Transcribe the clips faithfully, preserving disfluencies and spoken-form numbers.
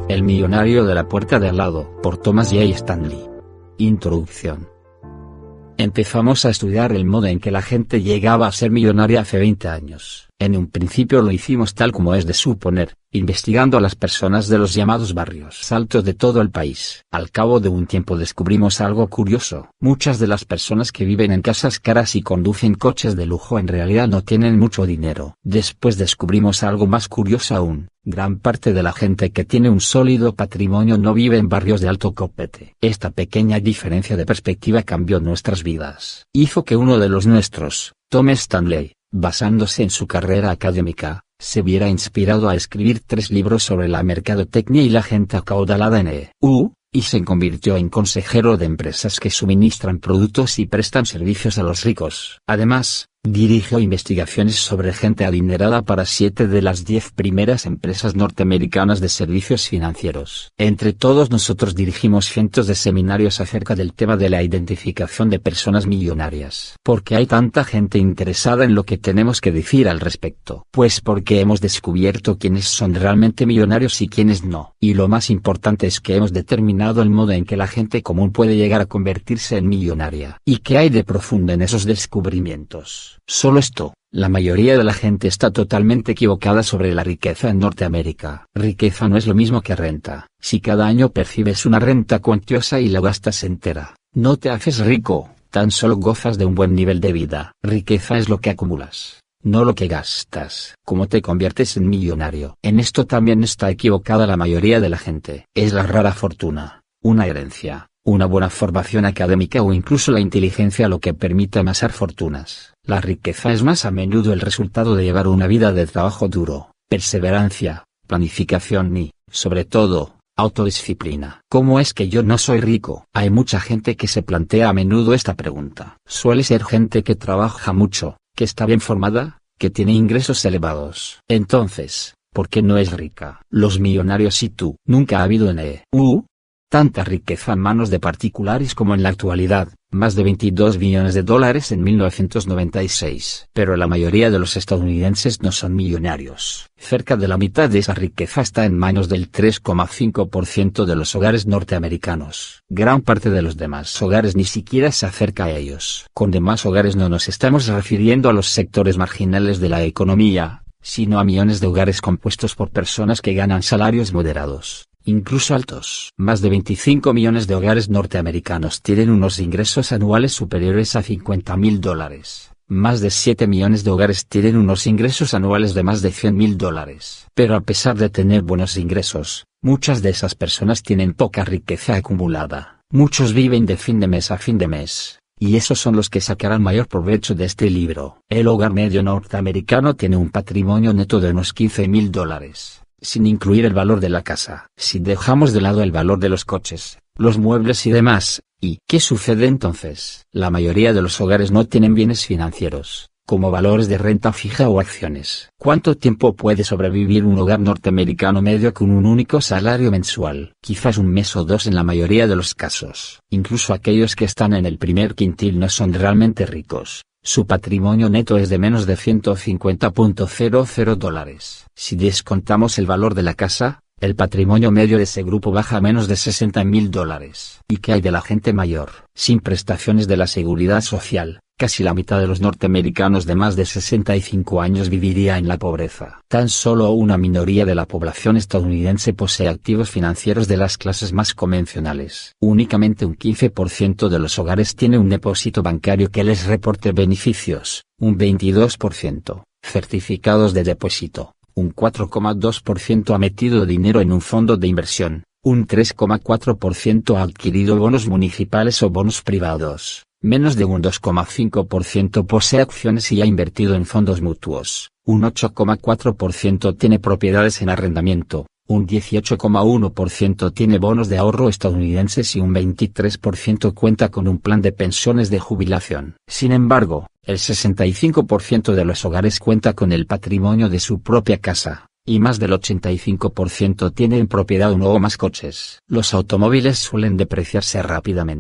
El millonario de la puerta de al lado, por Thomas J. Stanley. Introducción. Empezamos a estudiar el modo en que la gente llegaba a ser millonaria hace veinte años. En un principio lo hicimos tal como es de suponer, investigando a las personas de los llamados barrios altos de todo el país. Al cabo de un tiempo descubrimos algo curioso. Muchas de las personas que viven en casas caras y conducen coches de lujo en realidad no tienen mucho dinero. Después descubrimos algo más curioso aún. Gran parte de la gente que tiene un sólido patrimonio no vive en barrios de alto copete. Esta pequeña diferencia de perspectiva cambió nuestras vidas. Hizo que uno de los nuestros, Tom Stanley, basándose en su carrera académica, se viera inspirado a escribir tres libros sobre la mercadotecnia y la gente acaudalada en E U, y se convirtió en consejero de empresas que suministran productos y prestan servicios a los ricos. Además, dirigió investigaciones sobre gente adinerada para siete de las diez primeras empresas norteamericanas de servicios financieros. Entre todos nosotros dirigimos cientos de seminarios acerca del tema de la identificación de personas millonarias. ¿Por qué hay tanta gente interesada en lo que tenemos que decir al respecto? Pues porque hemos descubierto quiénes son realmente millonarios y quiénes no. Y lo más importante es que hemos determinado el modo en que la gente común puede llegar a convertirse en millonaria. ¿Y qué hay de profundo en esos descubrimientos? Solo esto: la mayoría de la gente está totalmente equivocada sobre la riqueza en Norteamérica. Riqueza no es lo mismo que renta. Si cada año percibes una renta cuantiosa y la gastas entera, no te haces rico, tan solo gozas de un buen nivel de vida. Riqueza es lo que acumulas, no lo que gastas. ¿Cómo te conviertes en millonario? En esto también está equivocada la mayoría de la gente. Es la rara fortuna, una herencia, una buena formación académica o incluso la inteligencia lo que permite amasar fortunas. La riqueza es más a menudo el resultado de llevar una vida de trabajo duro, perseverancia, planificación y, sobre todo, autodisciplina. ¿Cómo es que yo no soy rico? Hay mucha gente que se plantea a menudo esta pregunta. Suele ser gente que trabaja mucho, que está bien formada, que tiene ingresos elevados. Entonces, ¿por qué no es rica? Los millonarios y tú. Nunca ha habido en E U tanta riqueza en manos de particulares como en la actualidad, más de veintidós billones de dólares en mil novecientos noventa y seis. Pero la mayoría de los estadounidenses no son millonarios. Cerca de la mitad de esa riqueza está en manos del tres coma cinco por ciento de los hogares norteamericanos. Gran parte de los demás hogares ni siquiera se acerca a ellos. Con demás hogares no nos estamos refiriendo a los sectores marginales de la economía, sino a millones de hogares compuestos por personas que ganan salarios moderados, incluso altos. Más de veinticinco millones de hogares norteamericanos tienen unos ingresos anuales superiores a cincuenta mil dólares. Más de siete millones de hogares tienen unos ingresos anuales de más de cien mil dólares. Pero a pesar de tener buenos ingresos, muchas de esas personas tienen poca riqueza acumulada. Muchos viven de fin de mes a fin de mes, y esos son los que sacarán mayor provecho de este libro. El hogar medio norteamericano tiene un patrimonio neto de unos quince mil dólares. Sin incluir el valor de la casa. Si dejamos de lado el valor de los coches, los muebles y demás, ¿y qué sucede entonces? La mayoría de los hogares no tienen bienes financieros, como valores de renta fija o acciones. ¿Cuánto tiempo puede sobrevivir un hogar norteamericano medio con un único salario mensual? Quizás un mes o dos en la mayoría de los casos. Incluso aquellos que están en el primer quintil no son realmente ricos. Su patrimonio neto es de menos de ciento cincuenta mil dólares. Si descontamos el valor de la casa, el patrimonio medio de ese grupo baja a menos de sesenta mil dólares. ¿Y qué hay de la gente mayor? Sin prestaciones de la seguridad social, casi la mitad de los norteamericanos de más de sesenta y cinco años viviría en la pobreza. Tan solo una minoría de la población estadounidense posee activos financieros de las clases más convencionales. Únicamente un quince por ciento de los hogares tiene un depósito bancario que les reporte beneficios, un veintidós por ciento, certificados de depósito, un cuatro coma dos por ciento ha metido dinero en un fondo de inversión, un tres coma cuatro por ciento ha adquirido bonos municipales o bonos privados. Menos de un dos coma cinco por ciento posee acciones y ha invertido en fondos mutuos, un ocho coma cuatro por ciento tiene propiedades en arrendamiento, un dieciocho coma uno por ciento tiene bonos de ahorro estadounidenses y un veintitrés por ciento cuenta con un plan de pensiones de jubilación. Sin embargo, el sesenta y cinco por ciento de los hogares cuenta con el patrimonio de su propia casa, y más del ochenta y cinco por ciento tiene en propiedad uno o más coches. Los automóviles suelen depreciarse rápidamente,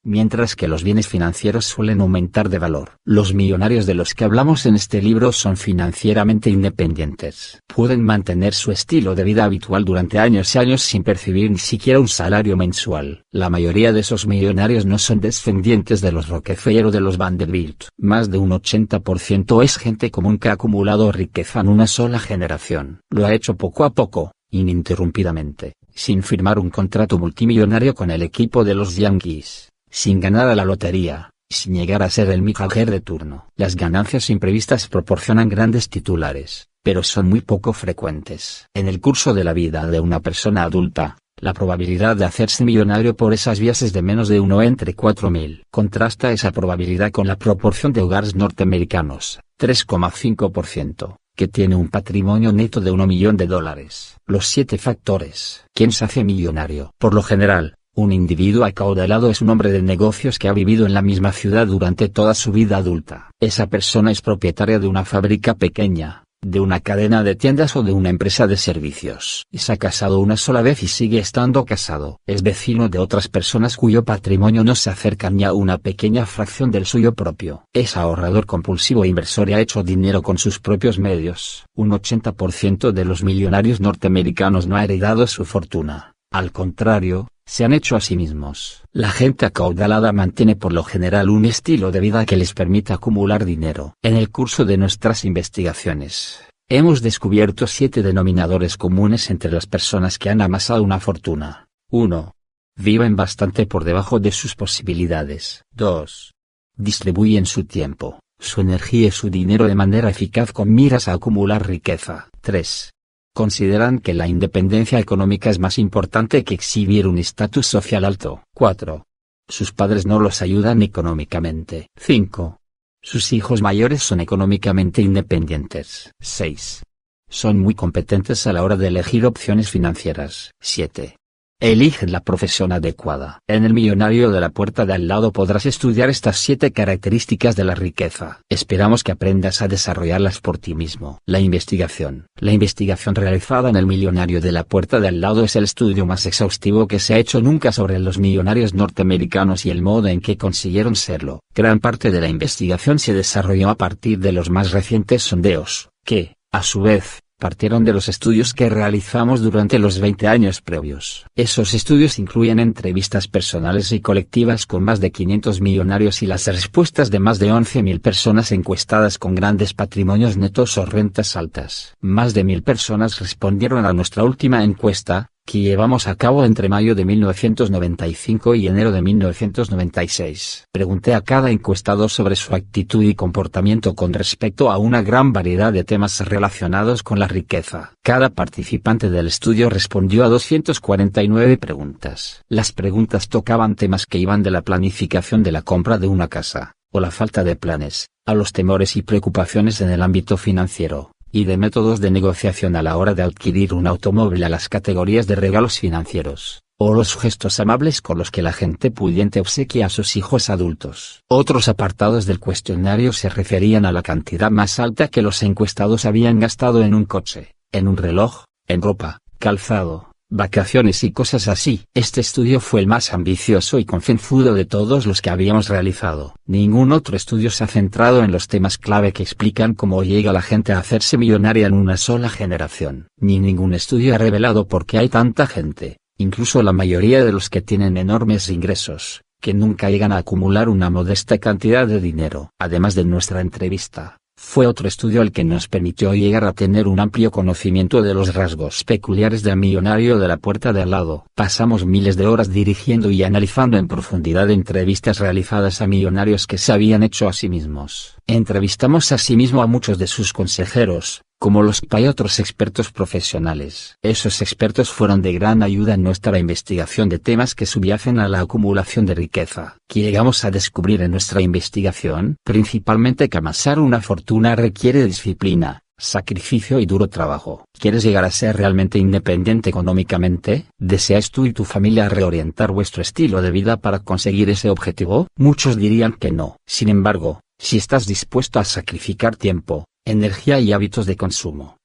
mientras que los bienes financieros suelen aumentar de valor. Los millonarios de los que hablamos en este libro son financieramente independientes. Pueden mantener su estilo de vida habitual durante años y años sin percibir ni siquiera un salario mensual. La mayoría de esos millonarios no son descendientes de los Rockefeller o de los Vanderbilt. Más de un ochenta por ciento es gente común que ha acumulado riqueza en una sola generación. Lo ha hecho poco a poco, ininterrumpidamente, sin firmar un contrato multimillonario con el equipo de los Yankees, sin ganar a la lotería, sin llegar a ser el manager de turno. Las ganancias imprevistas proporcionan grandes titulares, pero son muy poco frecuentes. En el curso de la vida de una persona adulta, la probabilidad de hacerse millonario por esas vías es de menos de uno entre cuatro mil. Contrasta esa probabilidad con la proporción de hogares norteamericanos, tres coma cinco por ciento, que tiene un patrimonio neto de un millón de dólares. Los siete factores. ¿Quién se hace millonario? Por lo general, un individuo acaudalado es un hombre de negocios que ha vivido en la misma ciudad durante toda su vida adulta. Esa persona es propietaria de una fábrica pequeña, de una cadena de tiendas o de una empresa de servicios. Se ha casado una sola vez y sigue estando casado. Es vecino de otras personas cuyo patrimonio no se acerca ni a una pequeña fracción del suyo propio. Es ahorrador compulsivo e inversor y ha hecho dinero con sus propios medios. Un ochenta por ciento de los millonarios norteamericanos no ha heredado su fortuna. Al contrario, se han hecho a sí mismos. La gente acaudalada mantiene por lo general un estilo de vida que les permite acumular dinero. En el curso de nuestras investigaciones, hemos descubierto siete denominadores comunes entre las personas que han amasado una fortuna. uno. Viven bastante por debajo de sus posibilidades. dos. Distribuyen su tiempo, su energía y su dinero de manera eficaz con miras a acumular riqueza. tres. Consideran que la independencia económica es más importante que exhibir un estatus social alto. cuatro. Sus padres no los ayudan económicamente. cinco. Sus hijos mayores son económicamente independientes. seis. Son muy competentes a la hora de elegir opciones financieras. siete. Eligen la profesión adecuada. En el millonario de la puerta de al lado podrás estudiar estas siete características de la riqueza. Esperamos que aprendas a desarrollarlas por ti mismo. La investigación. La investigación realizada en el millonario de la puerta de al lado es el estudio más exhaustivo que se ha hecho nunca sobre los millonarios norteamericanos y el modo en que consiguieron serlo. Gran parte de la investigación se desarrolló a partir de los más recientes sondeos, que, a su vez, partieron de los estudios que realizamos durante los veinte años previos. Esos estudios incluyen entrevistas personales y colectivas con más de quinientos millonarios y las respuestas de más de once mil personas encuestadas con grandes patrimonios netos o rentas altas. Más de mil personas respondieron a nuestra última encuesta, que llevamos a cabo entre mayo de mil novecientos noventa y cinco y enero de mil novecientos noventa y seis. Pregunté a cada encuestado sobre su actitud y comportamiento con respecto a una gran variedad de temas relacionados con la riqueza. Cada participante del estudio respondió a doscientas cuarenta y nueve preguntas. Las preguntas tocaban temas que iban de la planificación de la compra de una casa, o la falta de planes, a los temores y preocupaciones en el ámbito financiero, y de métodos de negociación a la hora de adquirir un automóvil, a las categorías de regalos financieros, o los gestos amables con los que la gente pudiente obsequia a sus hijos adultos. Otros apartados del cuestionario se referían a la cantidad más alta que los encuestados habían gastado en un coche, en un reloj, en ropa, calzado, vacaciones y cosas así. Este estudio fue el más ambicioso y concienzudo de todos los que habíamos realizado. Ningún otro estudio se ha centrado en los temas clave que explican cómo llega la gente a hacerse millonaria en una sola generación. Ni ningún estudio ha revelado por qué hay tanta gente, incluso la mayoría de los que tienen enormes ingresos, que nunca llegan a acumular una modesta cantidad de dinero. Además de nuestra entrevista, fue otro estudio el que nos permitió llegar a tener un amplio conocimiento de los rasgos peculiares del millonario de la puerta de al lado. Pasamos miles de horas dirigiendo y analizando en profundidad entrevistas realizadas a millonarios que se habían hecho a sí mismos. Entrevistamos asimismo a muchos de sus consejeros, como los P A y otros expertos profesionales. Esos expertos fueron de gran ayuda en nuestra investigación de temas que subyacen a la acumulación de riqueza. ¿Qué llegamos a descubrir en nuestra investigación? Principalmente que amasar una fortuna requiere disciplina, sacrificio y duro trabajo. ¿Quieres llegar a ser realmente independiente económicamente? ¿Deseas tú y tu familia reorientar vuestro estilo de vida para conseguir ese objetivo? Muchos dirían que no. Sin embargo, si estás dispuesto a sacrificar tiempo, energía y hábitos de consumo,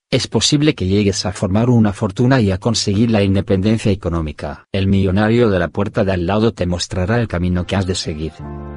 es posible que llegues a formar una fortuna y a conseguir la independencia económica. El millonario de la puerta de al lado te mostrará el camino que has de seguir.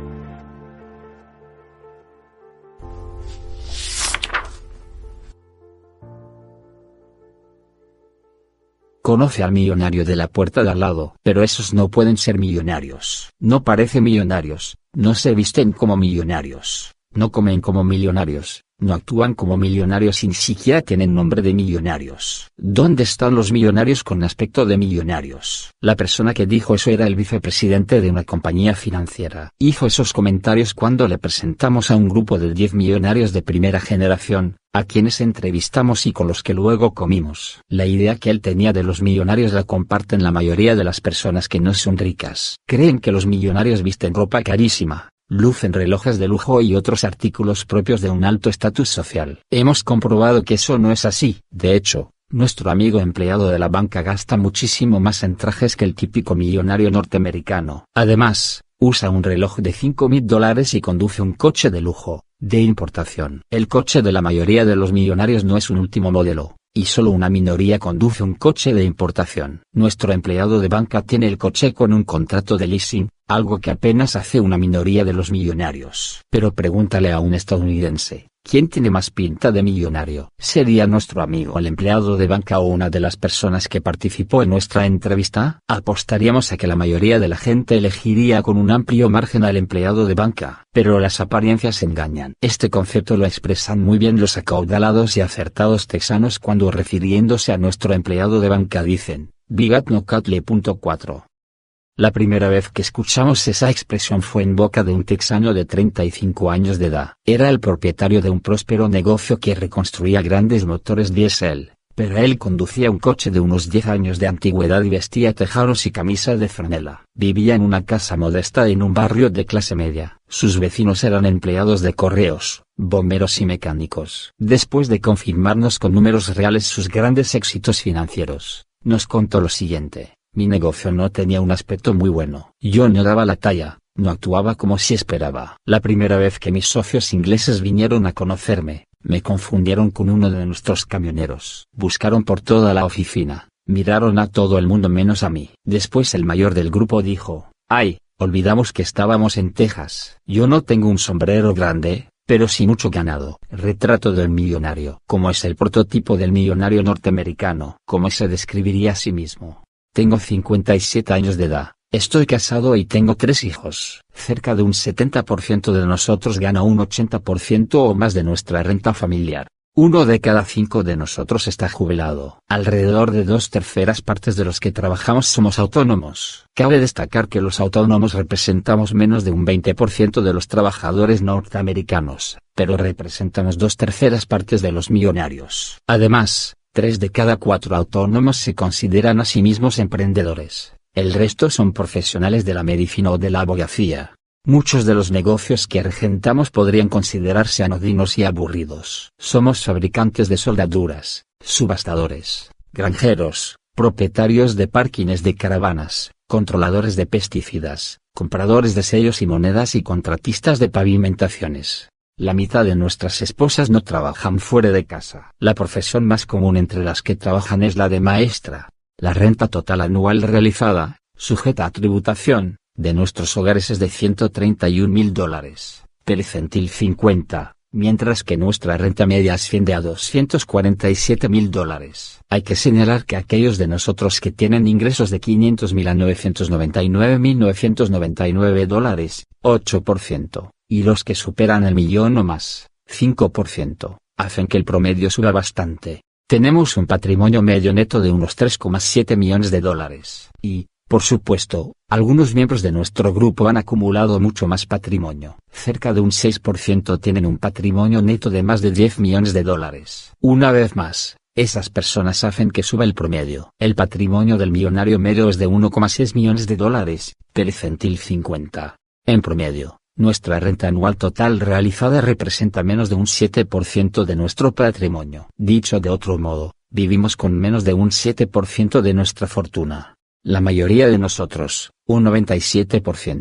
Conoce al millonario de la puerta de al lado. Pero esos no pueden ser millonarios. No parecen millonarios, no se visten como millonarios, no comen como millonarios, no actúan como millonarios y ni siquiera tienen nombre de millonarios. ¿Dónde están los millonarios con aspecto de millonarios? La persona que dijo eso era el vicepresidente de una compañía financiera. Hizo esos comentarios cuando le presentamos a un grupo de diez millonarios de primera generación, a quienes entrevistamos y con los que luego comimos. La idea que él tenía de los millonarios la comparten la mayoría de las personas que no son ricas. Creen que los millonarios visten ropa carísima, lucen relojes de lujo y otros artículos propios de un alto estatus social. Hemos comprobado que eso no es así. De hecho, nuestro amigo empleado de la banca gasta muchísimo más en trajes que el típico millonario norteamericano. Además, usa un reloj de cinco mil dólares y conduce un coche de lujo, de importación. El coche de la mayoría de los millonarios no es un último modelo, y solo una minoría conduce un coche de importación. Nuestro empleado de banca tiene el coche con un contrato de leasing, algo que apenas hace una minoría de los millonarios. Pero pregúntale a un estadounidense, ¿quién tiene más pinta de millonario? ¿Sería nuestro amigo el empleado de banca o una de las personas que participó en nuestra entrevista? Apostaríamos a que la mayoría de la gente elegiría con un amplio margen al empleado de banca. Pero las apariencias engañan. Este concepto lo expresan muy bien los acaudalados y acertados texanos cuando refiriéndose a nuestro empleado de banca dicen, Bigat no catle punto cuatro. La primera vez que escuchamos esa expresión fue en boca de un texano de treinta y cinco años de edad. Era el propietario de un próspero negocio que reconstruía grandes motores diésel, pero él conducía un coche de unos diez años de antigüedad y vestía tejanos y camisa de franela. Vivía en una casa modesta en un barrio de clase media. Sus vecinos eran empleados de correos, bomberos y mecánicos. Después de confirmarnos con números reales sus grandes éxitos financieros, nos contó lo siguiente. Mi negocio no tenía un aspecto muy bueno. Yo no daba la talla, no actuaba como si esperaba. La primera vez que mis socios ingleses vinieron a conocerme, me confundieron con uno de nuestros camioneros. Buscaron por toda la oficina, miraron a todo el mundo menos a mí. Después el mayor del grupo dijo, ¡ay! Olvidamos que estábamos en Texas. Yo no tengo un sombrero grande, pero sí mucho ganado. Retrato del millonario. ¿Cómo es el prototipo del millonario norteamericano? ¿Cómo se describiría a sí mismo? Tengo cincuenta y siete años de edad, estoy casado y tengo tres hijos. Cerca de un setenta por ciento de nosotros gana un ochenta por ciento o más de nuestra renta familiar. Uno de cada cinco de nosotros está jubilado. Alrededor de dos terceras partes de los que trabajamos somos autónomos. Cabe destacar que los autónomos representamos menos de un veinte por ciento de los trabajadores norteamericanos, pero representamos dos terceras partes de los millonarios. Además, Tres de cada cuatro autónomos se consideran a sí mismos emprendedores, el resto son profesionales de la medicina o de la abogacía. Muchos de los negocios que regentamos podrían considerarse anodinos y aburridos. Somos fabricantes de soldaduras, subastadores, granjeros, propietarios de parkings de caravanas, controladores de pesticidas, compradores de sellos y monedas y contratistas de pavimentaciones. La mitad de nuestras esposas no trabajan fuera de casa. La profesión más común entre las que trabajan es la de maestra. La renta total anual realizada, sujeta a tributación, de nuestros hogares es de ciento treinta y un mil dólares, percentil cincuenta, mientras que nuestra renta media asciende a doscientos cuarenta y siete mil dólares. Hay que señalar que aquellos de nosotros que tienen ingresos de quinientos mil a novecientos noventa y nueve mil novecientos noventa y nueve dólares, ocho por ciento. Y los que superan el millón o más, cinco por ciento, hacen que el promedio suba bastante. Tenemos un patrimonio medio neto de unos tres coma siete millones de dólares. Y, por supuesto, algunos miembros de nuestro grupo han acumulado mucho más patrimonio. Cerca de un seis por ciento tienen un patrimonio neto de más de diez millones de dólares. Una vez más, esas personas hacen que suba el promedio. El patrimonio del millonario medio es de uno coma seis millones de dólares, percentil cincuenta. En promedio, nuestra renta anual total realizada representa menos de un siete por ciento de nuestro patrimonio. Dicho de otro modo, vivimos con menos de un siete por ciento de nuestra fortuna. La mayoría de nosotros, un noventa y siete por ciento,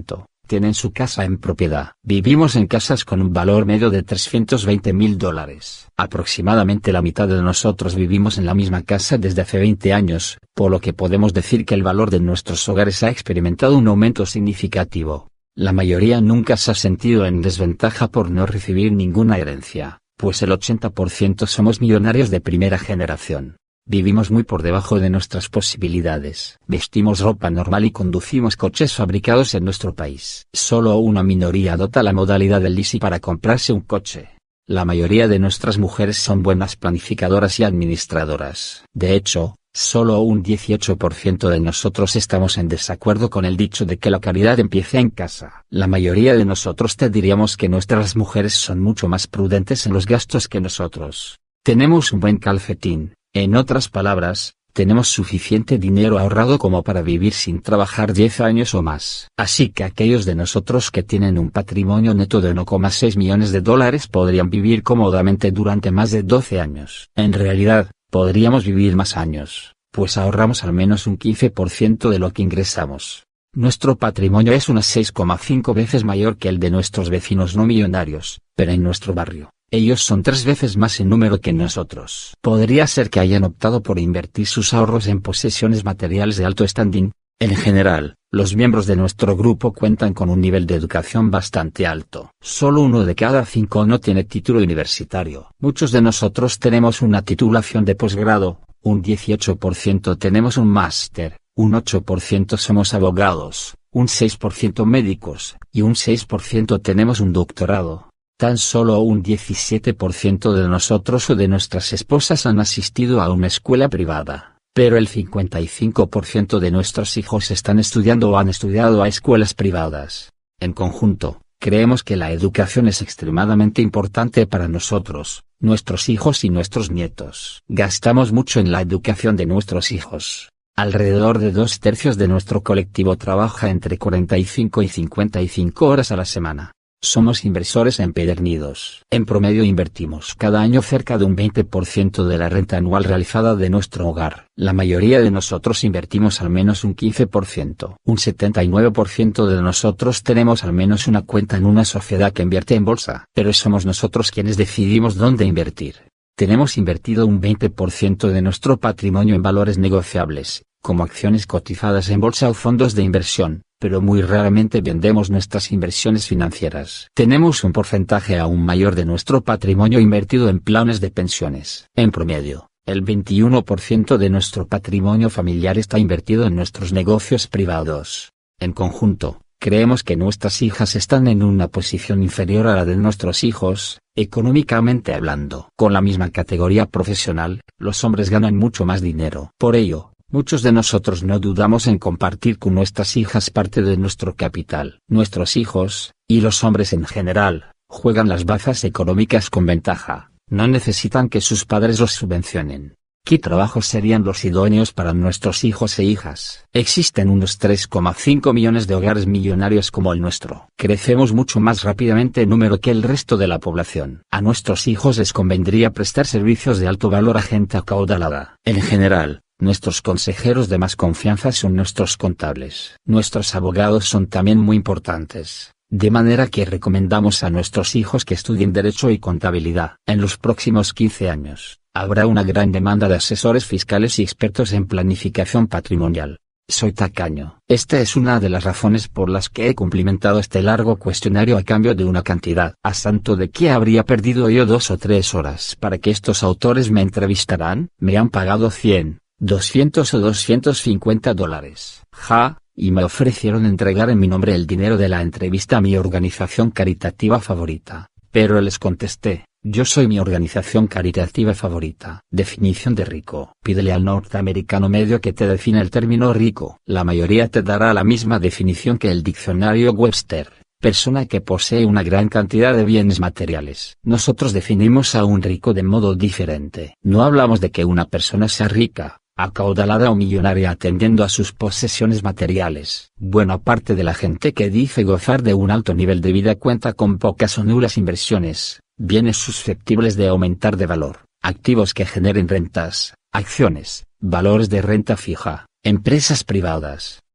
tienen su casa en propiedad. Vivimos en casas con un valor medio de trescientos veinte mil dólares. Aproximadamente la mitad de nosotros vivimos en la misma casa desde hace veinte años, por lo que podemos decir que el valor de nuestros hogares ha experimentado un aumento significativo. La mayoría nunca se ha sentido en desventaja por no recibir ninguna herencia, pues el ochenta por ciento somos millonarios de primera generación. Vivimos muy por debajo de nuestras posibilidades. Vestimos ropa normal y conducimos coches fabricados en nuestro país. Solo una minoría adopta la modalidad del leasing para comprarse un coche. La mayoría de nuestras mujeres son buenas planificadoras y administradoras. De hecho, solo un dieciocho por ciento de nosotros estamos en desacuerdo con el dicho de que la caridad empieza en casa. La mayoría de nosotros te diríamos que nuestras mujeres son mucho más prudentes en los gastos que nosotros. Tenemos un buen calcetín. En otras palabras, tenemos suficiente dinero ahorrado como para vivir sin trabajar diez años o más. Así que aquellos de nosotros que tienen un patrimonio neto de uno coma seis millones de dólares podrían vivir cómodamente durante más de doce años. En realidad, podríamos vivir más años, pues ahorramos al menos un quince por ciento de lo que ingresamos. Nuestro patrimonio es unas seis coma cinco veces mayor que el de nuestros vecinos no millonarios, pero en nuestro barrio, ellos son tres veces más en número que nosotros. Podría ser que hayan optado por invertir sus ahorros en posesiones materiales de alto standing. En general, los miembros de nuestro grupo cuentan con un nivel de educación bastante alto. Solo uno de cada cinco no tiene título universitario. Muchos de nosotros tenemos una titulación de posgrado, un dieciocho por ciento tenemos un máster, un ocho por ciento somos abogados, un seis por ciento médicos, y un seis por ciento tenemos un doctorado. Tan solo un diecisiete por ciento de nosotros o de nuestras esposas han asistido a una escuela privada, pero el cincuenta y cinco por ciento de nuestros hijos están estudiando o han estudiado a escuelas privadas. En conjunto, creemos que la educación es extremadamente importante para nosotros, nuestros hijos y nuestros nietos. Gastamos mucho en la educación de nuestros hijos. Alrededor de dos tercios de nuestro colectivo trabaja entre cuarenta y cinco y cincuenta y cinco horas a la semana. Somos inversores empedernidos. En promedio invertimos cada año cerca de un veinte por ciento de la renta anual realizada de nuestro hogar. La mayoría de nosotros invertimos al menos un quince por ciento. Un setenta y nueve por ciento de nosotros tenemos al menos una cuenta en una sociedad que invierte en bolsa. Pero somos nosotros quienes decidimos dónde invertir. Tenemos invertido un veinte por ciento de nuestro patrimonio en valores negociables, como acciones cotizadas en bolsa o fondos de inversión, pero muy raramente vendemos nuestras inversiones financieras. Tenemos un porcentaje aún mayor de nuestro patrimonio invertido en planes de pensiones. En promedio, el veintiuno por ciento de nuestro patrimonio familiar está invertido en nuestros negocios privados. En conjunto, creemos que nuestras hijas están en una posición inferior a la de nuestros hijos, económicamente hablando. Con la misma categoría profesional, los hombres ganan mucho más dinero. Por ello, muchos de nosotros no dudamos en compartir con nuestras hijas parte de nuestro capital. Nuestros hijos, y los hombres en general, juegan las bazas económicas con ventaja, no necesitan que sus padres los subvencionen. ¿Qué trabajos serían los idóneos para nuestros hijos e hijas? Existen unos tres coma cinco millones de hogares millonarios como el nuestro. Crecemos mucho más rápidamente en número que el resto de la población. A nuestros hijos les convendría prestar servicios de alto valor a gente acaudalada. En general, nuestros consejeros de más confianza son nuestros contables. Nuestros abogados son también muy importantes, de manera que recomendamos a nuestros hijos que estudien Derecho y Contabilidad. En los próximos quince años, habrá una gran demanda de asesores fiscales y expertos en planificación patrimonial. Soy tacaño. Esta es una de las razones por las que he cumplimentado este largo cuestionario a cambio de una cantidad. ¿A santo de qué habría perdido yo dos o tres horas para que estos autores me entrevistaran? Me han pagado cien, doscientos o doscientos cincuenta dólares. Ja, y me ofrecieron entregar en mi nombre el dinero de la entrevista a mi organización caritativa favorita. Pero les contesté, yo soy mi organización caritativa favorita. Definición de rico. Pídele al norteamericano medio que te define el término rico. La mayoría te dará la misma definición que el diccionario Webster. Persona que posee una gran cantidad de bienes materiales. Nosotros definimos a un rico de modo diferente. No hablamos de que una persona sea rica, acaudalada o millonaria atendiendo a sus posesiones materiales. Buena parte de la gente que dice gozar de un alto nivel de vida cuenta con pocas o nulas inversiones, bienes susceptibles de aumentar de valor, activos que generen rentas, acciones, valores de renta fija, empresas privadas,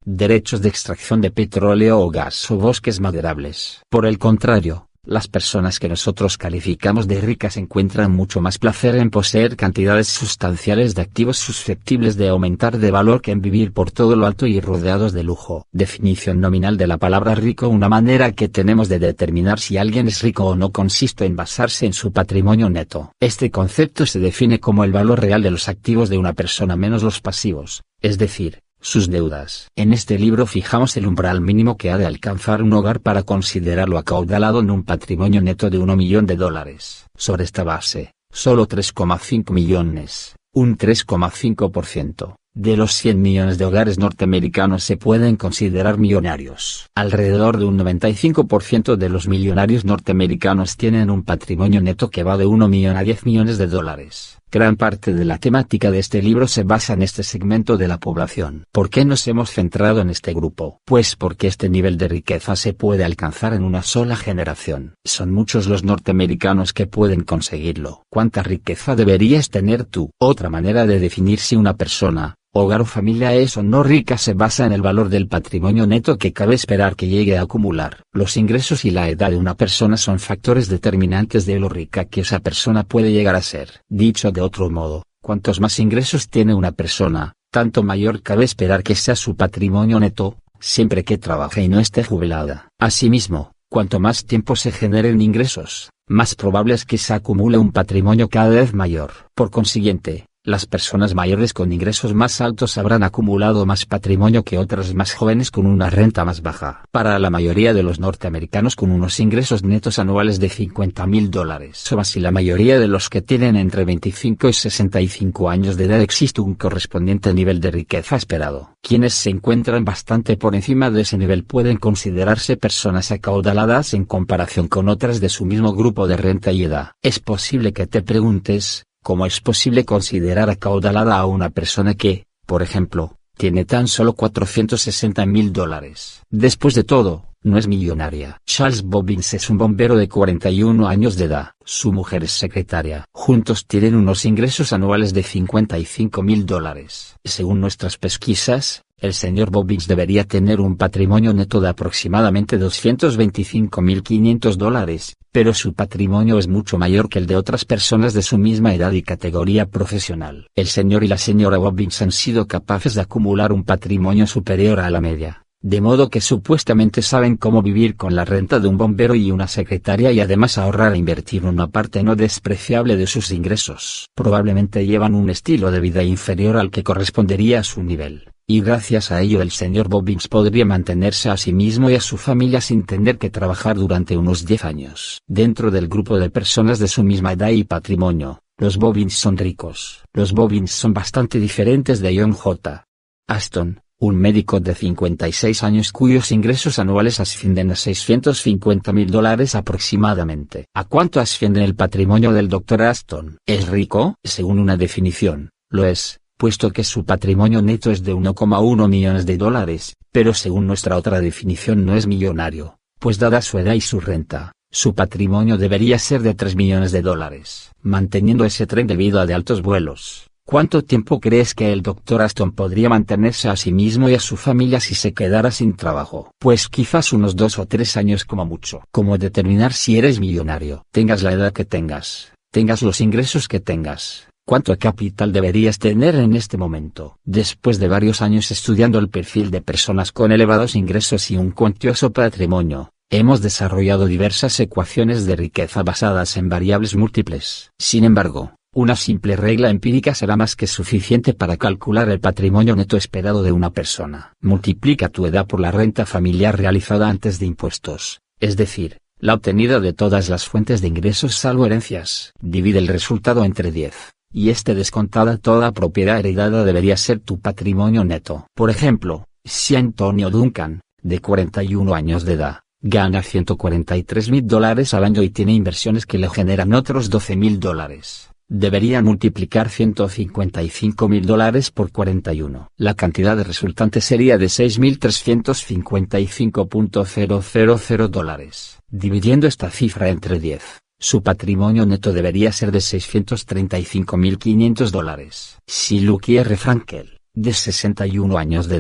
derechos de extracción de petróleo o gas o bosques maderables. Por el contrario, las personas que nosotros calificamos de ricas encuentran mucho más placer en poseer cantidades sustanciales de activos susceptibles de aumentar de valor que en vivir por todo lo alto y rodeados de lujo. Definición nominal de la palabra rico. Una manera que tenemos de determinar si alguien es rico o no consiste en basarse en su patrimonio neto. Este concepto se define como el valor real de los activos de una persona menos los pasivos, es decir, sus deudas. En este libro fijamos el umbral mínimo que ha de alcanzar un hogar para considerarlo acaudalado en un patrimonio neto de un millón de dólares. Sobre esta base, solo tres coma cinco millones, un tres coma cinco por ciento, de los cien millones de hogares norteamericanos se pueden considerar millonarios. Alrededor de un noventa y cinco por ciento de los millonarios norteamericanos tienen un patrimonio neto que va de un millón a diez millones de dólares. Gran parte de la temática de este libro se basa en este segmento de la población. ¿Por qué nos hemos centrado en este grupo? Pues porque este nivel de riqueza se puede alcanzar en una sola generación. Son muchos los norteamericanos que pueden conseguirlo. ¿Cuánta riqueza deberías tener tú? Otra manera de definir si una persona, hogar o familia es o no rica se basa en el valor del patrimonio neto que cabe esperar que llegue a acumular. Los ingresos y la edad de una persona son factores determinantes de lo rica que esa persona puede llegar a ser. Dicho de otro modo, cuantos más ingresos tiene una persona, tanto mayor cabe esperar que sea su patrimonio neto, siempre que trabaje y no esté jubilada. Asimismo, cuanto más tiempo se generen ingresos, más probable es que se acumule un patrimonio cada vez mayor. Por consiguiente, las personas mayores con ingresos más altos habrán acumulado más patrimonio que otras más jóvenes con una renta más baja. Para la mayoría de los norteamericanos con unos ingresos netos anuales de cincuenta mil dólares o más y la mayoría de los que tienen entre veinticinco y sesenta y cinco años de edad existe un correspondiente nivel de riqueza esperado. Quienes se encuentran bastante por encima de ese nivel pueden considerarse personas acaudaladas en comparación con otras de su mismo grupo de renta y edad. Es posible que te preguntes, ¿cómo es posible considerar acaudalada a una persona que, por ejemplo, tiene tan solo cuatrocientos sesenta mil dólares? Después de todo, no es millonaria. Charles Bobbins es un bombero de cuarenta y uno años de edad. Su mujer es secretaria. Juntos tienen unos ingresos anuales de cincuenta y cinco mil dólares. Según nuestras pesquisas, el señor Bobbins debería tener un patrimonio neto de aproximadamente doscientos veinticinco mil quinientos dólares, pero su patrimonio es mucho mayor que el de otras personas de su misma edad y categoría profesional. El señor y la señora Bobbins han sido capaces de acumular un patrimonio superior a la media, de modo que supuestamente saben cómo vivir con la renta de un bombero y una secretaria y además ahorrar e invertir una parte no despreciable de sus ingresos. Probablemente llevan un estilo de vida inferior al que correspondería a su nivel, y gracias a ello el señor Bobbins podría mantenerse a sí mismo y a su familia sin tener que trabajar durante unos diez años. Dentro del grupo de personas de su misma edad y patrimonio, los Bobbins son ricos. Los Bobbins son bastante diferentes de John J. Aston, un médico de cincuenta y seis años cuyos ingresos anuales ascienden a seiscientos cincuenta mil dólares aproximadamente. ¿A cuánto asciende el patrimonio del doctor Aston? ¿Es rico? Según una definición, lo es, puesto que su patrimonio neto es de uno coma uno millones de dólares, pero según nuestra otra definición no es millonario, pues dada su edad y su renta, su patrimonio debería ser de tres millones de dólares. Manteniendo ese tren de vida de altos vuelos, ¿cuánto tiempo crees que el doctor Aston podría mantenerse a sí mismo y a su familia si se quedara sin trabajo? Pues quizás unos dos o tres años como mucho. ¿Cómo determinar si eres millonario? Tengas la edad que tengas, tengas los ingresos que tengas. ¿Cuánto capital deberías tener en este momento? Después de varios años estudiando el perfil de personas con elevados ingresos y un cuantioso patrimonio, hemos desarrollado diversas ecuaciones de riqueza basadas en variables múltiples. Sin embargo, una simple regla empírica será más que suficiente para calcular el patrimonio neto esperado de una persona. Multiplica tu edad por la renta familiar realizada antes de impuestos, es decir, la obtenida de todas las fuentes de ingresos salvo herencias. Divide el resultado entre diez. Y este descontada toda propiedad heredada debería ser tu patrimonio neto. Por ejemplo, si Antonio Duncan, de cuarenta y uno años de edad, gana ciento cuarenta y tres mil dólares al año y tiene inversiones que le generan otros doce mil dólares, debería multiplicar ciento cincuenta y cinco mil dólares por cuarenta y uno. La cantidad resultante sería de seis mil trescientos cincuenta y cinco punto cero cero cero dólares. Dividiendo esta cifra entre diez. Su patrimonio neto debería ser de seiscientos treinta y cinco mil quinientos dólares. Si Lucky R. Frankel, de sesenta y uno años de edad,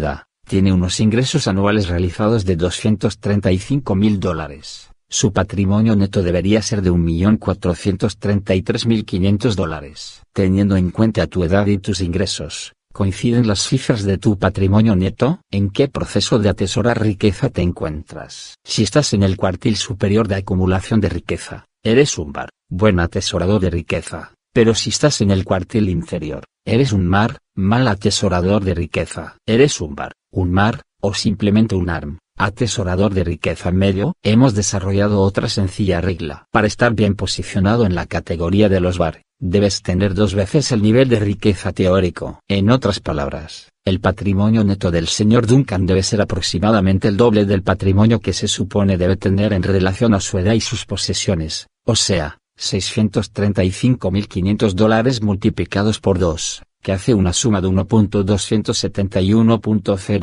tiene unos ingresos anuales realizados de doscientos treinta y cinco mil dólares. Su patrimonio neto debería ser de un millón cuatrocientos treinta y tres mil quinientos dólares. Teniendo en cuenta tu edad y tus ingresos, ¿coinciden las cifras de tu patrimonio neto? ¿En qué proceso de atesorar riqueza te encuentras? Si estás en el cuartil superior de acumulación de riqueza, eres un bar, buen atesorador de riqueza. Pero si estás en el cuartil inferior, eres un mar, mal atesorador de riqueza. Eres un bar, un mar, o simplemente un arm, atesorador de riqueza medio. Hemos desarrollado otra sencilla regla. Para estar bien posicionado en la categoría de los bar, debes tener dos veces el nivel de riqueza teórico. En otras palabras, el patrimonio neto del señor Duncan debe ser aproximadamente el doble del patrimonio que se supone debe tener en relación a su edad y sus posesiones, o sea, seiscientos treinta y cinco mil quinientos dólares multiplicados por dos, que hace una suma de uno millón doscientos setenta y uno mil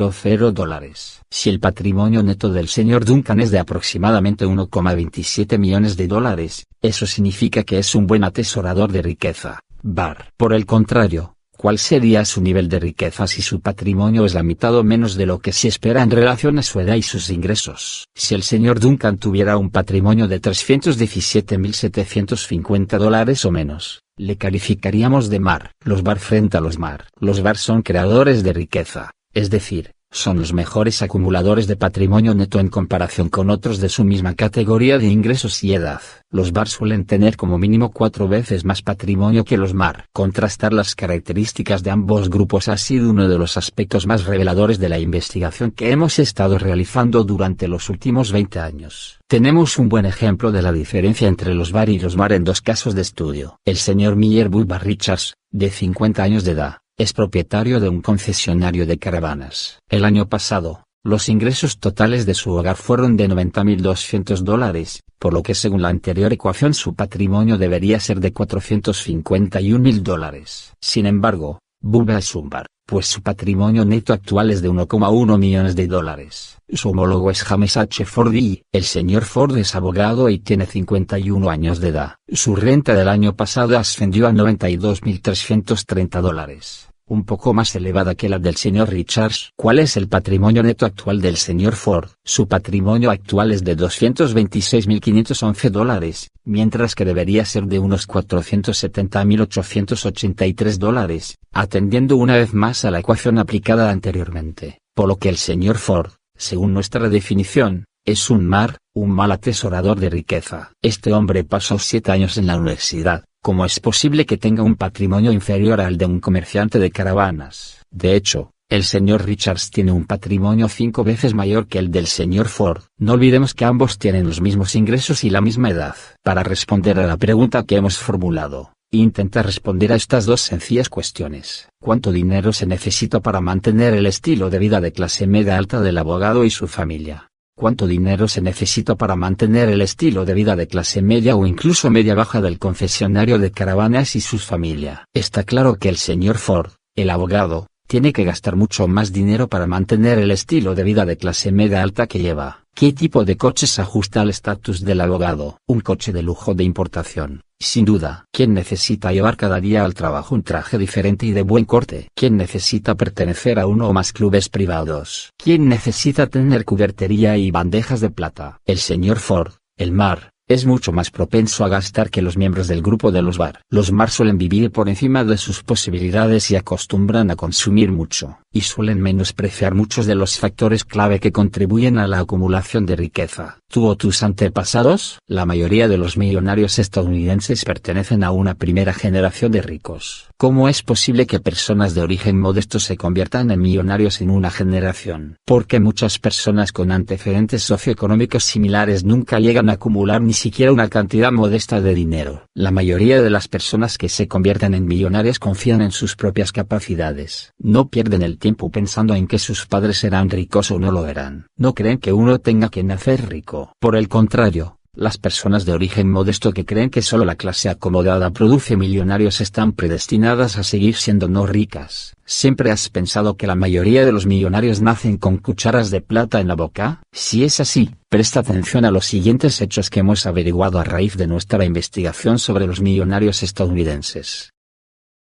dólares. Si el patrimonio neto del señor Duncan es de aproximadamente uno coma veintisiete millones de dólares, eso significa que es un buen atesorador de riqueza, bar. Por el contrario, ¿cuál sería su nivel de riqueza si su patrimonio es la mitad o menos de lo que se espera en relación a su edad y sus ingresos? Si el señor Duncan tuviera un patrimonio de trescientos diecisiete mil setecientos cincuenta dólares o menos, le calificaríamos de mar. Los bar frente a los mar. Los bar son creadores de riqueza, es decir, son los mejores acumuladores de patrimonio neto en comparación con otros de su misma categoría de ingresos y edad. Los bar suelen tener como mínimo cuatro veces más patrimonio que los mar. Contrastar las características de ambos grupos ha sido uno de los aspectos más reveladores de la investigación que hemos estado realizando durante los últimos veinte años. Tenemos un buen ejemplo de la diferencia entre los bar y los mar en dos casos de estudio. El señor Miller Bulbar Richards, de cincuenta años de edad, es propietario de un concesionario de caravanas. El año pasado, los ingresos totales de su hogar fueron de noventa mil doscientos dólares, por lo que según la anterior ecuación su patrimonio debería ser de cuatrocientos cincuenta y un mil dólares. Sin embargo, Bulba es un bar, pues su patrimonio neto actual es de uno coma uno millones de dólares. Su homólogo es James H. Ford y el señor Ford es abogado y tiene cincuenta y uno años de edad. Su renta del año pasado ascendió a noventa y dos mil trescientos treinta dólares, un poco más elevada que la del señor Richards. ¿Cuál es el patrimonio neto actual del señor Ford? Su patrimonio actual es de doscientos veintiséis mil quinientos once dólares, mientras que debería ser de unos cuatrocientos setenta mil ochocientos ochenta y tres dólares, atendiendo una vez más a la ecuación aplicada anteriormente, por lo que el señor Ford, según nuestra definición, es un mar, un mal atesorador de riqueza. Este hombre pasó siete años en la universidad. ¿Cómo es posible que tenga un patrimonio inferior al de un comerciante de caravanas? De hecho, el señor Richards tiene un patrimonio cinco veces mayor que el del señor Ford. No olvidemos que ambos tienen los mismos ingresos y la misma edad. Para responder a la pregunta que hemos formulado, intenta responder a estas dos sencillas cuestiones. ¿Cuánto dinero se necesita para mantener el estilo de vida de clase media alta del abogado y su familia? ¿Cuánto dinero se necesita para mantener el estilo de vida de clase media o incluso media baja del concesionario de caravanas y su familia? Está claro que el señor Ford, el abogado, tiene que gastar mucho más dinero para mantener el estilo de vida de clase media alta que lleva. ¿Qué tipo de coche se ajusta al estatus del abogado? Un coche de lujo de importación, sin duda. ¿Quién necesita llevar cada día al trabajo un traje diferente y de buen corte? ¿Quién necesita pertenecer a uno o más clubes privados? ¿Quién necesita tener cubertería y bandejas de plata? El señor Ford, el mar, es mucho más propenso a gastar que los miembros del grupo de los bar. Los mar suelen vivir por encima de sus posibilidades y acostumbran a consumir mucho, y suelen menospreciar muchos de los factores clave que contribuyen a la acumulación de riqueza. ¿Tú o tus antepasados? La mayoría de los millonarios estadounidenses pertenecen a una primera generación de ricos. ¿Cómo es posible que personas de origen modesto se conviertan en millonarios en una generación? Porque muchas personas con antecedentes socioeconómicos similares nunca llegan a acumular ni siquiera una cantidad modesta de dinero. La mayoría de las personas que se convierten en millonarias confían en sus propias capacidades. No pierden el tiempo pensando en que sus padres serán ricos o no lo eran. No creen que uno tenga que nacer rico. Por el contrario, las personas de origen modesto que creen que solo la clase acomodada produce millonarios están predestinadas a seguir siendo no ricas. ¿Siempre has pensado que la mayoría de los millonarios nacen con cucharas de plata en la boca? Si es así, presta atención a los siguientes hechos que hemos averiguado a raíz de nuestra investigación sobre los millonarios estadounidenses.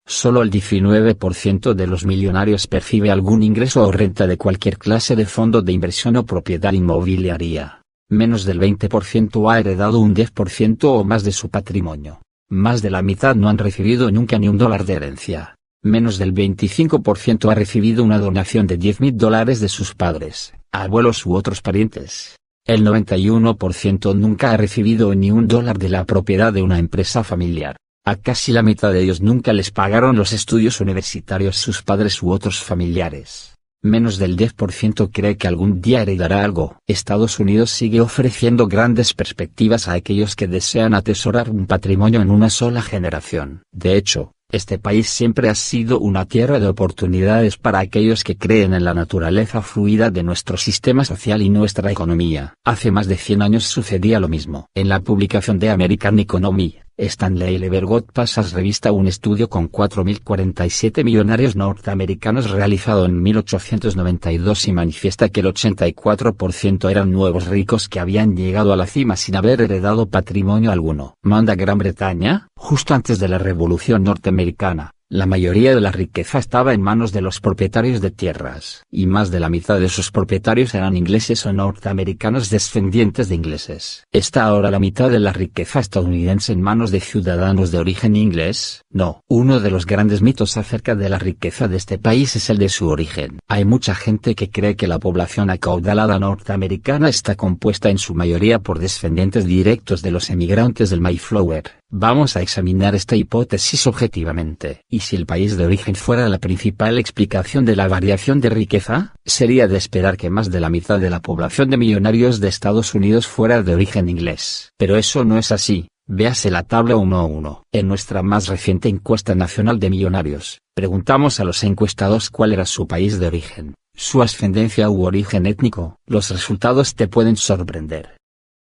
Solo el diecinueve por ciento de los millonarios percibe algún ingreso o renta de cualquier clase de fondo de inversión o propiedad inmobiliaria. Menos del veinte por ciento ha heredado un diez por ciento o más de su patrimonio. Más de la mitad no han recibido nunca ni un dólar de herencia. Menos del veinticinco por ciento ha recibido una donación de diez mil dólares de sus padres, abuelos u otros parientes. El noventa y uno por ciento nunca ha recibido ni un dólar de la propiedad de una empresa familiar. A casi la mitad de ellos nunca les pagaron los estudios universitarios sus padres u otros familiares. Menos del diez por ciento cree que algún día heredará algo. Estados Unidos sigue ofreciendo grandes perspectivas a aquellos que desean atesorar un patrimonio en una sola generación. De hecho, este país siempre ha sido una tierra de oportunidades para aquellos que creen en la naturaleza fluida de nuestro sistema social y nuestra economía. Hace más de cien años sucedía lo mismo. En la publicación de American Economy, Stanley Levergott Passas revista un estudio con cuatro mil cuarenta y siete millonarios norteamericanos realizado en mil ochocientos noventa y dos y manifiesta que el ochenta y cuatro por ciento eran nuevos ricos que habían llegado a la cima sin haber heredado patrimonio alguno. Manda Gran Bretaña, justo antes de la Revolución Norteamericana, la mayoría de la riqueza estaba en manos de los propietarios de tierras, y más de la mitad de sus propietarios eran ingleses o norteamericanos descendientes de ingleses. ¿Está ahora la mitad de la riqueza estadounidense en manos de ciudadanos de origen inglés? No. Uno de los grandes mitos acerca de la riqueza de este país es el de su origen. Hay mucha gente que cree que la población acaudalada norteamericana está compuesta en su mayoría por descendientes directos de los emigrantes del Mayflower. Vamos a examinar esta hipótesis objetivamente. ¿Y si el país de origen fuera la principal explicación de la variación de riqueza? Sería de esperar que más de la mitad de la población de millonarios de Estados Unidos fuera de origen inglés. Pero eso no es así. Véase la tabla uno a uno. En nuestra más reciente encuesta nacional de millonarios, preguntamos a los encuestados cuál era su país de origen, su ascendencia u origen étnico. Los resultados te pueden sorprender.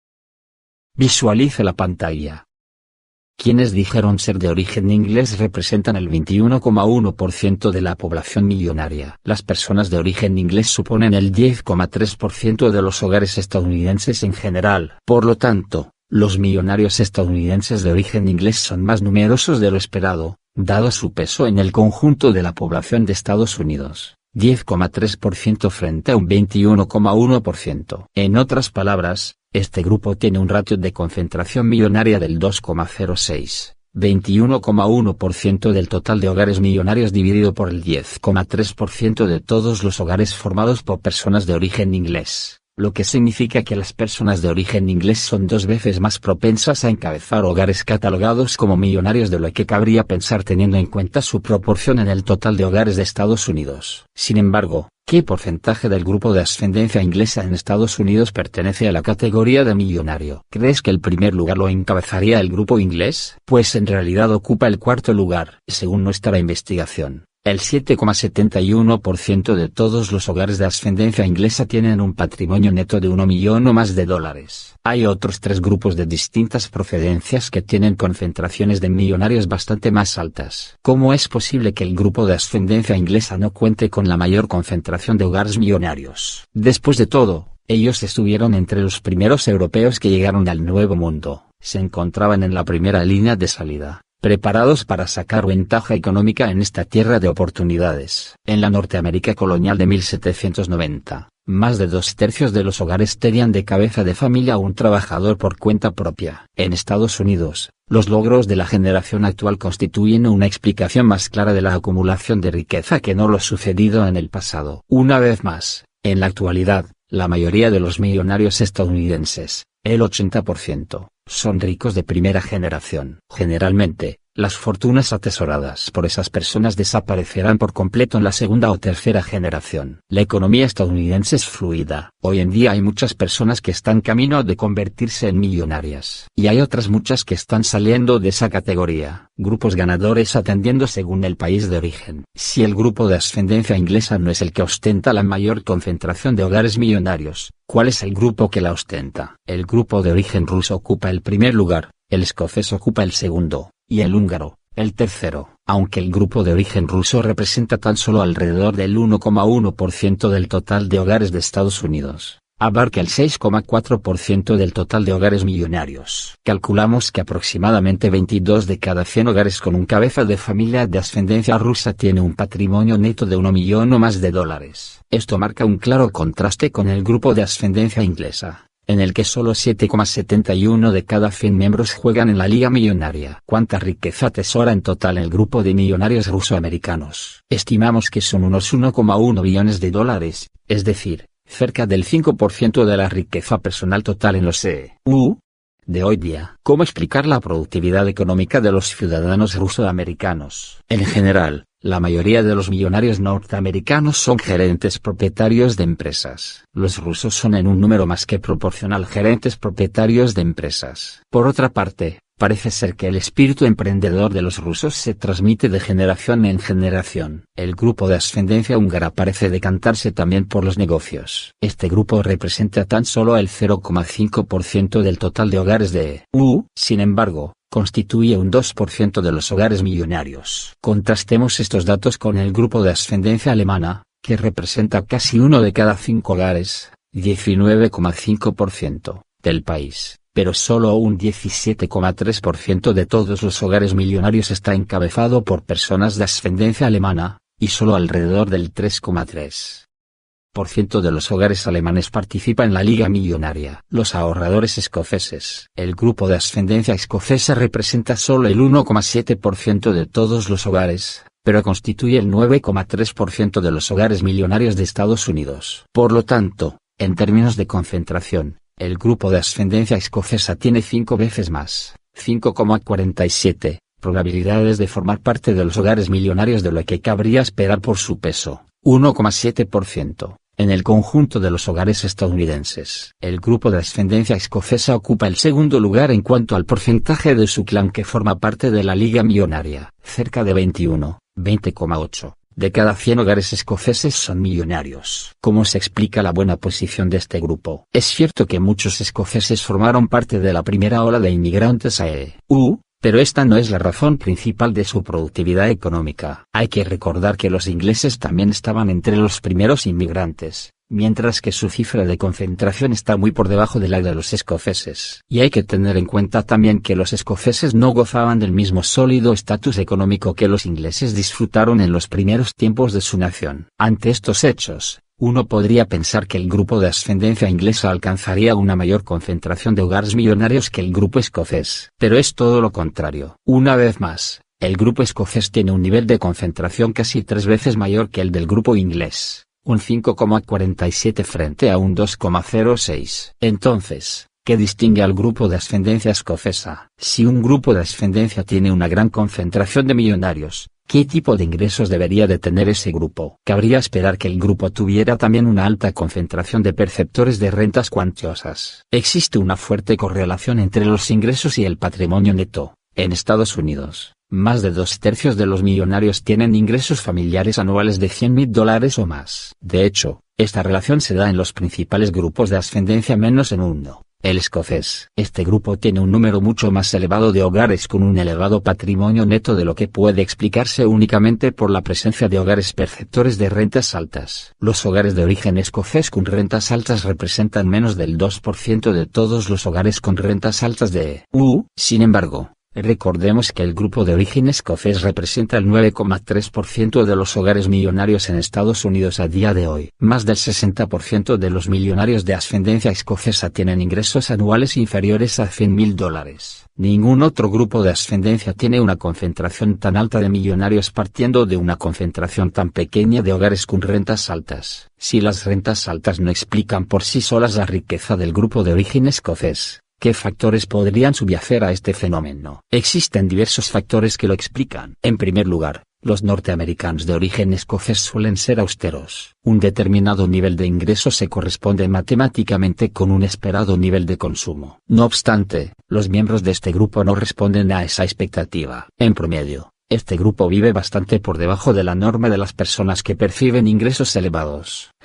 Visualice la pantalla. Quienes dijeron ser de origen inglés representan el veintiuno coma uno por ciento de la población millonaria. Las personas de origen inglés suponen el diez coma tres por ciento de los hogares estadounidenses en general. Por lo tanto, los millonarios estadounidenses de origen inglés son más numerosos de lo esperado, dado su peso en el conjunto de la población de Estados Unidos, diez coma tres por ciento frente a un veintiuno coma uno por ciento. En otras palabras, este grupo tiene un ratio de concentración millonaria del dos coma cero seis, veintiuno coma uno por ciento del total de hogares millonarios dividido por el diez coma tres por ciento de todos los hogares formados por personas de origen inglés, lo que significa que las personas de origen inglés son dos veces más propensas a encabezar hogares catalogados como millonarios de lo que cabría pensar teniendo en cuenta su proporción en el total de hogares de Estados Unidos. Sin embargo, ¿qué porcentaje del grupo de ascendencia inglesa en Estados Unidos pertenece a la categoría de millonario? ¿Crees que el primer lugar lo encabezaría el grupo inglés? Pues en realidad ocupa el cuarto lugar, según nuestra investigación. El siete coma setenta y uno por ciento de todos los hogares de ascendencia inglesa tienen un patrimonio neto de un millón o más de dólares. Hay otros tres grupos de distintas procedencias que tienen concentraciones de millonarios bastante más altas. ¿Cómo es posible que el grupo de ascendencia inglesa no cuente con la mayor concentración de hogares millonarios? Después de todo, ellos estuvieron entre los primeros europeos que llegaron al Nuevo Mundo, se encontraban en la primera línea de salida, preparados para sacar ventaja económica en esta tierra de oportunidades. En la Norteamérica colonial de mil setecientos noventa, más de dos tercios de los hogares tenían de cabeza de familia un trabajador por cuenta propia. En Estados Unidos, los logros de la generación actual constituyen una explicación más clara de la acumulación de riqueza que no lo sucedido en el pasado. Una vez más, en la actualidad, la mayoría de los millonarios estadounidenses, el ochenta por ciento, son ricos de primera generación. Generalmente, las fortunas atesoradas por esas personas desaparecerán por completo en la segunda o tercera generación. La economía estadounidense es fluida. Hoy en día hay muchas personas que están camino de convertirse en millonarias. Y hay otras muchas que están saliendo de esa categoría. Grupos ganadores atendiendo según el país de origen. Si el grupo de ascendencia inglesa no es el que ostenta la mayor concentración de hogares millonarios, ¿cuál es el grupo que la ostenta? El grupo de origen ruso ocupa el primer lugar, el escocés ocupa el segundo, y el húngaro, el tercero. Aunque el grupo de origen ruso representa tan solo alrededor del uno coma uno por ciento del total de hogares de Estados Unidos, abarca el seis coma cuatro por ciento del total de hogares millonarios. Calculamos que aproximadamente veintidós de cada cien hogares con un cabeza de familia de ascendencia rusa tiene un patrimonio neto de un millón o más de dólares. Esto marca un claro contraste con el grupo de ascendencia inglesa, en el que solo siete coma setenta y uno de cada cien miembros juegan en la liga millonaria. ¿Cuánta riqueza atesora en total el grupo de millonarios ruso-americanos? Estimamos que son unos uno coma uno billones de dólares, es decir, cerca del cinco por ciento de la riqueza personal total en los E U de hoy día. ¿Cómo explicar la productividad económica de los ciudadanos ruso-americanos? En general, la mayoría de los millonarios norteamericanos son gerentes propietarios de empresas. Los rusos son en un número más que proporcional gerentes propietarios de empresas. Por otra parte, parece ser que el espíritu emprendedor de los rusos se transmite de generación en generación. El grupo de ascendencia húngara parece decantarse también por los negocios. Este grupo representa tan solo el cero coma cinco por ciento del total de hogares de E U. Sin embargo, constituye un dos por ciento de los hogares millonarios. Contrastemos estos datos con el grupo de ascendencia alemana, que representa casi uno de cada cinco hogares, diecinueve coma cinco por ciento, del país, pero solo un diecisiete coma tres por ciento de todos los hogares millonarios está encabezado por personas de ascendencia alemana, y solo alrededor del tres coma tres por ciento de los hogares alemanes participa en la liga millonaria. Los ahorradores escoceses. El grupo de ascendencia escocesa representa solo el uno coma siete por ciento de todos los hogares, pero constituye el nueve coma tres por ciento de los hogares millonarios de Estados Unidos. Por lo tanto, en términos de concentración, el grupo de ascendencia escocesa tiene cinco veces más, cinco coma cuarenta y siete, probabilidades de formar parte de los hogares millonarios de lo que cabría esperar por su peso, uno coma siete por ciento. En el conjunto de los hogares estadounidenses, el grupo de ascendencia escocesa ocupa el segundo lugar en cuanto al porcentaje de su clan que forma parte de la liga millonaria, cerca de veintiuno, veinte coma ocho, de cada cien hogares escoceses son millonarios. ¿Cómo se explica la buena posición de este grupo? Es cierto que muchos escoceses formaron parte de la primera ola de inmigrantes a E U, pero esta no es la razón principal de su productividad económica. Hay que recordar que los ingleses también estaban entre los primeros inmigrantes, mientras que su cifra de concentración está muy por debajo de la de los escoceses. Y hay que tener en cuenta también que los escoceses no gozaban del mismo sólido estatus económico que los ingleses disfrutaron en los primeros tiempos de su nación. Ante estos hechos, uno podría pensar que el grupo de ascendencia inglesa alcanzaría una mayor concentración de hogares millonarios que el grupo escocés. Pero es todo lo contrario. Una vez más, el grupo escocés tiene un nivel de concentración casi tres veces mayor que el del grupo inglés, un cinco coma cuarenta y siete frente a un dos coma cero seis. Entonces, ¿qué distingue al grupo de ascendencia escocesa? Si un grupo de ascendencia tiene una gran concentración de millonarios, ¿qué tipo de ingresos debería de tener ese grupo? Cabría esperar que el grupo tuviera también una alta concentración de perceptores de rentas cuantiosas. Existe una fuerte correlación entre los ingresos y el patrimonio neto. En Estados Unidos, más de dos tercios de los millonarios tienen ingresos familiares anuales de cien mil dólares o más. De hecho, esta relación se da en los principales grupos de ascendencia menos en uno. El escocés. Este grupo tiene un número mucho más elevado de hogares con un elevado patrimonio neto de lo que puede explicarse únicamente por la presencia de hogares perceptores de rentas altas. Los hogares de origen escocés con rentas altas representan menos del dos por ciento de todos los hogares con rentas altas de E U. Sin embargo, recordemos que el grupo de origen escocés representa el nueve coma tres por ciento de los hogares millonarios en Estados Unidos a día de hoy. Más del sesenta por ciento de los millonarios de ascendencia escocesa tienen ingresos anuales inferiores a cien mil dólares. Ningún otro grupo de ascendencia tiene una concentración tan alta de millonarios partiendo de una concentración tan pequeña de hogares con rentas altas. Si las rentas altas no explican por sí solas la riqueza del grupo de origen escocés, ¿qué factores podrían subyacer a este fenómeno? Existen diversos factores que lo explican. En primer lugar, los norteamericanos de origen escocés suelen ser austeros. Un determinado nivel de ingresos se corresponde matemáticamente con un esperado nivel de consumo. No obstante, los miembros de este grupo no responden a esa expectativa. En promedio, este grupo vive bastante por debajo de la norma de las personas que perciben ingresos elevados.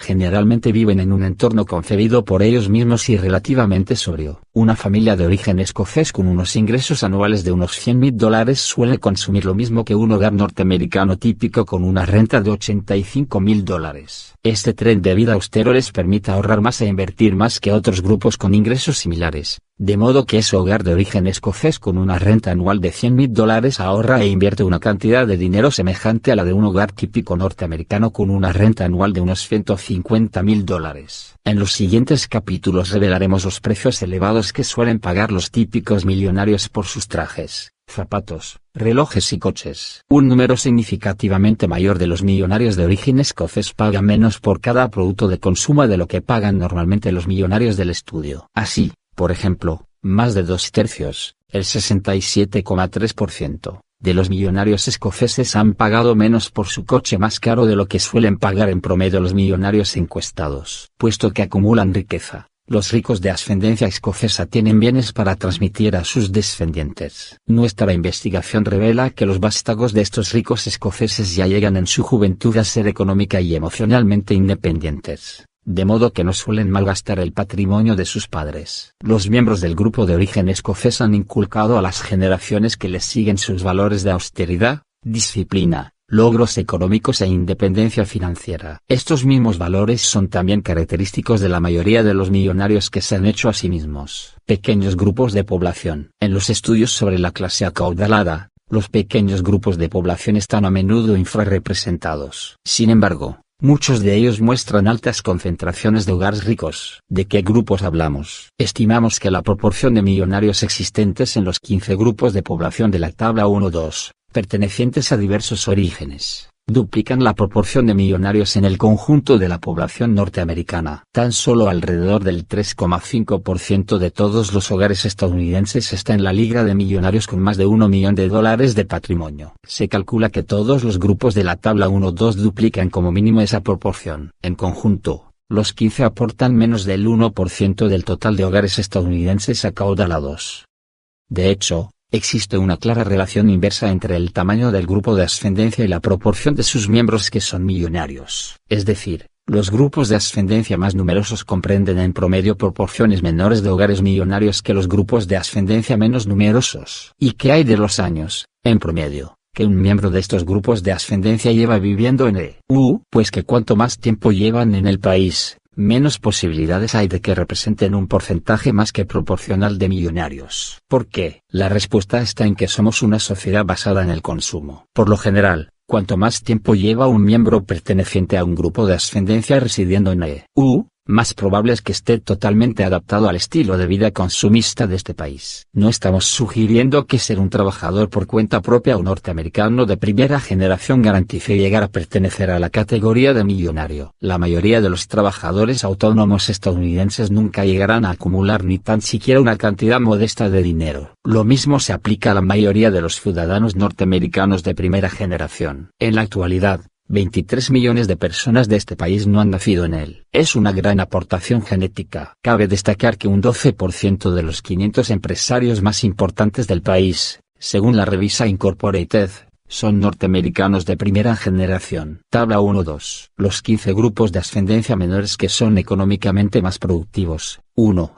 Generalmente viven en un entorno concebido por ellos mismos y relativamente sobrio. Una familia de origen escocés con unos ingresos anuales de unos cien mil dólares suele consumir lo mismo que un hogar norteamericano típico con una renta de ochenta y cinco mil dólares. Este tren de vida austero les permite ahorrar más e invertir más que otros grupos con ingresos similares, de modo que ese hogar de origen escocés con una renta anual de cien mil dólares ahorra e invierte una cantidad de dinero semejante a la de un hogar típico norteamericano con una renta anual de unos ciento cincuenta mil dólares. En los siguientes capítulos revelaremos los precios elevados que suelen pagar los típicos millonarios por sus trajes, zapatos, relojes y coches. Un número significativamente mayor de los millonarios de origen escocés paga menos por cada producto de consumo de lo que pagan normalmente los millonarios del estudio. Así, por ejemplo, más de dos tercios, el sesenta y siete coma tres por ciento, de los millonarios escoceses han pagado menos por su coche más caro de lo que suelen pagar en promedio los millonarios encuestados. Puesto que acumulan riqueza, los ricos de ascendencia escocesa tienen bienes para transmitir a sus descendientes. Nuestra investigación revela que los vástagos de estos ricos escoceses ya llegan en su juventud a ser económica y emocionalmente independientes, de modo que no suelen malgastar el patrimonio de sus padres. Los miembros del grupo de origen escocés han inculcado a las generaciones que les siguen sus valores de austeridad, disciplina, logros económicos e independencia financiera. Estos mismos valores son también característicos de la mayoría de los millonarios que se han hecho a sí mismos. Pequeños grupos de población. En los estudios sobre la clase acaudalada, los pequeños grupos de población están a menudo infrarrepresentados. Sin embargo, muchos de ellos muestran altas concentraciones de hogares ricos. ¿De qué grupos hablamos? Estimamos que la proporción de millonarios existentes en los quince grupos de población de la tabla uno dos, pertenecientes a diversos orígenes, duplican la proporción de millonarios en el conjunto de la población norteamericana. Tan solo alrededor del tres coma cinco por ciento de todos los hogares estadounidenses está en la liga de millonarios con más de un millón de dólares de patrimonio. Se calcula que todos los grupos de la tabla uno dos duplican como mínimo esa proporción. En conjunto, los quince aportan menos del uno por ciento del total de hogares estadounidenses acaudalados. De hecho, existe una clara relación inversa entre el tamaño del grupo de ascendencia y la proporción de sus miembros que son millonarios. Es decir, los grupos de ascendencia más numerosos comprenden en promedio proporciones menores de hogares millonarios que los grupos de ascendencia menos numerosos. ¿Y qué hay de los años, en promedio, que un miembro de estos grupos de ascendencia lleva viviendo en E U? Pues que cuanto más tiempo llevan en el país, menos posibilidades hay de que representen un porcentaje más que proporcional de millonarios. ¿Por qué? La respuesta está en que somos una sociedad basada en el consumo. Por lo general, cuanto más tiempo lleva un miembro perteneciente a un grupo de ascendencia residiendo en E U, más probable es que esté totalmente adaptado al estilo de vida consumista de este país. No estamos sugiriendo que ser un trabajador por cuenta propia o norteamericano de primera generación garantice llegar a pertenecer a la categoría de millonario. La mayoría de los trabajadores autónomos estadounidenses nunca llegarán a acumular ni tan siquiera una cantidad modesta de dinero. Lo mismo se aplica a la mayoría de los ciudadanos norteamericanos de primera generación. En la actualidad, veintitrés millones de personas de este país no han nacido en él. Es una gran aportación genética. Cabe destacar que un doce por ciento de los quinientos empresarios más importantes del país, según la revista Incorporated, son norteamericanos de primera generación. Tabla uno dos. Los quince grupos de ascendencia menores que son económicamente más productivos. uno.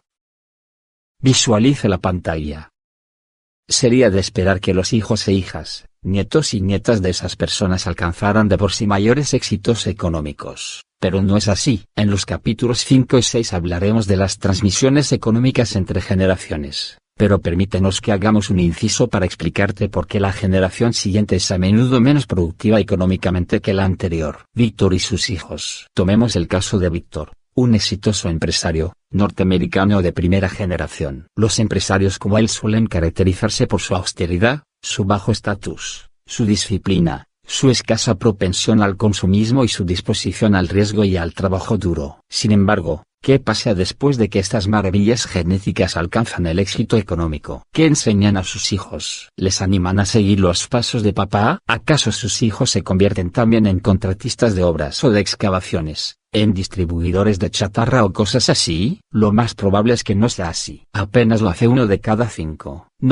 Visualice la pantalla. Sería de esperar que los hijos e hijas, nietos y nietas de esas personas alcanzaran de por sí mayores éxitos económicos, pero no es así. En los capítulos cinco y seis hablaremos de las transmisiones económicas entre generaciones, pero permítenos que hagamos un inciso para explicarte por qué la generación siguiente es a menudo menos productiva económicamente que la anterior. Víctor y sus hijos. Tomemos el caso de Víctor, un exitoso empresario, norteamericano de primera generación. Los empresarios como él suelen caracterizarse por su austeridad, su bajo estatus, su disciplina, su escasa propensión al consumismo y su disposición al riesgo y al trabajo duro. Sin embargo, ¿qué pasa después de que estas maravillas genéticas alcanzan el éxito económico? ¿Qué enseñan a sus hijos? ¿Les animan a seguir los pasos de papá? ¿Acaso sus hijos se convierten también en contratistas de obras o de excavaciones, en distribuidores de chatarra o cosas así? Lo más probable es que no sea así. Apenas lo hace uno de cada cinco. No.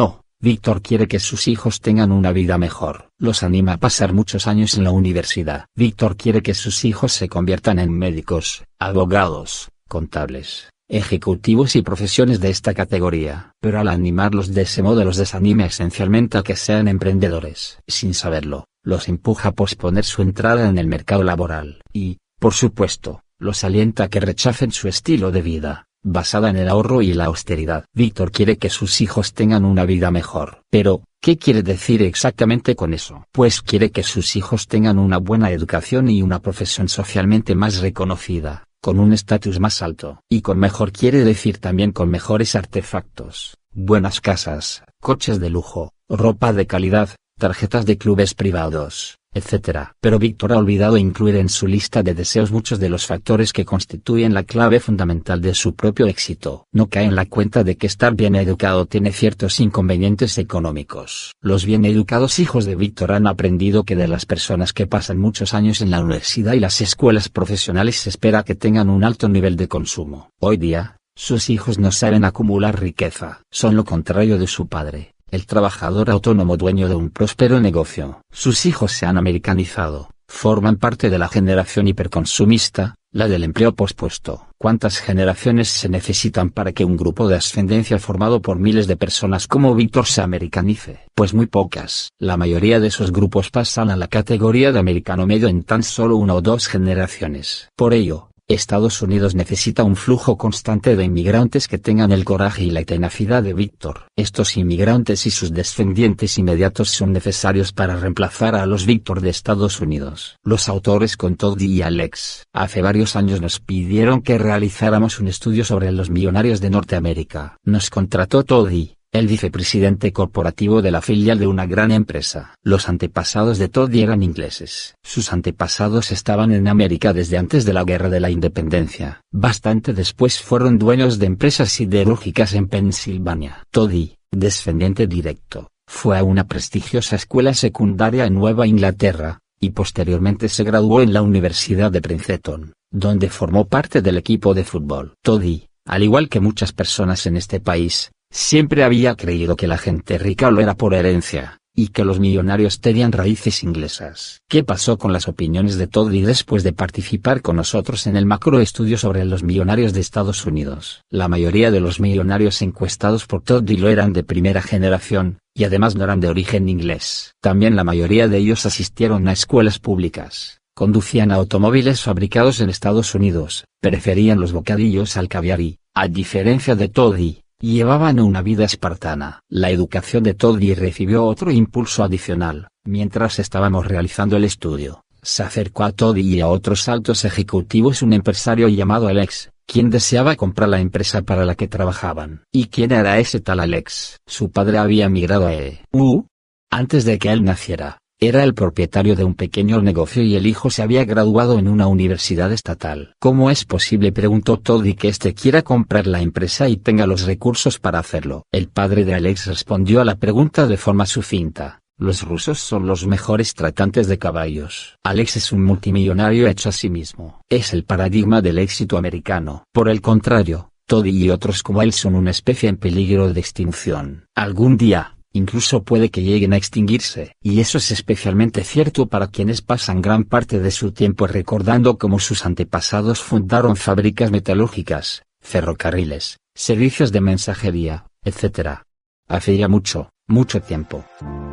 Víctor quiere que sus hijos tengan una vida mejor. Los anima a pasar muchos años en la universidad. Víctor quiere que sus hijos se conviertan en médicos, abogados, contables, ejecutivos y profesiones de esta categoría. Pero al animarlos de ese modo los desanima esencialmente a que sean emprendedores. Sin saberlo, los empuja a posponer su entrada en el mercado laboral. Y, por supuesto, los alienta a que rechacen su estilo de vida, basada en el ahorro y la austeridad. Víctor quiere que sus hijos tengan una vida mejor. Pero, ¿qué quiere decir exactamente con eso? Pues quiere que sus hijos tengan una buena educación y una profesión socialmente más reconocida, con un estatus más alto. Y con mejor quiere decir también con mejores artefactos, buenas casas, coches de lujo, ropa de calidad, tarjetas de clubes privados, etcétera. Pero Víctor ha olvidado incluir en su lista de deseos muchos de los factores que constituyen la clave fundamental de su propio éxito. No cae en la cuenta de que estar bien educado tiene ciertos inconvenientes económicos. Los bien educados hijos de Víctor han aprendido que de las personas que pasan muchos años en la universidad y las escuelas profesionales se espera que tengan un alto nivel de consumo. Hoy día, sus hijos no saben acumular riqueza. Son lo contrario de su padre, el trabajador autónomo dueño de un próspero negocio. Sus hijos se han americanizado, forman parte de la generación hiperconsumista, la del empleo pospuesto. ¿Cuántas generaciones se necesitan para que un grupo de ascendencia formado por miles de personas como Víctor se americanice? Pues muy pocas. La mayoría de esos grupos pasan a la categoría de americano medio en tan solo una o dos generaciones. Por ello, Estados Unidos necesita un flujo constante de inmigrantes que tengan el coraje y la tenacidad de Víctor. Estos inmigrantes y sus descendientes inmediatos son necesarios para reemplazar a los Víctor de Estados Unidos. Los autores con Todd y Alex hace varios años nos pidieron que realizáramos un estudio sobre los millonarios de Norteamérica. Nos contrató Todd, el vicepresidente corporativo de la filial de una gran empresa. Los antepasados de Todd eran ingleses. Sus antepasados estaban en América desde antes de la Guerra de la Independencia. Bastante después fueron dueños de empresas siderúrgicas en Pensilvania. Todd, descendiente directo, fue a una prestigiosa escuela secundaria en Nueva Inglaterra, y posteriormente se graduó en la Universidad de Princeton, donde formó parte del equipo de fútbol. Todd, al igual que muchas personas en este país, siempre había creído que la gente rica lo era por herencia, y que los millonarios tenían raíces inglesas. ¿Qué pasó con las opiniones de Todd después de participar con nosotros en el macroestudio sobre los millonarios de Estados Unidos? La mayoría de los millonarios encuestados por Todd lo eran de primera generación, y además no eran de origen inglés. También la mayoría de ellos asistieron a escuelas públicas, conducían automóviles fabricados en Estados Unidos, preferían los bocadillos al caviar y, a diferencia de Todd, llevaban una vida espartana. La educación de Todd recibió otro impulso adicional. Mientras estábamos realizando el estudio, se acercó a Todd y a otros altos ejecutivos un empresario llamado Alex, quien deseaba comprar la empresa para la que trabajaban. ¿Y quién era ese tal Alex? Su padre había emigrado a E U antes de que él naciera. Era el propietario de un pequeño negocio y el hijo se había graduado en una universidad estatal. ¿Cómo es posible?, preguntó Todd, que éste quiera comprar la empresa y tenga los recursos para hacerlo? El padre de Alex respondió a la pregunta de forma sucinta: los rusos son los mejores tratantes de caballos. Alex es un multimillonario hecho a sí mismo. Es el paradigma del éxito americano. Por el contrario, Todd y otros como él son una especie en peligro de extinción. Algún día, incluso puede que lleguen a extinguirse. Y eso es especialmente cierto para quienes pasan gran parte de su tiempo recordando cómo sus antepasados fundaron fábricas metalúrgicas, ferrocarriles, servicios de mensajería, etcétera. Hace ya mucho, mucho tiempo.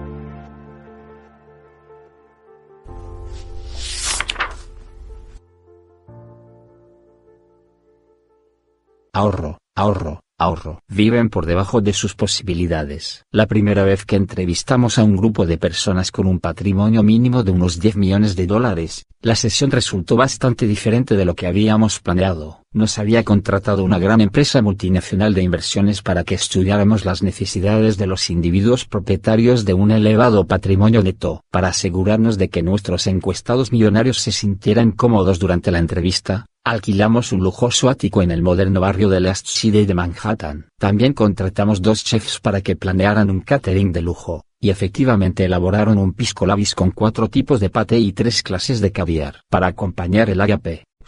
Ahorro, ahorro, ahorro. Viven por debajo de sus posibilidades. La primera vez que entrevistamos a un grupo de personas con un patrimonio mínimo de unos diez millones de dólares, la sesión resultó bastante diferente de lo que habíamos planeado. Nos había contratado una gran empresa multinacional de inversiones para que estudiáramos las necesidades de los individuos propietarios de un elevado patrimonio neto. Para asegurarnos de que nuestros encuestados millonarios se sintieran cómodos durante la entrevista, alquilamos un lujoso ático en el moderno barrio de East Side de Manhattan. También contratamos dos chefs para que planearan un catering de lujo, y efectivamente elaboraron un pisco labis con cuatro tipos de paté y tres clases de caviar. Para acompañar el agape,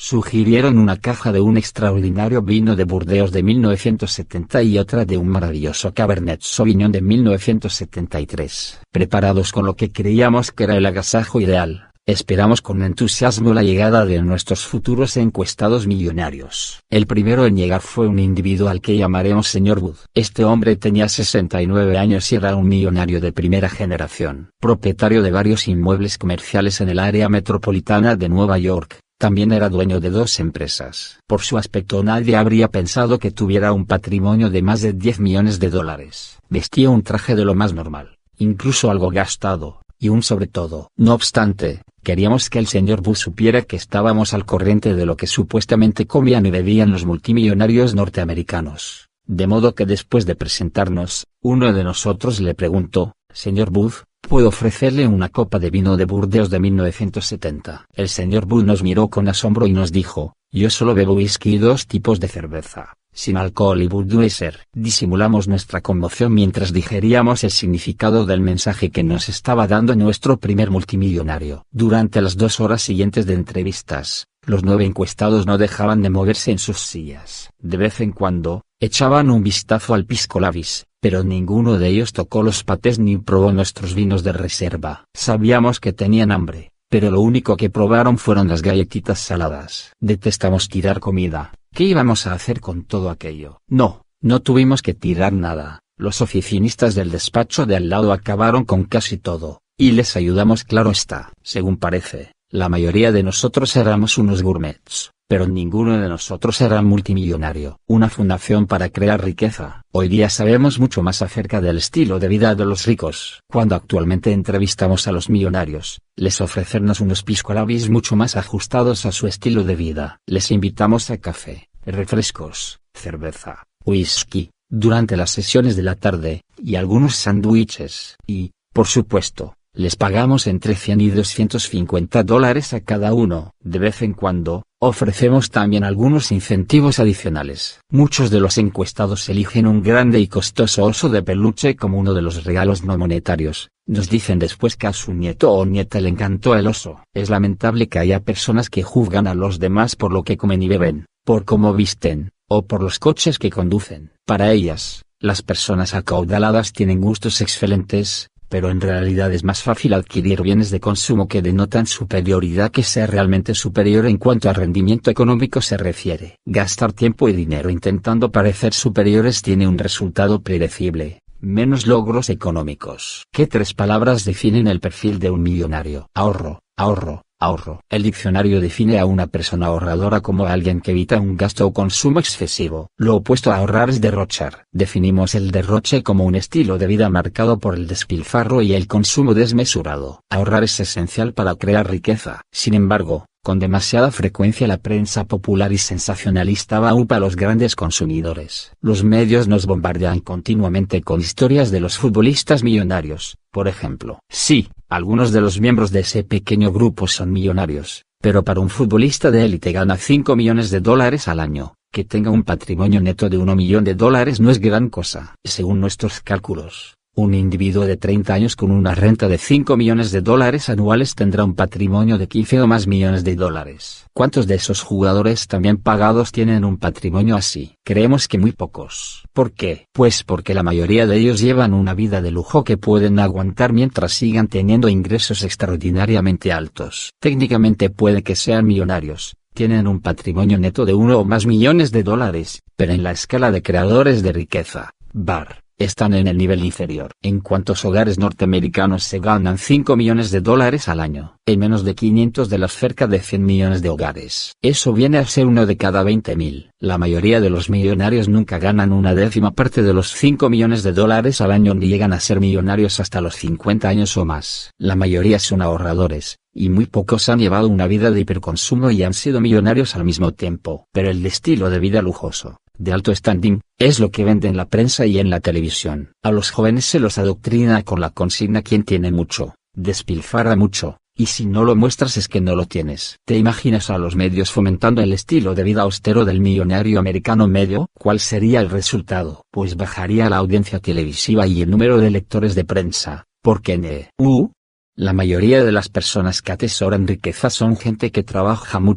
Sugirieron una caja de un extraordinario vino de Burdeos de mil novecientos setenta y otra de un maravilloso Cabernet Sauvignon de mil novecientos setenta y tres. Preparados con lo que creíamos que era el agasajo ideal, esperamos con entusiasmo la llegada de nuestros futuros encuestados millonarios. El primero en llegar fue un individuo al que llamaremos señor Wood. Este hombre tenía sesenta y nueve años y era un millonario de primera generación, propietario de varios inmuebles comerciales en el área metropolitana de Nueva York. También era dueño de dos empresas. Por su aspecto nadie habría pensado que tuviera un patrimonio de más de diez millones de dólares. Vestía un traje de lo más normal, incluso algo gastado, y un sobre todo. No obstante, queríamos que el señor Wood supiera que estábamos al corriente de lo que supuestamente comían y bebían los multimillonarios norteamericanos. De modo que después de presentarnos, uno de nosotros le preguntó: «Señor Wood, ¿puedo ofrecerle una copa de vino de Burdeos de mil novecientos setenta?» El señor Wood nos miró con asombro y nos dijo: «Yo solo bebo whisky y dos tipos de cerveza, sin alcohol y Budweiser». Disimulamos nuestra conmoción mientras digeríamos el significado del mensaje que nos estaba dando nuestro primer multimillonario. Durante las dos horas siguientes de entrevistas, los nueve encuestados no dejaban de moverse en sus sillas. De vez en cuando, echaban un vistazo al pisco labis, pero ninguno de ellos tocó los patés ni probó nuestros vinos de reserva. Sabíamos que tenían hambre, pero lo único que probaron fueron las galletitas saladas. Detestamos tirar comida. ¿Qué íbamos a hacer con todo aquello? No, no tuvimos que tirar nada. Los oficinistas del despacho de al lado acabaron con casi todo, y les ayudamos, claro está. Según parece, la mayoría de nosotros éramos unos gourmets, pero ninguno de nosotros era multimillonario. Una fundación para crear riqueza. Hoy día sabemos mucho más acerca del estilo de vida de los ricos. Cuando actualmente entrevistamos a los millonarios, les ofrecemos unos pisco labis mucho más ajustados a su estilo de vida. Les invitamos a café, refrescos, cerveza, whisky, durante las sesiones de la tarde, y algunos sándwiches, y, por supuesto, les pagamos entre cien y doscientos cincuenta dólares a cada uno. De vez en cuando, ofrecemos también algunos incentivos adicionales. Muchos de los encuestados eligen un grande y costoso oso de peluche como uno de los regalos no monetarios. Nos dicen después que a su nieto o nieta le encantó el oso. Es lamentable que haya personas que juzgan a los demás por lo que comen y beben, por cómo visten, o por los coches que conducen. Para ellas, las personas acaudaladas tienen gustos excelentes, pero en realidad es más fácil adquirir bienes de consumo que denotan superioridad que ser realmente superior en cuanto a rendimiento económico se refiere. Gastar tiempo y dinero intentando parecer superiores tiene un resultado predecible: menos logros económicos. ¿Qué tres palabras definen el perfil de un millonario? Ahorro, ahorro, ahorro. El diccionario define a una persona ahorradora como alguien que evita un gasto o consumo excesivo. Lo opuesto a ahorrar es derrochar. Definimos el derroche como un estilo de vida marcado por el despilfarro y el consumo desmesurado. Ahorrar es esencial para crear riqueza. Sin embargo, con demasiada frecuencia la prensa popular y sensacionalista baupa a los grandes consumidores. Los medios nos bombardean continuamente con historias de los futbolistas millonarios, por ejemplo. Sí, algunos de los miembros de ese pequeño grupo son millonarios, pero para un futbolista de élite gana cinco millones de dólares al año. Que tenga un patrimonio neto de un millón de dólares no es gran cosa. Según nuestros cálculos, un individuo de treinta años con una renta de cinco millones de dólares anuales tendrá un patrimonio de quince o más millones de dólares. ¿Cuántos de esos jugadores también pagados tienen un patrimonio así? Creemos que muy pocos. ¿Por qué? Pues porque la mayoría de ellos llevan una vida de lujo que pueden aguantar mientras sigan teniendo ingresos extraordinariamente altos. Técnicamente puede que sean millonarios, tienen un patrimonio neto de uno o más millones de dólares, pero en la escala de creadores de riqueza, bar, están en el nivel inferior. ¿En cuántos hogares norteamericanos se ganan cinco millones de dólares al año? En menos de quinientos de los cerca de cien millones de hogares. Eso viene a ser uno de cada veinte mil. La mayoría de los millonarios nunca ganan una décima parte de los cinco millones de dólares al año ni llegan a ser millonarios hasta los cincuenta años o más. La mayoría son ahorradores, y muy pocos han llevado una vida de hiperconsumo y han sido millonarios al mismo tiempo. Pero el estilo de vida lujoso, de alto standing, es lo que vende en la prensa y en la televisión. A los jóvenes se los adoctrina con la consigna: quien tiene mucho, despilfarra mucho, y si no lo muestras es que no lo tienes. ¿Te imaginas a los medios fomentando el estilo de vida austero del millonario americano medio? ¿Cuál sería el resultado? Pues bajaría la audiencia televisiva y el número de lectores de prensa, porque en E U la mayoría de las personas que atesoran riqueza son gente que trabaja mucho,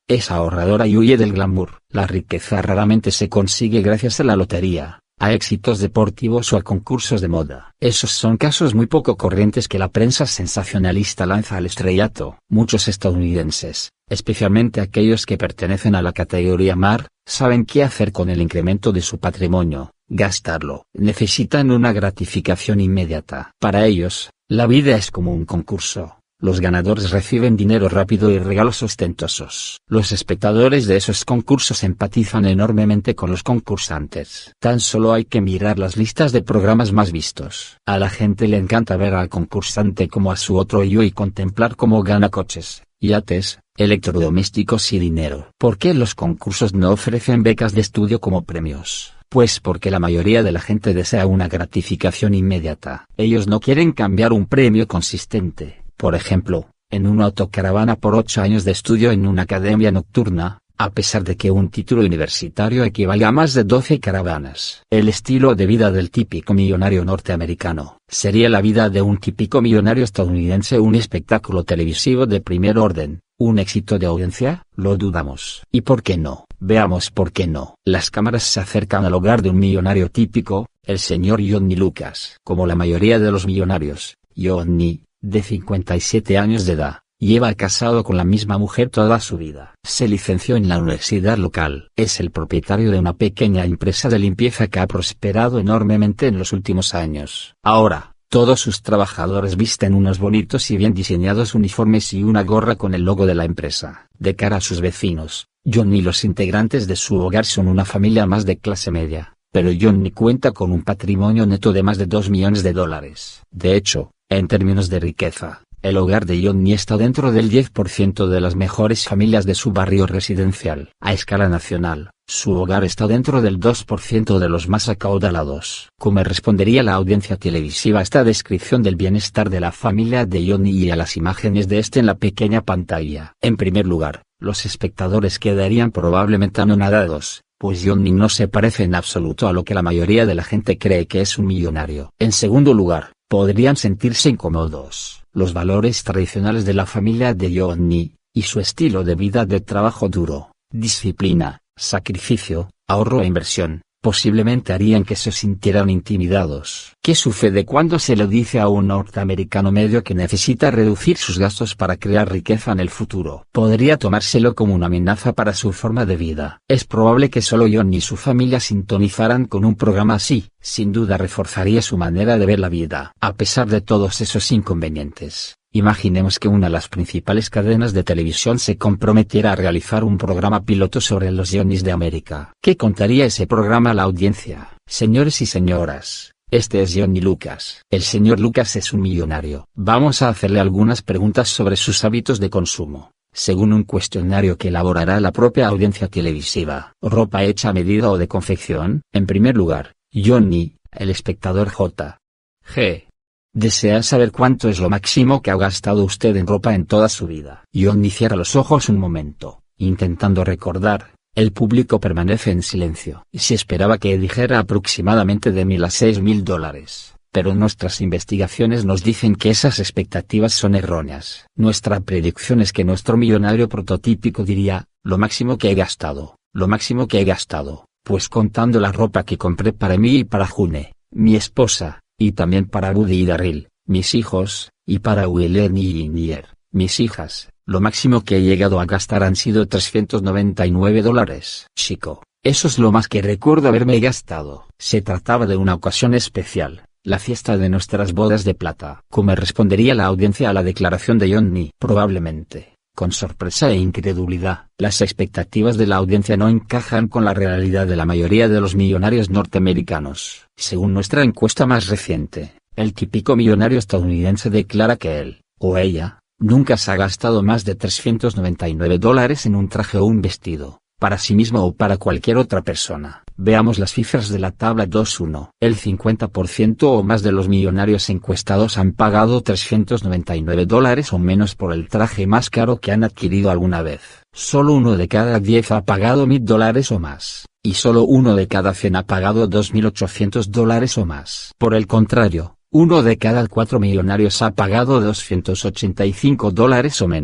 Es ahorradora y huye del glamour. La riqueza raramente se consigue gracias a la lotería, a éxitos deportivos o a concursos de moda. Esos son casos muy poco corrientes que la prensa sensacionalista lanza al estrellato. Muchos estadounidenses, especialmente aquellos que pertenecen a la categoría mar, saben qué hacer con el incremento de su patrimonio: gastarlo. Necesitan una gratificación inmediata. Para ellos, la vida es como un concurso. Los ganadores reciben dinero rápido y regalos ostentosos. Los espectadores de esos concursos empatizan enormemente con los concursantes. Tan solo hay que mirar las listas de programas más vistos. A la gente le encanta ver al concursante como a su otro yo y contemplar cómo gana coches, yates, electrodomésticos y dinero. ¿Por qué los concursos no ofrecen becas de estudio como premios? Pues porque la mayoría de la gente desea una gratificación inmediata. Ellos no quieren cambiar un premio consistente. Por ejemplo, en una autocaravana por ocho años de estudio en una academia nocturna, a pesar de que un título universitario equivale a más de doce caravanas. El estilo de vida del típico millonario norteamericano. ¿Sería la vida de un típico millonario estadounidense un espectáculo televisivo de primer orden, un éxito de audiencia? Lo dudamos. ¿Y por qué no? Veamos por qué no. Las cámaras se acercan al hogar de un millonario típico, el señor Johnny Lucas. Como la mayoría de los millonarios, Johnny, de cincuenta y siete años de edad, lleva casado con la misma mujer toda su vida. Se licenció en la universidad local. Es el propietario de una pequeña empresa de limpieza que ha prosperado enormemente en los últimos años. Ahora, todos sus trabajadores visten unos bonitos y bien diseñados uniformes y una gorra con el logo de la empresa. De cara a sus vecinos, Johnny y los integrantes de su hogar son una familia más de clase media, pero Johnny cuenta con un patrimonio neto de más de dos millones de dólares. De hecho, en términos de riqueza, el hogar de Johnny está dentro del diez por ciento de las mejores familias de su barrio residencial. A escala nacional, su hogar está dentro del dos por ciento de los más acaudalados. ¿Cómo respondería la audiencia televisiva a esta descripción del bienestar de la familia de Johnny y a las imágenes de este en la pequeña pantalla? En primer lugar, los espectadores quedarían probablemente anonadados, pues Johnny no se parece en absoluto a lo que la mayoría de la gente cree que es un millonario. En segundo lugar, podrían sentirse incómodos. Los valores tradicionales de la familia de Johnny, y su estilo de vida de trabajo duro, disciplina, sacrificio, ahorro e inversión, posiblemente harían que se sintieran intimidados. ¿Qué sucede cuando se le dice a un norteamericano medio que necesita reducir sus gastos para crear riqueza en el futuro? Podría tomárselo como una amenaza para su forma de vida. Es probable que solo Johnny y su familia sintonizaran con un programa así. Sin duda reforzaría su manera de ver la vida. A pesar de todos esos inconvenientes, imaginemos que una de las principales cadenas de televisión se comprometiera a realizar un programa piloto sobre los Johnnys de América. ¿Qué contaría ese programa a la audiencia? Señores y señoras, este es Johnny Lucas. El señor Lucas es un millonario. Vamos a hacerle algunas preguntas sobre sus hábitos de consumo, según un cuestionario que elaborará la propia audiencia televisiva. ¿Ropa hecha a medida o de confección? En primer lugar, Johnny, el espectador J. G. desea saber cuánto es lo máximo que ha gastado usted en ropa en toda su vida. Johnny cierra los ojos un momento, intentando recordar. El público permanece en silencio. Se esperaba que dijera aproximadamente de mil a seis mil dólares, pero nuestras investigaciones nos dicen que esas expectativas son erróneas. Nuestra predicción es que nuestro millonario prototípico diría, lo máximo que he gastado, lo máximo que he gastado, pues contando la ropa que compré para mí y para June, mi esposa, y también para Buddy y Daryl, mis hijos, y para Willen y Nier, mis hijas, lo máximo que he llegado a gastar han sido trescientos noventa y nueve dólares. Chico, eso es lo más que recuerdo haberme gastado. Se trataba de una ocasión especial, la fiesta de nuestras bodas de plata. ¿Cómo respondería la audiencia a la declaración de Johnny? Probablemente con sorpresa e incredulidad. Las expectativas de la audiencia no encajan con la realidad de la mayoría de los millonarios norteamericanos. Según nuestra encuesta más reciente, el típico millonario estadounidense declara que él, o ella, nunca se ha gastado más de trescientos noventa y nueve dólares en un traje o un vestido, para sí mismo o para cualquier otra persona. Veamos las cifras de la tabla dos punto uno. El cincuenta por ciento o más de los millonarios encuestados han pagado trescientos noventa y nueve dólares o menos por el traje más caro que han adquirido alguna vez. Solo uno de cada diez ha pagado mil dólares o más, y solo uno de cada cien ha pagado dos mil ochocientos dólares o más. Por el contrario, uno de cada cuatro millonarios ha pagado doscientos ochenta y cinco dólares o menos.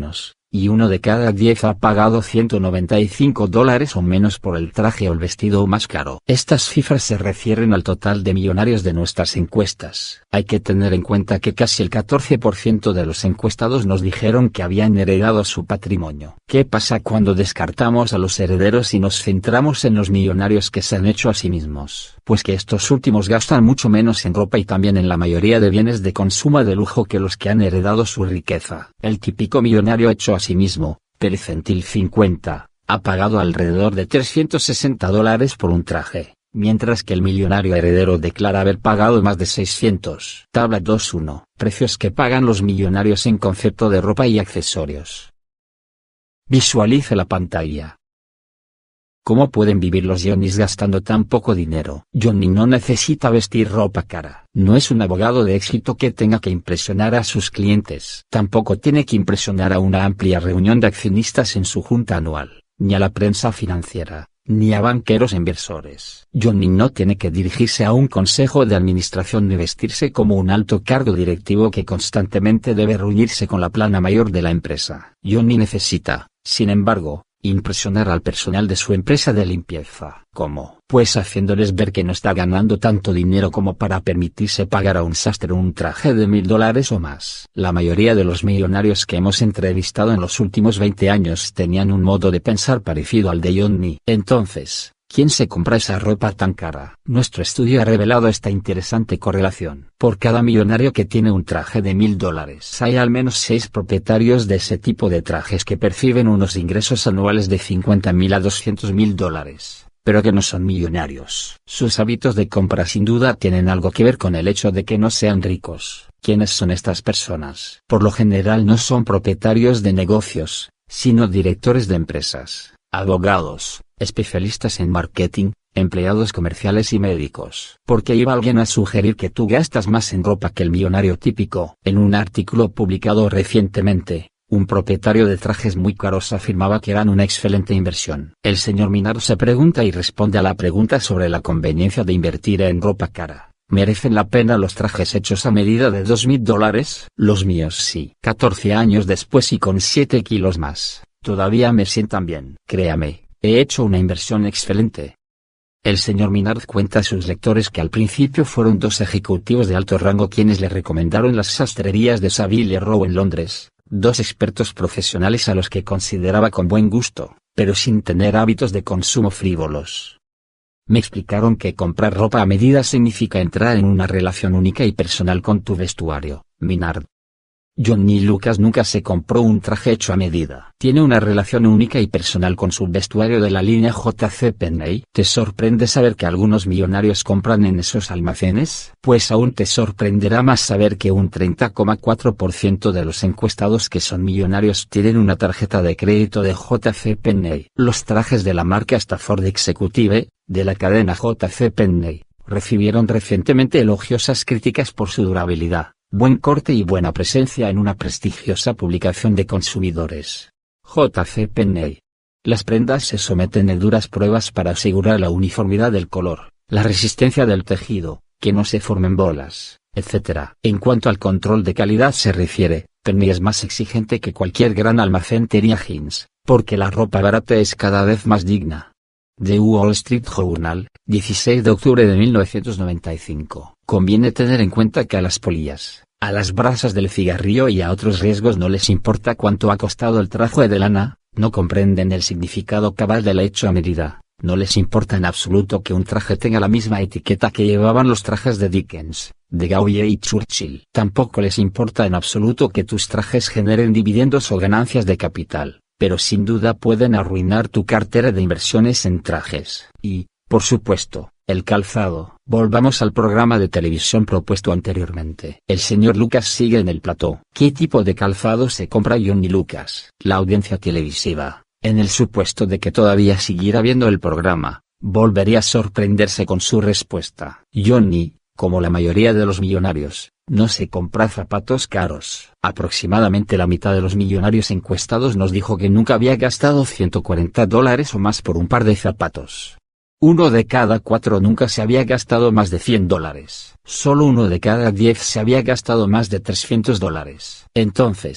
y uno de cada diez ha pagado ciento noventa y cinco dólares o menos por el traje o el vestido más caro. Estas cifras se refieren al total de millonarios de nuestras encuestas. Hay que tener en cuenta que casi el catorce por ciento de los encuestados nos dijeron que habían heredado su patrimonio. ¿Qué pasa cuando descartamos a los herederos y nos centramos en los millonarios que se han hecho a sí mismos? Pues que estos últimos gastan mucho menos en ropa y también en la mayoría de bienes de consumo de lujo que los que han heredado su riqueza. El típico millonario hecho a sí mismo, Percentil cincuenta, ha pagado alrededor de trescientos sesenta dólares por un traje, mientras que el millonario heredero declara haber pagado más de seiscientos. Tabla dos punto uno. Precios que pagan los millonarios en concepto de ropa y accesorios. Visualice la pantalla. ¿Cómo pueden vivir los Johnnies gastando tan poco dinero? Johnny no necesita vestir ropa cara. No es un abogado de éxito que tenga que impresionar a sus clientes. Tampoco tiene que impresionar a una amplia reunión de accionistas en su junta anual, ni a la prensa financiera, ni a banqueros inversores. Johnny no tiene que dirigirse a un consejo de administración ni vestirse como un alto cargo directivo que constantemente debe reunirse con la plana mayor de la empresa. Johnny necesita, sin embargo, impresionar al personal de su empresa de limpieza. ¿Cómo? Pues haciéndoles ver que no está ganando tanto dinero como para permitirse pagar a un sastre un traje de mil dólares o más. La mayoría de los millonarios que hemos entrevistado en los últimos veinte años tenían un modo de pensar parecido al de Johnny. Entonces, ¿quién se compra esa ropa tan cara? Nuestro estudio ha revelado esta interesante correlación. Por cada millonario que tiene un traje de mil dólares, hay al menos seis propietarios de ese tipo de trajes que perciben unos ingresos anuales de cincuenta mil a doscientos mil dólares, pero que no son millonarios. Sus hábitos de compra sin duda tienen algo que ver con el hecho de que no sean ricos. ¿Quiénes son estas personas? Por lo general no son propietarios de negocios, sino directores de empresas, abogados, especialistas en marketing, empleados comerciales y médicos. ¿Por qué iba alguien a sugerir que tú gastas más en ropa que el millonario típico? En un artículo publicado recientemente, un propietario de trajes muy caros afirmaba que eran una excelente inversión. El señor Minard se pregunta y responde a la pregunta sobre la conveniencia de invertir en ropa cara. ¿Merecen la pena los trajes hechos a medida de dos mil dólares? Los míos sí. catorce años después y con siete kilos más, todavía me sientan bien. Créame, he hecho una inversión excelente. El señor Minard cuenta a sus lectores que al principio fueron dos ejecutivos de alto rango quienes le recomendaron las sastrerías de Savile Row en Londres, dos expertos profesionales a los que consideraba con buen gusto, pero sin tener hábitos de consumo frívolos. Me explicaron que comprar ropa a medida significa entrar en una relación única y personal con tu vestuario, Minard. Johnny Lucas nunca se compró un traje hecho a medida. Tiene una relación única y personal con su vestuario de la línea J C Penney. ¿Te sorprende saber que algunos millonarios compran en esos almacenes? Pues aún te sorprenderá más saber que un treinta coma cuatro por ciento de los encuestados que son millonarios tienen una tarjeta de crédito de J C Penney. Los trajes de la marca Stafford Executive, de la cadena J C Penney, recibieron recientemente elogiosas críticas por su durabilidad, buen corte y buena presencia en una prestigiosa publicación de consumidores. J C Penney. Las prendas se someten a duras pruebas para asegurar la uniformidad del color, la resistencia del tejido, que no se formen bolas, etcétera. En cuanto al control de calidad se refiere, Penney es más exigente que cualquier gran almacén Teria Jeans, porque la ropa barata es cada vez más digna. The Wall Street Journal, dieciséis de octubre de mil novecientos noventa y cinco. Conviene tener en cuenta que a las polillas, a las brasas del cigarrillo y a otros riesgos no les importa cuánto ha costado el traje de lana, no comprenden el significado cabal del hecho a medida, no les importa en absoluto que un traje tenga la misma etiqueta que llevaban los trajes de Dickens, de Goya y Churchill. Tampoco les importa en absoluto que tus trajes generen dividendos o ganancias de capital, pero sin duda pueden arruinar tu cartera de inversiones en trajes. Y, por supuesto, el calzado. Volvamos al programa de televisión propuesto anteriormente. El señor Lucas sigue en el plató. ¿Qué tipo de calzado se compra Johnny Lucas? La audiencia televisiva, en el supuesto de que todavía siguiera viendo el programa, volvería a sorprenderse con su respuesta. Johnny, como la mayoría de los millonarios, no se compra zapatos caros. Aproximadamente la mitad de los millonarios encuestados nos dijo que nunca había gastado ciento cuarenta dólares o más por un par de zapatos. Uno de cada cuatro nunca se había gastado más de cien dólares. Solo uno de cada diez se había gastado más de trescientos dólares. Entonces,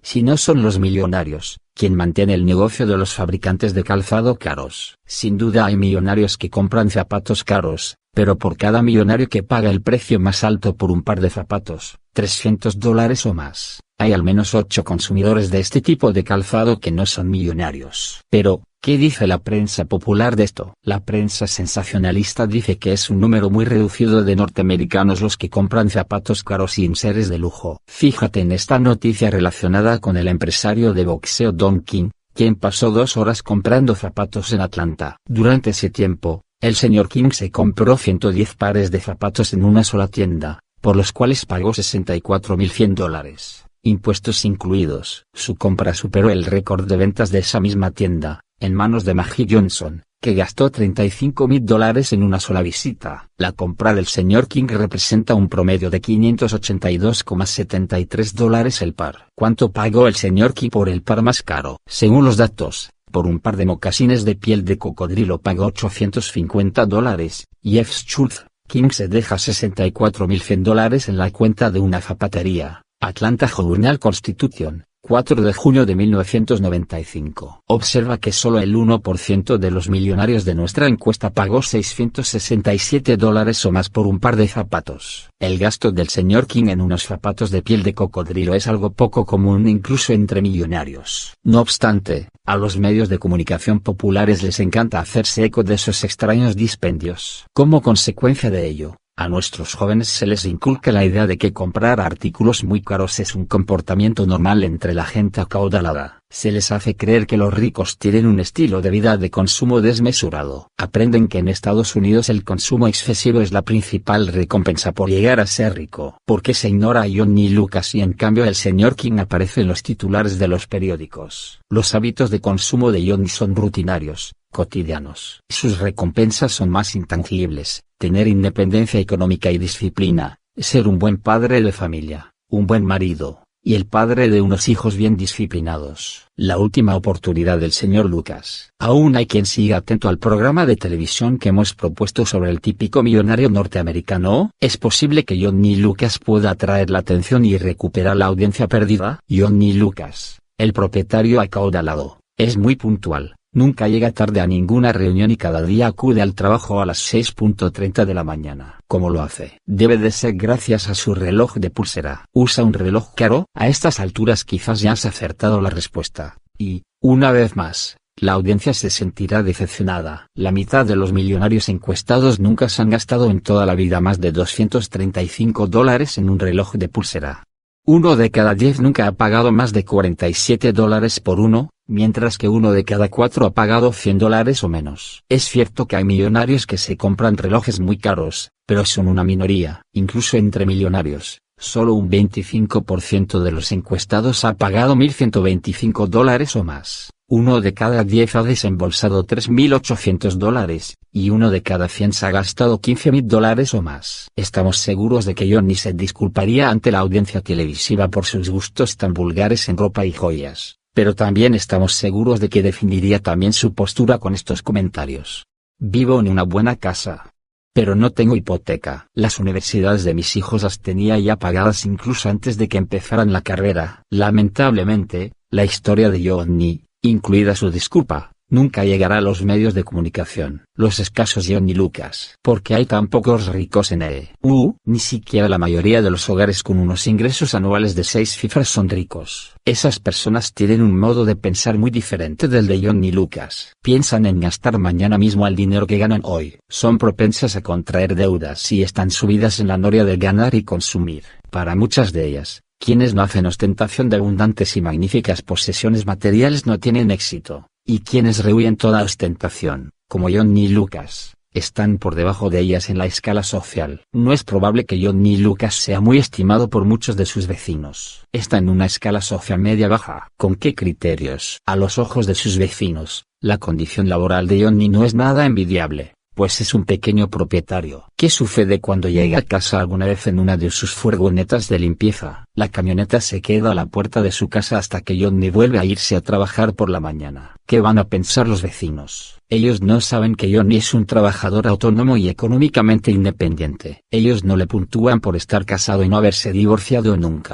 si no son los millonarios, quien mantiene el negocio de los fabricantes de calzado caros. Sin duda hay millonarios que compran zapatos caros, pero por cada millonario que paga el precio más alto por un par de zapatos, trescientos dólares o más, hay al menos ocho consumidores de este tipo de calzado que no son millonarios. Pero, ¿qué dice la prensa popular de esto? La prensa sensacionalista dice que es un número muy reducido de norteamericanos los que compran zapatos caros sin seres de lujo. Fíjate en esta noticia relacionada con el empresario de boxeo Don King, quien pasó dos horas comprando zapatos en Atlanta. Durante ese tiempo, el señor King se compró ciento diez pares de zapatos en una sola tienda, por los cuales pagó sesenta y cuatro mil cien dólares, impuestos incluidos. Su compra superó el récord de ventas de esa misma tienda, en manos de Magic Johnson, que gastó treinta y cinco mil dólares en una sola visita. La compra del señor King representa un promedio de quinientos ochenta y dos coma setenta y tres dólares el par. ¿Cuánto pagó el señor King por el par más caro? Según los datos, por un par de mocasines de piel de cocodrilo pagó ochocientos cincuenta dólares, y Jeff Schultz, King se deja sesenta y cuatro mil cien dólares en la cuenta de una zapatería. Atlanta Journal-Constitution, cuatro de junio de mil novecientos noventa y cinco. Observa que solo el uno por ciento de los millonarios de nuestra encuesta pagó seiscientos sesenta y siete dólares o más por un par de zapatos. El gasto del señor King en unos zapatos de piel de cocodrilo es algo poco común incluso entre millonarios. No obstante, a los medios de comunicación populares les encanta hacerse eco de esos extraños dispendios. Como consecuencia de ello, a nuestros jóvenes se les inculca la idea de que comprar artículos muy caros es un comportamiento normal entre la gente acaudalada. Se les hace creer que los ricos tienen un estilo de vida de consumo desmesurado. Aprenden que en Estados Unidos el consumo excesivo es la principal recompensa por llegar a ser rico. ¿Por qué se ignora a Johnny Lucas y en cambio el señor King aparece en los titulares de los periódicos? Los hábitos de consumo de Johnny son rutinarios, cotidianos. Sus recompensas son más intangibles: tener independencia económica y disciplina, ser un buen padre de familia, un buen marido, y el padre de unos hijos bien disciplinados. La última oportunidad del señor Lucas. Aún hay quien siga atento al programa de televisión que hemos propuesto sobre el típico millonario norteamericano. ¿Es posible que Johnny Lucas pueda atraer la atención y recuperar la audiencia perdida? Johnny Lucas, el propietario acaudalado, es muy puntual. Nunca llega tarde a ninguna reunión y cada día acude al trabajo a las seis treinta de la mañana. ¿Cómo lo hace? Debe de ser gracias a su reloj de pulsera. ¿Usa un reloj caro? A estas alturas quizás ya has acertado la respuesta. Y, una vez más, la audiencia se sentirá decepcionada. La mitad de los millonarios encuestados nunca se han gastado en toda la vida más de doscientos treinta y cinco dólares en un reloj de pulsera. Uno de cada diez nunca ha pagado más de cuarenta y siete dólares por uno, mientras que uno de cada cuatro ha pagado cien dólares o menos. Es cierto que hay millonarios que se compran relojes muy caros, pero son una minoría. Incluso entre millonarios, solo un veinticinco por ciento de los encuestados ha pagado mil ciento veinticinco dólares o más. Uno de cada diez ha desembolsado tres mil ochocientos dólares, y uno de cada cien se ha gastado quince mil dólares o más. Estamos seguros de que Johnny se disculparía ante la audiencia televisiva por sus gustos tan vulgares en ropa y joyas, pero también estamos seguros de que definiría también su postura con estos comentarios. Vivo en una buena casa, pero no tengo hipoteca. Las universidades de mis hijos las tenía ya pagadas incluso antes de que empezaran la carrera. Lamentablemente, la historia de Johnny, incluida su disculpa, nunca llegará a los medios de comunicación. Los escasos Johnny Lucas. Porque hay tan pocos ricos en E U, ni siquiera la mayoría de los hogares con unos ingresos anuales de seis cifras son ricos. Esas personas tienen un modo de pensar muy diferente del de Johnny Lucas. Piensan en gastar mañana mismo el dinero que ganan hoy. Son propensas a contraer deudas y están subidas en la noria de ganar y consumir. Para muchas de ellas, quienes no hacen ostentación de abundantes y magníficas posesiones materiales no tienen éxito, y quienes rehuyen toda ostentación, como Johnny Lucas, están por debajo de ellas en la escala social. No es probable que Johnny Lucas sea muy estimado por muchos de sus vecinos. Está en una escala social media-baja. ¿Con qué criterios? A los ojos de sus vecinos, la condición laboral de Johnny no es nada envidiable, pues es un pequeño propietario. ¿Qué sucede cuando llega a casa alguna vez en una de sus furgonetas de limpieza? La camioneta se queda a la puerta de su casa hasta que Johnny vuelve a irse a trabajar por la mañana. ¿Qué van a pensar los vecinos? Ellos no saben que Johnny es un trabajador autónomo y económicamente independiente. Ellos no le puntúan por estar casado y no haberse divorciado nunca,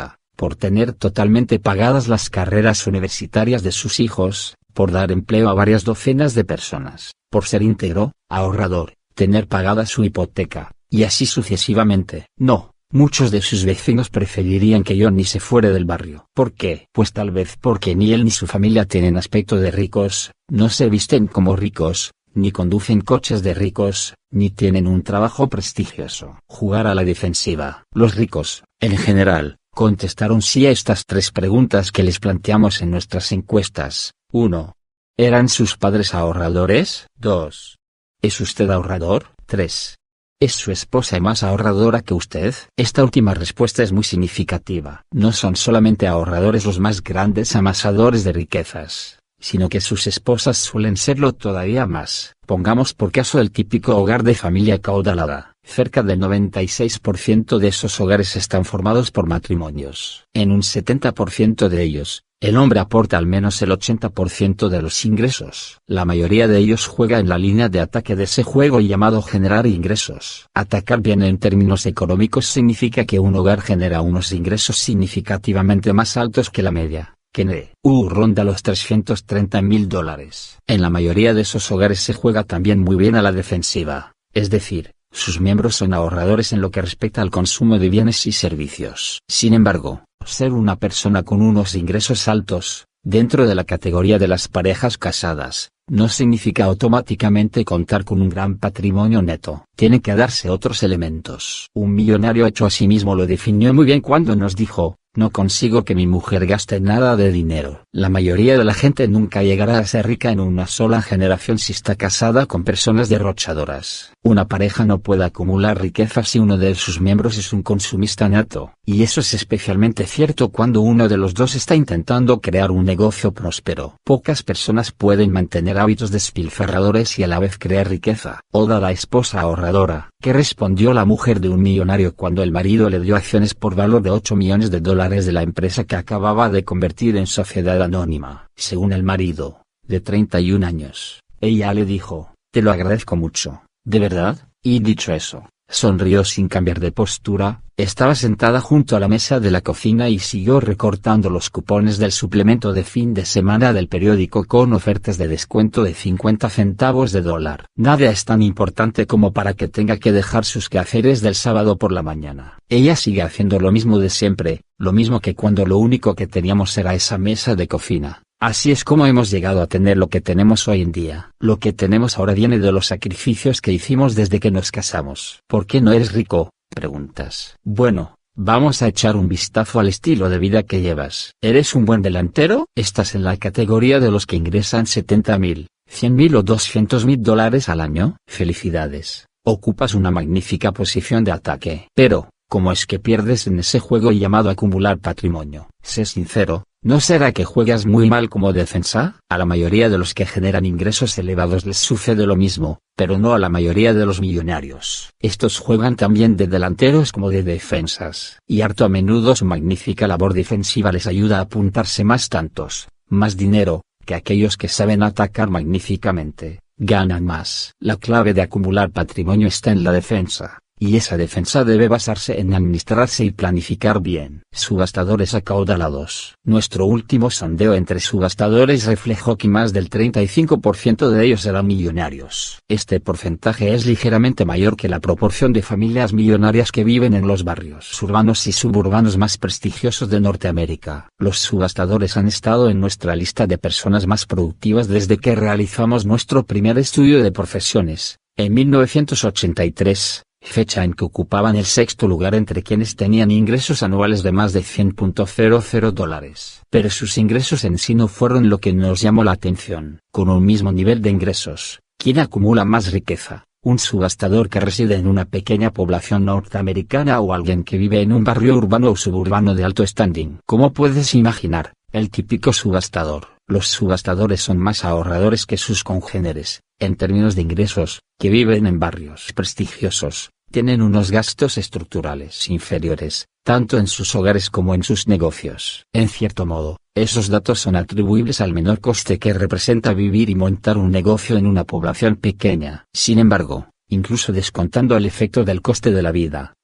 por tener totalmente pagadas las carreras universitarias de sus hijos, por dar empleo a varias docenas de personas, por ser íntegro, ahorrador, tener pagada su hipoteca, y así sucesivamente. No, muchos de sus vecinos preferirían que yo ni se fuera del barrio. ¿Por qué? Pues tal vez porque ni él ni su familia tienen aspecto de ricos, no se visten como ricos, ni conducen coches de ricos, ni tienen un trabajo prestigioso. Jugar a la defensiva. Los ricos, en general, contestaron sí a estas tres preguntas que les planteamos en nuestras encuestas. uno. ¿Eran sus padres ahorradores? dos. ¿Es usted ahorrador? tres. ¿Es su esposa más ahorradora que usted? Esta última respuesta es muy significativa. No son solamente ahorradores los más grandes amasadores de riquezas, sino que sus esposas suelen serlo todavía más. Pongamos por caso el típico hogar de familia acaudalada. Cerca del noventa y seis por ciento de esos hogares están formados por matrimonios. En un setenta por ciento de ellos, el hombre aporta al menos el ochenta por ciento de los ingresos. La mayoría de ellos juega en la línea de ataque de ese juego llamado generar ingresos. Atacar bien en términos económicos significa que un hogar genera unos ingresos significativamente más altos que la media, que en E U ronda los trescientos treinta mil dólares. En la mayoría de esos hogares se juega también muy bien a la defensiva, es decir, sus miembros son ahorradores en lo que respecta al consumo de bienes y servicios. Sin embargo, ser una persona con unos ingresos altos, dentro de la categoría de las parejas casadas, no significa automáticamente contar con un gran patrimonio neto. Tienen que darse otros elementos. Un millonario hecho a sí mismo lo definió muy bien cuando nos dijo: no consigo que mi mujer gaste nada de dinero. La mayoría de la gente nunca llegará a ser rica en una sola generación si está casada con personas derrochadoras. Una pareja no puede acumular riqueza si uno de sus miembros es un consumista nato. Y eso es especialmente cierto cuando uno de los dos está intentando crear un negocio próspero. Pocas personas pueden mantener hábitos despilfarradores y a la vez crear riqueza. Oda la esposa ahorradora. ¿Qué respondió la mujer de un millonario cuando el marido le dio acciones por valor de ocho millones de dólares de la empresa que acababa de convertir en sociedad anónima? Según el marido, de treinta y un años, ella le dijo: te lo agradezco mucho, ¿de verdad? Y dicho eso, sonrió sin cambiar de postura. Estaba sentada junto a la mesa de la cocina y siguió recortando los cupones del suplemento de fin de semana del periódico con ofertas de descuento de cincuenta centavos de dólar. Nada es tan importante como para que tenga que dejar sus quehaceres del sábado por la mañana. Ella sigue haciendo lo mismo de siempre, lo mismo que cuando lo único que teníamos era esa mesa de cocina. Así es como hemos llegado a tener lo que tenemos hoy en día. Lo que tenemos ahora viene de los sacrificios que hicimos desde que nos casamos. ¿Por qué no eres rico?, preguntas. Bueno, vamos a echar un vistazo al estilo de vida que llevas. ¿Eres un buen delantero? ¿Estás en la categoría de los que ingresan setenta mil, cien mil o doscientos mil dólares al año? Felicidades. Ocupas una magnífica posición de ataque. Pero, ¿cómo es que pierdes en ese juego llamado acumular patrimonio? Sé sincero, ¿no será que juegas muy mal como defensa? A la mayoría de los que generan ingresos elevados les sucede lo mismo, pero no a la mayoría de los millonarios. Estos juegan también de delanteros como de defensas, y harto a menudo su magnífica labor defensiva les ayuda a apuntarse más tantos, más dinero, que aquellos que saben atacar magníficamente, ganan más. La clave de acumular patrimonio está en la defensa. Y esa defensa debe basarse en administrarse y planificar bien. Subastadores acaudalados. Nuestro último sondeo entre subastadores reflejó que más del treinta y cinco por ciento de ellos eran millonarios. Este porcentaje es ligeramente mayor que la proporción de familias millonarias que viven en los barrios urbanos y suburbanos más prestigiosos de Norteamérica. Los subastadores han estado en nuestra lista de personas más productivas desde que realizamos nuestro primer estudio de profesiones, en mil novecientos ochenta y tres. Fecha en que ocupaban el sexto lugar entre quienes tenían ingresos anuales de más de cien mil dólares. Pero sus ingresos en sí no fueron lo que nos llamó la atención. Con un mismo nivel de ingresos, ¿quién acumula más riqueza? ¿Un subastador que reside en una pequeña población norteamericana o alguien que vive en un barrio urbano o suburbano de alto standing? Como puedes imaginar, el típico subastador. Los subastadores son más ahorradores que sus congéneres, en términos de ingresos, que viven en barrios prestigiosos, tienen unos gastos estructurales inferiores, tanto en sus hogares como en sus negocios. En cierto modo, esos datos son atribuibles al menor coste que representa vivir y montar un negocio en una población pequeña. Sin embargo, incluso descontando el efecto del coste de la vida,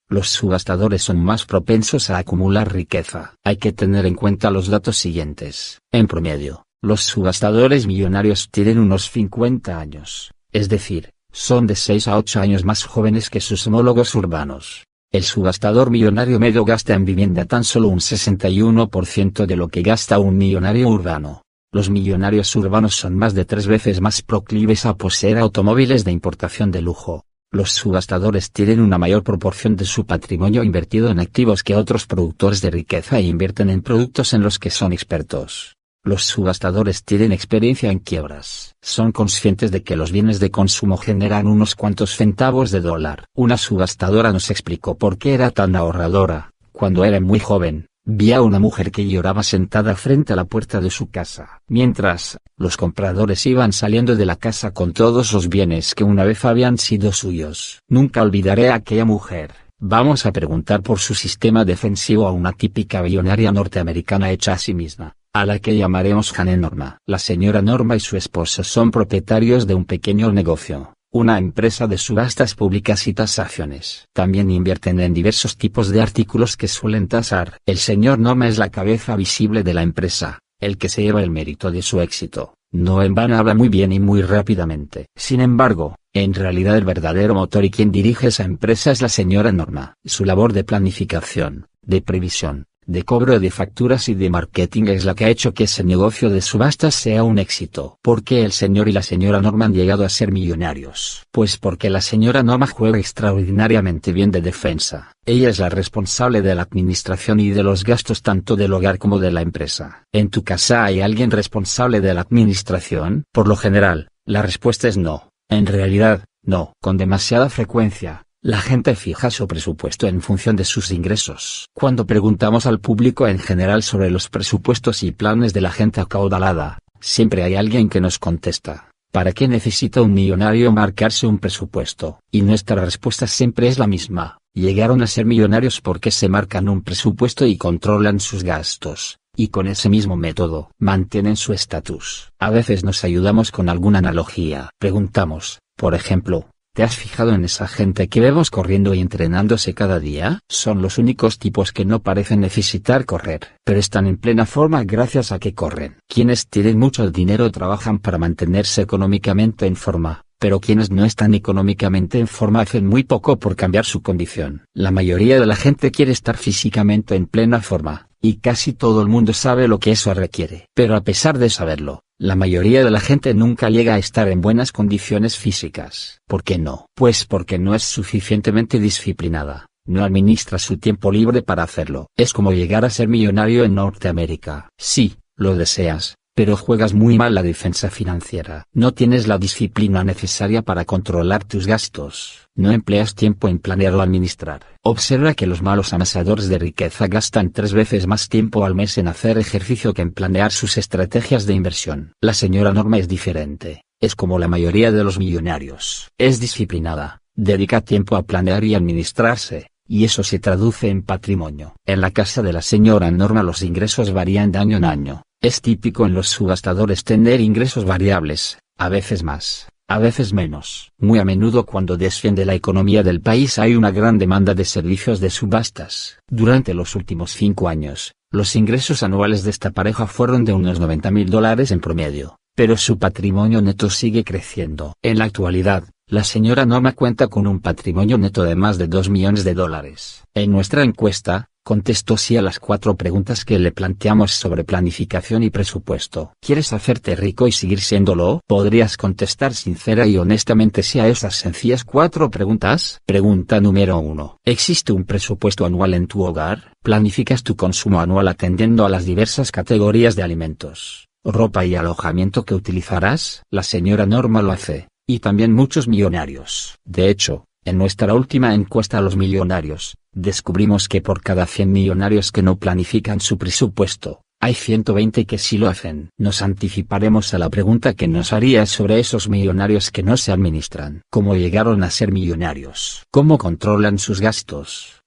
Los subgastadores son más propensos a acumular riqueza. Hay que tener en cuenta los datos siguientes. En promedio, los subgastadores millonarios tienen unos cincuenta años, es decir, son de seis a ocho años más jóvenes que sus homólogos urbanos. El subgastador millonario medio gasta en vivienda tan solo un sesenta y uno por ciento de lo que gasta un millonario urbano. Los millonarios urbanos son más de tres veces más proclives a poseer automóviles de importación de lujo. Los subgastadores tienen una mayor proporción de su patrimonio invertido en activos que otros productores de riqueza e invierten en productos en los que son expertos. Los subgastadores tienen experiencia en quiebras. Son conscientes de que los bienes de consumo generan unos cuantos centavos de dólar. Una subgastadora nos explicó por qué era tan ahorradora. Cuando era muy joven, vi a una mujer que lloraba sentada frente a la puerta de su casa. Mientras, los compradores iban saliendo de la casa con todos los bienes que una vez habían sido suyos. Nunca olvidaré a aquella mujer. Vamos a preguntar por su sistema defensivo a una típica billonaria norteamericana hecha a sí misma, a la que llamaremos Jane Norma. La señora Norma y su esposo son propietarios de un pequeño negocio, una empresa de subastas públicas y tasaciones. También invierten en diversos tipos de artículos que suelen tasar. El señor Norma es la cabeza visible de la empresa, el que se lleva el mérito de su éxito. No en vano habla muy bien y muy rápidamente. Sin embargo, en realidad el verdadero motor y quien dirige esa empresa es la señora Norma. Su labor de planificación, de previsión, de cobro de facturas y de marketing es la que ha hecho que ese negocio de subastas sea un éxito. ¿Por qué el señor y la señora Norma han llegado a ser millonarios? Pues porque la señora Norma juega extraordinariamente bien de defensa. Ella es la responsable de la administración y de los gastos tanto del hogar como de la empresa. ¿En tu casa hay alguien responsable de la administración? Por lo general, la respuesta es no. En realidad, no. Con demasiada frecuencia, la gente fija su presupuesto en función de sus ingresos. Cuando preguntamos al público en general sobre los presupuestos y planes de la gente acaudalada, siempre hay alguien que nos contesta: ¿para qué necesita un millonario marcarse un presupuesto? Y nuestra respuesta siempre es la misma: llegaron a ser millonarios porque se marcan un presupuesto y controlan sus gastos, y con ese mismo método mantienen su estatus. A veces nos ayudamos con alguna analogía. Preguntamos, por ejemplo: ¿te has fijado en esa gente que vemos corriendo y entrenándose cada día? Son los únicos tipos que no parecen necesitar correr, pero están en plena forma gracias a que corren. Quienes tienen mucho dinero trabajan para mantenerse económicamente en forma, pero quienes no están económicamente en forma hacen muy poco por cambiar su condición. La mayoría de la gente quiere estar físicamente en plena forma, y casi todo el mundo sabe lo que eso requiere. Pero a pesar de saberlo, la mayoría de la gente nunca llega a estar en buenas condiciones físicas. ¿Por qué no? Pues porque no es suficientemente disciplinada, no administra su tiempo libre para hacerlo. Es como llegar a ser millonario en Norteamérica. Sí, lo deseas, pero juegas muy mal la defensa financiera. No tienes la disciplina necesaria para controlar tus gastos. No empleas tiempo en planear o administrar. Observa que los malos amasadores de riqueza gastan tres veces más tiempo al mes en hacer ejercicio que en planear sus estrategias de inversión. La señora Norma es diferente. Es como la mayoría de los millonarios. Es disciplinada, dedica tiempo a planear y administrarse, y eso se traduce en patrimonio. En la casa de la señora Norma los ingresos varían de año en año. Es típico en los subgastadores tener ingresos variables, a veces más, a veces menos. Muy a menudo cuando desciende la economía del país hay una gran demanda de servicios de subastas. Durante los últimos cinco años, los ingresos anuales de esta pareja fueron de unos noventa mil dólares en promedio, pero su patrimonio neto sigue creciendo. En la actualidad, la señora Norma cuenta con un patrimonio neto de más de dos millones de dólares. En nuestra encuesta, contestó sí a las cuatro preguntas que le planteamos sobre planificación y presupuesto. ¿Quieres hacerte rico y seguir siéndolo? ¿Podrías contestar sincera y honestamente sí a esas sencillas cuatro preguntas? Pregunta número uno. ¿Existe un presupuesto anual en tu hogar? ¿Planificas tu consumo anual atendiendo a las diversas categorías de alimentos, ropa y alojamiento que utilizarás? La señora Norma lo hace, y también muchos millonarios. De hecho, en nuestra última encuesta a los millonarios, descubrimos que por cada cien millonarios que no planifican su presupuesto, hay ciento veinte que sí lo hacen. Nos anticiparemos a la pregunta que nos harías sobre esos millonarios que no se administran. ¿Cómo llegaron a ser millonarios? ¿Cómo controlan sus gastos?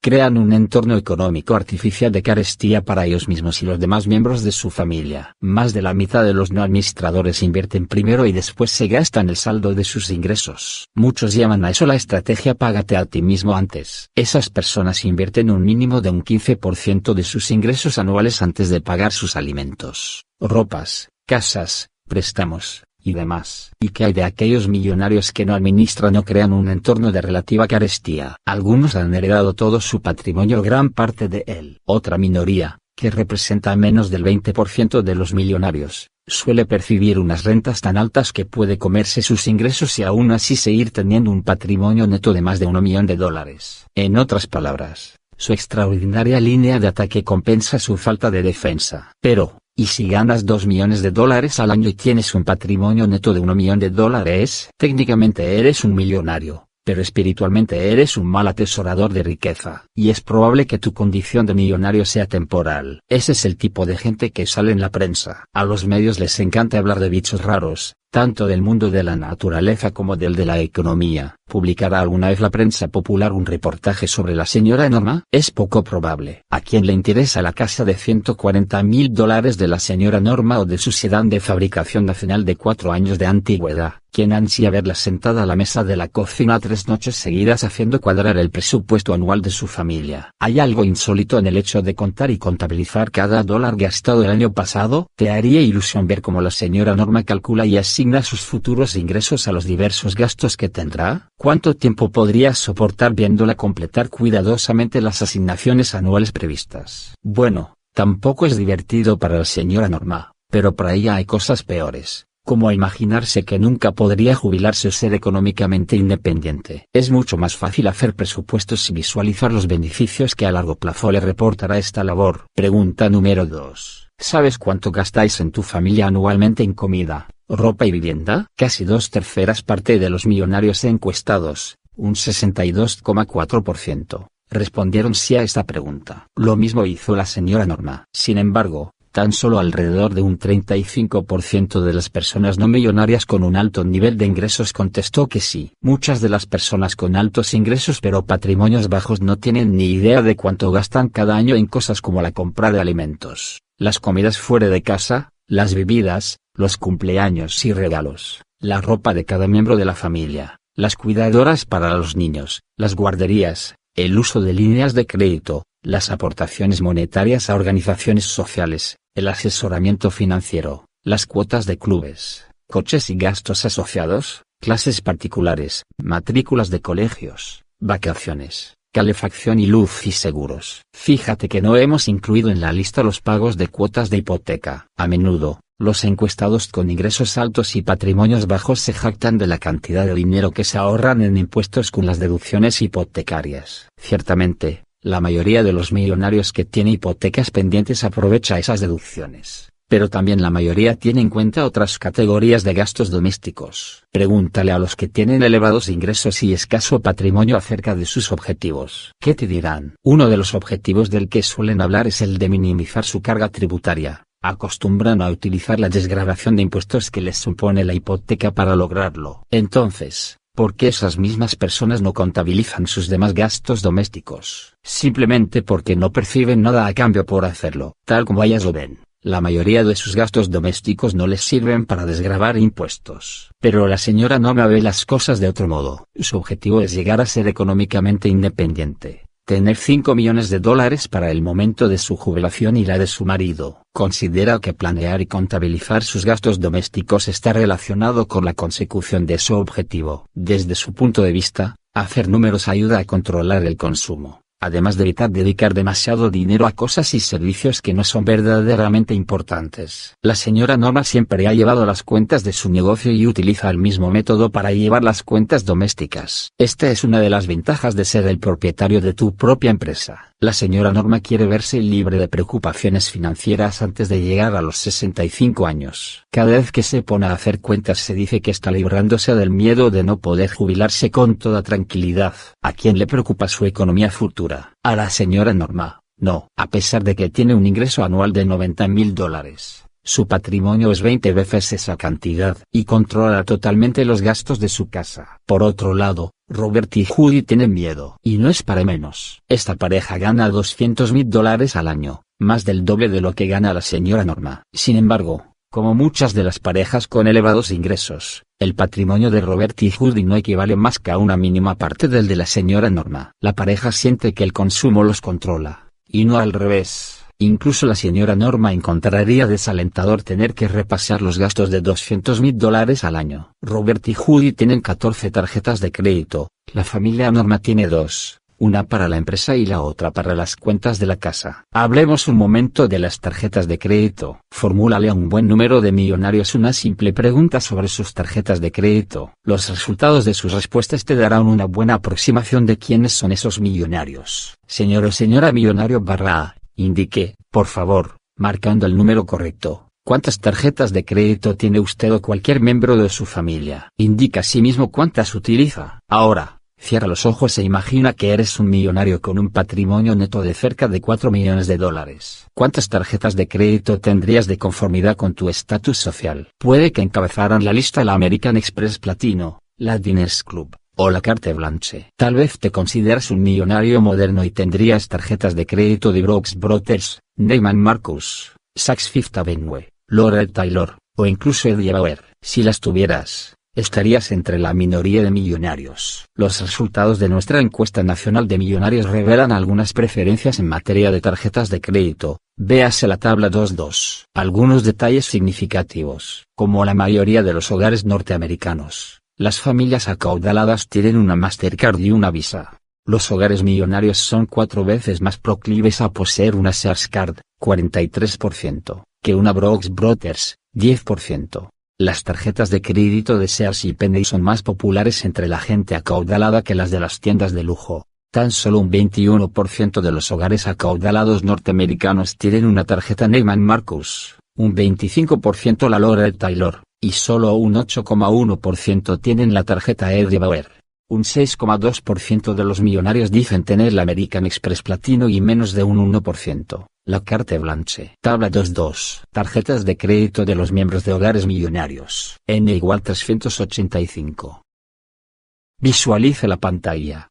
crean un entorno económico artificial de carestía para ellos mismos y los demás miembros de su familia. Más de la mitad de los no administradores invierten primero y después se gastan el saldo de sus ingresos. Muchos llaman a eso la estrategia págate a ti mismo antes. Esas personas invierten un mínimo de un quince por ciento de sus ingresos anuales antes de pagar sus alimentos, ropas, casas, préstamos y demás. ¿Y qué hay de aquellos millonarios que no administran o crean un entorno de relativa carestía? Algunos han heredado todo su patrimonio o gran parte de él. Otra minoría, que representa menos del veinte por ciento de los millonarios, suele percibir unas rentas tan altas que puede comerse sus ingresos y aún así seguir teniendo un patrimonio neto de más de un millón de dólares. En otras palabras, su extraordinaria línea de ataque compensa su falta de defensa. Pero, ¿y si ganas dos millones de dólares al año y tienes un patrimonio neto de un millón de dólares? Técnicamente eres un millonario, pero espiritualmente eres un mal atesorador de riqueza. Y es probable que tu condición de millonario sea temporal. Ese es el tipo de gente que sale en la prensa. A los medios les encanta hablar de bichos raros, tanto del mundo de la naturaleza como del de la economía. ¿Publicará alguna vez la prensa popular un reportaje sobre la señora Norma? Es poco probable. ¿A quién le interesa la casa de ciento cuarenta mil dólares de la señora Norma o de su sedán de fabricación nacional de cuatro años de antigüedad? ¿Quién ansía verla sentada a la mesa de la cocina tres noches seguidas haciendo cuadrar el presupuesto anual de su familia? ¿Hay algo insólito en el hecho de contar y contabilizar cada dólar gastado el año pasado? ¿Te haría ilusión ver cómo la señora Norma calcula y asigna sus futuros ingresos a los diversos gastos que tendrá? ¿Cuánto tiempo podrías soportar viéndola completar cuidadosamente las asignaciones anuales previstas? Bueno, tampoco es divertido para la señora Norma, pero para ella hay cosas peores, como imaginarse que nunca podría jubilarse o ser económicamente independiente. Es mucho más fácil hacer presupuestos y visualizar los beneficios que a largo plazo le reportará esta labor. Pregunta número dos. ¿Sabes cuánto gastáis en tu familia anualmente en comida, ropa y vivienda? Casi dos terceras partes de los millonarios encuestados, un sesenta y dos coma cuatro por ciento, respondieron sí a esta pregunta. Lo mismo hizo la señora Norma. Sin embargo, tan solo alrededor de un treinta y cinco por ciento de las personas no millonarias con un alto nivel de ingresos contestó que sí. Muchas de las personas con altos ingresos pero patrimonios bajos no tienen ni idea de cuánto gastan cada año en cosas como la compra de alimentos, las comidas fuera de casa, las bebidas, los cumpleaños y regalos, la ropa de cada miembro de la familia, las cuidadoras para los niños, las guarderías, el uso de líneas de crédito, las aportaciones monetarias a organizaciones sociales, el asesoramiento financiero, las cuotas de clubes, coches y gastos asociados, clases particulares, matrículas de colegios, vacaciones, calefacción y luz y seguros. Fíjate que no hemos incluido en la lista los pagos de cuotas de hipoteca. A menudo, los encuestados con ingresos altos y patrimonios bajos se jactan de la cantidad de dinero que se ahorran en impuestos con las deducciones hipotecarias. Ciertamente, la mayoría de los millonarios que tiene hipotecas pendientes aprovecha esas deducciones, pero también la mayoría tiene en cuenta otras categorías de gastos domésticos. Pregúntale a los que tienen elevados ingresos y escaso patrimonio acerca de sus objetivos. ¿Qué te dirán? Uno de los objetivos del que suelen hablar es el de minimizar su carga tributaria. Acostumbran a utilizar la desgravación de impuestos que les supone la hipoteca para lograrlo. Entonces, ¿por qué esas mismas personas no contabilizan sus demás gastos domésticos? Simplemente porque no perciben nada a cambio por hacerlo. Tal como ellas lo ven, la mayoría de sus gastos domésticos no les sirven para desgravar impuestos. Pero la señora Norma ve las cosas de otro modo. Su objetivo es llegar a ser económicamente independiente. Tener cinco millones de dólares para el momento de su jubilación y la de su marido. Considera que planear y contabilizar sus gastos domésticos está relacionado con la consecución de su objetivo. Desde su punto de vista, hacer números ayuda a controlar el consumo, además de evitar dedicar demasiado dinero a cosas y servicios que no son verdaderamente importantes. La señora Norma siempre ha llevado las cuentas de su negocio y utiliza el mismo método para llevar las cuentas domésticas. Esta es una de las ventajas de ser el propietario de tu propia empresa. La señora Norma quiere verse libre de preocupaciones financieras antes de llegar a los sesenta y cinco años. Cada vez que se pone a hacer cuentas se dice que está librándose del miedo de no poder jubilarse con toda tranquilidad. ¿A quién le preocupa su economía futura? A la señora Norma, no. A pesar de que tiene un ingreso anual de noventa mil dólares, Su patrimonio es veinte veces esa cantidad y controla totalmente los gastos de su casa. Por otro lado, Robert y Judy tienen miedo. Y no es para menos. Esta pareja gana doscientos mil dólares al año, más del doble de lo que gana la señora Norma. Sin embargo, como muchas de las parejas con elevados ingresos, el patrimonio de Robert y Judy no equivale más que a una mínima parte del de la señora Norma. La pareja siente que el consumo los controla, y no al revés. Incluso la señora Norma encontraría desalentador tener que repasar los gastos de doscientos mil dólares al año. Robert y Judy tienen catorce tarjetas de crédito, la familia Norma tiene dos. Una para la empresa y la otra para las cuentas de la casa. Hablemos un momento de las tarjetas de crédito. Formúlale a un buen número de millonarios una simple pregunta sobre sus tarjetas de crédito. Los resultados de sus respuestas te darán una buena aproximación de quiénes son esos millonarios. Señor o señora millonario barra A, indique, por favor, marcando el número correcto, cuántas tarjetas de crédito tiene usted o cualquier miembro de su familia. Indica asimismo cuántas utiliza. Ahora, cierra los ojos e imagina que eres un millonario con un patrimonio neto de cerca de cuatro millones de dólares. ¿Cuántas tarjetas de crédito tendrías de conformidad con tu estatus social? Puede que encabezaran la lista la American Express Platino, la Diners Club, o la Carte Blanche. Tal vez te consideras un millonario moderno y tendrías tarjetas de crédito de Brooks Brothers, Neiman Marcus, Saks Fifth Avenue, Loretta Taylor, o incluso Eddie Bauer. Si las tuvieras, estarías entre la minoría de millonarios. Los resultados de nuestra encuesta nacional de millonarios revelan algunas preferencias en materia de tarjetas de crédito. Véase la tabla dos punto dos. Algunos detalles significativos. Como la mayoría de los hogares norteamericanos, las familias acaudaladas tienen una Mastercard y una Visa. Los hogares millonarios son cuatro veces más proclives a poseer una Sears Card, cuarenta y tres por ciento, que una Brooks Brothers, diez por ciento. Las tarjetas de crédito de Sears y Penney son más populares entre la gente acaudalada que las de las tiendas de lujo. Tan solo un veintiuno por ciento de los hogares acaudalados norteamericanos tienen una tarjeta Neiman Marcus, un veinticinco por ciento la Loretta Taylor, y solo un ocho coma uno por ciento tienen la tarjeta Eddie Bauer. Un seis coma dos por ciento de los millonarios dicen tener la American Express Platino y menos de un uno por ciento. La Carte Blanche. Tabla dos punto dos. Tarjetas de crédito de los miembros de hogares millonarios. N igual trescientos ochenta y cinco. Visualice la pantalla.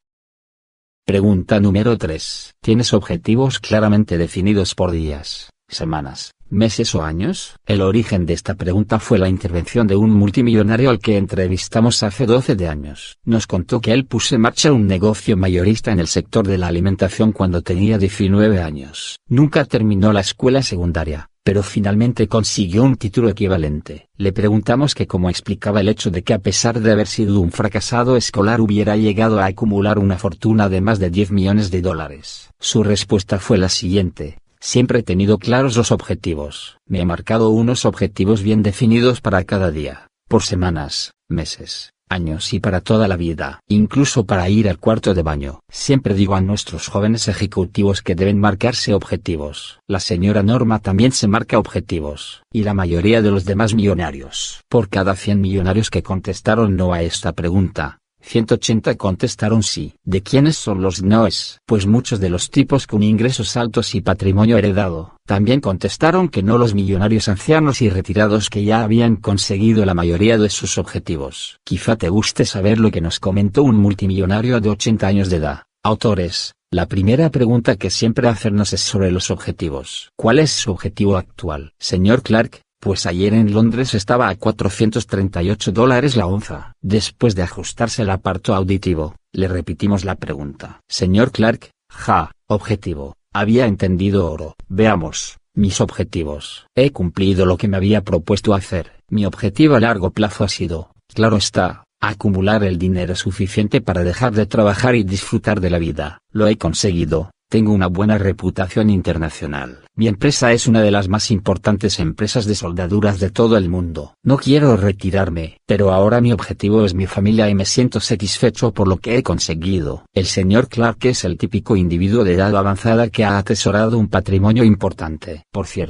Pregunta número tres. ¿Tienes objetivos claramente definidos por días, semanas, meses o años? El origen de esta pregunta fue la intervención de un multimillonario al que entrevistamos hace doce de años. Nos contó que él puso en marcha un negocio mayorista en el sector de la alimentación cuando tenía diecinueve años. Nunca terminó la escuela secundaria, pero finalmente consiguió un título equivalente. Le preguntamos que cómo explicaba el hecho de que a pesar de haber sido un fracasado escolar hubiera llegado a acumular una fortuna de más de diez millones de dólares. Su respuesta fue la siguiente: siempre he tenido claros los objetivos. Me he marcado unos objetivos bien definidos para cada día, por semanas, meses, años y para toda la vida. Incluso para ir al cuarto de baño. Siempre digo a nuestros jóvenes ejecutivos que deben marcarse objetivos. La señora Norma también se marca objetivos. Y la mayoría de los demás millonarios. Por cada cien millonarios que contestaron no a esta pregunta, ciento ochenta contestaron sí. ¿De quiénes son los noes? Pues muchos de los tipos con ingresos altos y patrimonio heredado. También contestaron que no los millonarios ancianos y retirados que ya habían conseguido la mayoría de sus objetivos. Quizá te guste saber lo que nos comentó un multimillonario de ochenta años de edad. Autores, la primera pregunta que siempre hacernos es sobre los objetivos. ¿Cuál es su objetivo actual? Señor Clark, pues ayer en Londres estaba a cuatrocientos treinta y ocho dólares la onza. Después de ajustarse el aparato auditivo, le repetimos la pregunta. Señor Clark, ja, objetivo, había entendido oro. Veamos, mis objetivos. He cumplido lo que me había propuesto hacer. Mi objetivo a largo plazo ha sido, claro está, acumular el dinero suficiente para dejar de trabajar y disfrutar de la vida. Lo he conseguido. Tengo una buena reputación internacional. Mi empresa es una de las más importantes empresas de soldaduras de todo el mundo. No quiero retirarme, pero ahora mi objetivo es mi familia y me siento satisfecho por lo que he conseguido. El señor Clark es el típico individuo de edad avanzada que ha atesorado un patrimonio importante. Por cierto,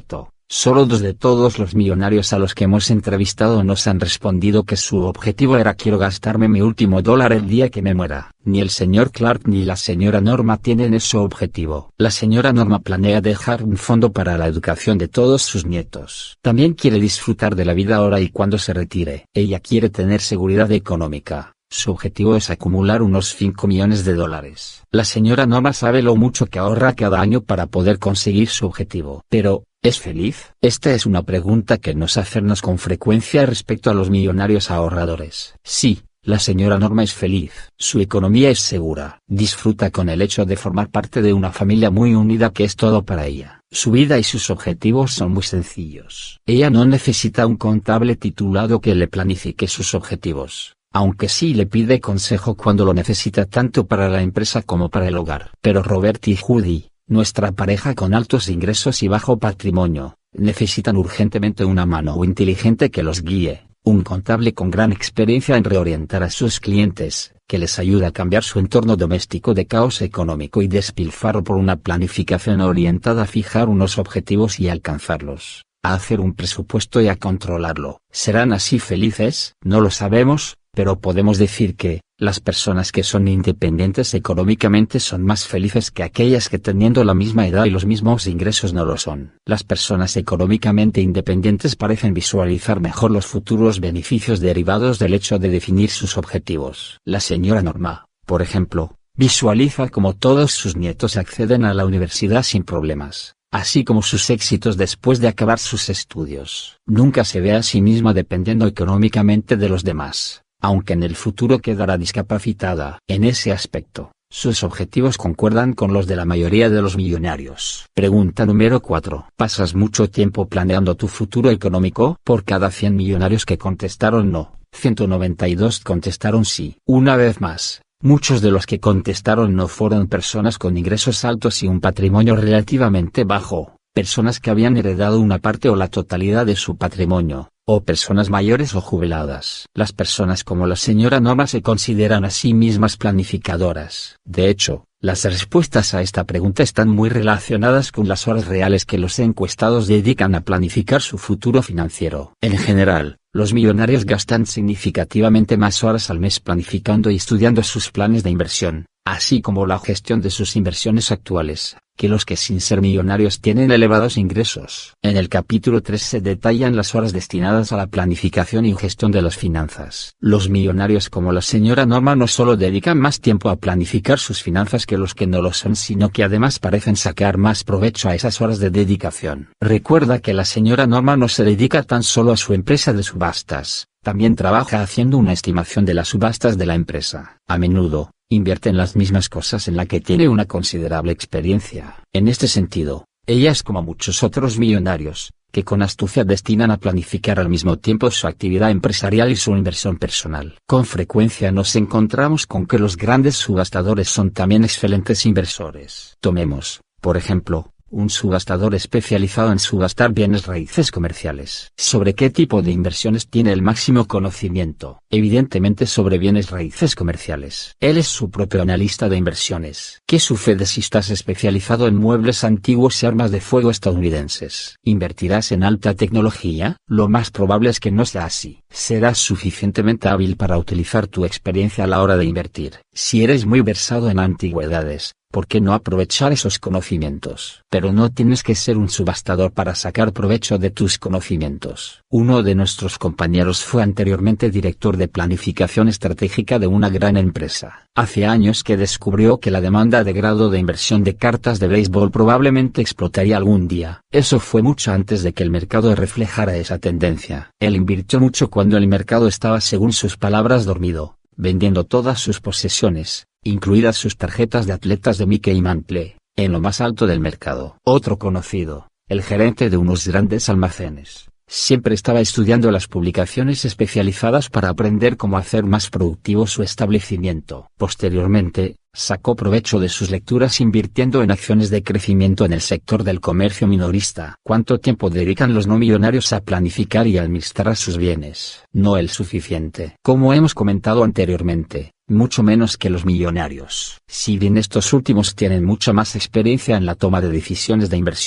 Solo dos de todos los millonarios a los que hemos entrevistado nos han respondido que su objetivo era quiero gastarme mi último dólar el día que me muera. Ni el señor Clark ni la señora Norma tienen ese objetivo. La señora Norma planea dejar un fondo para la educación de todos sus nietos. También quiere disfrutar de la vida ahora y cuando se retire. Ella quiere tener seguridad económica. Su objetivo es acumular unos cinco millones de dólares. La señora Norma sabe lo mucho que ahorra cada año para poder conseguir su objetivo. Pero, ¿es feliz? Esta es una pregunta que nos hacemos con frecuencia respecto a los millonarios ahorradores. Sí, la señora Norma es feliz. Su economía es segura. Disfruta con el hecho de formar parte de una familia muy unida que es todo para ella. Su vida y sus objetivos son muy sencillos. Ella no necesita un contable titulado que le planifique sus objetivos, aunque sí le pide consejo cuando lo necesita tanto para la empresa como para el hogar. Pero Robert y Judy, nuestra pareja con altos ingresos y bajo patrimonio, necesitan urgentemente una mano inteligente que los guíe, un contable con gran experiencia en reorientar a sus clientes, que les ayude a cambiar su entorno doméstico de caos económico y despilfarro por una planificación orientada a fijar unos objetivos y alcanzarlos, a hacer un presupuesto y a controlarlo. ¿Serán así felices? No lo sabemos, pero podemos decir que, las personas que son independientes económicamente son más felices que aquellas que teniendo la misma edad y los mismos ingresos no lo son. Las personas económicamente independientes parecen visualizar mejor los futuros beneficios derivados del hecho de definir sus objetivos. La señora Norma, por ejemplo, visualiza cómo todos sus nietos acceden a la universidad sin problemas, así como sus éxitos después de acabar sus estudios. Nunca se ve a sí misma dependiendo económicamente de los demás, aunque en el futuro quedará discapacitada. En ese aspecto, sus objetivos concuerdan con los de la mayoría de los millonarios. Pregunta número cuatro. ¿Pasas mucho tiempo planeando tu futuro económico? Por cada cien millonarios que contestaron no, ciento noventa y dos contestaron sí. Una vez más, muchos de los que contestaron no fueron personas con ingresos altos y un patrimonio relativamente bajo, personas que habían heredado una parte o la totalidad de su patrimonio, o personas mayores o jubiladas. Las personas como la señora Norma se consideran a sí mismas planificadoras. De hecho, las respuestas a esta pregunta están muy relacionadas con las horas reales que los encuestados dedican a planificar su futuro financiero. En general, los millonarios gastan significativamente más horas al mes planificando y estudiando sus planes de inversión, así como la gestión de sus inversiones actuales, que los que sin ser millonarios tienen elevados ingresos. En el capítulo tres se detallan las horas destinadas a la planificación y gestión de las finanzas. Los millonarios como la señora Norma no solo dedican más tiempo a planificar sus finanzas que los que no lo son, sino que además parecen sacar más provecho a esas horas de dedicación. Recuerda que la señora Norma no se dedica tan solo a su empresa de subastas, también trabaja haciendo una estimación de las subastas de la empresa. A menudo, invierte en las mismas cosas en la que tiene una considerable experiencia. En este sentido, ella es como muchos otros millonarios, que con astucia destinan a planificar al mismo tiempo su actividad empresarial y su inversión personal. Con frecuencia nos encontramos con que los grandes subastadores son también excelentes inversores. Tomemos, por ejemplo, un subastador especializado en subastar bienes raíces comerciales. ¿Sobre qué tipo de inversiones tiene el máximo conocimiento? Evidentemente sobre bienes raíces comerciales. Él es su propio analista de inversiones. ¿Qué sucede si estás especializado en muebles antiguos y armas de fuego estadounidenses? ¿Invertirás en alta tecnología? Lo más probable es que no sea así. Serás suficientemente hábil para utilizar tu experiencia a la hora de invertir. Si eres muy versado en antigüedades, ¿por qué no aprovechar esos conocimientos? Pero no tienes que ser un subastador para sacar provecho de tus conocimientos. Uno de nuestros compañeros fue anteriormente director de planificación estratégica de una gran empresa. Hace años que descubrió que la demanda de grado de inversión de cartas de béisbol probablemente explotaría algún día. Eso fue mucho antes de que el mercado reflejara esa tendencia. Él invirtió mucho cuando el mercado estaba, según sus palabras, dormido, vendiendo todas sus posesiones, incluidas sus tarjetas de atletas de Mickey Mantle, en lo más alto del mercado. Otro conocido, el gerente de unos grandes almacenes, siempre estaba estudiando las publicaciones especializadas para aprender cómo hacer más productivo su establecimiento. Posteriormente, sacó provecho de sus lecturas invirtiendo en acciones de crecimiento en el sector del comercio minorista. ¿Cuánto tiempo dedican los no millonarios a planificar y administrar sus bienes? No el suficiente. Como hemos comentado anteriormente, mucho menos que los millonarios. Si bien estos últimos tienen mucha más experiencia en la toma de decisiones de inversión,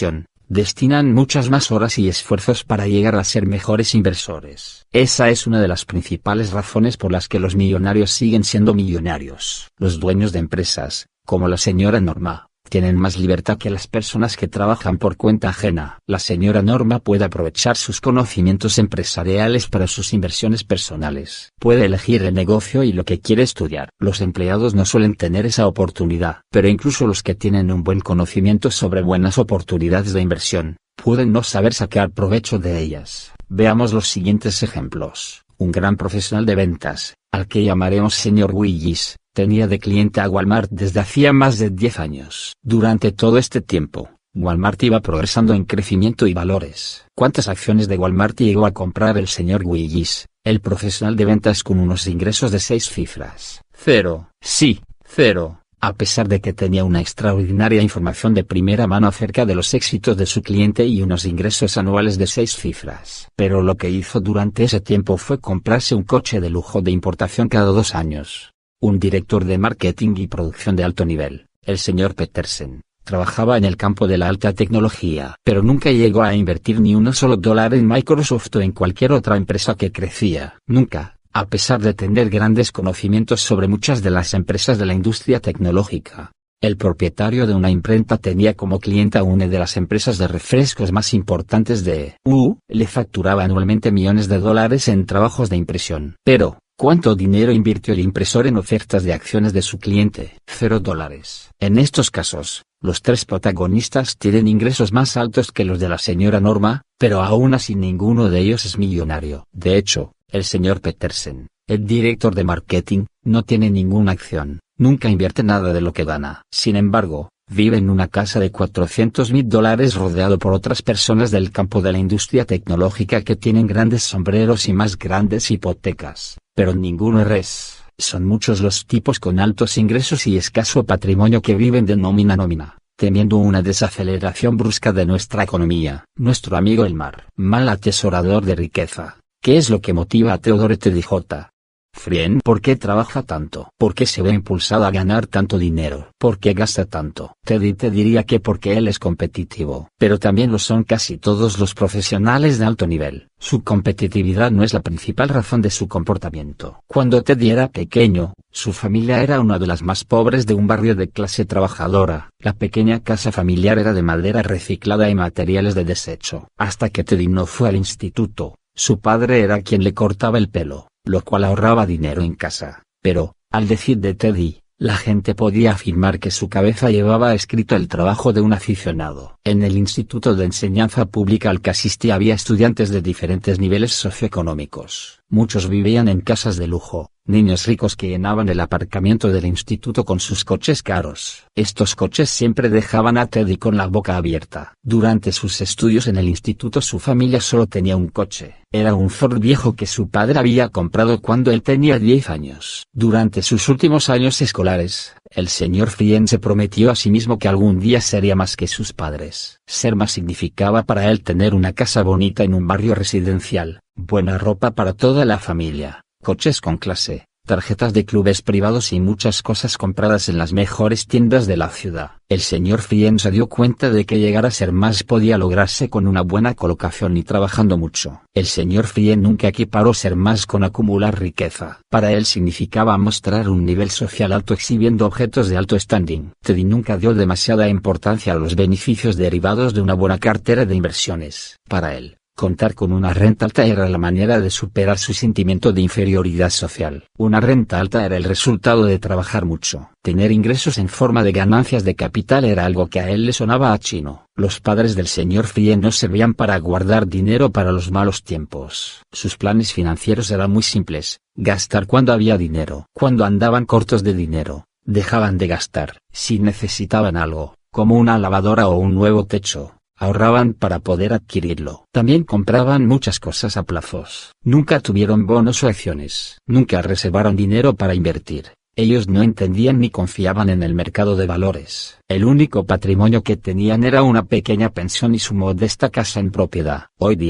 destinan muchas más horas y esfuerzos para llegar a ser mejores inversores. Esa es una de las principales razones por las que los millonarios siguen siendo millonarios. Los dueños de empresas, como la señora Norma, tienen más libertad que las personas que trabajan por cuenta ajena. La señora Norma puede aprovechar sus conocimientos empresariales para sus inversiones personales. Puede elegir el negocio y lo que quiere estudiar. Los empleados no suelen tener esa oportunidad, pero incluso los que tienen un buen conocimiento sobre buenas oportunidades de inversión, pueden no saber sacar provecho de ellas. Veamos los siguientes ejemplos. Un gran profesional de ventas, al que llamaremos señor Willis, tenía de cliente a Walmart desde hacía más de diez años. Durante todo este tiempo, Walmart iba progresando en crecimiento y valores. ¿Cuántas acciones de Walmart llegó a comprar el señor Willis, el profesional de ventas con unos ingresos de seis cifras? Cero. Sí, cero. A pesar de que tenía una extraordinaria información de primera mano acerca de los éxitos de su cliente y unos ingresos anuales de seis cifras. Pero lo que hizo durante ese tiempo fue comprarse un coche de lujo de importación cada dos años. Un director de marketing y producción de alto nivel, el señor Petersen, trabajaba en el campo de la alta tecnología, pero nunca llegó a invertir ni un solo dólar en Microsoft o en cualquier otra empresa que crecía. Nunca, a pesar de tener grandes conocimientos sobre muchas de las empresas de la industria tecnológica. El propietario de una imprenta tenía como cliente a una de las empresas de refrescos más importantes de U. Le facturaba anualmente millones de dólares en trabajos de impresión. Pero, ¿cuánto dinero invirtió el impresor en ofertas de acciones de su cliente? Cero dólares. En estos casos, los tres protagonistas tienen ingresos más altos que los de la señora Norma, pero aún así ninguno de ellos es millonario. De hecho, el señor Petersen, el director de marketing, no tiene ninguna acción, nunca invierte nada de lo que gana. Sin embargo, vive en una casa de cuatrocientos mil dólares rodeado por otras personas del campo de la industria tecnológica que tienen grandes sombreros y más grandes hipotecas, pero ninguno es. Son muchos los tipos con altos ingresos y escaso patrimonio que viven de nómina a nómina, temiendo una desaceleración brusca de nuestra economía. Nuestro amigo el mar, mal atesorador de riqueza. ¿Qué es lo que motiva a Theodore Teddy J. Friend? ¿Por qué trabaja tanto? ¿Por qué se ve impulsado a ganar tanto dinero? ¿Por qué gasta tanto? Teddy te diría que porque él es competitivo, pero también lo son casi todos los profesionales de alto nivel. Su competitividad no es la principal razón de su comportamiento. Cuando Teddy era pequeño, su familia era una de las más pobres de un barrio de clase trabajadora. La pequeña casa familiar era de madera reciclada y materiales de desecho. Hasta que Teddy no fue al instituto, su padre era quien le cortaba el pelo, lo cual ahorraba dinero en casa. Pero, al decir de Teddy, la gente podía afirmar que su cabeza llevaba escrito el trabajo de un aficionado. En el Instituto de Enseñanza Pública al que asistía había estudiantes de diferentes niveles socioeconómicos. Muchos vivían en casas de lujo, niños ricos que llenaban el aparcamiento del instituto con sus coches caros. Estos coches siempre dejaban a Teddy con la boca abierta. Durante sus estudios en el instituto su familia solo tenía un coche. Era un Ford viejo que su padre había comprado cuando él tenía diez años. Durante sus últimos años escolares, el señor Friend se prometió a sí mismo que algún día sería más que sus padres. Ser más significaba para él tener una casa bonita en un barrio residencial, buena ropa para toda la familia, coches con clase, tarjetas de clubes privados y muchas cosas compradas en las mejores tiendas de la ciudad. El señor Friend se dio cuenta de que llegar a ser más podía lograrse con una buena colocación y trabajando mucho. El señor Friend nunca equiparó ser más con acumular riqueza. Para él significaba mostrar un nivel social alto exhibiendo objetos de alto standing. Teddy nunca dio demasiada importancia a los beneficios derivados de una buena cartera de inversiones. Para él, contar con una renta alta era la manera de superar su sentimiento de inferioridad social. Una renta alta era el resultado de trabajar mucho. Tener ingresos en forma de ganancias de capital era algo que a él le sonaba a chino. Los padres del señor Friend no servían para guardar dinero para los malos tiempos. Sus planes financieros eran muy simples: gastar cuando había dinero. Cuando andaban cortos de dinero, dejaban de gastar. Si necesitaban algo, como una lavadora o un nuevo techo, ahorraban para poder adquirirlo. También compraban muchas cosas a plazos. Nunca tuvieron bonos o acciones. Nunca reservaron dinero para invertir. Ellos no entendían ni confiaban en el mercado de valores. El único patrimonio que tenían era una pequeña pensión y su modesta casa en propiedad. Hoy día,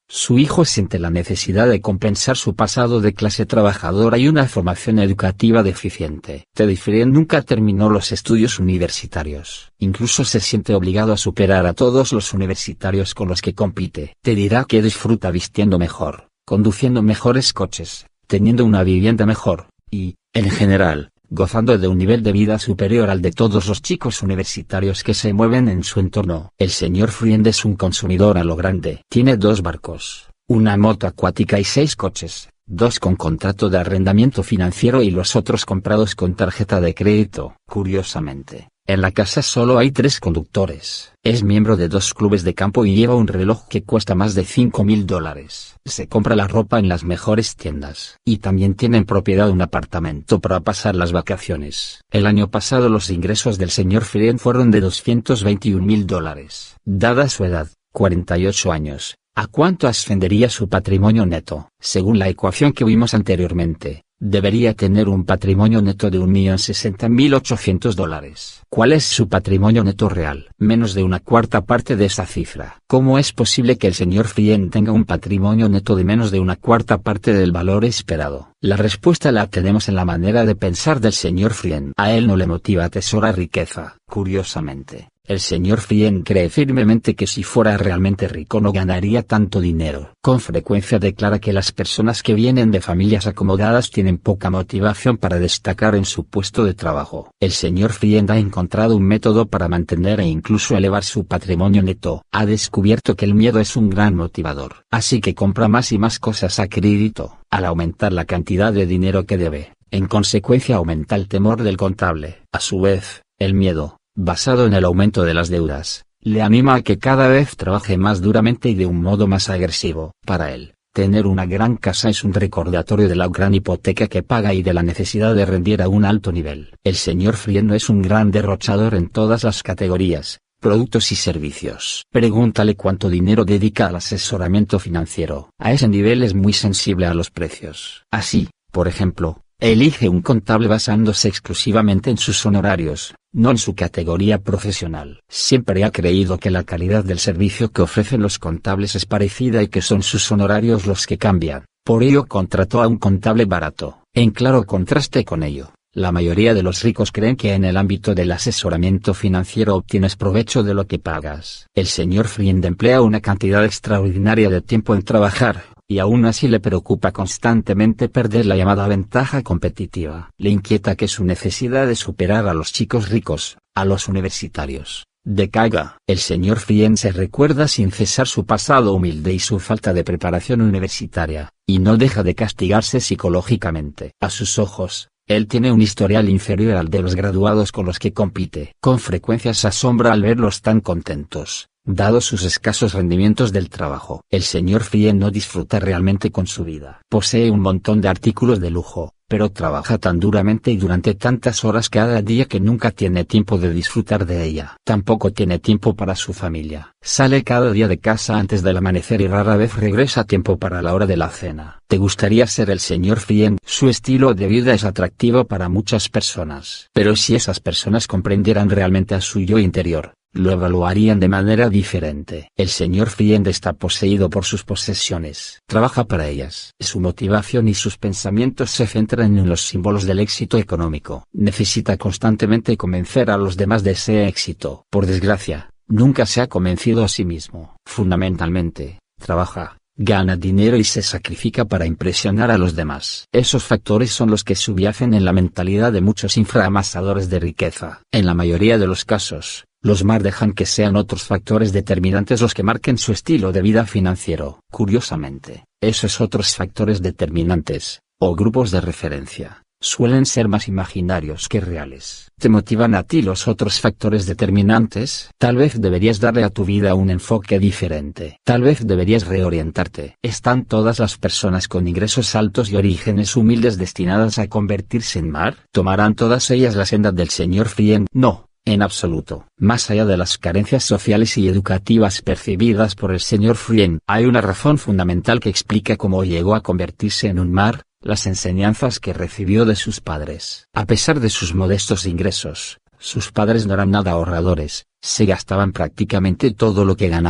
Su hijo siente la necesidad de compensar su pasado de clase trabajadora y una formación educativa deficiente. Teddy Friend nunca terminó los estudios universitarios. Incluso se siente obligado a superar a todos los universitarios con los que compite. Te dirá que disfruta vistiendo mejor, conduciendo mejores coches, teniendo una vivienda mejor, y, en general, gozando de un nivel de vida superior al de todos los chicos universitarios que se mueven en su entorno. El señor Friend es un consumidor a lo grande. Tiene dos barcos, una moto acuática y seis coches, dos con contrato de arrendamiento financiero y los otros comprados con tarjeta de crédito. Curiosamente, en la casa solo hay tres conductores. Es miembro de dos clubes de campo y lleva un reloj que cuesta más de cinco mil dólares. Se compra la ropa en las mejores tiendas. Y también tiene en propiedad un apartamento para pasar las vacaciones. El año pasado los ingresos del señor Friend fueron de doscientos veintiún mil dólares. Dada su edad, cuarenta y ocho años, ¿a cuánto ascendería su patrimonio neto? Según la ecuación que vimos anteriormente, debería tener un patrimonio neto de un millón sesenta mil ochocientos dólares. ¿Cuál es su patrimonio neto real? Menos de una cuarta parte de esa cifra. ¿Cómo es posible que el señor Friend tenga un patrimonio neto de menos de una cuarta parte del valor esperado? La respuesta la tenemos en la manera de pensar del señor Friend. A él no le motiva atesorar riqueza. Curiosamente, el señor Friend cree firmemente que si fuera realmente rico no ganaría tanto dinero. Con frecuencia declara que las personas que vienen de familias acomodadas tienen poca motivación para destacar en su puesto de trabajo. El señor Friend ha encontrado un método para mantener e incluso elevar su patrimonio neto. Ha descubierto que el miedo es un gran motivador. Así que compra más y más cosas a crédito, al aumentar la cantidad de dinero que debe. En consecuencia aumenta el temor del contable. A su vez, el miedo, basado en el aumento de las deudas, le anima a que cada vez trabaje más duramente y de un modo más agresivo. Para él, tener una gran casa es un recordatorio de la gran hipoteca que paga y de la necesidad de rendir a un alto nivel. El señor Friend es un gran derrochador en todas las categorías, productos y servicios. Pregúntale cuánto dinero dedica al asesoramiento financiero. A ese nivel es muy sensible a los precios. Así, por ejemplo, elige un contable basándose exclusivamente en sus honorarios, no en su categoría profesional. Siempre ha creído que la calidad del servicio que ofrecen los contables es parecida y que son sus honorarios los que cambian. Por ello contrató a un contable barato. En claro contraste con ello, la mayoría de los ricos creen que en el ámbito del asesoramiento financiero obtienes provecho de lo que pagas. El señor Friend emplea una cantidad extraordinaria de tiempo en trabajar, y aún así le preocupa constantemente perder la llamada ventaja competitiva. Le inquieta que su necesidad de superar a los chicos ricos, a los universitarios, decaiga. El señor Friend se recuerda sin cesar su pasado humilde y su falta de preparación universitaria, y no deja de castigarse psicológicamente. A sus ojos, él tiene un historial inferior al de los graduados con los que compite. Con frecuencia se asombra al verlos tan contentos, dado sus escasos rendimientos del trabajo. El señor Friend no disfruta realmente con su vida. Posee un montón de artículos de lujo, pero trabaja tan duramente y durante tantas horas cada día que nunca tiene tiempo de disfrutar de ella. Tampoco tiene tiempo para su familia. Sale cada día de casa antes del amanecer y rara vez regresa a tiempo para la hora de la cena. ¿Te gustaría ser el señor Friend? Su estilo de vida es atractivo para muchas personas. Pero si esas personas comprendieran realmente a su yo interior, lo evaluarían de manera diferente. El señor Friend está poseído por sus posesiones. Trabaja para ellas. Su motivación y sus pensamientos se centran en los símbolos del éxito económico. Necesita constantemente convencer a los demás de ese éxito. Por desgracia, nunca se ha convencido a sí mismo. Fundamentalmente, trabaja, gana dinero y se sacrifica para impresionar a los demás. Esos factores son los que subyacen en la mentalidad de muchos infraamasadores de riqueza. En la mayoría de los casos, los más dejan que sean otros factores determinantes los que marquen su estilo de vida financiero. Curiosamente, esos otros factores determinantes, o grupos de referencia, suelen ser más imaginarios que reales. ¿Te motivan a ti los otros factores determinantes? Tal vez deberías darle a tu vida un enfoque diferente. Tal vez deberías reorientarte. ¿Están todas las personas con ingresos altos y orígenes humildes destinadas a convertirse en mar? ¿Tomarán todas ellas la senda del señor Friend? No. En absoluto. Más allá de las carencias sociales y educativas percibidas por el señor Friend, hay una razón fundamental que explica cómo llegó a convertirse en un mar: las enseñanzas que recibió de sus padres. A pesar de sus modestos ingresos, sus padres no eran nada ahorradores, se gastaban prácticamente todo lo que ganaban.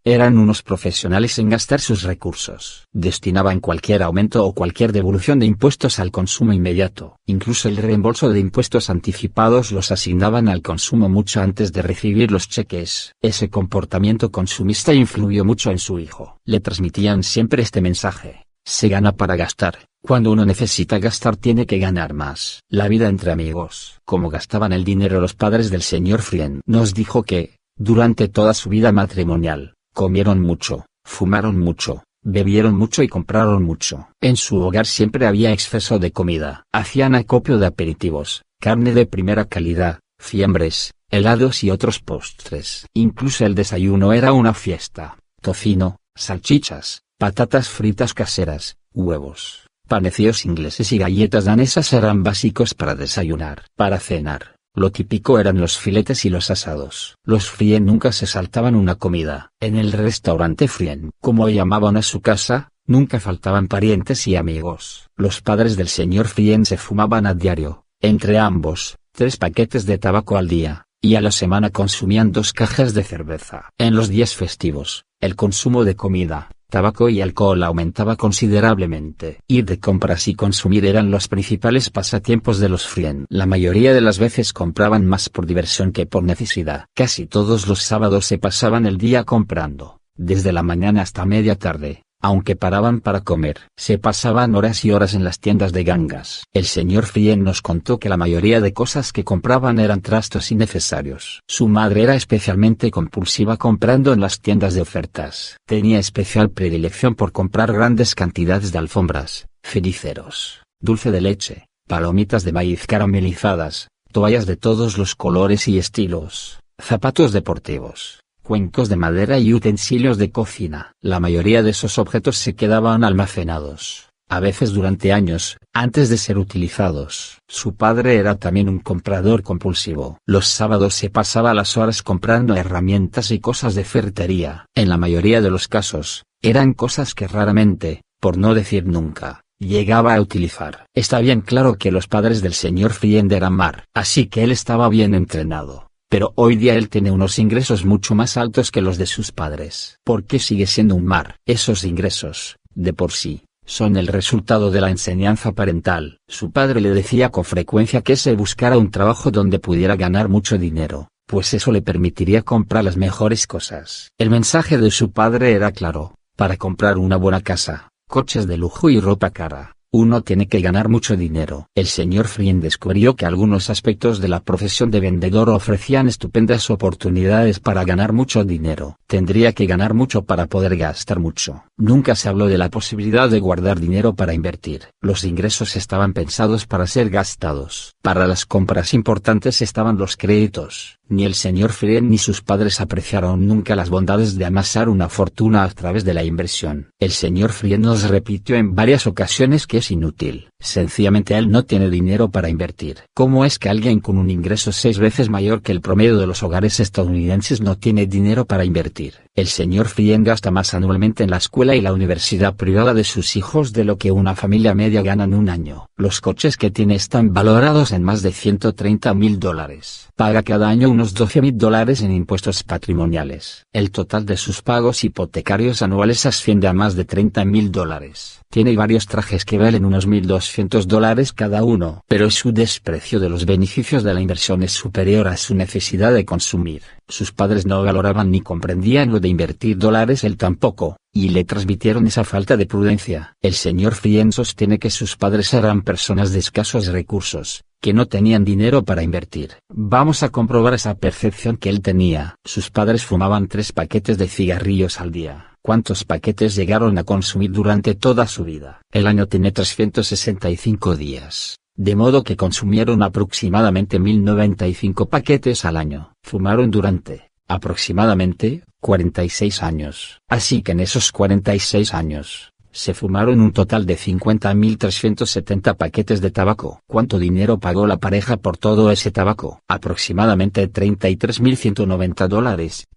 Eran unos profesionales en gastar sus recursos. Destinaban cualquier aumento o cualquier devolución de impuestos al consumo inmediato. Incluso el reembolso de impuestos anticipados los asignaban al consumo mucho antes de recibir los cheques. Ese comportamiento consumista influyó mucho en su hijo. Le transmitían siempre este mensaje: se gana para gastar. Cuando uno necesita gastar tiene que ganar más. La vida entre amigos. Cómo gastaban el dinero los padres del señor Friend. Nos dijo que, durante toda su vida matrimonial, comieron mucho, fumaron mucho, bebieron mucho y compraron mucho. En su hogar siempre había exceso de comida. Hacían acopio de aperitivos, carne de primera calidad, fiambres, helados y otros postres. Incluso el desayuno era una fiesta. Tocino, salchichas, patatas fritas caseras, huevos, panecillos ingleses y galletas danesas eran básicos para desayunar. Para cenar, lo típico eran los filetes y los asados. Los Friend nunca se saltaban una comida. En el restaurante Friend, como llamaban a su casa, nunca faltaban parientes y amigos. Los padres del señor Friend se fumaban a diario, entre ambos, tres paquetes de tabaco al día, y a la semana consumían dos cajas de cerveza. En los días festivos, el consumo de comida, tabaco y alcohol aumentaba considerablemente. Ir de compras y consumir eran los principales pasatiempos de los Friend. La mayoría de las veces compraban más por diversión que por necesidad. Casi todos los sábados se pasaban el día comprando, desde la mañana hasta media tarde. Aunque paraban para comer, se pasaban horas y horas en las tiendas de gangas. El señor Friend nos contó que la mayoría de cosas que compraban eran trastos innecesarios. Su madre era especialmente compulsiva comprando en las tiendas de ofertas. Tenía especial predilección por comprar grandes cantidades de alfombras, ceniceros, dulce de leche, palomitas de maíz caramelizadas, toallas de todos los colores y estilos, zapatos deportivos, cuencos de madera y utensilios de cocina. La mayoría de esos objetos se quedaban almacenados, a veces durante años, antes de ser utilizados. Su padre era también un comprador compulsivo. Los sábados se pasaba las horas comprando herramientas y cosas de ferretería. En la mayoría de los casos, eran cosas que raramente, por no decir nunca, llegaba a utilizar. Está bien claro que los padres del señor Friend eran mar, así que él estaba bien entrenado. Pero hoy día él tiene unos ingresos mucho más altos que los de sus padres. ¿Por qué sigue siendo un mar? Esos ingresos, de por sí, son el resultado de la enseñanza parental. Su padre le decía con frecuencia que se buscara un trabajo donde pudiera ganar mucho dinero, pues eso le permitiría comprar las mejores cosas. El mensaje de su padre era claro: para comprar una buena casa, coches de lujo y ropa cara, uno tiene que ganar mucho dinero. El señor Friend descubrió que algunos aspectos de la profesión de vendedor ofrecían estupendas oportunidades para ganar mucho dinero. Tendría que ganar mucho para poder gastar mucho. Nunca se habló de la posibilidad de guardar dinero para invertir. Los ingresos estaban pensados para ser gastados. Para las compras importantes estaban los créditos. Ni el señor Friend ni sus padres apreciaron nunca las bondades de amasar una fortuna a través de la inversión. El señor Friend nos repitió en varias ocasiones que es inútil. Sencillamente él no tiene dinero para invertir. ¿Cómo es que alguien con un ingreso seis veces mayor que el promedio de los hogares estadounidenses no tiene dinero para invertir? El señor Friend gasta más anualmente en la escuela y la universidad privada de sus hijos de lo que una familia media gana en un año. Los coches que tiene están valorados en más de ciento treinta mil dólares. Paga cada año unos doce mil dólares en impuestos patrimoniales. El total de sus pagos hipotecarios anuales asciende a más de treinta mil dólares. Tiene varios trajes que valen unos mil doscientos dólares cada uno, pero su desprecio de los beneficios de la inversión es superior a su necesidad de consumir. Sus padres no valoraban ni comprendían lo de invertir dólares, él tampoco, y le transmitieron esa falta de prudencia. El señor Friend sostiene que sus padres eran personas de escasos recursos, que no tenían dinero para invertir. Vamos a comprobar esa percepción que él tenía. Sus padres fumaban tres paquetes de cigarrillos al día. ¿Cuántos paquetes llegaron a consumir durante toda su vida? El año tiene trescientos sesenta y cinco días, de modo que consumieron aproximadamente mil noventa y cinco paquetes al año. Fumaron durante, aproximadamente, cuarenta y seis años. Así que en esos cuarenta y seis años, se fumaron un total de cincuenta mil trescientos setenta paquetes de tabaco. ¿Cuánto dinero pagó la pareja por todo ese tabaco? Aproximadamente treinta y tres mil ciento noventa dólares,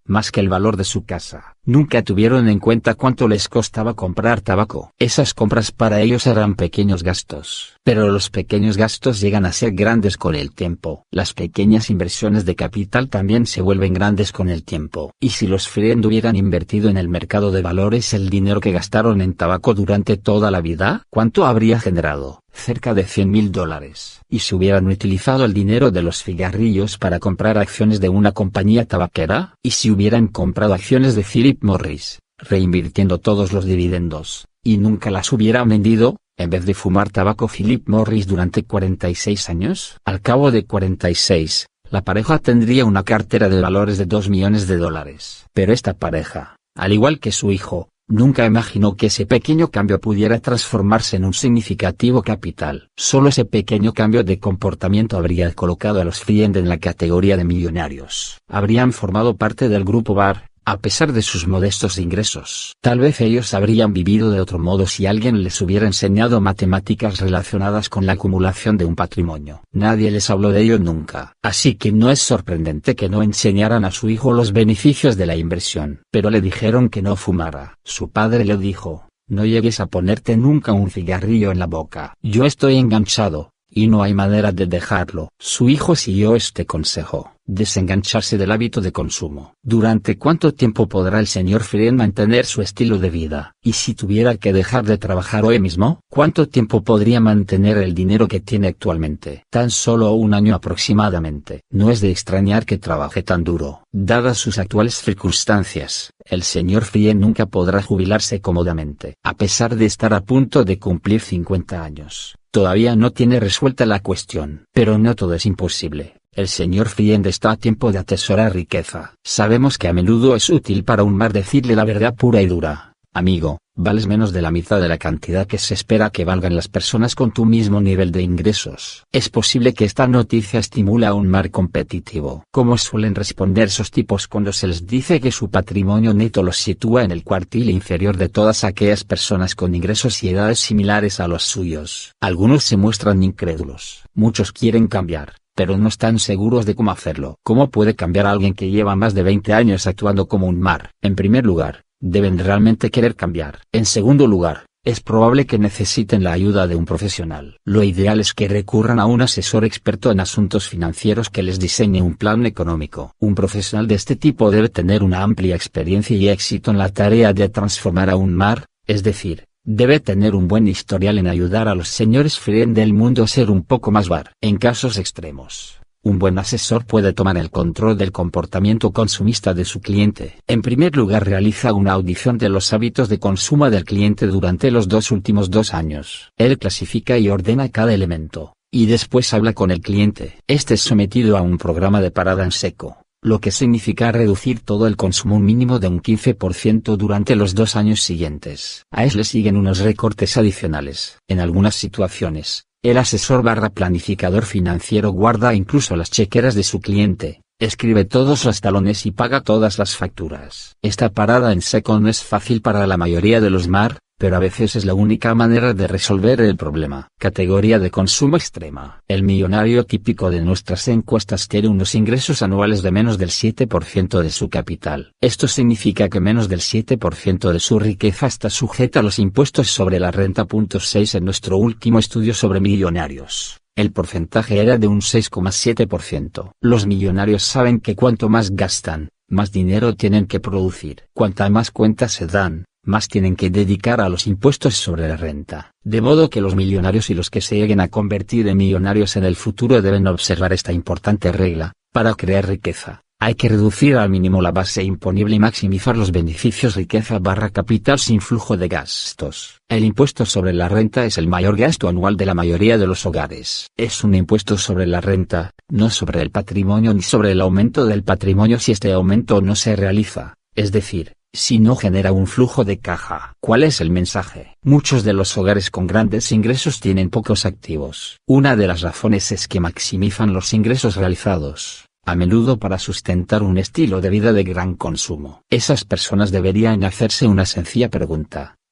más que el valor de su casa. Nunca tuvieron en cuenta cuánto les costaba comprar tabaco. Esas compras para ellos eran pequeños gastos. Pero los pequeños gastos llegan a ser grandes con el tiempo. Las pequeñas inversiones de capital también se vuelven grandes con el tiempo. Y si los Friend hubieran invertido en el mercado de valores el dinero que gastaron en tabaco durante toda la vida, ¿cuánto habría generado? Cerca de cien mil dólares. Y si hubieran utilizado el dinero de los cigarrillos para comprar acciones de una compañía tabaquera, y si hubieran comprado acciones de Philip Morris, reinvirtiendo todos los dividendos, y nunca las hubieran vendido, en vez de fumar tabaco Philip Morris durante cuarenta y seis años, al cabo de cuarenta y seis, la pareja tendría una cartera de valores de dos millones de dólares. Pero esta pareja, al igual que su hijo, nunca imaginó que ese pequeño cambio pudiera transformarse en un significativo capital. Solo ese pequeño cambio de comportamiento habría colocado a los Friend en la categoría de millonarios. Habrían formado parte del grupo Barr, a pesar de sus modestos ingresos. Tal vez ellos habrían vivido de otro modo si alguien les hubiera enseñado matemáticas relacionadas con la acumulación de un patrimonio. Nadie les habló de ello nunca. Así que no es sorprendente que no enseñaran a su hijo los beneficios de la inversión. Pero le dijeron que no fumara. Su padre le dijo: no llegues a ponerte nunca un cigarrillo en la boca. Yo estoy enganchado, y no hay manera de dejarlo. Su hijo siguió este consejo: desengancharse del hábito de consumo. ¿Durante cuánto tiempo podrá el señor Friend mantener su estilo de vida? ¿Y si tuviera que dejar de trabajar hoy mismo? ¿Cuánto tiempo podría mantener el dinero que tiene actualmente? Tan solo un año aproximadamente. No es de extrañar que trabaje tan duro. Dadas sus actuales circunstancias, el señor Friend nunca podrá jubilarse cómodamente. A pesar de estar a punto de cumplir cincuenta años, todavía no tiene resuelta la cuestión. Pero no todo es imposible. El señor Friend está a tiempo de atesorar riqueza. Sabemos que a menudo es útil para un mar decirle la verdad pura y dura: amigo, vales menos de la mitad de la cantidad que se espera que valgan las personas con tu mismo nivel de ingresos. Es posible que esta noticia estimule a un mar competitivo. ¿Cómo suelen responder esos tipos cuando se les dice que su patrimonio neto los sitúa en el cuartil inferior de todas aquellas personas con ingresos y edades similares a los suyos? Algunos se muestran incrédulos. Muchos quieren cambiar, pero no están seguros de cómo hacerlo. ¿Cómo puede cambiar a alguien que lleva más de veinte años actuando como un mar? En primer lugar, deben realmente querer cambiar. En segundo lugar, es probable que necesiten la ayuda de un profesional. Lo ideal es que recurran a un asesor experto en asuntos financieros que les diseñe un plan económico. Un profesional de este tipo debe tener una amplia experiencia y éxito en la tarea de transformar a un mar, es decir, debe tener un buen historial en ayudar a los señores Friend del mundo a ser un poco más bar. En casos extremos, un buen asesor puede tomar el control del comportamiento consumista de su cliente. En primer lugar, realiza una audición de los hábitos de consumo del cliente durante los dos últimos dos años. Él clasifica y ordena cada elemento, y después habla con el cliente. Este es sometido a un programa de parada en seco, lo que significa reducir todo el consumo mínimo de un quince por ciento durante los dos años siguientes. A él le siguen unos recortes adicionales. En algunas situaciones, el asesor barra planificador financiero guarda incluso las chequeras de su cliente, escribe todos los talones y paga todas las facturas. Esta parada en seco no es fácil para la mayoría de los mar, pero a veces es la única manera de resolver el problema. Categoría de consumo extrema. El millonario típico de nuestras encuestas tiene unos ingresos anuales de menos del siete por ciento de su capital. Esto significa que menos del siete por ciento de su riqueza está sujeta a los impuestos sobre la renta. seis En nuestro último estudio sobre millonarios, el porcentaje era de un seis coma siete por ciento. Los millonarios saben que cuanto más gastan, más dinero tienen que producir. Cuanta más cuentas se dan, más tienen que dedicar a los impuestos sobre la renta. De modo que los millonarios y los que se lleguen a convertir en millonarios en el futuro deben observar esta importante regla: para crear riqueza, hay que reducir al mínimo la base imponible y maximizar los beneficios. Riqueza barra capital sin flujo de gastos. El impuesto sobre la renta es el mayor gasto anual de la mayoría de los hogares. Es un impuesto sobre la renta, no sobre el patrimonio ni sobre el aumento del patrimonio si este aumento no se realiza, es decir, si no genera un flujo de caja. ¿Cuál es el mensaje? Muchos de los hogares con grandes ingresos tienen pocos activos. Una de las razones es que maximizan los ingresos realizados, a menudo para sustentar un estilo de vida de gran consumo. Esas personas deberían hacerse una sencilla pregunta: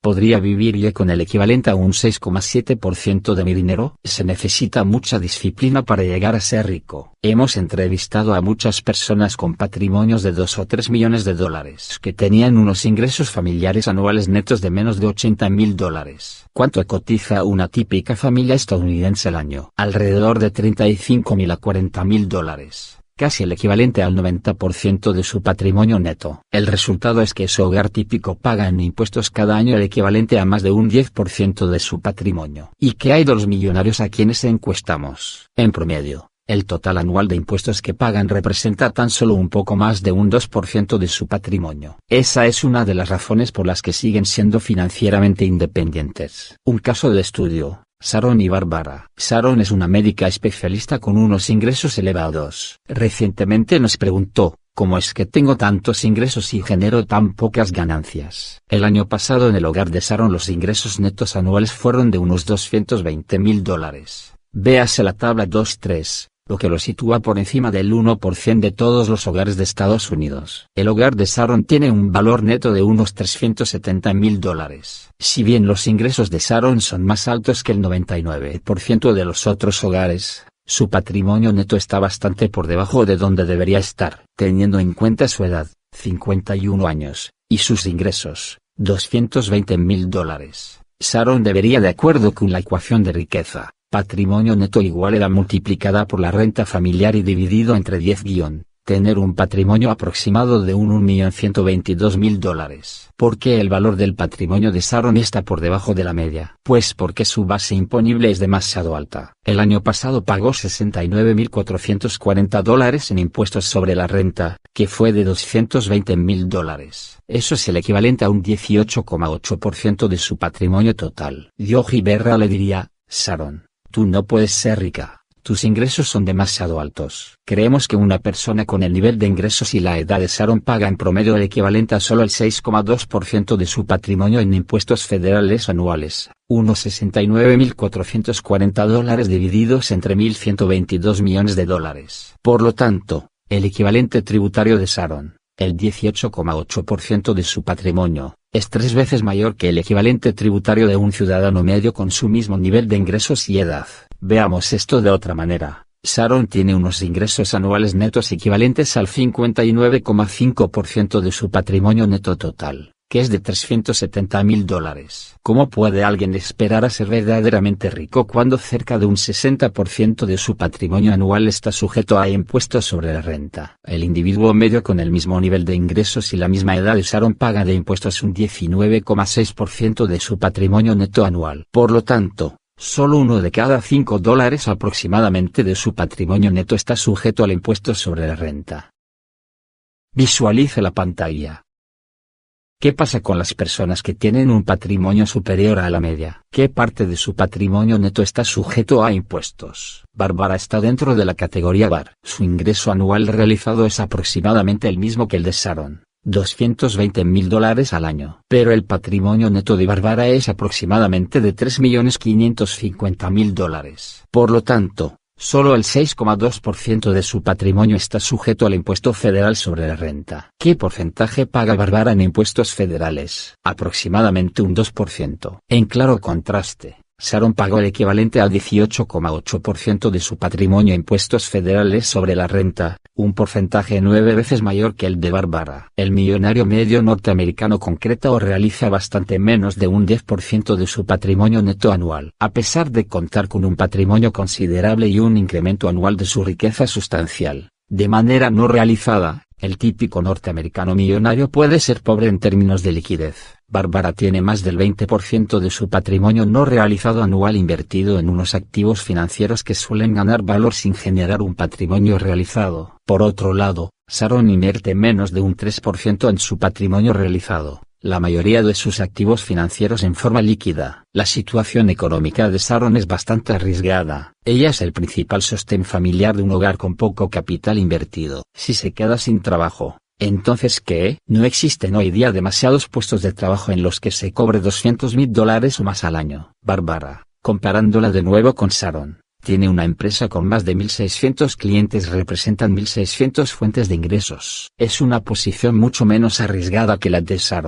¿Podría vivir yo con el equivalente a un seis coma siete por ciento de mi dinero? Se necesita mucha disciplina para llegar a ser rico. Hemos entrevistado a muchas personas con patrimonios de dos o tres millones de dólares que tenían unos ingresos familiares anuales netos de menos de ochenta mil dólares. ¿Cuánto cotiza una típica familia estadounidense al año? Alrededor de treinta y cinco mil a cuarenta mil dólares. Casi el equivalente al noventa por ciento de su patrimonio neto. El resultado es que su hogar típico paga en impuestos cada año el equivalente a más de un diez por ciento de su patrimonio. ¿Y qué hay de los millonarios a quienes encuestamos? En promedio, el total anual de impuestos que pagan representa tan solo un poco más de un dos por ciento de su patrimonio. Esa es una de las razones por las que siguen siendo financieramente independientes. Un caso de estudio. Sharon y Bárbara. Sharon es una médica especialista con unos ingresos elevados. Recientemente nos preguntó, ¿cómo es que tengo tantos ingresos y genero tan pocas ganancias? El año pasado en el hogar de Sharon los ingresos netos anuales fueron de unos doscientos veinte mil dólares. Véase la tabla dos tres. Lo que lo sitúa por encima del uno por ciento de todos los hogares de Estados Unidos. El hogar de Sharon tiene un valor neto de unos trescientos setenta mil dólares. Si bien los ingresos de Sharon son más altos que el noventa y nueve por ciento de los otros hogares, su patrimonio neto está bastante por debajo de donde debería estar, teniendo en cuenta su edad, cincuenta y uno años, y sus ingresos, doscientos veinte mil dólares. Sharon debería, de acuerdo con la ecuación de riqueza, patrimonio neto igual edad multiplicada por la renta familiar y dividido entre diez guión, tener un patrimonio aproximado de un un millón ciento veintidós mil dólares. ¿Por qué el valor del patrimonio de Sharon está por debajo de la media? Pues porque su base imponible es demasiado alta. El año pasado pagó sesenta y nueve mil cuatrocientos cuarenta dólares en impuestos sobre la renta, que fue de doscientos veinte mil dólares. Eso es el equivalente a un dieciocho coma ocho por ciento de su patrimonio total. Yogi Berra le diría, Sharon, tú no puedes ser rica, tus ingresos son demasiado altos. Creemos que una persona con el nivel de ingresos y la edad de Sharon paga en promedio el equivalente a solo el seis coma dos por ciento de su patrimonio en impuestos federales anuales, unos sesenta y nueve mil cuatrocientos cuarenta dólares divididos entre mil ciento veintidós millones de dólares. Por lo tanto, el equivalente tributario de Sharon, el dieciocho coma ocho por ciento de su patrimonio, es tres veces mayor que el equivalente tributario de un ciudadano medio con su mismo nivel de ingresos y edad. Veamos esto de otra manera. Sharon tiene unos ingresos anuales netos equivalentes al cincuenta y nueve coma cinco por ciento de su patrimonio neto total, que es de trescientos setenta mil dólares. ¿Cómo puede alguien esperar a ser verdaderamente rico cuando cerca de un sesenta por ciento de su patrimonio anual está sujeto a impuestos sobre la renta? El individuo medio con el mismo nivel de ingresos y la misma edad de Sharon paga de impuestos un diecinueve coma seis por ciento de su patrimonio neto anual. Por lo tanto, solo uno de cada cinco dólares aproximadamente de su patrimonio neto está sujeto al impuesto sobre la renta. Visualice la pantalla. ¿Qué pasa con las personas que tienen un patrimonio superior a la media? ¿Qué parte de su patrimonio neto está sujeto a impuestos? Bárbara está dentro de la categoría B A R. Su ingreso anual realizado es aproximadamente el mismo que el de Sharon, doscientos veinte mil dólares al año. Pero el patrimonio neto de Bárbara es aproximadamente de tres millones quinientos cincuenta mil dólares. Por lo tanto, solo el seis coma dos por ciento de su patrimonio está sujeto al impuesto federal sobre la renta. ¿Qué porcentaje paga Bárbara en impuestos federales? Aproximadamente un dos por ciento. En claro contraste, Sharon pagó el equivalente al dieciocho coma ocho por ciento de su patrimonio en impuestos federales sobre la renta, un porcentaje nueve veces mayor que el de Bárbara. El millonario medio norteamericano concreta o realiza bastante menos de un diez por ciento de su patrimonio neto anual. A pesar de contar con un patrimonio considerable y un incremento anual de su riqueza sustancial, de manera no realizada, el típico norteamericano millonario puede ser pobre en términos de liquidez. Bárbara tiene más del veinte por ciento de su patrimonio no realizado anual invertido en unos activos financieros que suelen ganar valor sin generar un patrimonio realizado. Por otro lado, Sharon invierte menos de un tres por ciento en su patrimonio realizado, la mayoría de sus activos financieros en forma líquida. La situación económica de Sharon es bastante arriesgada. Ella es el principal sostén familiar de un hogar con poco capital invertido. Si se queda sin trabajo, entonces ¿qué? No existen hoy día demasiados puestos de trabajo en los que se cobre doscientos mil dólares o más al año. Bárbara, comparándola de nuevo con Sharon, tiene una empresa con más de mil seiscientos clientes, representan mil seiscientas fuentes de ingresos. Es una posición mucho menos arriesgada que la de Sharon.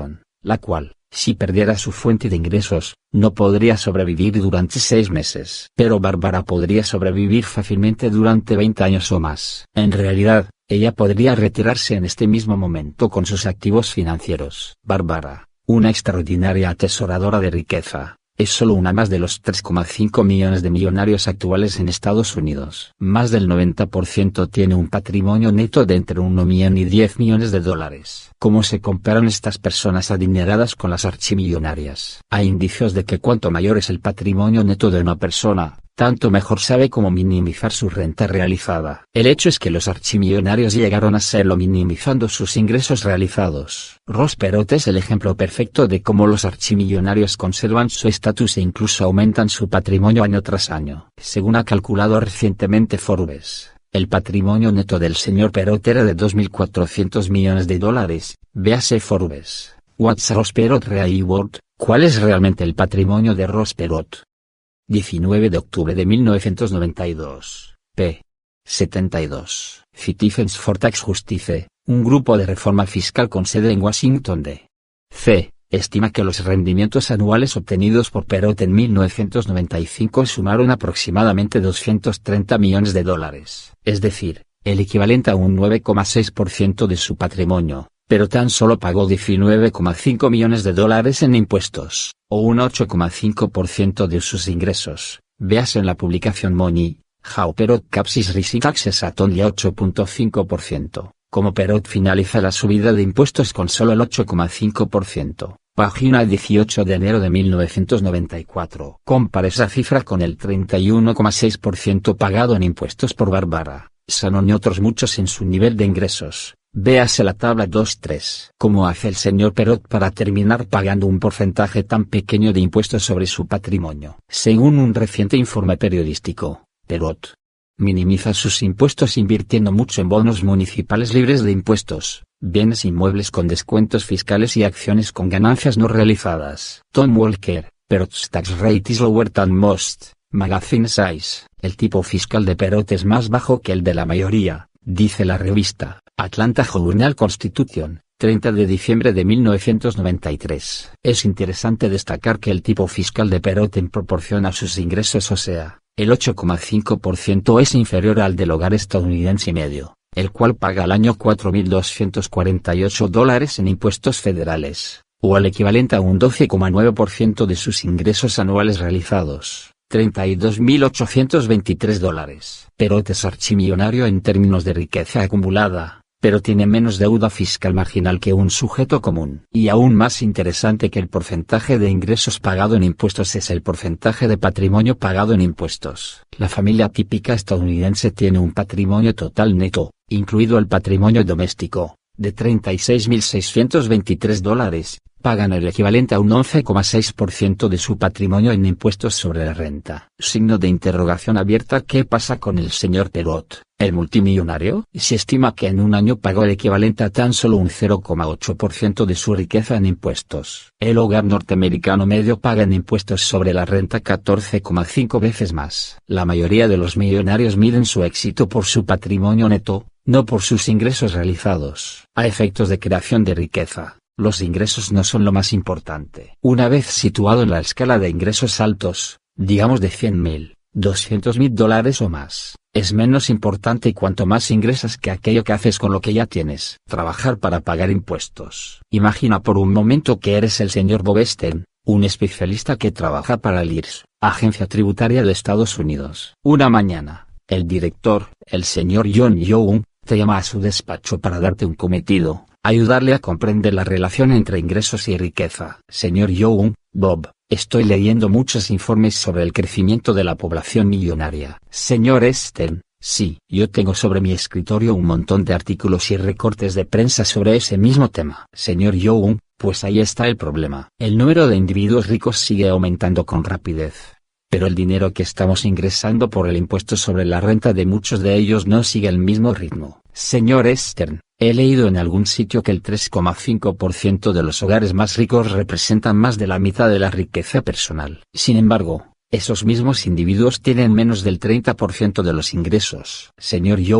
la cual, si perdiera su fuente de ingresos, no podría sobrevivir durante seis meses. Pero Bárbara podría sobrevivir fácilmente durante veinte años o más. En realidad, ella podría retirarse en este mismo momento con sus activos financieros. Bárbara, una extraordinaria atesoradora de riqueza, es solo una más de los tres coma cinco millones de millonarios actuales en Estados Unidos. Más del noventa por ciento tiene un patrimonio neto de entre un millón y diez millones de dólares. ¿Cómo se comparan estas personas adineradas con las archimillonarias? Hay indicios de que cuanto mayor es el patrimonio neto de una persona, tanto mejor sabe cómo minimizar su renta realizada. El hecho es que los archimillonarios llegaron a serlo minimizando sus ingresos realizados. Ross Perot es el ejemplo perfecto de cómo los archimillonarios conservan su estatus e incluso aumentan su patrimonio año tras año. Según ha calculado recientemente Forbes, el patrimonio neto del señor Perot era de dos mil cuatrocientos millones de dólares. Véase Forbes. What's Ross Perot Really Worth? ¿Cuál es realmente el patrimonio de Ross Perot? diecinueve de octubre de mil novecientos noventa y dos, p. setenta y dos. Citizens for Tax Justice, un grupo de reforma fiscal con sede en Washington, D. C., estima que los rendimientos anuales obtenidos por Perot en mil novecientos noventa y cinco sumaron aproximadamente doscientos treinta millones de dólares, es decir, el equivalente a un nueve coma seis por ciento de su patrimonio, pero tan solo pagó diecinueve coma cinco millones de dólares en impuestos, o un ocho coma cinco por ciento de sus ingresos. Véase en la publicación Money, How Perot Caps His Rising Taxes at Only ocho coma cinco por ciento, como Perot finaliza la subida de impuestos con solo el ocho coma cinco por ciento. Página dieciocho de enero de mil novecientos noventa y cuatro. Compara esa cifra con el treinta y uno coma seis por ciento pagado en impuestos por Bárbara Shannon y otros muchos en su nivel de ingresos. Véase la tabla dos tres. ¿Cómo hace el señor Perot para terminar pagando un porcentaje tan pequeño de impuestos sobre su patrimonio? Según un reciente informe periodístico, Perot minimiza sus impuestos invirtiendo mucho en bonos municipales libres de impuestos, bienes inmuebles con descuentos fiscales y acciones con ganancias no realizadas. Tom Walker, Perot's tax rate is lower than most, magazine says. El tipo fiscal de Perot es más bajo que el de la mayoría, dice la revista Atlanta Journal-Constitution, treinta de diciembre de mil novecientos noventa y tres. Es interesante destacar que el tipo fiscal de Perot en proporción a sus ingresos, o sea, el ocho coma cinco por ciento, es inferior al del hogar estadounidense medio, el cual paga al año cuatro mil doscientos cuarenta y ocho dólares en impuestos federales, o al equivalente a un doce coma nueve por ciento de sus ingresos anuales realizados, treinta y dos mil ochocientos veintitrés dólares. Perot es archimillonario en términos de riqueza acumulada, pero tiene menos deuda fiscal marginal que un sujeto común. Y aún más interesante que el porcentaje de ingresos pagado en impuestos es el porcentaje de patrimonio pagado en impuestos. La familia típica estadounidense tiene un patrimonio total neto, incluido el patrimonio doméstico, de treinta y seis mil seiscientos veintitrés dólares, pagan el equivalente a un once coma seis por ciento de su patrimonio en impuestos sobre la renta. Signo de interrogación abierta. ¿Qué pasa con el señor Perot, el multimillonario? Se estima que en un año pagó el equivalente a tan solo un cero coma ocho por ciento de su riqueza en impuestos. El hogar norteamericano medio paga en impuestos sobre la renta catorce coma cinco veces más. La mayoría de los millonarios miden su éxito por su patrimonio neto, no por sus ingresos realizados. A efectos de creación de riqueza, los ingresos no son lo más importante. Una vez situado en la escala de ingresos altos, digamos de cien mil, doscientos mil dólares o más, es menos importante cuanto más ingresas que aquello que haces con lo que ya tienes. Trabajar para pagar impuestos. Imagina por un momento que eres el señor Bob Stern, un especialista que trabaja para el I R S, Agencia Tributaria de Estados Unidos. Una mañana, el director, el señor John Young, te llama a su despacho para darte un cometido: ayudarle a comprender la relación entre ingresos y riqueza. Señor Young, Bob, estoy leyendo muchos informes sobre el crecimiento de la población millonaria. Señor Stern, sí, yo tengo sobre mi escritorio un montón de artículos y recortes de prensa sobre ese mismo tema. Señor Young, pues ahí está el problema. El número de individuos ricos sigue aumentando con rapidez, pero el dinero que estamos ingresando por el impuesto sobre la renta de muchos de ellos no sigue el mismo ritmo. Señor Stern, he leído en algún sitio que el tres coma cinco por ciento de los hogares más ricos representan más de la mitad de la riqueza personal. Sin embargo, esos mismos individuos tienen menos del treinta por ciento de los ingresos. Señor Young,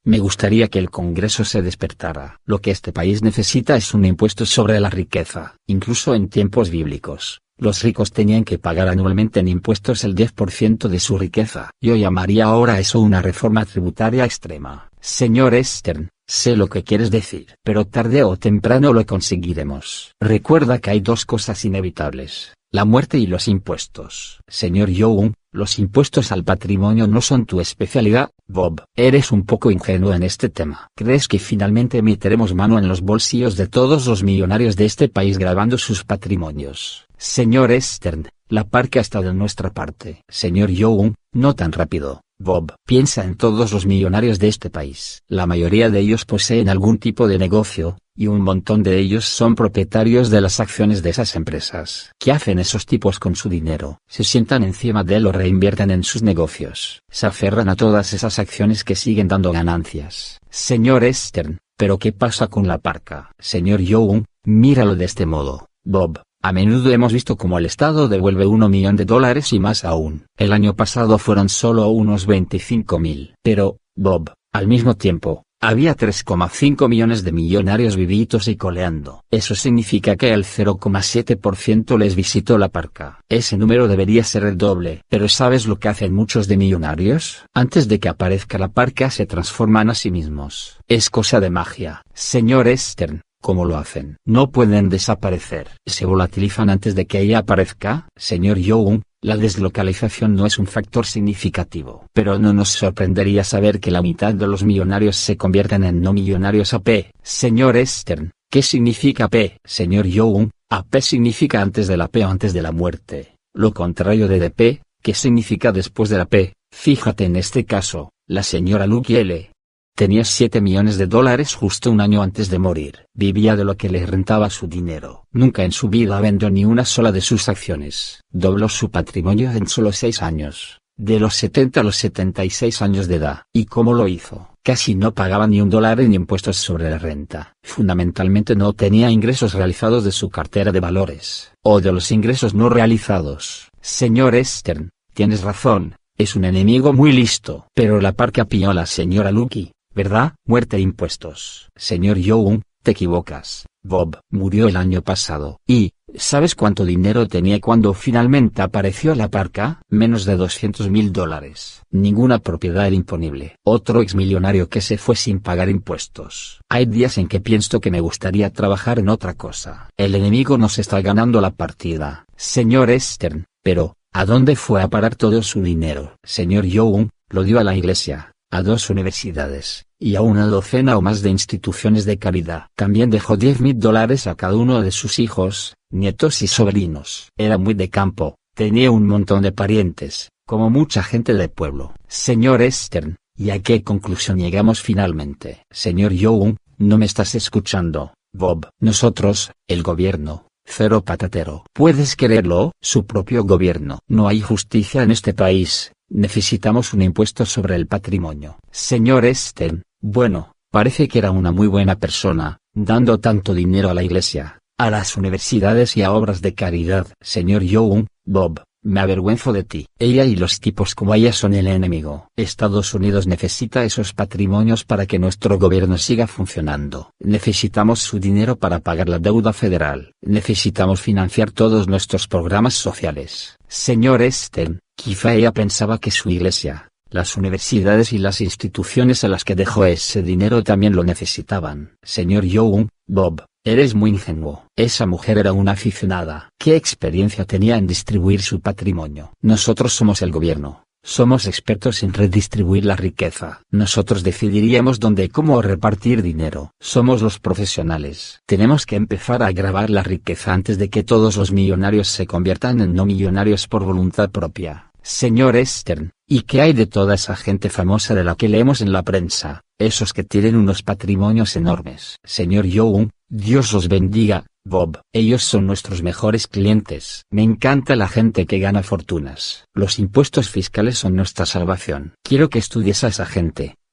Me gustaría que el Congreso se despertara. Lo que este país necesita es un impuesto sobre la riqueza. Incluso en tiempos bíblicos, los ricos tenían que pagar anualmente en impuestos el diez por ciento de su riqueza. Yo llamaría ahora a eso una reforma tributaria extrema. Señor Stern, sé lo que quieres decir, pero tarde o temprano lo conseguiremos. Recuerda que hay dos cosas inevitables: la muerte y los impuestos. Señor Young, los impuestos al patrimonio no son tu especialidad, Bob. Eres un poco ingenuo en este tema. ¿Crees que finalmente meteremos mano en los bolsillos de todos los millonarios de este país grabando sus patrimonios? Señor Stern, la parca está de nuestra parte. Señor Young, no tan rápido, Bob. Piensa en todos los millonarios de este país. La mayoría de ellos poseen algún tipo de negocio, y un montón de ellos son propietarios de las acciones de esas empresas. ¿Qué hacen esos tipos con su dinero? Se sientan encima de él o reinvierten en sus negocios. Se aferran a todas esas acciones que siguen dando ganancias. Señor Stern, ¿pero qué pasa con la parca? Señor Young, míralo de este modo, Bob. A menudo hemos visto cómo el Estado devuelve un millón de dólares y más aún. El año pasado fueron solo unos veinticinco mil. Pero, Bob, al mismo tiempo, había tres coma cinco millones de millonarios vivitos y coleando. Eso significa que el cero coma siete por ciento les visitó la parca. Ese número debería ser el doble. Pero ¿sabes lo que hacen muchos de millonarios? Antes de que aparezca la parca se transforman a sí mismos. Es cosa de magia. Señor Stern, ¿cómo lo hacen? No pueden desaparecer. ¿Se volatilizan antes de que ella aparezca? Señor Young, la deslocalización no es un factor significativo. Pero no nos sorprendería saber que la mitad de los millonarios se convierten en no millonarios A P. Señor Stern, ¿qué significa A P? Señor Young, A P significa antes de la P o antes de la muerte. Lo contrario de D P, ¿qué significa después de la P? Fíjate en este caso, la señora Lucky L. tenía siete millones de dólares justo un año antes de morir. Vivía de lo que le rentaba su dinero. Nunca en su vida vendió ni una sola de sus acciones. Dobló su patrimonio en solo seis años. De los setenta a los setenta y seis años de edad. ¿Y cómo lo hizo? Casi no pagaba ni un dólar en impuestos sobre la renta. Fundamentalmente no tenía ingresos realizados de su cartera de valores. O de los ingresos no realizados. Señor Stern, tienes razón. Es un enemigo muy listo. Pero la parca pilló a la señora Lucky, ¿verdad? Muerte e impuestos. Señor Young, te equivocas. Bob murió el año pasado. ¿Y sabes cuánto dinero tenía cuando finalmente apareció la parca? Menos de doscientos mil dólares. Ninguna propiedad era imponible. Otro exmillonario que se fue sin pagar impuestos. Hay días en que pienso que me gustaría trabajar en otra cosa. El enemigo nos está ganando la partida. Señor Stern, pero ¿a dónde fue a parar todo su dinero? Señor Young, lo dio a la iglesia, a dos universidades, y a una docena o más de instituciones de caridad. También dejó diez mil dólares a cada uno de sus hijos, nietos y sobrinos. Era muy de campo, tenía un montón de parientes, como mucha gente del pueblo. Señor Stern, ¿y a qué conclusión llegamos finalmente? Señor Young, no me estás escuchando, Bob. Nosotros, el gobierno, cero patatero. ¿Puedes creerlo? Su propio gobierno. No hay justicia en este país. Necesitamos un impuesto sobre el patrimonio. Señor Stern, bueno, parece que era una muy buena persona, dando tanto dinero a la iglesia, a las universidades y a obras de caridad. Señor Young, Bob, me avergüenzo de ti. Ella y los tipos como ella son el enemigo. Estados Unidos necesita esos patrimonios para que nuestro gobierno siga funcionando. Necesitamos su dinero para pagar la deuda federal. Necesitamos financiar todos nuestros programas sociales. Señor Stern, quizá ella pensaba que su iglesia, las universidades y las instituciones a las que dejó ese dinero también lo necesitaban. Señor Young, Bob, eres muy ingenuo. Esa mujer era una aficionada. ¿Qué experiencia tenía en distribuir su patrimonio? Nosotros somos el gobierno. Somos expertos en redistribuir la riqueza. Nosotros decidiríamos dónde y cómo repartir dinero. Somos los profesionales. Tenemos que empezar a grabar la riqueza antes de que todos los millonarios se conviertan en no millonarios por voluntad propia. Señor Stern, ¿y qué hay de toda esa gente famosa de la que leemos en la prensa? Esos que tienen unos patrimonios enormes. Señor Young, Dios los bendiga, Bob. Ellos son nuestros mejores clientes. Me encanta la gente que gana fortunas. Los impuestos fiscales son nuestra salvación. Quiero que estudies a esa gente,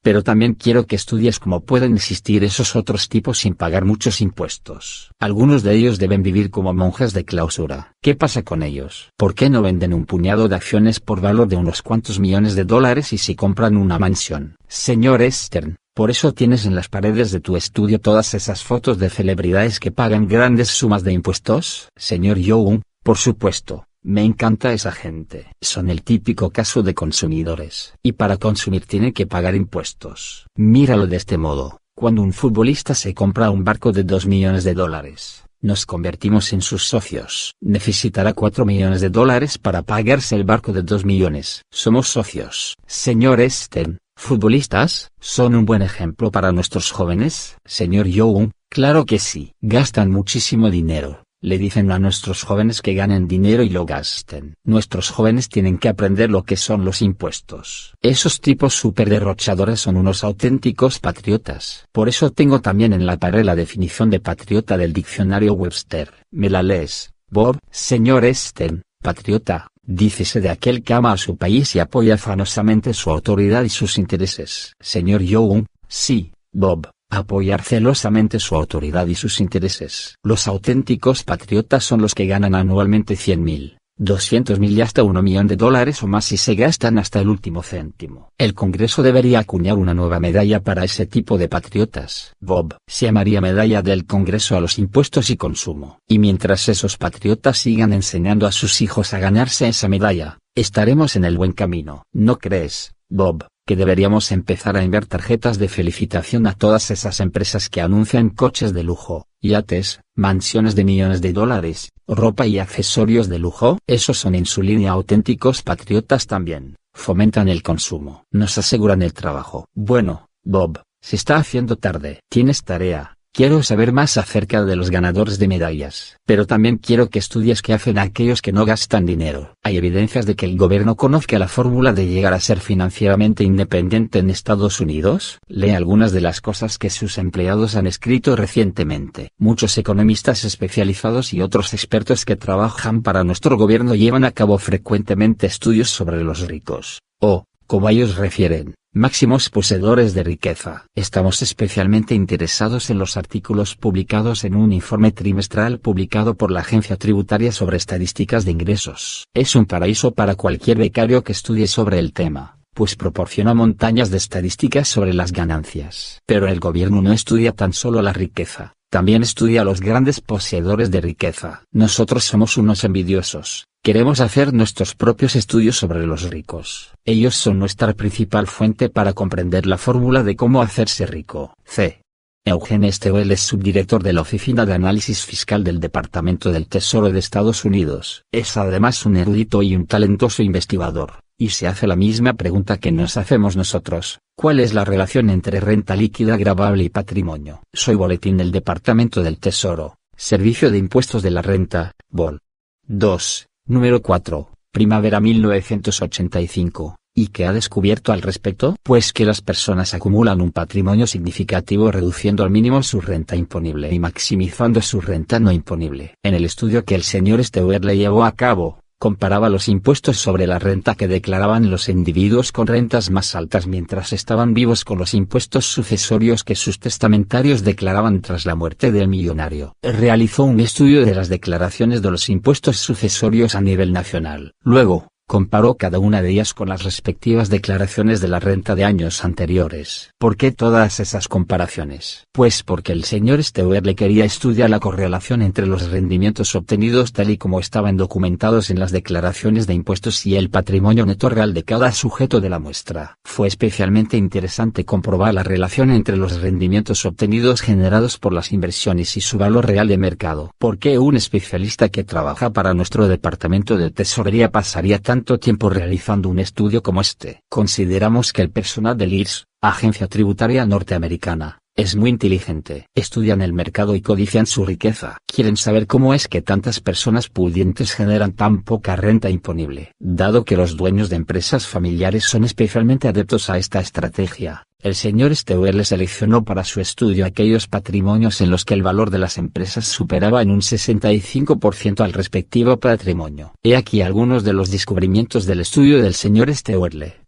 Pero también quiero que estudies cómo pueden existir esos otros tipos sin pagar muchos impuestos. Algunos de ellos deben vivir como monjes de clausura. ¿Qué pasa con ellos? ¿Por qué no venden un puñado de acciones por valor de unos cuantos millones de dólares y si compran una mansión? Señor Stern, por eso tienes en las paredes de tu estudio todas esas fotos de celebridades que pagan grandes sumas de impuestos. Señor Young, por supuesto. Me encanta esa gente. Son el típico caso de consumidores. Y para consumir tiene que pagar impuestos. Míralo de este modo. Cuando un futbolista se compra un barco de dos millones de dólares, nos convertimos en sus socios. Necesitará cuatro millones de dólares para pagarse el barco de dos millones. Somos socios. Señor Stern, ¿futbolistas son un buen ejemplo para nuestros jóvenes? Señor Young, claro que sí. Gastan muchísimo dinero. Le dicen a nuestros jóvenes que ganen dinero y lo gasten. Nuestros jóvenes tienen que aprender lo que son los impuestos. Esos tipos super derrochadores son unos auténticos patriotas. Por eso tengo también en la pared la definición de patriota del diccionario Webster. ¿Me la lees, Bob? Señor Stern, patriota, dícese de aquel que ama a su país y apoya afanosamente su autoridad y sus intereses. Señor Young, sí, Bob. Apoyar celosamente su autoridad y sus intereses. Los auténticos patriotas son los que ganan anualmente cien mil, doscientos mil y hasta un millón de dólares o más y se gastan hasta el último céntimo. El Congreso debería acuñar una nueva medalla para ese tipo de patriotas. Bob, se llamaría medalla del Congreso a los impuestos y consumo. Y mientras esos patriotas sigan enseñando a sus hijos a ganarse esa medalla, estaremos en el buen camino. ¿No crees, Bob, que deberíamos empezar a enviar tarjetas de felicitación a todas esas empresas que anuncian coches de lujo, yates, mansiones de millones de dólares, ropa y accesorios de lujo? Esos son en su línea auténticos patriotas también. Fomentan el consumo. Nos aseguran el trabajo. Bueno, Bob, se está haciendo tarde. Tienes tarea. Quiero saber más acerca de los ganadores de medallas. Pero también quiero que estudies qué hacen aquellos que no gastan dinero. Hay evidencias de que el gobierno conozca la fórmula de llegar a ser financieramente independiente en Estados Unidos. Lee algunas de las cosas que sus empleados han escrito recientemente. Muchos economistas especializados y otros expertos que trabajan para nuestro gobierno llevan a cabo frecuentemente estudios sobre los ricos, o, como ellos refieren, máximos poseedores de riqueza. Estamos especialmente interesados en los artículos publicados en un informe trimestral publicado por la Agencia Tributaria sobre Estadísticas de Ingresos. Es un paraíso para cualquier becario que estudie sobre el tema, pues proporciona montañas de estadísticas sobre las ganancias. Pero el gobierno no estudia tan solo la riqueza, también estudia a los grandes poseedores de riqueza. Nosotros somos unos envidiosos. Queremos hacer nuestros propios estudios sobre los ricos. Ellos son nuestra principal fuente para comprender la fórmula de cómo hacerse rico. C. Eugene Stewell es subdirector de la Oficina de Análisis Fiscal del Departamento del Tesoro de Estados Unidos. Es además un erudito y un talentoso investigador, y se hace la misma pregunta que nos hacemos nosotros: ¿cuál es la relación entre renta líquida gravable y patrimonio? Soy boletín del Departamento del Tesoro, Servicio de Impuestos de la Renta, Vol. dos. Número cuatro, primavera mil novecientos ochenta y cinco, ¿y qué ha descubierto al respecto? Pues que las personas acumulan un patrimonio significativo reduciendo al mínimo su renta imponible y maximizando su renta no imponible. En el estudio que el señor Stewart le llevó a cabo, comparaba los impuestos sobre la renta que declaraban los individuos con rentas más altas mientras estaban vivos con los impuestos sucesorios que sus testamentarios declaraban tras la muerte del millonario. Realizó un estudio de las declaraciones de los impuestos sucesorios a nivel nacional. Luego, comparó cada una de ellas con las respectivas declaraciones de la renta de años anteriores. ¿Por qué todas esas comparaciones? Pues porque el señor Stewart le quería estudiar la correlación entre los rendimientos obtenidos tal y como estaban documentados en las declaraciones de impuestos y el patrimonio neto real de cada sujeto de la muestra. Fue especialmente interesante comprobar la relación entre los rendimientos obtenidos generados por las inversiones y su valor real de mercado. ¿Por qué un especialista que trabaja para nuestro departamento de tesorería pasaría tan tanto tiempo realizando un estudio como este? Consideramos que el personal del I R S, Agencia Tributaria Norteamericana, es muy inteligente. Estudian el mercado y codician su riqueza. Quieren saber cómo es que tantas personas pudientes generan tan poca renta imponible. Dado que los dueños de empresas familiares son especialmente adeptos a esta estrategia, el señor Stewart le seleccionó para su estudio aquellos patrimonios en los que el valor de las empresas superaba en un sesenta y cinco por ciento al respectivo patrimonio. He aquí algunos de los descubrimientos del estudio del señor Stewart.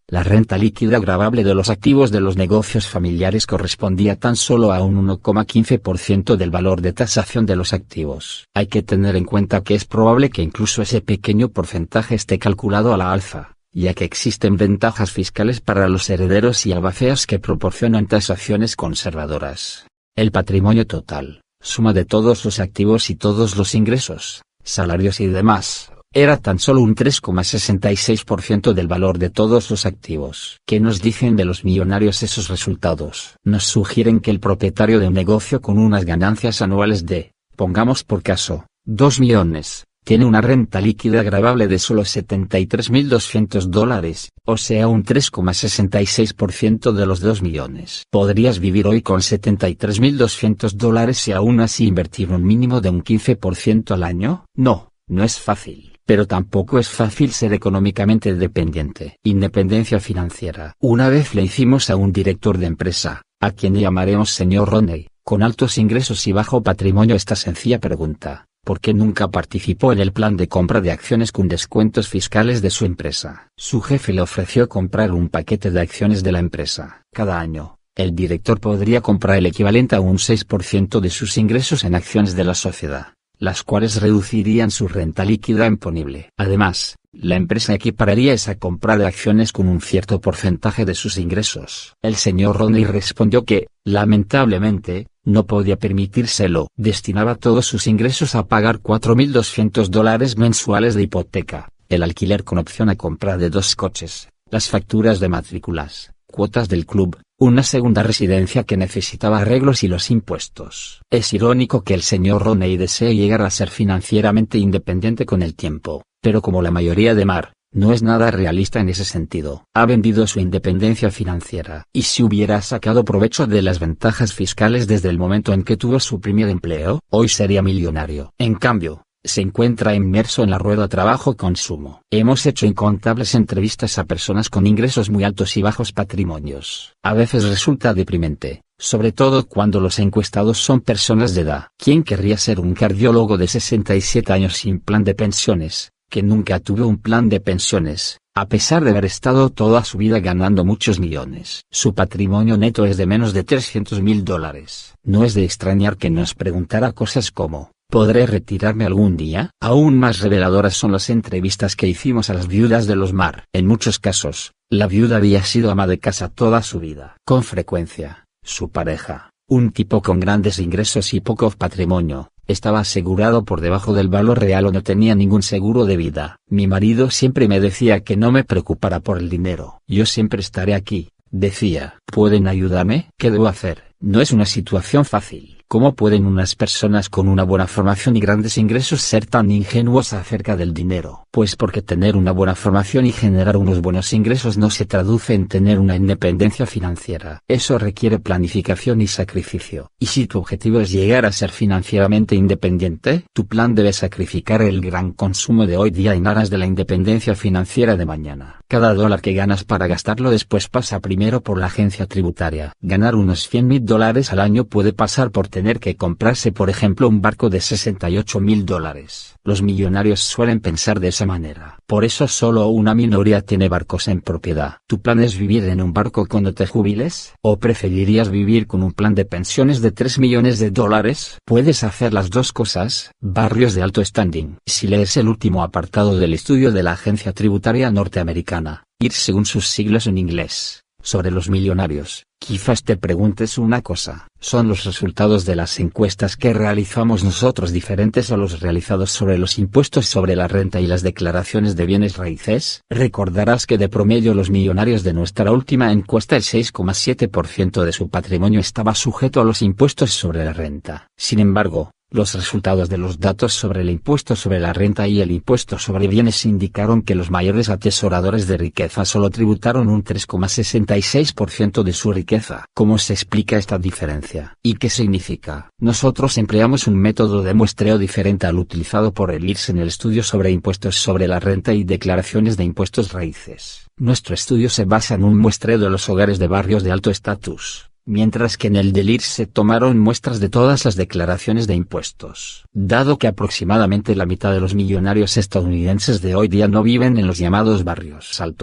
la renta líquida gravable de los activos de los negocios familiares correspondía tan solo a un uno coma quince por ciento del valor de tasación de los activos. Hay que tener en cuenta que es probable que incluso ese pequeño porcentaje esté calculado a la alza, ya que existen ventajas fiscales para los herederos y albaceas que proporcionan tasaciones conservadoras. El patrimonio total, suma de todos los activos y todos los ingresos, salarios y demás, era tan solo un tres coma sesenta y seis por ciento del valor de todos los activos. ¿Qué nos dicen de los millonarios esos resultados? Nos sugieren que el propietario de un negocio con unas ganancias anuales de, pongamos por caso, dos millones, tiene una renta líquida gravable de solo setenta y tres mil doscientos dólares, o sea un tres coma sesenta y seis por ciento de los dos millones. ¿Podrías vivir hoy con setenta y tres mil doscientos dólares y aún así invertir un mínimo de un quince por ciento al año? No, no es fácil, pero tampoco es fácil ser económicamente dependiente. Independencia financiera. Una vez le hicimos a un director de empresa, a quien llamaremos señor Roney, con altos ingresos y bajo patrimonio esta sencilla pregunta: ¿por qué nunca participó en el plan de compra de acciones con descuentos fiscales de su empresa? Su jefe le ofreció comprar un paquete de acciones de la empresa. Cada año, el director podría comprar el equivalente a un seis por ciento de sus ingresos en acciones de la sociedad, las cuales reducirían su renta líquida imponible. Además, la empresa equipararía esa compra de acciones con un cierto porcentaje de sus ingresos. El señor Roney respondió que, lamentablemente, no podía permitírselo. Destinaba todos sus ingresos a pagar cuatro mil doscientos dólares mensuales de hipoteca, el alquiler con opción a compra de dos coches, las facturas de matrículas, cuotas del club, una segunda residencia que necesitaba arreglos y los impuestos. Es irónico que el señor Roney desee llegar a ser financieramente independiente con el tiempo, pero como la mayoría de Mar, no es nada realista en ese sentido. Ha vendido su independencia financiera. Y si hubiera sacado provecho de las ventajas fiscales desde el momento en que tuvo su primer empleo, hoy sería millonario. En cambio, se encuentra inmerso en la rueda trabajo-consumo. Hemos hecho incontables entrevistas a personas con ingresos muy altos y bajos patrimonios. A veces resulta deprimente, sobre todo cuando los encuestados son personas de edad. ¿Quién querría ser un cardiólogo de sesenta y siete años sin plan de pensiones, que nunca tuvo un plan de pensiones, a pesar de haber estado toda su vida ganando muchos millones? Su patrimonio neto es de menos de trescientos mil dólares. No es de extrañar que nos preguntara cosas como: ¿podré retirarme algún día? Aún más reveladoras son las entrevistas que hicimos a las viudas de los Mar. En muchos casos, la viuda había sido ama de casa toda su vida. Con frecuencia, su pareja, un tipo con grandes ingresos y poco patrimonio, estaba asegurado por debajo del valor real o no tenía ningún seguro de vida. Mi marido siempre me decía que no me preocupara por el dinero. Yo siempre estaré aquí, decía. ¿Pueden ayudarme? ¿Qué debo hacer? No es una situación fácil. ¿Cómo pueden unas personas con una buena formación y grandes ingresos ser tan ingenuos acerca del dinero? Pues porque tener una buena formación y generar unos buenos ingresos no se traduce en tener una independencia financiera. Eso requiere planificación y sacrificio. Y si tu objetivo es llegar a ser financieramente independiente, tu plan debe sacrificar el gran consumo de hoy día en aras de la independencia financiera de mañana. Cada dólar que ganas para gastarlo después pasa primero por la agencia tributaria. Ganar unos cien mil dólares al año puede pasar por tener que comprarse por ejemplo un barco de sesenta y ocho mil dólares. Los millonarios suelen pensar de esa manera. Por eso solo una minoría tiene barcos en propiedad. ¿Tu plan es vivir en un barco cuando te jubiles? ¿O preferirías vivir con un plan de pensiones de tres millones de dólares? Puedes hacer las dos cosas. Barrios de alto standing. Si lees el último apartado del estudio de la agencia tributaria norteamericana, I R S según sus siglas en inglés, sobre los millonarios, quizás te preguntes una cosa: ¿son los resultados de las encuestas que realizamos nosotros diferentes a los realizados sobre los impuestos sobre la renta y las declaraciones de bienes raíces? Recordarás que de promedio los millonarios de nuestra última encuesta el seis coma siete por ciento de su patrimonio estaba sujeto a los impuestos sobre la renta. Sin embargo, los resultados de los datos sobre el impuesto sobre la renta y el impuesto sobre bienes indicaron que los mayores atesoradores de riqueza solo tributaron un tres coma sesenta y seis por ciento de su riqueza. ¿Cómo se explica esta diferencia? ¿Y qué significa? Nosotros empleamos un método de muestreo diferente al utilizado por el I R S en el estudio sobre impuestos sobre la renta y declaraciones de impuestos raíces. Nuestro estudio se basa en un muestreo de los hogares de barrios de alto estatus, mientras que en el del I R S se tomaron muestras de todas las declaraciones de impuestos. Dado que aproximadamente la mitad de los millonarios estadounidenses de hoy día no viven en los llamados barrios altos,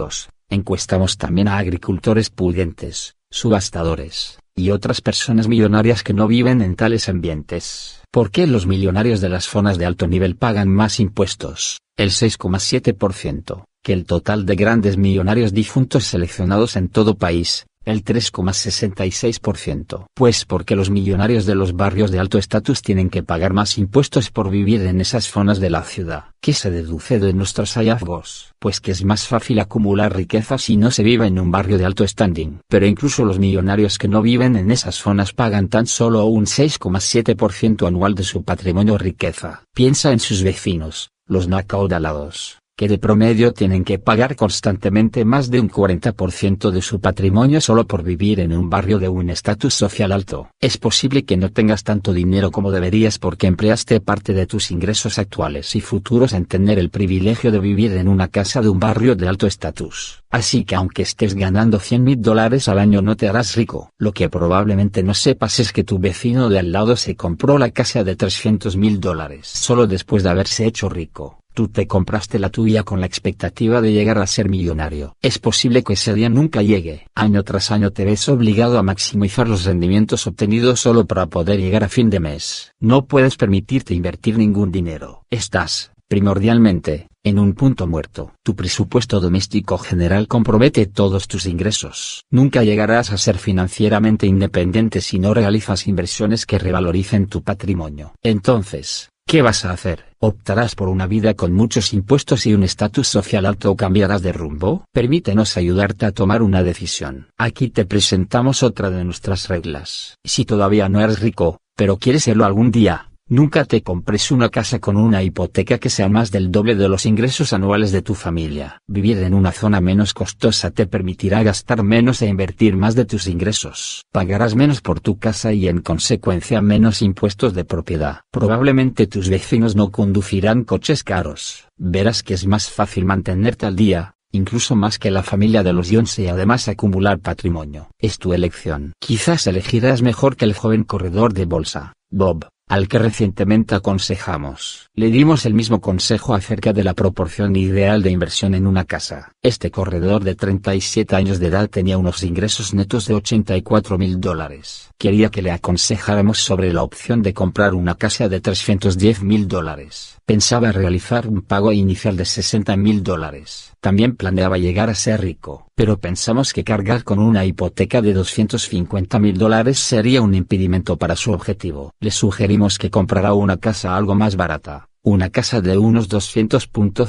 encuestamos también a agricultores pudientes, subastadores, y otras personas millonarias que no viven en tales ambientes. ¿Por qué los millonarios de las zonas de alto nivel pagan más impuestos, el seis coma siete por ciento, que el total de grandes millonarios difuntos seleccionados en todo país, el tres coma sesenta y seis por ciento? Pues porque los millonarios de los barrios de alto estatus tienen que pagar más impuestos por vivir en esas zonas de la ciudad. ¿Qué se deduce de nuestros hallazgos? Pues que es más fácil acumular riqueza si no se vive en un barrio de alto standing. Pero incluso los millonarios que no viven en esas zonas pagan tan solo un seis coma siete por ciento anual de su patrimonio o riqueza. Piensa en sus vecinos, los no acaudalados, que de promedio tienen que pagar constantemente más de un cuarenta por ciento de su patrimonio solo por vivir en un barrio de un estatus social alto. Es posible que no tengas tanto dinero como deberías porque empleaste parte de tus ingresos actuales y futuros en tener el privilegio de vivir en una casa de un barrio de alto estatus. Así que aunque estés ganando cien mil dólares al año no te harás rico. Lo que probablemente no sepas es que tu vecino de al lado se compró la casa de trescientos mil dólares solo después de haberse hecho rico. Tú te compraste la tuya con la expectativa de llegar a ser millonario. Es posible que ese día nunca llegue. Año tras año te ves obligado a maximizar los rendimientos obtenidos solo para poder llegar a fin de mes. No puedes permitirte invertir ningún dinero. Estás, primordialmente, en un punto muerto. Tu presupuesto doméstico general compromete todos tus ingresos. Nunca llegarás a ser financieramente independiente si no realizas inversiones que revaloricen tu patrimonio. Entonces, ¿qué vas a hacer? ¿Optarás por una vida con muchos impuestos y un estatus social alto o cambiarás de rumbo? Permítenos ayudarte a tomar una decisión. Aquí te presentamos otra de nuestras reglas. Si todavía no eres rico, pero quieres serlo algún día, nunca te compres una casa con una hipoteca que sea más del doble de los ingresos anuales de tu familia. Vivir en una zona menos costosa te permitirá gastar menos e invertir más de tus ingresos. Pagarás menos por tu casa y en consecuencia menos impuestos de propiedad. Probablemente tus vecinos no conducirán coches caros. Verás que es más fácil mantenerte al día, incluso más que la familia de los Jones y además acumular patrimonio. Es tu elección. Quizás elegirás mejor que el joven corredor de bolsa, Bob, al que recientemente aconsejamos. Le dimos el mismo consejo acerca de la proporción ideal de inversión en una casa. Este corredor de treinta y siete años de edad tenía unos ingresos netos de ochenta y cuatro mil dólares. Quería que le aconsejáramos sobre la opción de comprar una casa de trescientos diez mil dólares. Pensaba realizar un pago inicial de sesenta mil dólares. También planeaba llegar a ser rico, pero pensamos que cargar con una hipoteca de doscientos cincuenta mil dólares sería un impedimento para su objetivo. Le sugerimos que comprara una casa algo más barata, una casa de unos doscientos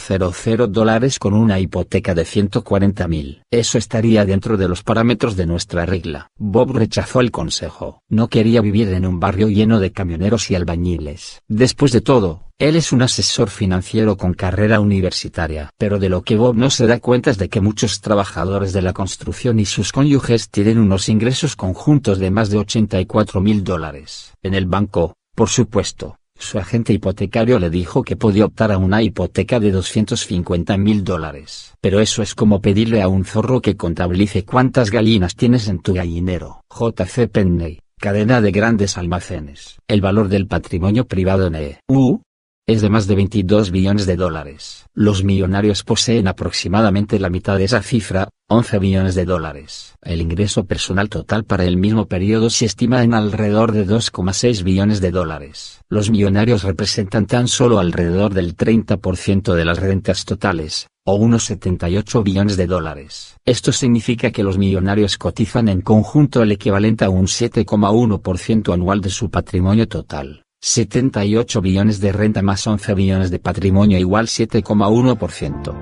mil dólares con una hipoteca de ciento cuarenta mil. Eso estaría dentro de los parámetros de nuestra regla. Bob rechazó el consejo. No quería vivir en un barrio lleno de camioneros y albañiles. Después de todo, él es un asesor financiero con carrera universitaria. Pero de lo que Bob no se da cuenta es de que muchos trabajadores de la construcción y sus cónyuges tienen unos ingresos conjuntos de más de ochenta y cuatro mil dólares. En el banco, por supuesto, su agente hipotecario le dijo que podía optar a una hipoteca de doscientos cincuenta mil dólares. Pero eso es como pedirle a un zorro que contabilice cuántas gallinas tienes en tu gallinero. J C Penney, cadena de grandes almacenes. El valor del patrimonio privado en E U es de más de veintidós billones de dólares. Los millonarios poseen aproximadamente la mitad de esa cifra, once billones de dólares. El ingreso personal total para el mismo periodo se estima en alrededor de dos coma seis billones de dólares. Los millonarios representan tan solo alrededor del treinta por ciento de las rentas totales, o unos setenta y ocho billones de dólares. Esto significa que los millonarios cotizan en conjunto el equivalente a un siete coma uno por ciento anual de su patrimonio total. setenta y ocho billones de renta más once billones de patrimonio igual siete coma uno por ciento.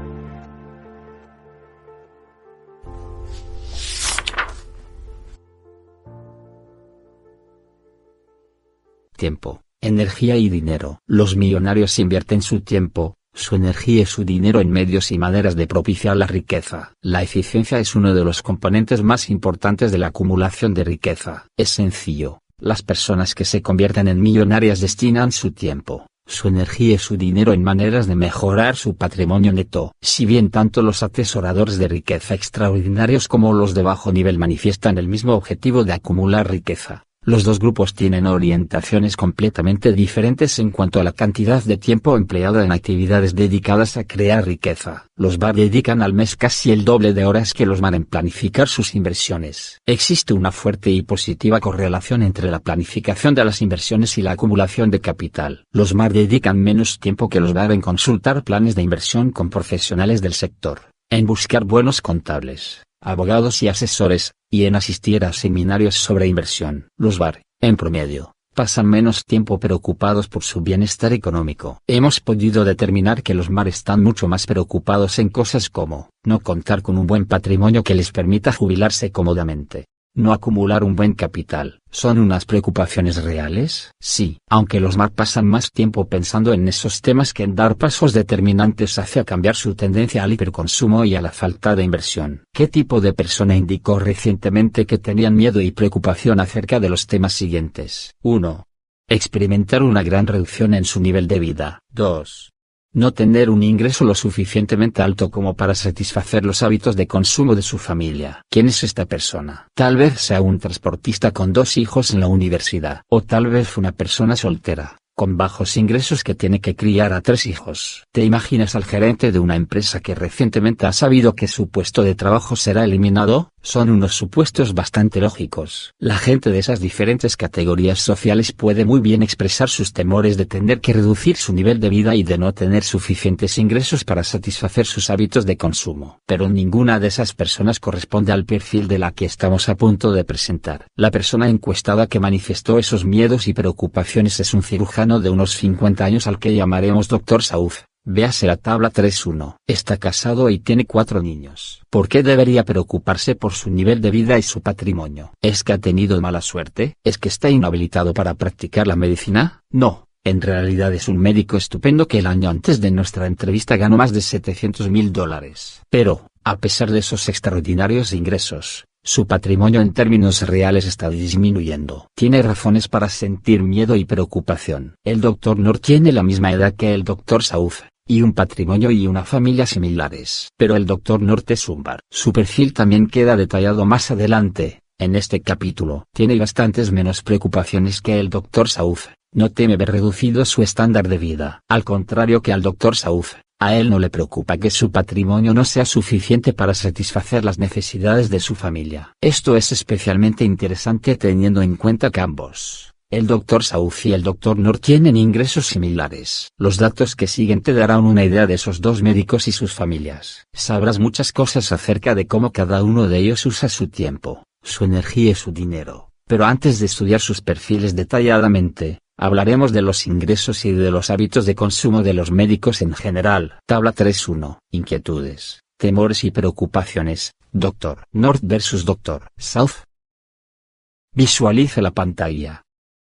Tiempo, energía y dinero. Los millonarios invierten su tiempo, su energía y su dinero en medios y maneras de propiciar la riqueza. La eficiencia es uno de los componentes más importantes de la acumulación de riqueza. Es sencillo. Las personas que se convierten en millonarias destinan su tiempo, su energía y su dinero en maneras de mejorar su patrimonio neto. Si bien tanto los atesoradores de riqueza extraordinarios como los de bajo nivel manifiestan el mismo objetivo de acumular riqueza, Los dos grupos tienen orientaciones completamente diferentes en cuanto a la cantidad de tiempo empleado en actividades dedicadas a crear riqueza. Los V A R dedican al mes casi el doble de horas que los M A R en planificar sus inversiones. Existe una fuerte y positiva correlación entre la planificación de las inversiones y la acumulación de capital. Los M A R dedican menos tiempo que los V A R en consultar planes de inversión con profesionales del sector, en buscar buenos contables, abogados y asesores, y en asistir a seminarios sobre inversión. Los V A R, en promedio, pasan menos tiempo preocupados por su bienestar económico. Hemos podido determinar que los M A R están mucho más preocupados en cosas como, no contar con un buen patrimonio que les permita jubilarse cómodamente, no acumular un buen capital. ¿Son unas preocupaciones reales? Sí, aunque los M A R pasan más tiempo pensando en esos temas que en dar pasos determinantes hacia cambiar su tendencia al hiperconsumo y a la falta de inversión. ¿Qué tipo de persona indicó recientemente que tenían miedo y preocupación acerca de los temas siguientes? uno. Experimentar una gran reducción en su nivel de vida. dos. No tener un ingreso lo suficientemente alto como para satisfacer los hábitos de consumo de su familia. ¿Quién es esta persona? Tal vez sea un transportista con dos hijos en la universidad. O tal vez una persona soltera, con bajos ingresos que tiene que criar a tres hijos. ¿Te imaginas al gerente de una empresa que recientemente ha sabido que su puesto de trabajo será eliminado? Son unos supuestos bastante lógicos. La gente de esas diferentes categorías sociales puede muy bien expresar sus temores de tener que reducir su nivel de vida y de no tener suficientes ingresos para satisfacer sus hábitos de consumo. Pero ninguna de esas personas corresponde al perfil de la que estamos a punto de presentar. La persona encuestada que manifestó esos miedos y preocupaciones es un cirujano de unos cincuenta años al que llamaremos doctor Saúd. Véase la tabla tres punto uno. Está casado y tiene cuatro niños. ¿Por qué debería preocuparse por su nivel de vida y su patrimonio? ¿Es que ha tenido mala suerte? ¿Es que está inhabilitado para practicar la medicina? No, en realidad es un médico estupendo que el año antes de nuestra entrevista ganó más de setecientos mil dólares. Pero, a pesar de esos extraordinarios ingresos, su patrimonio en términos reales está disminuyendo. Tiene razones para sentir miedo y preocupación. El doctor North tiene la misma edad que el doctor Saúd, y un patrimonio y una familia similares. Pero el doctor North es un V A R. Su perfil también queda detallado más adelante, en este capítulo. Tiene bastantes menos preocupaciones que el doctor Saúd. No teme ver reducido su estándar de vida. Al contrario que al doctor Saúd, a él no le preocupa que su patrimonio no sea suficiente para satisfacer las necesidades de su familia. Esto es especialmente interesante teniendo en cuenta que ambos, el doctor Saúd y el doctor North, tienen ingresos similares. Los datos que siguen te darán una idea de esos dos médicos y sus familias. Sabrás muchas cosas acerca de cómo cada uno de ellos usa su tiempo, su energía y su dinero. Pero antes de estudiar sus perfiles detalladamente, hablaremos de los ingresos y de los hábitos de consumo de los médicos en general. Tabla tres punto uno. Inquietudes, temores y preocupaciones. doctor North versus doctor Saúd. Visualice la pantalla.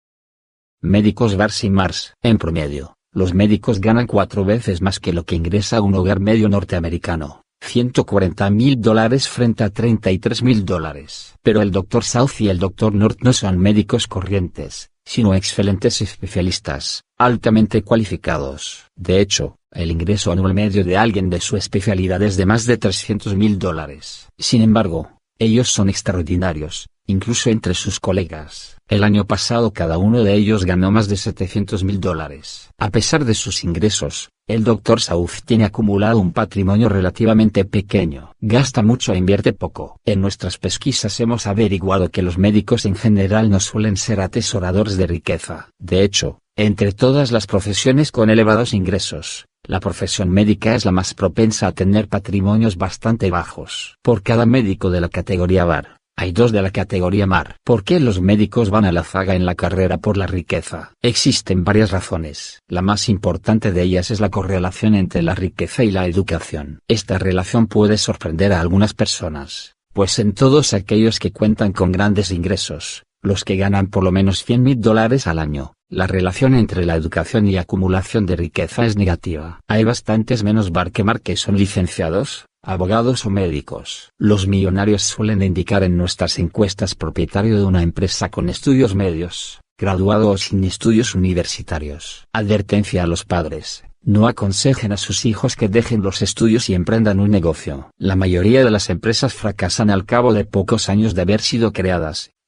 Médicos V A R y M A Rs. En promedio, los médicos ganan cuatro veces más que lo que ingresa un hogar medio norteamericano. ciento cuarenta mil dólares frente a treinta y tres mil dólares. Pero el doctor Saúd y el doctor North no son médicos corrientes, sino excelentes especialistas, altamente cualificados. De hecho, el ingreso anual medio de alguien de su especialidad es de más de trescientos mil dólares. Sin embargo, ellos son extraordinarios, incluso entre sus colegas. El año pasado cada uno de ellos ganó más de setecientos mil dólares. A pesar de sus ingresos, el doctor Saúd tiene acumulado un patrimonio relativamente pequeño. Gasta mucho e invierte poco. En nuestras pesquisas hemos averiguado que los médicos en general no suelen ser atesoradores de riqueza. De hecho, entre todas las profesiones con elevados ingresos, la profesión médica es la más propensa a tener patrimonios bastante bajos. Por cada médico de la categoría V A R, hay dos de la categoría M A R. ¿Por qué los médicos van a la zaga en la carrera por la riqueza? Existen varias razones. La más importante de ellas es la correlación entre la riqueza y la educación. Esta relación puede sorprender a algunas personas, pues en todos aquellos que cuentan con grandes ingresos, los que ganan por lo menos cien mil dólares al año, la relación entre la educación y acumulación de riqueza es negativa. Hay bastantes menos V A R que M A R que son licenciados, abogados o médicos. Los millonarios suelen indicar en nuestras encuestas propietario de una empresa con estudios medios, graduado o sin estudios universitarios. Advertencia a los padres: no aconsejen a sus hijos que dejen los estudios y emprendan un negocio. La mayoría de las empresas fracasan al cabo de pocos años de haber sido creadas,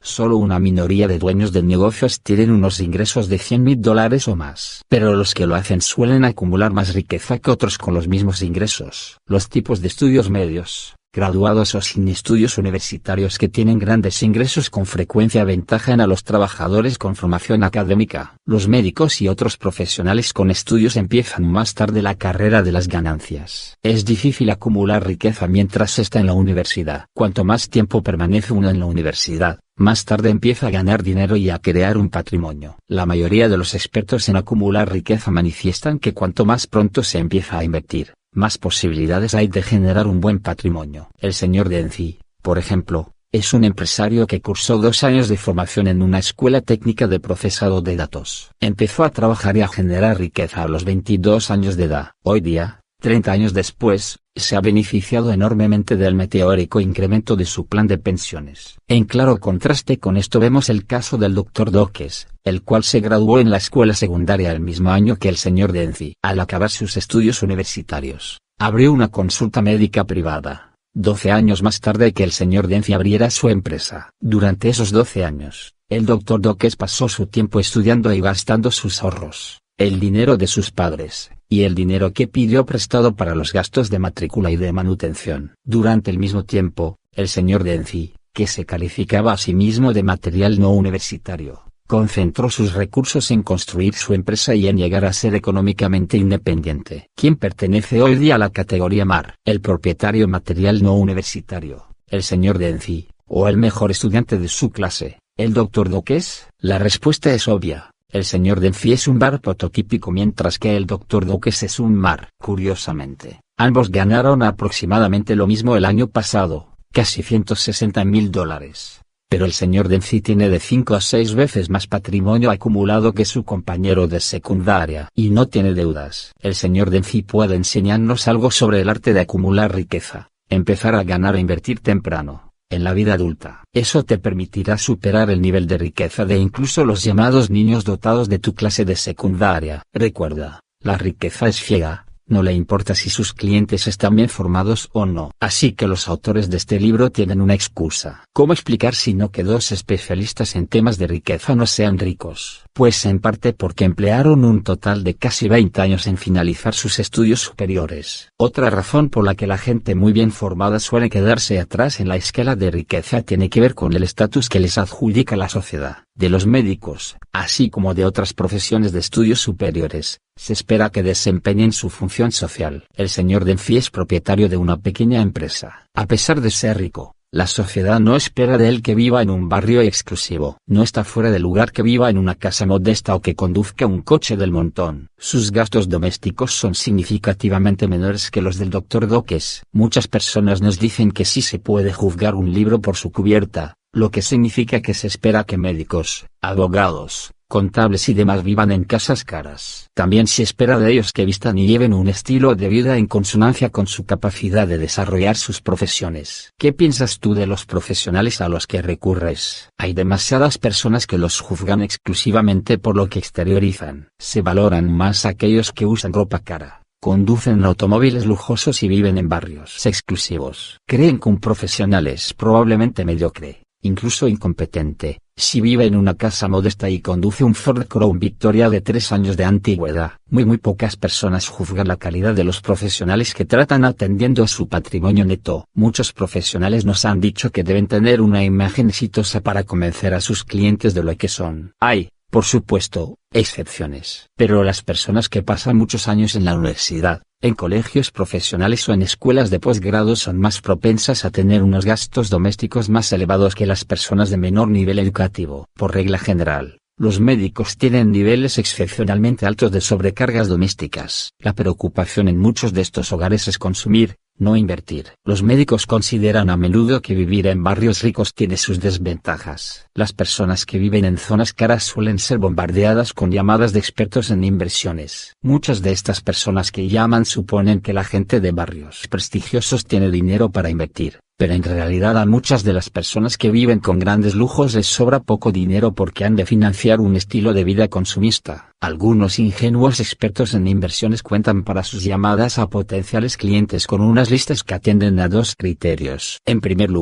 Solo una minoría de dueños de negocios tienen unos ingresos de cien mil dólares o más. Pero los que lo hacen suelen acumular más riqueza que otros con los mismos ingresos. Los tipos de estudios medios, graduados o sin estudios universitarios que tienen grandes ingresos con frecuencia aventajan a los trabajadores con formación académica. Los médicos y otros profesionales con estudios empiezan más tarde la carrera de las ganancias. Es difícil acumular riqueza mientras se está en la universidad. Cuanto más tiempo permanece uno en la universidad, más tarde empieza a ganar dinero y a crear un patrimonio. La mayoría de los expertos en acumular riqueza manifiestan que cuanto más pronto se empieza a invertir, más posibilidades hay de generar un buen patrimonio. El señor Denzi, por ejemplo, es un empresario que cursó dos años de formación en una escuela técnica de procesado de datos. Empezó a trabajar y a generar riqueza a los veintidós años de edad. Hoy día, treinta años después, se ha beneficiado enormemente del meteórico incremento de su plan de pensiones. En claro contraste con esto vemos el caso del doctor Dokes, el cual se graduó en la escuela secundaria el mismo año que el señor Denzi. Al acabar sus estudios universitarios, abrió una consulta médica privada. doce años más tarde que el señor Denzi abriera su empresa. Durante esos doce años, el doctor Dokes pasó su tiempo estudiando y gastando sus ahorros, el dinero de sus padres, y el dinero que pidió prestado para los gastos de matrícula y de manutención. Durante el mismo tiempo, el señor Denzi, que se calificaba a sí mismo de material no universitario, concentró sus recursos en construir su empresa y en llegar a ser económicamente independiente. ¿Quién pertenece hoy día a la categoría M A R? ¿El propietario material no universitario, el señor Denzi, o el mejor estudiante de su clase, el doctor Dokes? La respuesta es obvia. El señor Denzi es un M A R prototípico mientras que el doctor Dokes es un M A R. Curiosamente, ambos ganaron aproximadamente lo mismo el año pasado, casi ciento sesenta mil dólares. Pero el señor Denzi tiene de cinco a seis veces más patrimonio acumulado que su compañero de secundaria. Y no tiene deudas. El señor Denzi puede enseñarnos algo sobre el arte de acumular riqueza, empezar a ganar e invertir temprano, en la vida adulta. Eso te permitirá superar el nivel de riqueza de incluso los llamados niños dotados de tu clase de secundaria. Recuerda, la riqueza es ciega. No le importa si sus clientes están bien formados o no. Así que los autores de este libro tienen una excusa. ¿Cómo explicar si no que dos especialistas en temas de riqueza no sean ricos? Pues en parte porque emplearon un total de casi veinte años en finalizar sus estudios superiores. Otra razón por la que la gente muy bien formada suele quedarse atrás en la escala de riqueza tiene que ver con el estatus que les adjudica la sociedad. De los médicos, así como de otras profesiones de estudios superiores, se espera que desempeñen su función social. El señor Denzi es propietario de una pequeña empresa. A pesar de ser rico, la sociedad no espera de él que viva en un barrio exclusivo. No está fuera de lugar que viva en una casa modesta o que conduzca un coche del montón. Sus gastos domésticos son significativamente menores que los del doctor Dokes. Muchas personas nos dicen que sí se puede juzgar un libro por su cubierta, lo que significa que se espera que médicos, abogados, contables y demás vivan en casas caras. También se espera de ellos que vistan y lleven un estilo de vida en consonancia con su capacidad de desarrollar sus profesiones. ¿Qué piensas tú de los profesionales a los que recurres? Hay demasiadas personas que los juzgan exclusivamente por lo que exteriorizan. Se valoran más aquellos que usan ropa cara, conducen automóviles lujosos y viven en barrios exclusivos. Creen que un profesional es probablemente mediocre, incluso incompetente, si vive en una casa modesta y conduce un Ford Crown Victoria de tres años de antigüedad. Muy muy pocas personas juzgan la calidad de los profesionales que tratan atendiendo a su patrimonio neto. Muchos profesionales nos han dicho que deben tener una imagen exitosa para convencer a sus clientes de lo que son. Hay, por supuesto, excepciones. Pero las personas que pasan muchos años en la universidad, en colegios profesionales o en escuelas de posgrado son más propensas a tener unos gastos domésticos más elevados que las personas de menor nivel educativo. Por regla general, los médicos tienen niveles excepcionalmente altos de sobrecargas domésticas. La preocupación en muchos de estos hogares es consumir, no invertir. Los médicos consideran a menudo que vivir en barrios ricos tiene sus desventajas. Las personas que viven en zonas caras suelen ser bombardeadas con llamadas de expertos en inversiones. Muchas de estas personas que llaman suponen que la gente de barrios prestigiosos tiene dinero para invertir, pero en realidad a muchas de las personas que viven con grandes lujos les sobra poco dinero porque han de financiar un estilo de vida consumista. Algunos ingenuos expertos en inversiones cuentan para sus llamadas a potenciales clientes con unas listas que atienden a dos criterios. En primer lugar,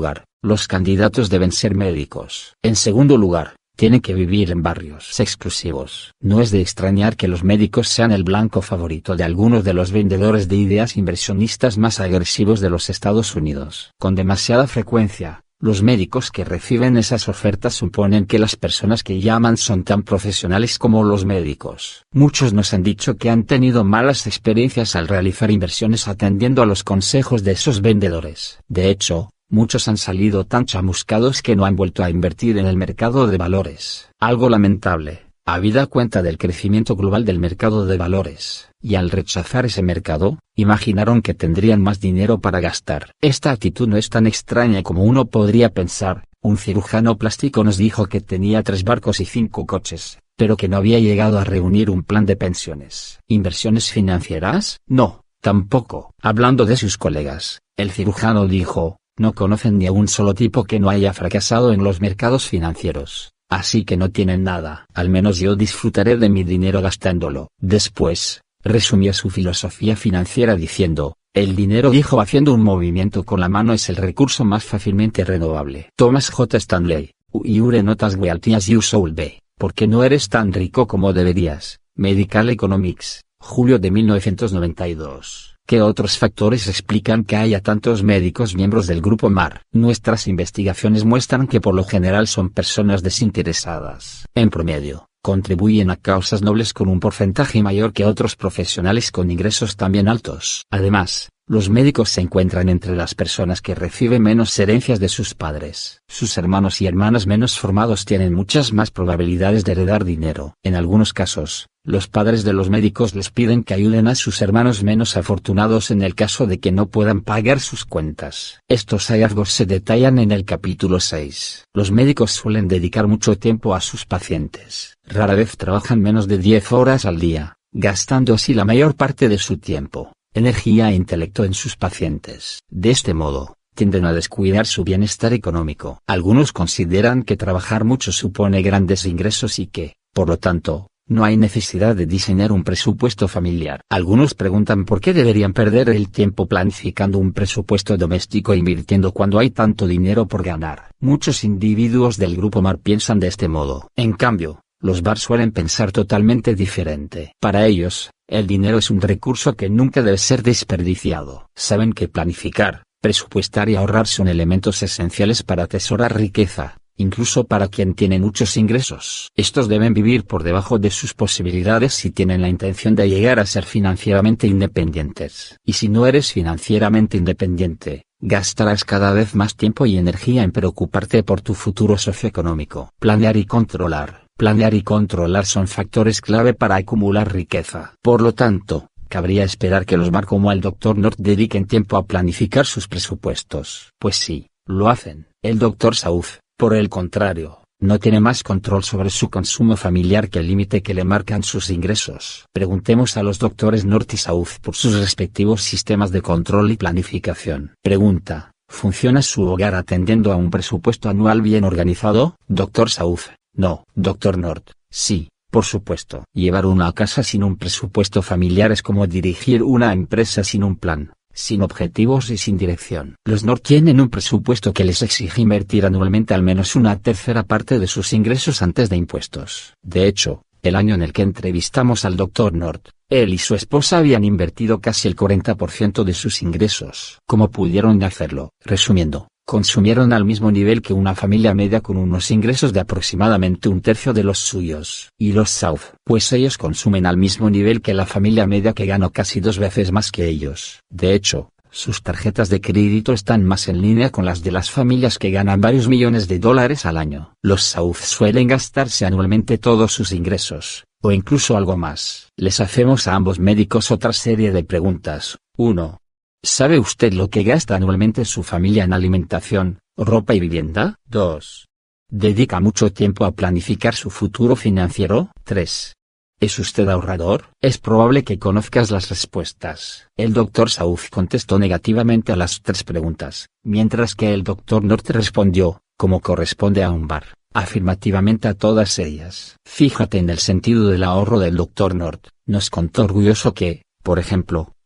Los candidatos deben ser médicos. En segundo lugar, tienen que vivir en barrios exclusivos. No es de extrañar que los médicos sean el blanco favorito de algunos de los vendedores de ideas inversionistas más agresivos de los Estados Unidos. Con demasiada frecuencia, los médicos que reciben esas ofertas suponen que las personas que llaman son tan profesionales como los médicos. Muchos nos han dicho que han tenido malas experiencias al realizar inversiones atendiendo a los consejos de esos vendedores. De hecho, muchos han salido tan chamuscados que no han vuelto a invertir en el mercado de valores. Algo lamentable, habida cuenta del crecimiento global del mercado de valores, y al rechazar ese mercado, imaginaron que tendrían más dinero para gastar. Esta actitud no es tan extraña como uno podría pensar. Un cirujano plástico nos dijo que tenía tres barcos y cinco coches, pero que no había llegado a reunir un plan de pensiones. ¿Inversiones financieras? No, tampoco. Hablando de sus colegas, el cirujano dijo: no conocen ni a un solo tipo que no haya fracasado en los mercados financieros, así que no tienen nada. Al menos yo disfrutaré de mi dinero gastándolo. Después, resumió su filosofía financiera diciendo: el dinero, dijo haciendo un movimiento con la mano, es el recurso más fácilmente renovable. Thomas J. Stanley, Ure notas wealthy as you should be, porque no eres tan rico como deberías. Medical Economics, julio de mil novecientos noventa y dos. ¿Qué otros factores explican que haya tantos médicos miembros del grupo M A R? Nuestras investigaciones muestran que por lo general son personas desinteresadas. En promedio, contribuyen a causas nobles con un porcentaje mayor que otros profesionales con ingresos también altos. Además, los médicos se encuentran entre las personas que reciben menos herencias de sus padres. Sus hermanos y hermanas menos formados tienen muchas más probabilidades de heredar dinero. En algunos casos, los padres de los médicos les piden que ayuden a sus hermanos menos afortunados en el caso de que no puedan pagar sus cuentas. Estos hallazgos se detallan en el capítulo seis. Los médicos suelen dedicar mucho tiempo a sus pacientes. Rara vez trabajan menos de diez horas al día, gastando así la mayor parte de su tiempo, energía e intelecto en sus pacientes. De este modo, tienden a descuidar su bienestar económico. Algunos consideran que trabajar mucho supone grandes ingresos y que, por lo tanto, no hay necesidad de diseñar un presupuesto familiar. Algunos preguntan por qué deberían perder el tiempo planificando un presupuesto doméstico e invirtiendo cuando hay tanto dinero por ganar. Muchos individuos del grupo M A R piensan de este modo. En cambio, los M A R suelen pensar totalmente diferente. Para ellos, el dinero es un recurso que nunca debe ser desperdiciado. Saben que planificar, presupuestar y ahorrar son elementos esenciales para atesorar riqueza, incluso para quien tiene muchos ingresos. Estos deben vivir por debajo de sus posibilidades si tienen la intención de llegar a ser financieramente independientes. Y si no eres financieramente independiente, gastarás cada vez más tiempo y energía en preocuparte por tu futuro socioeconómico. Planear y controlar. Planear y controlar son factores clave para acumular riqueza. Por lo tanto, cabría esperar que los M A R como el doctor North dediquen tiempo a planificar sus presupuestos. Pues sí, lo hacen. El doctor South, por el contrario, no tiene más control sobre su consumo familiar que el límite que le marcan sus ingresos. Preguntemos a los doctores North y South por sus respectivos sistemas de control y planificación. Pregunta: ¿funciona su hogar atendiendo a un presupuesto anual bien organizado? Doctor South: no. Doctor North: sí, por supuesto. Llevar una casa sin un presupuesto familiar es como dirigir una empresa sin un plan, sin objetivos y sin dirección. Los North tienen un presupuesto que les exige invertir anualmente al menos una tercera parte de sus ingresos antes de impuestos. De hecho, el año en el que entrevistamos al doctor North, él y su esposa habían invertido casi el cuarenta por ciento de sus ingresos. ¿Cómo pudieron hacerlo? Resumiendo, consumieron al mismo nivel que una familia media con unos ingresos de aproximadamente un tercio de los suyos. ¿Y los South? Pues ellos consumen al mismo nivel que la familia media que ganó casi dos veces más que ellos. De hecho, sus tarjetas de crédito están más en línea con las de las familias que ganan varios millones de dólares al año. Los South suelen gastarse anualmente todos sus ingresos, o incluso algo más. Les hacemos a ambos médicos otra serie de preguntas. uno. ¿Sabe usted lo que gasta anualmente su familia en alimentación, ropa y vivienda? dos. ¿Dedica mucho tiempo a planificar su futuro financiero? tres. ¿Es usted ahorrador? Es probable que conozcas las respuestas. El doctor South contestó negativamente a las tres preguntas, mientras que el doctor North respondió, como corresponde a un M A R, afirmativamente a todas ellas. Fíjate en el sentido del ahorro del doctor North. Nos contó orgulloso que, por ejemplo,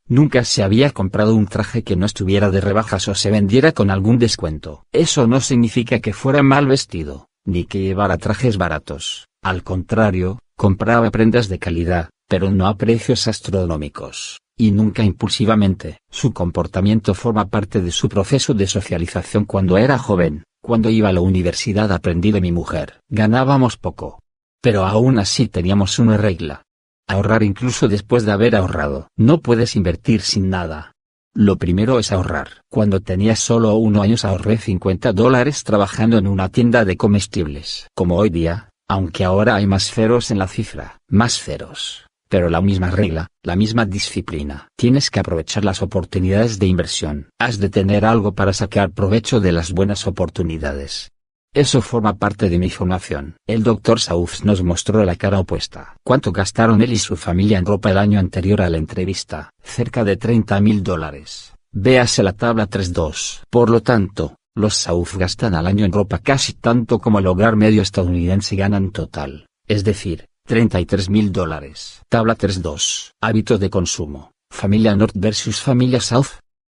Nunca se había comprado un traje que no estuviera de rebajas o se vendiera con algún descuento. Eso no significa que fuera mal vestido, ni que llevara trajes baratos. Al contrario, compraba prendas de calidad, pero no a precios astronómicos, y nunca impulsivamente. Su comportamiento forma parte de su proceso de socialización. Cuando era joven, cuando iba a la universidad, aprendí de mi mujer. Ganábamos poco, pero aún así teníamos una regla: ahorrar incluso después de haber ahorrado. No puedes invertir sin nada. Lo primero es ahorrar. Cuando tenía solo unos años ahorré cincuenta dólares trabajando en una tienda de comestibles. Como hoy día, aunque ahora hay más ceros en la cifra, más ceros, pero la misma regla, la misma disciplina. Tienes que aprovechar las oportunidades de inversión. Has de tener algo para sacar provecho de las buenas oportunidades. Eso forma parte de mi formación. El doctor Sauf nos mostró la cara opuesta. ¿Cuánto gastaron él y su familia en ropa el año anterior a la entrevista? Cerca de treinta mil dólares. Véase la tabla tres punto dos. Por lo tanto, los Sauf gastan al año en ropa casi tanto como el hogar medio estadounidense gana en total, es decir, treinta y tres mil dólares. Tabla tres punto dos. Hábitos de consumo. Familia North versus familia South.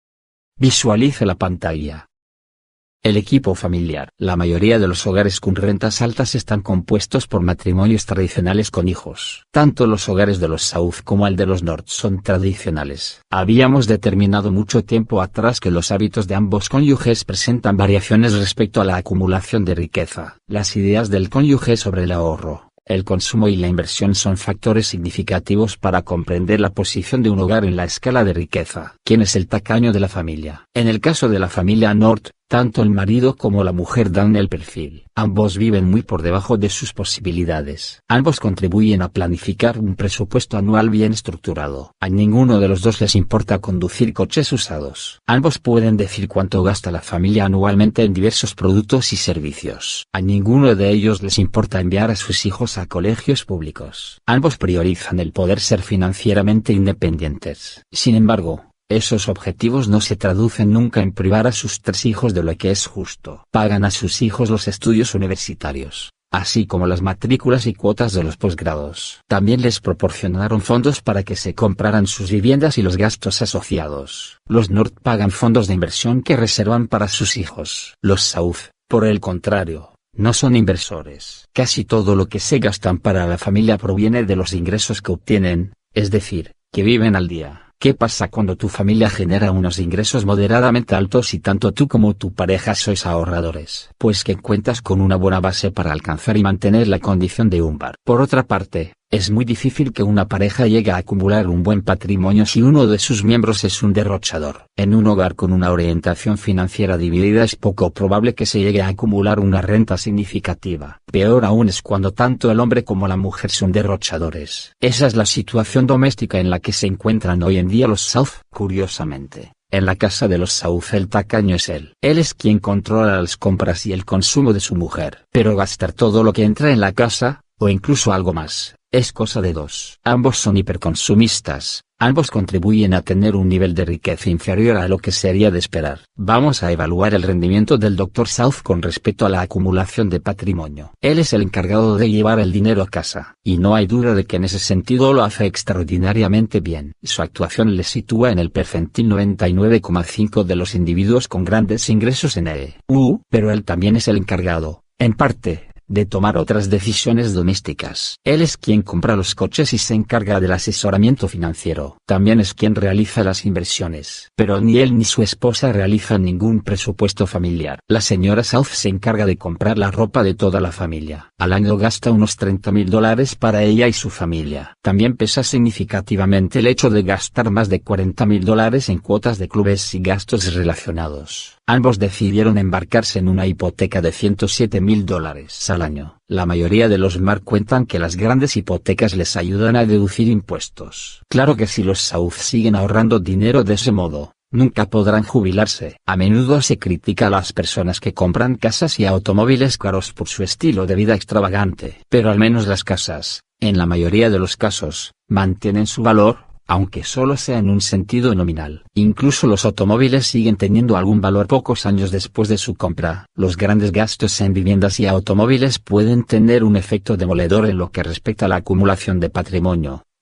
Visualice la pantalla. El equipo familiar. La mayoría de los hogares con rentas altas están compuestos por matrimonios tradicionales con hijos. Tanto los hogares de los South como el de los North son tradicionales. Habíamos determinado mucho tiempo atrás que los hábitos de ambos cónyuges presentan variaciones respecto a la acumulación de riqueza. Las ideas del cónyuge sobre el ahorro, el consumo y la inversión son factores significativos para comprender la posición de un hogar en la escala de riqueza. ¿Quién es el tacaño de la familia? En el caso de la familia North, tanto el marido como la mujer dan el perfil. Ambos viven muy por debajo de sus posibilidades. Ambos contribuyen a planificar un presupuesto anual bien estructurado. A ninguno de los dos les importa conducir coches usados. Ambos pueden decir cuánto gasta la familia anualmente en diversos productos y servicios. A ninguno de ellos les importa enviar a sus hijos a colegios públicos. Ambos priorizan el poder ser financieramente independientes. Sin embargo, esos objetivos no se traducen nunca en privar a sus tres hijos de lo que es justo. Pagan a sus hijos los estudios universitarios, así como las matrículas y cuotas de los posgrados. También les proporcionaron fondos para que se compraran sus viviendas y los gastos asociados. Los North pagan fondos de inversión que reservan para sus hijos. Los South, por el contrario, no son inversores. Casi todo lo que se gastan para la familia proviene de los ingresos que obtienen, es decir, que viven al día. ¿Qué pasa cuando tu familia genera unos ingresos moderadamente altos y tanto tú como tu pareja sois ahorradores? Pues que cuentas con una buena base para alcanzar y mantener la condición de un par. Por otra parte, es muy difícil que una pareja llegue a acumular un buen patrimonio si uno de sus miembros es un derrochador. En un hogar con una orientación financiera dividida es poco probable que se llegue a acumular una renta significativa. Peor aún es cuando tanto el hombre como la mujer son derrochadores. Esa es la situación doméstica en la que se encuentran hoy en día los South. Curiosamente, en la casa de los South el tacaño es él. Él es quien controla las compras y el consumo de su mujer. Pero gastar todo lo que entra en la casa, o incluso algo más, es cosa de dos. Ambos son hiperconsumistas, ambos contribuyen a tener un nivel de riqueza inferior a lo que sería de esperar. Vamos a evaluar el rendimiento del doctor South con respecto a la acumulación de patrimonio. Él es el encargado de llevar el dinero a casa, y no hay duda de que en ese sentido lo hace extraordinariamente bien. Su actuación le sitúa en el percentil noventa y nueve coma cinco de los individuos con grandes ingresos en E U, pero él también es el encargado, en parte, de tomar otras decisiones domésticas. Él es quien compra los coches y se encarga del asesoramiento financiero. También es quien realiza las inversiones. Pero ni él ni su esposa realizan ningún presupuesto familiar. La señora South se encarga de comprar la ropa de toda la familia. Al año gasta unos treinta mil dólares para ella y su familia. También pesa significativamente el hecho de gastar más de cuarenta mil dólares en cuotas de clubes y gastos relacionados. Ambos decidieron embarcarse en una hipoteca de ciento siete mil dólares al año. La mayoría de los Mark cuentan que las grandes hipotecas les ayudan a deducir impuestos. Claro que si los South siguen ahorrando dinero de ese modo, nunca podrán jubilarse. A menudo se critica a las personas que compran casas y automóviles caros por su estilo de vida extravagante. Pero al menos las casas, en la mayoría de los casos, mantienen su valor, aunque solo sea en un sentido nominal. Incluso los automóviles siguen teniendo algún valor pocos años después de su compra. Los grandes gastos en viviendas y automóviles pueden tener un efecto demoledor en lo que respecta a la acumulación de patrimonio,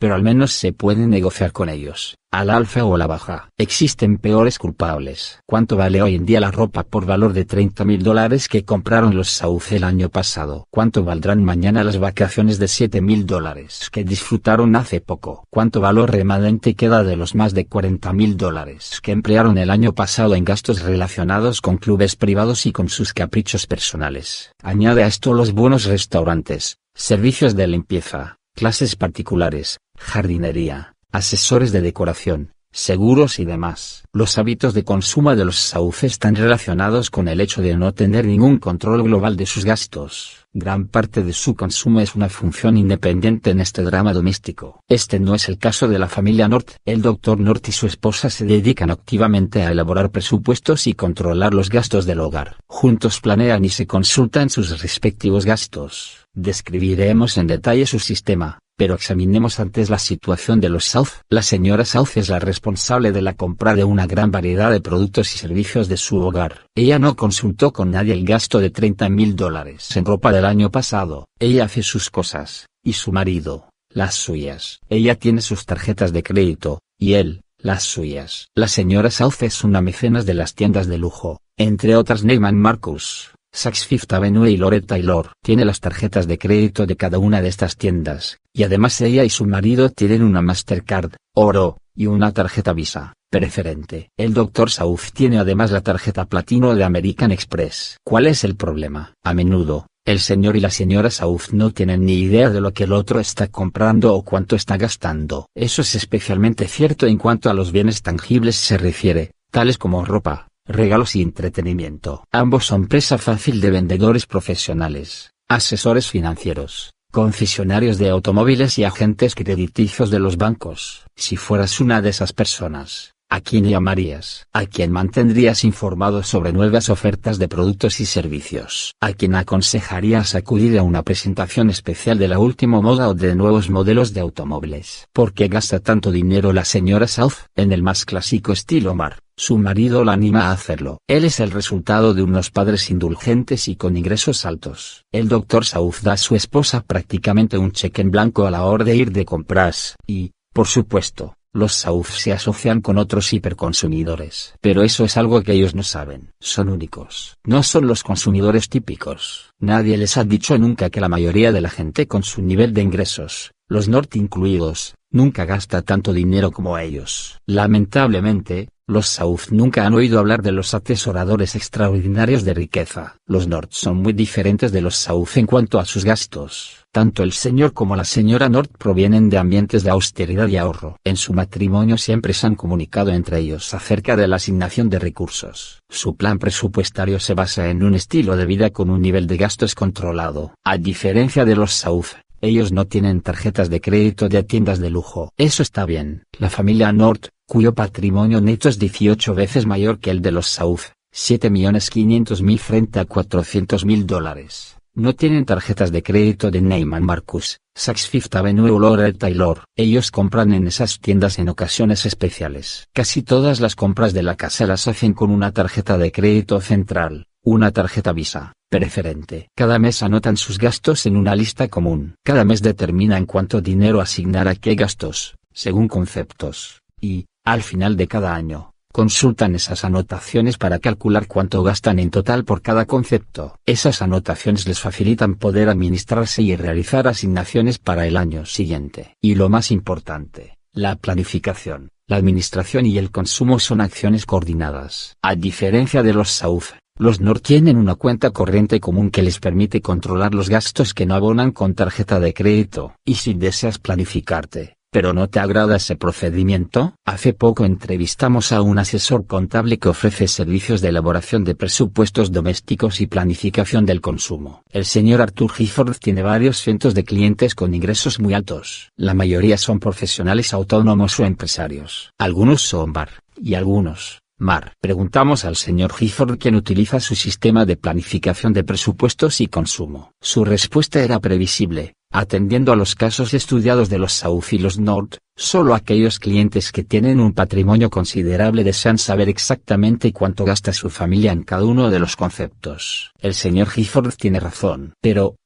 pero al menos se puede negociar con ellos, al alfa o a la baja. Existen peores culpables. ¿Cuánto vale hoy en día la ropa por valor de treinta mil dólares que compraron los South el año pasado? ¿Cuánto valdrán mañana las vacaciones de siete mil dólares que disfrutaron hace poco? ¿Cuánto valor remanente queda de los más de cuarenta mil dólares que emplearon el año pasado en gastos relacionados con clubes privados y con sus caprichos personales? Añade a esto los buenos restaurantes, servicios de limpieza, clases particulares, jardinería, asesores de decoración, seguros y demás. Los hábitos de consumo de los South están relacionados con el hecho de no tener ningún control global de sus gastos. Gran parte de su consumo es una función independiente en este drama doméstico. Este no es el caso de la familia North. El doctor North y su esposa se dedican activamente a elaborar presupuestos y controlar los gastos del hogar. Juntos planean y se consultan sus respectivos gastos. Describiremos en detalle su sistema, pero examinemos antes la situación de los South. La señora South es la responsable de la compra de una gran variedad de productos y servicios de su hogar. Ella no consultó con nadie el gasto de treinta mil dólares en ropa del año pasado. Ella hace sus cosas, y su marido, las suyas. Ella tiene sus tarjetas de crédito, y él, las suyas. La señora South es una mecenas de las tiendas de lujo, entre otras Neiman Marcus, Saks Fifth Avenue y Lord Taylor. Tiene las tarjetas de crédito de cada una de estas tiendas, y además ella y su marido tienen una Mastercard, oro, y una tarjeta Visa, preferente. El doctor South tiene además la tarjeta platino de American Express. ¿Cuál es el problema? A menudo, el señor y la señora South no tienen ni idea de lo que el otro está comprando o cuánto está gastando. Eso es especialmente cierto en cuanto a los bienes tangibles se refiere, tales como ropa, regalos y entretenimiento. Ambos son presa fácil de vendedores profesionales, asesores financieros, concesionarios de automóviles y agentes crediticios de los bancos. Si fueras una de esas personas, ¿a quién llamarías? ¿A quién mantendrías informado sobre nuevas ofertas de productos y servicios? ¿A quién aconsejarías acudir a una presentación especial de la última moda o de nuevos modelos de automóviles? ¿Por qué gasta tanto dinero la señora South? En el más clásico estilo Mar, su marido la anima a hacerlo. Él es el resultado de unos padres indulgentes y con ingresos altos. El doctor South da a su esposa prácticamente un cheque en blanco a la hora de ir de compras, y, por supuesto, los South se asocian con otros hiperconsumidores. Pero eso es algo que ellos no saben. Son únicos. No son los consumidores típicos. Nadie les ha dicho nunca que la mayoría de la gente con su nivel de ingresos, los North incluidos, nunca gasta tanto dinero como ellos. Lamentablemente, los South nunca han oído hablar de los atesoradores extraordinarios de riqueza. Los North son muy diferentes de los South en cuanto a sus gastos. Tanto el señor como la señora North provienen de ambientes de austeridad y ahorro. En su matrimonio siempre se han comunicado entre ellos acerca de la asignación de recursos. Su plan presupuestario se basa en un estilo de vida con un nivel de gastos controlado. A diferencia de los South, ellos no tienen tarjetas de crédito de tiendas de lujo. Eso está bien. La familia North, cuyo patrimonio neto es dieciocho veces mayor que el de los South, siete millones quinientos mil frente a cuatrocientos mil dólares. No tienen tarjetas de crédito de Neiman Marcus, Saks Fifth Avenue o Lord Taylor. Ellos compran en esas tiendas en ocasiones especiales. Casi todas las compras de la casa las hacen con una tarjeta de crédito central, una tarjeta Visa, preferente. Cada mes anotan sus gastos en una lista común. Cada mes determinan cuánto dinero asignar a qué gastos, según conceptos, y, al final de cada año, consultan esas anotaciones para calcular cuánto gastan en total por cada concepto. Esas anotaciones les facilitan poder administrarse y realizar asignaciones para el año siguiente. Y lo más importante, la planificación, la administración y el consumo son acciones coordinadas. A diferencia de los South, los North tienen una cuenta corriente común que les permite controlar los gastos que no abonan con tarjeta de crédito. Y si deseas planificarte, ¿pero no te agrada ese procedimiento? Hace poco entrevistamos a un asesor contable que ofrece servicios de elaboración de presupuestos domésticos y planificación del consumo. El señor Arthur Gifford tiene varios cientos de clientes con ingresos muy altos. La mayoría son profesionales autónomos o empresarios. Algunos son bar, y algunos, Mar. Preguntamos al señor Gifford quién utiliza su sistema de planificación de presupuestos y consumo. Su respuesta era previsible. Atendiendo a los casos estudiados de los South y los North, solo aquellos clientes que tienen un patrimonio considerable desean saber exactamente cuánto gasta su familia en cada uno de los conceptos. El señor Gifford tiene razón. Pero,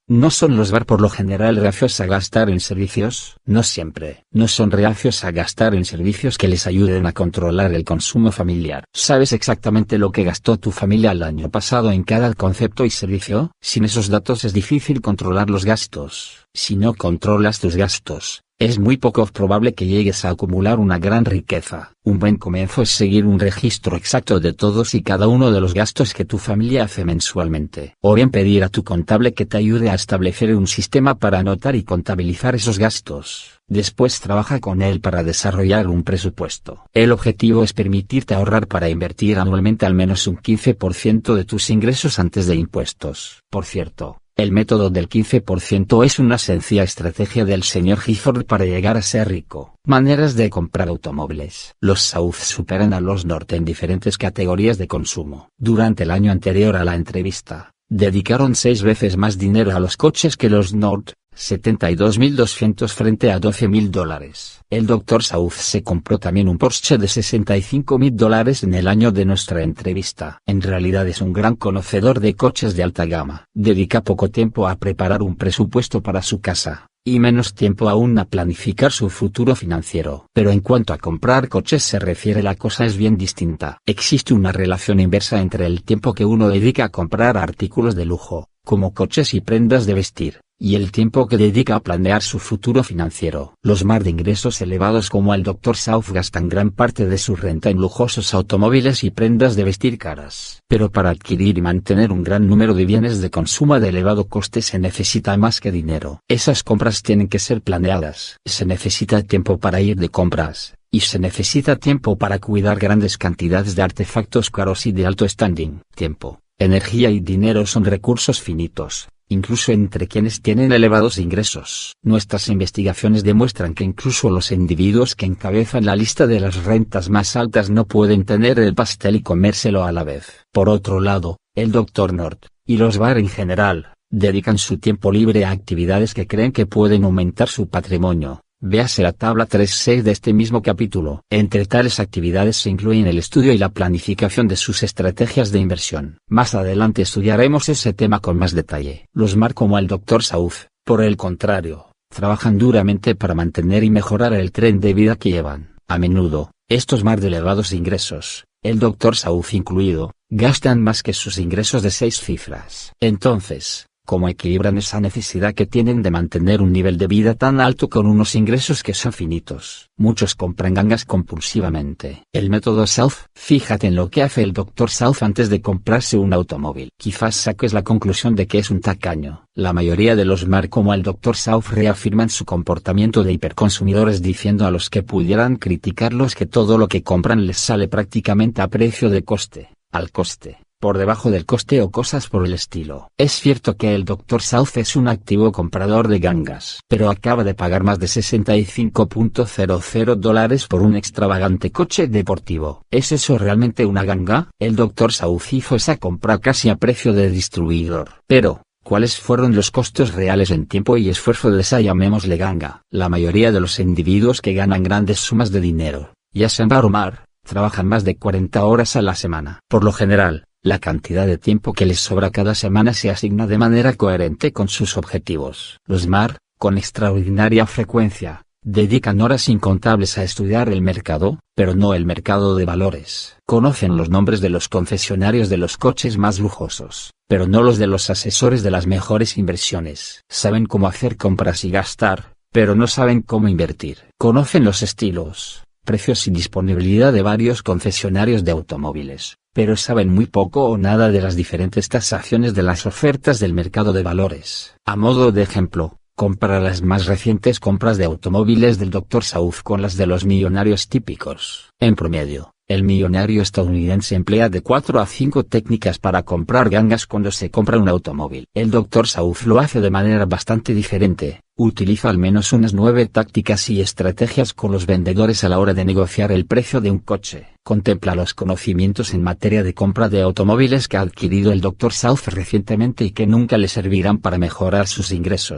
¿No son los bar por lo general reacios a gastar en servicios? No siempre. No son reacios a gastar en servicios que les ayuden a controlar el consumo familiar. ¿Sabes exactamente lo que gastó tu familia el año pasado en cada concepto y servicio? Sin esos datos es difícil controlar los gastos. Si no controlas tus gastos, es muy poco probable que llegues a acumular una gran riqueza. Un buen comienzo es seguir un registro exacto de todos y cada uno de los gastos que tu familia hace mensualmente. O bien pedir a tu contable que te ayude a establecer un sistema para anotar y contabilizar esos gastos. Después trabaja con él para desarrollar un presupuesto. El objetivo es permitirte ahorrar para invertir anualmente al menos un quince por ciento de tus ingresos antes de impuestos. Por cierto, el método del quince por ciento es una sencilla estrategia del señor Gifford para llegar a ser rico. Maneras de comprar automóviles. Los South superan a los North en diferentes categorías de consumo. Durante el año anterior a la entrevista, dedicaron seis veces más dinero a los coches que los North, setenta y dos mil doscientos frente a doce mil dólares. El doctor South se compró también un Porsche de sesenta y cinco mil dólares en el año de nuestra entrevista. En realidad es un gran conocedor de coches de alta gama. Dedica poco tiempo a preparar un presupuesto para su casa, y menos tiempo aún a planificar su futuro financiero. Pero en cuanto a comprar coches se refiere, la cosa es bien distinta. Existe una relación inversa entre el tiempo que uno dedica a comprar artículos de lujo, como coches y prendas de vestir, y el tiempo que dedica a planear su futuro financiero. Los mar de ingresos elevados como el doctor South gastan gran parte de su renta en lujosos automóviles y prendas de vestir caras. Pero para adquirir y mantener un gran número de bienes de consumo de elevado coste se necesita más que dinero. Esas compras tienen que ser planeadas. Se necesita tiempo para ir de compras, y se necesita tiempo para cuidar grandes cantidades de artefactos caros y de alto standing. Tiempo, energía y dinero son recursos finitos, incluso entre quienes tienen elevados ingresos. Nuestras investigaciones demuestran que incluso los individuos que encabezan la lista de las rentas más altas no pueden tener el pastel y comérselo a la vez. Por otro lado, el doctor North, y los bar en general, dedican su tiempo libre a actividades que creen que pueden aumentar su patrimonio. Véase la tabla tres punto seis de este mismo capítulo. Entre tales actividades se incluyen el estudio y la planificación de sus estrategias de inversión. Más adelante estudiaremos ese tema con más detalle. Los mar como el doctor South, por el contrario, trabajan duramente para mantener y mejorar el tren de vida que llevan. A menudo, estos mar de elevados ingresos, el doctor South incluido, gastan más que sus ingresos de seis cifras. Entonces, ¿cómo equilibran esa necesidad que tienen de mantener un nivel de vida tan alto con unos ingresos que son finitos? Muchos compran gangas compulsivamente. El método South. Fíjate en lo que hace el doctor South antes de comprarse un automóvil. Quizás saques la conclusión de que es un tacaño. La mayoría de los mar como el doctor South reafirman su comportamiento de hiperconsumidores diciendo a los que pudieran criticarlos que todo lo que compran les sale prácticamente a precio de coste, al coste, por debajo del coste o cosas por el estilo. Es cierto que el doctor South es un activo comprador de gangas, pero acaba de pagar más de sesenta y cinco mil dólares por un extravagante coche deportivo. ¿Es eso realmente una ganga? El doctor South hizo esa compra casi a precio de distribuidor. Pero, ¿cuáles fueron los costos reales en tiempo y esfuerzo de esa, llamémosle, ganga? La mayoría de los individuos que ganan grandes sumas de dinero, ya sean bar o mar, trabajan más de cuarenta horas a la semana. Por lo general, la cantidad de tiempo que les sobra cada semana se asigna de manera coherente con sus objetivos. Los mar, con extraordinaria frecuencia, dedican horas incontables a estudiar el mercado, pero no el mercado de valores. Conocen los nombres de los concesionarios de los coches más lujosos, pero no los de los asesores de las mejores inversiones. Saben cómo hacer compras y gastar, pero no saben cómo invertir. Conocen los estilos, precios y disponibilidad de varios concesionarios de automóviles, pero saben muy poco o nada de las diferentes tasaciones de las ofertas del mercado de valores. A modo de ejemplo, compara las más recientes compras de automóviles del doctor South con las de los millonarios típicos. En promedio, el millonario estadounidense emplea de cuatro a cinco técnicas para comprar gangas cuando se compra un automóvil. El doctor South lo hace de manera bastante diferente. Utiliza al menos unas nueve tácticas y estrategias con los vendedores a la hora de negociar el precio de un coche. Contempla los conocimientos en materia de compra de automóviles que ha adquirido el doctor South recientemente y que nunca le servirán para mejorar sus ingresos,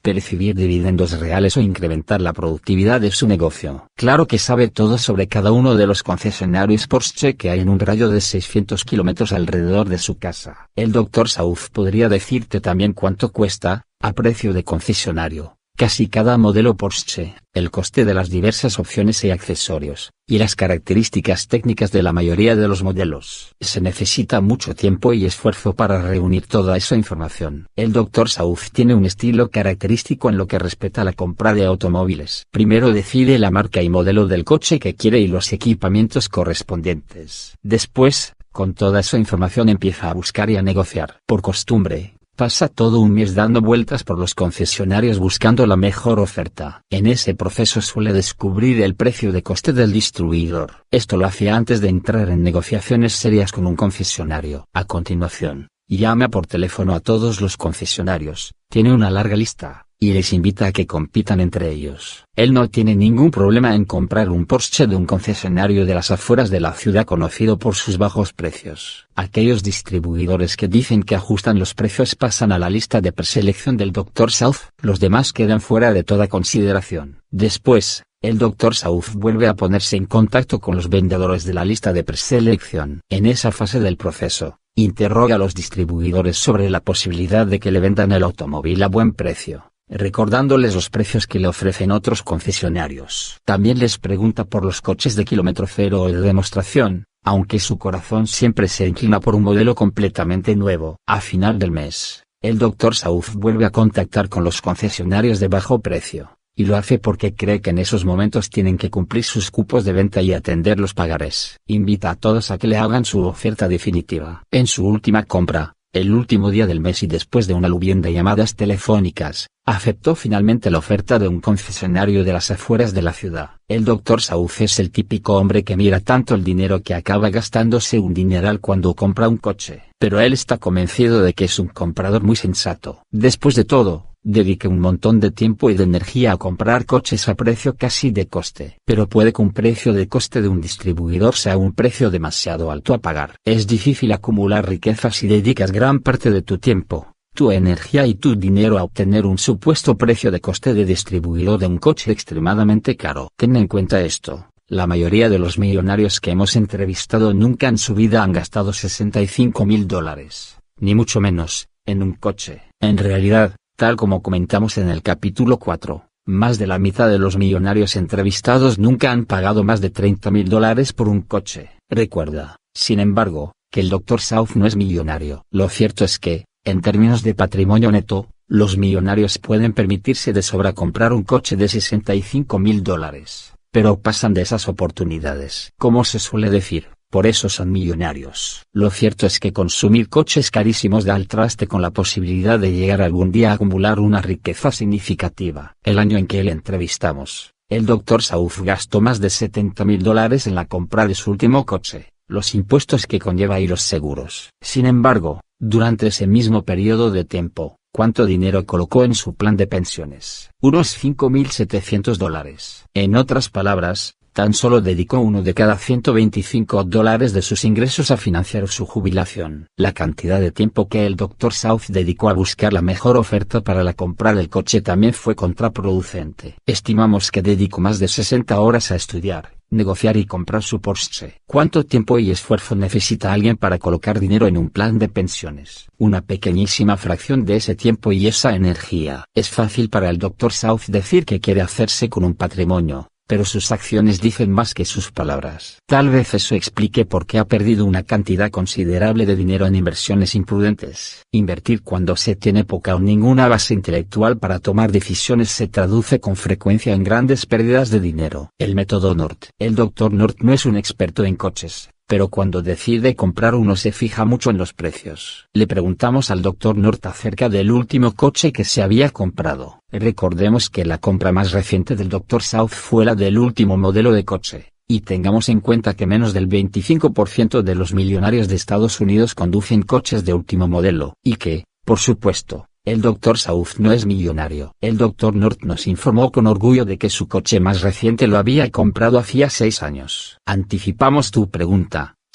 percibir dividendos reales o incrementar la productividad de su negocio. Claro que sabe todo sobre cada uno de los concesionarios Porsche que hay en un radio de seiscientos kilómetros alrededor de su casa. El doctor Sauf podría decirte también cuánto cuesta, a precio de concesionario, casi cada modelo Porsche, el coste de las diversas opciones y accesorios, y las características técnicas de la mayoría de los modelos. Se necesita mucho tiempo y esfuerzo para reunir toda esa información. El doctor Sauf tiene un estilo característico en lo que respecta a la compra de automóviles. Primero decide la marca y modelo del coche que quiere y los equipamientos correspondientes. Después, con toda esa información empieza a buscar y a negociar. Por costumbre, pasa todo un mes dando vueltas por los concesionarios buscando la mejor oferta. En ese proceso suele descubrir el precio de coste del distribuidor. Esto lo hace antes de entrar en negociaciones serias con un concesionario. A continuación, llama por teléfono a todos los concesionarios, tiene una larga lista, y les invita a que compitan entre ellos. Él no tiene ningún problema en comprar un Porsche de un concesionario de las afueras de la ciudad conocido por sus bajos precios. Aquellos distribuidores que dicen que ajustan los precios pasan a la lista de preselección del doctor Sauf, los demás quedan fuera de toda consideración. Después, el doctor Sauf vuelve a ponerse en contacto con los vendedores de la lista de preselección. En esa fase del proceso, interroga a los distribuidores sobre la posibilidad de que le vendan el automóvil a buen precio, recordándoles los precios que le ofrecen otros concesionarios. También les pregunta por los coches de kilómetro cero o de demostración, aunque su corazón siempre se inclina por un modelo completamente nuevo. A final del mes, el doctor Sauf vuelve a contactar con los concesionarios de bajo precio, y lo hace porque cree que en esos momentos tienen que cumplir sus cupos de venta y atender los pagarés. Invita a todos a que le hagan su oferta definitiva. En su última compra, el último día del mes y después de un aluvión de llamadas telefónicas, aceptó finalmente la oferta de un concesionario de las afueras de la ciudad. El doctor Sauf es el típico hombre que mira tanto el dinero que acaba gastándose un dineral cuando compra un coche. Pero él está convencido de que es un comprador muy sensato. Después de todo, dedica un montón de tiempo y de energía a comprar coches a precio casi de coste. Pero puede que un precio de coste de un distribuidor sea un precio demasiado alto a pagar. Es difícil acumular riqueza si dedicas gran parte de tu tiempo, tu energía y tu dinero a obtener un supuesto precio de coste de distribuidor de un coche extremadamente caro. Ten en cuenta esto. La mayoría de los millonarios que hemos entrevistado nunca en su vida han gastado sesenta y cinco mil dólares, ni mucho menos, en un coche. En realidad, tal como comentamos en el capítulo cuatro, más de la mitad de los millonarios entrevistados nunca han pagado más de treinta mil dólares por un coche. Recuerda, sin embargo, que el doctor Sauf no es millonario. Lo cierto es que, en términos de patrimonio neto, los millonarios pueden permitirse de sobra comprar un coche de sesenta y cinco mil dólares, pero pasan de esas oportunidades. Como se suele decir, por eso son millonarios. Lo cierto es que consumir coches carísimos da al traste con la posibilidad de llegar algún día a acumular una riqueza significativa. El año en que le entrevistamos, el doctor Sauf gastó más de setenta mil dólares en la compra de su último coche, los impuestos que conlleva y los seguros. Sin embargo, durante ese mismo periodo de tiempo, ¿cuánto dinero colocó en su plan de pensiones? Unos cinco mil setecientos dólares. En otras palabras, tan solo dedicó uno de cada ciento veinticinco dólares de sus ingresos a financiar su jubilación. La cantidad de tiempo que el doctor Sauf dedicó a buscar la mejor oferta para la compra del coche también fue contraproducente. Estimamos que dedicó más de sesenta horas a estudiar, negociar y comprar su Porsche. ¿Cuánto tiempo y esfuerzo necesita alguien para colocar dinero en un plan de pensiones? Una pequeñísima fracción de ese tiempo y esa energía. Es fácil para el doctor Sauf decir que quiere hacerse con un patrimonio, pero sus acciones dicen más que sus palabras. Tal vez eso explique por qué ha perdido una cantidad considerable de dinero en inversiones imprudentes. Invertir cuando se tiene poca o ninguna base intelectual para tomar decisiones se traduce con frecuencia en grandes pérdidas de dinero. El método Nort. El doctor Nort no es un experto en coches, pero cuando decide comprar uno se fija mucho en los precios. Le preguntamos al doctor Nort acerca del último coche que se había comprado. Recordemos que la compra más reciente del doctor Sauf fue la del último modelo de coche, y tengamos en cuenta que menos del veinticinco por ciento de los millonarios de Estados Unidos conducen coches de último modelo, y que, por supuesto, el doctor Sauf no es millonario. El doctor Nort nos informó con orgullo de que su coche más reciente lo había comprado hacía seis años. Anticipamos tu pregunta.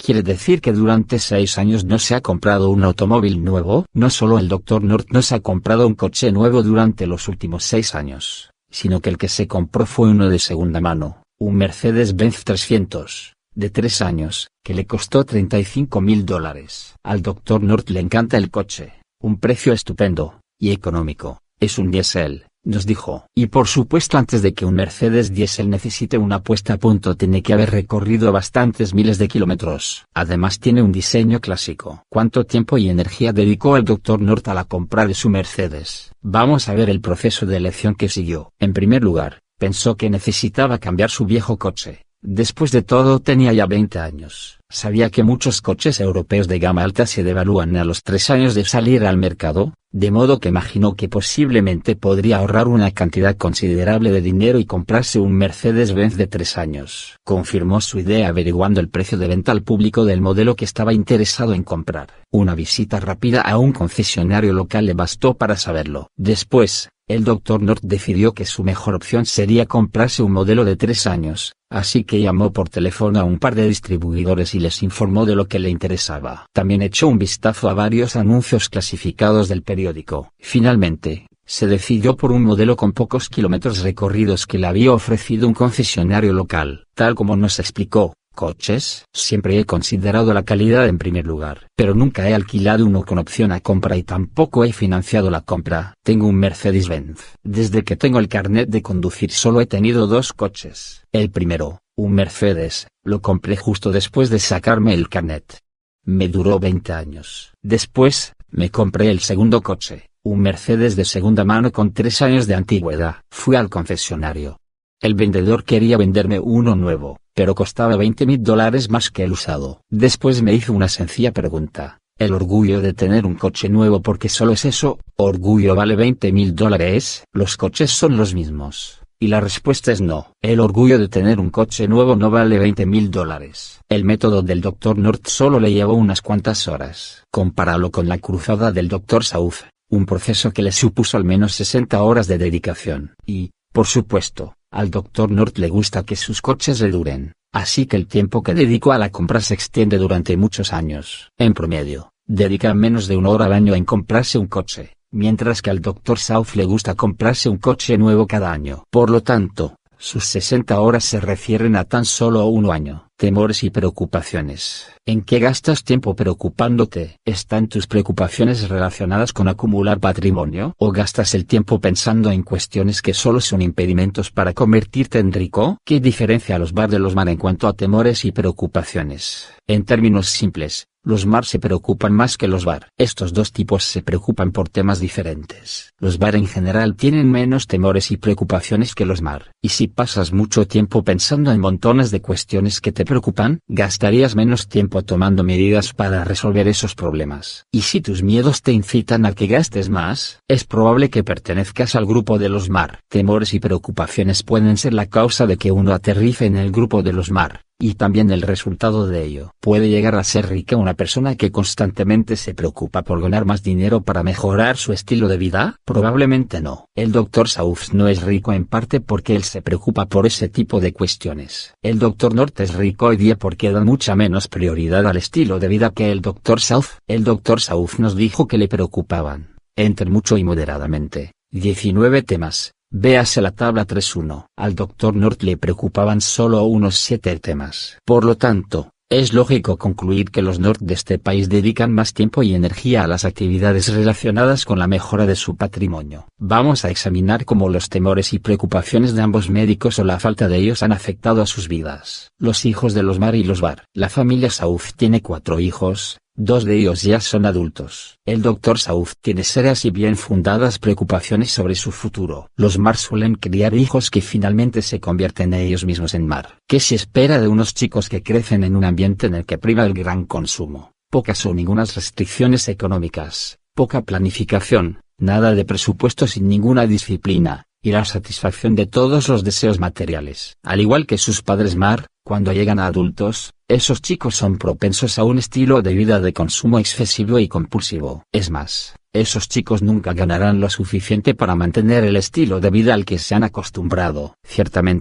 ¿Quiere decir que durante seis años no se ha comprado un automóvil nuevo? No solo el doctor North no se ha comprado un coche nuevo durante los últimos seis años, sino que el que se compró fue uno de segunda mano, un Mercedes-Benz trescientos, de tres años, que le costó treinta y cinco mil dólares. Al doctor North le encanta el coche, un precio estupendo, y económico, es un diésel, nos dijo. Y por supuesto antes de que un Mercedes diésel necesite una puesta a punto tiene que haber recorrido bastantes miles de kilómetros. Además tiene un diseño clásico. ¿Cuánto tiempo y energía dedicó el doctor North a la compra de su Mercedes? Vamos a ver el proceso de elección que siguió. En primer lugar, pensó que necesitaba cambiar su viejo coche. Después de todo tenía ya veinte años. Sabía que muchos coches europeos de gama alta se devalúan a los tres años de salir al mercado, de modo que imaginó que posiblemente podría ahorrar una cantidad considerable de dinero y comprarse un Mercedes-Benz de tres años. Confirmó su idea averiguando el precio de venta al público del modelo que estaba interesado en comprar. Una visita rápida a un concesionario local le bastó para saberlo. Después, el doctor North decidió que su mejor opción sería comprarse un modelo de tres años, así que llamó por teléfono a un par de distribuidores y les informó de lo que le interesaba. También echó un vistazo a varios anuncios clasificados del periódico. Finalmente, se decidió por un modelo con pocos kilómetros recorridos que le había ofrecido un concesionario local. Tal como nos explicó, coches, siempre he considerado la calidad en primer lugar, pero nunca he alquilado uno con opción a compra y tampoco he financiado la compra. Tengo un Mercedes-Benz. Desde que tengo el carnet de conducir solo he tenido dos coches. El primero, un Mercedes, lo compré justo después de sacarme el carnet. Me duró veinte años. Después, me compré el segundo coche, un Mercedes de segunda mano con tres años de antigüedad. Fui al concesionario. El vendedor quería venderme uno nuevo, pero costaba veinte mil dólares más que el usado. Después me hizo una sencilla pregunta: ¿el orgullo de tener un coche nuevo porque solo es eso, orgullo vale veinte mil dólares? ¿Los coches son los mismos? Y la respuesta es no. El orgullo de tener un coche nuevo no vale veinte mil dólares. El método del doctor North solo le llevó unas cuantas horas. Compáralo con la cruzada del doctor South, un proceso que le supuso al menos sesenta horas de dedicación. Y, por supuesto, al doctor North le gusta que sus coches le duren, así que el tiempo que dedicó a la compra se extiende durante muchos años. En promedio, dedica menos de una hora al año en comprarse un coche, mientras que al doctor South le gusta comprarse un coche nuevo cada año. Por lo tanto, sus sesenta horas se refieren a tan solo un año. Temores y preocupaciones. ¿En qué gastas tiempo preocupándote? ¿Están tus preocupaciones relacionadas con acumular patrimonio? ¿O gastas el tiempo pensando en cuestiones que solo son impedimentos para convertirte en rico? ¿Qué diferencia a los bar de los mar en cuanto a temores y preocupaciones? En términos simples, los mar se preocupan más que los bar. Estos dos tipos se preocupan por temas diferentes. Los bar en general tienen menos temores y preocupaciones que los mar. Y si pasas mucho tiempo pensando en montones de cuestiones que te preocupan, gastarías menos tiempo tomando medidas para resolver esos problemas. Y si tus miedos te incitan a que gastes más, es probable que pertenezcas al grupo de los mar. Temores y preocupaciones pueden ser la causa de que uno aterrice en el grupo de los mar, y también el resultado de ello. ¿Puede llegar a ser rica una persona que constantemente se preocupa por ganar más dinero para mejorar su estilo de vida? Probablemente no. El doctor South no es rico en parte porque él se preocupa por ese tipo de cuestiones. El doctor North es rico hoy día porque da mucha menos prioridad al estilo de vida que el doctor South. El doctor South nos dijo que le preocupaban, entre mucho y moderadamente, diecinueve temas. Véase la tabla tres punto uno. Al doctor North le preocupaban solo unos siete temas. Por lo tanto, es lógico concluir que los North de este país dedican más tiempo y energía a las actividades relacionadas con la mejora de su patrimonio. Vamos a examinar cómo los temores y preocupaciones de ambos médicos o la falta de ellos han afectado a sus vidas. Los hijos de los Mar y los Bar. La familia South tiene cuatro hijos. Dos de ellos ya son adultos. El doctor South tiene serias y bien fundadas preocupaciones sobre su futuro. Los Mar suelen criar hijos que finalmente se convierten a ellos mismos en Mar. ¿Qué se espera de unos chicos que crecen en un ambiente en el que prima el gran consumo? Pocas o ningunas restricciones económicas, poca planificación, nada de presupuesto sin ninguna disciplina, y la satisfacción de todos los deseos materiales. Al igual que sus padres Mar, cuando llegan a adultos, esos chicos son propensos a un estilo de vida de consumo excesivo y compulsivo. Es más, esos chicos nunca ganarán lo suficiente para mantener el estilo de vida al que se han acostumbrado. Ciertamente,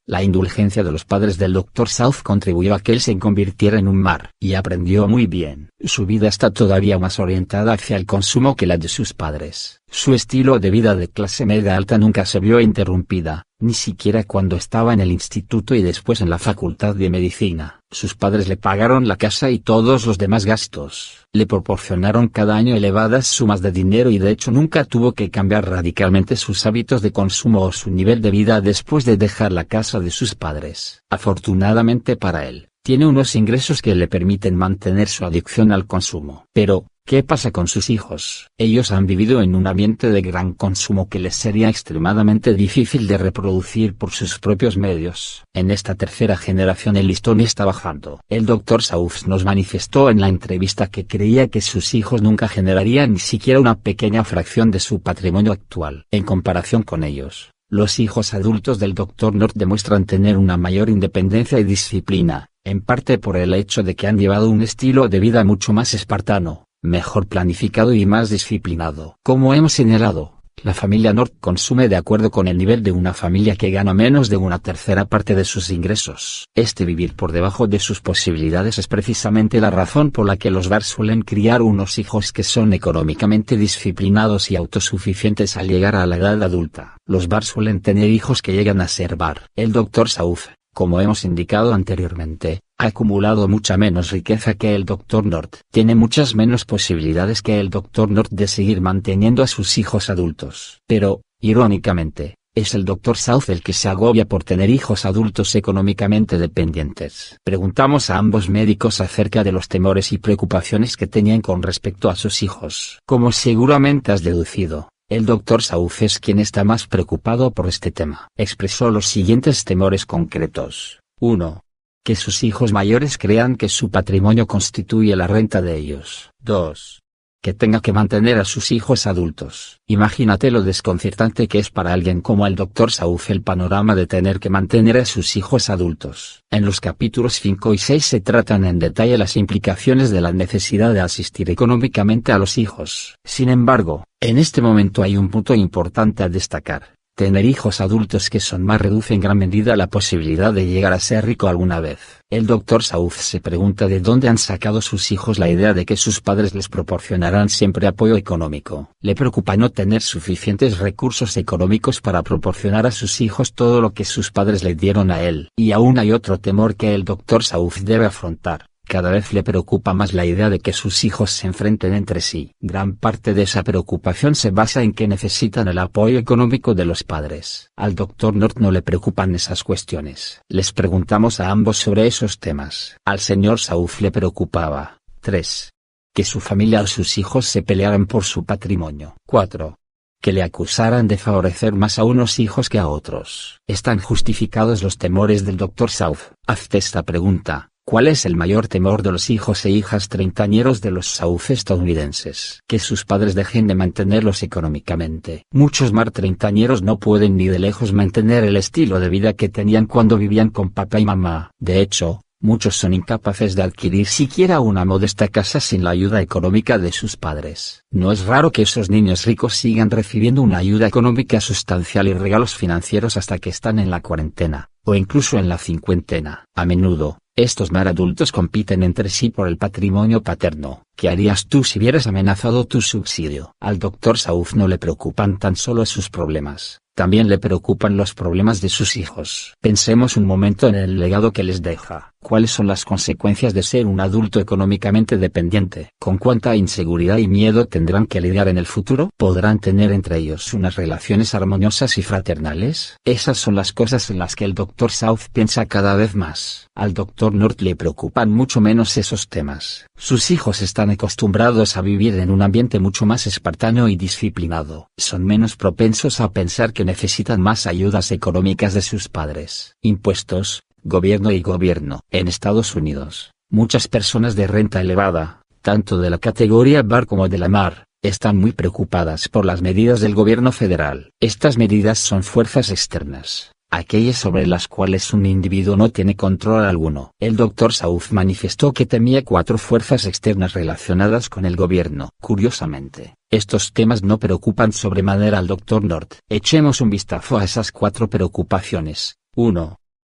La indulgencia de los padres del doctor South contribuyó a que él se convirtiera en un mar, y aprendió muy bien. Su vida está todavía más orientada hacia el consumo que la de sus padres. Su estilo de vida de clase media alta nunca se vio interrumpida, ni siquiera cuando estaba en el instituto y después en la facultad de medicina. Sus padres le pagaron la casa y todos los demás gastos. Le proporcionaron cada año elevadas sumas de dinero y de hecho nunca tuvo que cambiar radicalmente sus hábitos de consumo o su nivel de vida después de dejar la casa de sus padres. Afortunadamente para él, tiene unos ingresos que le permiten mantener su adicción al consumo. Pero, ¿qué pasa con sus hijos? Ellos han vivido en un ambiente de gran consumo que les sería extremadamente difícil de reproducir por sus propios medios. En esta tercera generación el listón está bajando. El doctor South nos manifestó en la entrevista que creía que sus hijos nunca generarían ni siquiera una pequeña fracción de su patrimonio actual. En comparación con ellos, los hijos adultos del doctor North demuestran tener una mayor independencia y disciplina, en parte por el hecho de que han llevado un estilo de vida mucho más espartano, mejor planificado y más disciplinado. Como hemos señalado, la familia North consume de acuerdo con el nivel de una familia que gana menos de una tercera parte de sus ingresos. Este vivir por debajo de sus posibilidades es precisamente la razón por la que los Barr suelen criar unos hijos que son económicamente disciplinados y autosuficientes al llegar a la edad adulta. Los Barr suelen tener hijos que llegan a ser Barr. El doctor South, como hemos indicado anteriormente, ha acumulado mucha menos riqueza que el doctor North. Tiene muchas menos posibilidades que el doctor North de seguir manteniendo a sus hijos adultos. Pero, irónicamente, es el doctor South el que se agobia por tener hijos adultos económicamente dependientes. Preguntamos a ambos médicos acerca de los temores y preocupaciones que tenían con respecto a sus hijos. Como seguramente has deducido, el doctor South es quien está más preocupado por este tema. Expresó los siguientes temores concretos. uno. Que sus hijos mayores crean que su patrimonio constituye la renta de ellos. dos. Que tenga que mantener a sus hijos adultos. Imagínate lo desconcertante que es para alguien como el doctor South el panorama de tener que mantener a sus hijos adultos. En los capítulos cinco y seis se tratan en detalle las implicaciones de la necesidad de asistir económicamente a los hijos. Sin embargo, en este momento hay un punto importante a destacar. Tener hijos adultos que son más reduce en gran medida la posibilidad de llegar a ser rico alguna vez. El doctor South se pregunta de dónde han sacado sus hijos la idea de que sus padres les proporcionarán siempre apoyo económico. Le preocupa no tener suficientes recursos económicos para proporcionar a sus hijos todo lo que sus padres le dieron a él. Y aún hay otro temor que el doctor South debe afrontar. Cada vez le preocupa más la idea de que sus hijos se enfrenten entre sí. Gran parte de esa preocupación se basa en que necesitan el apoyo económico de los padres. Al doctor North no le preocupan esas cuestiones. Les preguntamos a ambos sobre esos temas. Al señor South le preocupaba. tres. Que su familia o sus hijos se pelearan por su patrimonio. cuatro. Que le acusaran de favorecer más a unos hijos que a otros. ¿Están justificados los temores del doctor South? Hazte esta pregunta. ¿Cuál es el mayor temor de los hijos e hijas treintañeros de los South estadounidenses? Que sus padres dejen de mantenerlos económicamente. Muchos Mar treintañeros no pueden ni de lejos mantener el estilo de vida que tenían cuando vivían con papá y mamá. De hecho, muchos son incapaces de adquirir siquiera una modesta casa sin la ayuda económica de sus padres. No es raro que esos niños ricos sigan recibiendo una ayuda económica sustancial y regalos financieros hasta que están en la cuarentena, o incluso en la cincuentena. A menudo, estos mar adultos compiten entre sí por el patrimonio paterno. ¿Qué harías tú si vieras amenazado tu subsidio? Al doctor South no le preocupan tan solo sus problemas, también le preocupan los problemas de sus hijos. Pensemos un momento en el legado que les deja. ¿Cuáles son las consecuencias de ser un adulto económicamente dependiente? ¿Con cuánta inseguridad y miedo tendrán que lidiar en el futuro? ¿Podrán tener entre ellos unas relaciones armoniosas y fraternales? Esas son las cosas en las que el doctor South piensa cada vez más. Al doctor North le preocupan mucho menos esos temas. Sus hijos están acostumbrados a vivir en un ambiente mucho más espartano y disciplinado. Son menos propensos a pensar que necesitan más ayudas económicas de sus padres. Impuestos, gobierno y gobierno. En Estados Unidos, muchas personas de renta elevada, tanto de la categoría Barr como de la Mar, están muy preocupadas por las medidas del gobierno federal. Estas medidas son fuerzas externas, aquellas sobre las cuales un individuo no tiene control alguno. El doctor South manifestó que temía cuatro fuerzas externas relacionadas con el gobierno. Curiosamente, estos temas no preocupan sobremanera al doctor North. Echemos un vistazo a esas cuatro preocupaciones. uno.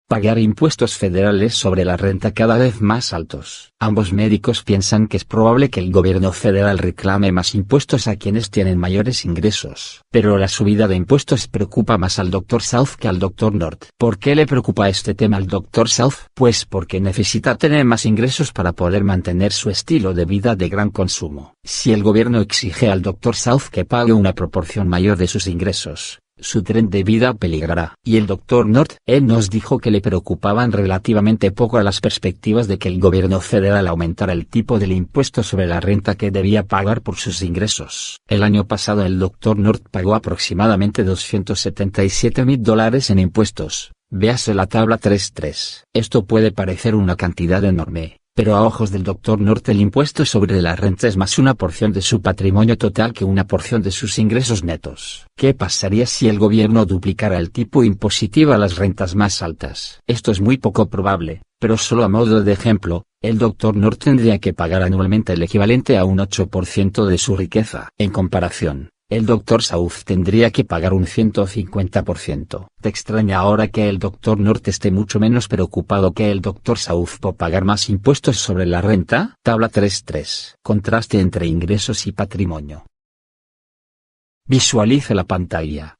Pagar impuestos federales sobre la renta cada vez más altos. Ambos médicos piensan que es probable que el gobierno federal reclame más impuestos a quienes tienen mayores ingresos. Pero la subida de impuestos preocupa más al doctor South que al doctor North. ¿Por qué le preocupa este tema al doctor South? Pues porque necesita tener más ingresos para poder mantener su estilo de vida de gran consumo. Si el gobierno exige al doctor South que pague una proporción mayor de sus ingresos, su tren de vida peligrará. Y el doctor North, él nos dijo que le preocupaban relativamente poco a las perspectivas de que el gobierno federal aumentara el tipo del impuesto sobre la renta que debía pagar por sus ingresos. El año pasado el doctor North pagó aproximadamente doscientos setenta y siete mil dólares en impuestos. Véase la tabla tres punto tres. Esto puede parecer una cantidad enorme, pero a ojos del doctor North el impuesto sobre la renta es más una porción de su patrimonio total que una porción de sus ingresos netos. ¿Qué pasaría si el gobierno duplicara el tipo impositivo a las rentas más altas? Esto es muy poco probable, pero solo a modo de ejemplo, el doctor North tendría que pagar anualmente el equivalente a un ocho por ciento de su riqueza. En comparación, el doctor South tendría que pagar un ciento cincuenta por ciento. ¿Te extraña ahora que el doctor North esté mucho menos preocupado que el doctor South por pagar más impuestos sobre la renta? Tabla tres punto tres. Contraste entre ingresos y patrimonio. Visualice la pantalla.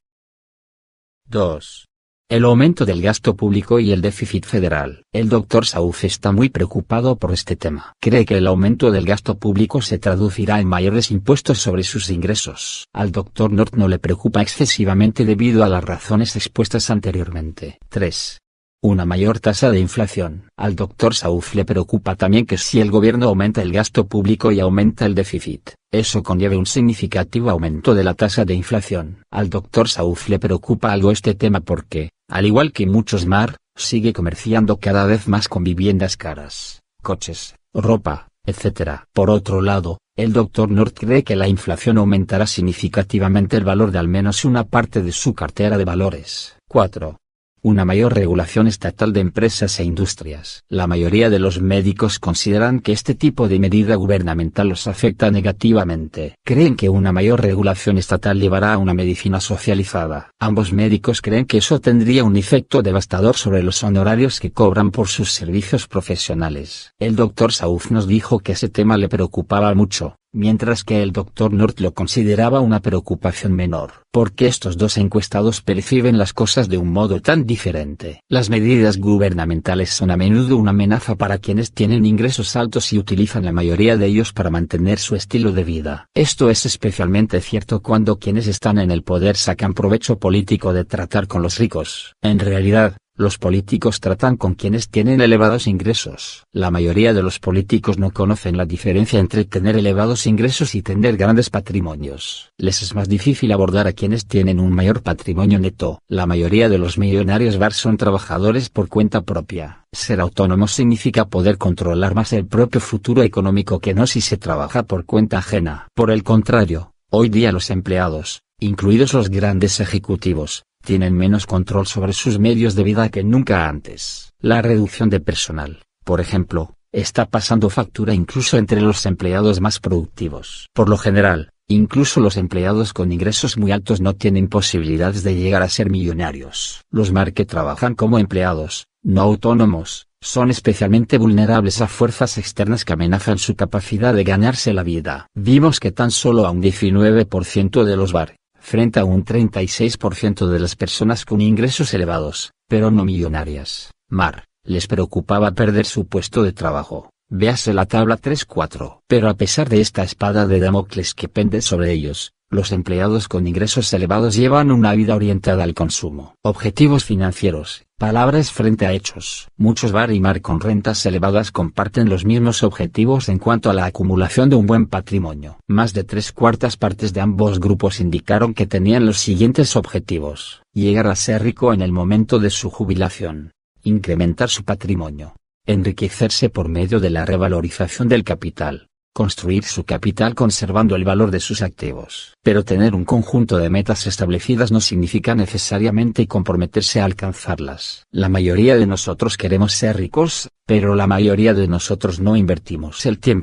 dos. El aumento del gasto público y el déficit federal. El doctor South está muy preocupado por este tema. Cree que el aumento del gasto público se traducirá en mayores impuestos sobre sus ingresos. Al doctor North no le preocupa excesivamente debido a las razones expuestas anteriormente. tres. Una mayor tasa de inflación. Al doctor South le preocupa también que si el gobierno aumenta el gasto público y aumenta el déficit, eso conlleve un significativo aumento de la tasa de inflación. Al doctor South le preocupa algo este tema porque, al igual que muchos mar, sigue comerciando cada vez más con viviendas caras, coches, ropa, etcétera. Por otro lado, el doctor North cree que la inflación aumentará significativamente el valor de al menos una parte de su cartera de valores. cuatro. Una mayor regulación estatal de empresas e industrias. La mayoría de los médicos consideran que este tipo de medida gubernamental los afecta negativamente. Creen que una mayor regulación estatal llevará a una medicina socializada. Ambos médicos creen que eso tendría un efecto devastador sobre los honorarios que cobran por sus servicios profesionales. El doctor South nos dijo que ese tema le preocupaba mucho, mientras que el doctor North lo consideraba una preocupación menor. ¿Por qué estos dos encuestados perciben las cosas de un modo tan diferente? Las medidas gubernamentales son a menudo una amenaza para quienes tienen ingresos altos y utilizan la mayoría de ellos para mantener su estilo de vida. Esto es especialmente cierto cuando quienes están en el poder sacan provecho político de tratar con los ricos. En realidad, los políticos tratan con quienes tienen elevados ingresos. La mayoría de los políticos no conocen la diferencia entre tener elevados ingresos y tener grandes patrimonios. Les es más difícil abordar a quienes tienen un mayor patrimonio neto. La mayoría de los millonarios bar son trabajadores por cuenta propia. Ser autónomo significa poder controlar más el propio futuro económico que no si se trabaja por cuenta ajena. Por el contrario, hoy día los empleados, incluidos los grandes ejecutivos, tienen menos control sobre sus medios de vida que nunca antes. La reducción de personal, por ejemplo, está pasando factura incluso entre los empleados más productivos. Por lo general, incluso los empleados con ingresos muy altos no tienen posibilidades de llegar a ser millonarios. Los mar que trabajan como empleados, no autónomos, son especialmente vulnerables a fuerzas externas que amenazan su capacidad de ganarse la vida. Vimos que tan solo a un diecinueve por ciento de los bar, frente a un treinta y seis por ciento de las personas con ingresos elevados, pero no millonarias, mar, les preocupaba perder su puesto de trabajo. Véase la tabla tres punto cuatro. Pero a pesar de esta espada de Damocles que pende sobre ellos, los empleados con ingresos elevados llevan una vida orientada al consumo. Objetivos financieros, palabras frente a hechos. Muchos bar y mar con rentas elevadas comparten los mismos objetivos en cuanto a la acumulación de un buen patrimonio. Más de tres cuartas partes de ambos grupos indicaron que tenían los siguientes objetivos: llegar a ser rico en el momento de su jubilación, incrementar su patrimonio, enriquecerse por medio de la revalorización del capital, construir su capital conservando el valor de sus activos. Pero tener un conjunto de metas establecidas no significa necesariamente comprometerse a alcanzarlas. La mayoría de nosotros queremos ser ricos, pero la mayoría de nosotros no invertimos el tiempo,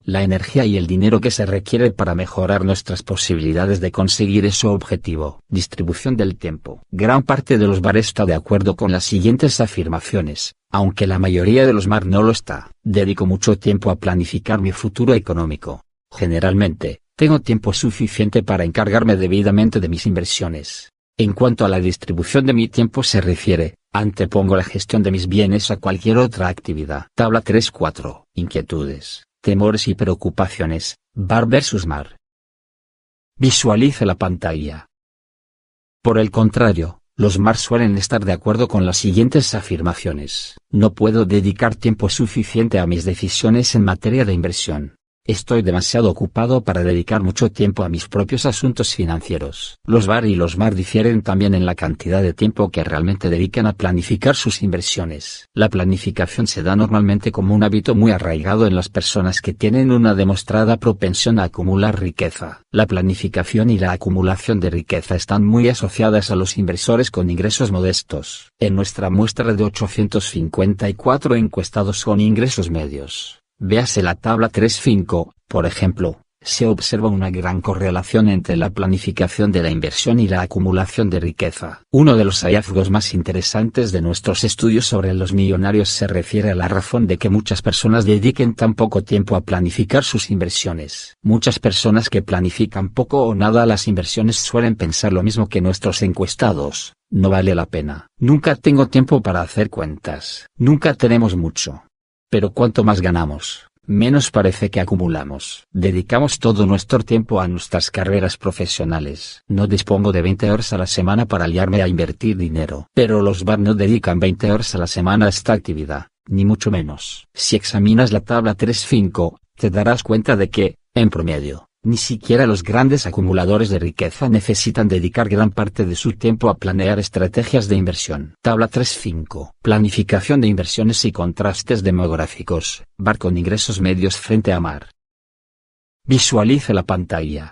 la energía y el dinero que se requiere para mejorar nuestras posibilidades de conseguir ese objetivo. Distribución del tiempo. Gran parte de los bar está de acuerdo con las siguientes afirmaciones, aunque la mayoría de los bar no lo está. Dedico mucho tiempo a planificar mi futuro económico. Generalmente, tengo tiempo suficiente para encargarme debidamente de mis inversiones. En cuanto a la distribución de mi tiempo se refiere, antepongo la gestión de mis bienes a cualquier otra actividad. Tabla tres punto cuatro. Inquietudes, temores y preocupaciones, bar versus mar. Visualice la pantalla. Por el contrario, los mar suelen estar de acuerdo con las siguientes afirmaciones. No puedo dedicar tiempo suficiente a mis decisiones en materia de inversión. Estoy demasiado ocupado para dedicar mucho tiempo a mis propios asuntos financieros. Los bar y los mar difieren también en la cantidad de tiempo que realmente dedican a planificar sus inversiones. La planificación se da normalmente como un hábito muy arraigado en las personas que tienen una demostrada propensión a acumular riqueza. La planificación y la acumulación de riqueza están muy asociadas a los inversores con ingresos modestos. En nuestra muestra de ochocientos cincuenta y cuatro encuestados con ingresos medios, véase la tabla tres punto cinco, por ejemplo, se observa una gran correlación entre la planificación de la inversión y la acumulación de riqueza. Uno de los hallazgos más interesantes de nuestros estudios sobre los millonarios se refiere a la razón de que muchas personas dediquen tan poco tiempo a planificar sus inversiones. Muchas personas que planifican poco o nada las inversiones suelen pensar lo mismo que nuestros encuestados: no vale la pena. Nunca tengo tiempo para hacer cuentas. Nunca tenemos mucho. Pero cuanto más ganamos, menos parece que acumulamos. Dedicamos todo nuestro tiempo a nuestras carreras profesionales. No dispongo de veinte horas a la semana para liarme a invertir dinero. Pero los bar no dedican veinte horas a la semana a esta actividad, ni mucho menos. Si examinas la tabla tres punto cinco, te darás cuenta de que, en promedio, ni siquiera los grandes acumuladores de riqueza necesitan dedicar gran parte de su tiempo a planear estrategias de inversión. Tabla tres punto cinco. Planificación de inversiones y contrastes demográficos, bar con ingresos medios frente a mar. Visualice la pantalla.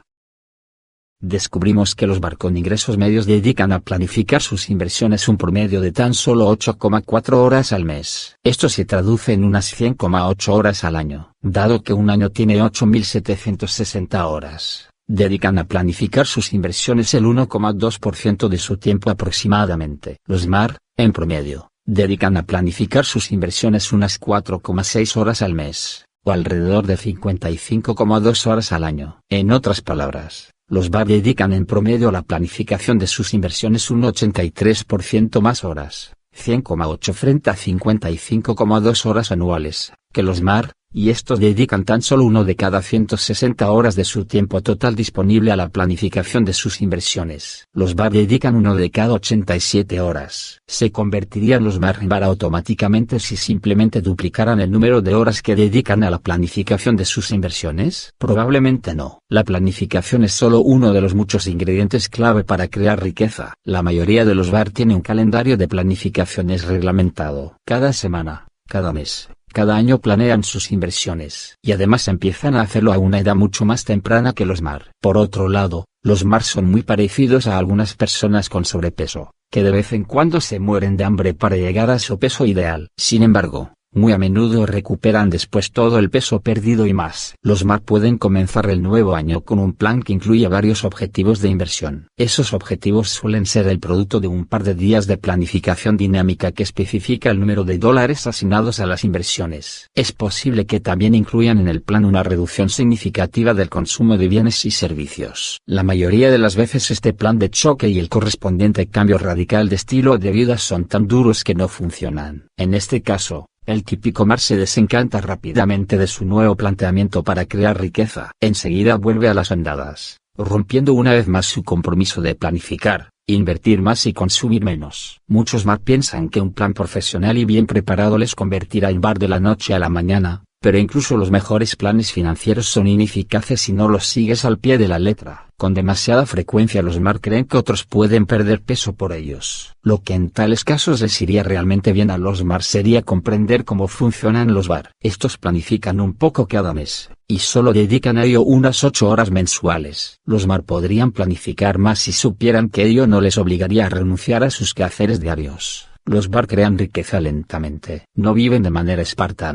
Descubrimos que los bar con ingresos medios dedican a planificar sus inversiones un promedio de tan solo ocho coma cuatro horas al mes. Esto se traduce en unas cien coma ocho horas al año. Dado que un año tiene ocho mil setecientas sesenta horas, dedican a planificar sus inversiones el uno coma dos por ciento de su tiempo aproximadamente. Los mar, en promedio, dedican a planificar sus inversiones unas cuatro coma seis horas al mes, o alrededor de cincuenta y cinco coma dos horas al año. En otras palabras, los bar dedican en promedio a la planificación de sus inversiones un ochenta y tres por ciento más horas, cien coma ocho frente a cincuenta y cinco coma dos horas anuales, que los mar, y estos dedican tan solo uno de cada ciento sesenta horas de su tiempo total disponible a la planificación de sus inversiones. Los bar dedican uno de cada ochenta y siete horas. ¿Se convertirían los mar en bar automáticamente si simplemente duplicaran el número de horas que dedican a la planificación de sus inversiones? Probablemente no. La planificación es solo uno de los muchos ingredientes clave para crear riqueza. La mayoría de los bar tiene un calendario de planificaciones reglamentado. Cada semana, cada mes, cada año planean sus inversiones. Y además empiezan a hacerlo a una edad mucho más temprana que los mar. Por otro lado, los mar son muy parecidos a algunas personas con sobrepeso, que de vez en cuando se mueren de hambre para llegar a su peso ideal. Sin embargo, muy a menudo recuperan después todo el peso perdido y más. Los mar pueden comenzar el nuevo año con un plan que incluye varios objetivos de inversión. Esos objetivos suelen ser el producto de un par de días de planificación dinámica que especifica el número de dólares asignados a las inversiones. Es posible que también incluyan en el plan una reducción significativa del consumo de bienes y servicios. La mayoría de las veces este plan de choque y el correspondiente cambio radical de estilo de vida son tan duros que no funcionan. En este caso, el típico mar se desencanta rápidamente de su nuevo planteamiento para crear riqueza. Enseguida vuelve a las andadas, rompiendo una vez más su compromiso de planificar, invertir más y consumir menos. Muchos mar piensan que un plan profesional y bien preparado les convertirá en bar de la noche a la mañana, pero incluso los mejores planes financieros son ineficaces si no los sigues al pie de la letra. Con demasiada frecuencia los mar creen que otros pueden perder peso por ellos. Lo que en tales casos les iría realmente bien a los mar sería comprender cómo funcionan los bar. Estos planifican un poco cada mes, y solo dedican a ello unas ocho horas mensuales. Los mar podrían planificar más si supieran que ello no les obligaría a renunciar a sus quehaceres diarios. Los bar crean riqueza lentamente. No viven de manera espartana,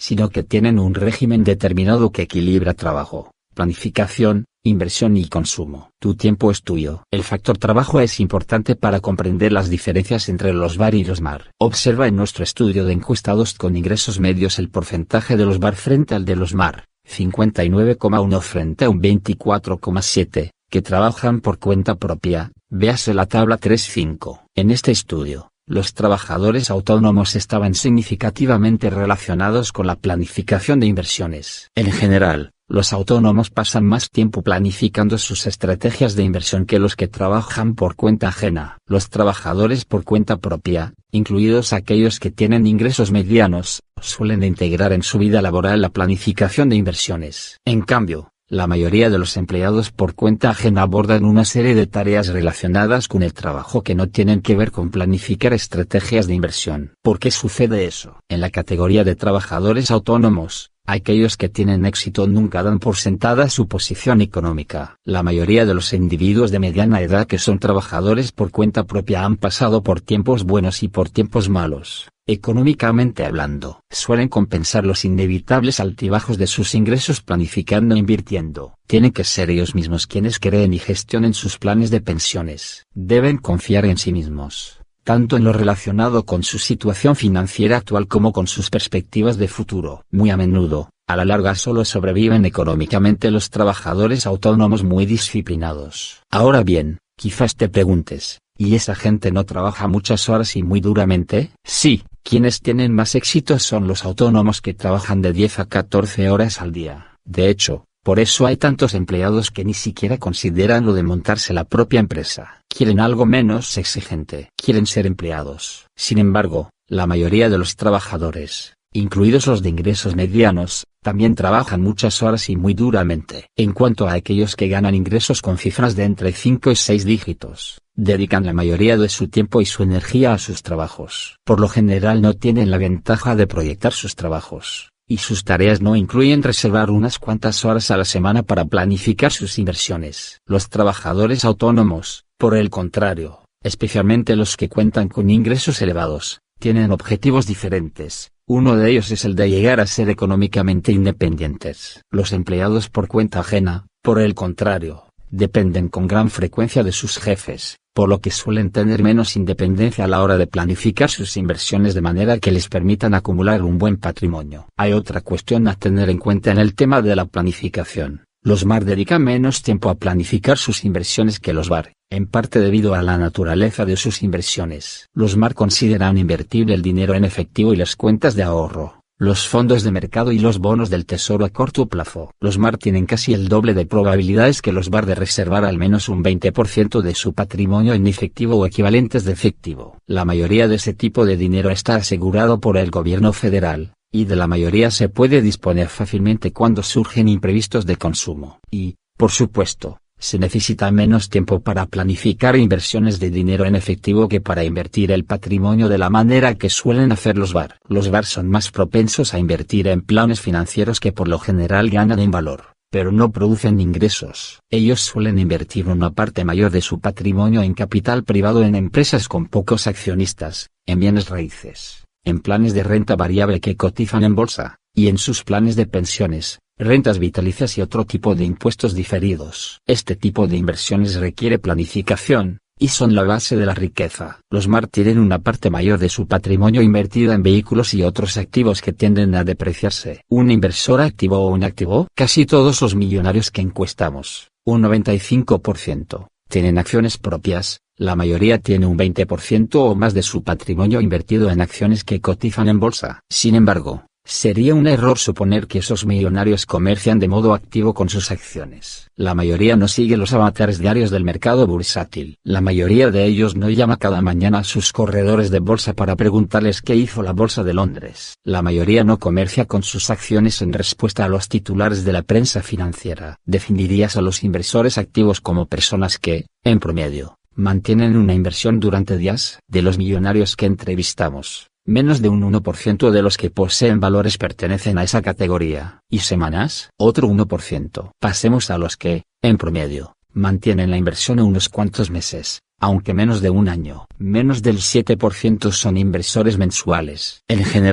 sino que tienen un régimen determinado que equilibra trabajo, planificación, inversión y consumo. Tu tiempo es tuyo. El factor trabajo es importante para comprender las diferencias entre los V A R y los M A R. Observa en nuestro estudio de encuestados con ingresos medios el porcentaje de los V A R frente al de los M A R, cincuenta y nueve coma uno frente a un veinticuatro coma siete, que trabajan por cuenta propia. Véase la tabla tres punto cinco. En este estudio, los trabajadores autónomos estaban significativamente relacionados con la planificación de inversiones. En general, los autónomos pasan más tiempo planificando sus estrategias de inversión que los que trabajan por cuenta ajena. Los trabajadores por cuenta propia, incluidos aquellos que tienen ingresos medianos, suelen integrar en su vida laboral la planificación de inversiones. En cambio, la mayoría de los empleados por cuenta ajena abordan una serie de tareas relacionadas con el trabajo que no tienen que ver con planificar estrategias de inversión. ¿Por qué sucede eso? En la categoría de trabajadores autónomos, aquellos que tienen éxito nunca dan por sentada su posición económica. La mayoría de los individuos de mediana edad que son trabajadores por cuenta propia han pasado por tiempos buenos y por tiempos malos. Económicamente hablando, suelen compensar los inevitables altibajos de sus ingresos planificando e invirtiendo. Tienen que ser ellos mismos quienes creen y gestionen sus planes de pensiones. Deben confiar en sí mismos, tanto en lo relacionado con su situación financiera actual como con sus perspectivas de futuro. Muy a menudo, a la larga solo sobreviven económicamente los trabajadores autónomos muy disciplinados. Ahora bien, quizás te preguntes, ¿y esa gente no trabaja muchas horas y muy duramente? Sí, quienes tienen más éxito son los autónomos que trabajan de diez a catorce horas al día. De hecho, por eso hay tantos empleados que ni siquiera consideran lo de montarse la propia empresa. Quieren algo menos exigente. Quieren ser empleados. Sin embargo, la mayoría de los trabajadores, incluidos los de ingresos medianos, también trabajan muchas horas y muy duramente. En cuanto a aquellos que ganan ingresos con cifras de entre cinco y seis dígitos, dedican la mayoría de su tiempo y su energía a sus trabajos. Por lo general no tienen la ventaja de proyectar sus trabajos, y sus tareas no incluyen reservar unas cuantas horas a la semana para planificar sus inversiones. Los trabajadores autónomos, por el contrario, especialmente los que cuentan con ingresos elevados, tienen objetivos diferentes. Uno de ellos es el de llegar a ser económicamente independientes. Los empleados por cuenta ajena, por el contrario, dependen con gran frecuencia de sus jefes, por lo que suelen tener menos independencia a la hora de planificar sus inversiones de manera que les permitan acumular un buen patrimonio. Hay otra cuestión a tener en cuenta en el tema de la planificación. Los M A R dedican menos tiempo a planificar sus inversiones que los V A R, en parte debido a la naturaleza de sus inversiones. Los M A R consideran invertir el dinero en efectivo y las cuentas de ahorro, los fondos de mercado y los bonos del tesoro a corto plazo. Los M A R tienen casi el doble de probabilidades que los V A R de reservar al menos un veinte por ciento de su patrimonio en efectivo o equivalentes de efectivo. La mayoría de ese tipo de dinero está asegurado por el gobierno federal, y de la mayoría se puede disponer fácilmente cuando surgen imprevistos de consumo. Y, por supuesto, se necesita menos tiempo para planificar inversiones de dinero en efectivo que para invertir el patrimonio de la manera que suelen hacer los V A R. Los V A R son más propensos a invertir en planes financieros que por lo general ganan en valor, pero no producen ingresos. Ellos suelen invertir una parte mayor de su patrimonio en capital privado en empresas con pocos accionistas, en bienes raíces, en planes de renta variable que cotizan en bolsa, y en sus planes de pensiones, rentas vitalicias y otro tipo de impuestos diferidos. Este tipo de inversiones requiere planificación, y son la base de la riqueza. Los M A R tienen una parte mayor de su patrimonio invertida en vehículos y otros activos que tienden a depreciarse. ¿Un inversor activo o inactivo? Casi todos los millonarios que encuestamos, un noventa y cinco por ciento, tienen acciones propias. La mayoría tiene un veinte por ciento o más de su patrimonio invertido en acciones que cotizan en bolsa. Sin embargo, sería un error suponer que esos millonarios comercian de modo activo con sus acciones. La mayoría no sigue los avatares diarios del mercado bursátil. La mayoría de ellos no llama cada mañana a sus corredores de bolsa para preguntarles qué hizo la bolsa de Londres. La mayoría no comercia con sus acciones en respuesta a los titulares de la prensa financiera. ¿Definirías a los inversores activos como personas que, en promedio, mantienen una inversión durante días? De los millonarios que entrevistamos, menos de un uno por ciento de los que poseen valores pertenecen a esa categoría. ¿Y semanas? Otro uno por ciento. Pasemos a los que, en promedio, mantienen la inversión unos cuantos meses, aunque menos de un año. Menos del siete por ciento son inversores mensuales. En general,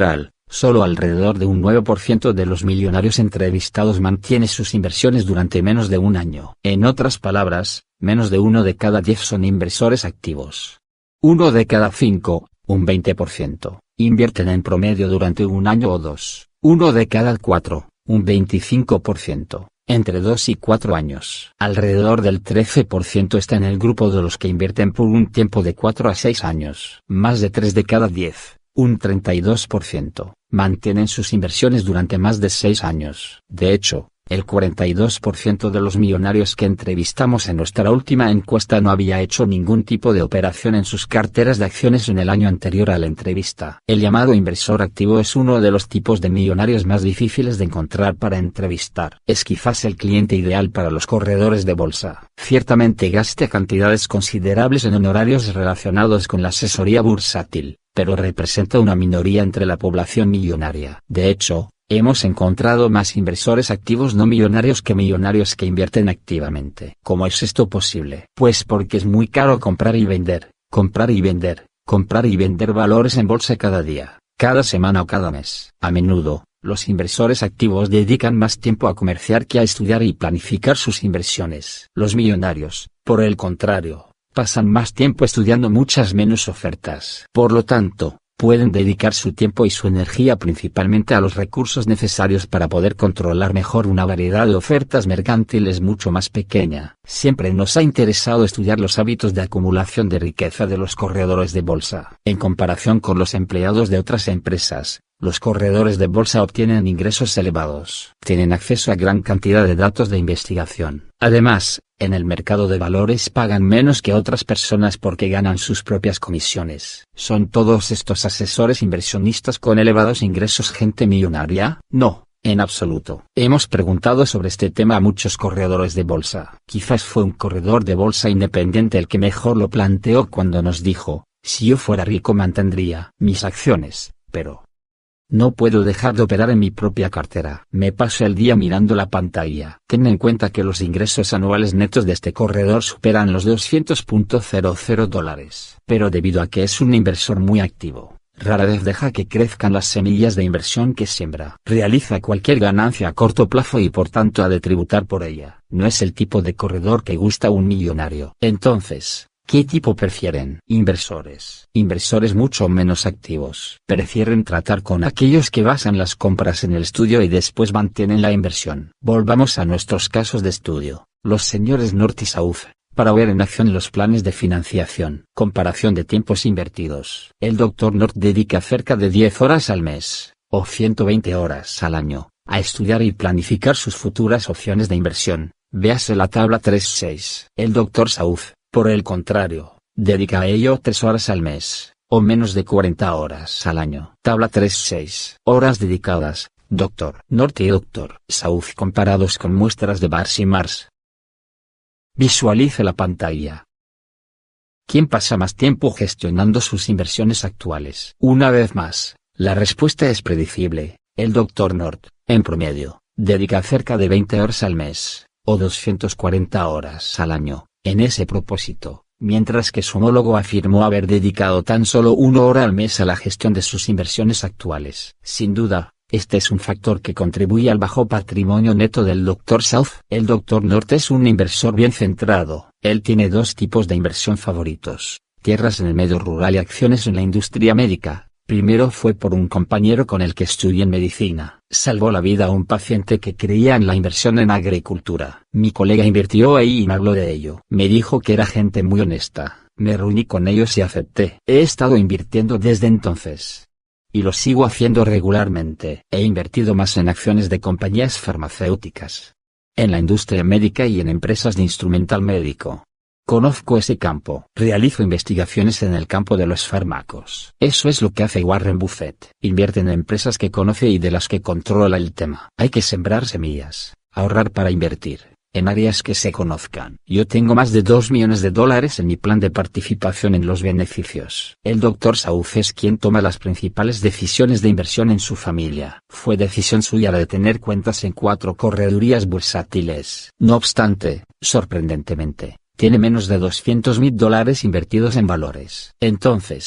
Solo alrededor de un nueve por ciento de los millonarios entrevistados mantiene sus inversiones durante menos de un año. En otras palabras, menos de uno de cada diez son inversores activos. Uno de cada cinco, un veinte por ciento, invierten en promedio durante un año o dos. Uno de cada cuatro, un veinticinco por ciento, entre dos y cuatro años. Alrededor del trece por ciento está en el grupo de los que invierten por un tiempo de cuatro a seis años. Más de tres de cada diez, un treinta y dos por ciento, mantienen sus inversiones durante más de seis años. De hecho, el cuarenta y dos por ciento de los millonarios que entrevistamos en nuestra última encuesta no había hecho ningún tipo de operación en sus carteras de acciones en el año anterior a la entrevista. El llamado inversor activo es uno de los tipos de millonarios más difíciles de encontrar para entrevistar. Es quizás el cliente ideal para los corredores de bolsa. Ciertamente gasta cantidades considerables en honorarios relacionados con la asesoría bursátil, pero representa una minoría entre la población millonaria. De hecho, hemos encontrado más inversores activos no millonarios que millonarios que invierten activamente. ¿Cómo es esto posible? Pues porque es muy caro comprar y vender, comprar y vender, comprar y vender valores en bolsa cada día, cada semana o cada mes. A menudo, los inversores activos dedican más tiempo a comerciar que a estudiar y planificar sus inversiones. Los millonarios, por el contrario, pasan más tiempo estudiando muchas menos ofertas. Por lo tanto, pueden dedicar su tiempo y su energía principalmente a los recursos necesarios para poder controlar mejor una variedad de ofertas mercantiles mucho más pequeña. Siempre nos ha interesado estudiar los hábitos de acumulación de riqueza de los corredores de bolsa. En comparación con los empleados de otras empresas, los corredores de bolsa obtienen ingresos elevados. Tienen acceso a gran cantidad de datos de investigación. Además, en el mercado de valores pagan menos que otras personas porque ganan sus propias comisiones. ¿Son todos estos asesores inversionistas con elevados ingresos gente millonaria? No, en absoluto. Hemos preguntado sobre este tema a muchos corredores de bolsa. Quizás fue un corredor de bolsa independiente el que mejor lo planteó cuando nos dijo: si yo fuera rico mantendría mis acciones, pero no puedo dejar de operar en mi propia cartera. Me paso el día mirando la pantalla. Ten en cuenta que los ingresos anuales netos de este corredor superan los doscientos mil dólares. Pero debido a que es un inversor muy activo, rara vez deja que crezcan las semillas de inversión que siembra. Realiza cualquier ganancia a corto plazo y por tanto ha de tributar por ella. No es el tipo de corredor que gusta a un millonario. Entonces, ¿qué tipo prefieren? Inversores. Inversores mucho menos activos. Prefieren tratar con aquellos que basan las compras en el estudio y después mantienen la inversión. Volvamos a nuestros casos de estudio. Los señores North y South, para ver en acción los planes de financiación. Comparación de tiempos invertidos. El doctor North dedica cerca de diez horas al mes, o ciento veinte horas al año, a estudiar y planificar sus futuras opciones de inversión. Véase la tabla tres punto seis. El doctor South, por el contrario, dedica a ello tres horas al mes, o menos de cuarenta horas al año. Tabla tres punto seis. Horas dedicadas, doctor North y doctor South comparados con muestras de Bars y Mars. Visualice la pantalla. ¿Quién pasa más tiempo gestionando sus inversiones actuales? Una vez más, la respuesta es predecible. El doctor North, en promedio, dedica cerca de veinte horas al mes, o doscientas cuarenta horas al año, en ese propósito, mientras que su homólogo afirmó haber dedicado tan solo una hora al mes a la gestión de sus inversiones actuales. Sin duda, este es un factor que contribuye al bajo patrimonio neto del doctor South. El doctor North es un inversor bien centrado. Él tiene dos tipos de inversión favoritos: tierras en el medio rural y acciones en la industria médica. Primero fue por un compañero con el que estudié en medicina. Salvó la vida a un paciente que creía en la inversión en agricultura. Mi colega invirtió ahí y me habló de ello. Me dijo que era gente muy honesta. Me reuní con ellos y acepté. He estado invirtiendo desde entonces. Y lo sigo haciendo regularmente. He invertido más en acciones de compañías farmacéuticas, en la industria médica y en empresas de instrumental médico. Conozco ese campo. Realizo investigaciones en el campo de los fármacos. Eso es lo que hace Warren Buffett. Invierte en empresas que conoce y de las que controla el tema. Hay que sembrar semillas, ahorrar para invertir, en áreas que se conozcan. Yo tengo más de dos millones de dólares en mi plan de participación en los beneficios. El doctor South es quien toma las principales decisiones de inversión en su familia. Fue decisión suya de tener cuentas en cuatro corredurías bursátiles. No obstante, sorprendentemente, tiene menos de doscientos mil dólares invertidos en valores. Entonces,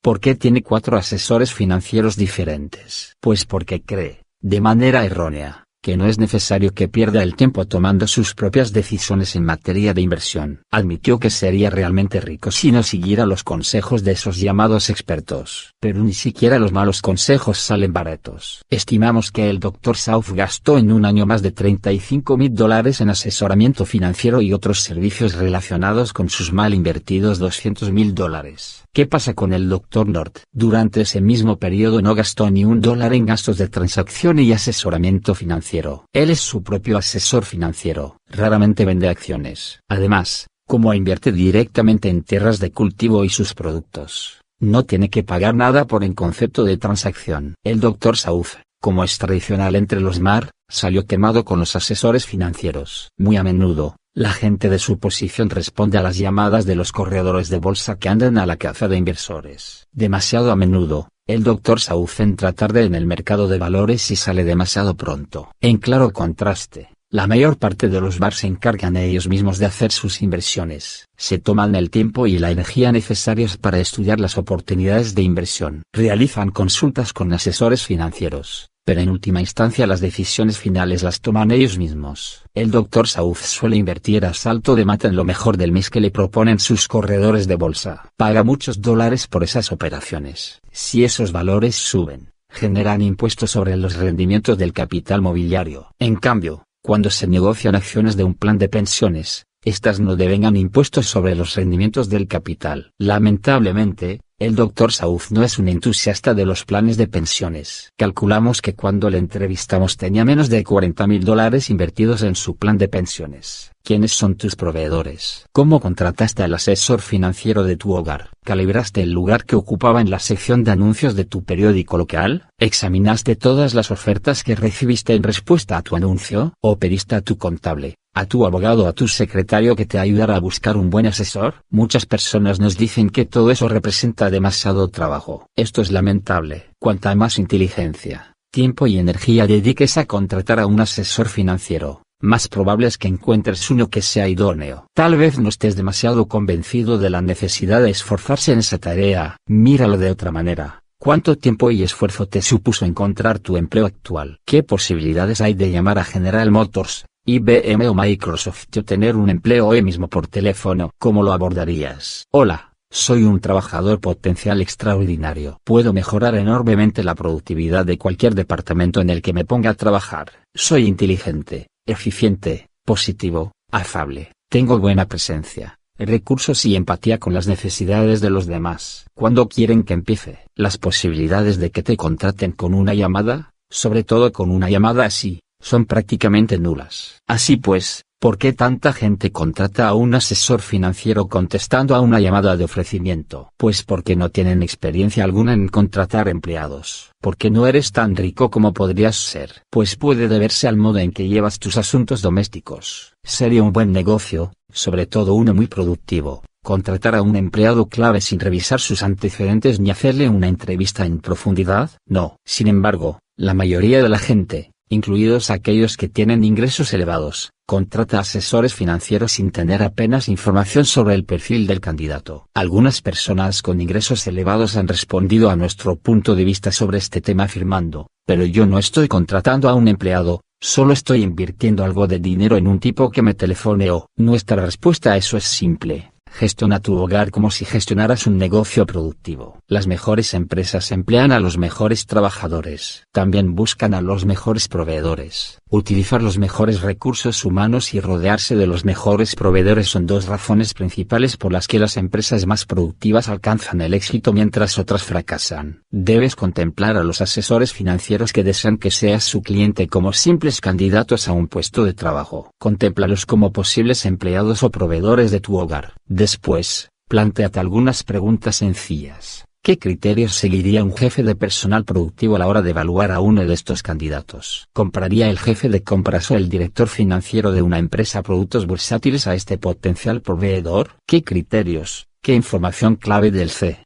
¿Por qué tiene cuatro asesores financieros diferentes? Pues porque cree, de manera errónea, que no es necesario que pierda el tiempo tomando sus propias decisiones en materia de inversión. Admitió que sería realmente rico si no siguiera los consejos de esos llamados expertos. Pero ni siquiera los malos consejos salen baratos. Estimamos que el doctor South gastó en un año más de treinta y cinco mil dólares en asesoramiento financiero y otros servicios relacionados con sus mal invertidos doscientos mil dólares. ¿Qué pasa con el doctor North? Durante ese mismo periodo no gastó ni un dólar en gastos de transacción y asesoramiento financiero. Él es su propio asesor financiero, raramente vende acciones. Además, como invierte directamente en tierras de cultivo y sus productos, no tiene que pagar nada por el concepto de transacción. El doctor South, como es tradicional entre los M A R, salió quemado con los asesores financieros. Muy a menudo, la gente de su posición responde a las llamadas de los corredores de bolsa que andan a la caza de inversores. Demasiado a menudo, el doctor South entra tarde en el mercado de valores y sale demasiado pronto. En claro contraste, la mayor parte de los M A R se encargan ellos mismos de hacer sus inversiones. Se toman el tiempo y la energía necesarios para estudiar las oportunidades de inversión. Realizan consultas con asesores financieros, pero en última instancia las decisiones finales las toman ellos mismos. El doctor South suele invertir a salto de mata en lo mejor del mes que le proponen sus corredores de bolsa. Paga muchos dólares por esas operaciones. Si esos valores suben, generan impuestos sobre los rendimientos del capital mobiliario. En cambio, cuando se negocian acciones de un plan de pensiones, estas no devengan impuestos sobre los rendimientos del capital. Lamentablemente, el doctor South no es un entusiasta de los planes de pensiones. Calculamos que cuando le entrevistamos tenía menos de cuarenta mil dólares invertidos en su plan de pensiones. ¿Quiénes son tus proveedores? ¿Cómo contrataste al asesor financiero de tu hogar? ¿Calibraste el lugar que ocupaba en la sección de anuncios de tu periódico local? ¿Examinaste todas las ofertas que recibiste en respuesta a tu anuncio? ¿O pediste a tu contable, a tu abogado o a tu secretario que te ayudara a buscar un buen asesor? Muchas personas nos dicen que todo eso representa demasiado trabajo. Esto es lamentable. Cuanta más inteligencia, tiempo y energía dediques a contratar a un asesor financiero, más probable es que encuentres uno que sea idóneo. Tal vez no estés demasiado convencido de la necesidad de esforzarse en esa tarea. Míralo de otra manera. ¿Cuánto tiempo y esfuerzo te supuso encontrar tu empleo actual? ¿Qué posibilidades hay de llamar a General Motors, I B M o Microsoft y obtener un empleo hoy mismo por teléfono? ¿Cómo lo abordarías? Hola, soy un trabajador potencial extraordinario. Puedo mejorar enormemente la productividad de cualquier departamento en el que me ponga a trabajar. Soy inteligente, eficiente, positivo, afable, tengo buena presencia, recursos y empatía con las necesidades de los demás. ¿Cuándo quieren que empiece? Las posibilidades de que te contraten con una llamada, sobre todo con una llamada así, son prácticamente nulas. Así pues, ¿por qué tanta gente contrata a un asesor financiero contestando a una llamada de ofrecimiento? Pues porque no tienen experiencia alguna en contratar empleados. ¿Por qué no eres tan rico como podrías ser? Pues puede deberse al modo en que llevas tus asuntos domésticos. Sería un buen negocio, sobre todo uno muy productivo, contratar a un empleado clave sin revisar sus antecedentes ni hacerle una entrevista en profundidad. No. Sin embargo, la mayoría de la gente, incluidos aquellos que tienen ingresos elevados, contrata asesores financieros sin tener apenas información sobre el perfil del candidato. Algunas personas con ingresos elevados han respondido a nuestro punto de vista sobre este tema afirmando, pero yo no estoy contratando a un empleado, solo estoy invirtiendo algo de dinero en un tipo que me telefoneó. Nuestra respuesta a eso es simple. Gestiona tu hogar como si gestionaras un negocio productivo. Las mejores empresas emplean a los mejores trabajadores. También buscan a los mejores proveedores. Utilizar los mejores recursos humanos y rodearse de los mejores proveedores son dos razones principales por las que las empresas más productivas alcanzan el éxito mientras otras fracasan. Debes contemplar a los asesores financieros que desean que seas su cliente como simples candidatos a un puesto de trabajo. Contémplalos como posibles empleados o proveedores de tu hogar. Después, plantéate algunas preguntas sencillas. ¿Qué criterios seguiría un jefe de personal productivo a la hora de evaluar a uno de estos candidatos? ¿Compraría el jefe de compras o el director financiero de una empresa productos bursátiles a este potencial proveedor? ¿Qué criterios, qué información clave del C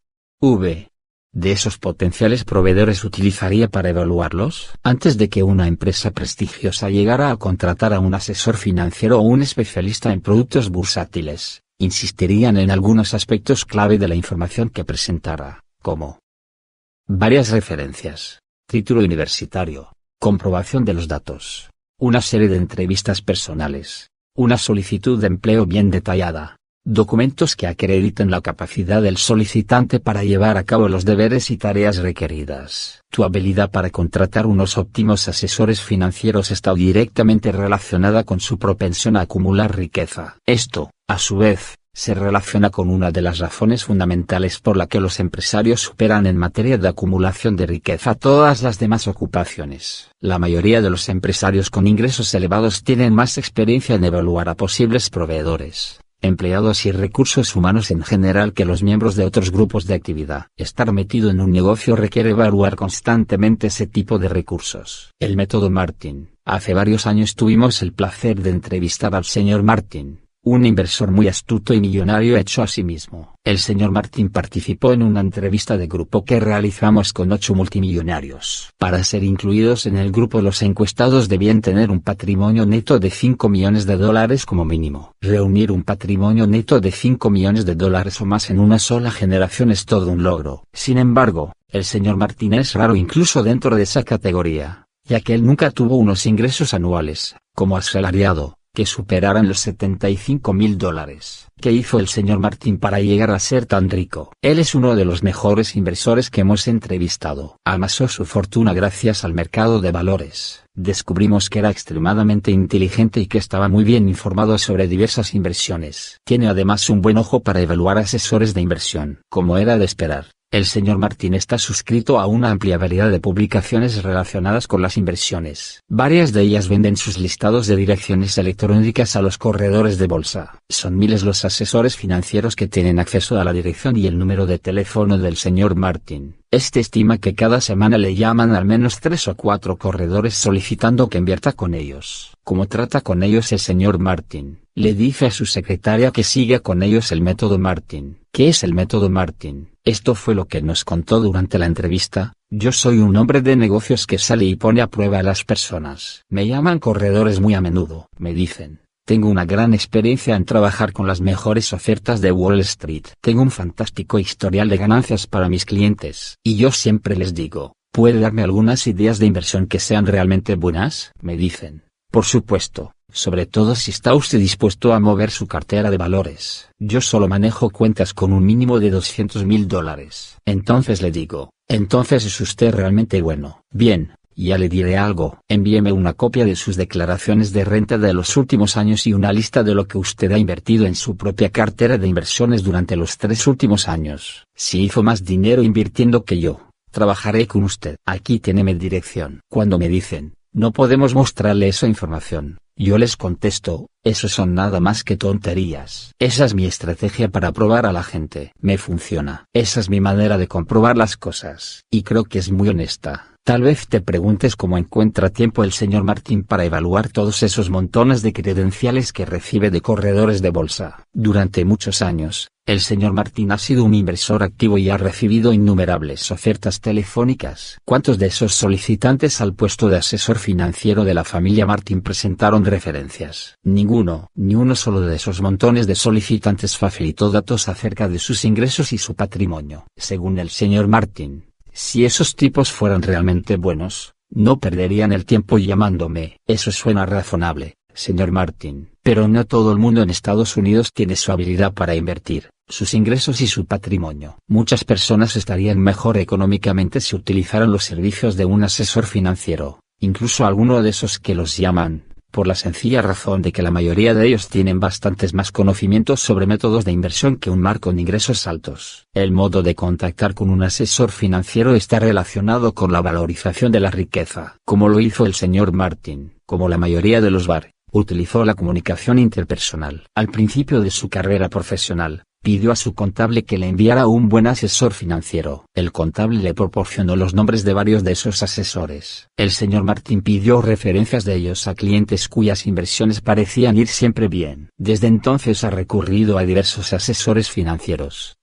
V de esos potenciales proveedores utilizaría para evaluarlos? Antes de que una empresa prestigiosa llegara a contratar a un asesor financiero o un especialista en productos bursátiles, insistirían en algunos aspectos clave de la información que presentara. como varias referencias, título universitario, comprobación de los datos, una serie de entrevistas personales, una solicitud de empleo bien detallada, documentos que acrediten la capacidad del solicitante para llevar a cabo los deberes y tareas requeridas. Tu habilidad para contratar unos óptimos asesores financieros está directamente relacionada con su propensión a acumular riqueza. Esto, a su vez, se relaciona con una de las razones fundamentales por la que los empresarios superan en materia de acumulación de riqueza a todas las demás ocupaciones. La mayoría de los empresarios con ingresos elevados tienen más experiencia en evaluar a posibles proveedores, empleados y recursos humanos en general que los miembros de otros grupos de actividad. Estar metido en un negocio requiere evaluar constantemente ese tipo de recursos. El método Martin. Hace varios años tuvimos el placer de entrevistar al señor Martin, un inversor muy astuto y millonario hecho a sí mismo. El señor Martin participó en una entrevista de grupo que realizamos con ocho multimillonarios. Para ser incluidos en el grupo, los encuestados debían tener un patrimonio neto de cinco millones de dólares como mínimo. Reunir un patrimonio neto de cinco millones de dólares o más en una sola generación es todo un logro. Sin embargo, el señor Martin es raro incluso dentro de esa categoría, ya que él nunca tuvo unos ingresos anuales, como asalariado, que superaran los setenta y cinco mil dólares. ¿Qué hizo el señor Martin para llegar a ser tan rico? Él es uno de los mejores inversores que hemos entrevistado. Amasó su fortuna gracias al mercado de valores. Descubrimos que era extremadamente inteligente y que estaba muy bien informado sobre diversas inversiones. Tiene además un buen ojo para evaluar asesores de inversión. Como era de esperar, el señor Martin está suscrito a una amplia variedad de publicaciones relacionadas con las inversiones. Varias de ellas venden sus listados de direcciones electrónicas a los corredores de bolsa. Son miles los asesores financieros que tienen acceso a la dirección y el número de teléfono del señor Martin. Este estima que cada semana le llaman al menos tres o cuatro corredores solicitando que invierta con ellos. Como trata con ellos el señor Martin, le dice a su secretaria que siga con ellos el método Martin. ¿Qué es el método Martin? Esto fue lo que nos contó durante la entrevista. Yo soy un hombre de negocios que sale y pone a prueba a las personas. Me llaman corredores muy a menudo. Me dicen: tengo una gran experiencia en trabajar con las mejores ofertas de Wall Street. Tengo un fantástico historial de ganancias para mis clientes. Y yo siempre les digo: ¿puede darme algunas ideas de inversión que sean realmente buenas? Me dicen: por supuesto, sobre todo si está usted dispuesto a mover su cartera de valores. Yo solo manejo cuentas con un mínimo de doscientos mil dólares. Entonces le digo: entonces es usted realmente bueno. Bien, ya le diré algo. Envíeme una copia de sus declaraciones de renta de los últimos años y una lista de lo que usted ha invertido en su propia cartera de inversiones durante los tres últimos años. Si hizo más dinero invirtiendo que yo, trabajaré con usted. Aquí tiene mi dirección. Cuando me dicen: no podemos mostrarle esa información, yo les contesto: eso son nada más que tonterías. Esa es mi estrategia para probar a la gente. Me funciona. Esa es mi manera de comprobar las cosas. Y creo que es muy honesta. Tal vez te preguntes cómo encuentra tiempo el señor Martin para evaluar todos esos montones de credenciales que recibe de corredores de bolsa. Durante muchos años, el señor Martin ha sido un inversor activo y ha recibido innumerables ofertas telefónicas. ¿Cuántos de esos solicitantes al puesto de asesor financiero de la familia Martin presentaron referencias? Ninguno. Ni uno solo de esos montones de solicitantes facilitó datos acerca de sus ingresos y su patrimonio. Según el señor Martin, si esos tipos fueran realmente buenos, no perderían el tiempo llamándome. Eso suena razonable, señor Martin, pero no todo el mundo en Estados Unidos tiene su habilidad para invertir, sus ingresos y su patrimonio. Muchas personas estarían mejor económicamente si utilizaran los servicios de un asesor financiero, incluso alguno de esos que los llaman, por la sencilla razón de que la mayoría de ellos tienen bastantes más conocimientos sobre métodos de inversión que un mar con ingresos altos. El modo de contactar con un asesor financiero está relacionado con la valorización de la riqueza. Como lo hizo el señor Martin, como la mayoría de los bar, utilizó la comunicación interpersonal. Al principio de su carrera profesional, pidió a su contable que le enviara un buen asesor financiero. El contable le proporcionó los nombres de varios de esos asesores. El señor Martin pidió referencias de ellos a clientes cuyas inversiones parecían ir siempre bien. Desde entonces ha recurrido a diversos asesores financieros,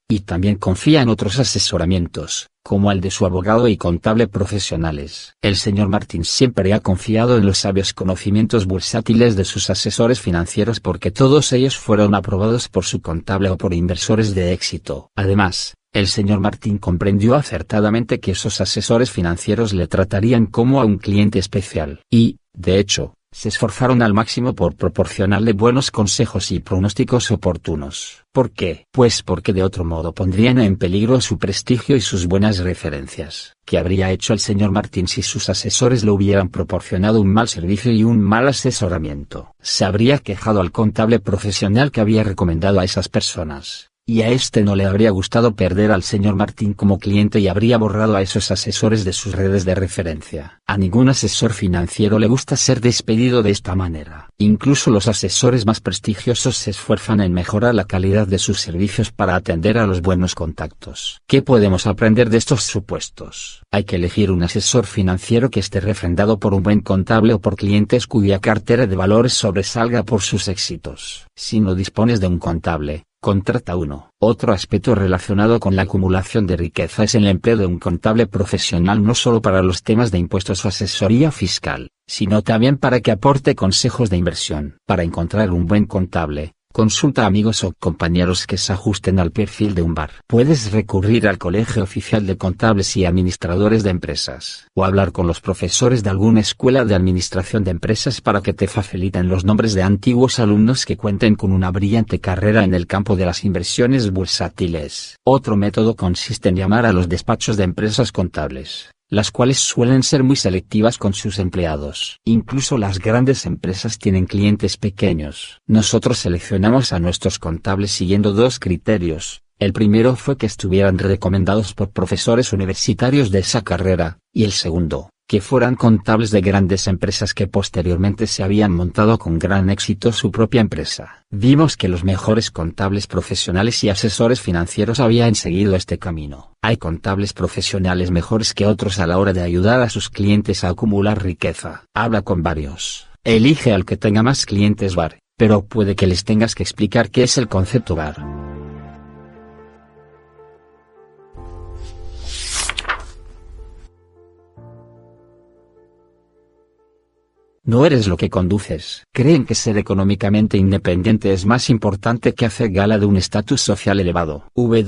y también confía en otros asesoramientos, como el de su abogado y contable profesionales. El señor Martin siempre ha confiado en los sabios conocimientos bursátiles de sus asesores financieros porque todos ellos fueron aprobados por su contable o por inversores de éxito. Además, el señor Martin comprendió acertadamente que esos asesores financieros le tratarían como a un cliente especial, y, de hecho, se esforzaron al máximo por proporcionarle buenos consejos y pronósticos oportunos. ¿Por qué? Pues porque de otro modo pondrían en peligro su prestigio y sus buenas referencias. ¿Qué habría hecho el señor Martin si sus asesores le hubieran proporcionado un mal servicio y un mal asesoramiento? Se habría quejado al contable profesional que había recomendado a esas personas, y a este no le habría gustado perder al señor Martin como cliente y habría borrado a esos asesores de sus redes de referencia. A ningún asesor financiero le gusta ser despedido de esta manera. Incluso los asesores más prestigiosos se esfuerzan en mejorar la calidad de sus servicios para atender a los buenos contactos. ¿Qué podemos aprender de estos supuestos? Hay que elegir un asesor financiero que esté refrendado por un buen contable o por clientes cuya cartera de valores sobresalga por sus éxitos. Si no dispones de un contable, contrata uno. Otro aspecto relacionado con la acumulación de riqueza es el empleo de un contable profesional no solo para los temas de impuestos o asesoría fiscal, sino también para que aporte consejos de inversión. Para encontrar un buen contable, consulta a amigos o compañeros que se ajusten al perfil de un bar. Puedes recurrir al Colegio Oficial de Contables y Administradores de Empresas, o hablar con los profesores de alguna escuela de administración de empresas para que te faciliten los nombres de antiguos alumnos que cuenten con una brillante carrera en el campo de las inversiones bursátiles. Otro método consiste en llamar a los despachos de empresas contables, las cuales suelen ser muy selectivas con sus empleados. Incluso las grandes empresas tienen clientes pequeños. Nosotros seleccionamos a nuestros contables siguiendo dos criterios. El primero fue que estuvieran recomendados por profesores universitarios de esa carrera, y el segundo, que fueran contables de grandes empresas que posteriormente se habían montado con gran éxito su propia empresa. Vimos que los mejores contables profesionales y asesores financieros habían seguido este camino. Hay contables profesionales mejores que otros a la hora de ayudar a sus clientes a acumular riqueza. Habla con varios. Elige al que tenga más clientes bar, pero puede que les tengas que explicar qué es el concepto bar. No eres lo que conduces. Creen que ser económicamente independiente es más importante que hacer gala de un estatus social elevado. W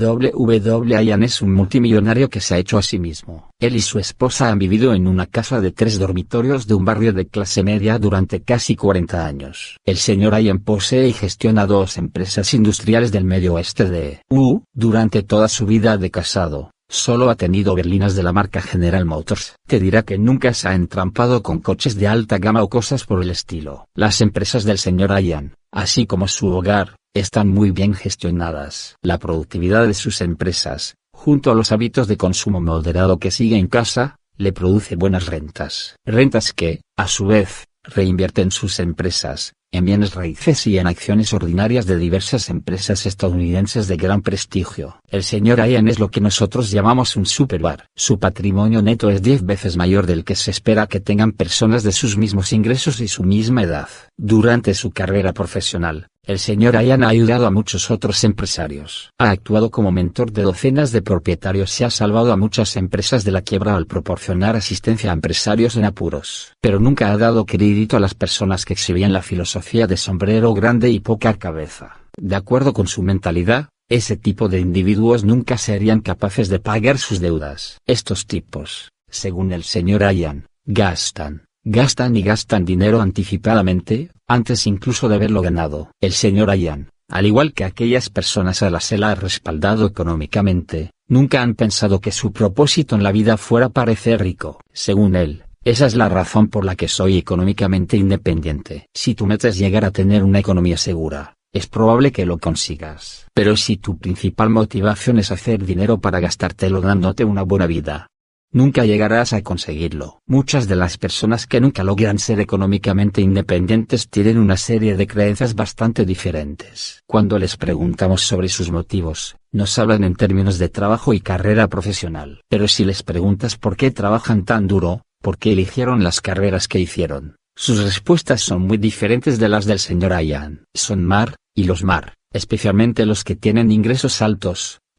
W Ian es un multimillonario que se ha hecho a sí mismo. Él y su esposa han vivido en una casa de tres dormitorios de un barrio de clase media durante casi cuarenta años. El señor Ian posee y gestiona dos empresas industriales del medio oeste de U. Durante toda su vida de casado, solo ha tenido berlinas de la marca General Motors. Te dirá que nunca se ha entrampado con coches de alta gama o cosas por el estilo. Las empresas del señor Ian, así como su hogar, están muy bien gestionadas. La productividad de sus empresas, junto a los hábitos de consumo moderado que sigue en casa, le produce buenas rentas. Rentas que, a su vez, reinvierten sus empresas en bienes raíces y en acciones ordinarias de diversas empresas estadounidenses de gran prestigio. El señor Ian es lo que nosotros llamamos un superbar. Su patrimonio neto es diez veces mayor del que se espera que tengan personas de sus mismos ingresos y su misma edad. Durante su carrera profesional, el señor Ian ha ayudado a muchos otros empresarios. Ha actuado como mentor de docenas de propietarios y ha salvado a muchas empresas de la quiebra al proporcionar asistencia a empresarios en apuros. Pero nunca ha dado crédito a las personas que exhibían la filosofía de sombrero grande y poca cabeza. De acuerdo con su mentalidad, ese tipo de individuos nunca serían capaces de pagar sus deudas. Estos tipos, según el señor Ian, gastan, gastan y gastan dinero anticipadamente, antes incluso de haberlo ganado. El señor Ian, al igual que aquellas personas a las que él ha respaldado económicamente, nunca han pensado que su propósito en la vida fuera parecer rico. Según él, esa es la razón por la que soy económicamente independiente. Si tu meta es llegar a tener una economía segura, es probable que lo consigas. Pero si tu principal motivación es hacer dinero para gastártelo dándote una buena vida, nunca llegarás a conseguirlo. Muchas de las personas que nunca logran ser económicamente independientes tienen una serie de creencias bastante diferentes. Cuando les preguntamos sobre sus motivos, nos hablan en términos de trabajo y carrera profesional. Pero si les preguntas por qué trabajan tan duro, por qué eligieron las carreras que hicieron, sus respuestas son muy diferentes de las del señor Ian. Son mar, y los mar, especialmente los que tienen ingresos altos,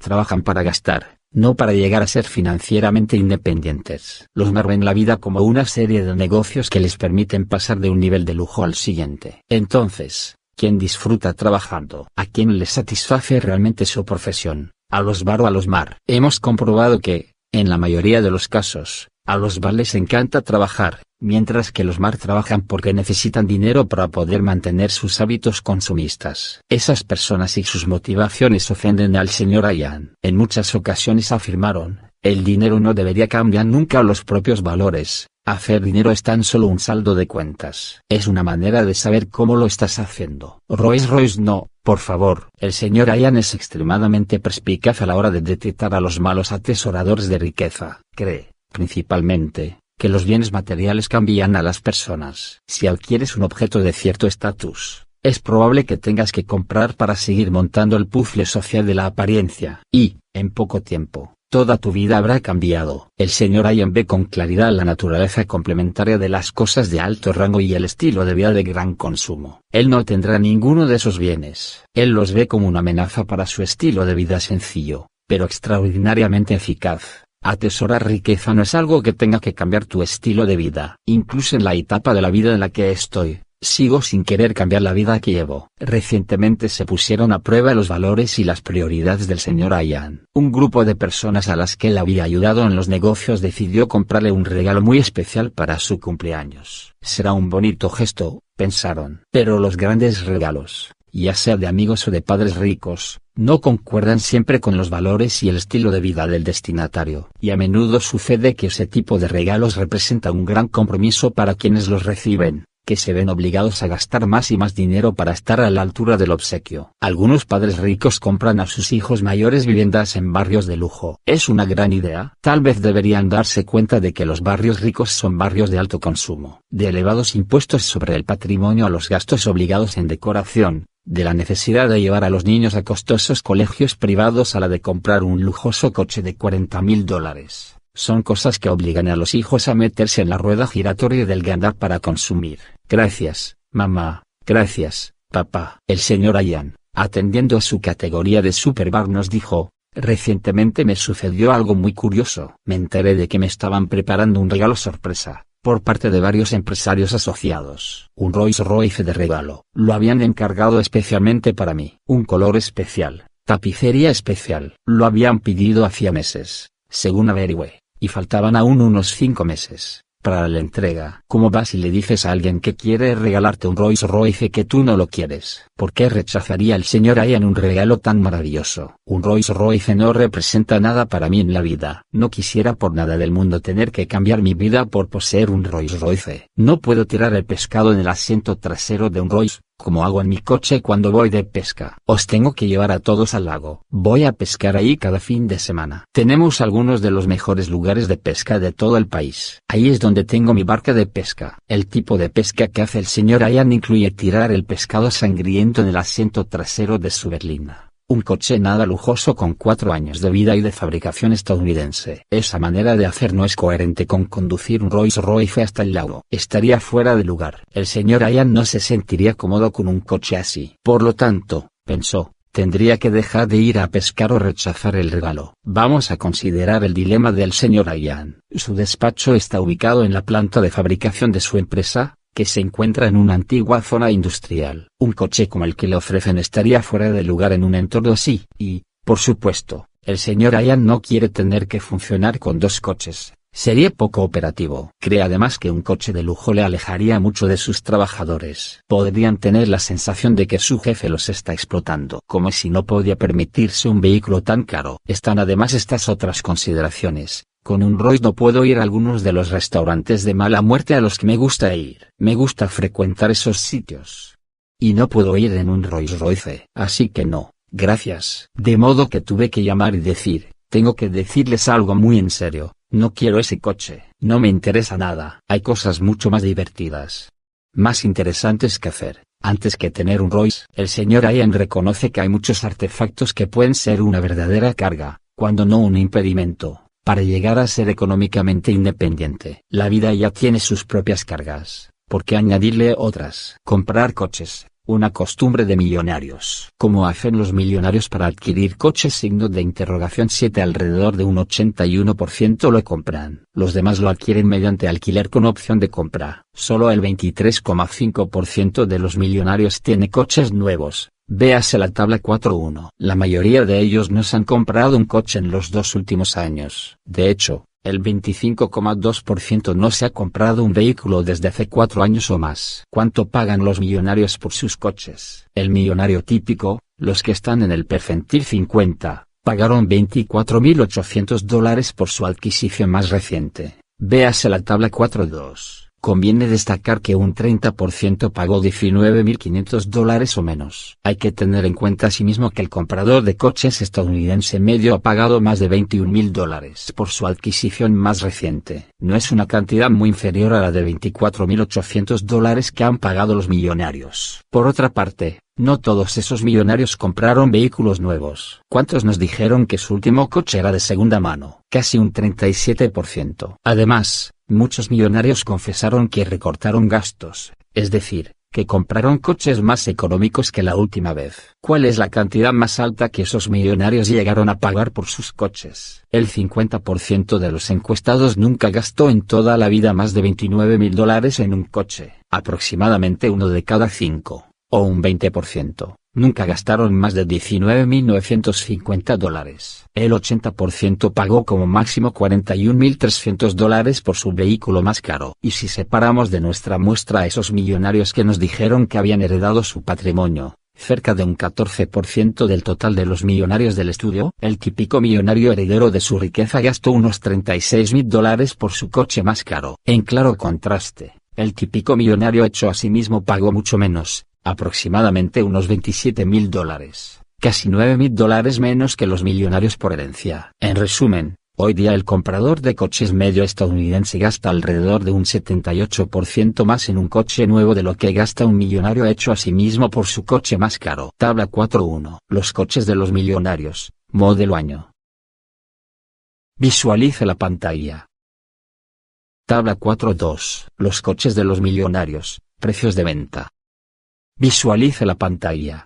trabajan para gastar, no para llegar a ser financieramente independientes. Los Mar ven la vida como una serie de negocios que les permiten pasar de un nivel de lujo al siguiente. Entonces, ¿quién disfruta trabajando? ¿A quién les satisface realmente su profesión? ¿A los Bar o a los Mar? Hemos comprobado que, en la mayoría de los casos, a los Bar les encanta trabajar, mientras que los Mar trabajan porque necesitan dinero para poder mantener sus hábitos consumistas. Esas personas y sus motivaciones ofenden al señor Ian. En muchas ocasiones afirmaron, el dinero no debería cambiar nunca los propios valores, hacer dinero es tan solo un saldo de cuentas. Es una manera de saber cómo lo estás haciendo. Rolls Royce no, por favor. El señor Ian es extremadamente perspicaz a la hora de detectar a los malos atesoradores de riqueza. Cree, principalmente, que los bienes materiales cambian a las personas. Si adquieres un objeto de cierto estatus, es probable que tengas que comprar para seguir montando el puzzle social de la apariencia. Y, en poco tiempo, toda tu vida habrá cambiado. El señor Ian ve con claridad la naturaleza complementaria de las cosas de alto rango y el estilo de vida de gran consumo. Él no tendrá ninguno de esos bienes. Él los ve como una amenaza para su estilo de vida sencillo, pero extraordinariamente eficaz. Atesorar riqueza no es algo que tenga que cambiar tu estilo de vida. Incluso en la etapa de la vida en la que estoy, sigo sin querer cambiar la vida que llevo. Recientemente se pusieron a prueba los valores y las prioridades del señor Ian. Un grupo de personas a las que él había ayudado en los negocios decidió comprarle un regalo muy especial para su cumpleaños. Será un bonito gesto, pensaron. Pero los grandes regalos, ya sea de amigos o de padres ricos, no concuerdan siempre con los valores y el estilo de vida del destinatario. Y a menudo sucede que ese tipo de regalos representa un gran compromiso para quienes los reciben, que se ven obligados a gastar más y más dinero para estar a la altura del obsequio. Algunos padres ricos compran a sus hijos mayores viviendas en barrios de lujo. ¿Es una gran idea? Tal vez deberían darse cuenta de que los barrios ricos son barrios de alto consumo, de elevados impuestos sobre el patrimonio a los gastos obligados en decoración, de la necesidad de llevar a los niños a costosos colegios privados a la de comprar un lujoso coche de cuarenta mil dólares. Son cosas que obligan a los hijos a meterse en la rueda giratoria del ganar para consumir. Gracias, mamá. Gracias, papá. El señor Ian, atendiendo a su categoría de superbar, nos dijo, recientemente me sucedió algo muy curioso. Me enteré de que me estaban preparando un regalo sorpresa, por parte de varios empresarios asociados. Un Rolls Royce de regalo. Lo habían encargado especialmente para mí. Un color especial, tapicería especial. Lo habían pedido hacía meses, según averigüé, y faltaban aún unos cinco meses para la entrega. ¿Cómo vas y le dices a alguien que quiere regalarte un Rolls Royce que tú no lo quieres? ¿Por qué rechazaría el señor Ian un regalo tan maravilloso? Un Rolls Royce no representa nada para mí en la vida. No quisiera por nada del mundo tener que cambiar mi vida por poseer un Rolls Royce. No puedo tirar el pescado en el asiento trasero de un Rolls, como hago en mi coche cuando voy de pesca. Os tengo que llevar a todos al lago. Voy a pescar ahí cada fin de semana. Tenemos algunos de los mejores lugares de pesca de todo el país. Ahí es donde tengo mi barca de pesca. El tipo de pesca que hace el señor Ian incluye tirar el pescado sangriento en el asiento trasero de su berlina. Un coche nada lujoso con cuatro años de vida y de fabricación estadounidense. Esa manera de hacer no es coherente con conducir un Rolls Royce hasta el lago. Estaría fuera de lugar. El señor Ian no se sentiría cómodo con un coche así. Por lo tanto, pensó, tendría que dejar de ir a pescar o rechazar el regalo. Vamos a considerar el dilema del señor Ian. Su despacho está ubicado en la planta de fabricación de su empresa, que se encuentra en una antigua zona industrial. Un coche como el que le ofrecen estaría fuera de lugar en un entorno así, y, por supuesto, el señor Ian no quiere tener que funcionar con dos coches. Sería poco operativo. Cree además que un coche de lujo le alejaría mucho de sus trabajadores. Podrían tener la sensación de que su jefe los está explotando, como si no podía permitirse un vehículo tan caro. Están además estas otras consideraciones. Con un Rolls no puedo ir a algunos de los restaurantes de mala muerte a los que me gusta ir. Me gusta frecuentar esos sitios. Y no puedo ir en un Rolls Royce. Así que no, gracias. De modo que tuve que llamar y decir, tengo que decirles algo muy en serio, no quiero ese coche, no me interesa nada. Hay cosas mucho más divertidas, más interesantes que hacer, antes que tener un Rolls. El señor Ian reconoce que hay muchos artefactos que pueden ser una verdadera carga, cuando no un impedimento, para llegar a ser económicamente independiente. La vida ya tiene sus propias cargas, ¿por qué añadirle otras? Comprar coches, una costumbre de millonarios. ¿Cómo hacen los millonarios para adquirir coches? Signo de interrogación siete Alrededor de un ochenta y uno por ciento lo compran. Los demás lo adquieren mediante alquiler con opción de compra. Solo el veintitrés coma cinco por ciento de los millonarios tiene coches nuevos. Véase la tabla cuatro punto uno. La mayoría de ellos no se han comprado un coche en los dos últimos años. De hecho, el veinticinco coma dos por ciento no se ha comprado un vehículo desde hace cuatro años o más. ¿Cuánto pagan los millonarios por sus coches? El millonario típico, los que están en el percentil cincuenta, pagaron veinticuatro mil ochocientos dólares por su adquisición más reciente. Véase la tabla cuatro punto dos. Conviene destacar que un treinta por ciento pagó diecinueve mil quinientos dólares o menos. Hay que tener en cuenta asimismo que el comprador de coches estadounidense medio ha pagado más de veintiún mil dólares por su adquisición más reciente. No es una cantidad muy inferior a la de veinticuatro mil ochocientos dólares que han pagado los millonarios. Por otra parte, no todos esos millonarios compraron vehículos nuevos. ¿Cuántos nos dijeron que su último coche era de segunda mano? Casi un treinta y siete por ciento. Además, muchos millonarios confesaron que recortaron gastos, es decir, que compraron coches más económicos que la última vez. ¿Cuál es la cantidad más alta que esos millonarios llegaron a pagar por sus coches? El cincuenta por ciento de los encuestados nunca gastó en toda la vida más de veintinueve mil dólares en un coche. Aproximadamente uno de cada cinco, o un veinte por ciento, nunca gastaron más de diecinueve mil novecientos cincuenta dólares. El ochenta por ciento pagó como máximo cuarenta y un mil trescientos dólares por su vehículo más caro. Y si separamos de nuestra muestra a esos millonarios que nos dijeron que habían heredado su patrimonio, cerca de un catorce por ciento del total de los millonarios del estudio, el típico millonario heredero de su riqueza gastó unos treinta y seis mil dólares por su coche más caro. En claro contraste, el típico millonario hecho a sí mismo pagó mucho menos, aproximadamente unos veintisiete mil dólares, casi nueve mil dólares menos que los millonarios por herencia. En resumen, hoy día el comprador de coches medio estadounidense gasta alrededor de un setenta y ocho por ciento más en un coche nuevo de lo que gasta un millonario hecho a sí mismo por su coche más caro. Tabla cuatro punto uno. Los coches de los millonarios, modelo año. Visualice la pantalla. Tabla cuatro punto dos. Los coches de los millonarios, precios de venta. Visualice la pantalla.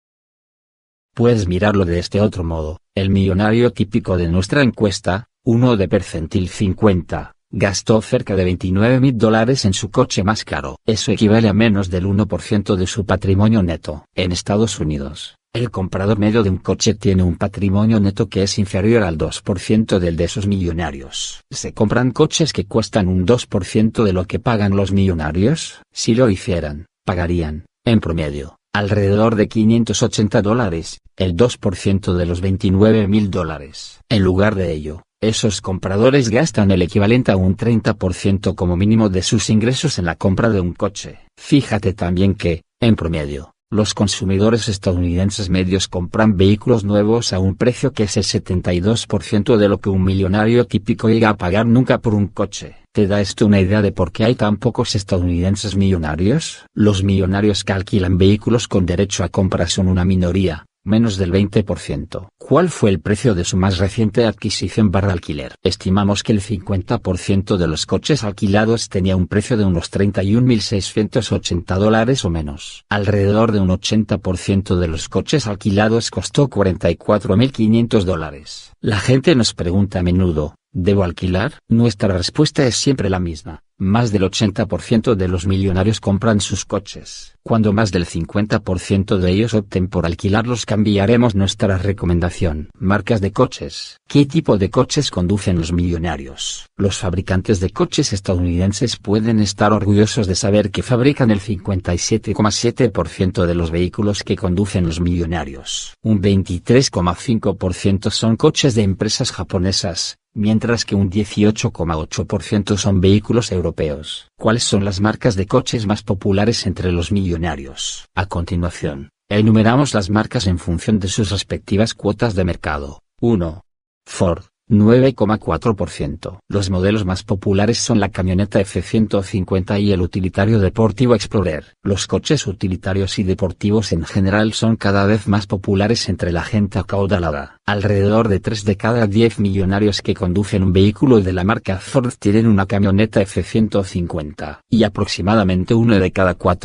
Puedes mirarlo de este otro modo. El millonario típico de nuestra encuesta, uno de percentil cincuenta, gastó cerca de veintinueve mil dólares en su coche más caro. Eso equivale a menos del uno por ciento de su patrimonio neto. En Estados Unidos, el comprador medio de un coche tiene un patrimonio neto que es inferior al dos por ciento del de esos millonarios. ¿Se compran coches que cuestan un dos por ciento de lo que pagan los millonarios? Si lo hicieran, pagarían, en promedio, alrededor de quinientos ochenta dólares, el dos por ciento de los veintinueve mil dólares. En lugar de ello, esos compradores gastan el equivalente a un treinta por ciento como mínimo de sus ingresos en la compra de un coche. Fíjate también que, en promedio, los consumidores estadounidenses medios compran vehículos nuevos a un precio que es el setenta y dos por ciento de lo que un millonario típico llega a pagar nunca por un coche. ¿Te da esto una idea de por qué hay tan pocos estadounidenses millonarios? Los millonarios que alquilan vehículos con derecho a compra son una minoría, menos del veinte por ciento. ¿Cuál fue el precio de su más reciente adquisición barra alquiler? Estimamos que el cincuenta por ciento de los coches alquilados tenía un precio de unos treinta y un mil seiscientos ochenta dólares o menos. Alrededor de un ochenta por ciento de los coches alquilados costó cuarenta y cuatro mil quinientos dólares. La gente nos pregunta a menudo, ¿debo alquilar? Nuestra respuesta es siempre la misma. Más del ochenta por ciento de los millonarios compran sus coches. Cuando más del cincuenta por ciento de ellos opten por alquilarlos, cambiaremos nuestra recomendación. Marcas de coches. ¿Qué tipo de coches conducen los millonarios? Los fabricantes de coches estadounidenses pueden estar orgullosos de saber que fabrican el cincuenta y siete coma siete por ciento de los vehículos que conducen los millonarios. Un veintitrés coma cinco por ciento son coches de empresas japonesas, mientras que un dieciocho coma ocho por ciento son vehículos europeos. ¿Cuáles son las marcas de coches más populares entre los millonarios? A continuación, enumeramos las marcas en función de sus respectivas cuotas de mercado. uno. Ford, nueve coma cuatro por ciento. Los modelos más populares son la camioneta F ciento cincuenta y el utilitario deportivo Explorer. Los coches utilitarios y deportivos en general son cada vez más populares entre la gente acaudalada. Alrededor de tres de cada diez millonarios que conducen un vehículo de la marca Ford tienen una camioneta F ciento cincuenta. Y aproximadamente uno de cada cuatro,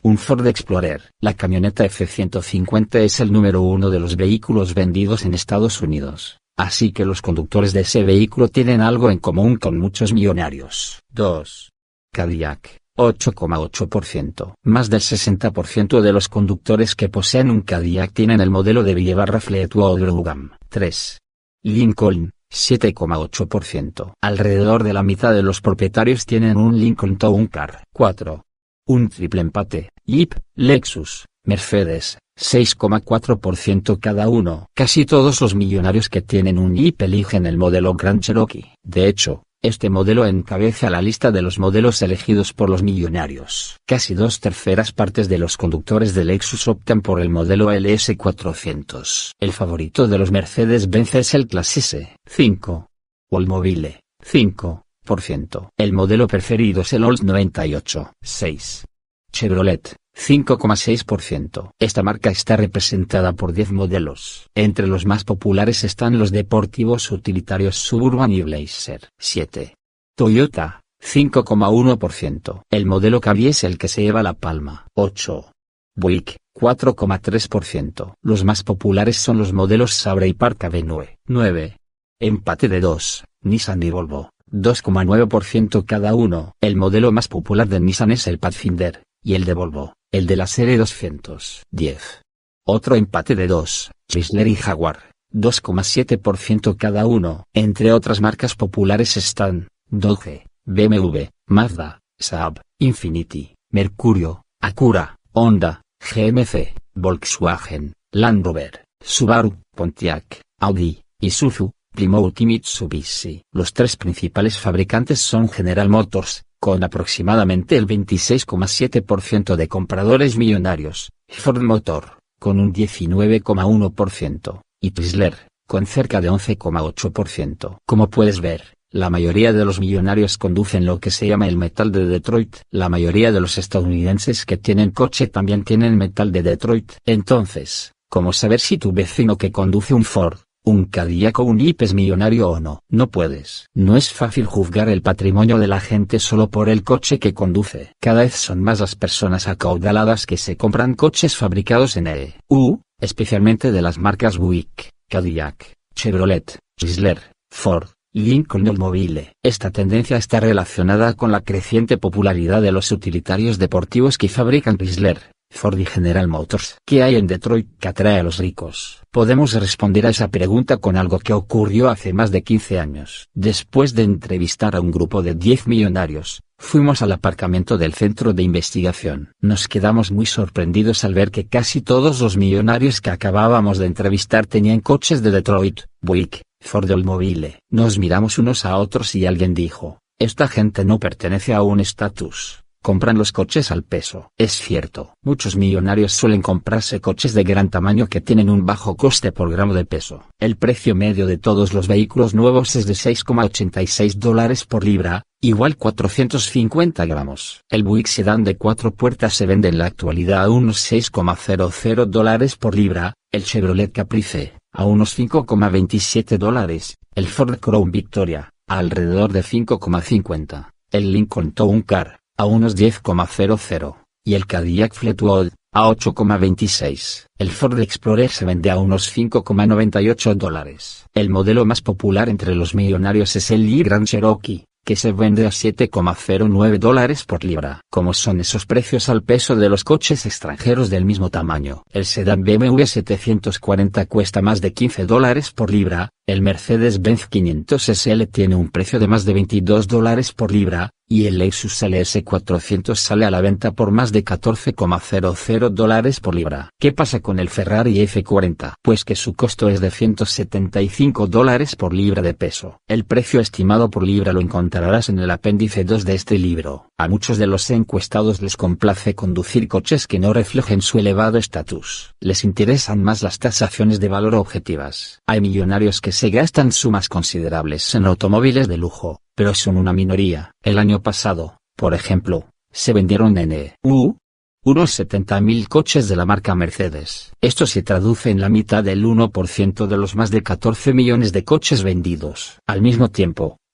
Un Ford Explorer. La camioneta F ciento cincuenta es el número uno de los vehículos vendidos en Estados Unidos, así que los conductores de ese vehículo tienen algo en común con muchos millonarios. dos. Cadillac. ocho coma ocho por ciento. Más del sesenta por ciento de los conductores que poseen un Cadillac tienen el modelo de V Fleetwood Brougham. tres. Lincoln. siete coma ocho por ciento. Alrededor de la mitad de los propietarios tienen un Lincoln Town Car. cuatro. Un triple empate. Jeep, Lexus, Mercedes, seis coma cuatro por ciento cada uno. Casi todos los millonarios que tienen un Jeep eligen el modelo Grand Cherokee. De hecho, este modelo encabeza la lista de los modelos elegidos por los millonarios. Casi dos terceras partes de los conductores de Lexus optan por el modelo L S cuatrocientos. El favorito de los Mercedes-Benz es el Clase S. cinco. Oldsmobile. cinco por ciento. El modelo preferido es el Olds noventa y ocho. seis. Chevrolet. cinco coma seis por ciento. Esta marca está representada por diez modelos. Entre los más populares están los deportivos utilitarios Suburban y Blazer. siete. Toyota. cinco coma uno por ciento. El modelo Camry es el que se lleva la palma. ocho. Buick. cuatro coma tres por ciento. Los más populares son los modelos Sabre y Park Avenue. nueve. Empate de dos. Nissan y Volvo. dos coma nueve por ciento cada uno. El modelo más popular de Nissan es el Pathfinder, y el de Volvo, el de la serie doscientos diez. Otro empate de dos, Chrysler y Jaguar, dos coma siete por ciento cada uno. Entre otras marcas populares están Dodge, B M W, Mazda, Saab, Infiniti, Mercurio, Acura, Honda, G M C, Volkswagen, Land Rover, Subaru, Pontiac, Audi, Isuzu, Plymouth y Mitsubishi. Los tres principales fabricantes son General Motors, con aproximadamente el veintiséis coma siete por ciento de compradores millonarios, Ford Motor, con un diecinueve coma uno por ciento, y Chrysler, con cerca de once coma ocho por ciento. Como puedes ver, la mayoría de los millonarios conducen lo que se llama el metal de Detroit. La mayoría de los estadounidenses que tienen coche también tienen metal de Detroit. Entonces, ¿cómo saber si tu vecino que conduce un Ford, un Cadillac o un Jeep es millonario o no? No puedes. No es fácil juzgar el patrimonio de la gente solo por el coche que conduce. Cada vez son más las personas acaudaladas que se compran coches fabricados en E U, especialmente de las marcas Buick, Cadillac, Chevrolet, Chrysler, Ford, Lincoln y Oldsmobile. Esta tendencia está relacionada con la creciente popularidad de los utilitarios deportivos que fabrican Chrysler, Ford y General Motors. ¿Qué hay en Detroit que atrae a los ricos? Podemos responder a esa pregunta con algo que ocurrió hace más de quince años. Después de entrevistar a un grupo de diez millonarios, fuimos al aparcamiento del centro de investigación. Nos quedamos muy sorprendidos al ver que casi todos los millonarios que acabábamos de entrevistar tenían coches de Detroit, Buick, Ford y Oldsmobile. Nos miramos unos a otros y alguien dijo: esta gente no pertenece a un estatus. Compran los coches al peso. Es cierto. Muchos millonarios suelen comprarse coches de gran tamaño que tienen un bajo coste por gramo de peso. El precio medio de todos los vehículos nuevos es de seis coma ochenta y seis dólares por libra, igual cuatrocientos cincuenta gramos. El Buick Sedan de cuatro puertas se vende en la actualidad a unos seis coma cero cero dólares por libra, el Chevrolet Caprice, a unos cinco coma veintisiete dólares, el Ford Crown Victoria, a alrededor de cinco coma cincuenta, el Lincoln Town Car, a unos diez coma cero cero, y el Cadillac Fleetwood, a ocho coma veintiséis. El Ford Explorer se vende a unos cinco coma noventa y ocho dólares. El modelo más popular entre los millonarios es el Jeep Grand Cherokee, que se vende a siete coma cero nueve dólares por libra. ¿Cómo son esos precios al peso de los coches extranjeros del mismo tamaño? El sedán B M W setecientos cuarenta cuesta más de quince dólares por libra, el Mercedes-Benz quinientos S L tiene un precio de más de veintidós dólares por libra, y el Lexus L S cuatrocientos sale a la venta por más de catorce coma cero cero dólares por libra. ¿Qué pasa con el Ferrari F cuarenta? Pues que su costo es de ciento setenta y cinco dólares por libra de peso. El precio estimado por libra lo encontrarás en el apéndice dos de este libro. A muchos de los encuestados les complace conducir coches que no reflejen su elevado estatus. Les interesan más las tasaciones de valor objetivas. Hay millonarios que se gastan sumas considerables en automóviles de lujo, pero son una minoría. El año pasado, por ejemplo, se vendieron en E U unos setenta mil coches de la marca Mercedes. Esto se traduce en la mitad del uno por ciento de los más de catorce millones de coches vendidos. Al mismo tiempo,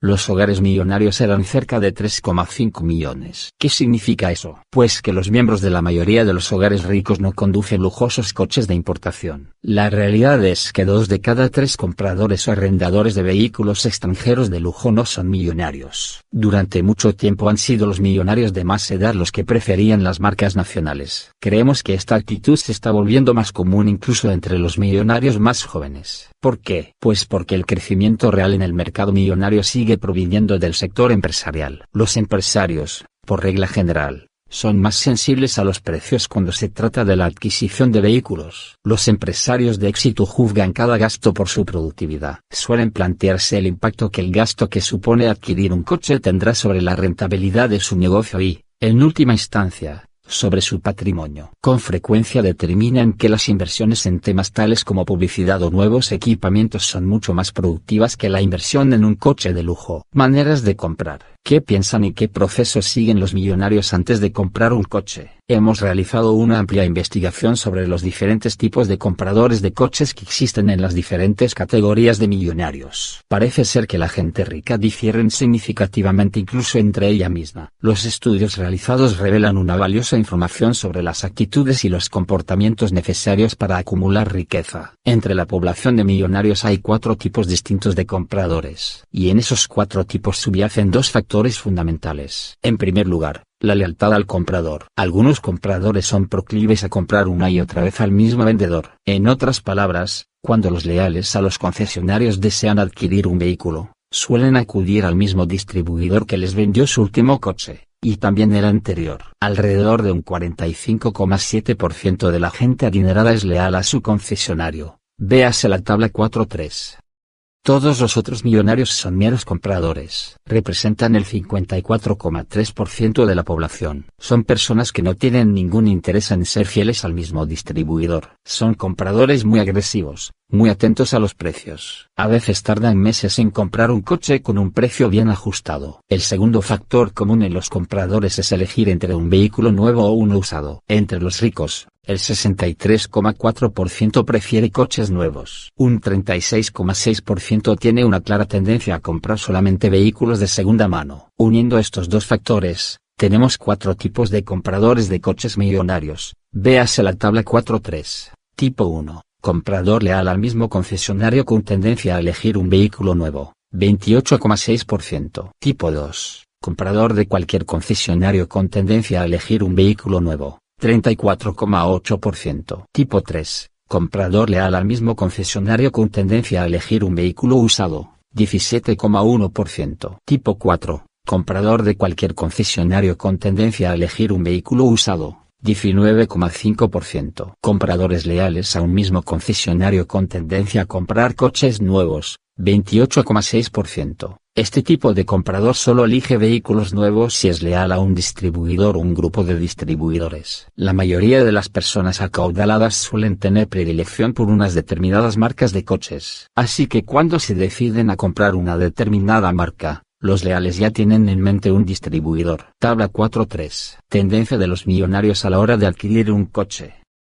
los hogares millonarios eran cerca de tres coma cinco millones. ¿Qué significa eso? Pues que los miembros de la mayoría de los hogares ricos no conducen lujosos coches de importación. La realidad es que dos de cada tres compradores o arrendadores de vehículos extranjeros de lujo no son millonarios. Durante mucho tiempo han sido los millonarios de más edad los que preferían las marcas nacionales. Creemos que esta actitud se está volviendo más común incluso entre los millonarios más jóvenes. ¿Por qué? Pues porque el crecimiento real en el mercado millonario sigue proviniendo del sector empresarial. Los empresarios, por regla general, son más sensibles a los precios cuando se trata de la adquisición de vehículos. Los empresarios de éxito juzgan cada gasto por su productividad. Suelen plantearse el impacto que el gasto que supone adquirir un coche tendrá sobre la rentabilidad de su negocio y, en última instancia, sobre su patrimonio. Con frecuencia determinan que las inversiones en temas tales como publicidad o nuevos equipamientos son mucho más productivas que la inversión en un coche de lujo. Maneras de comprar. ¿Qué piensan y qué procesos siguen los millonarios antes de comprar un coche? Hemos realizado una amplia investigación sobre los diferentes tipos de compradores de coches que existen en las diferentes categorías de millonarios. Parece ser que la gente rica difieren significativamente incluso entre ella misma. Los estudios realizados revelan una valiosa información sobre las actitudes y los comportamientos necesarios para acumular riqueza. Entre la población de millonarios hay cuatro tipos distintos de compradores, y en esos cuatro tipos subyacen dos factores fundamentales. En primer lugar, la lealtad al comprador. Algunos compradores son proclives a comprar una y otra vez al mismo vendedor. En otras palabras, cuando los leales a los concesionarios desean adquirir un vehículo, suelen acudir al mismo distribuidor que les vendió su último coche, y también el anterior. Alrededor de un cuarenta y cinco coma siete por ciento de la gente adinerada es leal a su concesionario. Véase la tabla cuatro punto tres. Todos los otros millonarios son meros compradores. Representan el cincuenta y cuatro coma tres por ciento de la población. Son personas que no tienen ningún interés en ser fieles al mismo distribuidor. Son compradores muy agresivos, muy atentos a los precios. A veces tardan meses en comprar un coche con un precio bien ajustado. El segundo factor común en los compradores es elegir entre un vehículo nuevo o uno usado. Entre los ricos, el sesenta y tres coma cuatro por ciento prefiere coches nuevos. Un treinta y seis coma seis por ciento tiene una clara tendencia a comprar solamente vehículos de segunda mano. Uniendo estos dos factores, tenemos cuatro tipos de compradores de coches millonarios. Véase la tabla cuatro punto tres. Tipo uno. Comprador leal al mismo concesionario con tendencia a elegir un vehículo nuevo. veintiocho coma seis por ciento. Tipo dos. Comprador de cualquier concesionario con tendencia a elegir un vehículo nuevo. treinta y cuatro coma ocho por ciento. Tipo tres. Comprador leal al mismo concesionario con tendencia a elegir un vehículo usado. diecisiete coma uno por ciento. Tipo cuatro. Comprador de cualquier concesionario con tendencia a elegir un vehículo usado. diecinueve coma cinco por ciento. Compradores leales a un mismo concesionario con tendencia a comprar coches nuevos. veintiocho coma seis por ciento. Este tipo de comprador solo elige vehículos nuevos si es leal a un distribuidor o un grupo de distribuidores. La mayoría de las personas acaudaladas suelen tener predilección por unas determinadas marcas de coches. Así que cuando se deciden a comprar una determinada marca, los leales ya tienen en mente un distribuidor. Tabla cuatro punto tres. Tendencia de los millonarios a la hora de adquirir un coche.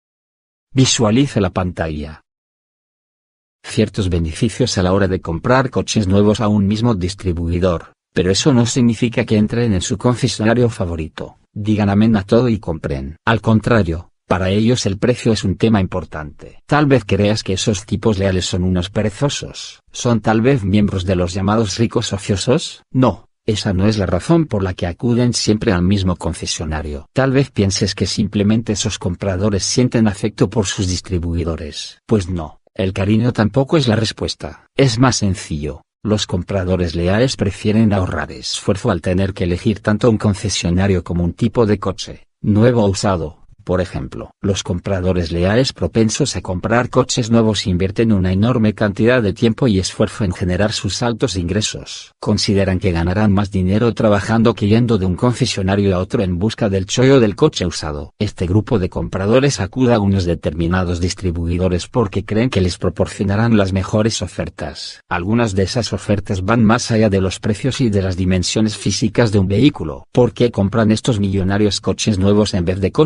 Visualice la pantalla. Ciertos beneficios a la hora de comprar coches nuevos a un mismo distribuidor, pero eso no significa que entren en su concesionario favorito, digan amén a todo y compren. Al contrario, para ellos el precio es un tema importante. Tal vez creas que esos tipos leales son unos perezosos. ¿Son tal vez miembros de los llamados ricos ociosos? No, esa no es la razón por la que acuden siempre al mismo concesionario. Tal vez pienses que simplemente esos compradores sienten afecto por sus distribuidores. Pues no. El cariño tampoco es la respuesta. Es más sencillo. Los compradores leales prefieren ahorrar esfuerzo al tener que elegir tanto un concesionario como un tipo de coche, nuevo o usado. Por ejemplo, los compradores leales propensos a comprar coches nuevos invierten una enorme cantidad de tiempo y esfuerzo en generar sus altos ingresos. Consideran que ganarán más dinero trabajando que yendo de un concesionario a otro en busca del chollo del coche usado. Este grupo de compradores acude a unos determinados distribuidores porque creen que les proporcionarán las mejores ofertas. Algunas de esas ofertas van más allá de los precios y de las dimensiones físicas de un vehículo. ¿Por qué compran estos millonarios coches nuevos en vez de coches usados?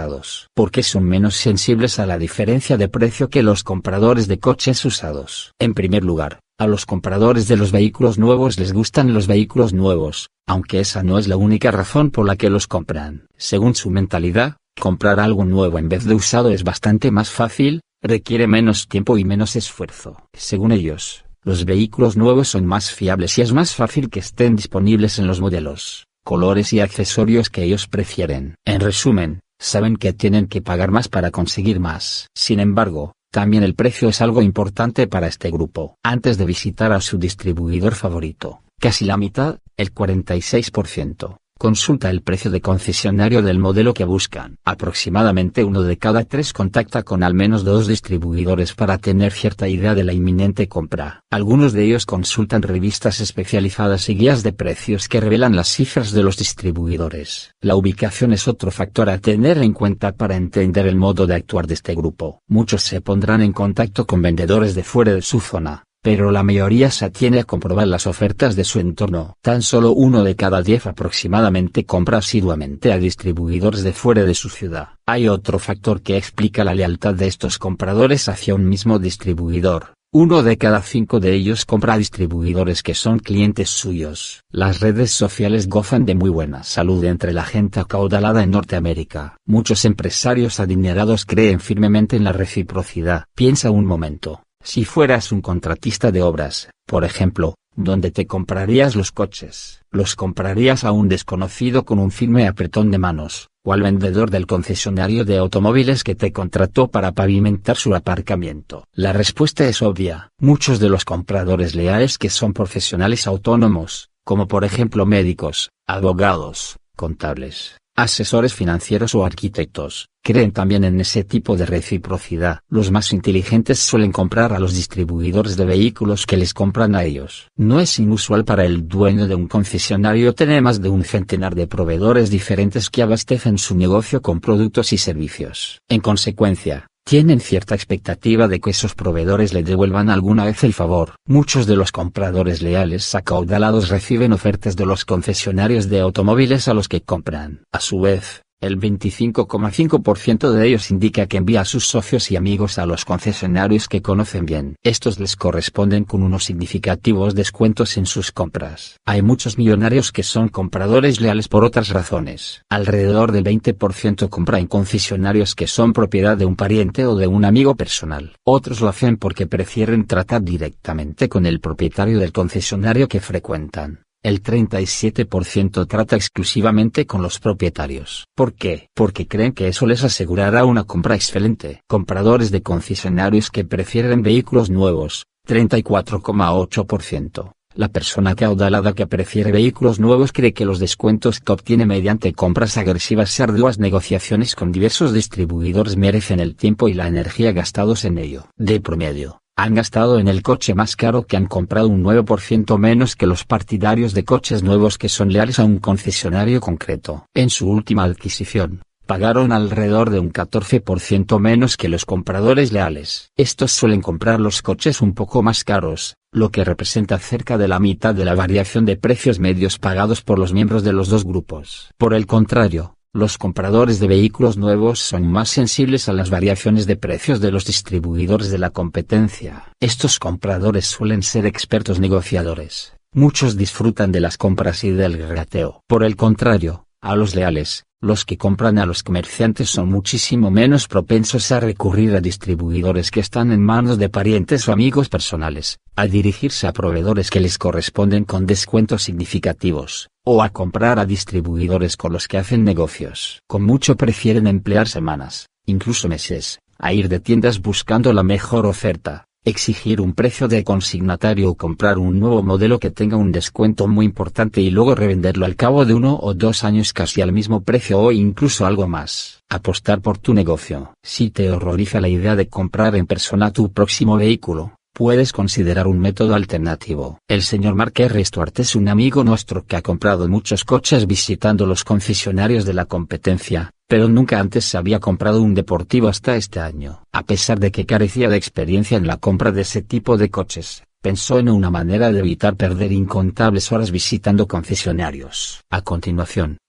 usados. ¿Por qué son menos sensibles a la diferencia de precio que los compradores de coches usados? En primer lugar, a los compradores de los vehículos nuevos les gustan los vehículos nuevos, aunque esa no es la única razón por la que los compran. Según su mentalidad, comprar algo nuevo en vez de usado es bastante más fácil, requiere menos tiempo y menos esfuerzo. Según ellos, los vehículos nuevos son más fiables y es más fácil que estén disponibles en los modelos, colores y accesorios que ellos prefieren. En resumen, saben que tienen que pagar más para conseguir más. Sin embargo, también el precio es algo importante para este grupo. Antes de visitar a su distribuidor favorito, casi la mitad, el cuarenta y seis por ciento, consulta el precio de concesionario del modelo que buscan. Aproximadamente uno de cada tres contacta con al menos dos distribuidores para tener cierta idea de la inminente compra. Algunos de ellos consultan revistas especializadas y guías de precios que revelan las cifras de los distribuidores. La ubicación es otro factor a tener en cuenta para entender el modo de actuar de este grupo. Muchos se pondrán en contacto con vendedores de fuera de su zona, pero la mayoría se atiene a comprobar las ofertas de su entorno. Tan solo uno de cada diez aproximadamente compra asiduamente a distribuidores de fuera de su ciudad. Hay otro factor que explica la lealtad de estos compradores hacia un mismo distribuidor. Uno de cada cinco de ellos compra a distribuidores que son clientes suyos. Las redes sociales gozan de muy buena salud entre la gente acaudalada en Norteamérica. Muchos empresarios adinerados creen firmemente en la reciprocidad. Piensa un momento. Si fueras un contratista de obras, por ejemplo, ¿dónde te comprarías los coches? ¿Los comprarías a un desconocido con un firme apretón de manos, o al vendedor del concesionario de automóviles que te contrató para pavimentar su aparcamiento? La respuesta es obvia. Muchos de los compradores leales que son profesionales autónomos, como por ejemplo médicos, abogados, contables, asesores financieros o arquitectos, creen también en ese tipo de reciprocidad. Los más inteligentes suelen comprar a los distribuidores de vehículos que les compran a ellos. No es inusual para el dueño de un concesionario tener más de un centenar de proveedores diferentes que abastecen su negocio con productos y servicios. En consecuencia, tienen cierta expectativa de que esos proveedores le devuelvan alguna vez el favor. Muchos de los compradores leales acaudalados reciben ofertas de los concesionarios de automóviles a los que compran. A su vez, el veinticinco coma cinco por ciento de ellos indica que envía a sus socios y amigos a los concesionarios que conocen bien. Estos les corresponden con unos significativos descuentos en sus compras. Hay muchos millonarios que son compradores leales por otras razones. Alrededor del veinte por ciento compra en concesionarios que son propiedad de un pariente o de un amigo personal. Otros lo hacen porque prefieren tratar directamente con el propietario del concesionario que frecuentan. El treinta y siete por ciento trata exclusivamente con los propietarios. ¿Por qué? Porque creen que eso les asegurará una compra excelente. Compradores de concesionarios que prefieren vehículos nuevos, treinta y cuatro coma ocho por ciento. La persona acaudalada que prefiere vehículos nuevos cree que los descuentos que obtiene mediante compras agresivas y arduas negociaciones con diversos distribuidores merecen el tiempo y la energía gastados en ello. De promedio, han gastado en el coche más caro que han comprado un nueve por ciento menos que los partidarios de coches nuevos que son leales a un concesionario concreto. En su última adquisición, pagaron alrededor de un catorce por ciento menos que los compradores leales. Estos suelen comprar los coches un poco más caros, lo que representa cerca de la mitad de la variación de precios medios pagados por los miembros de los dos grupos. Por el contrario, los compradores de vehículos nuevos son más sensibles a las variaciones de precios de los distribuidores de la competencia. Estos compradores suelen ser expertos negociadores. Muchos disfrutan de las compras y del regateo. Por el contrario, a los leales, los que compran a los comerciantes son muchísimo menos propensos a recurrir a distribuidores que están en manos de parientes o amigos personales, a dirigirse a proveedores que les corresponden con descuentos significativos, o a comprar a distribuidores con los que hacen negocios. Con mucho prefieren emplear semanas, incluso meses, a ir de tiendas buscando la mejor oferta, exigir un precio de consignatario o comprar un nuevo modelo que tenga un descuento muy importante y luego revenderlo al cabo de uno o dos años casi al mismo precio o incluso algo más. Apostar por tu negocio. Si te horroriza la idea de comprar en persona tu próximo vehículo, puedes considerar un método alternativo. El señor Mark R. Stuart es un amigo nuestro que ha comprado muchos coches visitando los concesionarios de la competencia, pero nunca antes se había comprado un deportivo hasta este año. A pesar de que carecía de experiencia en la compra de ese tipo de coches, pensó en una manera de evitar perder incontables horas visitando concesionarios. A continuación,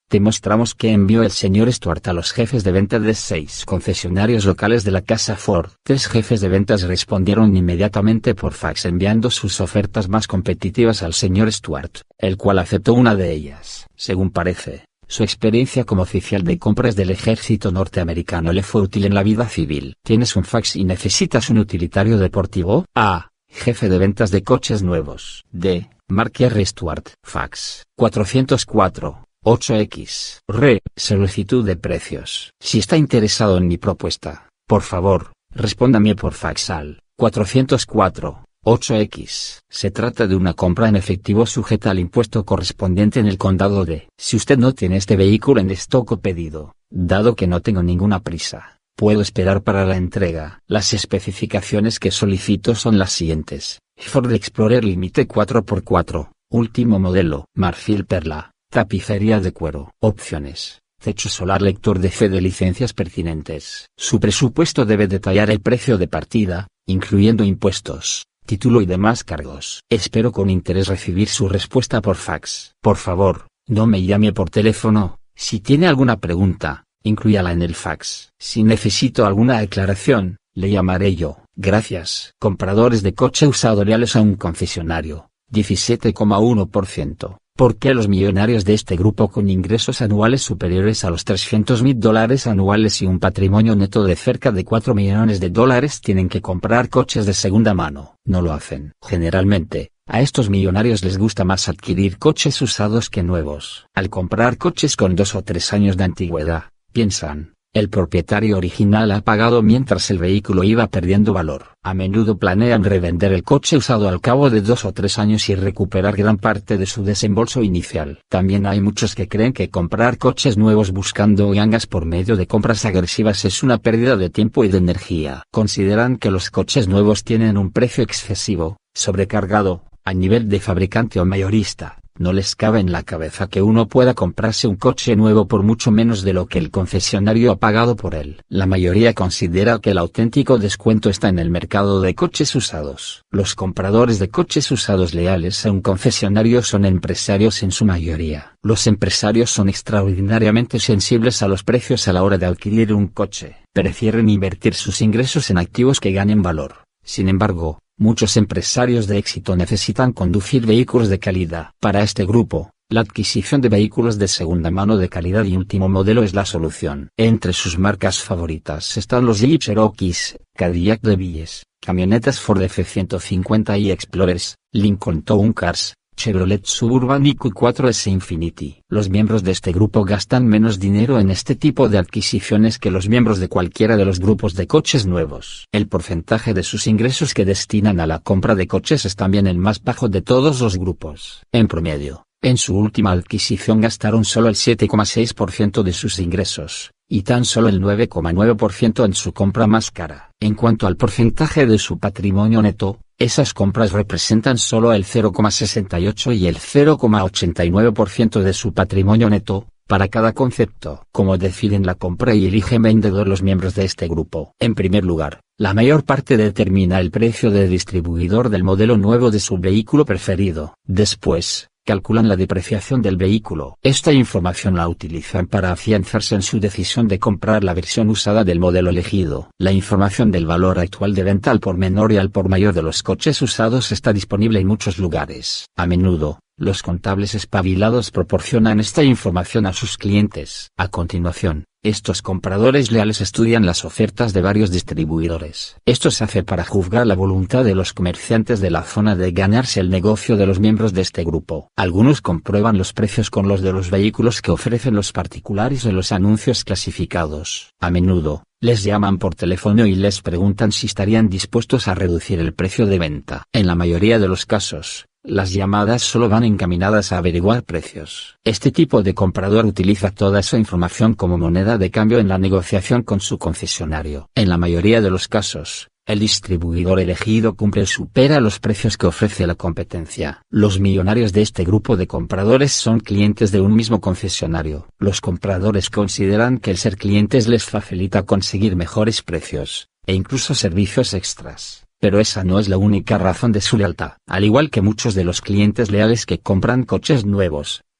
te mostramos que envió el señor Stuart a los jefes de venta de seis concesionarios locales de la casa Ford. Tres jefes de ventas respondieron inmediatamente por fax enviando sus ofertas más competitivas al señor Stuart, el cual aceptó una de ellas. Según parece, su experiencia como oficial de compras del ejército norteamericano le fue útil en la vida civil. ¿Tienes un fax y necesitas un utilitario deportivo? A. Jefe de ventas de coches nuevos. D. Mark R. Stuart. Fax. cuatrocientos cuatro. ocho equis. Re. Solicitud de precios. Si está interesado en mi propuesta, por favor, respóndame por fax al cuatrocientos cuatro. ocho equis. Se trata de una compra en efectivo sujeta al impuesto correspondiente en el condado de. Si usted no tiene este vehículo en stock o pedido, dado que no tengo ninguna prisa, puedo esperar para la entrega. Las especificaciones que solicito son las siguientes. Ford Explorer Límite cuatro por cuatro, último modelo, marfil perla, tapicería de cuero. Opciones. Techo solar, lector de fe de licencias pertinentes. Su presupuesto debe detallar el precio de partida, incluyendo impuestos, título y demás cargos. Espero con interés recibir su respuesta por fax. Por favor, no me llame por teléfono. Si tiene alguna pregunta, inclúyala en el fax. Si necesito alguna aclaración, le llamaré yo. Gracias. Compradores de coche usado leales a un concesionario. diecisiete coma uno por ciento. ¿Por qué los millonarios de este grupo con ingresos anuales superiores a los trescientos mil dólares anuales y un patrimonio neto de cerca de cuatro millones de dólares tienen que comprar coches de segunda mano? No lo hacen. Generalmente, a estos millonarios les gusta más adquirir coches usados que nuevos. Al comprar coches con dos o tres años de antigüedad, piensan, el propietario original ha pagado mientras el vehículo iba perdiendo valor. A menudo planean revender el coche usado al cabo de dos o tres años y recuperar gran parte de su desembolso inicial. También hay muchos que creen que comprar coches nuevos buscando gangas por medio de compras agresivas es una pérdida de tiempo y de energía. Consideran que los coches nuevos tienen un precio excesivo, sobrecargado, a nivel de fabricante o mayorista. No les cabe en la cabeza que uno pueda comprarse un coche nuevo por mucho menos de lo que el concesionario ha pagado por él. La mayoría considera que el auténtico descuento está en el mercado de coches usados. Los compradores de coches usados leales a un concesionario son empresarios en su mayoría. Los empresarios son extraordinariamente sensibles a los precios a la hora de adquirir un coche. Prefieren invertir sus ingresos en activos que ganen valor. Sin embargo, muchos empresarios de éxito necesitan conducir vehículos de calidad. Para este grupo, la adquisición de vehículos de segunda mano de calidad y último modelo es la solución. Entre sus marcas favoritas están los Jeep Cherokees, Cadillac D B S, camionetas Ford F ciento cincuenta y Explorers, Lincoln Town Cars, Chevrolet Suburban y Q cuatro S Infiniti. Los miembros de este grupo gastan menos dinero en este tipo de adquisiciones que los miembros de cualquiera de los grupos de coches nuevos. El porcentaje de sus ingresos que destinan a la compra de coches es también el más bajo de todos los grupos. En promedio, en su última adquisición gastaron solo el siete coma seis por ciento de sus ingresos, y tan solo el nueve coma nueve por ciento en su compra más cara. En cuanto al porcentaje de su patrimonio neto, esas compras representan solo el cero coma sesenta y ocho y el cero coma ochenta y nueve por ciento de su patrimonio neto, para cada concepto. ¿Cómo deciden la compra y eligen vendedor los miembros de este grupo? En primer lugar, la mayor parte determina el precio de distribuidor del modelo nuevo de su vehículo preferido. Después, calculan la depreciación del vehículo. Esta información la utilizan para afianzarse en su decisión de comprar la versión usada del modelo elegido. La información del valor actual de venta al por menor y al por mayor de los coches usados está disponible en muchos lugares. A menudo, los contables espabilados proporcionan esta información a sus clientes. A continuación, estos compradores leales estudian las ofertas de varios distribuidores. Esto se hace para juzgar la voluntad de los comerciantes de la zona de ganarse el negocio de los miembros de este grupo. Algunos comprueban los precios con los de los vehículos que ofrecen los particulares en los anuncios clasificados. A menudo, les llaman por teléfono y les preguntan si estarían dispuestos a reducir el precio de venta. En la mayoría de los casos, las llamadas solo van encaminadas a averiguar precios. Este tipo de comprador utiliza toda esa información como moneda de cambio en la negociación con su concesionario. En la mayoría de los casos, el distribuidor elegido cumple o supera los precios que ofrece la competencia. Los millonarios de este grupo de compradores son clientes de un mismo concesionario. Los compradores consideran que el ser clientes les facilita conseguir mejores precios, e incluso servicios extras. Pero esa no es la única razón de su lealtad. Al igual que muchos de los clientes leales que compran coches nuevos,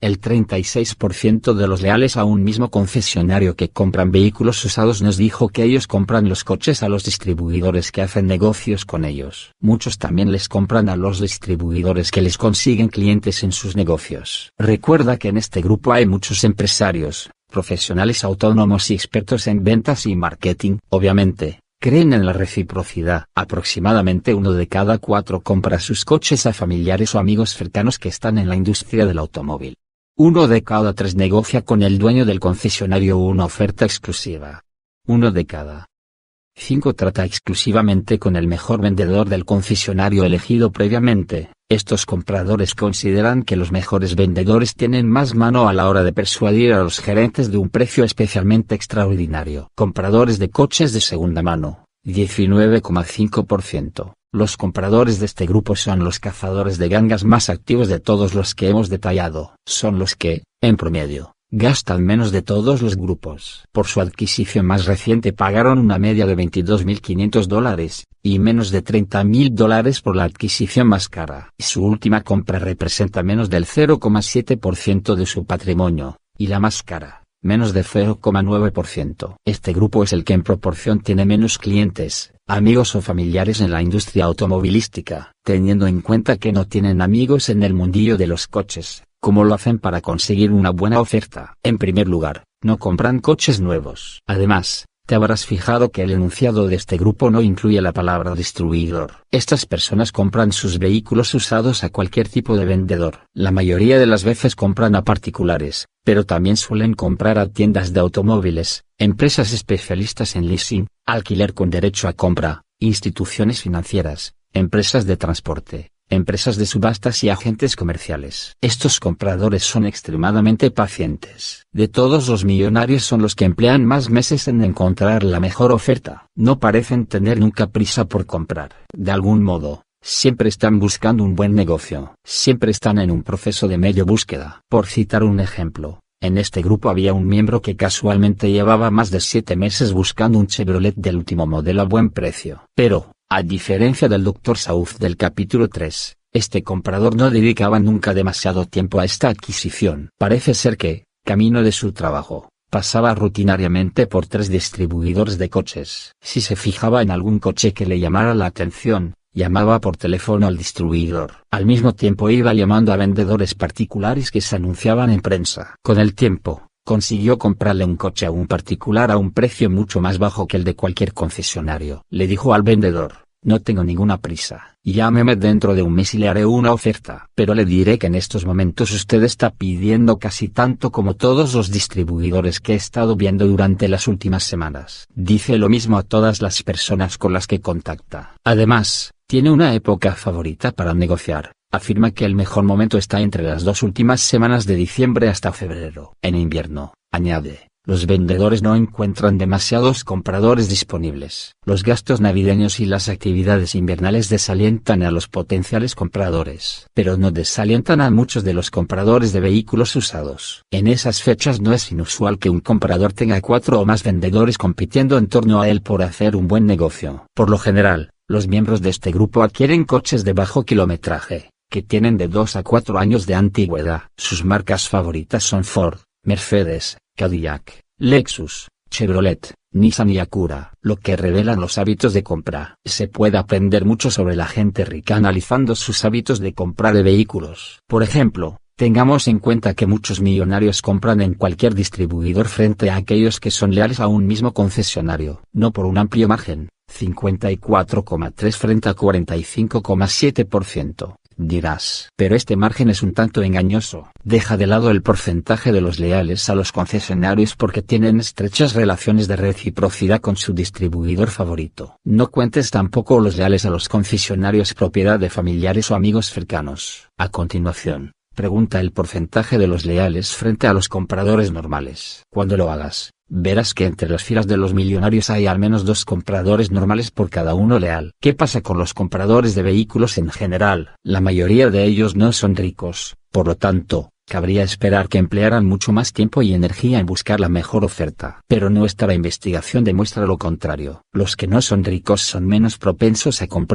El treinta y seis por ciento de los leales a un mismo concesionario que compran vehículos usados nos dijo que ellos compran los coches a los distribuidores que hacen negocios con ellos. Muchos también les compran a los distribuidores que les consiguen clientes en sus negocios. Recuerda que en este grupo hay muchos empresarios, profesionales autónomos y expertos en ventas y marketing. Obviamente, creen en la reciprocidad. Aproximadamente uno de cada cuatro compra sus coches a familiares o amigos cercanos que están en la industria del automóvil. Uno de cada tres negocia con el dueño del concesionario una oferta exclusiva. Uno de cada cinco trata exclusivamente con el mejor vendedor del concesionario elegido previamente. Estos compradores consideran que los mejores vendedores tienen más mano a la hora de persuadir a los gerentes de un precio especialmente extraordinario. Compradores de coches de segunda mano, diecinueve coma cinco por ciento. Los compradores de este grupo son los cazadores de gangas más activos de todos los que hemos detallado. Son los que, en promedio, gastan menos de todos los grupos. Por su adquisición más reciente pagaron una media de veintidós mil quinientos dólares, y menos de treinta mil dólares por la adquisición más cara. Su última compra representa menos del cero coma siete por ciento de su patrimonio, y la más cara, menos de cero coma nueve por ciento. Este grupo es el que en proporción tiene menos clientes, amigos o familiares en la industria automovilística, teniendo en cuenta que no tienen amigos en el mundillo de los coches. ¿Cómo lo hacen para conseguir una buena oferta? En primer lugar, no compran coches nuevos. Además, te habrás fijado que el enunciado de este grupo no incluye la palabra distribuidor. Estas personas compran sus vehículos usados a cualquier tipo de vendedor. La mayoría de las veces compran a particulares, pero también suelen comprar a tiendas de automóviles, empresas especialistas en leasing, alquiler con derecho a compra, instituciones financieras, empresas de transporte, empresas de subastas y agentes comerciales. Estos compradores son extremadamente pacientes. De todos los millonarios son los que emplean más meses en encontrar la mejor oferta. No parecen tener nunca prisa por comprar. De algún modo, siempre están buscando un buen negocio. Siempre están en un proceso de medio búsqueda. Por citar un ejemplo, en este grupo había un miembro que casualmente llevaba más de siete meses buscando un Chevrolet del último modelo a buen precio. Pero, a diferencia del doctor South del capítulo tres, este comprador no dedicaba nunca demasiado tiempo a esta adquisición. Parece ser que, camino de su trabajo, pasaba rutinariamente por tres distribuidores de coches. Si se fijaba en algún coche que le llamara la atención, llamaba por teléfono al distribuidor. Al mismo tiempo iba llamando a vendedores particulares que se anunciaban en prensa. Con el tiempo, consiguió comprarle un coche a un particular a un precio mucho más bajo que el de cualquier concesionario. Le dijo al vendedor: no tengo ninguna prisa, llámeme dentro de un mes y le haré una oferta. Pero le diré que en estos momentos usted está pidiendo casi tanto como todos los distribuidores que he estado viendo durante las últimas semanas. Dice lo mismo a todas las personas con las que contacta. Además, tiene una época favorita para negociar. Afirma que el mejor momento está entre las dos últimas semanas de diciembre hasta febrero. En invierno, añade, los vendedores no encuentran demasiados compradores disponibles. Los gastos navideños y las actividades invernales desalientan a los potenciales compradores, pero no desalientan a muchos de los compradores de vehículos usados. En esas fechas no es inusual que un comprador tenga cuatro o más vendedores compitiendo en torno a él por hacer un buen negocio. Por lo general, los miembros de este grupo adquieren coches de bajo kilometraje, que tienen de dos a cuatro años de antigüedad. Sus marcas favoritas son Ford, Mercedes, Cadillac, Lexus, Chevrolet, Nissan y Acura. Lo que revelan los hábitos de compra. Se puede aprender mucho sobre la gente rica analizando sus hábitos de compra de vehículos. Por ejemplo, tengamos en cuenta que muchos millonarios compran en cualquier distribuidor frente a aquellos que son leales a un mismo concesionario. No por un amplio margen, cincuenta y cuatro coma tres frente a cuarenta y cinco coma siete por ciento. Dirás, pero este margen es un tanto engañoso. Deja de lado el porcentaje de los leales a los concesionarios porque tienen estrechas relaciones de reciprocidad con su distribuidor favorito. No cuentes tampoco los leales a los concesionarios propiedad de familiares o amigos cercanos. A continuación, pregunta el porcentaje de los leales frente a los compradores normales. Cuando lo hagas, verás que entre las filas de los millonarios hay al menos dos compradores normales por cada uno leal. ¿Qué pasa con los compradores de vehículos en general? La mayoría de ellos no son ricos, por lo tanto, cabría esperar que emplearan mucho más tiempo y energía en buscar la mejor oferta. Pero nuestra investigación demuestra lo contrario. Los que no son ricos son menos propensos a comprar,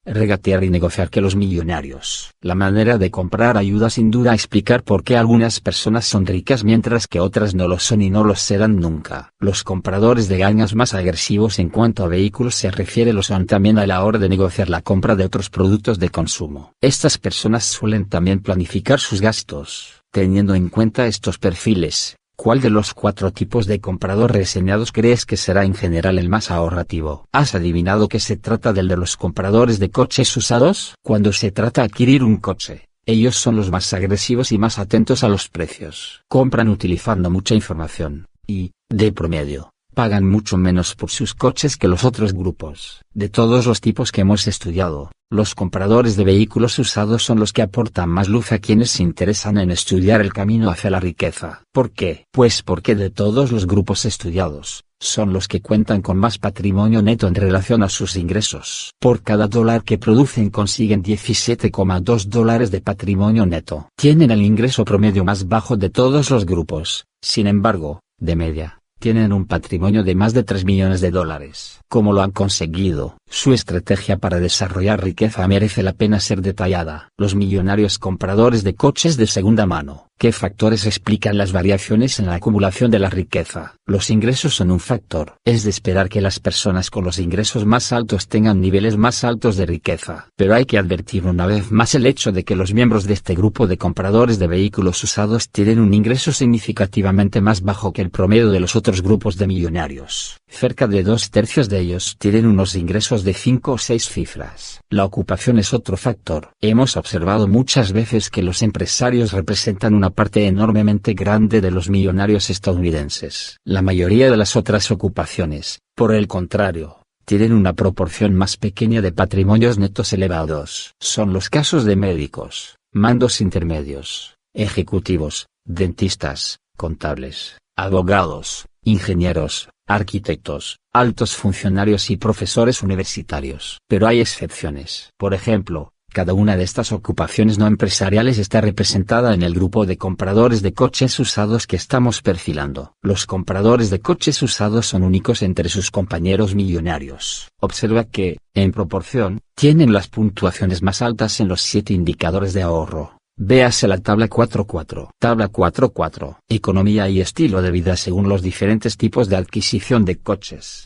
regatear y negociar que los millonarios. La manera de comprar ayuda sin duda a explicar por qué algunas personas son ricas mientras que otras no lo son y no lo serán nunca. Los compradores de gangas más agresivos en cuanto a vehículos se refiere lo son también a la hora de negociar la compra de otros productos de consumo. Estas personas suelen también planificar sus gastos. Teniendo en cuenta estos perfiles, ¿cuál de los cuatro tipos de comprador reseñados crees que será en general el más ahorrativo? ¿Has adivinado que se trata del de los compradores de coches usados? Cuando se trata de adquirir un coche, ellos son los más agresivos y más atentos a los precios. Compran utilizando mucha información, y, de promedio, pagan mucho menos por sus coches que los otros grupos. De todos los tipos que hemos estudiado, los compradores de vehículos usados son los que aportan más luz a quienes se interesan en estudiar el camino hacia la riqueza. ¿Por qué? Pues porque de todos los grupos estudiados, son los que cuentan con más patrimonio neto en relación a sus ingresos. Por cada dólar que producen consiguen diecisiete coma dos dólares de patrimonio neto. Tienen el ingreso promedio más bajo de todos los grupos, sin embargo, de media, tienen un patrimonio de más de tres millones de dólares. ¿Cómo lo han conseguido? Su estrategia para desarrollar riqueza merece la pena ser detallada. Los millonarios compradores de coches de segunda mano. ¿Qué factores explican las variaciones en la acumulación de la riqueza? Los ingresos son un factor. Es de esperar que las personas con los ingresos más altos tengan niveles más altos de riqueza. Pero hay que advertir una vez más el hecho de que los miembros de este grupo de compradores de vehículos usados tienen un ingreso significativamente más bajo que el promedio de los otros grupos de millonarios. Cerca de dos tercios de ellos tienen unos ingresos de cinco o seis cifras. La ocupación es otro factor. Hemos observado muchas veces que los empresarios representan una parte enormemente grande de los millonarios estadounidenses. La mayoría de las otras ocupaciones, por el contrario, tienen una proporción más pequeña de patrimonios netos elevados. Son los casos de médicos, mandos intermedios, ejecutivos, dentistas, contables, abogados, ingenieros, arquitectos, altos funcionarios y profesores universitarios. Pero hay excepciones. Por ejemplo, cada una de estas ocupaciones no empresariales está representada en el grupo de compradores de coches usados que estamos perfilando. Los compradores de coches usados son únicos entre sus compañeros millonarios. Observa que, en proporción, tienen las puntuaciones más altas en los siete indicadores de ahorro. Véase la tabla cuatro punto cuatro. Tabla cuatro punto cuatro. Economía y estilo de vida según los diferentes tipos de adquisición de coches.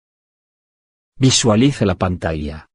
Visualice la pantalla.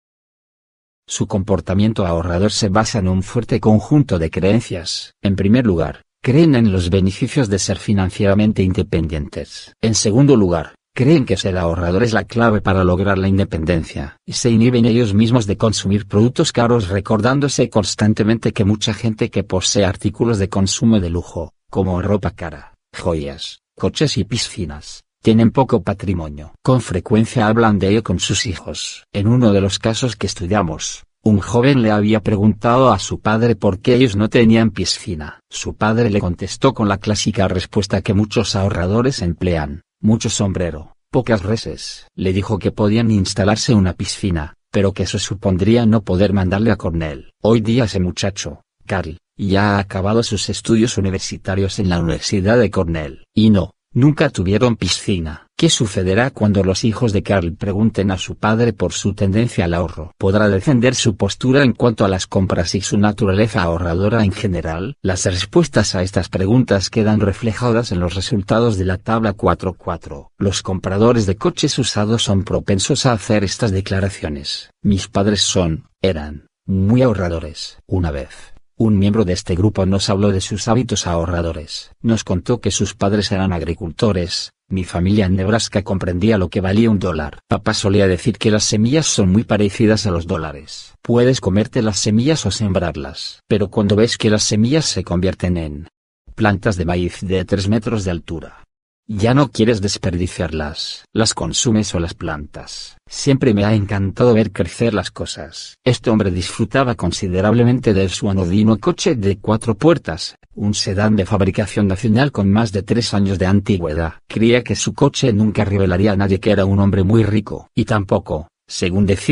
Su comportamiento ahorrador se basa en un fuerte conjunto de creencias. En primer lugar, creen en los beneficios de ser financieramente independientes. En segundo lugar, creen que ser ahorrador es la clave para lograr la independencia, y se inhiben ellos mismos de consumir productos caros recordándose constantemente que mucha gente que posee artículos de consumo de lujo, como ropa cara, joyas, coches y piscinas, tienen poco patrimonio. Con frecuencia hablan de ello con sus hijos. En uno de los casos que estudiamos, un joven le había preguntado a su padre por qué ellos no tenían piscina. Su padre le contestó con la clásica respuesta que muchos ahorradores emplean: mucho sombrero, pocas reses. Le dijo que podían instalarse una piscina, pero que eso supondría no poder mandarle a Cornell. Hoy día ese muchacho, Carl, ya ha acabado sus estudios universitarios en la Universidad de Cornell. Y no, nunca tuvieron piscina. ¿Qué sucederá cuando los hijos de Carl pregunten a su padre por su tendencia al ahorro? ¿Podrá defender su postura en cuanto a las compras y su naturaleza ahorradora en general? Las respuestas a estas preguntas quedan reflejadas en los resultados de la tabla cuatro punto cuatro. Los compradores de coches usados son propensos a hacer estas declaraciones. Mis padres son, eran, muy ahorradores. Una vez, un miembro de este grupo nos habló de sus hábitos ahorradores. Nos contó que sus padres eran agricultores. Mi familia en Nebraska comprendía lo que valía un dólar. Papá solía decir que las semillas son muy parecidas a los dólares. Puedes comerte las semillas o sembrarlas. Pero cuando ves que las semillas se convierten en plantas de maíz de tres metros de altura, ya no quieres desperdiciarlas. Las consumes o las plantas. Siempre me ha encantado ver crecer las cosas. Este hombre disfrutaba considerablemente de su anodino coche de cuatro puertas, un sedán de fabricación nacional con más de tres años de antigüedad. Creía que su coche nunca revelaría a nadie que era un hombre muy rico. Y tampoco, según decía,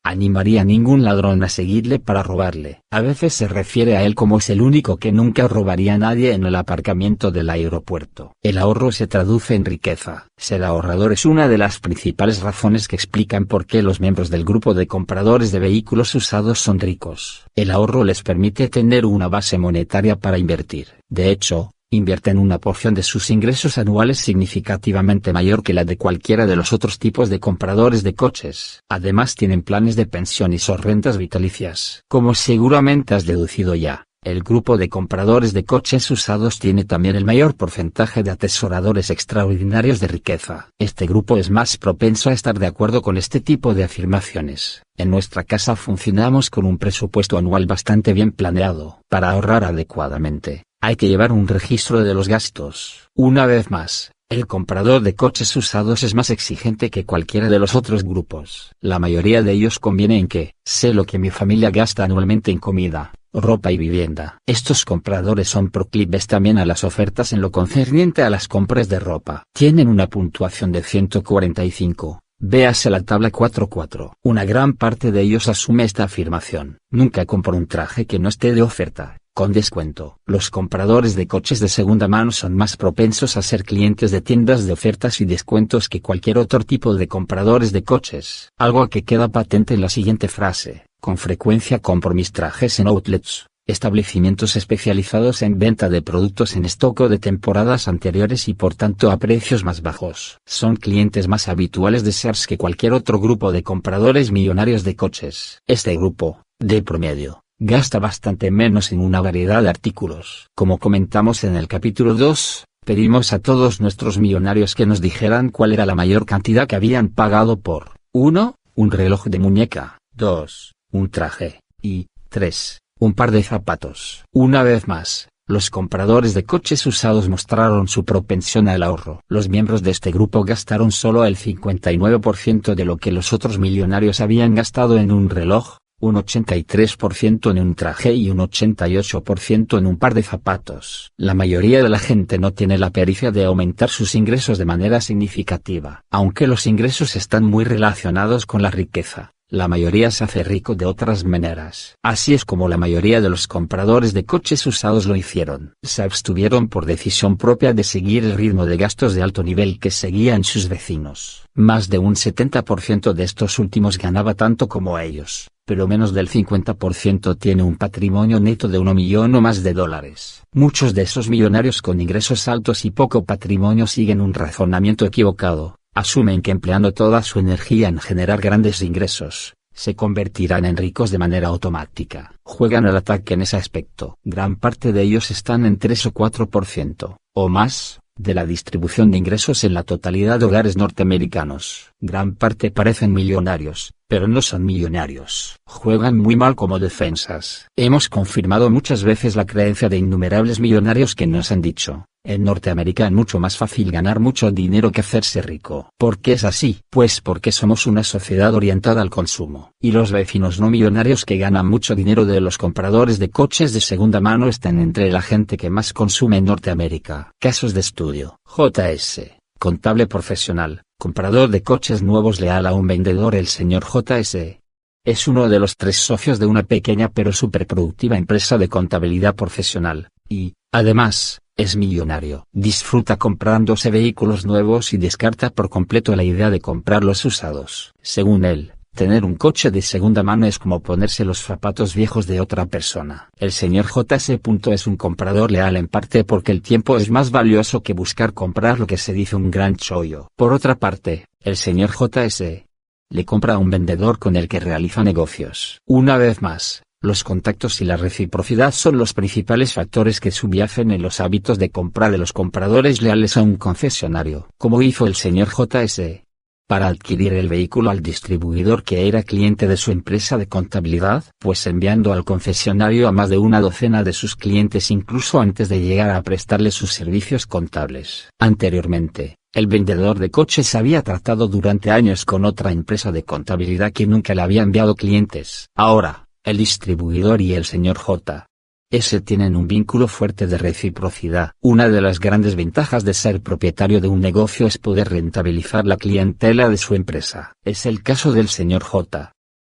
animaría a ningún ladrón a seguirle para robarle. A veces se refiere a él como es el único que nunca robaría a nadie en el aparcamiento del aeropuerto. El ahorro se traduce en riqueza. Ser ahorrador es una de las principales razones que explican por qué los miembros del grupo de compradores de vehículos usados son ricos. El ahorro les permite tener una base monetaria para invertir. De hecho, invierten una porción de sus ingresos anuales significativamente mayor que la de cualquiera de los otros tipos de compradores de coches. Además tienen planes de pensión y sus rentas vitalicias. Como seguramente has deducido ya, el grupo de compradores de coches usados tiene también el mayor porcentaje de atesoradores extraordinarios de riqueza. Este grupo es más propenso a estar de acuerdo con este tipo de afirmaciones. En nuestra casa funcionamos con un presupuesto anual bastante bien planeado. Para ahorrar adecuadamente, hay que llevar un registro de los gastos. Una vez más, el comprador de coches usados es más exigente que cualquiera de los otros grupos. La mayoría de ellos conviene en que, sé lo que mi familia gasta anualmente en comida, ropa y vivienda. Estos compradores son proclives también a las ofertas en lo concerniente a las compras de ropa. Tienen una puntuación de ciento cuarenta y cinco. Véase la tabla cuatro punto cuatro. Una gran parte de ellos asume esta afirmación. Nunca compro un traje que no esté de oferta, con descuento. Los compradores de coches de segunda mano son más propensos a ser clientes de tiendas de ofertas y descuentos que cualquier otro tipo de compradores de coches. Algo que queda patente en la siguiente frase: con frecuencia compro mis trajes en outlets, establecimientos especializados en venta de productos en stock o de temporadas anteriores y por tanto a precios más bajos. Son clientes más habituales de Sears que cualquier otro grupo de compradores millonarios de coches. Este grupo, de promedio, gasta bastante menos en una variedad de artículos. Como comentamos en el capítulo dos, pedimos a todos nuestros millonarios que nos dijeran cuál era la mayor cantidad que habían pagado por uno. Un reloj de muñeca, dos. Un traje, y tres. Un par de zapatos. Una vez más, los compradores de coches usados mostraron su propensión al ahorro. Los miembros de este grupo gastaron solo el cincuenta y nueve por ciento de lo que los otros millonarios habían gastado en un reloj, un ochenta y tres por ciento en un traje y un ochenta y ocho por ciento en un par de zapatos. La mayoría de la gente no tiene la pericia de aumentar sus ingresos de manera significativa. Aunque los ingresos están muy relacionados con la riqueza, la mayoría se hace rico de otras maneras. Así es como la mayoría de los compradores de coches usados lo hicieron. Se abstuvieron por decisión propia de seguir el ritmo de gastos de alto nivel que seguían sus vecinos. Más de un setenta por ciento de estos últimos ganaba tanto como ellos, pero menos del cincuenta por ciento tiene un patrimonio neto de un millón o más de dólares. Muchos de esos millonarios con ingresos altos y poco patrimonio siguen un razonamiento equivocado. Asumen que empleando toda su energía en generar grandes ingresos, se convertirán en ricos de manera automática. Juegan al ataque en ese aspecto. Gran parte de ellos están en tres o cuatro por ciento, o más, de la distribución de ingresos en la totalidad de hogares norteamericanos. Gran parte parecen millonarios, pero no son millonarios. Juegan muy mal como defensas. Hemos confirmado muchas veces la creencia de innumerables millonarios que nos han dicho: en Norteamérica es mucho más fácil ganar mucho dinero que hacerse rico. ¿Por qué es así? Pues porque somos una sociedad orientada al consumo. Y los vecinos no millonarios que ganan mucho dinero de los compradores de coches de segunda mano están entre la gente que más consume en Norteamérica. Casos de estudio. J S, contable profesional, comprador de coches nuevos leal a un vendedor. El señor J S es uno de los tres socios de una pequeña pero superproductiva empresa de contabilidad profesional, y, además, es millonario. Disfruta comprándose vehículos nuevos y descarta por completo la idea de comprarlos usados. Según él, tener un coche de segunda mano es como ponerse los zapatos viejos de otra persona. El señor J S. es un comprador leal en parte porque el tiempo es más valioso que buscar comprar lo que se dice un gran chollo. Por otra parte, el señor J S le compra a un vendedor con el que realiza negocios. Una vez más, los contactos y la reciprocidad son los principales factores que subyacen en los hábitos de compra de los compradores leales a un concesionario. Como hizo el señor J S para adquirir el vehículo al distribuidor que era cliente de su empresa de contabilidad? Pues enviando al concesionario a más de una docena de sus clientes incluso antes de llegar a prestarle sus servicios contables. Anteriormente, el vendedor de coches había tratado durante años con otra empresa de contabilidad que nunca le había enviado clientes. Ahora, el distribuidor y el señor J S tienen un vínculo fuerte de reciprocidad. Una de las grandes ventajas de ser propietario de un negocio es poder rentabilizar la clientela de su empresa. Es el caso del señor J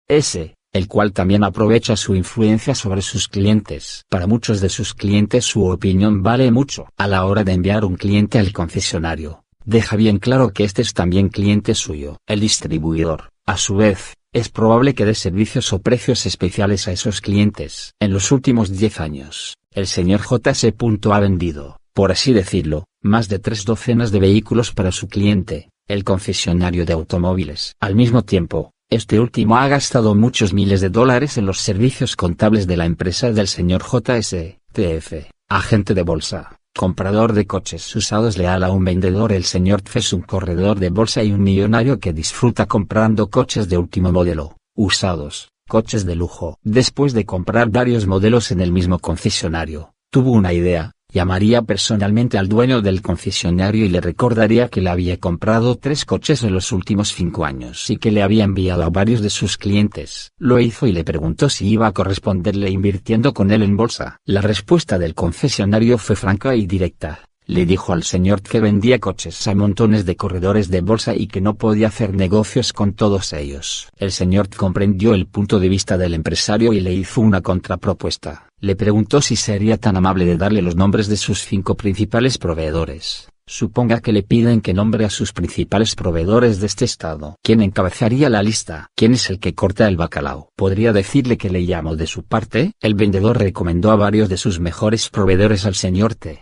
S, el cual también aprovecha su influencia sobre sus clientes. Para muchos de sus clientes su opinión vale mucho. A la hora de enviar un cliente al concesionario, deja bien claro que este es también cliente suyo. El distribuidor, a su vez, es probable que dé servicios o precios especiales a esos clientes. En los últimos diez años, el señor J S. ha vendido, por así decirlo, más de tres docenas de vehículos para su cliente, el concesionario de automóviles. Al mismo tiempo, este último ha gastado muchos miles de dólares en los servicios contables de la empresa del señor J S, T F, agente de bolsa, comprador de coches usados leal a un vendedor. El señor T F es un corredor de bolsa y un millonario que disfruta comprando coches de último modelo, usados, coches de lujo. Después de comprar varios modelos en el mismo concesionario, tuvo una idea. Llamaría personalmente al dueño del concesionario y le recordaría que le había comprado tres coches en los últimos cinco años y que le había enviado a varios de sus clientes. Lo hizo y le preguntó si iba a corresponderle invirtiendo con él en bolsa. La respuesta del concesionario fue franca y directa. Le dijo al señor que vendía coches a montones de corredores de bolsa y que no podía hacer negocios con todos ellos. El señor comprendió el punto de vista del empresario y le hizo una contrapropuesta. Le preguntó si sería tan amable de darle los nombres de sus cinco principales proveedores. Suponga que le piden que nombre a sus principales proveedores de este estado. ¿Quién encabezaría la lista? ¿Quién es el que corta el bacalao? ¿Podría decirle que le llamo de su parte? El vendedor recomendó a varios de sus mejores proveedores al señor T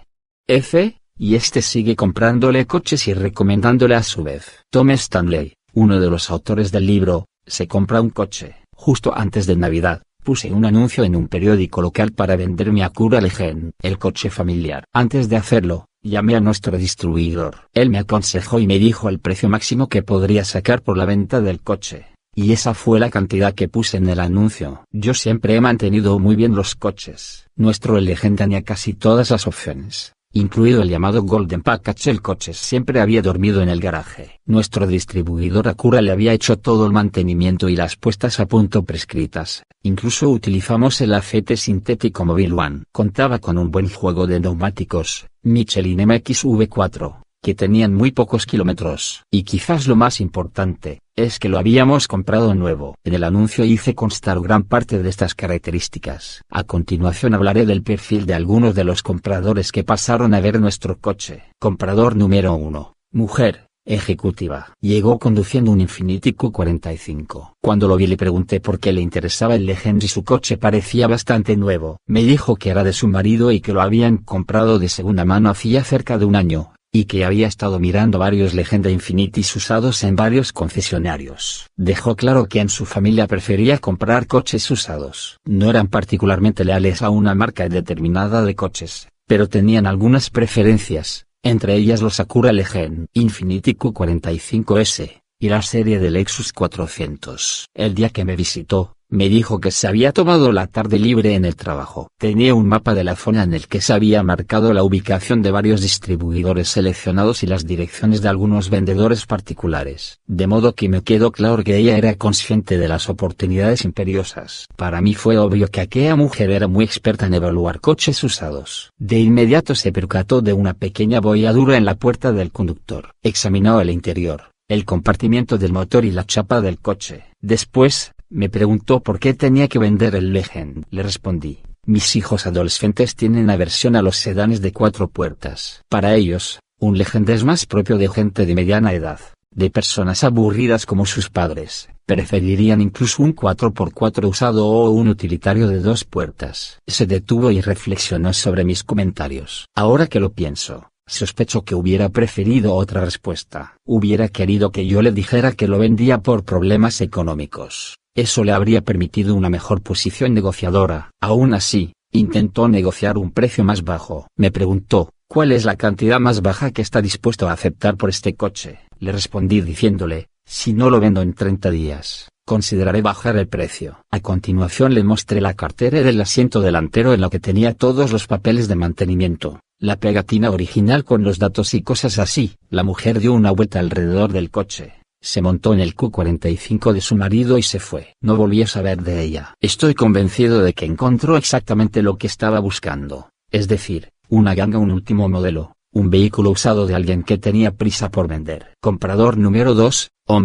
F, y este sigue comprándole coches y recomendándole a su vez. Tom Stanley, uno de los autores del libro, Se compra un coche. Justo antes de Navidad, puse un anuncio en un periódico local para vender mi Acura Legend, el coche familiar. Antes de hacerlo, llamé a nuestro distribuidor. Él me aconsejó y me dijo el precio máximo que podría sacar por la venta del coche. Y esa fue la cantidad que puse en el anuncio. Yo siempre he mantenido muy bien los coches. Nuestro Legend tenía casi todas las opciones, incluido el llamado Golden Package. El coche siempre había dormido en el garaje. Nuestro distribuidor Acura le había hecho todo el mantenimiento y las puestas a punto prescritas. Incluso utilizamos el aceite sintético Mobil One. Contaba con un buen juego de neumáticos, Michelin M X V cuatro, que tenían muy pocos kilómetros. Y quizás lo más importante, es que lo habíamos comprado nuevo. En el anuncio hice constar gran parte de estas características. A continuación hablaré del perfil de algunos de los compradores que pasaron a ver nuestro coche. Comprador número uno. Mujer, ejecutiva. Llegó conduciendo un Infiniti Q cuarenta y cinco. Cuando lo vi le pregunté por qué le interesaba el Legend y su coche parecía bastante nuevo. Me dijo que era de su marido y que lo habían comprado de segunda mano hacía cerca de un año, y que había estado mirando varios Legend e Infinitis usados en varios concesionarios. Dejó claro que en su familia prefería comprar coches usados. No eran particularmente leales a una marca determinada de coches, pero tenían algunas preferencias, entre ellas los Acura Legend, Infiniti Q cuarenta y cinco S, y la serie de Lexus cuatrocientos. El día que me visitó, me dijo que se había tomado la tarde libre en el trabajo. Tenía un mapa de la zona en el que se había marcado la ubicación de varios distribuidores seleccionados y las direcciones de algunos vendedores particulares. De modo que me quedó claro que ella era consciente de las oportunidades imperiosas. Para mí fue obvio que aquella mujer era muy experta en evaluar coches usados. De inmediato se percató de una pequeña bolladura en la puerta del conductor. Examinó el interior, el compartimiento del motor y la chapa del coche. Después, me preguntó por qué tenía que vender el Legend. Le respondí: mis hijos adolescentes tienen aversión a los sedanes de cuatro puertas. Para ellos, un Legend es más propio de gente de mediana edad, de personas aburridas como sus padres. Preferirían incluso un cuatro por cuatro usado o un utilitario de dos puertas. Se detuvo y reflexionó sobre mis comentarios. Ahora que lo pienso, sospecho que hubiera preferido otra respuesta. Hubiera querido que yo le dijera que lo vendía por problemas económicos. Eso le habría permitido una mejor posición negociadora. Aún así, intentó negociar un precio más bajo. Me preguntó, ¿cuál es la cantidad más baja que está dispuesto a aceptar por este coche? Le respondí diciéndole, si no lo vendo en treinta días, consideraré bajar el precio. A continuación le mostré la cartera del asiento delantero en la que tenía todos los papeles de mantenimiento, la pegatina original con los datos y cosas así. La mujer dio una vuelta alrededor del coche, se montó en el Q cuarenta y cinco de su marido y se fue. No volví a saber de ella. Estoy convencido de que encontró exactamente lo que estaba buscando, es decir, una ganga, un último modelo, un vehículo usado de alguien que tenía prisa por vender. Comprador número dos, hombre,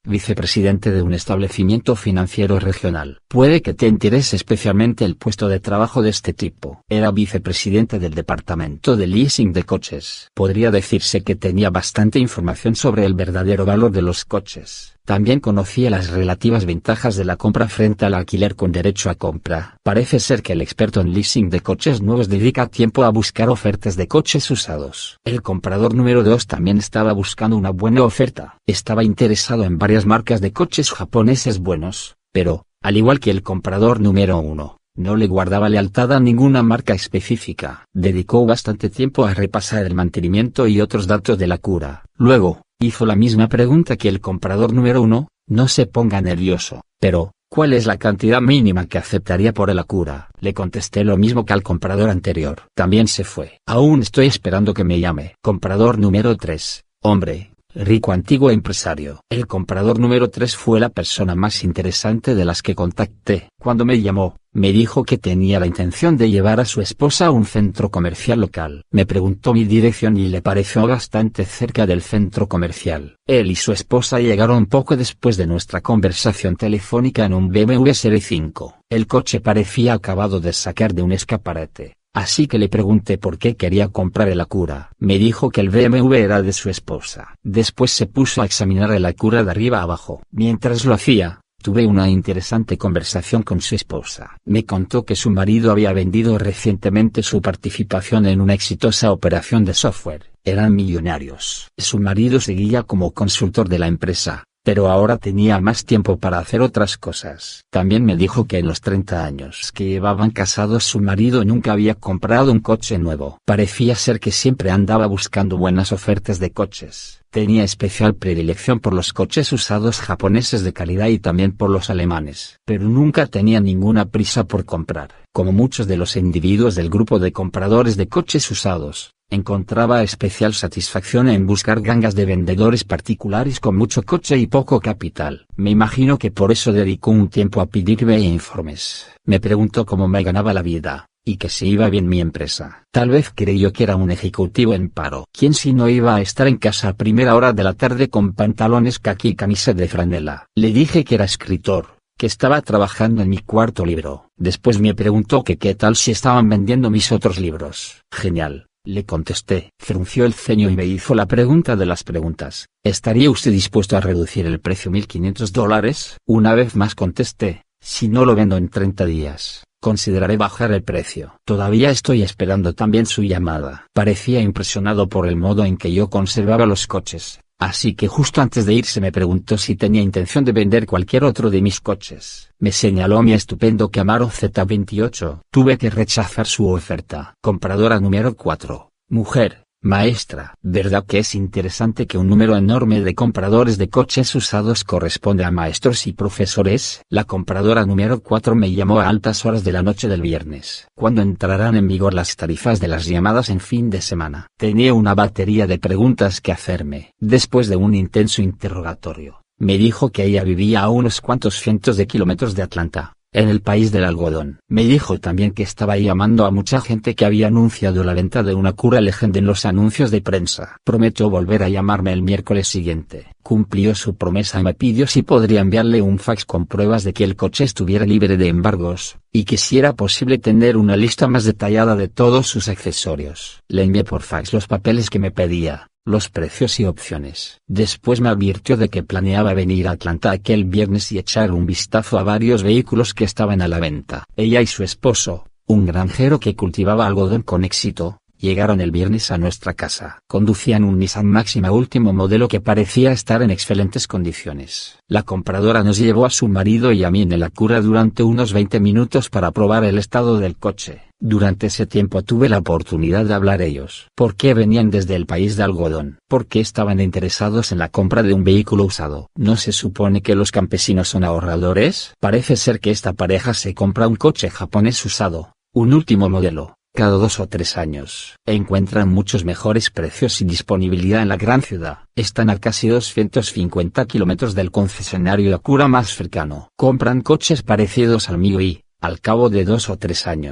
vicepresidente de un establecimiento financiero regional. Puede que te interese especialmente el puesto de trabajo de este tipo. Era vicepresidente del departamento de leasing de coches. Podría decirse que tenía bastante información sobre el verdadero valor de los coches. También conocía las relativas ventajas de la compra frente al alquiler con derecho a compra. Parece ser que el experto en leasing de coches nuevos dedica tiempo a buscar ofertas de coches usados. El comprador número dos también estaba buscando una buena oferta. Estaba interesado en varias marcas de coches japoneses buenos, pero, al igual que el comprador número uno, no le guardaba lealtad a ninguna marca específica. Dedicó bastante tiempo a repasar el mantenimiento y otros datos de la Acura. Luego, hizo la misma pregunta que el comprador número uno, no se ponga nervioso, pero, ¿cuál es la cantidad mínima que aceptaría por el Acura? Le contesté lo mismo que al comprador anterior. También se fue. Aún estoy esperando que me llame. Comprador número tres, hombre, rico antiguo empresario. El comprador número tres fue la persona más interesante de las que contacté. Cuando me llamó, me dijo que tenía la intención de llevar a su esposa a un centro comercial local. Me preguntó mi dirección y le pareció bastante cerca del centro comercial. Él y su esposa llegaron poco después de nuestra conversación telefónica en un B M W Serie cinco. El coche parecía acabado de sacar de un escaparate. Así que le pregunté por qué quería comprar el Acura. Me dijo que el B M W era de su esposa. Después se puso a examinar el Acura de arriba a abajo. Mientras lo hacía, tuve una interesante conversación con su esposa. Me contó que su marido había vendido recientemente su participación en una exitosa operación de software. Eran millonarios. Su marido seguía como consultor de la empresa, pero ahora tenía más tiempo para hacer otras cosas. También me dijo que en los treinta años que llevaban casados su marido nunca había comprado un coche nuevo. Parecía ser que siempre andaba buscando buenas ofertas de coches. Tenía especial predilección por los coches usados japoneses de calidad y también por los alemanes. Pero nunca tenía ninguna prisa por comprar. Como muchos de los individuos del grupo de compradores de coches usados, encontraba especial satisfacción en buscar gangas de vendedores particulares con mucho coche y poco capital. Me imagino que por eso dedicó un tiempo a pedirme informes. Me preguntó cómo me ganaba la vida, y que si iba bien mi empresa. Tal vez creyó que era un ejecutivo en paro. ¿Quién si no iba a estar en casa a primera hora de la tarde con pantalones caqui y camisa de franela? Le dije que era escritor, que estaba trabajando en mi cuarto libro. Después me preguntó que qué tal si estaban vendiendo mis otros libros. Genial, le contesté. Frunció el ceño y me hizo la pregunta de las preguntas. ¿Estaría usted dispuesto a reducir el precio mil quinientos dólares? Una vez más contesté, si no lo vendo en treinta días, consideraré bajar el precio. Todavía estoy esperando también su llamada. Parecía impresionado por el modo en que yo conservaba los coches, así que justo antes de irse me preguntó si tenía intención de vender cualquier otro de mis coches. Me señaló mi estupendo Camaro Z veintiocho. Tuve que rechazar su oferta. Compradora número cuatro, mujer, maestra. ¿Verdad que es interesante que un número enorme de compradores de coches usados corresponde a maestros y profesores? La compradora número cuatro me llamó a altas horas de la noche del viernes. ¿Cuándo entrarán en vigor las tarifas de las llamadas en fin de semana? Tenía una batería de preguntas que hacerme. Después de un intenso interrogatorio, me dijo que ella vivía a unos cuantos cientos de kilómetros de Atlanta, en el país del algodón. Me dijo también que estaba llamando a mucha gente que había anunciado la venta de una Acura Legend en los anuncios de prensa. Prometió volver a llamarme el miércoles siguiente. Cumplió su promesa y me pidió si podría enviarle un fax con pruebas de que el coche estuviera libre de embargos, y que si era posible tener una lista más detallada de todos sus accesorios. Le envié por fax los papeles que me pedía, los precios y opciones. Después me advirtió de que planeaba venir a Atlanta aquel viernes y echar un vistazo a varios vehículos que estaban a la venta. Ella y su esposo, un granjero que cultivaba algodón con éxito, llegaron el viernes a nuestra casa. Conducían un Nissan Maxima último modelo que parecía estar en excelentes condiciones. La compradora nos llevó a su marido y a mí en el Acura durante unos veinte minutos para probar el estado del coche. Durante ese tiempo tuve la oportunidad de hablar ellos. ¿Por qué venían desde el país de algodón? ¿Por qué estaban interesados en la compra de un vehículo usado? ¿No se supone que los campesinos son ahorradores? Parece ser que esta pareja se compra un coche japonés usado, un último modelo, cada dos o tres años. Encuentran muchos mejores precios y disponibilidad en la gran ciudad. Están a casi doscientos cincuenta kilómetros del concesionario Acura más cercano. Compran coches parecidos al mío y, al cabo de dos o tres años,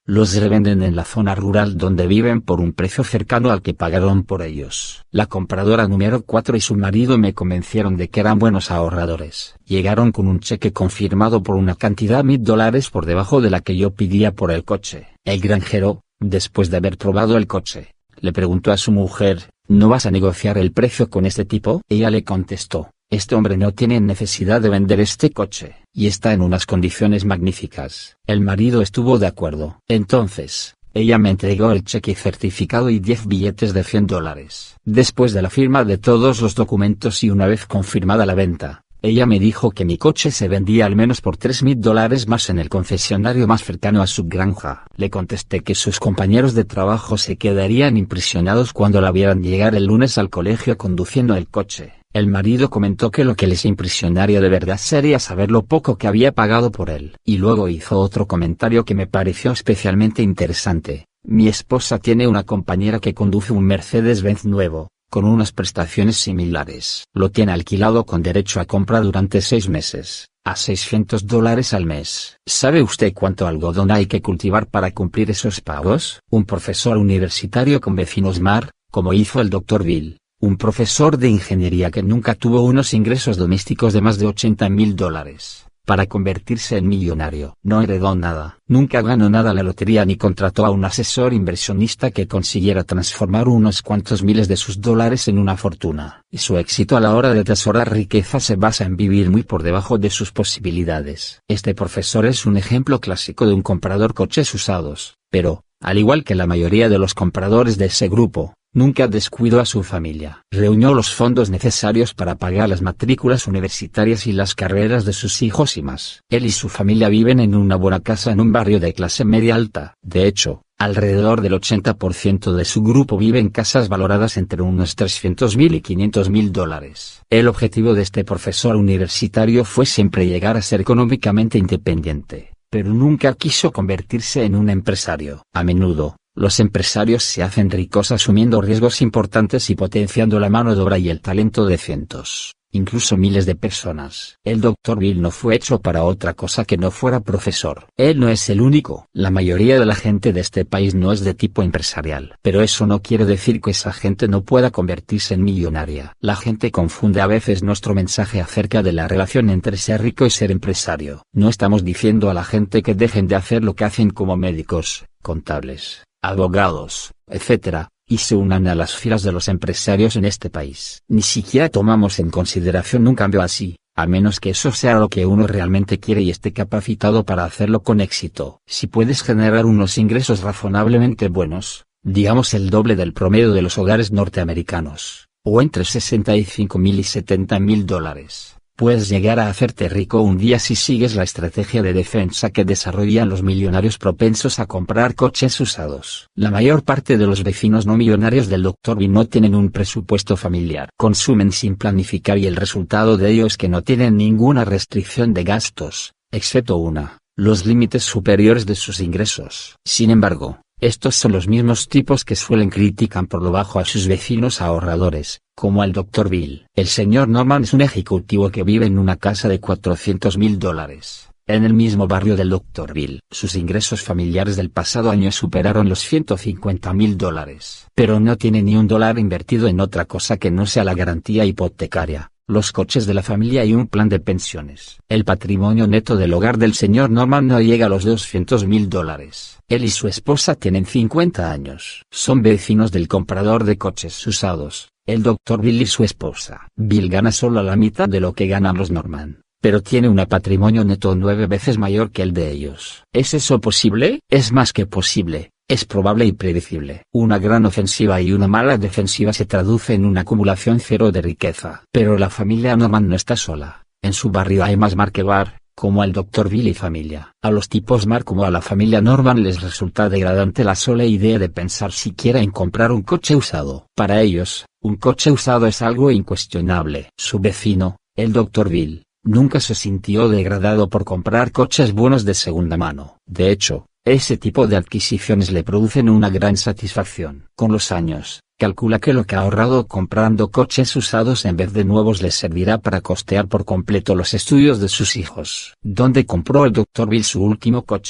Los revenden en la zona rural donde viven por un precio cercano al que pagaron por ellos. La compradora número cuatro y su marido me convencieron de que eran buenos ahorradores. Llegaron con un cheque confirmado por una cantidad mil dólares por debajo de la que yo pedía por el coche. El granjero, después de haber probado el coche, le preguntó a su mujer, ¿no vas a negociar el precio con este tipo? Ella le contestó, este hombre no tiene necesidad de vender este coche, y está en unas condiciones magníficas. El marido estuvo de acuerdo. Entonces, ella me entregó el cheque certificado y diez billetes de cien dólares. Después de la firma de todos los documentos y una vez confirmada la venta, ella me dijo que mi coche se vendía al menos por tres mil dólares más en el concesionario más cercano a su granja. Le contesté que sus compañeros de trabajo se quedarían impresionados cuando la vieran llegar el lunes al colegio conduciendo el coche. El marido comentó que lo que les impresionaría de verdad sería saber lo poco que había pagado por él. Y luego hizo otro comentario que me pareció especialmente interesante. Mi esposa tiene una compañera que conduce un Mercedes-Benz nuevo, con unas prestaciones similares. Lo tiene alquilado con derecho a compra durante seis meses, a seiscientos dólares al mes. ¿Sabe usted cuánto algodón hay que cultivar para cumplir esos pagos? Un profesor universitario con vecinos mar, como hizo el doctor Bill. Un profesor de ingeniería que nunca tuvo unos ingresos domésticos de más de ochenta mil dólares, para convertirse en millonario. No heredó nada, nunca ganó nada a la lotería ni contrató a un asesor inversionista que consiguiera transformar unos cuantos miles de sus dólares en una fortuna. Y su éxito a la hora de atesorar riqueza se basa en vivir muy por debajo de sus posibilidades. Este profesor es un ejemplo clásico de un comprador coches usados, pero, al igual que la mayoría de los compradores de ese grupo, nunca descuidó a su familia. Reunió los fondos necesarios para pagar las matrículas universitarias y las carreras de sus hijos y más. Él y su familia viven en una buena casa en un barrio de clase media alta. De hecho, alrededor del ochenta por ciento de su grupo vive en casas valoradas entre unos trescientos mil y quinientos mil dólares. El objetivo de este profesor universitario fue siempre llegar a ser económicamente independiente, pero nunca quiso convertirse en un empresario. A menudo, los empresarios se hacen ricos asumiendo riesgos importantes y potenciando la mano de obra y el talento de cientos, incluso miles de personas. El doctor Bill no fue hecho para otra cosa que no fuera profesor. Él no es el único. La mayoría de la gente de este país no es de tipo empresarial. Pero eso no quiere decir que esa gente no pueda convertirse en millonaria. La gente confunde a veces nuestro mensaje acerca de la relación entre ser rico y ser empresario. No estamos diciendo a la gente que dejen de hacer lo que hacen como médicos, contables, abogados, etcétera, y se unan a las filas de los empresarios en este país. Ni siquiera tomamos en consideración un cambio así, a menos que eso sea lo que uno realmente quiere y esté capacitado para hacerlo con éxito. Si puedes generar unos ingresos razonablemente buenos, digamos el doble del promedio de los hogares norteamericanos, o entre sesenta y cinco mil y setenta mil dólares. Puedes llegar a hacerte rico un día si sigues la estrategia de defensa que desarrollan los millonarios propensos a comprar coches usados. La mayor parte de los vecinos no millonarios del doctor Bill no tienen un presupuesto familiar. Consumen sin planificar y el resultado de ello es que no tienen ninguna restricción de gastos, excepto una, los límites superiores de sus ingresos. Sin embargo, estos son los mismos tipos que suelen criticar por lo bajo a sus vecinos ahorradores, como al doctor Bill. El señor Norman es un ejecutivo que vive en una casa de cuatrocientos mil dólares, en el mismo barrio del doctor Bill. Sus ingresos familiares del pasado año superaron los ciento cincuenta mil dólares. Pero no tiene ni un dólar invertido en otra cosa que no sea la garantía hipotecaria, los coches de la familia y un plan de pensiones. El patrimonio neto del hogar del señor Norman no llega a los doscientos mil dólares. Él y su esposa tienen cincuenta años. Son vecinos del comprador de coches usados, el doctor Bill y su esposa. Bill gana solo la mitad de lo que ganan los Norman, pero tiene un patrimonio neto nueve veces mayor que el de ellos. ¿Es eso posible? Es más que posible. Es probable y predecible. Una gran ofensiva y una mala defensiva se traduce en una acumulación cero de riqueza. Pero la familia Norman no está sola. En su barrio hay más mar que bar, como al doctor Bill y familia. A los tipos mar como a la familia Norman les resulta degradante la sola idea de pensar siquiera en comprar un coche usado. Para ellos, un coche usado es algo incuestionable. Su vecino, el doctor Bill, nunca se sintió degradado por comprar coches buenos de segunda mano. De hecho, ese tipo de adquisiciones le producen una gran satisfacción. Con los años, calcula que lo que ha ahorrado comprando coches usados en vez de nuevos le servirá para costear por completo los estudios de sus hijos. ¿Dónde compró el doctor Bill su último coche?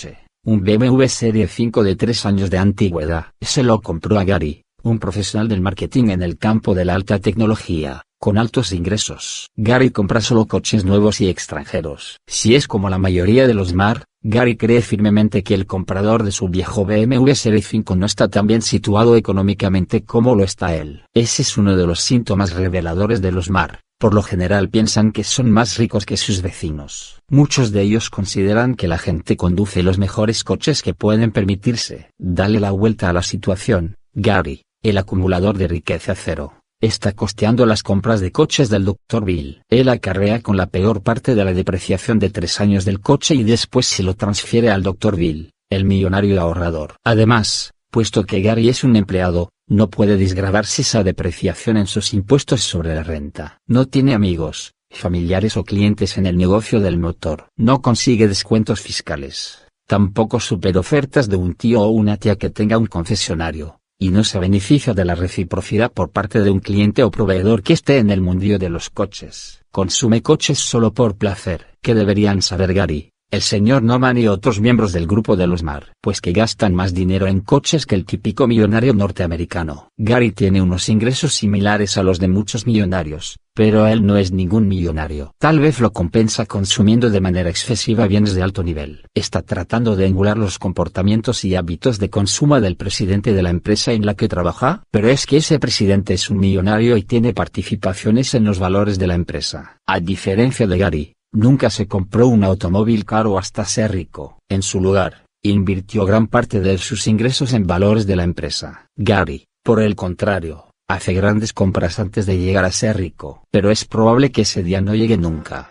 un B M W Serie cinco de tres años de antigüedad. Se lo compró a Gary, un profesional del marketing en el campo de la alta tecnología, con altos ingresos. Gary compra solo coches nuevos y extranjeros. Si es como la mayoría de los Mar, Gary cree firmemente que el comprador de su viejo B M W Serie cinco no está tan bien situado económicamente como lo está él. Ese es uno de los síntomas reveladores de los Mar. Por lo general piensan que son más ricos que sus vecinos. Muchos de ellos consideran que la gente conduce los mejores coches que pueden permitirse. Dale la vuelta a la situación. Gary, el acumulador de riqueza cero, está costeando las compras de coches del doctor Bill. Él acarrea con la peor parte de la depreciación de tres años del coche y después se lo transfiere al doctor Bill, el millonario ahorrador. Además, puesto que Gary es un empleado, no puede disgravarse esa depreciación en sus impuestos sobre la renta. No tiene amigos, familiares o clientes en el negocio del motor. No consigue descuentos fiscales. Tampoco superofertas de un tío o una tía que tenga un concesionario. Y no se beneficia de la reciprocidad por parte de un cliente o proveedor que esté en el mundillo de los coches. Consume coches solo por placer. ¿Qué deberían saber Gary, el señor Norman y otros miembros del grupo de los Mar? Pues que gastan más dinero en coches que el típico millonario norteamericano. Gary tiene unos ingresos similares a los de muchos millonarios, pero él no es ningún millonario. Tal vez lo compensa consumiendo de manera excesiva bienes de alto nivel. Está tratando de emular los comportamientos y hábitos de consumo del presidente de la empresa en la que trabaja, pero es que ese presidente es un millonario y tiene participaciones en los valores de la empresa. A diferencia de Gary, nunca se compró un automóvil caro hasta ser rico. En su lugar, invirtió gran parte de sus ingresos en valores de la empresa. Gary, por el contrario, hace grandes compras antes de llegar a ser rico. Pero es probable que ese día no llegue nunca.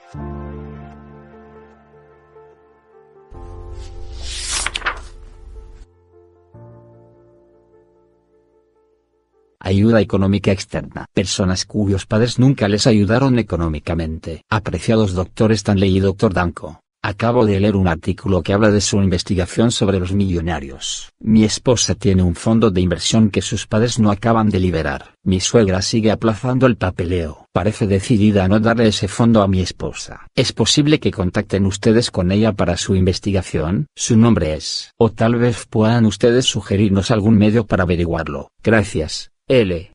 Ayuda económica externa. Personas cuyos padres nunca les ayudaron económicamente. Apreciados doctor Stanley y doctor Danko, acabo de leer un artículo que habla de su investigación sobre los millonarios. Mi esposa tiene un fondo de inversión que sus padres no acaban de liberar. Mi suegra sigue aplazando el papeleo. Parece decidida a no darle ese fondo a mi esposa. ¿Es posible que contacten ustedes con ella para su investigación? Su nombre es. O tal vez puedan ustedes sugerirnos algún medio para averiguarlo. Gracias. L.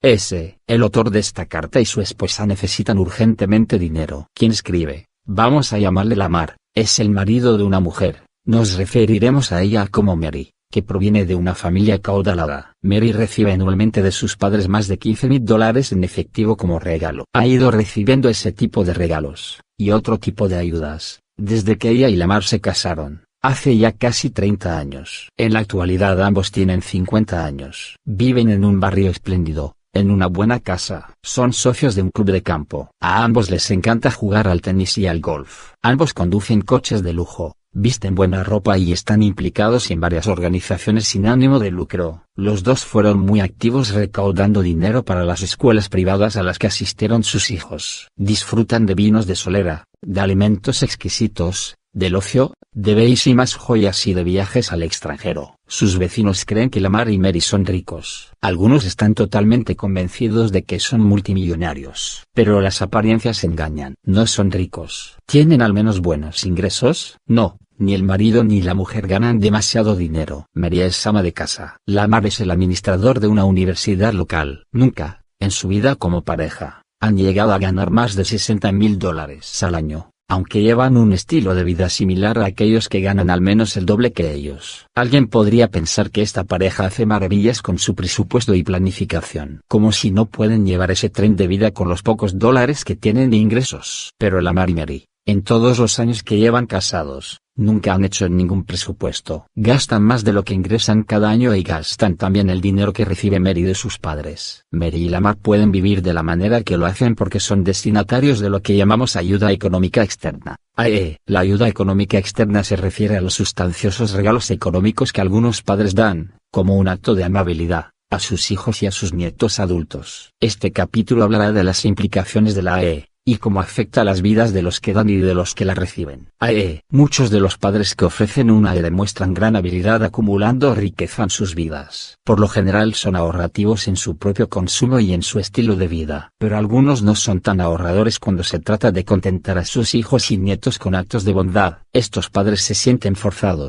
S. El autor de esta carta y su esposa necesitan urgentemente dinero. ¿Quién escribe? Vamos a llamarle Lamar. Es el marido de una mujer. Nos referiremos a ella como Mary, que proviene de una familia acaudalada. Mary recibe anualmente de sus padres más de quince mil dólares en efectivo como regalo. Ha ido recibiendo ese tipo de regalos, y otro tipo de ayudas, desde que ella y Lamar se casaron. Hace ya casi treinta años. En la actualidad ambos tienen cincuenta años. Viven en un barrio espléndido, en una buena casa. Son socios de un club de campo. A ambos les encanta jugar al tenis y al golf. Ambos conducen coches de lujo, visten buena ropa y están implicados en varias organizaciones sin ánimo de lucro. Los dos fueron muy activos recaudando dinero para las escuelas privadas a las que asistieron sus hijos. Disfrutan de vinos de solera, de alimentos exquisitos, del ocio, de bellísimas joyas y de viajes al extranjero. Sus vecinos creen que Lamar y Mary son ricos. Algunos están totalmente convencidos de que son multimillonarios. Pero las apariencias engañan. No son ricos. ¿Tienen al menos buenos ingresos? No. Ni el marido ni la mujer ganan demasiado dinero. Mary es ama de casa. Lamar es el administrador de una universidad local. Nunca, en su vida como pareja, han llegado a ganar más de sesenta mil dólares al año, aunque llevan un estilo de vida similar a aquellos que ganan al menos el doble que ellos. Alguien podría pensar que esta pareja hace maravillas con su presupuesto y planificación, como si no pueden llevar ese tren de vida con los pocos dólares que tienen de ingresos. Pero Lamar y Mary, en todos los años que llevan casados, nunca han hecho ningún presupuesto. Gastan más de lo que ingresan cada año y gastan también el dinero que recibe Mary de sus padres. Mary y Lamar pueden vivir de la manera que lo hacen porque son destinatarios de lo que llamamos ayuda económica externa. A E. La ayuda económica externa se refiere a los sustanciosos regalos económicos que algunos padres dan, como un acto de amabilidad, a sus hijos y a sus nietos adultos. Este capítulo hablará de las implicaciones de la A E, y cómo afecta a las vidas de los que dan y de los que la reciben. A E. Muchos de los padres que ofrecen una A E demuestran gran habilidad acumulando riqueza en sus vidas. Por lo general son ahorrativos en su propio consumo y en su estilo de vida. Pero algunos no son tan ahorradores cuando se trata de contentar a sus hijos y nietos con actos de bondad. Estos padres se sienten forzados,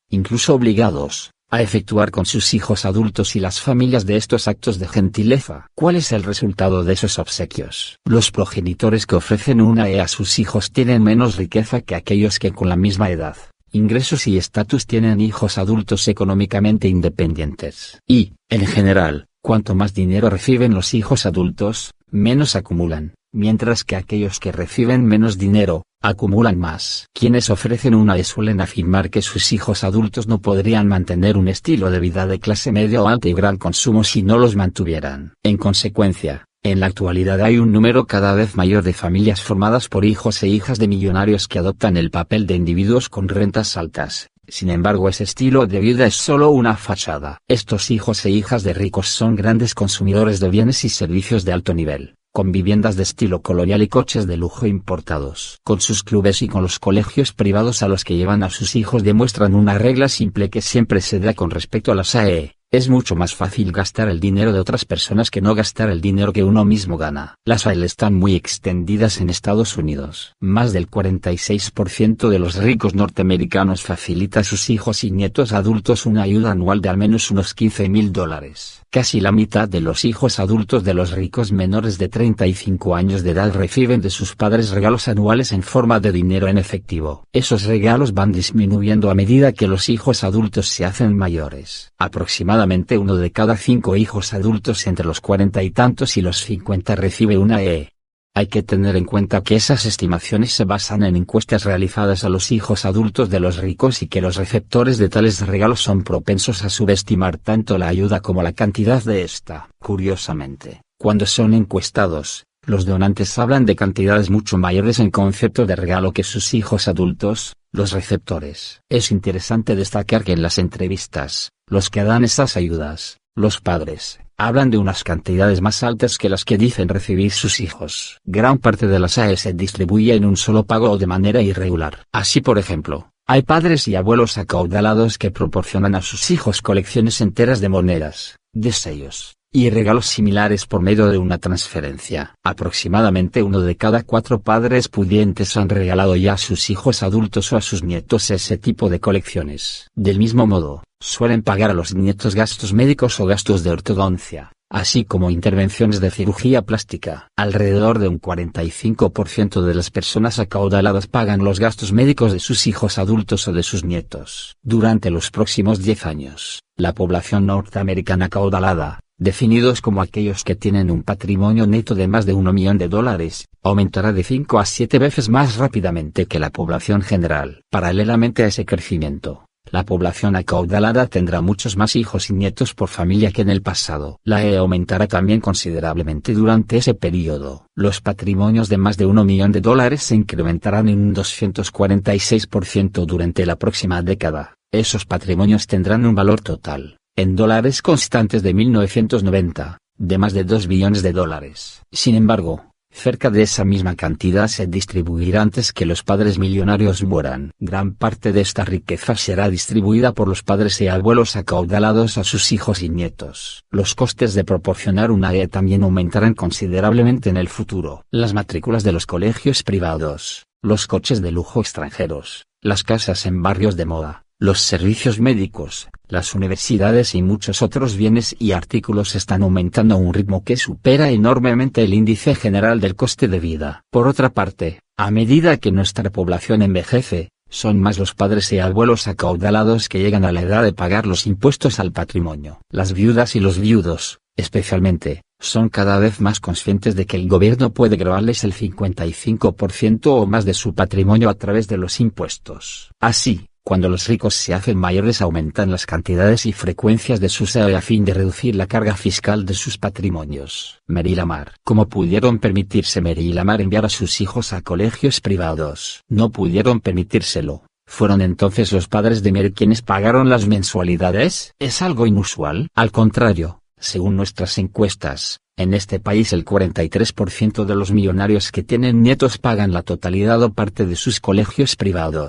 incluso obligados, a efectuar con sus hijos adultos y las familias de estos actos de gentileza. ¿Cuál es el resultado de esos obsequios? Los progenitores que ofrecen una E a sus hijos tienen menos riqueza que aquellos que con la misma edad, ingresos y estatus tienen hijos adultos económicamente independientes. Y, en general, cuanto más dinero reciben los hijos adultos, menos acumulan, mientras que aquellos que reciben menos dinero, acumulan más. Quienes ofrecen una E suelen afirmar que sus hijos adultos no podrían mantener un estilo de vida de clase media o alta y gran consumo si no los mantuvieran. En consecuencia, en la actualidad hay un número cada vez mayor de familias formadas por hijos e hijas de millonarios que adoptan el papel de individuos con rentas altas. Sin embargo, ese estilo de vida es solo una fachada. Estos hijos e hijas de ricos son grandes consumidores de bienes y servicios de alto nivel, con viviendas de estilo colonial y coches de lujo importados. Con sus clubes y con los colegios privados a los que llevan a sus hijos demuestran una regla simple que siempre se da con respecto a las A E. Es mucho más fácil gastar el dinero de otras personas que no gastar el dinero que uno mismo gana. Las A E están muy extendidas en Estados Unidos. Más del cuarenta y seis por ciento de los ricos norteamericanos facilita a sus hijos y nietos adultos una ayuda anual de al menos unos quince mil dólares. Casi la mitad de los hijos adultos de los ricos menores de treinta y cinco años de edad reciben de sus padres regalos anuales en forma de dinero en efectivo. Esos regalos van disminuyendo a medida que los hijos adultos se hacen mayores. Aproximadamente uno de cada cinco hijos adultos entre los cuarenta y tantos y los cincuenta recibe una E. Hay que tener en cuenta que esas estimaciones se basan en encuestas realizadas a los hijos adultos de los ricos y que los receptores de tales regalos son propensos a subestimar tanto la ayuda como la cantidad de esta. Curiosamente, cuando son encuestados, los donantes hablan de cantidades mucho mayores en concepto de regalo que sus hijos adultos, los receptores. Es interesante destacar que en las entrevistas, los que dan esas ayudas, los padres, hablan de unas cantidades más altas que las que dicen recibir sus hijos. Gran parte de las A E se distribuye en un solo pago o de manera irregular. Así, por ejemplo, hay padres y abuelos acaudalados que proporcionan a sus hijos colecciones enteras de monedas, de sellos y regalos similares por medio de una transferencia. Aproximadamente uno de cada cuatro padres pudientes han regalado ya a sus hijos adultos o a sus nietos ese tipo de colecciones. Del mismo modo, suelen pagar a los nietos gastos médicos o gastos de ortodoncia, así como intervenciones de cirugía plástica. Alrededor de un cuarenta y cinco por ciento de las personas acaudaladas pagan los gastos médicos de sus hijos adultos o de sus nietos. Durante los próximos diez años, la población norteamericana acaudalada, definidos como aquellos que tienen un patrimonio neto de más de un millón de dólares, aumentará de cinco a siete veces más rápidamente que la población general. Paralelamente a ese crecimiento, la población acaudalada tendrá muchos más hijos y nietos por familia que en el pasado. La E aumentará también considerablemente durante ese periodo. Los patrimonios de más de un millón de dólares se incrementarán en un doscientos cuarenta y seis por ciento durante la próxima década. Esos patrimonios tendrán un valor total, en dólares constantes de mil novecientos noventa, de más de dos billones de dólares. Sin embargo, cerca de esa misma cantidad se distribuirá antes que los padres millonarios mueran. Gran parte de esta riqueza será distribuida por los padres y abuelos acaudalados a sus hijos y nietos. Los costes de proporcionar una E también aumentarán considerablemente en el futuro. Las matrículas de los colegios privados, los coches de lujo extranjeros, las casas en barrios de moda, los servicios médicos, las universidades y muchos otros bienes y artículos están aumentando a un ritmo que supera enormemente el índice general del coste de vida. Por otra parte, a medida que nuestra población envejece, son más los padres y abuelos acaudalados que llegan a la edad de pagar los impuestos al patrimonio. Las viudas y los viudos, especialmente, son cada vez más conscientes de que el gobierno puede gravarles el cincuenta y cinco por ciento o más de su patrimonio a través de los impuestos. Así, cuando los ricos se hacen mayores aumentan las cantidades y frecuencias de sus A E a fin de reducir la carga fiscal de sus patrimonios. Mary Lamar. ¿Cómo pudieron permitirse Mary Lamar enviar a sus hijos a colegios privados? No pudieron permitírselo. ¿Fueron entonces los padres de Mary quienes pagaron las mensualidades? ¿Es algo inusual? Al contrario, según nuestras encuestas, en este país el cuarenta y tres por ciento de los millonarios que tienen nietos pagan la totalidad o parte de sus colegios privados.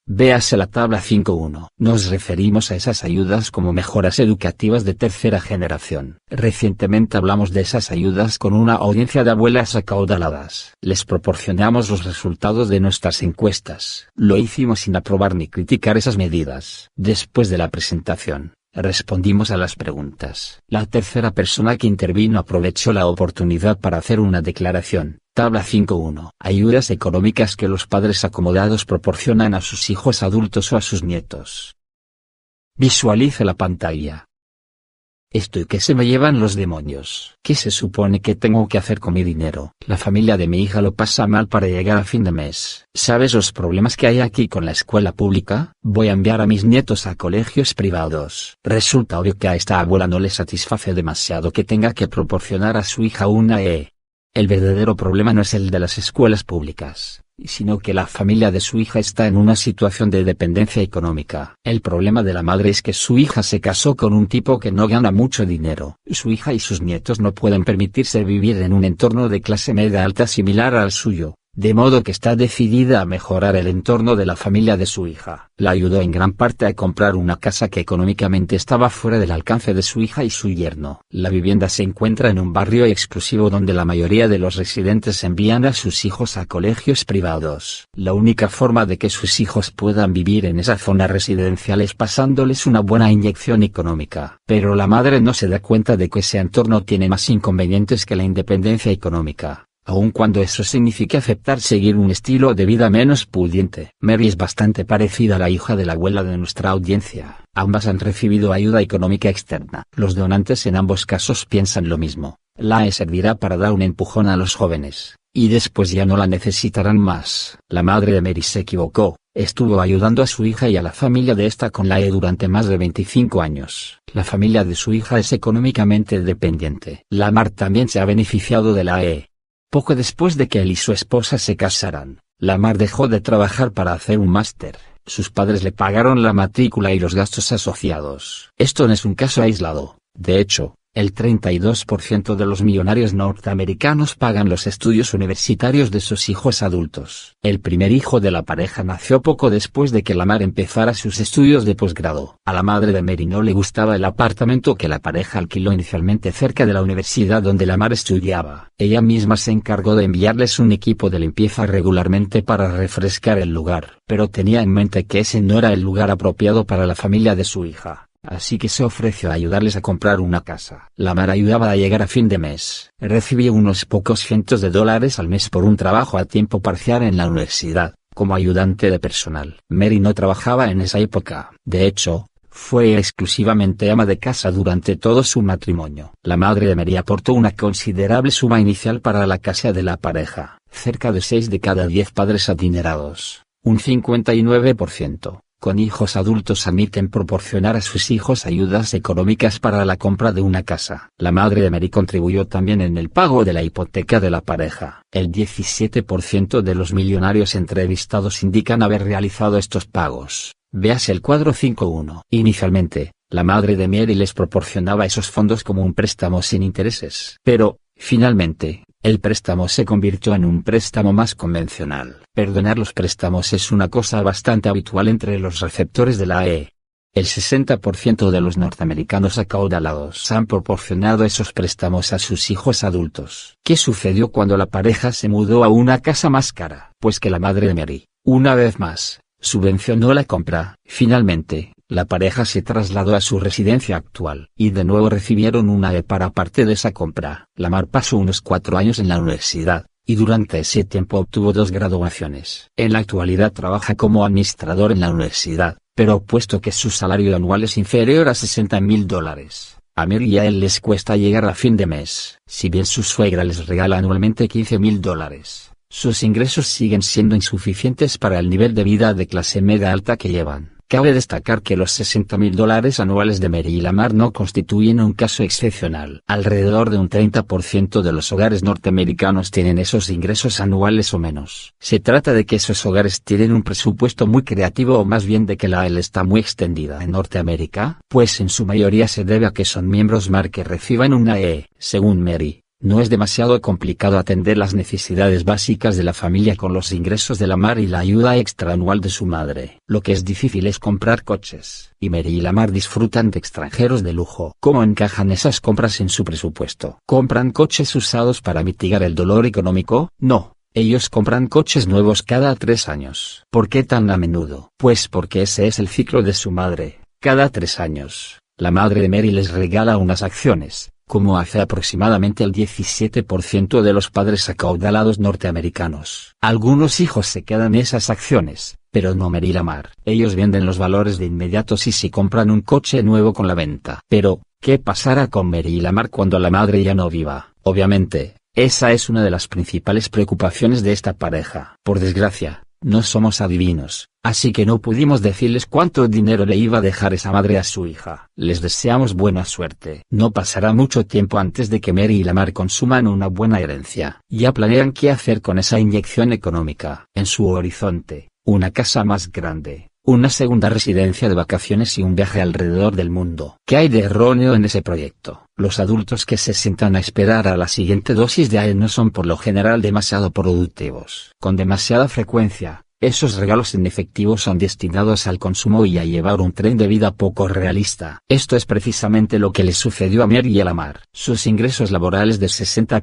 Véase la tabla cinco punto uno. Nos referimos a esas ayudas como mejoras educativas de tercera generación. Recientemente hablamos de esas ayudas con una audiencia de abuelas acaudaladas. Les proporcionamos los resultados de nuestras encuestas. Lo hicimos sin aprobar ni criticar esas medidas. Después de la presentación, respondimos a las preguntas. La tercera persona que intervino aprovechó la oportunidad para hacer una declaración. Tabla cinco punto uno. Ayudas económicas que los padres acomodados proporcionan a sus hijos adultos o a sus nietos. Visualice la pantalla. Esto y que se me llevan los demonios. ¿Qué se supone que tengo que hacer con mi dinero? La familia de mi hija lo pasa mal para llegar a fin de mes. ¿Sabes los problemas que hay aquí con la escuela pública? Voy a enviar a mis nietos a colegios privados. Resulta obvio que a esta abuela no le satisface demasiado que tenga que proporcionar a su hija una E. El verdadero problema no es el de las escuelas públicas, sino que la familia de su hija está en una situación de dependencia económica. El problema de la madre es que su hija se casó con un tipo que no gana mucho dinero. Su hija y sus nietos no pueden permitirse vivir en un entorno de clase media alta similar al suyo, de modo que está decidida a mejorar el entorno de la familia de su hija. La ayudó en gran parte a comprar una casa que económicamente estaba fuera del alcance de su hija y su yerno. La vivienda se encuentra en un barrio exclusivo donde la mayoría de los residentes envían a sus hijos a colegios privados. La única forma de que sus hijos puedan vivir en esa zona residencial es pasándoles una buena inyección económica. Pero la madre no se da cuenta de que ese entorno tiene más inconvenientes que la independencia económica, aun cuando eso signifique aceptar seguir un estilo de vida menos pudiente. Mary es bastante parecida a la hija de la abuela de nuestra audiencia. Ambas han recibido ayuda económica externa. Los donantes en ambos casos piensan lo mismo. La A E servirá para dar un empujón a los jóvenes, y después ya no la necesitarán más. La madre de Mary se equivocó. Estuvo ayudando a su hija y a la familia de esta con la E durante más de veinticinco años. La familia de su hija es económicamente dependiente. Lamar también se ha beneficiado de la E. Poco después de que él y su esposa se casaran, Lamar dejó de trabajar para hacer un máster. Sus padres le pagaron la matrícula y los gastos asociados. Esto no es un caso aislado. De hecho, el treinta y dos por ciento de los millonarios norteamericanos pagan los estudios universitarios de sus hijos adultos. El primer hijo de la pareja nació poco después de que Lamar empezara sus estudios de posgrado. A la madre de Mary no le gustaba el apartamento que la pareja alquiló inicialmente cerca de la universidad donde Lamar estudiaba. Ella misma se encargó de enviarles un equipo de limpieza regularmente para refrescar el lugar, pero tenía en mente que ese no era el lugar apropiado para la familia de su hija. Así que se ofreció a ayudarles a comprar una casa. Lamar ayudaba a llegar a fin de mes. Recibía unos pocos cientos de dólares al mes por un trabajo a tiempo parcial en la universidad, como ayudante de personal. Mary no trabajaba en esa época. De hecho, fue exclusivamente ama de casa durante todo su matrimonio. La madre de Mary aportó una considerable suma inicial para la casa de la pareja. Cerca de seis de cada diez padres adinerados, un cincuenta y nueve por ciento. Con hijos adultos admiten proporcionar a sus hijos ayudas económicas para la compra de una casa. La madre de Mary contribuyó también en el pago de la hipoteca de la pareja. El diecisiete por ciento de los millonarios entrevistados indican haber realizado estos pagos. Véase el cuadro cinco punto uno. Inicialmente, la madre de Mary les proporcionaba esos fondos como un préstamo sin intereses. Pero, finalmente, el préstamo se convirtió en un préstamo más convencional. Perdonar los préstamos es una cosa bastante habitual entre los receptores de la A E. El sesenta por ciento de los norteamericanos acaudalados han proporcionado esos préstamos a sus hijos adultos. ¿Qué sucedió cuando la pareja se mudó a una casa más cara? Pues que la madre de Mary, una vez más, subvencionó la compra. Finalmente, la pareja se trasladó a su residencia actual, y de nuevo recibieron una E para parte de esa compra. Lamar pasó unos cuatro años en la universidad, y durante ese tiempo obtuvo dos graduaciones. En la actualidad trabaja como administrador en la universidad, pero puesto que su salario anual es inferior a sesenta mil dólares, a Mary y a él les cuesta llegar a fin de mes. Si bien su suegra les regala anualmente quince mil dólares, sus ingresos siguen siendo insuficientes para el nivel de vida de clase media alta que llevan. Cabe destacar que los sesenta mil dólares anuales de Mary y Lamar no constituyen un caso excepcional. Alrededor de un treinta por ciento de los hogares norteamericanos tienen esos ingresos anuales o menos. Se trata de que esos hogares tienen un presupuesto muy creativo o más bien de que la A E L está muy extendida en Norteamérica, pues en su mayoría se debe a que son miembros M A R que reciban una E. Según Mary, No es demasiado complicado atender las necesidades básicas de la familia con los ingresos de Lamar y la ayuda extraanual de su madre. Lo que es difícil es comprar coches, y Mary y Lamar disfrutan de extranjeros de lujo. ¿Cómo encajan esas compras en su presupuesto? ¿Compran coches usados para mitigar el dolor económico? No. Ellos compran coches nuevos cada tres años. ¿Por qué tan a menudo? Pues porque ese es el ciclo de su madre. Cada tres años, la madre de Mary les regala unas acciones, como hace aproximadamente el diecisiete por ciento de los padres acaudalados norteamericanos. Algunos hijos se quedan esas acciones, pero no Mary y Lamar. Ellos venden los valores de inmediato si se compran un coche nuevo con la venta. Pero, ¿qué pasará con Mary y Lamar cuando la madre ya no viva? Obviamente, esa es una de las principales preocupaciones de esta pareja. Por desgracia, no somos adivinos, así que no pudimos decirles cuánto dinero le iba a dejar esa madre a su hija. Les deseamos buena suerte. No pasará mucho tiempo antes de que Mary y Lamar consuman una buena herencia. Ya planean qué hacer con esa inyección económica. En su horizonte, una casa más grande, una segunda residencia de vacaciones y un viaje alrededor del mundo. ¿Qué hay de erróneo en ese proyecto? Los adultos que se sientan a esperar a la siguiente dosis de A E no son por lo general demasiado productivos. Con demasiada frecuencia, esos regalos en efectivo son destinados al consumo y a llevar un tren de vida poco realista. Esto es precisamente lo que le sucedió a Mary y a Lamar. Sus ingresos laborales de sesenta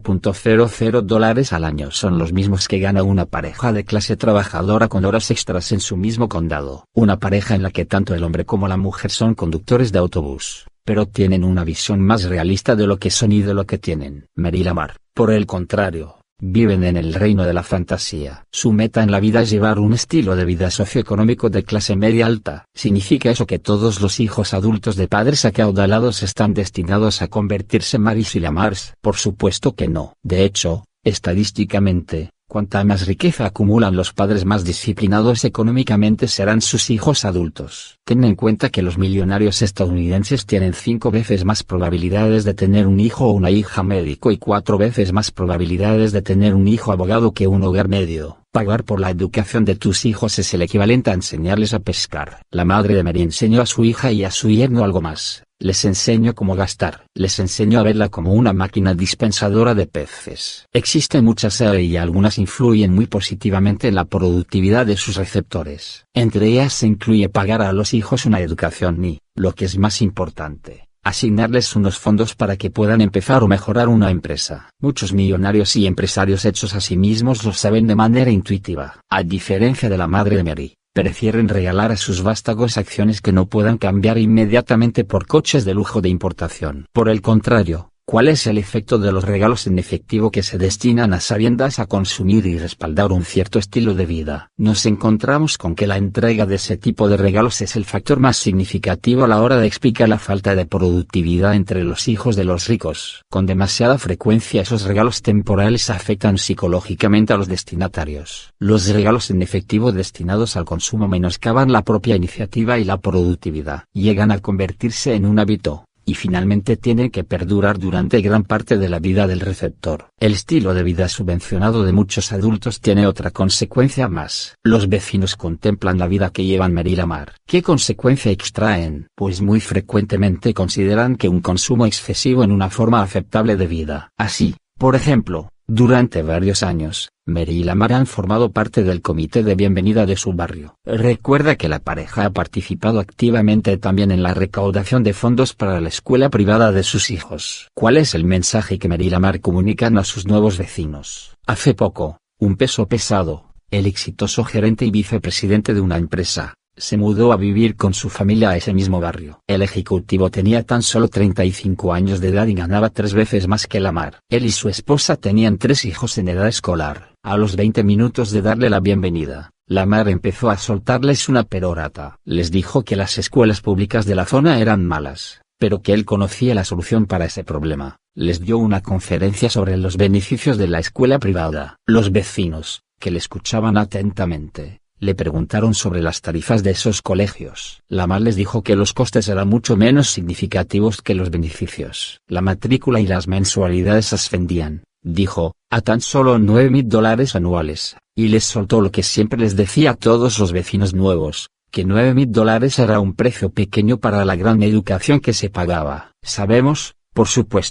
mil dólares al año son los mismos que gana una pareja de clase trabajadora con horas extras en su mismo condado. Una pareja en la que tanto el hombre como la mujer son conductores de autobús, pero tienen una visión más realista de lo que son y de lo que tienen. Mary y Lamar, por el contrario, viven en el reino de la fantasía. Su meta en la vida es llevar un estilo de vida socioeconómico de clase media alta. ¿Significa eso que todos los hijos adultos de padres acaudalados están destinados a convertirse en Marys y Lamars? Por supuesto que no. De hecho, estadísticamente, cuanta más riqueza acumulan los padres, más disciplinados económicamente serán sus hijos adultos. Ten en cuenta que los millonarios estadounidenses tienen cinco veces más probabilidades de tener un hijo o una hija médico y cuatro veces más probabilidades de tener un hijo abogado que un hogar medio. Pagar por la educación de tus hijos es el equivalente a enseñarles a pescar. La madre de Mary enseñó a su hija y a su yerno algo más. Les enseño cómo gastar. Les enseño a verla como una máquina dispensadora de peces. Existen muchas A E y algunas influyen muy positivamente en la productividad de sus receptores. Entre ellas se incluye pagar a los hijos una educación y, lo que es más importante, asignarles unos fondos para que puedan empezar o mejorar una empresa. Muchos millonarios y empresarios hechos a sí mismos lo saben de manera intuitiva. A diferencia de la madre de Mary, prefieren regalar a sus vástagos acciones que no puedan cambiar inmediatamente por coches de lujo de importación. Por el contrario, ¿cuál es el efecto de los regalos en efectivo que se destinan a sabiendas a consumir y respaldar un cierto estilo de vida? Nos encontramos con que la entrega de ese tipo de regalos es el factor más significativo a la hora de explicar la falta de productividad entre los hijos de los ricos. Con demasiada frecuencia esos regalos temporales afectan psicológicamente a los destinatarios. Los regalos en efectivo destinados al consumo menoscaban la propia iniciativa y la productividad. Llegan a convertirse en un hábito, y finalmente tienen que perdurar durante gran parte de la vida del receptor. El estilo de vida subvencionado de muchos adultos tiene otra consecuencia más. Los vecinos contemplan la vida que llevan Mary y Lamar. ¿Qué consecuencia extraen? Pues muy frecuentemente consideran que un consumo excesivo en una forma aceptable de vida. Así, por ejemplo, durante varios años, Mary y Lamar han formado parte del comité de bienvenida de su barrio. Recuerda que la pareja ha participado activamente también en la recaudación de fondos para la escuela privada de sus hijos. ¿Cuál es el mensaje que Mary y Lamar comunican a sus nuevos vecinos? Hace poco, un peso pesado, el exitoso gerente y vicepresidente de una empresa, se mudó a vivir con su familia a ese mismo barrio. El ejecutivo tenía tan solo treinta y cinco años de edad y ganaba tres veces más que Lamar. Él y su esposa tenían tres hijos en edad escolar. A los veinte minutos de darle la bienvenida, Lamar empezó a soltarles una perorata. Les dijo que las escuelas públicas de la zona eran malas, pero que él conocía la solución para ese problema. Les dio una conferencia sobre los beneficios de la escuela privada. Los vecinos, que le escuchaban atentamente, le preguntaron sobre las tarifas de esos colegios. Lamar les dijo que los costes eran mucho menos significativos que los beneficios. La matrícula y las mensualidades ascendían, dijo, a tan solo nueve mil dólares anuales, y les soltó lo que siempre les decía a todos los vecinos nuevos, que nueve mil dólares era un precio pequeño para la gran educación que se pagaba. Sabemos, por supuesto,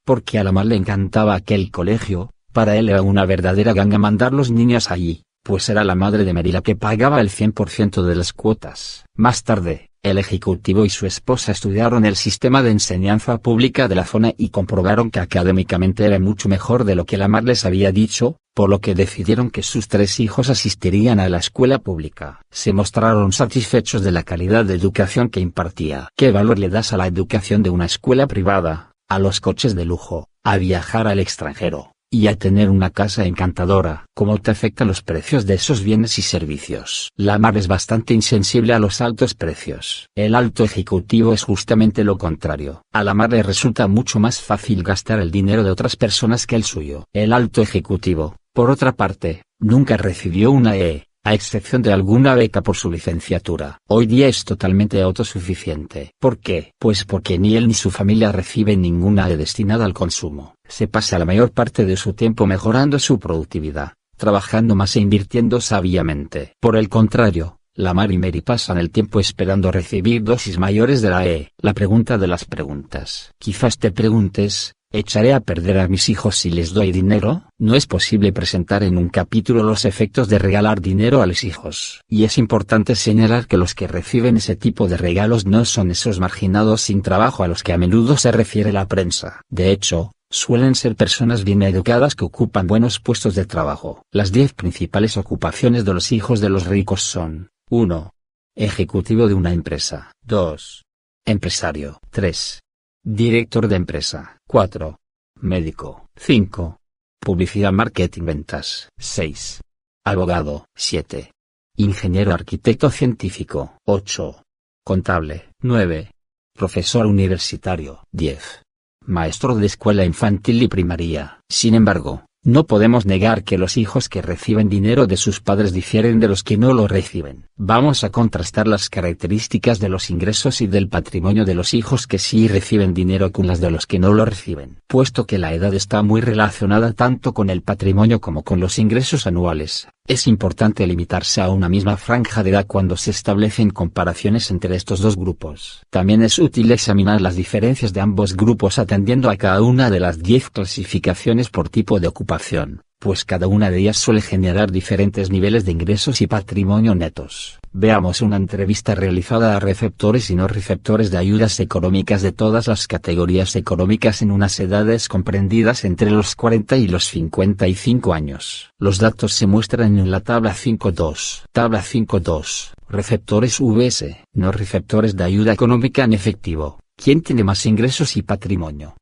porque a Lamar le encantaba aquel colegio. Para él era una verdadera ganga mandar los niños allí, pues era la madre de Mary la que pagaba el cien por ciento de las cuotas. Más tarde, el ejecutivo y su esposa estudiaron el sistema de enseñanza pública de la zona y comprobaron que académicamente era mucho mejor de lo que Lamar les había dicho, por lo que decidieron que sus tres hijos asistirían a la escuela pública. Se mostraron satisfechos de la calidad de educación que impartía. ¿Qué valor le das a la educación de una escuela privada, a los coches de lujo, a viajar al extranjero, y a tener una casa encantadora? ¿Cómo te afectan los precios de esos bienes y servicios? Lamar es bastante insensible a los altos precios. El alto ejecutivo es justamente lo contrario. A Lamar le resulta mucho más fácil gastar el dinero de otras personas que el suyo. El alto ejecutivo, por otra parte, nunca recibió una E, a excepción de alguna beca por su licenciatura. Hoy día es totalmente autosuficiente. ¿Por qué? Pues porque ni él ni su familia reciben ninguna E destinada al consumo. Se pasa la mayor parte de su tiempo mejorando su productividad, trabajando más e invirtiendo sabiamente. Por el contrario, Lamar y Mary pasan el tiempo esperando recibir dosis mayores de la E. La pregunta de las preguntas. Quizás te preguntes, ¿echaré a perder a mis hijos si les doy dinero? No es posible presentar en un capítulo los efectos de regalar dinero a los hijos. Y es importante señalar que los que reciben ese tipo de regalos no son esos marginados sin trabajo a los que a menudo se refiere la prensa. De hecho, suelen ser personas bien educadas que ocupan buenos puestos de trabajo. Las diez principales ocupaciones de los hijos de los ricos son: uno. Ejecutivo de una empresa. dos. Empresario. tres. Director de empresa. cuatro. Médico. cinco. Publicidad, marketing, ventas. seis. Abogado. siete. Ingeniero, arquitecto, científico. ocho. Contable. nueve. Profesor universitario. diez. Maestro de escuela infantil y primaria. Sin embargo, no podemos negar que los hijos que reciben dinero de sus padres difieren de los que no lo reciben. Vamos a contrastar las características de los ingresos y del patrimonio de los hijos que sí reciben dinero con las de los que no lo reciben. Puesto que la edad está muy relacionada tanto con el patrimonio como con los ingresos anuales, es importante limitarse a una misma franja de edad cuando se establecen comparaciones entre estos dos grupos. También es útil examinar las diferencias de ambos grupos atendiendo a cada una de las diez clasificaciones por tipo de ocupación, pues cada una de ellas suele generar diferentes niveles de ingresos y patrimonio netos. Veamos una entrevista realizada a receptores y no receptores de ayudas económicas de todas las categorías económicas en unas edades comprendidas entre los cuarenta y los cincuenta y cinco años. Los datos se muestran en la tabla cinco punto dos. Tabla cinco punto dos. Receptores V S, no receptores de ayuda económica en efectivo. ¿Quién tiene más ingresos y patrimonio?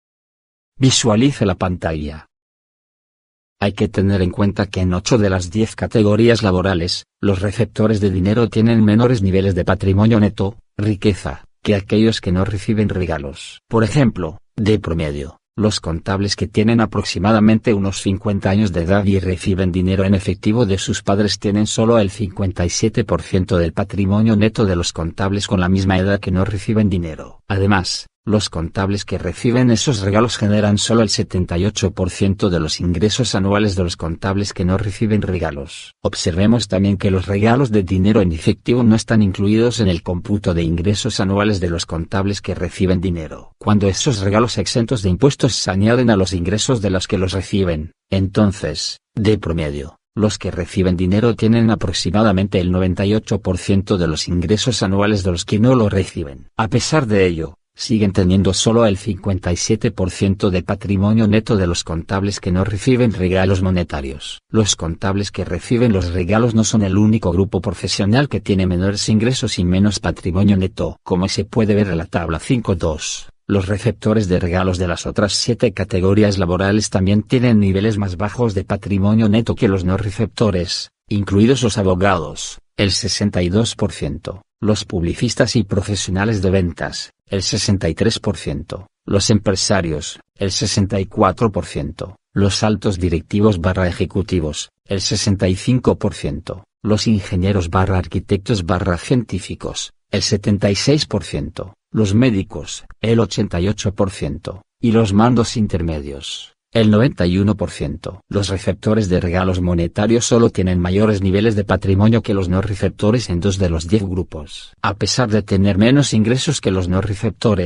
Visualice la pantalla. Hay que tener en cuenta que en ocho de las diez categorías laborales, los receptores de dinero tienen menores niveles de patrimonio neto, riqueza, que aquellos que no reciben regalos. Por ejemplo, de promedio, los contables que tienen aproximadamente unos cincuenta años de edad y reciben dinero en efectivo de sus padres tienen solo el cincuenta y siete por ciento del patrimonio neto de los contables con la misma edad que no reciben dinero. Además, los contables que reciben esos regalos generan solo el setenta y ocho por ciento de los ingresos anuales de los contables que no reciben regalos. Observemos también que los regalos de dinero en efectivo no están incluidos en el cómputo de ingresos anuales de los contables que reciben dinero. Cuando esos regalos exentos de impuestos se añaden a los ingresos de los que los reciben, entonces, de promedio, los que reciben dinero tienen aproximadamente el noventa y ocho por ciento de los ingresos anuales de los que no lo reciben. A pesar de ello, siguen teniendo solo el cincuenta y siete por ciento de patrimonio neto de los contables que no reciben regalos monetarios. Los contables que reciben los regalos no son el único grupo profesional que tiene menores ingresos y menos patrimonio neto. Como se puede ver en la tabla cinco punto dos, los receptores de regalos de las otras siete categorías laborales también tienen niveles más bajos de patrimonio neto que los no receptores, incluidos los abogados, el sesenta y dos por ciento, los publicistas y profesionales de ventas, el sesenta y tres por ciento, los empresarios, el sesenta y cuatro por ciento, los altos directivos barra ejecutivos, el sesenta y cinco por ciento, los ingenieros barra arquitectos barra científicos, el setenta y seis por ciento, los médicos, el ochenta y ocho por ciento, y los mandos intermedios, el noventa y uno por ciento. Los receptores de regalos monetarios solo tienen mayores niveles de patrimonio que los no receptores en dos de los diez grupos. A pesar de tener menos ingresos que los no receptores,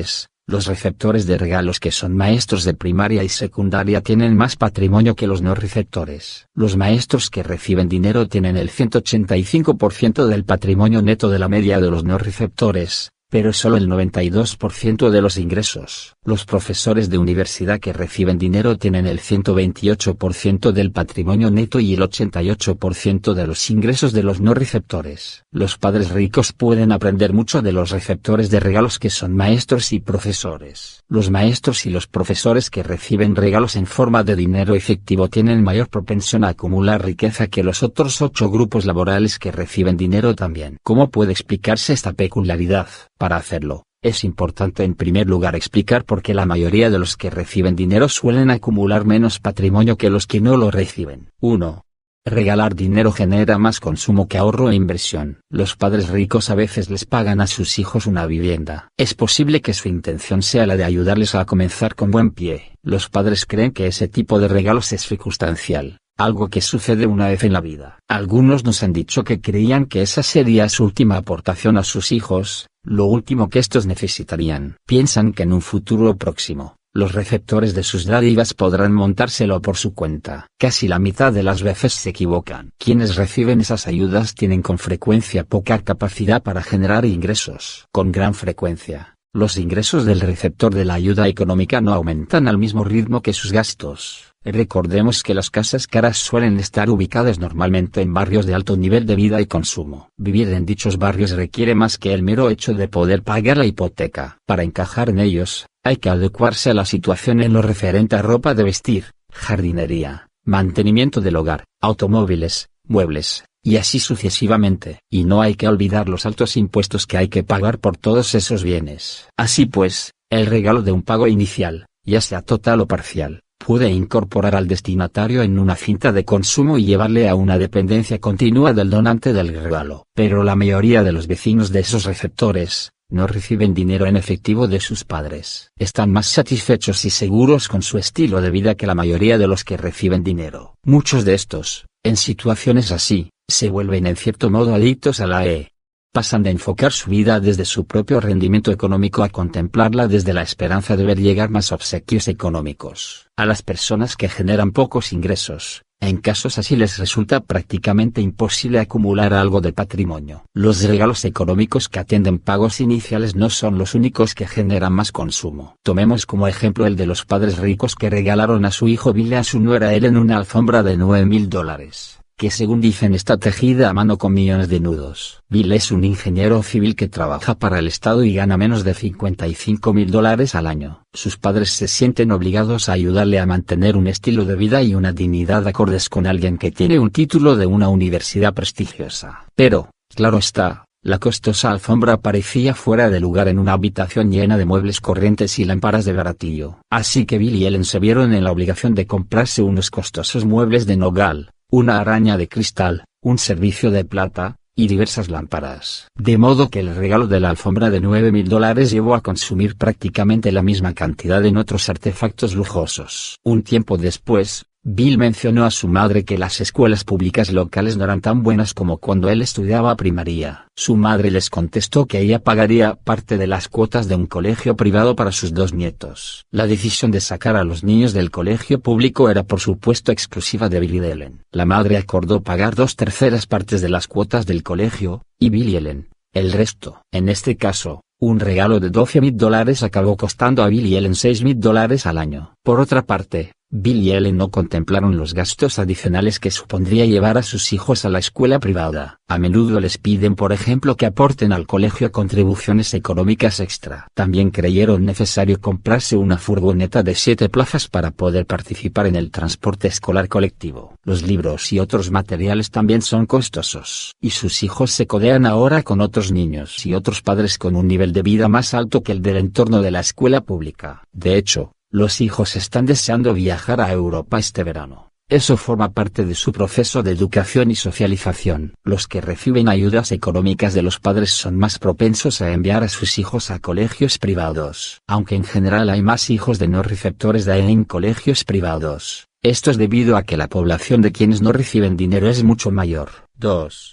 Los receptores de regalos que son maestros de primaria y secundaria tienen más patrimonio que los no receptores. Los maestros que reciben dinero tienen el ciento ochenta y cinco por ciento del patrimonio neto de la media de los no receptores, pero solo el noventa y dos por ciento de los ingresos. Los profesores de universidad que reciben dinero tienen el ciento veintiocho por ciento del patrimonio neto y el ochenta y ocho por ciento de los ingresos de los no receptores. Los padres ricos pueden aprender mucho de los receptores de regalos que son maestros y profesores. Los maestros y los profesores que reciben regalos en forma de dinero efectivo tienen mayor propensión a acumular riqueza que los otros ocho grupos laborales que reciben dinero también. ¿Cómo puede explicarse esta peculiaridad? Para hacerlo, es importante en primer lugar explicar por qué la mayoría de los que reciben dinero suelen acumular menos patrimonio que los que no lo reciben. uno. Regalar dinero genera más consumo que ahorro e inversión. Los padres ricos a veces les pagan a sus hijos una vivienda. Es posible que su intención sea la de ayudarles a comenzar con buen pie. Los padres creen que ese tipo de regalos es circunstancial, algo que sucede una vez en la vida. Algunos nos han dicho que creían que esa sería su última aportación a sus hijos, lo último que estos necesitarían. Piensan que en un futuro próximo, los receptores de sus dádivas podrán montárselo por su cuenta. Casi la mitad de las veces se equivocan. Quienes reciben esas ayudas tienen con frecuencia poca capacidad para generar ingresos. Con gran frecuencia, los ingresos del receptor de la ayuda económica no aumentan al mismo ritmo que sus gastos. Recordemos que las casas caras suelen estar ubicadas normalmente en barrios de alto nivel de vida y consumo. Vivir en dichos barrios requiere más que el mero hecho de poder pagar la hipoteca. Para encajar en ellos, hay que adecuarse a la situación en lo referente a ropa de vestir, jardinería, mantenimiento del hogar, automóviles, muebles, y así sucesivamente. Y no hay que olvidar los altos impuestos que hay que pagar por todos esos bienes. Así pues, el regalo de un pago inicial, ya sea total o parcial, puede incorporar al destinatario en una cinta de consumo y llevarle a una dependencia continua del donante del regalo. Pero la mayoría de los vecinos de esos receptores, no reciben dinero en efectivo de sus padres. Están más satisfechos y seguros con su estilo de vida que la mayoría de los que reciben dinero. Muchos de estos, en situaciones así, se vuelven en cierto modo adictos a la E. Pasan de enfocar su vida desde su propio rendimiento económico a contemplarla desde la esperanza de ver llegar más obsequios económicos. A las personas que generan pocos ingresos, en casos así les resulta prácticamente imposible acumular algo de patrimonio. Los regalos económicos que atienden pagos iniciales no son los únicos que generan más consumo. Tomemos como ejemplo el de los padres ricos que regalaron a su hijo Bill y a su nuera Ellen una alfombra de nueve mil dólares. Que según dicen está tejida a mano con millones de nudos. Bill es un ingeniero civil que trabaja para el Estado y gana menos de cincuenta y cinco mil dólares al año. Sus padres se sienten obligados a ayudarle a mantener un estilo de vida y una dignidad acordes con alguien que tiene un título de una universidad prestigiosa. Pero, claro está, la costosa alfombra parecía fuera de lugar en una habitación llena de muebles corrientes y lámparas de baratillo. Así que Bill y Ellen se vieron en la obligación de comprarse unos costosos muebles de nogal, una araña de cristal, un servicio de plata, y diversas lámparas. De modo que el regalo de la alfombra de nueve mil dólares llevó a consumir prácticamente la misma cantidad en otros artefactos lujosos. Un tiempo después, Bill mencionó a su madre que las escuelas públicas locales no eran tan buenas como cuando él estudiaba primaria. Su madre les contestó que ella pagaría parte de las cuotas de un colegio privado para sus dos nietos. La decisión de sacar a los niños del colegio público era por supuesto exclusiva de Bill y Ellen. La madre acordó pagar dos terceras partes de las cuotas del colegio, y Bill y Ellen, el resto. En este caso, un regalo de doce mil dólares acabó costando a Bill y Ellen seis mil dólares al año. Por otra parte, Bill y Ellen no contemplaron los gastos adicionales que supondría llevar a sus hijos a la escuela privada. A menudo les piden por ejemplo que aporten al colegio contribuciones económicas extra. También creyeron necesario comprarse una furgoneta de siete plazas para poder participar en el transporte escolar colectivo. Los libros y otros materiales también son costosos. Y sus hijos se codean ahora con otros niños y otros padres con un nivel de vida más alto que el del entorno de la escuela pública. De hecho, los hijos están deseando viajar a Europa este verano. Eso forma parte de su proceso de educación y socialización. Los que reciben ayudas económicas de los padres son más propensos a enviar a sus hijos a colegios privados. Aunque en general hay más hijos de no receptores de en colegios privados, esto es debido a que la población de quienes no reciben dinero es mucho mayor. dos.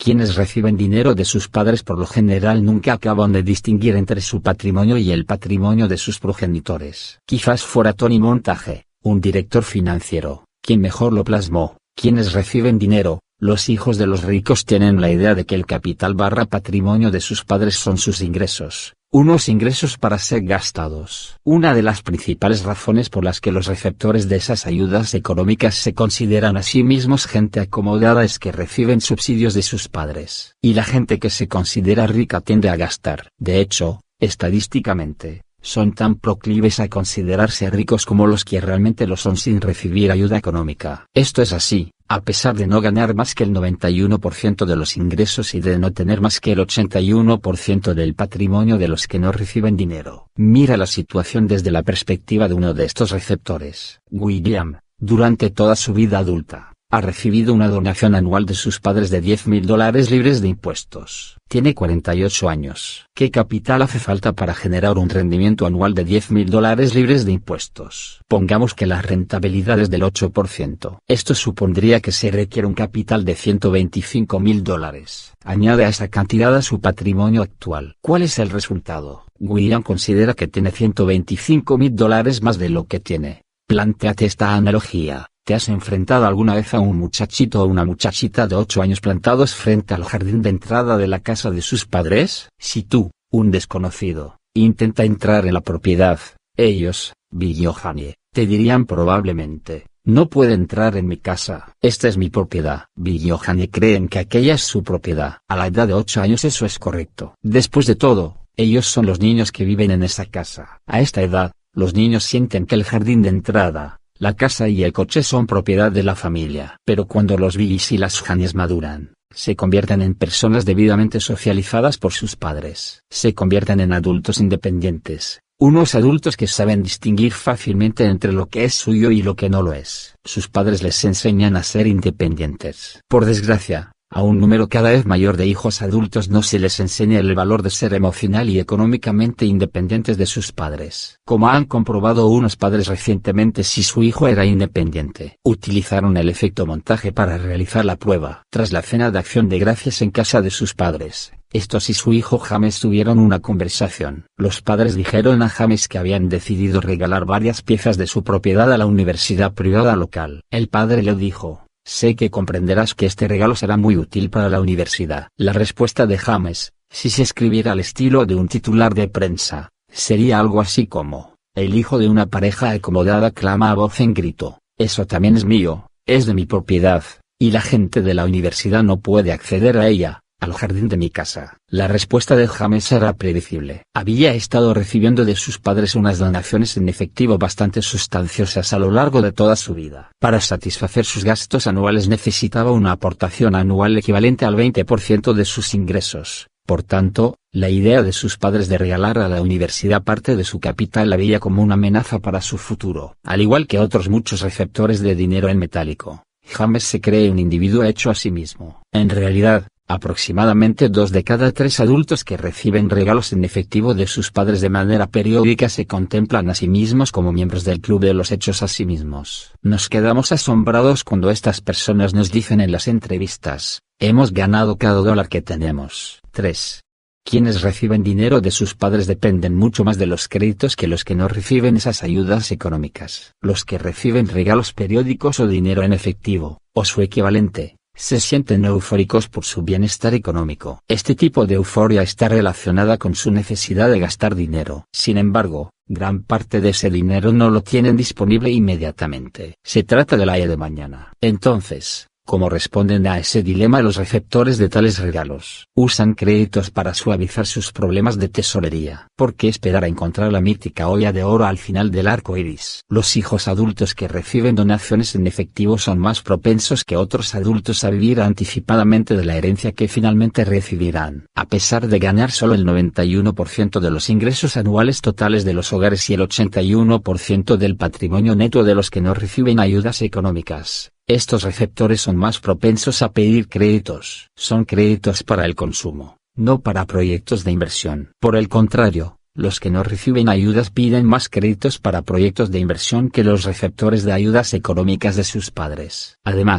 Quienes reciben dinero de sus padres por lo general nunca acaban de distinguir entre su patrimonio y el patrimonio de sus progenitores. Quizás fuera Tony Montague, un director financiero, quien mejor lo plasmó. Quienes reciben dinero, los hijos de los ricos tienen la idea de que el capital barra patrimonio de sus padres son sus ingresos, unos ingresos para ser gastados. Una de las principales razones por las que los receptores de esas ayudas económicas se consideran a sí mismos gente acomodada es que reciben subsidios de sus padres. Y la gente que se considera rica tiende a gastar. De hecho, estadísticamente, son tan proclives a considerarse ricos como los que realmente lo son sin recibir ayuda económica. Esto es así, a pesar de no ganar más que el noventa y uno por ciento de los ingresos y de no tener más que el ochenta y uno por ciento del patrimonio de los que no reciben dinero. Mira la situación desde la perspectiva de uno de estos receptores. William, durante toda su vida adulta, ha recibido una donación anual de sus padres de diez mil dólares libres de impuestos. Tiene cuarenta y ocho años. ¿Qué capital hace falta para generar un rendimiento anual de diez mil dólares libres de impuestos? Pongamos que la rentabilidad es del ocho por ciento. Esto supondría que se requiere un capital de ciento veinticinco mil dólares. Añade a esa cantidad a su patrimonio actual. ¿Cuál es el resultado? William considera que tiene ciento veinticinco mil dólares más de lo que tiene. Plantéate esta analogía. ¿Te has enfrentado alguna vez a un muchachito o una muchachita de ocho años plantados frente al jardín de entrada de la casa de sus padres? Si tú, un desconocido, intenta entrar en la propiedad, ellos, Bill y Johanny, te dirían probablemente, no puede entrar en mi casa, esta es mi propiedad. Bill y Johanny creen que aquella es su propiedad. A la edad de ocho años eso es correcto. Después de todo, ellos son los niños que viven en esa casa. A esta edad, los niños sienten que el jardín de entrada, la casa y el coche son propiedad de la familia. Pero cuando los Billys y las Johannies maduran, se convierten en personas debidamente socializadas por sus padres. Se convierten en adultos independientes, unos adultos que saben distinguir fácilmente entre lo que es suyo y lo que no lo es. Sus padres les enseñan a ser independientes. Por desgracia, a un número cada vez mayor de hijos adultos no se les enseña el valor de ser emocional y económicamente independientes de sus padres. Como han comprobado unos padres recientemente, si su hijo era independiente, utilizaron el efecto montaje para realizar la prueba. Tras la cena de acción de gracias en casa de sus padres, estos y su hijo James tuvieron una conversación. Los padres dijeron a James que habían decidido regalar varias piezas de su propiedad a la universidad privada local. El padre le dijo: sé que comprenderás que este regalo será muy útil para la universidad. La respuesta de James, si se escribiera al estilo de un titular de prensa, sería algo así como: el hijo de una pareja acomodada clama a voz en grito, eso también es mío, es de mi propiedad, y la gente de la universidad no puede acceder a ella, al jardín de mi casa. La respuesta de James era predecible. Había estado recibiendo de sus padres unas donaciones en efectivo bastante sustanciosas a lo largo de toda su vida. Para satisfacer sus gastos anuales necesitaba una aportación anual equivalente al veinte por ciento de sus ingresos. Por tanto, la idea de sus padres de regalar a la universidad parte de su capital la veía como una amenaza para su futuro. Al igual que otros muchos receptores de dinero en metálico, James se cree un individuo hecho a sí mismo. En realidad, aproximadamente dos de cada tres adultos que reciben regalos en efectivo de sus padres de manera periódica se contemplan a sí mismos como miembros del club de los hechos a sí mismos. Nos quedamos asombrados cuando estas personas nos dicen en las entrevistas: hemos ganado cada dólar que tenemos. tres. Quienes reciben dinero de sus padres dependen mucho más de los créditos que los que no reciben esas ayudas económicas. Los que reciben regalos periódicos o dinero en efectivo, o su equivalente, se sienten eufóricos por su bienestar económico. Este tipo de euforia está relacionada con su necesidad de gastar dinero. Sin embargo, gran parte de ese dinero no lo tienen disponible inmediatamente. Se trata del ayer de mañana. Entonces, ¿cómo responden a ese dilema los receptores de tales regalos? Usan créditos para suavizar sus problemas de tesorería. ¿Por qué esperar a encontrar la mítica olla de oro al final del arco iris? Los hijos adultos que reciben donaciones en efectivo son más propensos que otros adultos a vivir anticipadamente de la herencia que finalmente recibirán. A pesar de ganar solo el noventa y uno por ciento de los ingresos anuales totales de los hogares y el ochenta y uno por ciento del patrimonio neto de los que no reciben ayudas económicas, estos receptores son más propensos a pedir créditos. Son créditos para el consumo, no para proyectos de inversión. Por el contrario, los que no reciben ayudas piden más créditos para proyectos de inversión que los receptores de ayudas económicas de sus padres. Además,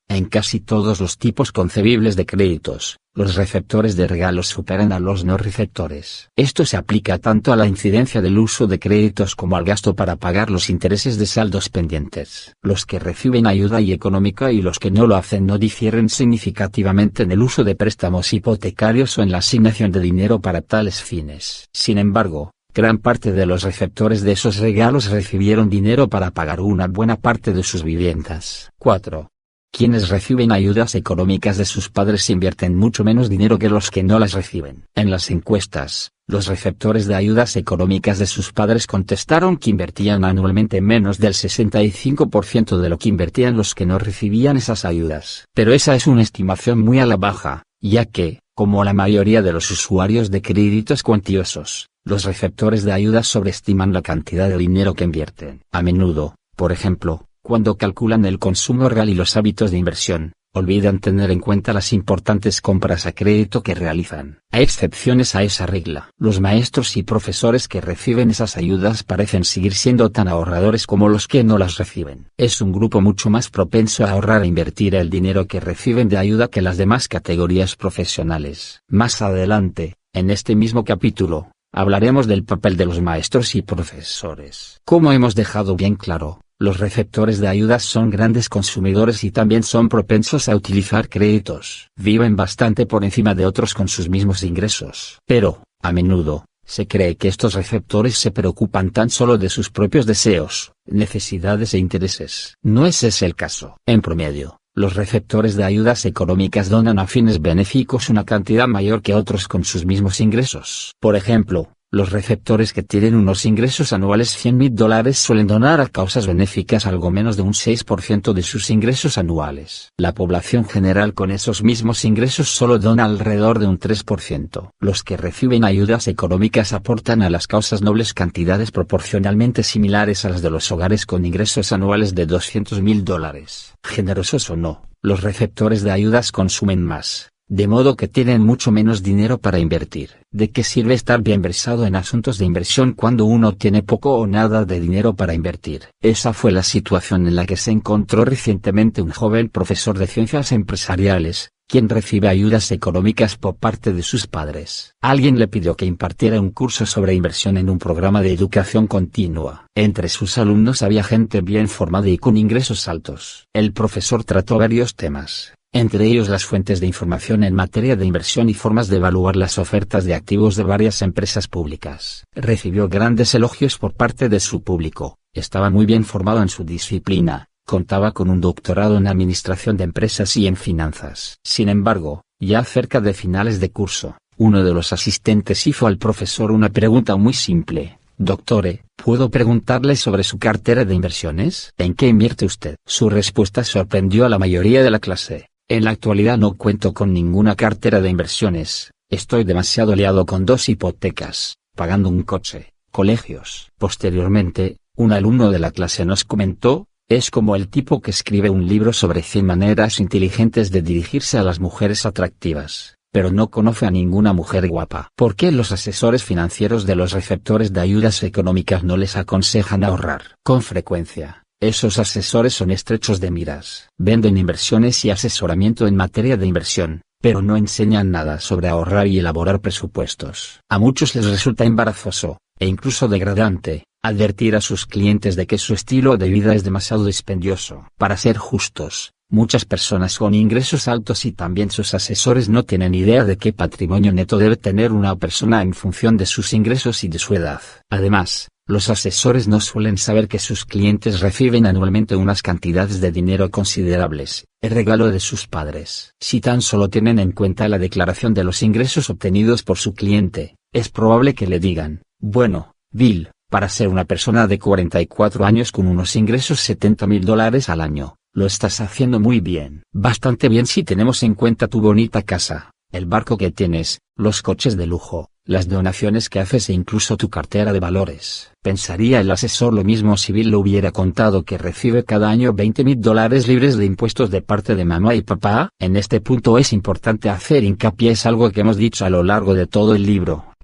En casi todos los tipos concebibles de créditos, los receptores de regalos superan a los no receptores. Esto se aplica tanto a la incidencia del uso de créditos como al gasto para pagar los intereses de saldos pendientes. Los que reciben ayuda y económica y los que no lo hacen no difieren significativamente en el uso de préstamos hipotecarios o en la asignación de dinero para tales fines. Sin embargo, gran parte de los receptores de esos regalos recibieron dinero para pagar una buena parte de sus viviendas. cuatro. Quienes reciben ayudas económicas de sus padres invierten mucho menos dinero que los que no las reciben. En las encuestas, los receptores de ayudas económicas de sus padres contestaron que invertían anualmente menos del sesenta y cinco por ciento de lo que invertían los que no recibían esas ayudas. Pero esa es una estimación muy a la baja, ya que, como la mayoría de los usuarios de créditos cuantiosos, los receptores de ayudas sobreestiman la cantidad de dinero que invierten. A menudo, por ejemplo, cuando calculan el consumo real y los hábitos de inversión, olvidan tener en cuenta las importantes compras a crédito que realizan. Hay excepciones a esa regla. Los maestros y profesores que reciben esas ayudas parecen seguir siendo tan ahorradores como los que no las reciben. Es un grupo mucho más propenso a ahorrar e invertir el dinero que reciben de ayuda que las demás categorías profesionales. Más adelante, en este mismo capítulo, hablaremos del papel de los maestros y profesores. Como hemos dejado bien claro, los receptores de ayudas son grandes consumidores y también son propensos a utilizar créditos. Viven bastante por encima de otros con sus mismos ingresos. Pero, a menudo, se cree que estos receptores se preocupan tan solo de sus propios deseos, necesidades e intereses. No es ese el caso. En promedio, los receptores de ayudas económicas donan a fines benéficos una cantidad mayor que otros con sus mismos ingresos. Por ejemplo, los receptores que tienen unos ingresos anuales cien mil dólares suelen donar a causas benéficas algo menos de un seis por ciento de sus ingresos anuales. La población general con esos mismos ingresos solo dona alrededor de un tres por ciento. Los que reciben ayudas económicas aportan a las causas nobles cantidades proporcionalmente similares a las de los hogares con ingresos anuales de doscientos mil dólares. Generosos o no, los receptores de ayudas consumen más, de modo que tienen mucho menos dinero para invertir. ¿De qué sirve estar bien versado en asuntos de inversión cuando uno tiene poco o nada de dinero para invertir? Esa fue la situación en la que se encontró recientemente un joven profesor de ciencias empresariales, quien recibe ayudas económicas por parte de sus padres. Alguien le pidió que impartiera un curso sobre inversión en un programa de educación continua. Entre sus alumnos había gente bien formada y con ingresos altos. El profesor trató varios temas, entre ellos las fuentes de información en materia de inversión y formas de evaluar las ofertas de activos de varias empresas públicas. Recibió grandes elogios por parte de su público, estaba muy bien formado en su disciplina, contaba con un doctorado en administración de empresas y en finanzas. Sin embargo, ya cerca de finales de curso, uno de los asistentes hizo al profesor una pregunta muy simple: Doctore, ¿puedo preguntarle sobre su cartera de inversiones? ¿En qué invierte usted? Su respuesta sorprendió a la mayoría de la clase. En la actualidad no cuento con ninguna cartera de inversiones, estoy demasiado liado con dos hipotecas, pagando un coche, colegios. Posteriormente, un alumno de la clase nos comentó: es como el tipo que escribe un libro sobre cien maneras inteligentes de dirigirse a las mujeres atractivas, pero no conoce a ninguna mujer guapa. ¿Por qué los asesores financieros de los receptores de ayudas económicas no les aconsejan ahorrar? Con frecuencia, esos asesores son estrechos de miras. Venden inversiones y asesoramiento en materia de inversión, pero no enseñan nada sobre ahorrar y elaborar presupuestos. A muchos les resulta embarazoso, e incluso degradante, advertir a sus clientes de que su estilo de vida es demasiado dispendioso. Para ser justos, muchas personas con ingresos altos y también sus asesores no tienen idea de qué patrimonio neto debe tener una persona en función de sus ingresos y de su edad. Además, los asesores no suelen saber que sus clientes reciben anualmente unas cantidades de dinero considerables, el regalo de sus padres. Si tan solo tienen en cuenta la declaración de los ingresos obtenidos por su cliente, es probable que le digan: bueno, Bill, para ser una persona de cuarenta y cuatro años con unos ingresos setenta mil dólares al año, lo estás haciendo muy bien. Bastante bien si tenemos en cuenta tu bonita casa, el barco que tienes, los coches de lujo, las donaciones que haces e incluso tu cartera de valores. ¿Pensaría el asesor lo mismo si Bill le hubiera contado que recibe cada año veinte mil dólares libres de impuestos de parte de mamá y papá? En este punto es importante hacer hincapié, es algo que hemos dicho a lo largo de todo el libro.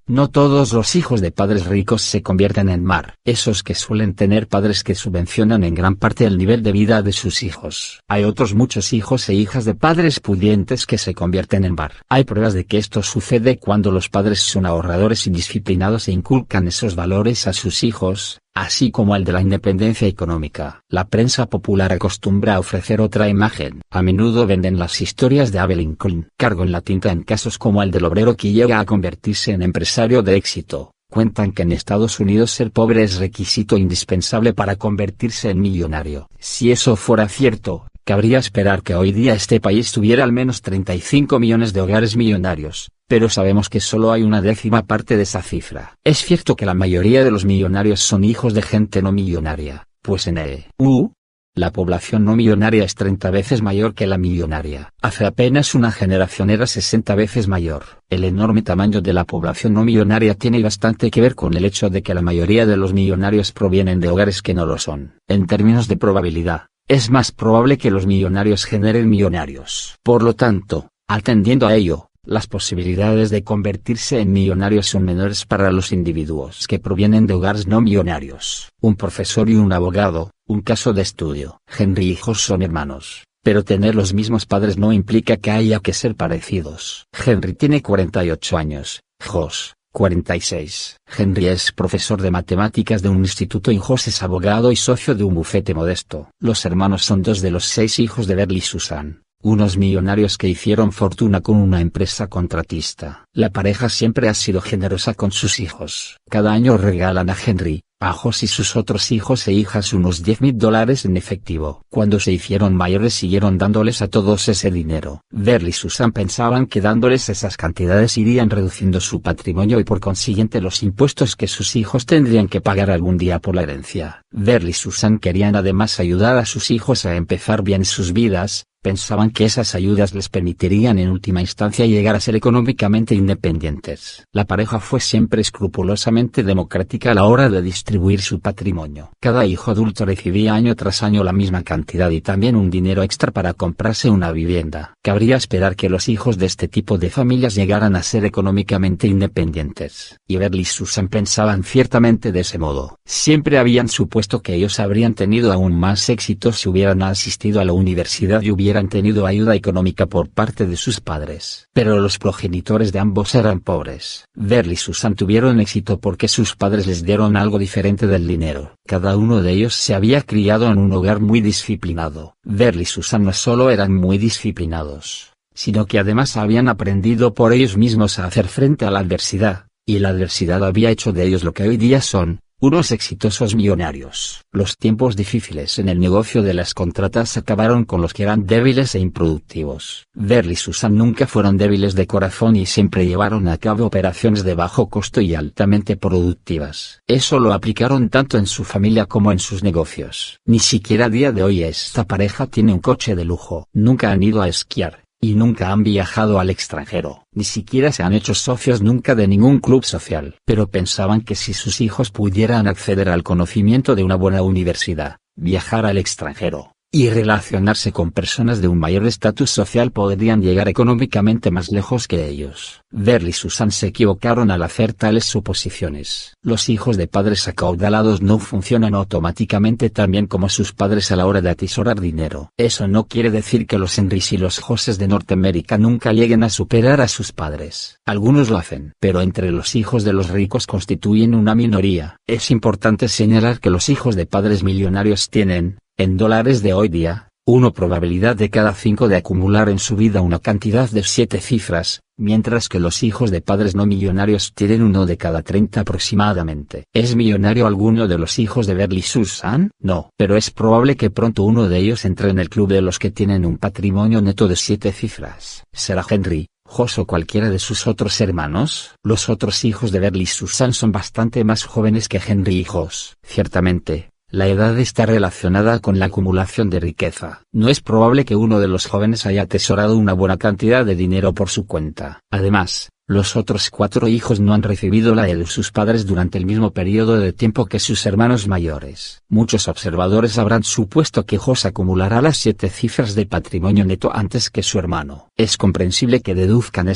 No todos los hijos de padres ricos se convierten en mar. Esos que suelen tener padres que subvencionan en gran parte el nivel de vida de sus hijos. Hay otros muchos hijos e hijas de padres pudientes que se convierten en bar. Hay pruebas de que esto sucede cuando los padres son ahorradores y disciplinados e inculcan esos valores a sus hijos, así como el de la independencia económica. La prensa popular acostumbra a ofrecer otra imagen. A menudo venden las historias de Abe Lincoln. Cargo en la tinta en casos como el del obrero que llega a convertirse en empresario de éxito. Cuentan que en Estados Unidos ser pobre es requisito indispensable para convertirse en millonario. Si eso fuera cierto, cabría esperar que hoy día este país tuviera al menos treinta y cinco millones de hogares millonarios, pero sabemos que solo hay una décima parte de esa cifra. Es cierto que la mayoría de los millonarios son hijos de gente no millonaria, pues en E U, la población no millonaria es treinta veces mayor que la millonaria. Hace apenas una generación era sesenta veces mayor. El enorme tamaño de la población no millonaria tiene bastante que ver con el hecho de que la mayoría de los millonarios provienen de hogares que no lo son. En términos de probabilidad, es más probable que los millonarios generen millonarios. Por lo tanto, atendiendo a ello, las posibilidades de convertirse en millonarios son menores para los individuos que provienen de hogares no millonarios. Un profesor y un abogado, un caso de estudio. Henry y Josh son hermanos, pero tener los mismos padres no implica que haya que ser parecidos. Henry tiene cuarenta y ocho años, Josh, cuarenta y seis. Henry es profesor de matemáticas de un instituto y Josh es abogado y socio de un bufete modesto. Los hermanos son dos de los seis hijos de Beryl y Susan, unos millonarios que hicieron fortuna con una empresa contratista. La pareja siempre ha sido generosa con sus hijos. Cada año regalan a Henry, a Josh y sus otros hijos e hijas unos diez mil dólares en efectivo. Cuando se hicieron mayores siguieron dándoles a todos ese dinero. Beryl y Susan pensaban que dándoles esas cantidades irían reduciendo su patrimonio y por consiguiente los impuestos que sus hijos tendrían que pagar algún día por la herencia. Beryl y Susan querían además ayudar a sus hijos a empezar bien sus vidas. Pensaban que esas ayudas les permitirían en última instancia llegar a ser económicamente independientes. La pareja fue siempre escrupulosamente democrática a la hora de distribuir su patrimonio. Cada hijo adulto recibía año tras año la misma cantidad y también un dinero extra para comprarse una vivienda. Cabría esperar que los hijos de este tipo de familias llegaran a ser económicamente independientes. Y Beryl y Susan pensaban ciertamente de ese modo. Siempre habían supuesto que ellos habrían tenido aún más éxito si hubieran asistido a la universidad y hubieran han tenido ayuda económica por parte de sus padres. Pero los progenitores de ambos eran pobres. Beryl y Susan tuvieron éxito porque sus padres les dieron algo diferente del dinero. Cada uno de ellos se había criado en un hogar muy disciplinado. Beryl y Susan no solo eran muy disciplinados, sino que además habían aprendido por ellos mismos a hacer frente a la adversidad, y la adversidad había hecho de ellos lo que hoy día son, unos exitosos millonarios. Los tiempos difíciles en el negocio de las contratas acabaron con los que eran débiles e improductivos. Beryl y Susan nunca fueron débiles de corazón y siempre llevaron a cabo operaciones de bajo costo y altamente productivas. Eso lo aplicaron tanto en su familia como en sus negocios. Ni siquiera a día de hoy esta pareja tiene un coche de lujo. Nunca han ido a esquiar. Y nunca han viajado al extranjero, ni siquiera se han hecho socios nunca de ningún club social. Pero pensaban que si sus hijos pudieran acceder al conocimiento de una buena universidad, viajar al extranjero, y relacionarse con personas de un mayor estatus social podrían llegar económicamente más lejos que ellos. Beryl y Susan se equivocaron al hacer tales suposiciones. Los hijos de padres acaudalados no funcionan automáticamente tan bien como sus padres a la hora de atesorar dinero. Eso no quiere decir que los Henrys y los Joshes de Norteamérica nunca lleguen a superar a sus padres. Algunos lo hacen, pero entre los hijos de los ricos constituyen una minoría. Es importante señalar que los hijos de padres millonarios tienen, en dólares de hoy día, una probabilidad de cada cinco de acumular en su vida una cantidad de siete cifras, mientras que los hijos de padres no millonarios tienen uno de cada treinta aproximadamente. ¿Es millonario alguno de los hijos de Beryl y Susan? No. Pero es probable que pronto uno de ellos entre en el club de los que tienen un patrimonio neto de siete cifras. ¿Será Henry, Josh o cualquiera de sus otros hermanos? Los otros hijos de Beryl y Susan son bastante más jóvenes que Henry y Josh. Ciertamente, la edad está relacionada con la acumulación de riqueza. No es probable que uno de los jóvenes haya atesorado una buena cantidad de dinero por su cuenta. Además, los otros cuatro hijos no han recibido la de sus padres durante el mismo periodo de tiempo que sus hermanos mayores. Muchos observadores habrán supuesto que Josh acumulará las siete cifras de patrimonio neto antes que su hermano. Es comprensible que deduzcan eso,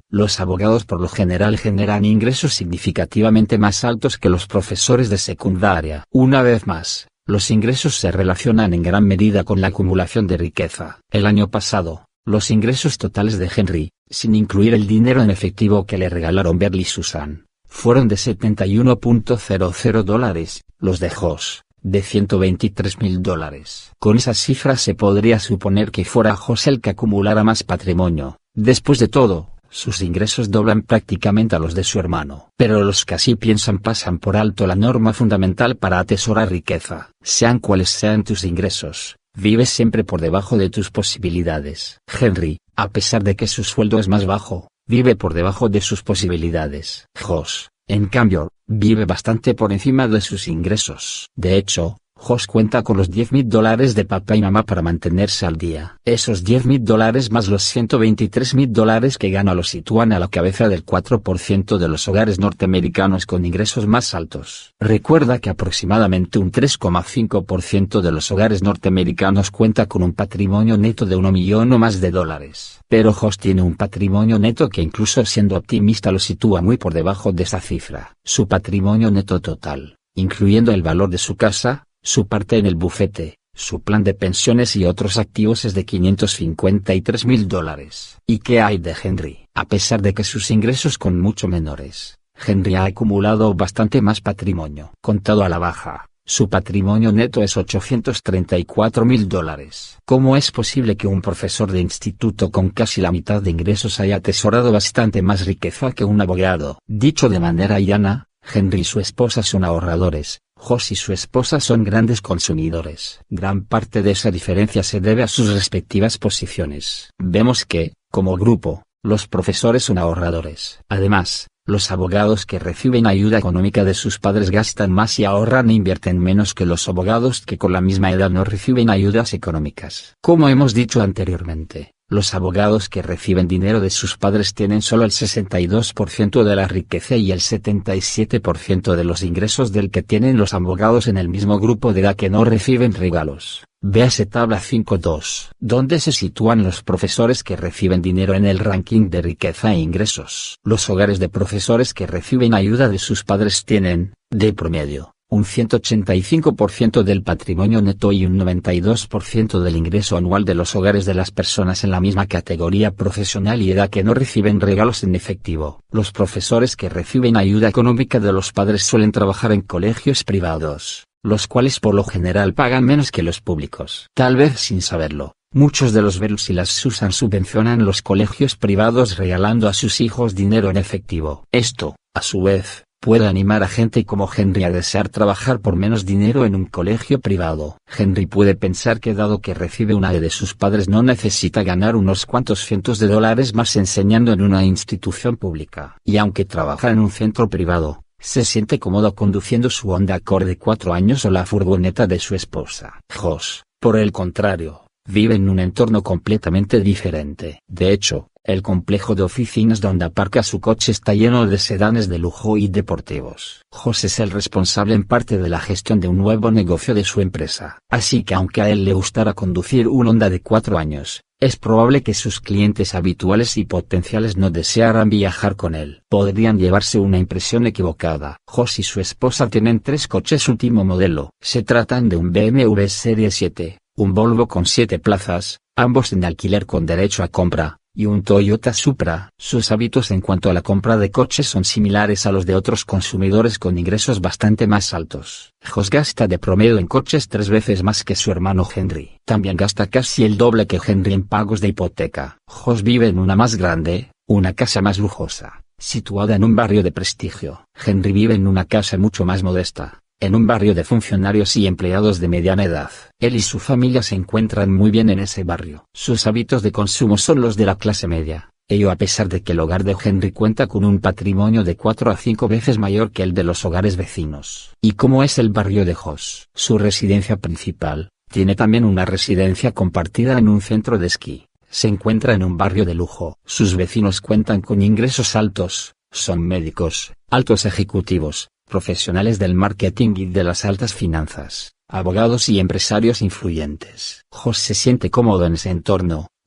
Los abogados por lo general generan ingresos significativamente más altos que los profesores de secundaria. Una vez más, los ingresos se relacionan en gran medida con la acumulación de riqueza. El año pasado, los ingresos totales de Henry, sin incluir el dinero en efectivo que le regalaron Beryl y Susan, fueron de setenta y uno punto cero cero dólares, los de Josh, de ciento veintitrés mil dólares. Con esas cifras se podría suponer que fuera Josh el que acumulara más patrimonio. Después de todo, sus ingresos doblan prácticamente a los de su hermano. Pero los que así piensan pasan por alto la norma fundamental para atesorar riqueza. Sean cuales sean tus ingresos, vives siempre por debajo de tus posibilidades. Henry, a pesar de que su sueldo es más bajo, vive por debajo de sus posibilidades. Josh, en cambio, vive bastante por encima de sus ingresos. De hecho, Josh cuenta con los diez mil dólares de papá y mamá para mantenerse al día. Esos diez mil dólares más los ciento veintitrés mil dólares que gana lo sitúan a la cabeza del cuatro por ciento de los hogares norteamericanos con ingresos más altos. Recuerda que aproximadamente un tres coma cinco por ciento de los hogares norteamericanos cuenta con un patrimonio neto de un millón o más de dólares. Pero Josh tiene un patrimonio neto que, incluso siendo optimista, lo sitúa muy por debajo de esa cifra. Su patrimonio neto total, incluyendo el valor de su casa, su parte en el bufete, su plan de pensiones y otros activos, es de quinientos cincuenta y tres mil dólares. ¿Y qué hay de Henry? A pesar de que sus ingresos son mucho menores, Henry ha acumulado bastante más patrimonio. Contado a la baja, su patrimonio neto es ochocientos treinta y cuatro mil dólares. ¿Cómo es posible que un profesor de instituto con casi la mitad de ingresos haya atesorado bastante más riqueza que un abogado? Dicho de manera llana, Henry y su esposa son ahorradores. Josh y su esposa son grandes consumidores. Gran parte de esa diferencia se debe a sus respectivas posiciones. Vemos que, como grupo, los profesores son ahorradores. Además, los abogados que reciben ayuda económica de sus padres gastan más y ahorran e invierten menos que los abogados que con la misma edad no reciben ayudas económicas. Como hemos dicho anteriormente, los abogados que reciben dinero de sus padres tienen solo el sesenta y dos por ciento de la riqueza y el setenta y siete por ciento de los ingresos del que tienen los abogados en el mismo grupo de edad que no reciben regalos. Véase tabla cinco punto dos, donde se sitúan los profesores que reciben dinero en el ranking de riqueza e ingresos. Los hogares de profesores que reciben ayuda de sus padres tienen, de promedio, un ciento ochenta y cinco por ciento del patrimonio neto y un noventa y dos por ciento del ingreso anual de los hogares de las personas en la misma categoría profesional y edad que no reciben regalos en efectivo. Los profesores que reciben ayuda económica de los padres suelen trabajar en colegios privados, los cuales por lo general pagan menos que los públicos. Tal vez sin saberlo, muchos de los Bells y las Susan subvencionan los colegios privados regalando a sus hijos dinero en efectivo. Esto, a su vez, puede animar a gente como Henry a desear trabajar por menos dinero en un colegio privado. Henry puede pensar que dado que recibe una ayuda de sus padres no necesita ganar unos cuantos cientos de dólares más enseñando en una institución pública. Y aunque trabaja en un centro privado, se siente cómodo conduciendo su Honda Accord de cuatro años o la furgoneta de su esposa. Josh, por el contrario, vive en un entorno completamente diferente. De hecho, el complejo de oficinas donde aparca su coche está lleno de sedanes de lujo y deportivos. Josh es el responsable en parte de la gestión de un nuevo negocio de su empresa. Así que aunque a él le gustara conducir un Honda de cuatro años, es probable que sus clientes habituales y potenciales no desearan viajar con él. Podrían llevarse una impresión equivocada. Josh y su esposa tienen tres coches último modelo. Se tratan de un B M W Serie siete, un Volvo con siete plazas, ambos en alquiler con derecho a compra, y un Toyota Supra. Sus hábitos en cuanto a la compra de coches son similares a los de otros consumidores con ingresos bastante más altos. Josh gasta de promedio en coches tres veces más que su hermano Henry. También gasta casi el doble que Henry en pagos de hipoteca. Josh vive en una más grande, una casa más lujosa, situada en un barrio de prestigio. Henry vive en una casa mucho más modesta, en un barrio de funcionarios y empleados de mediana edad. Él y su familia se encuentran muy bien en ese barrio. Sus hábitos de consumo son los de la clase media, ello a pesar de que el hogar de Henry cuenta con un patrimonio de cuatro a cinco veces mayor que el de los hogares vecinos. ¿Y cómo es el barrio de Josh? Su residencia principal, tiene también una residencia compartida en un centro de esquí. Se encuentra en un barrio de lujo. Sus vecinos cuentan con ingresos altos, son médicos, altos ejecutivos, profesionales del marketing y de las altas finanzas, abogados y empresarios influyentes. Josh se siente cómodo en ese entorno,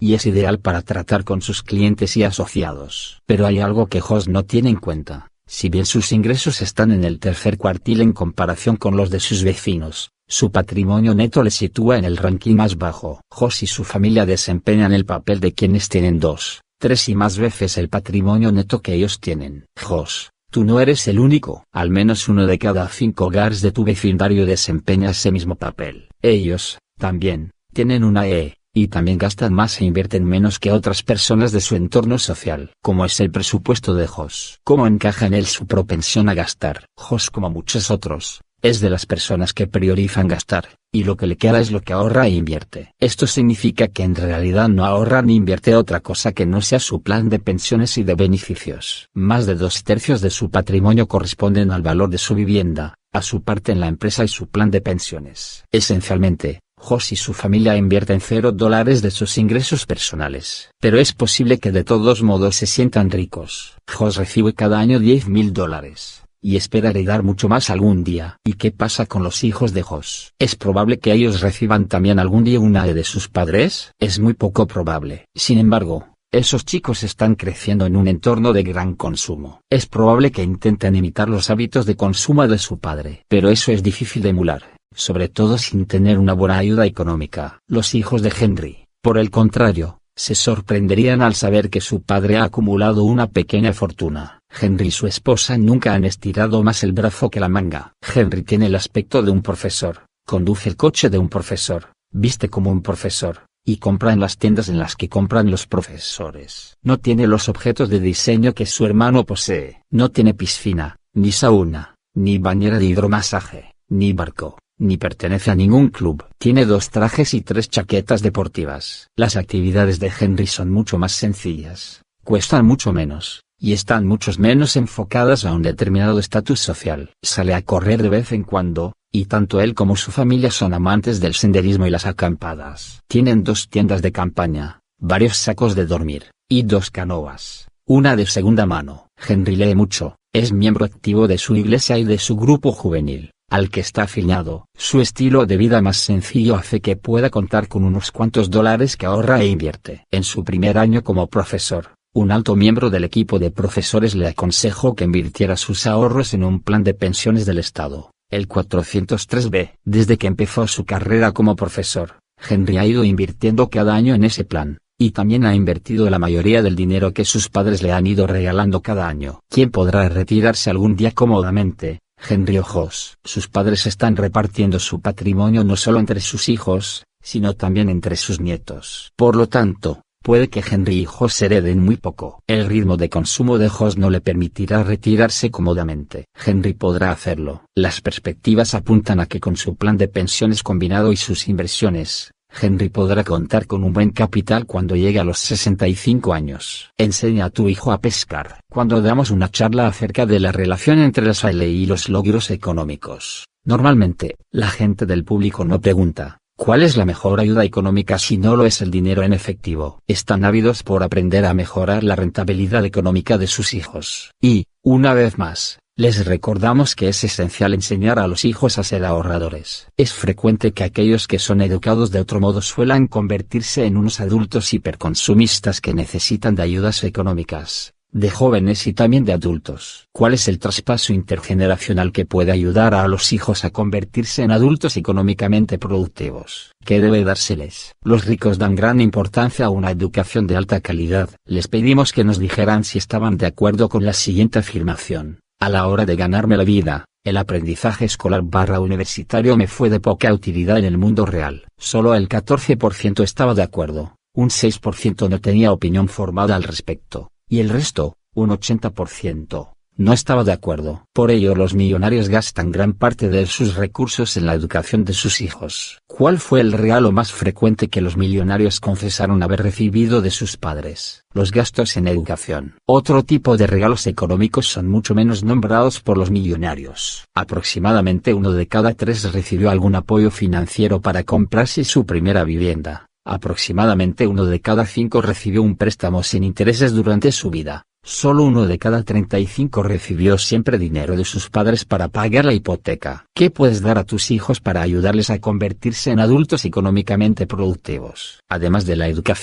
y es ideal para tratar con sus clientes y asociados. Pero hay algo que Josh no tiene en cuenta. Si bien sus ingresos están en el tercer cuartil en comparación con los de sus vecinos, su patrimonio neto le sitúa en el ranking más bajo. Josh y su familia desempeñan el papel de quienes tienen dos, tres y más veces el patrimonio neto que ellos tienen. Josh, tú no eres el único. Al menos uno de cada cinco hogares de tu vecindario desempeña ese mismo papel. Ellos, también, tienen una E, y también gastan más e invierten menos que otras personas de su entorno social. ¿Cómo es el presupuesto de Josh? ¿Cómo encaja en él su propensión a gastar? Josh, como muchos otros, es de las personas que priorizan gastar, y lo que le queda es lo que ahorra e invierte. Esto significa que en realidad no ahorra ni invierte otra cosa que no sea su plan de pensiones y de beneficios. Más de dos tercios de su patrimonio corresponden al valor de su vivienda, a su parte en la empresa y su plan de pensiones. Esencialmente, Josh y su familia invierten cero dólares de sus ingresos personales. Pero es posible que de todos modos se sientan ricos. Josh recibe cada año diez mil dólares, y espera heredar mucho más algún día. ¿Y qué pasa con los hijos de Josh? ¿Es probable que ellos reciban también algún día una E de sus padres? Es muy poco probable. Sin embargo, esos chicos están creciendo en un entorno de gran consumo. Es probable que intenten imitar los hábitos de consumo de su padre. Pero eso es difícil de emular, sobre todo sin tener una buena ayuda económica. Los hijos de Henry, por el contrario, se sorprenderían al saber que su padre ha acumulado una pequeña fortuna. Henry y su esposa nunca han estirado más el brazo que la manga. Henry tiene el aspecto de un profesor, conduce el coche de un profesor, viste como un profesor, y compra en las tiendas en las que compran los profesores. No tiene los objetos de diseño que su hermano posee. No tiene piscina, ni sauna, ni bañera de hidromasaje, ni barco, ni pertenece a ningún club. Tiene dos trajes y tres chaquetas deportivas. Las actividades de Henry son mucho más sencillas, cuestan mucho menos, y están mucho menos enfocadas a un determinado estatus social. Sale a correr de vez en cuando, y tanto él como su familia son amantes del senderismo y las acampadas. Tienen dos tiendas de campaña, varios sacos de dormir, y dos canoas, una de segunda mano. Henry lee mucho, es miembro activo de su iglesia y de su grupo juvenil, al que está afiliado. Su estilo de vida más sencillo hace que pueda contar con unos cuantos dólares que ahorra e invierte. En su primer año como profesor, un alto miembro del equipo de profesores le aconsejó que invirtiera sus ahorros en un plan de pensiones del Estado, el cuatrocientos tres B. Desde que empezó su carrera como profesor, Henry ha ido invirtiendo cada año en ese plan, y también ha invertido la mayoría del dinero que sus padres le han ido regalando cada año. ¿Quién podrá retirarse algún día cómodamente? Henry o Josh. Sus padres están repartiendo su patrimonio no solo entre sus hijos, sino también entre sus nietos. Por lo tanto, puede que Henry y Josh hereden muy poco. El ritmo de consumo de Josh no le permitirá retirarse cómodamente. Henry podrá hacerlo. Las perspectivas apuntan a que con su plan de pensiones combinado y sus inversiones, Henry podrá contar con un buen capital cuando llegue a los sesenta y cinco años. Enseña a tu hijo a pescar. Cuando damos una charla acerca de la relación entre la salud y los logros económicos, normalmente, la gente del público no pregunta, ¿cuál es la mejor ayuda económica si no lo es el dinero en efectivo? Están ávidos por aprender a mejorar la rentabilidad económica de sus hijos. Y, una vez más, les recordamos que es esencial enseñar a los hijos a ser ahorradores. Es frecuente que aquellos que son educados de otro modo suelan convertirse en unos adultos hiperconsumistas que necesitan de ayudas económicas, de jóvenes y también de adultos. ¿Cuál es el traspaso intergeneracional que puede ayudar a los hijos a convertirse en adultos económicamente productivos? ¿Qué debe dárseles? Los ricos dan gran importancia a una educación de alta calidad. Les pedimos que nos dijeran si estaban de acuerdo con la siguiente afirmación. A la hora de ganarme la vida, el aprendizaje escolar barra universitario me fue de poca utilidad en el mundo real. Solo el catorce por ciento estaba de acuerdo, un seis por ciento no tenía opinión formada al respecto, y el resto, un ochenta por ciento, no estaba de acuerdo. Por ello los millonarios gastan gran parte de sus recursos en la educación de sus hijos. ¿Cuál fue el regalo más frecuente que los millonarios confesaron haber recibido de sus padres? Los gastos en educación. Otro tipo de regalos económicos son mucho menos nombrados por los millonarios. Aproximadamente uno de cada tres recibió algún apoyo financiero para comprarse su primera vivienda. Aproximadamente uno de cada cinco recibió un préstamo sin intereses durante su vida. Solo uno de cada treinta y cinco recibió siempre dinero de sus padres para pagar la hipoteca. ¿Qué puedes dar a tus hijos para ayudarles a convertirse en adultos económicamente productivos? Además de la educación,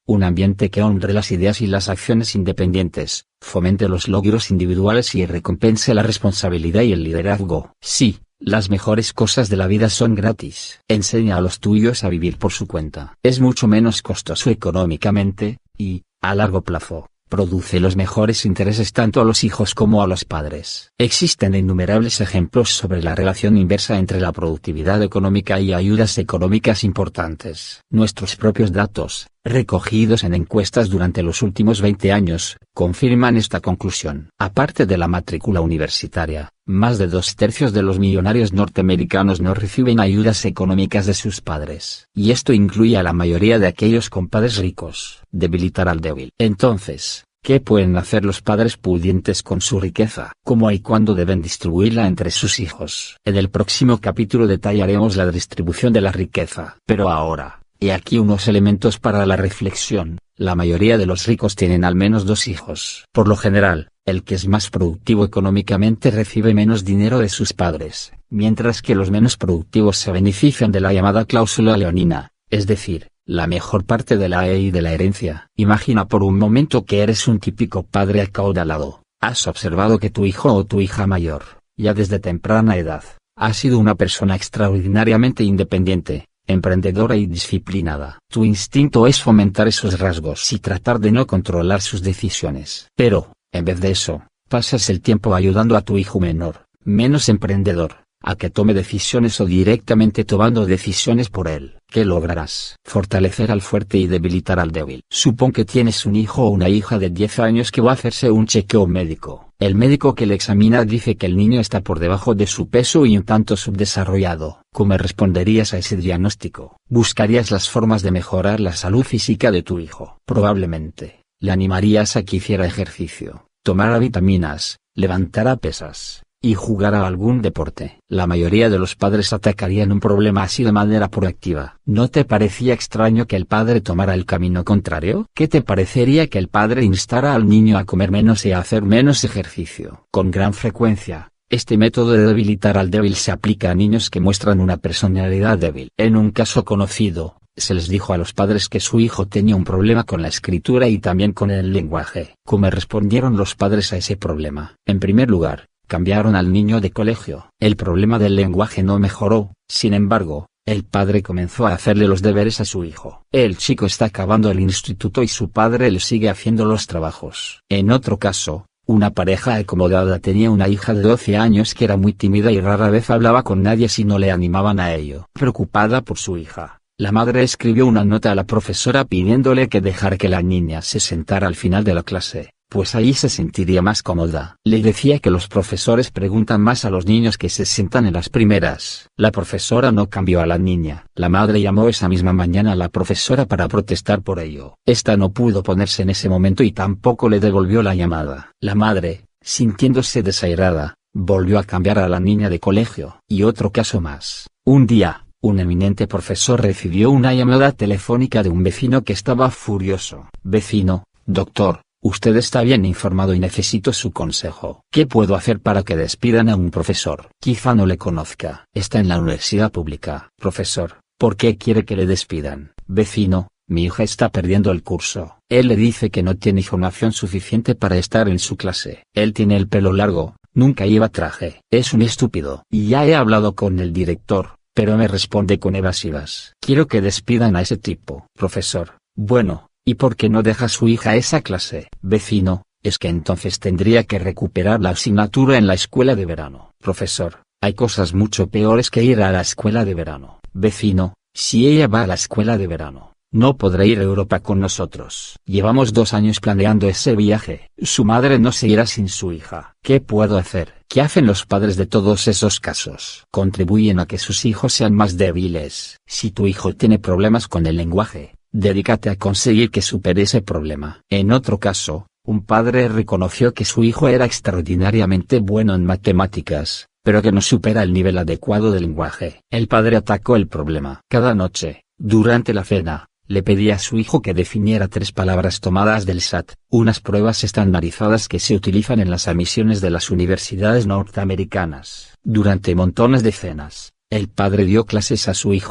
un ambiente que honre las ideas y las acciones independientes, fomente los logros individuales y recompense la responsabilidad y el liderazgo. Sí, las mejores cosas de la vida son gratis. Enseña a los tuyos a vivir por su cuenta. Es mucho menos costoso económicamente, y, a largo plazo, produce los mejores intereses tanto a los hijos como a los padres. Existen innumerables ejemplos sobre la relación inversa entre la productividad económica y ayudas económicas importantes. Nuestros propios datos, recogidos en encuestas durante los últimos veinte años, confirman esta conclusión. Aparte de la matrícula universitaria, más de dos tercios de los millonarios norteamericanos no reciben ayudas económicas de sus padres. Y esto incluye a la mayoría de aquellos con padres ricos. Debilitar al débil. Entonces, ¿qué pueden hacer los padres pudientes con su riqueza? ¿Cómo y cuándo deben distribuirla entre sus hijos? En el próximo capítulo detallaremos la distribución de la riqueza. Pero ahora, he aquí unos elementos para la reflexión. La mayoría de los ricos tienen al menos dos hijos. Por lo general, el que es más productivo económicamente recibe menos dinero de sus padres, mientras que los menos productivos se benefician de la llamada cláusula leonina, es decir, la mejor parte de la E y de la herencia. Imagina por un momento que eres un típico padre acaudalado. Has observado que tu hijo o tu hija mayor, ya desde temprana edad, ha sido una persona extraordinariamente independiente, emprendedora y disciplinada. Tu instinto es fomentar esos rasgos y tratar de no controlar sus decisiones. Pero, en vez de eso, pasas el tiempo ayudando a tu hijo menor, menos emprendedor, a que tome decisiones o directamente tomando decisiones por él. ¿Qué lograrás? Fortalecer al fuerte y debilitar al débil. Supón que tienes un hijo o una hija de diez años que va a hacerse un chequeo médico. El médico que le examina dice que el niño está por debajo de su peso y un tanto subdesarrollado. ¿Cómo responderías a ese diagnóstico? ¿Buscarías las formas de mejorar la salud física de tu hijo? Probablemente, le animarías a que hiciera ejercicio, tomara vitaminas, levantara pesas y jugar a algún deporte. La mayoría de los padres atacarían un problema así de manera proactiva. ¿No te parecía extraño que el padre tomara el camino contrario? ¿Qué te parecería que el padre instara al niño a comer menos y a hacer menos ejercicio? Con gran frecuencia, este método de debilitar al débil se aplica a niños que muestran una personalidad débil. En un caso conocido, se les dijo a los padres que su hijo tenía un problema con la escritura y también con el lenguaje. ¿Cómo respondieron los padres a ese problema? En primer lugar, cambiaron al niño de colegio. El problema del lenguaje no mejoró, sin embargo, el padre comenzó a hacerle los deberes a su hijo. El chico está acabando el instituto y su padre le sigue haciendo los trabajos. En otro caso, una pareja acomodada tenía una hija de doce años que era muy tímida y rara vez hablaba con nadie si no le animaban a ello. Preocupada por su hija, la madre escribió una nota a la profesora pidiéndole que dejara que la niña se sentara al final de la clase, pues ahí se sentiría más cómoda. Le decía que los profesores preguntan más a los niños que se sientan en las primeras. La profesora no cambió a la niña. La madre llamó esa misma mañana a la profesora para protestar por ello. Esta no pudo ponerse en ese momento y tampoco le devolvió la llamada. La madre, sintiéndose desairada, volvió a cambiar a la niña de colegio. Y otro caso más. Un día, un eminente profesor recibió una llamada telefónica de un vecino que estaba furioso. Vecino, doctor, usted está bien informado y necesito su consejo. ¿Qué puedo hacer para que despidan a un profesor? Quizá no le conozca. Está en la universidad pública. Profesor, ¿por qué quiere que le despidan? Vecino, mi hija está perdiendo el curso. Él le dice que no tiene información suficiente para estar en su clase. Él tiene el pelo largo, nunca lleva traje. Es un estúpido. Y ya he hablado con el director, pero me responde con evasivas. Quiero que despidan a ese tipo. Profesor, bueno, ¿y por qué no deja a su hija esa clase? Vecino, es que entonces tendría que recuperar la asignatura en la escuela de verano. Profesor, hay cosas mucho peores que ir a la escuela de verano. Vecino, si ella va a la escuela de verano, no podrá ir a Europa con nosotros. Llevamos dos años planeando ese viaje. Su madre no se irá sin su hija. ¿Qué puedo hacer? ¿Qué hacen los padres de todos esos casos? Contribuyen a que sus hijos sean más débiles. Si tu hijo tiene problemas con el lenguaje, dedícate a conseguir que supere ese problema. En otro caso, un padre reconoció que su hijo era extraordinariamente bueno en matemáticas, pero que no supera el nivel adecuado de lenguaje. El padre atacó el problema. Cada noche, durante la cena, le pedía a su hijo que definiera tres palabras tomadas del S A T, unas pruebas estandarizadas que se utilizan en las admisiones de las universidades norteamericanas. Durante montones de cenas, el padre dio clases a su hijo,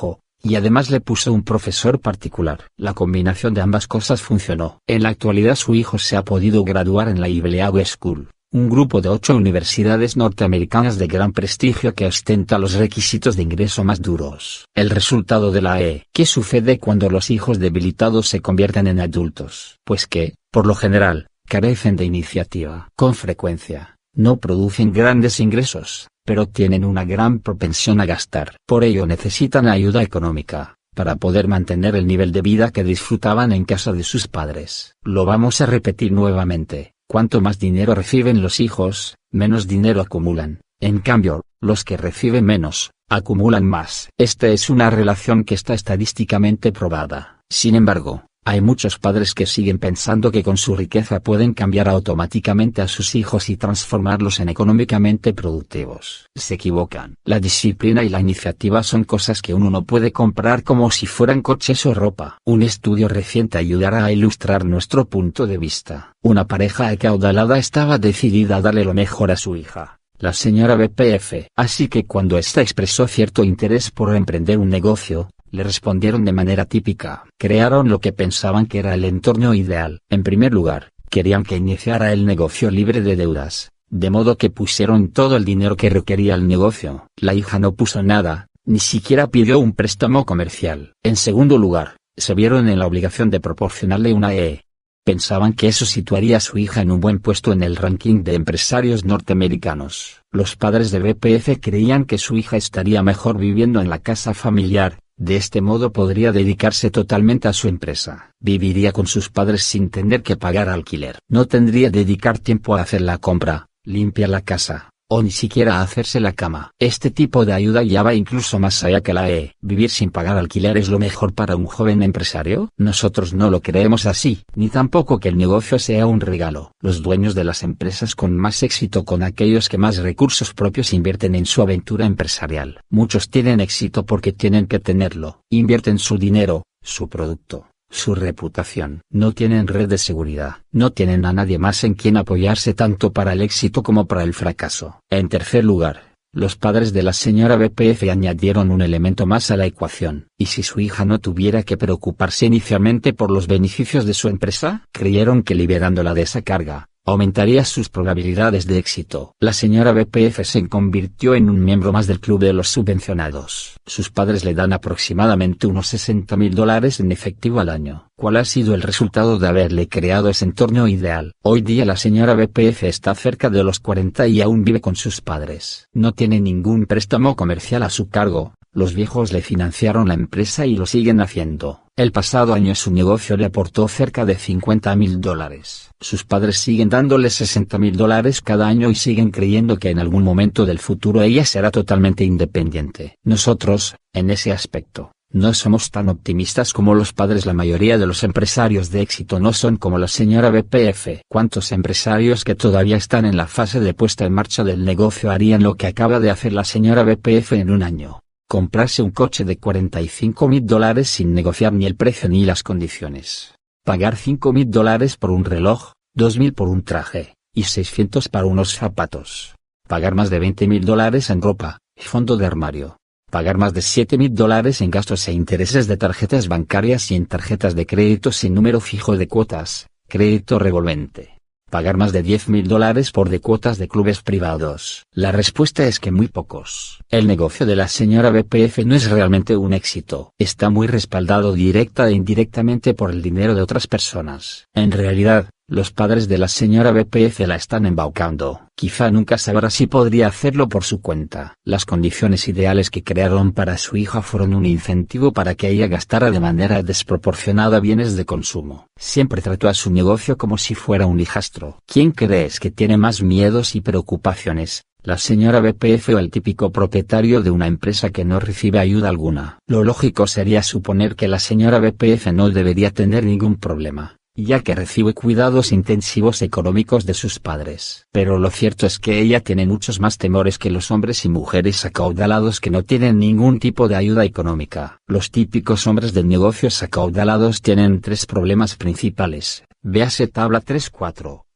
y además le puso un profesor particular. La combinación de ambas cosas funcionó. En la actualidad su hijo se ha podido graduar en la Ivleague School, un grupo de ocho universidades norteamericanas de gran prestigio que ostenta los requisitos de ingreso más duros. El resultado de la E. ¿Qué sucede cuando los hijos debilitados se convierten en adultos? Pues que, por lo general, carecen de iniciativa. Con frecuencia, no producen grandes ingresos, pero tienen una gran propensión a gastar. Por ello necesitan ayuda económica, para poder mantener el nivel de vida que disfrutaban en casa de sus padres. Lo vamos a repetir nuevamente. Cuanto más dinero reciben los hijos, menos dinero acumulan. En cambio, los que reciben menos, acumulan más. Esta es una relación que está estadísticamente probada. Sin embargo, hay muchos padres que siguen pensando que con su riqueza pueden cambiar automáticamente a sus hijos y transformarlos en económicamente productivos. Se equivocan. La disciplina y la iniciativa son cosas que uno no puede comprar como si fueran coches o ropa. Un estudio reciente ayudará a ilustrar nuestro punto de vista. Una pareja acaudalada estaba decidida a darle lo mejor a su hija, la señora B P F. Así que cuando ésta expresó cierto interés por emprender un negocio, le respondieron de manera típica. Crearon lo que pensaban que era el entorno ideal. En primer lugar, querían que iniciara el negocio libre de deudas, de modo que pusieron todo el dinero que requería el negocio. La hija no puso nada, ni siquiera pidió un préstamo comercial. En segundo lugar, se vieron en la obligación de proporcionarle una E. Pensaban que eso situaría a su hija en un buen puesto en el ranking de empresarios norteamericanos. Los padres de B P F creían que su hija estaría mejor viviendo en la casa familiar. De este modo podría dedicarse totalmente a su empresa. Viviría con sus padres sin tener que pagar alquiler. No tendría que dedicar tiempo a hacer la compra, limpiar la casa, o ni siquiera a hacerse la cama. Este tipo de ayuda ya va incluso más allá que la E. ¿Vivir sin pagar alquiler es lo mejor para un joven empresario? Nosotros no lo creemos así, ni tampoco que el negocio sea un regalo. Los dueños de las empresas con más éxito con aquellos que más recursos propios invierten en su aventura empresarial. Muchos tienen éxito porque tienen que tenerlo. Invierten su dinero, su producto, su reputación. No tienen red de seguridad. No tienen a nadie más en quien apoyarse tanto para el éxito como para el fracaso. En tercer lugar, los padres de la señora B P F añadieron un elemento más a la ecuación. ¿Y si su hija no tuviera que preocuparse inicialmente por los beneficios de su empresa? Creyeron que liberándola de esa carga, aumentaría sus probabilidades de éxito. La señora B P F se convirtió en un miembro más del club de los subvencionados. Sus padres le dan aproximadamente unos sesenta mil dólares en efectivo al año. ¿Cuál ha sido el resultado de haberle creado ese entorno ideal? Hoy día la señora B P F está cerca de los cuarenta y aún vive con sus padres. No tiene ningún préstamo comercial a su cargo. Los viejos le financiaron la empresa y lo siguen haciendo. El pasado año su negocio le aportó cerca de cincuenta mil dólares. Sus padres siguen dándole sesenta mil dólares cada año y siguen creyendo que en algún momento del futuro ella será totalmente independiente. Nosotros, en ese aspecto, no somos tan optimistas como los padres. La mayoría de los empresarios de éxito no son como la señora B P F. ¿Cuántos empresarios que todavía están en la fase de puesta en marcha del negocio harían lo que acaba de hacer la señora B P F en un año? Comprarse un coche de cuarenta y cinco mil dólares sin negociar ni el precio ni las condiciones. Pagar cinco mil dólares por un reloj, dos mil por un traje, y seiscientos para unos zapatos. Pagar más de veinte mil dólares en ropa, fondo de armario. Pagar más de siete mil dólares en gastos e intereses de tarjetas bancarias y en tarjetas de crédito sin número fijo de cuotas, crédito revolvente. Pagar más de diez mil dólares por de cuotas de clubes privados. La respuesta es que muy pocos. El negocio de la señora B P F no es realmente un éxito. Está muy respaldado directa e indirectamente por el dinero de otras personas. En realidad, los padres de la señora B P F la están embaucando. Quizá nunca sabrá si podría hacerlo por su cuenta. Las condiciones ideales que crearon para su hija fueron un incentivo para que ella gastara de manera desproporcionada bienes de consumo. Siempre trató a su negocio como si fuera un hijastro. ¿Quién crees que tiene más miedos y preocupaciones? ¿La señora B P F o el típico propietario de una empresa que no recibe ayuda alguna? Lo lógico sería suponer que la señora B P F no debería tener ningún problema, ya que recibe cuidados intensivos económicos de sus padres. Pero lo cierto es que ella tiene muchos más temores que los hombres y mujeres acaudalados que no tienen ningún tipo de ayuda económica. Los típicos hombres de negocios acaudalados tienen tres problemas principales. Véase tabla tres punto cuatro.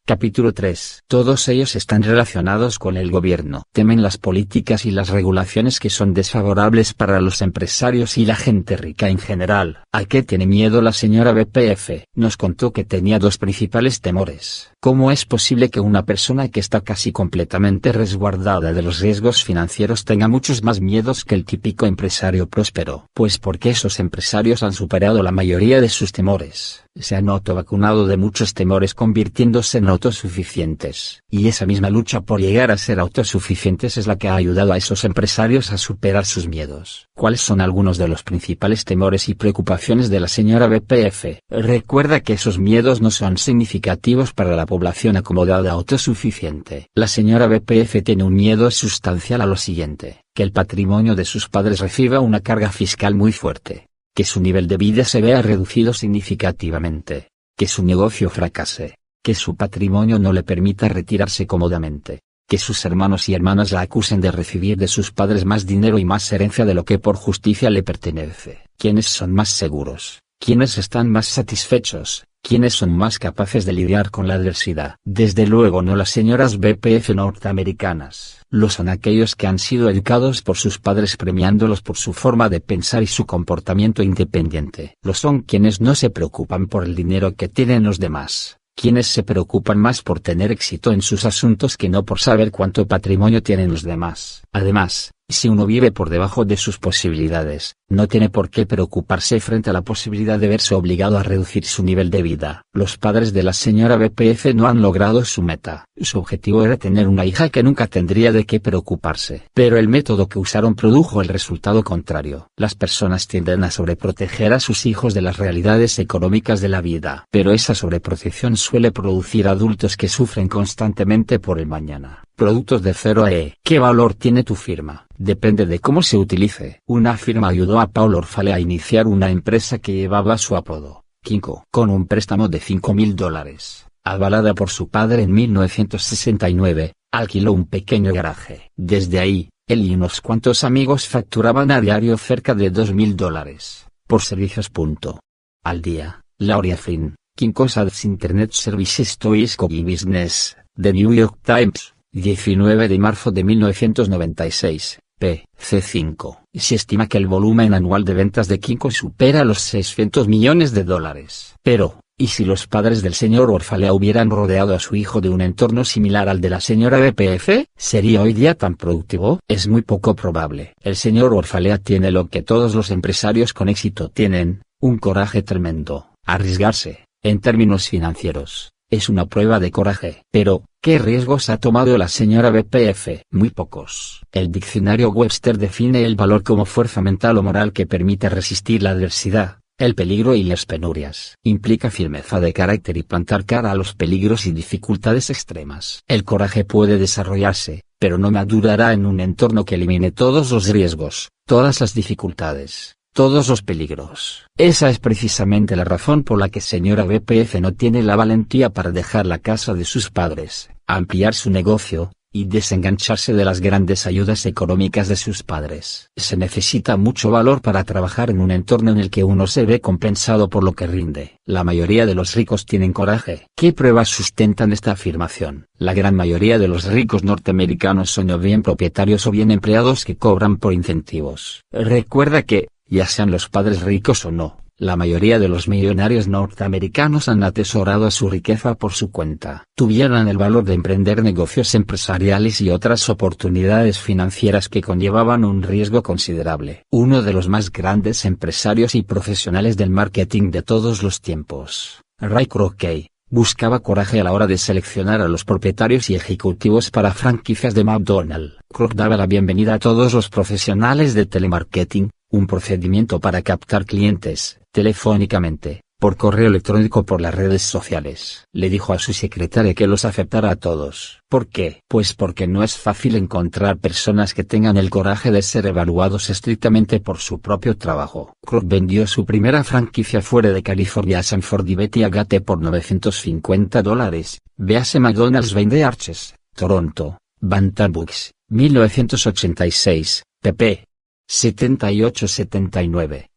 Capítulo tres. Todos ellos están relacionados con el gobierno. Temen las políticas y las regulaciones que son desfavorables para los empresarios y la gente rica en general. ¿A qué tiene miedo la señora B P F? Nos contó que tenía dos principales temores. ¿Cómo es posible que una persona que está casi completamente resguardada de los riesgos financieros tenga muchos más miedos que el típico empresario próspero? Pues porque esos empresarios han superado la mayoría de sus temores. Se han autovacunado de muchos temores convirtiéndose en autosuficientes. Y esa misma lucha por llegar a ser autosuficientes es la que ha ayudado a esos empresarios a superar sus miedos. ¿Cuáles son algunos de los principales temores y preocupaciones de la señora B P F? Recuerda que esos miedos no son significativos para la población acomodada autosuficiente. La señora B P F tiene un miedo sustancial a lo siguiente: que el patrimonio de sus padres reciba una carga fiscal muy fuerte, que su nivel de vida se vea reducido significativamente, que su negocio fracase, que su patrimonio no le permita retirarse cómodamente, que sus hermanos y hermanas la acusen de recibir de sus padres más dinero y más herencia de lo que por justicia le pertenece. ¿Quiénes son más seguros? ¿Quiénes están más satisfechos? ¿Quiénes son más capaces de lidiar con la adversidad? Desde luego no las señoras B P F norteamericanas. Lo son aquellos que han sido educados por sus padres premiándolos por su forma de pensar y su comportamiento independiente. Lo son quienes no se preocupan por el dinero que tienen los demás, quienes se preocupan más por tener éxito en sus asuntos que no por saber cuánto patrimonio tienen los demás. Además, si uno vive por debajo de sus posibilidades, no tiene por qué preocuparse frente a la posibilidad de verse obligado a reducir su nivel de vida. Los padres de la señora B P F no han logrado su meta. Su objetivo era tener una hija que nunca tendría de qué preocuparse. Pero el método que usaron produjo el resultado contrario. Las personas tienden a sobreproteger a sus hijos de las realidades económicas de la vida. Pero esa sobreprotección suele producir adultos que sufren constantemente por el mañana. Productos de cero a E. ¿Qué valor tiene tu firma? Depende de cómo se utilice. Una firma ayudó a Paul Orfale a iniciar una empresa que llevaba su apodo, Kinko, con un préstamo de cinco mil dólares. Avalada por su padre en mil novecientos sesenta y nueve, alquiló un pequeño garaje. Desde ahí, él y unos cuantos amigos facturaban a diario cerca de dos mil dólares, por servicios. Punto. Al día. Lauria Flynn, Kinko's Ads Internet Services Toys Cookie Business, The New York Times, diecinueve de marzo de mil novecientos noventa y seis, p. C cinco. Se estima que el volumen anual de ventas de Kinko supera los seiscientos millones de dólares. Pero, ¿y si los padres del señor Orfale hubieran rodeado a su hijo de un entorno similar al de la señora B P F? ¿Sería hoy día tan productivo? Es muy poco probable. El señor Orfale tiene lo que todos los empresarios con éxito tienen: un coraje tremendo. Arriesgarse, en términos financieros, es una prueba de coraje. Pero, ¿qué riesgos ha tomado la señora B P F? Muy pocos. El diccionario Webster define el valor como fuerza mental o moral que permite resistir la adversidad, el peligro y las penurias. Implica firmeza de carácter y plantar cara a los peligros y dificultades extremas. El coraje puede desarrollarse, pero no madurará en un entorno que elimine todos los riesgos, todas las dificultades, todos los peligros. Esa es precisamente la razón por la que señora B P F no tiene la valentía para dejar la casa de sus padres, ampliar su negocio, y desengancharse de las grandes ayudas económicas de sus padres. Se necesita mucho valor para trabajar en un entorno en el que uno se ve compensado por lo que rinde. La mayoría de los ricos tienen coraje. ¿Qué pruebas sustentan esta afirmación? La gran mayoría de los ricos norteamericanos son o bien propietarios o bien empleados que cobran por incentivos. Recuerda que, ya sean los padres ricos o no, la mayoría de los millonarios norteamericanos han atesorado su riqueza por su cuenta. Tuvieron el valor de emprender negocios empresariales y otras oportunidades financieras que conllevaban un riesgo considerable. Uno de los más grandes empresarios y profesionales del marketing de todos los tiempos, Ray Kroc, buscaba coraje a la hora de seleccionar a los propietarios y ejecutivos para franquicias de McDonald's. Kroc daba la bienvenida a todos los profesionales de telemarketing, un procedimiento para captar clientes, telefónicamente, por correo electrónico, por las redes sociales. Le dijo a su secretaria que los aceptara a todos. ¿Por qué? Pues porque no es fácil encontrar personas que tengan el coraje de ser evaluados estrictamente por su propio trabajo. Kroc vendió su primera franquicia fuera de California a Sanford y Betty Agate por novecientos cincuenta dólares. Véase McDonald's vende Arches, Toronto, Bantam Books, mil novecientos ochenta y seis, pp. setenta y ocho setenta y nueve.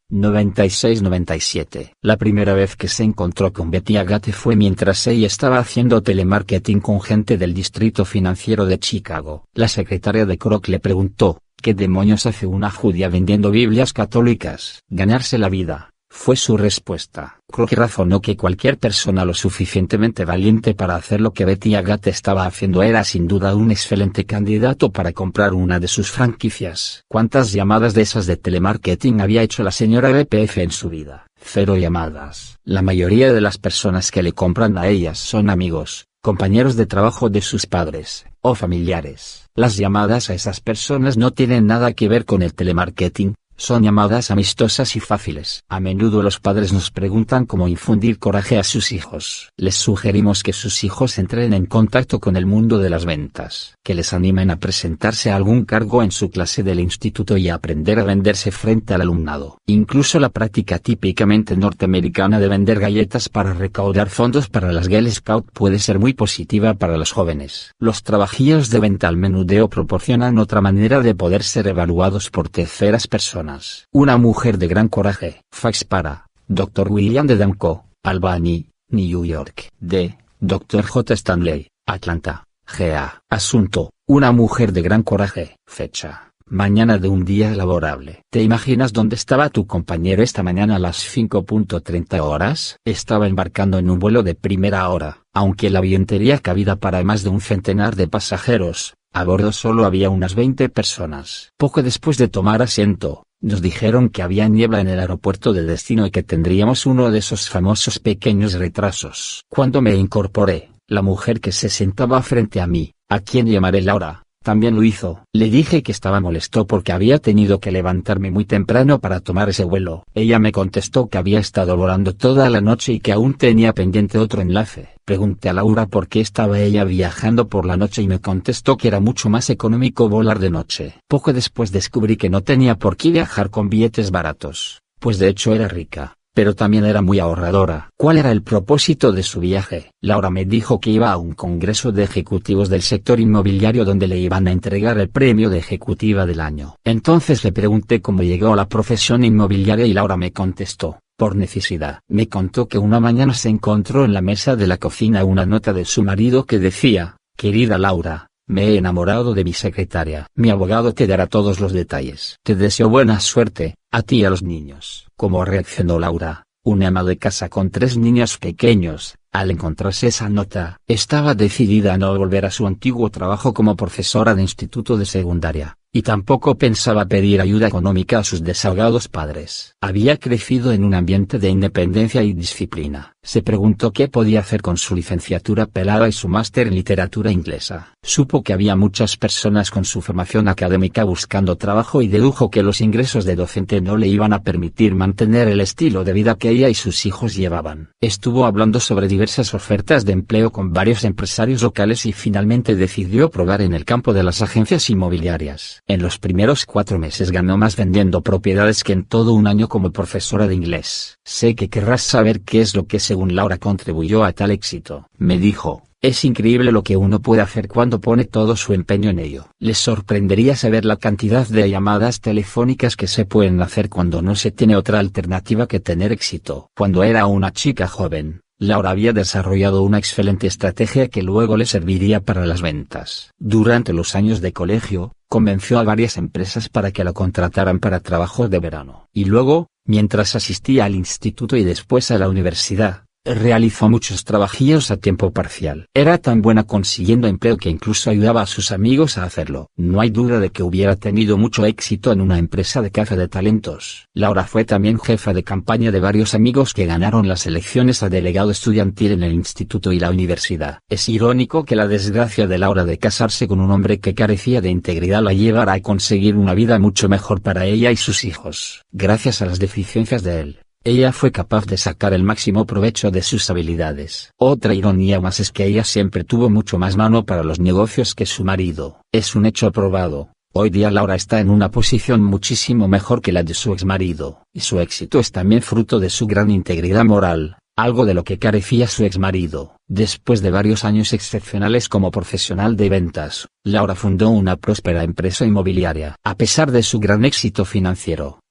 noventa y seis noventa y siete. La primera vez que se encontró con Betty Agate fue mientras ella estaba haciendo telemarketing con gente del distrito financiero de Chicago. La secretaria de Kroc le preguntó, ¿qué demonios hace una judía vendiendo Biblias católicas? Ganarse la vida, fue su respuesta. Kroc razonó que cualquier persona lo suficientemente valiente para hacer lo que Betty Agate estaba haciendo era sin duda un excelente candidato para comprar una de sus franquicias. ¿Cuántas llamadas de esas de telemarketing había hecho la señora B P F en su vida? Cero llamadas. La mayoría de las personas que le compran a ellas son amigos, compañeros de trabajo de sus padres, o familiares. Las llamadas a esas personas no tienen nada que ver con el telemarketing. Son llamadas amistosas y fáciles. A menudo los padres nos preguntan cómo infundir coraje a sus hijos. Les sugerimos que sus hijos entren en contacto con el mundo de las ventas, que les animen a presentarse a algún cargo en su clase del instituto y a aprender a venderse frente al alumnado. Incluso la práctica típicamente norteamericana de vender galletas para recaudar fondos para las Girl Scout puede ser muy positiva para los jóvenes. Los trabajillos de venta al menudeo proporcionan otra manera de poder ser evaluados por terceras personas. Una mujer de gran coraje. Fax para doctor William D. Danko, Albany, New York. D. doctor J. Stanley, Atlanta, G A. Asunto: una mujer de gran coraje. Fecha: mañana de un día laborable. ¿Te imaginas dónde estaba tu compañero esta mañana a las cinco treinta horas? Estaba embarcando en un vuelo de primera hora. Aunque el avión tenía cabida para más de un centenar de pasajeros, a bordo solo había unas veinte personas. Poco después de tomar asiento, nos dijeron que había niebla en el aeropuerto de destino y que tendríamos uno de esos famosos pequeños retrasos. Cuando me incorporé, la mujer que se sentaba frente a mí, a quien llamaré Laura, también lo hizo. Le dije que estaba molesto porque había tenido que levantarme muy temprano para tomar ese vuelo. Ella me contestó que había estado volando toda la noche y que aún tenía pendiente otro enlace. Pregunté a Laura por qué estaba ella viajando por la noche y me contestó que era mucho más económico volar de noche. Poco después descubrí que no tenía por qué viajar con billetes baratos, pues de hecho era rica, pero también era muy ahorradora. ¿Cuál era el propósito de su viaje? Laura me dijo que iba a un congreso de ejecutivos del sector inmobiliario donde le iban a entregar el premio de ejecutiva del año. Entonces le pregunté cómo llegó a la profesión inmobiliaria y Laura me contestó: por necesidad. Me contó que una mañana se encontró en la mesa de la cocina una nota de su marido que decía: querida Laura, me he enamorado de mi secretaria. Mi abogado te dará todos los detalles. Te deseo buena suerte, a ti y a los niños. ¿Cómo reaccionó Laura, una ama de casa con tres niños pequeños, al encontrarse esa nota? Estaba decidida a no volver a su antiguo trabajo como profesora de instituto de secundaria, y tampoco pensaba pedir ayuda económica a sus desahogados padres. Había crecido en un ambiente de independencia y disciplina. Se preguntó qué podía hacer con su licenciatura pelada y su máster en literatura inglesa. Supo que había muchas personas con su formación académica buscando trabajo y dedujo que los ingresos de docente no le iban a permitir mantener el estilo de vida que ella y sus hijos llevaban. Estuvo hablando sobre diversas ofertas de empleo con varios empresarios locales y finalmente decidió probar en el campo de las agencias inmobiliarias. En los primeros cuatro meses ganó más vendiendo propiedades que en todo un año como profesora de inglés. Sé que querrás saber qué es lo que según Laura contribuyó a tal éxito. Me dijo: es increíble lo que uno puede hacer cuando pone todo su empeño en ello. Les sorprendería saber la cantidad de llamadas telefónicas que se pueden hacer cuando no se tiene otra alternativa que tener éxito. Cuando era una chica joven, Laura había desarrollado una excelente estrategia que luego le serviría para las ventas. Durante los años de colegio, convenció a varias empresas para que la contrataran para trabajos de verano. Y luego, mientras asistía al instituto y después a la universidad, realizó muchos trabajillos a tiempo parcial. Era tan buena consiguiendo empleo que incluso ayudaba a sus amigos a hacerlo. No hay duda de que hubiera tenido mucho éxito en una empresa de caza de talentos. Laura fue también jefa de campaña de varios amigos que ganaron las elecciones a delegado estudiantil en el instituto y la universidad. Es irónico que la desgracia de Laura de casarse con un hombre que carecía de integridad la llevara a conseguir una vida mucho mejor para ella y sus hijos. Gracias a las deficiencias de él, ella fue capaz de sacar el máximo provecho de sus habilidades. Otra ironía más es que ella siempre tuvo mucho más mano para los negocios que su marido. Es un hecho probado. Hoy día Laura está en una posición muchísimo mejor que la de su exmarido, y su éxito es también fruto de su gran integridad moral, algo de lo que carecía su exmarido. Después de varios años excepcionales como profesional de ventas, Laura fundó una próspera empresa inmobiliaria. A pesar de su gran éxito financiero,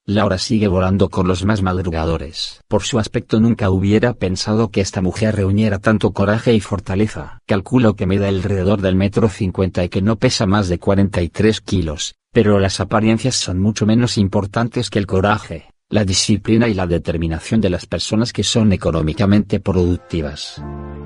Laura sigue volando con los más madrugadores. Por su aspecto nunca hubiera pensado que esta mujer reuniera tanto coraje y fortaleza. Calculo que mide alrededor del metro cincuenta y que no pesa más de cuarenta y tres kilos, pero las apariencias son mucho menos importantes que el coraje, la disciplina y la determinación de las personas que son económicamente productivas.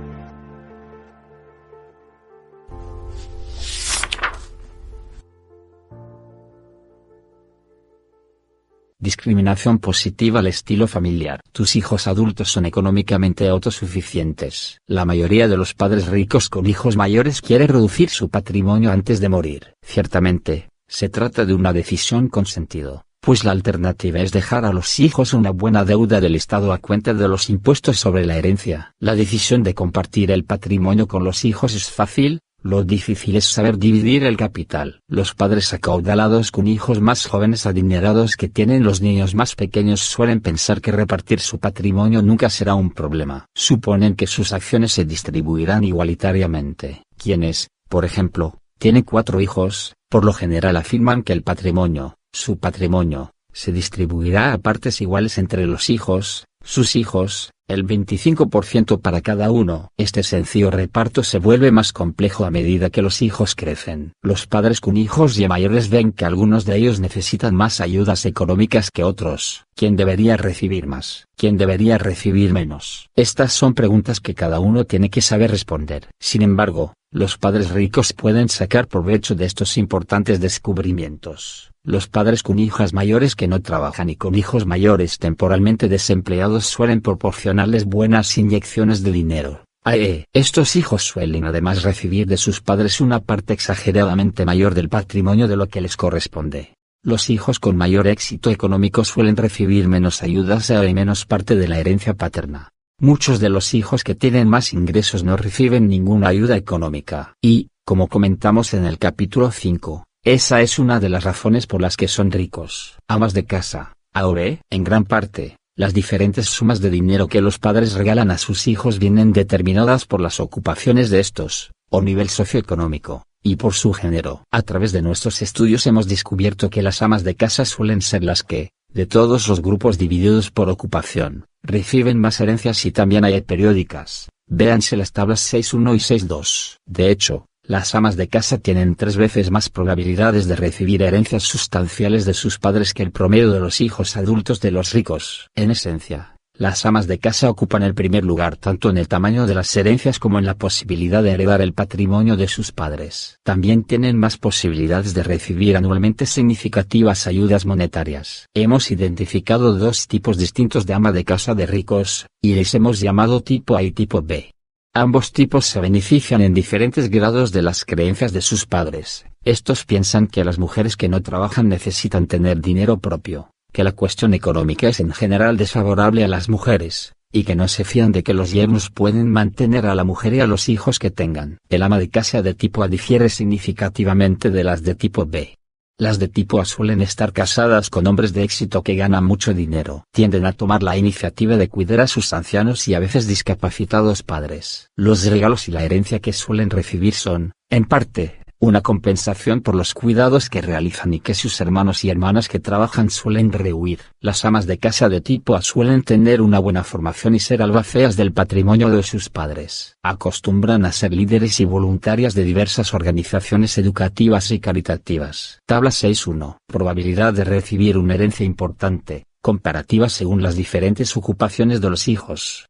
Discriminación positiva al estilo familiar. Tus hijos adultos son económicamente autosuficientes. La mayoría de los padres ricos con hijos mayores quiere reducir su patrimonio antes de morir. Ciertamente, se trata de una decisión con sentido, pues la alternativa es dejar a los hijos una buena deuda del Estado a cuenta de los impuestos sobre la herencia. La decisión de compartir el patrimonio con los hijos es fácil. Lo difícil es saber dividir el capital. Los padres acaudalados con hijos más jóvenes adinerados que tienen los niños más pequeños suelen pensar que repartir su patrimonio nunca será un problema. Suponen que sus acciones se distribuirán igualitariamente. Quienes, por ejemplo, tienen cuatro hijos, por lo general afirman que el patrimonio, su patrimonio, se distribuirá a partes iguales entre los hijos, sus hijos, el veinticinco por ciento para cada uno. Este sencillo reparto se vuelve más complejo a medida que los hijos crecen. Los padres con hijos ya mayores ven que algunos de ellos necesitan más ayudas económicas que otros. ¿Quién debería recibir más? ¿Quién debería recibir menos? Estas son preguntas que cada uno tiene que saber responder. Sin embargo, los padres ricos pueden sacar provecho de estos importantes descubrimientos. Los padres con hijas mayores que no trabajan y con hijos mayores temporalmente desempleados suelen proporcionarles buenas inyecciones de dinero. A E. Estos hijos suelen además recibir de sus padres una parte exageradamente mayor del patrimonio de lo que les corresponde. Los hijos con mayor éxito económico suelen recibir menos ayudas A E y menos parte de la herencia paterna. Muchos de los hijos que tienen más ingresos no reciben ninguna ayuda económica. Y, como comentamos en el capítulo cinco, esa es una de las razones por las que son ricos. Amas de casa, A o B. En gran parte, las diferentes sumas de dinero que los padres regalan a sus hijos vienen determinadas por las ocupaciones de estos, o nivel socioeconómico, y por su género. A través de nuestros estudios hemos descubierto que las amas de casa suelen ser las que, de todos los grupos divididos por ocupación, reciben más herencias y también hay periódicas. Véanse las tablas seis punto uno y seis punto dos. De hecho, las amas de casa tienen tres veces más probabilidades de recibir herencias sustanciales de sus padres que el promedio de los hijos adultos de los ricos. En esencia, las amas de casa ocupan el primer lugar tanto en el tamaño de las herencias como en la posibilidad de heredar el patrimonio de sus padres. También tienen más posibilidades de recibir anualmente significativas ayudas monetarias. Hemos identificado dos tipos distintos de ama de casa de ricos, y les hemos llamado tipo A y tipo B. Ambos tipos se benefician en diferentes grados de las creencias de sus padres. Estos piensan que las mujeres que no trabajan necesitan tener dinero propio, que la cuestión económica es en general desfavorable a las mujeres, y que no se fían de que los yernos pueden mantener a la mujer y a los hijos que tengan. El ama de casa de tipo A difiere significativamente de las de tipo B. Las de tipo A suelen estar casadas con hombres de éxito que ganan mucho dinero. Tienden a tomar la iniciativa de cuidar a sus ancianos y a veces discapacitados padres. Los regalos y la herencia que suelen recibir son, en parte, una compensación por los cuidados que realizan y que sus hermanos y hermanas que trabajan suelen rehuir. Las amas de casa de tipo A suelen tener una buena formación y ser albaceas del patrimonio de sus padres. Acostumbran a ser líderes y voluntarias de diversas organizaciones educativas y caritativas. Tabla seis punto uno. Probabilidad de recibir una herencia importante, comparativa según las diferentes ocupaciones de los hijos.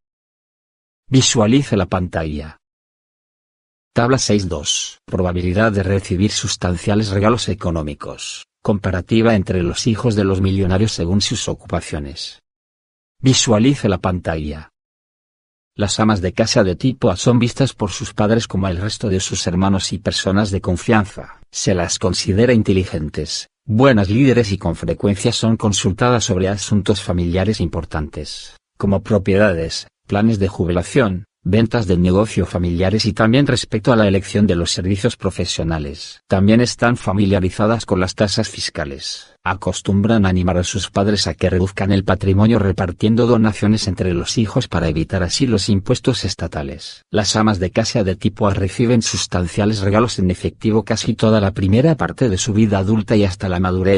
Visualice la pantalla. Tabla seis punto dos. Probabilidad de recibir sustanciales regalos económicos, comparativa entre los hijos de los millonarios según sus ocupaciones. Visualice la pantalla. Las amas de casa de tipo A son vistas por sus padres como el resto de sus hermanos y personas de confianza. Se las considera inteligentes, buenas líderes y con frecuencia son consultadas sobre asuntos familiares importantes, como propiedades, planes de jubilación, ventas del negocio familiares y también respecto a la elección de los servicios profesionales. También están familiarizadas con las tasas fiscales. Acostumbran a animar a sus padres a que reduzcan el patrimonio repartiendo donaciones entre los hijos para evitar así los impuestos estatales. Las amas de casa de tipo A reciben sustanciales regalos en efectivo casi toda la primera parte de su vida adulta y hasta la madurez,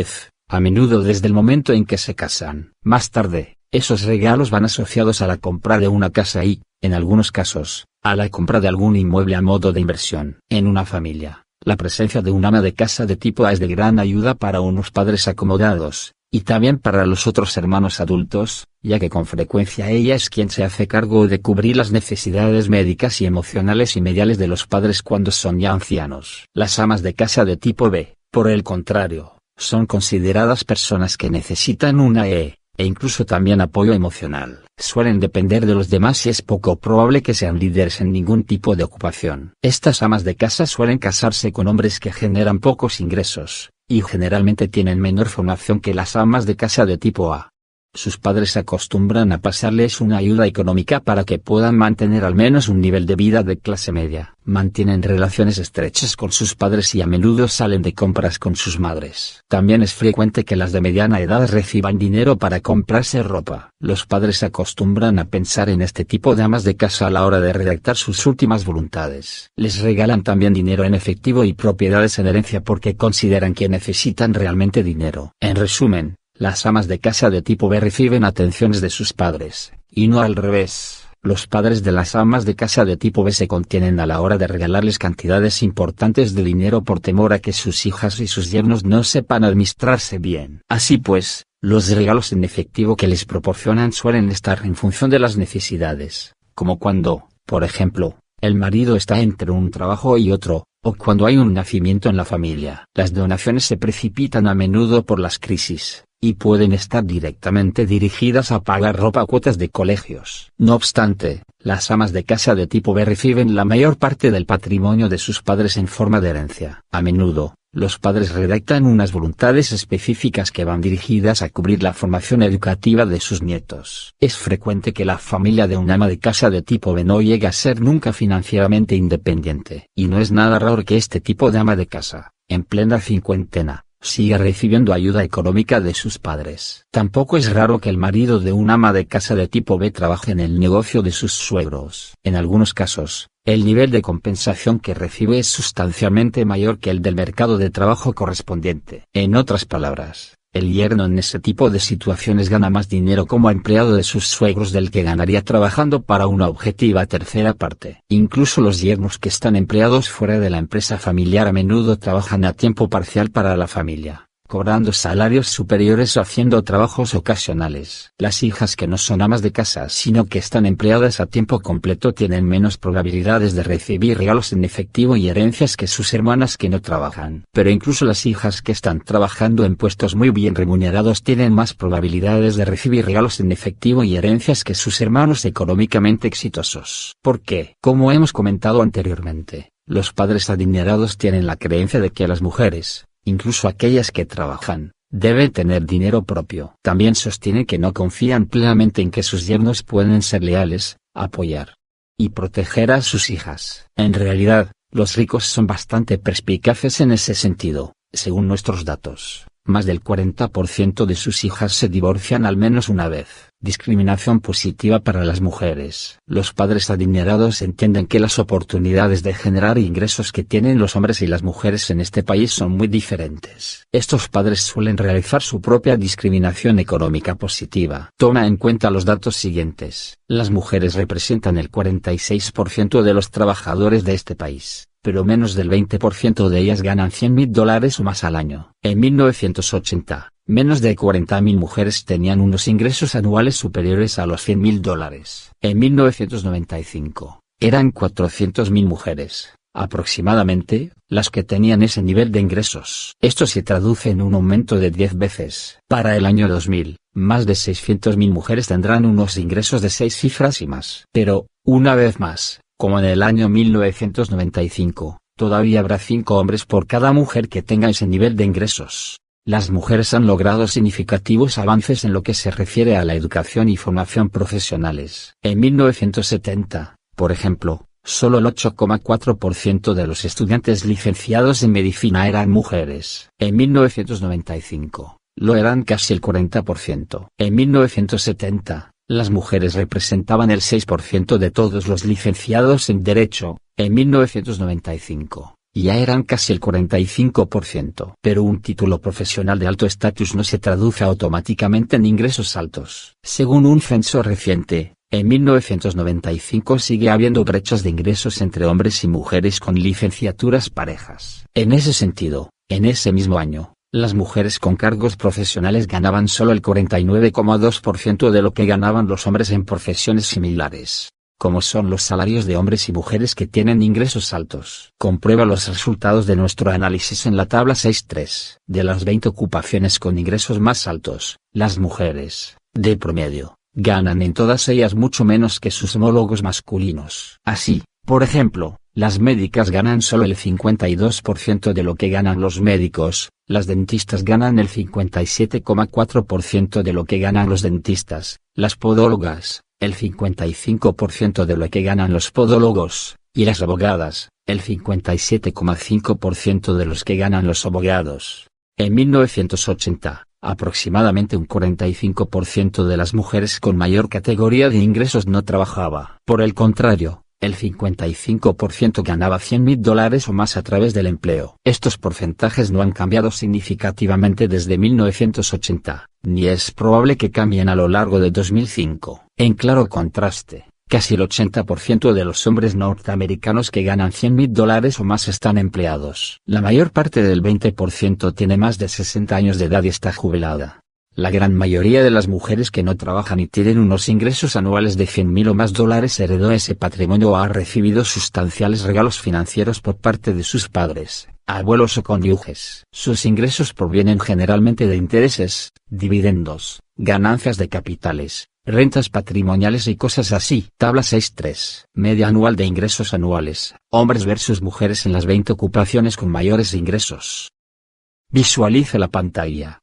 a menudo desde el momento en que se casan. Más tarde, esos regalos van asociados a la compra de una casa y, en algunos casos, a la compra de algún inmueble a modo de inversión. En una familia, la presencia de un ama de casa de tipo A es de gran ayuda para unos padres acomodados, y también para los otros hermanos adultos, ya que con frecuencia ella es quien se hace cargo de cubrir las necesidades médicas y emocionales y mediales de los padres cuando son ya ancianos. Las amas de casa de tipo B, por el contrario, son consideradas personas que necesitan una E, e incluso también apoyo emocional. Suelen depender de los demás y es poco probable que sean líderes en ningún tipo de ocupación. Estas amas de casa suelen casarse con hombres que generan pocos ingresos, y generalmente tienen menor formación que las amas de casa de tipo A. Sus padres acostumbran a pasarles una ayuda económica para que puedan mantener al menos un nivel de vida de clase media. Mantienen relaciones estrechas con sus padres y a menudo salen de compras con sus madres. También es frecuente que las de mediana edad reciban dinero para comprarse ropa. Los padres acostumbran a pensar en este tipo de amas de casa a la hora de redactar sus últimas voluntades. Les regalan también dinero en efectivo y propiedades en herencia porque consideran que necesitan realmente dinero. En resumen, las amas de casa de tipo B reciben atenciones de sus padres, y no al revés. Los padres de las amas de casa de tipo B se contienen a la hora de regalarles cantidades importantes de dinero por temor a que sus hijas y sus yernos no sepan administrarse bien. Así pues, los regalos en efectivo que les proporcionan suelen estar en función de las necesidades, como cuando, por ejemplo, el marido está entre un trabajo y otro, o cuando hay un nacimiento en la familia. Las donaciones se precipitan a menudo por las crisis, y pueden estar directamente dirigidas a pagar ropa o cuotas de colegios. No obstante, las amas de casa de tipo B reciben la mayor parte del patrimonio de sus padres en forma de herencia. A menudo, los padres redactan unas voluntades específicas que van dirigidas a cubrir la formación educativa de sus nietos. Es frecuente que la familia de un ama de casa de tipo B no llegue a ser nunca financieramente independiente. Y no es nada raro que este tipo de ama de casa, en plena cincuentena, siga recibiendo ayuda económica de sus padres. Tampoco es raro que el marido de un ama de casa de tipo B trabaje en el negocio de sus suegros. En algunos casos, el nivel de compensación que recibe es sustancialmente mayor que el del mercado de trabajo correspondiente. En otras palabras, el yerno en ese tipo de situaciones gana más dinero como empleado de sus suegros del que ganaría trabajando para una objetiva tercera parte. Incluso los yernos que están empleados fuera de la empresa familiar a menudo trabajan a tiempo parcial para la familia, cobrando salarios superiores o haciendo trabajos ocasionales. Las hijas que no son amas de casa sino que están empleadas a tiempo completo tienen menos probabilidades de recibir regalos en efectivo y herencias que sus hermanas que no trabajan. Pero incluso las hijas que están trabajando en puestos muy bien remunerados tienen más probabilidades de recibir regalos en efectivo y herencias que sus hermanos económicamente exitosos. ¿Por qué? Como hemos comentado anteriormente, los padres adinerados tienen la creencia de que las mujeres, incluso aquellas que trabajan, deben tener dinero propio. También sostienen que no confían plenamente en que sus yernos pueden ser leales, apoyar y proteger a sus hijas. En realidad, los ricos son bastante perspicaces en ese sentido. Según nuestros datos, más del cuarenta por ciento de sus hijas se divorcian al menos una vez. Discriminación positiva para las mujeres. Los padres adinerados entienden que las oportunidades de generar ingresos que tienen los hombres y las mujeres en este país son muy diferentes. Estos padres suelen realizar su propia discriminación económica positiva. Toma en cuenta los datos siguientes. Las mujeres representan el cuarenta y seis por ciento de los trabajadores de este país, pero menos del veinte por ciento de ellas ganan cien mil dólares o más al año. En mil novecientos ochenta, menos de cuarenta mil mujeres tenían unos ingresos anuales superiores a los cien mil dólares. En mil novecientos noventa y cinco, eran cuatrocientas mil mujeres, aproximadamente, las que tenían ese nivel de ingresos. Esto se traduce en un aumento de diez veces. Para el año dos mil, más de seiscientas mil mujeres tendrán unos ingresos de seis cifras y más. Pero, una vez más, como en el año mil novecientos noventa y cinco, todavía habrá cinco hombres por cada mujer que tenga ese nivel de ingresos. Las mujeres han logrado significativos avances en lo que se refiere a la educación y formación profesionales. En mil novecientos setenta, por ejemplo, solo el ocho coma cuatro por ciento de los estudiantes licenciados en medicina eran mujeres. En mil novecientos noventa y cinco, lo eran casi el cuarenta por ciento. En mil novecientos setenta, las mujeres representaban el seis por ciento de todos los licenciados en Derecho. En mil novecientos noventa y cinco, ya eran casi el cuarenta y cinco por ciento. Pero un título profesional de alto estatus no se traduce automáticamente en ingresos altos. Según un censo reciente, en mil novecientos noventa y cinco sigue habiendo brechas de ingresos entre hombres y mujeres con licenciaturas parejas. En ese sentido, en ese mismo año, las mujeres con cargos profesionales ganaban solo el cuarenta y nueve coma dos por ciento de lo que ganaban los hombres en profesiones similares. ¿Cómo son los salarios de hombres y mujeres que tienen ingresos altos? Comprueba los resultados de nuestro análisis en la tabla seis punto tres. De las veinte ocupaciones con ingresos más altos, las mujeres, de promedio, ganan en todas ellas mucho menos que sus homólogos masculinos. Así, por ejemplo, las médicas ganan solo el cincuenta y dos por ciento de lo que ganan los médicos, las dentistas ganan el cincuenta y siete coma cuatro por ciento de lo que ganan los dentistas, las podólogas, el cincuenta y cinco por ciento de lo que ganan los podólogos, y las abogadas, el cincuenta y siete coma cinco por ciento de los que ganan los abogados. En mil novecientos ochenta, aproximadamente un cuarenta y cinco por ciento de las mujeres con mayor categoría de ingresos no trabajaba. Por el contrario, el cincuenta y cinco por ciento ganaba cien mil dólares o más a través del empleo. Estos porcentajes no han cambiado significativamente desde mil novecientos ochenta, ni es probable que cambien a lo largo de dos mil cinco. En claro contraste, casi el ochenta por ciento de los hombres norteamericanos que ganan cien mil dólares o más están empleados. La mayor parte del veinte por ciento tiene más de sesenta años de edad y está jubilada. La gran mayoría de las mujeres que no trabajan y tienen unos ingresos anuales de cien mil o más dólares heredó ese patrimonio o ha recibido sustanciales regalos financieros por parte de sus padres, abuelos o cónyuges. Sus ingresos provienen generalmente de intereses, dividendos, ganancias de capitales, rentas patrimoniales y cosas así. Tabla seis punto tres. Media anual de ingresos anuales, hombres versus mujeres en las veinte ocupaciones con mayores ingresos. Visualice la pantalla.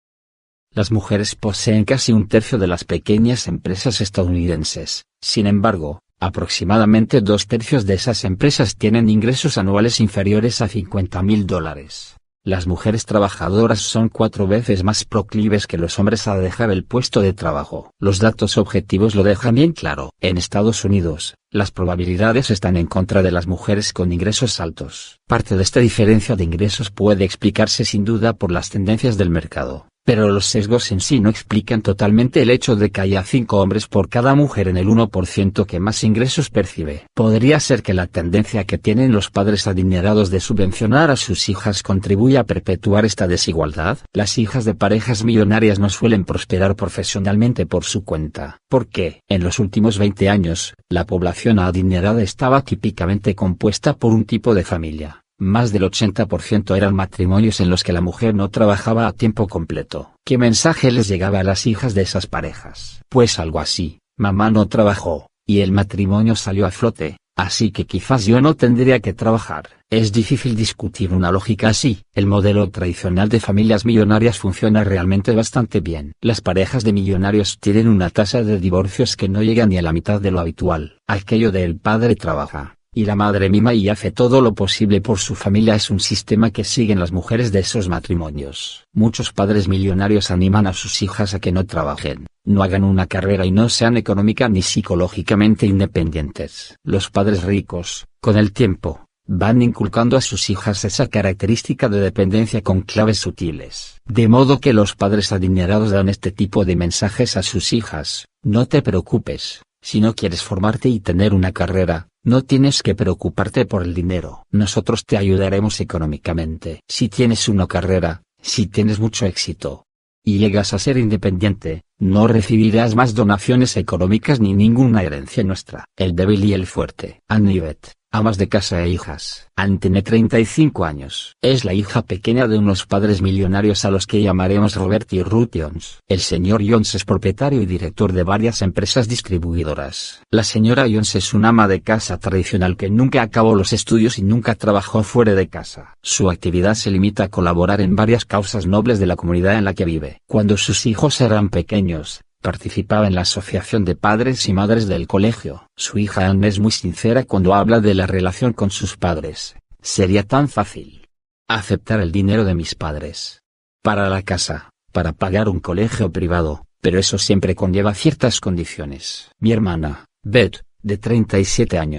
Las mujeres poseen casi un tercio de las pequeñas empresas estadounidenses, sin embargo, aproximadamente dos tercios de esas empresas tienen ingresos anuales inferiores a cincuenta mil dólares. Las mujeres trabajadoras son cuatro veces más proclives que los hombres a dejar el puesto de trabajo. Los datos objetivos lo dejan bien claro. En Estados Unidos, las probabilidades están en contra de las mujeres con ingresos altos. Parte de esta diferencia de ingresos puede explicarse sin duda por las tendencias del mercado, pero los sesgos en sí no explican totalmente el hecho de que haya cinco hombres por cada mujer en el uno por ciento que más ingresos percibe. Podría ser que la tendencia que tienen los padres adinerados de subvencionar a sus hijas contribuya a perpetuar esta desigualdad. Las hijas de parejas millonarias no suelen prosperar profesionalmente por su cuenta, porque, en los últimos veinte años, la población adinerada estaba típicamente compuesta por un tipo de familia. Más del ochenta por ciento eran matrimonios en los que la mujer no trabajaba a tiempo completo. ¿Qué mensaje les llegaba a las hijas de esas parejas? Pues algo así: mamá no trabajó, y el matrimonio salió a flote, así que quizás yo no tendría que trabajar. Es difícil discutir una lógica así. El modelo tradicional de familias millonarias funciona realmente bastante bien. Las parejas de millonarios tienen una tasa de divorcios que no llega ni a la mitad de lo habitual. Aquello de el padre trabaja y la madre mima y hace todo lo posible por su familia es un sistema que siguen las mujeres de esos matrimonios. Muchos padres millonarios animan a sus hijas a que no trabajen, no hagan una carrera y no sean económica ni psicológicamente independientes. Los padres ricos, con el tiempo, van inculcando a sus hijas esa característica de dependencia con claves sutiles. De modo que los padres adinerados dan este tipo de mensajes a sus hijas: no te preocupes, si no quieres formarte y tener una carrera, no tienes que preocuparte por el dinero. Nosotros te ayudaremos económicamente. Si tienes una carrera, si tienes mucho éxito y llegas a ser independiente, no recibirás más donaciones económicas ni ninguna herencia nuestra. El débil y el fuerte. Anne Yvette, amas de casa e hijas. Anne tiene treinta y cinco años. Es la hija pequeña de unos padres millonarios a los que llamaremos Robert y Ruth Jones. El señor Jones es propietario y director de varias empresas distribuidoras. La señora Jones es una ama de casa tradicional que nunca acabó los estudios y nunca trabajó fuera de casa. Su actividad se limita a colaborar en varias causas nobles de la comunidad en la que vive. Cuando sus hijos eran pequeños, participaba en la asociación de padres y madres del colegio. Su hija Anne es muy sincera cuando habla de la relación con sus padres. Sería tan fácil aceptar el dinero de mis padres para la casa, para pagar un colegio privado, pero eso siempre conlleva ciertas condiciones. Mi hermana, Beth, de treinta y siete años,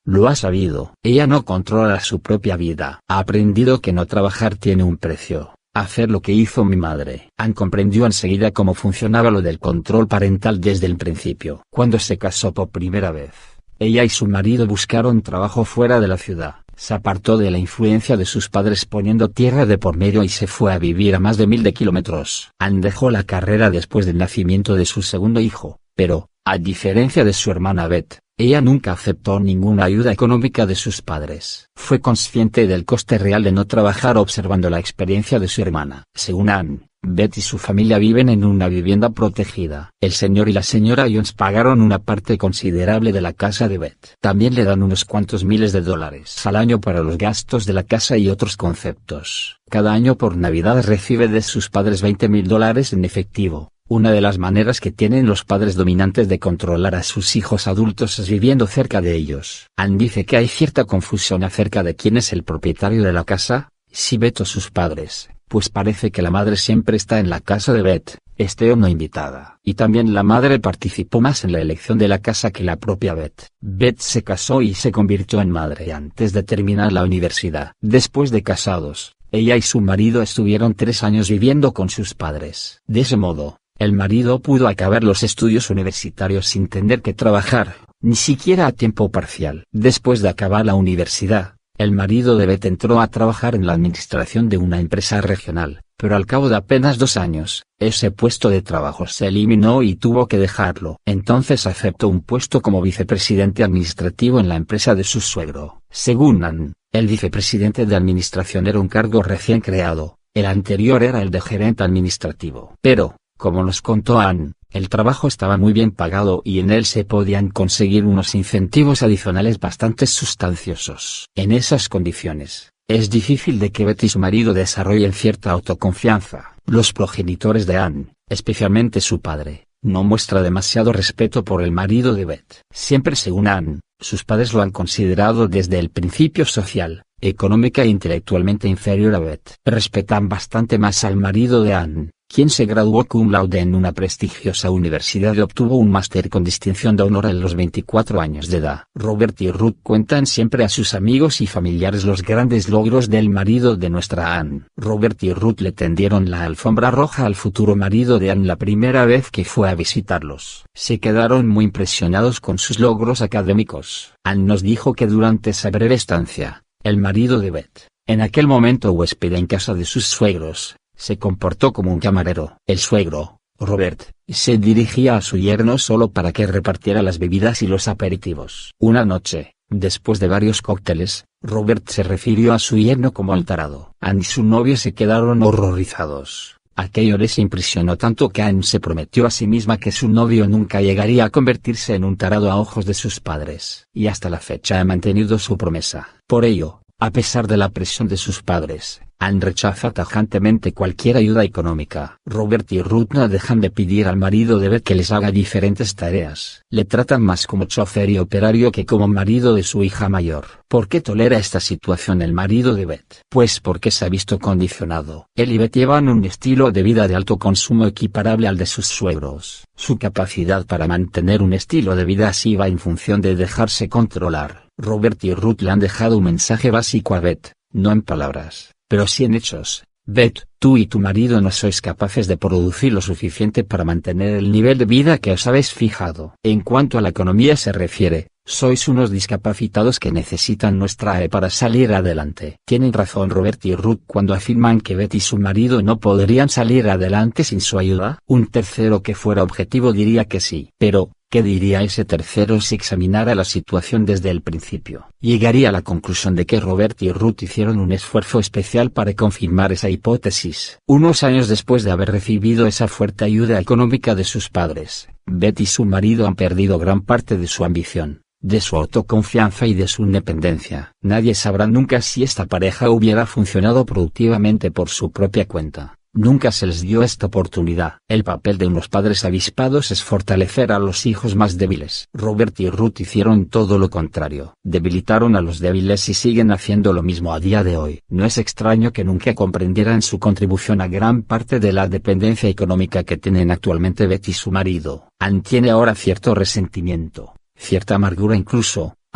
Lo ha sabido. Ella no controla su propia vida. Ha aprendido que no trabajar tiene un precio. Hacer lo que hizo mi madre. Ann comprendió enseguida cómo funcionaba lo del control parental desde el principio. Cuando se casó por primera vez, ella y su marido buscaron trabajo fuera de la ciudad. Se apartó de la influencia de sus padres poniendo tierra de por medio y se fue a vivir a más de mil de kilómetros. Ann dejó la carrera después del nacimiento de su segundo hijo, pero, a diferencia de su hermana Beth, ella nunca aceptó ninguna ayuda económica de sus padres. Fue consciente del coste real de no trabajar observando la experiencia de su hermana. Según Ann, Beth y su familia viven en una vivienda protegida. El señor y la señora Jones pagaron una parte considerable de la casa de Beth. También le dan unos cuantos miles de dólares al año para los gastos de la casa y otros conceptos. Cada año por Navidad recibe de sus padres veinte mil dólares en efectivo. Una de las maneras que tienen los padres dominantes de controlar a sus hijos adultos es viviendo cerca de ellos. Ann dice que hay cierta confusión acerca de quién es el propietario de la casa, si Beth o sus padres, pues parece que la madre siempre está en la casa de Beth, esté o no invitada. Y también la madre participó más en la elección de la casa que la propia Beth. Beth se casó y se convirtió en madre antes de terminar la universidad. Después de casados, ella y su marido estuvieron tres años viviendo con sus padres. De ese modo, el marido pudo acabar los estudios universitarios sin tener que trabajar, ni siquiera a tiempo parcial. Después de acabar la universidad, el marido de Beth entró a trabajar en la administración de una empresa regional, pero al cabo de apenas dos años, ese puesto de trabajo se eliminó y tuvo que dejarlo. Entonces aceptó un puesto como vicepresidente administrativo en la empresa de su suegro. Según Ann, el vicepresidente de administración era un cargo recién creado, el anterior era el de gerente administrativo. Pero, como nos contó Ann, el trabajo estaba muy bien pagado y en él se podían conseguir unos incentivos adicionales bastante sustanciosos. En esas condiciones, es difícil de que Beth y su marido desarrollen cierta autoconfianza. Los progenitores de Ann, especialmente su padre, no muestra demasiado respeto por el marido de Beth. Siempre según Ann, sus padres lo han considerado desde el principio social, económica e intelectualmente inferior a Beth. Respetan bastante más al marido de Ann, quien se graduó cum laude en una prestigiosa universidad y obtuvo un máster con distinción de honor a los veinticuatro años de edad. Robert y Ruth cuentan siempre a sus amigos y familiares los grandes logros del marido de nuestra Ann. Robert y Ruth le tendieron la alfombra roja al futuro marido de Ann la primera vez que fue a visitarlos. Se quedaron muy impresionados con sus logros académicos. Ann nos dijo que durante esa breve estancia, el marido de Beth, en aquel momento huésped en casa de sus suegros, se comportó como un camarero. El suegro, Robert, se dirigía a su yerno solo para que repartiera las bebidas y los aperitivos. Una noche, después de varios cócteles, Robert se refirió a su yerno como el tarado. Ann y su novio se quedaron horrorizados. Aquello les impresionó tanto que Ann se prometió a sí misma que su novio nunca llegaría a convertirse en un tarado a ojos de sus padres. Y hasta la fecha ha mantenido su promesa. Por ello, a pesar de la presión de sus padres, Ann rechaza tajantemente cualquier ayuda económica. Robert y Ruth no dejan de pedir al marido de Beth que les haga diferentes tareas. Le tratan más como chofer y operario que como marido de su hija mayor. ¿Por qué tolera esta situación el marido de Beth? Pues porque se ha visto condicionado. Él y Beth llevan un estilo de vida de alto consumo equiparable al de sus suegros. Su capacidad para mantener un estilo de vida así va en función de dejarse controlar. Robert y Ruth le han dejado un mensaje básico a Beth, no en palabras, pero sí en hechos. Beth, tú y tu marido no sois capaces de producir lo suficiente para mantener el nivel de vida que os habéis fijado. En cuanto a la economía se refiere, sois unos discapacitados que necesitan nuestra ayuda para salir adelante. Tienen razón Robert y Ruth cuando afirman que Beth y su marido no podrían salir adelante sin su ayuda. Un tercero que fuera objetivo diría que sí. Pero, ¿qué diría ese tercero si examinara la situación desde el principio? Llegaría a la conclusión de que Robert y Ruth hicieron un esfuerzo especial para confirmar esa hipótesis. Unos años después de haber recibido esa fuerte ayuda económica de sus padres, Beth y su marido han perdido gran parte de su ambición, de su autoconfianza y de su independencia. Nadie sabrá nunca si esta pareja hubiera funcionado productivamente por su propia cuenta. Nunca se les dio esta oportunidad. El papel de unos padres avispados es fortalecer a los hijos más débiles. Robert y Ruth hicieron todo lo contrario. Debilitaron a los débiles y siguen haciendo lo mismo a día de hoy. No es extraño que nunca comprendieran su contribución a gran parte de la dependencia económica que tienen actualmente Beth y su marido. Ann tiene ahora cierto resentimiento, cierta amargura incluso,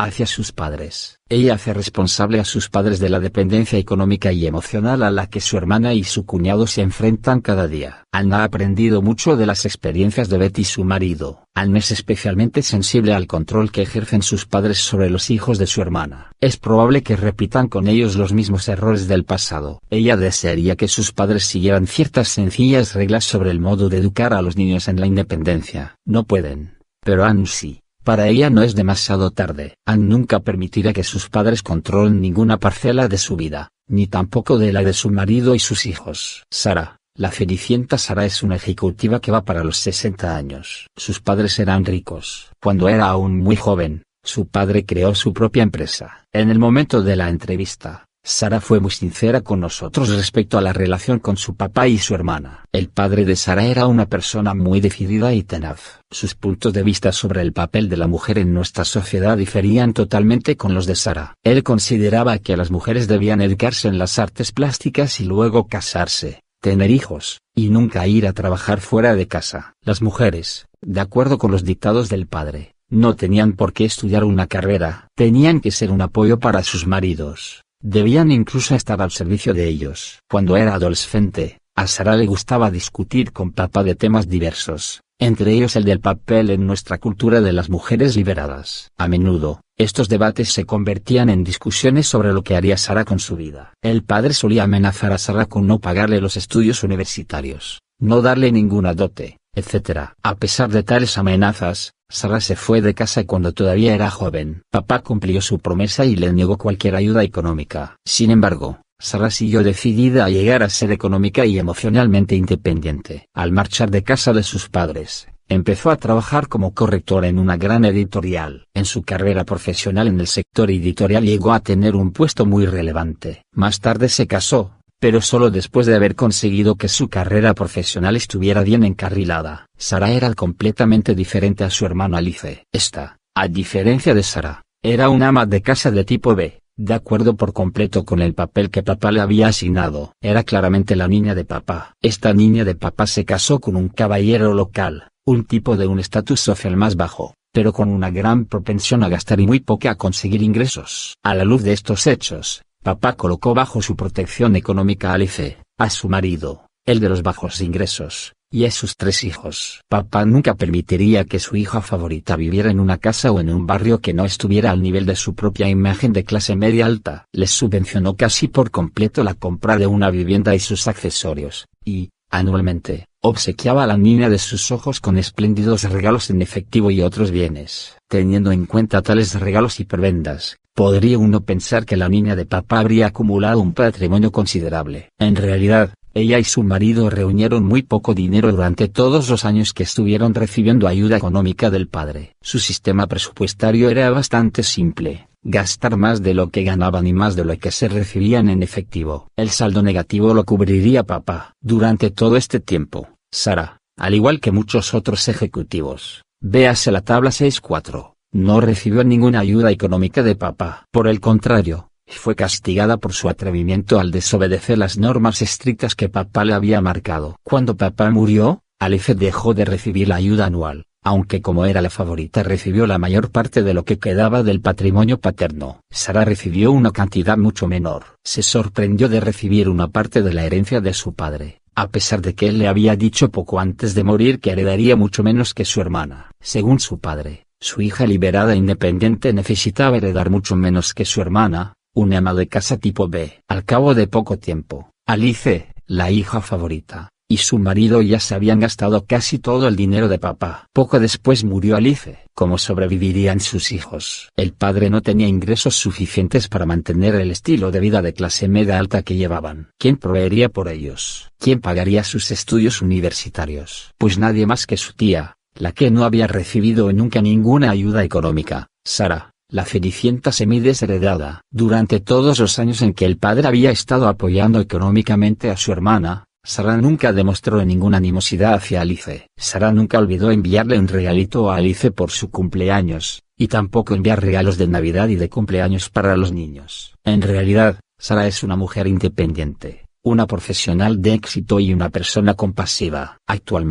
hacia sus padres. Ella hace responsable a sus padres de la dependencia económica y emocional a la que su hermana y su cuñado se enfrentan cada día. Anna ha aprendido mucho de las experiencias de Betty y su marido. Anna es especialmente sensible al control que ejercen sus padres sobre los hijos de su hermana. Es probable que repitan con ellos los mismos errores del pasado. Ella desearía que sus padres siguieran ciertas sencillas reglas sobre el modo de educar a los niños en la independencia. No pueden, pero Anna sí. Para ella no es demasiado tarde. Anne nunca permitirá que sus padres controlen ninguna parcela de su vida, ni tampoco de la de su marido y sus hijos. Sarah, la Cenicienta Sarah es una ejecutiva que va para los sesenta años. Sus padres eran ricos. Cuando era aún muy joven, su padre creó su propia empresa. En el momento de la entrevista, Sarah fue muy sincera con nosotros respecto a la relación con su papá y su hermana. El padre de Sarah era una persona muy decidida y tenaz. Sus puntos de vista sobre el papel de la mujer en nuestra sociedad diferían totalmente con los de Sarah. Él consideraba que las mujeres debían educarse en las artes plásticas y luego casarse, tener hijos, y nunca ir a trabajar fuera de casa. Las mujeres, de acuerdo con los dictados del padre, no tenían por qué estudiar una carrera, tenían que ser un apoyo para sus maridos. Debían incluso estar al servicio de ellos. Cuando era adolescente, a Sarah le gustaba discutir con papá de temas diversos, entre ellos el del papel en nuestra cultura de las mujeres liberadas. A menudo, estos debates se convertían en discusiones sobre lo que haría Sarah con su vida. El padre solía amenazar a Sarah con no pagarle los estudios universitarios, no darle ninguna dote, etcétera. A pesar de tales amenazas, Sarah se fue de casa cuando todavía era joven. Papá cumplió su promesa y le negó cualquier ayuda económica. Sin embargo, Sarah siguió decidida a llegar a ser económica y emocionalmente independiente. Al marchar de casa de sus padres, empezó a trabajar como correctora en una gran editorial. En su carrera profesional en el sector editorial llegó a tener un puesto muy relevante. Más tarde se casó, pero solo después de haber conseguido que su carrera profesional estuviera bien encarrilada. Sarah era completamente diferente a su hermana Alice. Esta, a diferencia de Sarah, era una ama de casa de tipo B, de acuerdo por completo con el papel que papá le había asignado. Era claramente la niña de papá. Esta niña de papá se casó con un caballero local, un tipo de un estatus social más bajo, pero con una gran propensión a gastar y muy poca a conseguir ingresos. A la luz de estos hechos, papá colocó bajo su protección económica a Alice, a su marido, el de los bajos ingresos, y a sus tres hijos. Papá nunca permitiría que su hija favorita viviera en una casa o en un barrio que no estuviera al nivel de su propia imagen de clase media alta. Les subvencionó casi por completo la compra de una vivienda y sus accesorios, y, anualmente, obsequiaba a la niña de sus ojos con espléndidos regalos en efectivo y otros bienes. Teniendo en cuenta tales regalos y prebendas, podría uno pensar que la niña de papá habría acumulado un patrimonio considerable. En realidad, ella y su marido reunieron muy poco dinero durante todos los años que estuvieron recibiendo ayuda económica del padre. Su sistema presupuestario era bastante simple: gastar más de lo que ganaban y más de lo que se recibían en efectivo. El saldo negativo lo cubriría papá. Durante todo este tiempo, Sarah, al igual que muchos otros ejecutivos, véase la tabla seis cuatro, no recibió ninguna ayuda económica de papá. Por el contrario, fue castigada por su atrevimiento al desobedecer las normas estrictas que papá le había marcado. Cuando papá murió, Alice dejó de recibir la ayuda anual, aunque como era la favorita recibió la mayor parte de lo que quedaba del patrimonio paterno. Sarah recibió una cantidad mucho menor. Se sorprendió de recibir una parte de la herencia de su padre, a pesar de que él le había dicho poco antes de morir que heredaría mucho menos que su hermana. Según su padre, su hija liberada e independiente necesitaba heredar mucho menos que su hermana, una ama de casa tipo B. Al cabo de poco tiempo, Alice, la hija favorita, y su marido ya se habían gastado casi todo el dinero de papá. Poco después murió Alice. ¿Cómo sobrevivirían sus hijos? El padre no tenía ingresos suficientes para mantener el estilo de vida de clase media alta que llevaban. ¿Quién proveería por ellos? ¿Quién pagaría sus estudios universitarios? Pues nadie más que su tía, la que no había recibido nunca ninguna ayuda económica. Sarah, la Cenicienta semi-desheredada. Durante todos los años en que el padre había estado apoyando económicamente a su hermana, Sarah nunca demostró ninguna animosidad hacia Alice. Sarah nunca olvidó enviarle un regalito a Alice por su cumpleaños, y tampoco enviar regalos de Navidad y de cumpleaños para los niños. En realidad, Sarah es una mujer independiente, una profesional de éxito y una persona compasiva. Actualmente,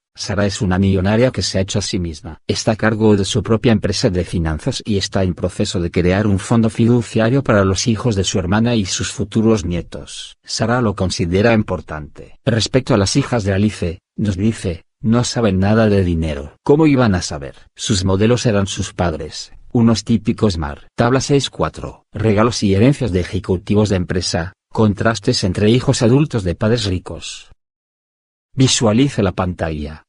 Sara es una millonaria que se ha hecho a sí misma. Está a cargo de su propia empresa de finanzas y está en proceso de crear un fondo fiduciario para los hijos de su hermana y sus futuros nietos. Sara lo considera importante. Respecto a las hijas de Alice, nos dice, no saben nada de dinero. ¿Cómo iban a saber? Sus modelos eran sus padres, unos típicos mar. Tabla seis cuatro. Regalos y herencias de ejecutivos de empresa, contrastes entre hijos adultos de padres ricos. Visualice la pantalla.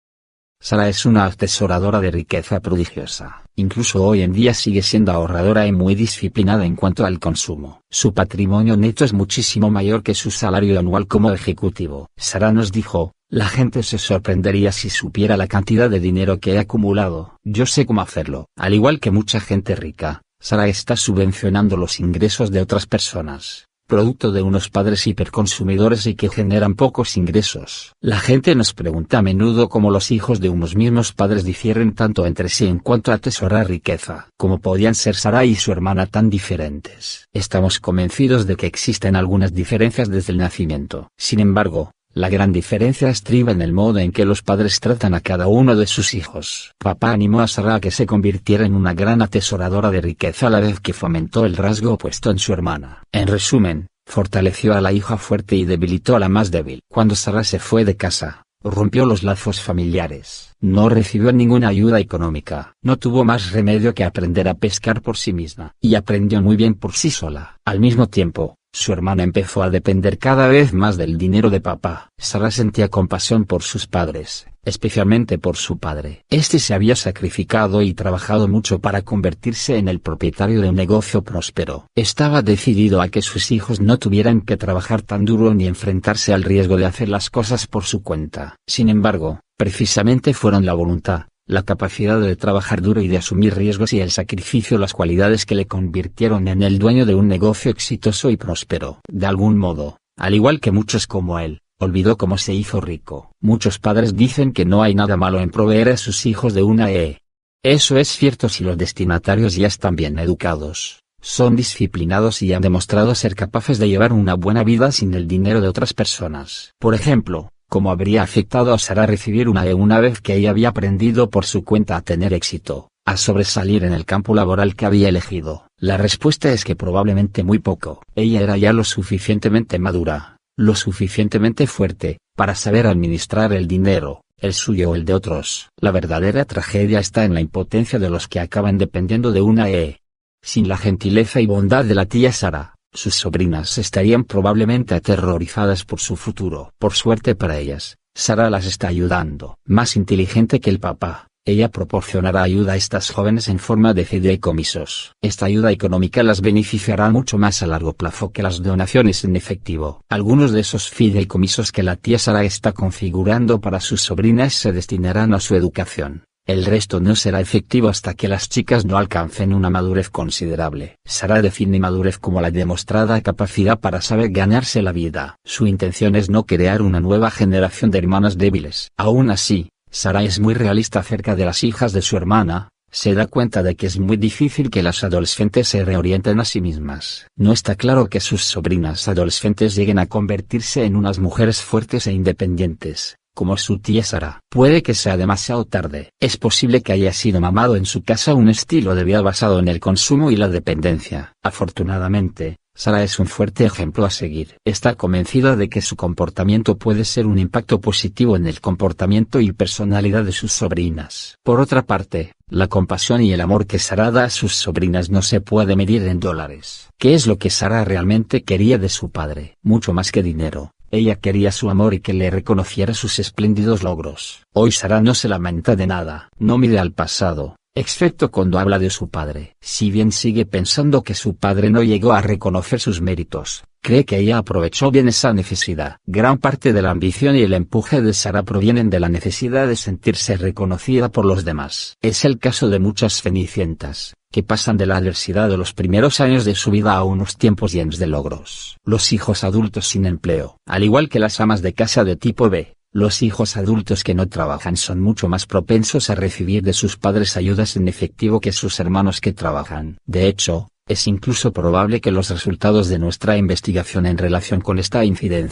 Sara es una atesoradora de riqueza prodigiosa. Incluso hoy en día sigue siendo ahorradora y muy disciplinada en cuanto al consumo. Su patrimonio neto es muchísimo mayor que su salario anual como ejecutivo. Sara nos dijo, la gente se sorprendería si supiera la cantidad de dinero que he acumulado. Yo sé cómo hacerlo. Al igual que mucha gente rica, Sara está subvencionando los ingresos de otras personas, producto de unos padres hiperconsumidores y que generan pocos ingresos. La gente nos pregunta a menudo cómo los hijos de unos mismos padres difieren tanto entre sí en cuanto a atesorar riqueza. ¿Cómo podían ser Sara y su hermana tan diferentes? Estamos convencidos de que existen algunas diferencias desde el nacimiento. Sin embargo, la gran diferencia estriba en el modo en que los padres tratan a cada uno de sus hijos. Papá animó a Sara a que se convirtiera en una gran atesoradora de riqueza a la vez que fomentó el rasgo opuesto en su hermana. En resumen, fortaleció a la hija fuerte y debilitó a la más débil. Cuando Sara se fue de casa, rompió los lazos familiares. No recibió ninguna ayuda económica. No tuvo más remedio que aprender a pescar por sí misma. Y aprendió muy bien por sí sola. Al mismo tiempo, su hermana empezó a depender cada vez más del dinero de papá. Sara sentía compasión por sus padres, especialmente por su padre. Este se había sacrificado y trabajado mucho para convertirse en el propietario de un negocio próspero. Estaba decidido a que sus hijos no tuvieran que trabajar tan duro ni enfrentarse al riesgo de hacer las cosas por su cuenta. Sin embargo, precisamente fueron la voluntad, la capacidad de trabajar duro y de asumir riesgos y el sacrificio las cualidades que le convirtieron en el dueño de un negocio exitoso y próspero. De algún modo, al igual que muchos como él, olvidó cómo se hizo rico. Muchos padres dicen que no hay nada malo en proveer a sus hijos de una E. Eso es cierto si los destinatarios ya están bien educados, son disciplinados y han demostrado ser capaces de llevar una buena vida sin el dinero de otras personas. Por ejemplo, ¿cómo habría afectado a Sara recibir una E una vez que ella había aprendido por su cuenta a tener éxito, a sobresalir en el campo laboral que había elegido? La respuesta es que probablemente muy poco. Ella era ya lo suficientemente madura, lo suficientemente fuerte, para saber administrar el dinero, el suyo o el de otros. La verdadera tragedia está en la impotencia de los que acaban dependiendo de una E. Sin la gentileza y bondad de la tía Sara, sus sobrinas estarían probablemente aterrorizadas por su futuro. Por suerte para ellas, Sara las está ayudando. Más inteligente que el papá, ella proporcionará ayuda a estas jóvenes en forma de fideicomisos. Esta ayuda económica las beneficiará mucho más a largo plazo que las donaciones en efectivo. Algunos de esos fideicomisos que la tía Sara está configurando para sus sobrinas se destinarán a su educación. El resto no será efectivo hasta que las chicas no alcancen una madurez considerable. Sara define madurez como la demostrada capacidad para saber ganarse la vida. Su intención es no crear una nueva generación de hermanas débiles. Aún así, Sara es muy realista acerca de las hijas de su hermana. Se da cuenta de que es muy difícil que las adolescentes se reorienten a sí mismas. No está claro que sus sobrinas adolescentes lleguen a convertirse en unas mujeres fuertes e independientes, como su tía Sara. Puede que sea demasiado tarde. Es posible que haya sido mamado en su casa un estilo de vida basado en el consumo y la dependencia. Afortunadamente, Sara es un fuerte ejemplo a seguir. Está convencida de que su comportamiento puede ser un impacto positivo en el comportamiento y personalidad de sus sobrinas. Por otra parte, la compasión y el amor que Sara da a sus sobrinas no se puede medir en dólares. ¿Qué es lo que Sara realmente quería de su padre? Mucho más que dinero. Ella quería su amor y que le reconociera sus espléndidos logros. Hoy Sara no se lamenta de nada. No mire al pasado, excepto cuando habla de su padre. Si bien sigue pensando que su padre no llegó a reconocer sus méritos, cree que ella aprovechó bien esa necesidad. Gran parte de la ambición y el empuje de Sara provienen de la necesidad de sentirse reconocida por los demás. Es el caso de muchas cenicientas, que pasan de la adversidad de los primeros años de su vida a unos tiempos llenos de logros. Los hijos adultos sin empleo. Al igual que las amas de casa de tipo B, los hijos adultos que no trabajan son mucho más propensos a recibir de sus padres ayudas en efectivo que sus hermanos que trabajan. De hecho, es incluso probable que los resultados de nuestra investigación en relación con esta incidencia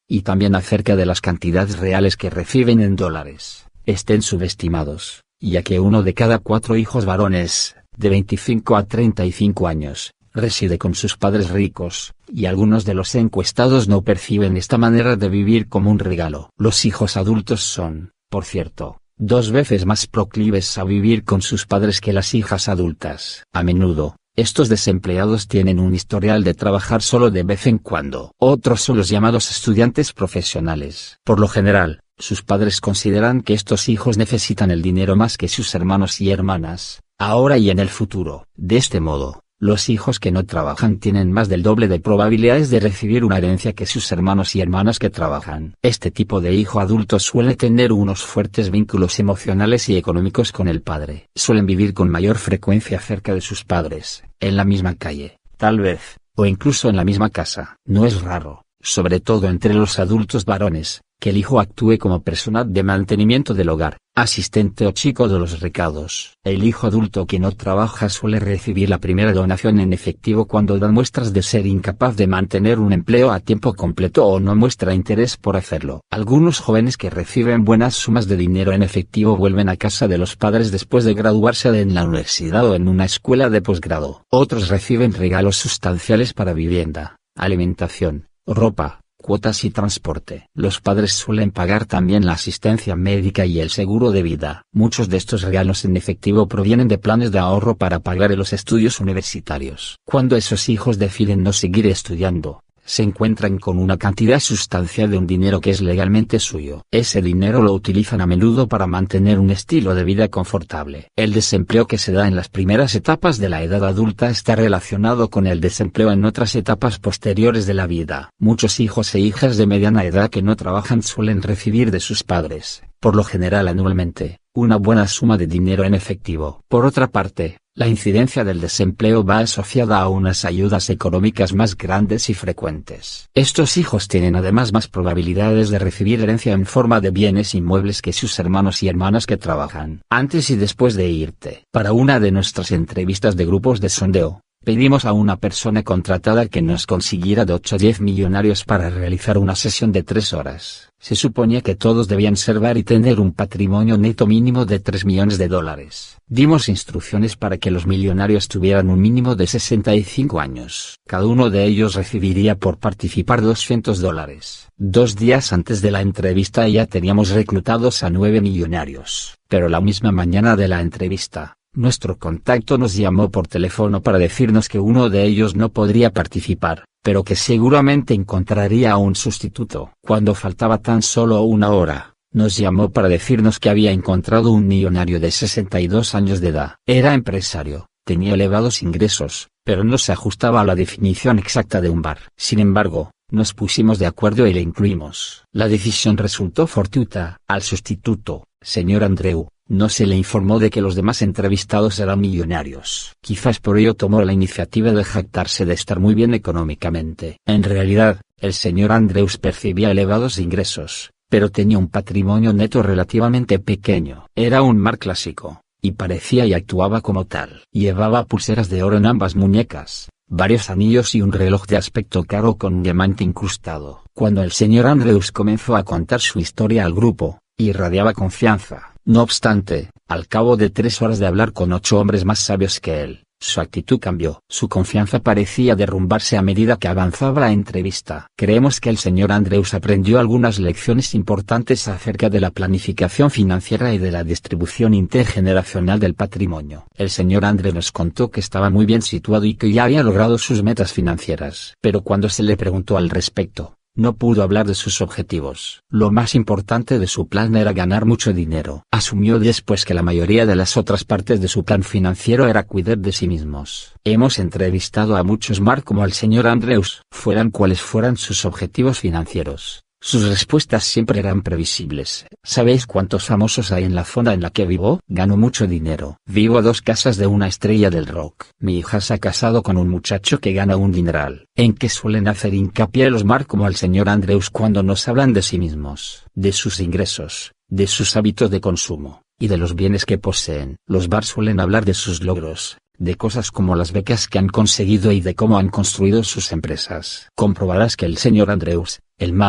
y también acerca de las cantidades reales que reciben en dólares, estén subestimados, ya que uno de cada cuatro hijos varones, de veinticinco a treinta y cinco años, reside con sus padres ricos, y algunos de los encuestados no perciben esta manera de vivir como un regalo. Los hijos adultos son, por cierto, dos veces más proclives a vivir con sus padres que las hijas adultas. A menudo, estos desempleados tienen un historial de trabajar solo de vez en cuando. Otros son los llamados estudiantes profesionales. Por lo general, sus padres consideran que estos hijos necesitan el dinero más que sus hermanos y hermanas, ahora y en el futuro. De este modo, los hijos que no trabajan tienen más del doble de probabilidades de recibir una herencia que sus hermanos y hermanas que trabajan. Este tipo de hijo adulto suele tener unos fuertes vínculos emocionales y económicos con el padre. Suelen vivir con mayor frecuencia cerca de sus padres, en la misma calle, tal vez, o incluso en la misma casa. No es raro, sobre todo entre los adultos varones, que el hijo actúe como persona de mantenimiento del hogar, asistente o chico de los recados. El hijo adulto que no trabaja suele recibir la primera donación en efectivo cuando da muestras de ser incapaz de mantener un empleo a tiempo completo o no muestra interés por hacerlo. Algunos jóvenes que reciben buenas sumas de dinero en efectivo vuelven a casa de los padres después de graduarse de en la universidad o en una escuela de posgrado. Otros reciben regalos sustanciales para vivienda, alimentación, ropa, cuotas y transporte. Los padres suelen pagar también la asistencia médica y el seguro de vida. Muchos de estos regalos en efectivo provienen de planes de ahorro para pagar los estudios universitarios. Cuando esos hijos deciden no seguir estudiando, se encuentran con una cantidad sustancial de un dinero que es legalmente suyo. Ese dinero lo utilizan a menudo para mantener un estilo de vida confortable. El desempleo que se da en las primeras etapas de la edad adulta está relacionado con el desempleo en otras etapas posteriores de la vida. Muchos hijos e hijas de mediana edad que no trabajan suelen recibir de sus padres, por lo general anualmente, una buena suma de dinero en efectivo. Por otra parte, la incidencia del desempleo va asociada a unas ayudas económicas más grandes y frecuentes. Estos hijos tienen además más probabilidades de recibir herencia en forma de bienes inmuebles que sus hermanos y hermanas que trabajan. Antes y después de irte. Para una de nuestras entrevistas de grupos de sondeo, pedimos a una persona contratada que nos consiguiera de ocho a diez millonarios para realizar una sesión de tres horas. Se suponía que todos debían ser y tener un patrimonio neto mínimo de tres millones de dólares. Dimos instrucciones para que los millonarios tuvieran un mínimo de sesenta y cinco años. Cada uno de ellos recibiría por participar doscientos dólares. Dos días antes de la entrevista ya teníamos reclutados a nueve millonarios. Pero la misma mañana de la entrevista, nuestro contacto nos llamó por teléfono para decirnos que uno de ellos no podría participar, pero que seguramente encontraría a un sustituto. Cuando faltaba tan solo una hora, nos llamó para decirnos que había encontrado un millonario de sesenta y dos años de edad. Era empresario, tenía elevados ingresos, pero no se ajustaba a la definición exacta de un bar. Sin embargo, nos pusimos de acuerdo y le incluimos. La decisión resultó fortuita. Al sustituto, señor Andreu, no se le informó de que los demás entrevistados eran millonarios. Quizás por ello tomó la iniciativa de jactarse de estar muy bien económicamente. En realidad, el señor Andreus percibía elevados ingresos, pero tenía un patrimonio neto relativamente pequeño. Era un mar clásico, y parecía y actuaba como tal. Llevaba pulseras de oro en ambas muñecas, varios anillos y un reloj de aspecto caro con un diamante incrustado. Cuando el señor Andreus comenzó a contar su historia al grupo, irradiaba confianza. No obstante, al cabo de tres horas de hablar con ocho hombres más sabios que él, su actitud cambió. Su confianza parecía derrumbarse a medida que avanzaba la entrevista. Creemos que el señor Andreus aprendió algunas lecciones importantes acerca de la planificación financiera y de la distribución intergeneracional del patrimonio. El señor Andreus nos contó que estaba muy bien situado y que ya había logrado sus metas financieras. Pero cuando se le preguntó al respecto, no pudo hablar de sus objetivos. Lo más importante de su plan era ganar mucho dinero. Asumió después que la mayoría de las otras partes de su plan financiero era cuidar de sí mismos. Hemos entrevistado a muchos Mark como al señor Andreus. Fueran cuales fueran sus objetivos financieros, sus respuestas siempre eran previsibles. ¿Sabéis cuántos famosos hay en la zona en la que vivo? Gano mucho dinero. Vivo a dos casas de una estrella del rock. Mi hija se ha casado con un muchacho que gana un dineral. ¿En qué suelen hacer hincapié los Mark como al señor Andreus cuando nos hablan de sí mismos, de sus ingresos, de sus hábitos de consumo, y de los bienes que poseen? Los Bar suelen hablar de sus logros, de cosas como las becas que han conseguido y de cómo han construido sus empresas. Comprobarás que el señor Andreus, el Mar,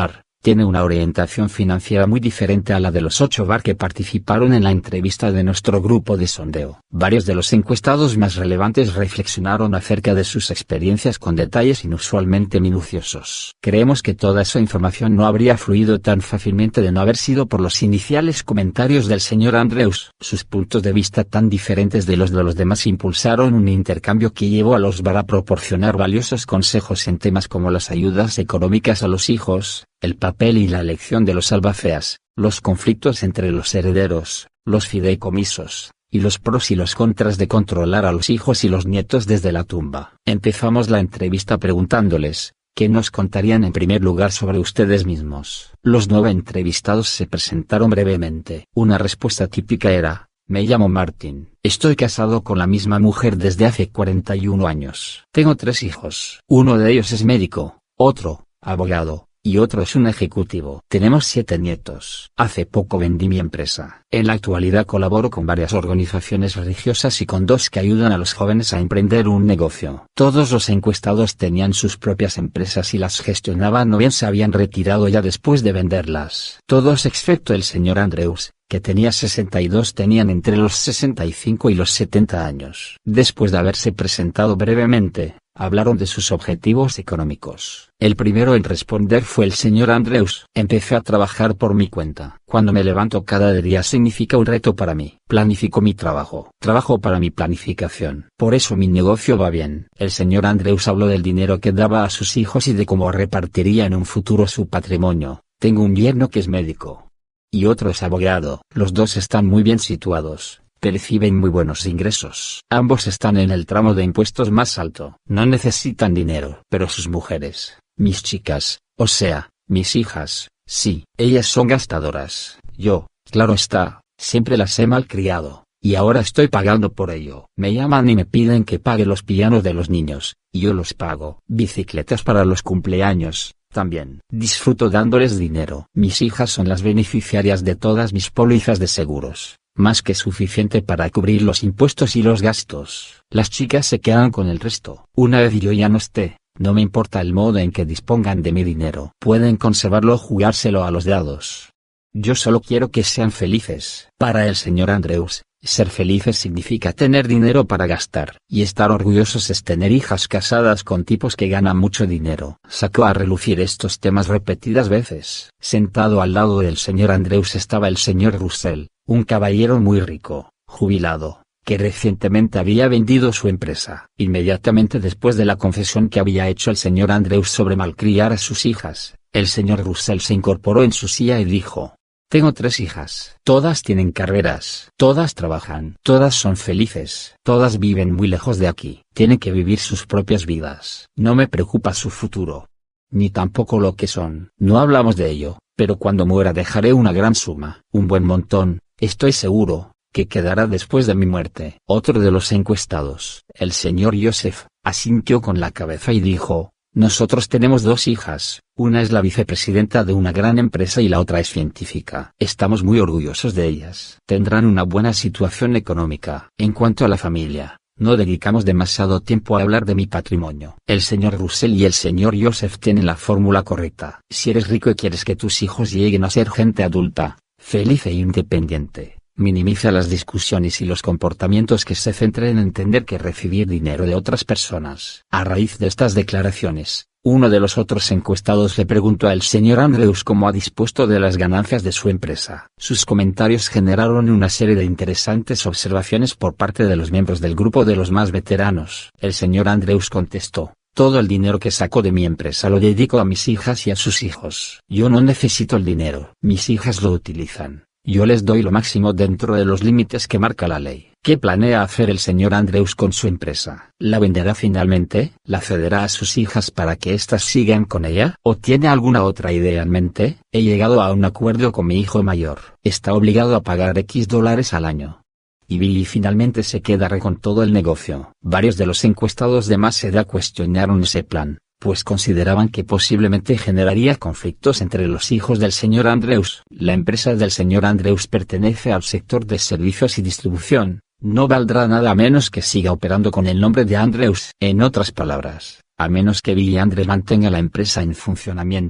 tiene una orientación financiera muy diferente a la de los ocho bar que participaron en la entrevista de nuestro grupo de sondeo. Varios de los encuestados más relevantes reflexionaron acerca de sus experiencias con detalles inusualmente minuciosos. Creemos que toda esa información no habría fluido tan fácilmente de no haber sido por los iniciales comentarios del señor Andrews. Sus puntos de vista tan diferentes de los de los demás impulsaron un intercambio que llevó a los bar a proporcionar valiosos consejos en temas como las ayudas económicas a los hijos, el papel y la elección de los albaceas, los conflictos entre los herederos, los fideicomisos, y los pros y los contras de controlar a los hijos y los nietos desde la tumba. Empezamos la entrevista preguntándoles, ¿qué nos contarían en primer lugar sobre ustedes mismos? Los nueve entrevistados se presentaron brevemente. Una respuesta típica era, me llamo Martin, estoy casado con la misma mujer desde hace cuarenta y un años. Tengo tres hijos. Uno de ellos es médico, otro, abogado, y otro es un ejecutivo. Tenemos siete nietos. Hace poco vendí mi empresa. En la actualidad colaboro con varias organizaciones religiosas y con dos que ayudan a los jóvenes a emprender un negocio. Todos los encuestados tenían sus propias empresas y las gestionaban o bien se habían retirado ya después de venderlas. Todos excepto el señor Andrews, que tenía sesenta y dos, tenían entre los sesenta y cinco y los setenta años. Después de haberse presentado brevemente, hablaron de sus objetivos económicos. El primero en responder fue el señor Andrews. Empecé a trabajar por mi cuenta. Cuando me levanto cada día significa un reto para mí. Planifico mi trabajo. Trabajo para mi planificación. Por eso mi negocio va bien. El señor Andrews habló del dinero que daba a sus hijos y de cómo repartiría en un futuro su patrimonio. Tengo un yerno que es médico. Y otro es abogado. Los dos están muy bien situados. Perciben muy buenos ingresos. Ambos están en el tramo de impuestos más alto. No necesitan dinero. Pero sus mujeres, mis chicas, o sea, mis hijas, sí, ellas son gastadoras. Yo, claro está, siempre las he malcriado, y ahora estoy pagando por ello. Me llaman y me piden que pague los pianos de los niños, y yo los pago. Bicicletas para los cumpleaños. También disfruto dándoles dinero. Mis hijas son las beneficiarias de todas mis pólizas de seguros. Más que suficiente para cubrir los impuestos y los gastos. Las chicas se quedan con el resto. Una vez yo ya no esté, no me importa el modo en que dispongan de mi dinero. Pueden conservarlo o jugárselo a los dados. Yo solo quiero que sean felices. Para el señor Andrews, ser felices significa tener dinero para gastar. Y estar orgullosos es tener hijas casadas con tipos que ganan mucho dinero. Sacó a relucir estos temas repetidas veces. Sentado al lado del señor Andrews estaba el señor Russell, un caballero muy rico, jubilado, que recientemente había vendido su empresa. Inmediatamente después de la confesión que había hecho el señor Andrews sobre malcriar a sus hijas, el señor Russell se incorporó en su silla y dijo, tengo tres hijas. Todas tienen carreras. Todas trabajan. Todas son felices. Todas viven muy lejos de aquí. Tienen que vivir sus propias vidas. No me preocupa su futuro. Ni tampoco lo que son. No hablamos de ello, pero cuando muera dejaré una gran suma. Un buen montón, estoy seguro, que quedará después de mi muerte. Otro de los encuestados, el señor Joseph, asintió con la cabeza y dijo, nosotros tenemos dos hijas, una es la vicepresidenta de una gran empresa y la otra es científica. Estamos muy orgullosos de ellas. Tendrán una buena situación económica. En cuanto a la familia, no dedicamos demasiado tiempo a hablar de mi patrimonio. El señor Russell y el señor Joseph tienen la fórmula correcta. Si eres rico y quieres que tus hijos lleguen a ser gente adulta, feliz e independiente, minimiza las discusiones y los comportamientos que se centren en entender que recibir dinero de otras personas. A raíz de estas declaraciones, uno de los otros encuestados le preguntó al señor Andrews cómo ha dispuesto de las ganancias de su empresa. Sus comentarios generaron una serie de interesantes observaciones por parte de los miembros del grupo de los más veteranos. El señor Andrews contestó, todo el dinero que saco de mi empresa lo dedico a mis hijas y a sus hijos. Yo no necesito el dinero. Mis hijas lo utilizan. Yo les doy lo máximo dentro de los límites que marca la ley. ¿Qué planea hacer el señor Andrews con su empresa? ¿La venderá finalmente? ¿La cederá a sus hijas para que éstas sigan con ella? ¿O tiene alguna otra idea en mente? He llegado a un acuerdo con mi hijo mayor. Está obligado a pagar X dólares al año. Y Billy finalmente se quedará con todo el negocio. Varios de los encuestados de más edad cuestionaron ese plan, pues consideraban que posiblemente generaría conflictos entre los hijos del señor Andrews. La empresa del señor Andrews pertenece al sector de servicios y distribución, no valdrá nada a menos que siga operando con el nombre de Andrews. En otras palabras, a menos que Billy Andrews mantenga la empresa en funcionamiento,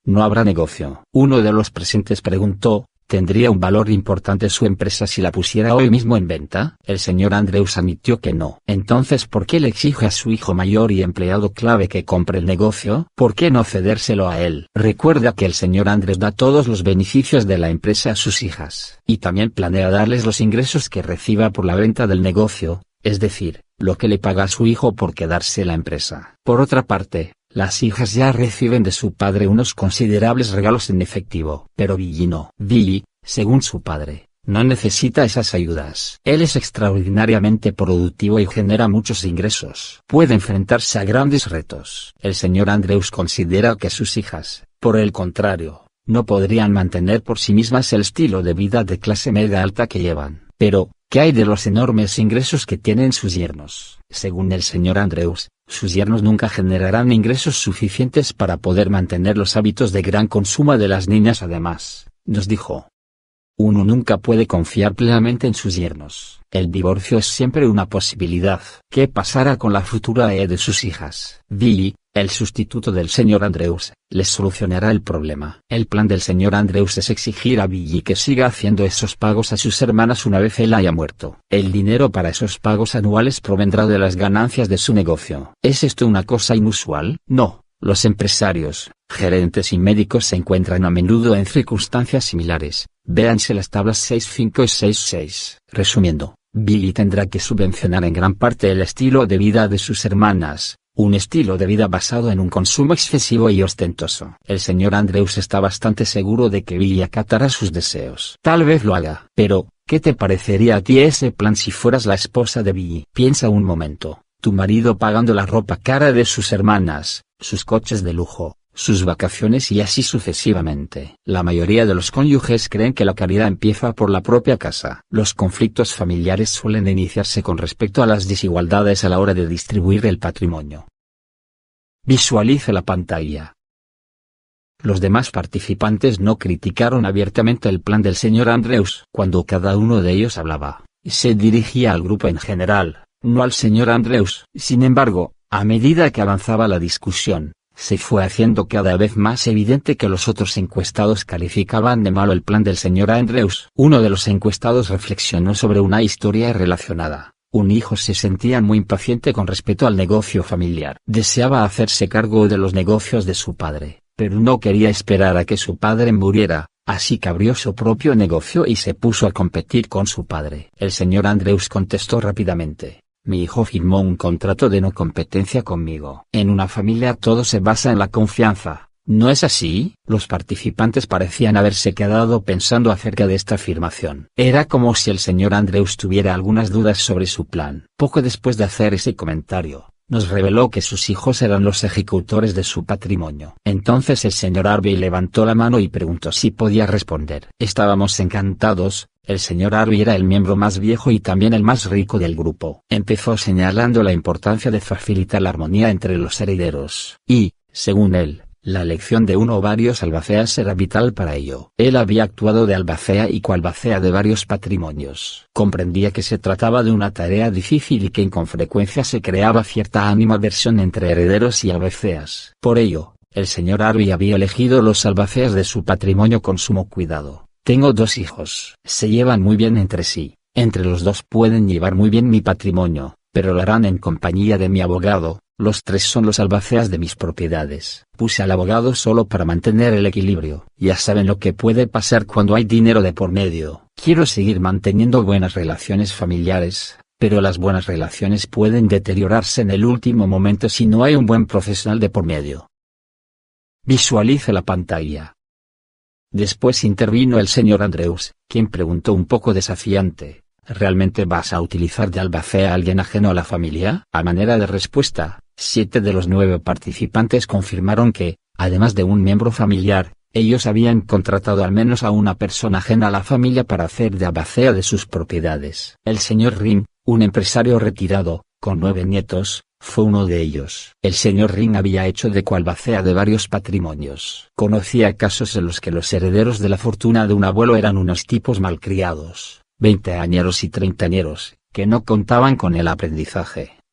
no habrá negocio. Uno de los presentes preguntó, ¿tendría un valor importante su empresa si la pusiera hoy mismo en venta? El señor Andrews admitió que no. Entonces, ¿por qué le exige a su hijo mayor y empleado clave que compre el negocio? ¿Por qué no cedérselo a él? Recuerda que el señor Andrews da todos los beneficios de la empresa a sus hijas, y también planea darles los ingresos que reciba por la venta del negocio, es decir, lo que le paga a su hijo por quedarse la empresa. Por otra parte, las hijas ya reciben de su padre unos considerables regalos en efectivo. Pero Billy no. Billy, según su padre, no necesita esas ayudas. Él es extraordinariamente productivo y genera muchos ingresos. Puede enfrentarse a grandes retos. El señor Andrews considera que sus hijas, por el contrario, no podrían mantener por sí mismas el estilo de vida de clase media alta que llevan. Pero, ¿qué hay de los enormes ingresos que tienen sus yernos? Según el señor Andrews, sus yernos nunca generarán ingresos suficientes para poder mantener los hábitos de gran consumo de las niñas. Además, nos dijo, uno nunca puede confiar plenamente en sus yernos. El divorcio es siempre una posibilidad. ¿Qué pasará con la futura E de sus hijas? Billy, el sustituto del señor Andrews, les solucionará el problema. El plan del señor Andrews es exigir a Billy que siga haciendo esos pagos a sus hermanas una vez él haya muerto. El dinero para esos pagos anuales provendrá de las ganancias de su negocio. ¿Es esto una cosa inusual? No. Los empresarios, gerentes y médicos se encuentran a menudo en circunstancias similares. Véanse las tablas seis cinco y seis seis. Resumiendo, Billy tendrá que subvencionar en gran parte el estilo de vida de sus hermanas, un estilo de vida basado en un consumo excesivo y ostentoso. El señor Andrews está bastante seguro de que Billy acatará sus deseos. Tal vez lo haga. Pero, ¿qué te parecería a ti ese plan si fueras la esposa de Billy? Piensa un momento. Tu marido pagando la ropa cara de sus hermanas, sus coches de lujo, sus vacaciones y así sucesivamente. La mayoría de los cónyuges creen que la caridad empieza por la propia casa. Los conflictos familiares suelen iniciarse con respecto a las desigualdades a la hora de distribuir el patrimonio. Visualice la pantalla. Los demás participantes no criticaron abiertamente el plan del señor Andrews. Cuando cada uno de ellos hablaba, se dirigía al grupo en general, no al señor Andrews. Sin embargo, a medida que avanzaba la discusión, se fue haciendo cada vez más evidente que los otros encuestados calificaban de malo el plan del señor Andrews. Uno de los encuestados reflexionó sobre una historia relacionada. Un hijo se sentía muy impaciente con respecto al negocio familiar. Deseaba hacerse cargo de los negocios de su padre, pero no quería esperar a que su padre muriera, así que abrió su propio negocio y se puso a competir con su padre. El señor Andrews contestó rápidamente. Mi hijo firmó un contrato de no competencia conmigo. En una familia todo se basa en la confianza, ¿no es así? Los participantes parecían haberse quedado pensando acerca de esta afirmación. Era como si el señor Andrews tuviera algunas dudas sobre su plan. Poco después de hacer ese comentario, nos reveló que sus hijos eran los ejecutores de su patrimonio. Entonces el señor Harvey levantó la mano y preguntó si podía responder. Estábamos encantados. El señor Harvey era el miembro más viejo y también el más rico del grupo. Empezó señalando la importancia de facilitar la armonía entre los herederos. Y, según él, la elección de uno o varios albaceas era vital para ello. Él había actuado de albacea y coalbacea de varios patrimonios. Comprendía que se trataba de una tarea difícil y que con frecuencia se creaba cierta animadversión entre herederos y albaceas. Por ello, el señor Harvey había elegido los albaceas de su patrimonio con sumo cuidado. Tengo dos hijos. Se llevan muy bien entre sí. Entre los dos pueden llevar muy bien mi patrimonio, pero lo harán en compañía de mi abogado. Los tres son los albaceas de mis propiedades. Puse al abogado solo para mantener el equilibrio. Ya saben lo que puede pasar cuando hay dinero de por medio. Quiero seguir manteniendo buenas relaciones familiares, pero las buenas relaciones pueden deteriorarse en el último momento si no hay un buen profesional de por medio. Visualice la pantalla. Después intervino el señor Andrews, quien preguntó un poco desafiante, ¿realmente vas a utilizar de albacea a alguien ajeno a la familia? A manera de respuesta, siete de los nueve participantes confirmaron que, además de un miembro familiar, ellos habían contratado al menos a una persona ajena a la familia para hacer de albacea de sus propiedades. El señor Ring, un empresario retirado, con nueve nietos, fue uno de ellos. El señor Ring había hecho de coalbacea de varios patrimonios. Conocía casos en los que los herederos de la fortuna de un abuelo eran unos tipos malcriados, veinteañeros y treintañeros, que no contaban con el aprendizaje,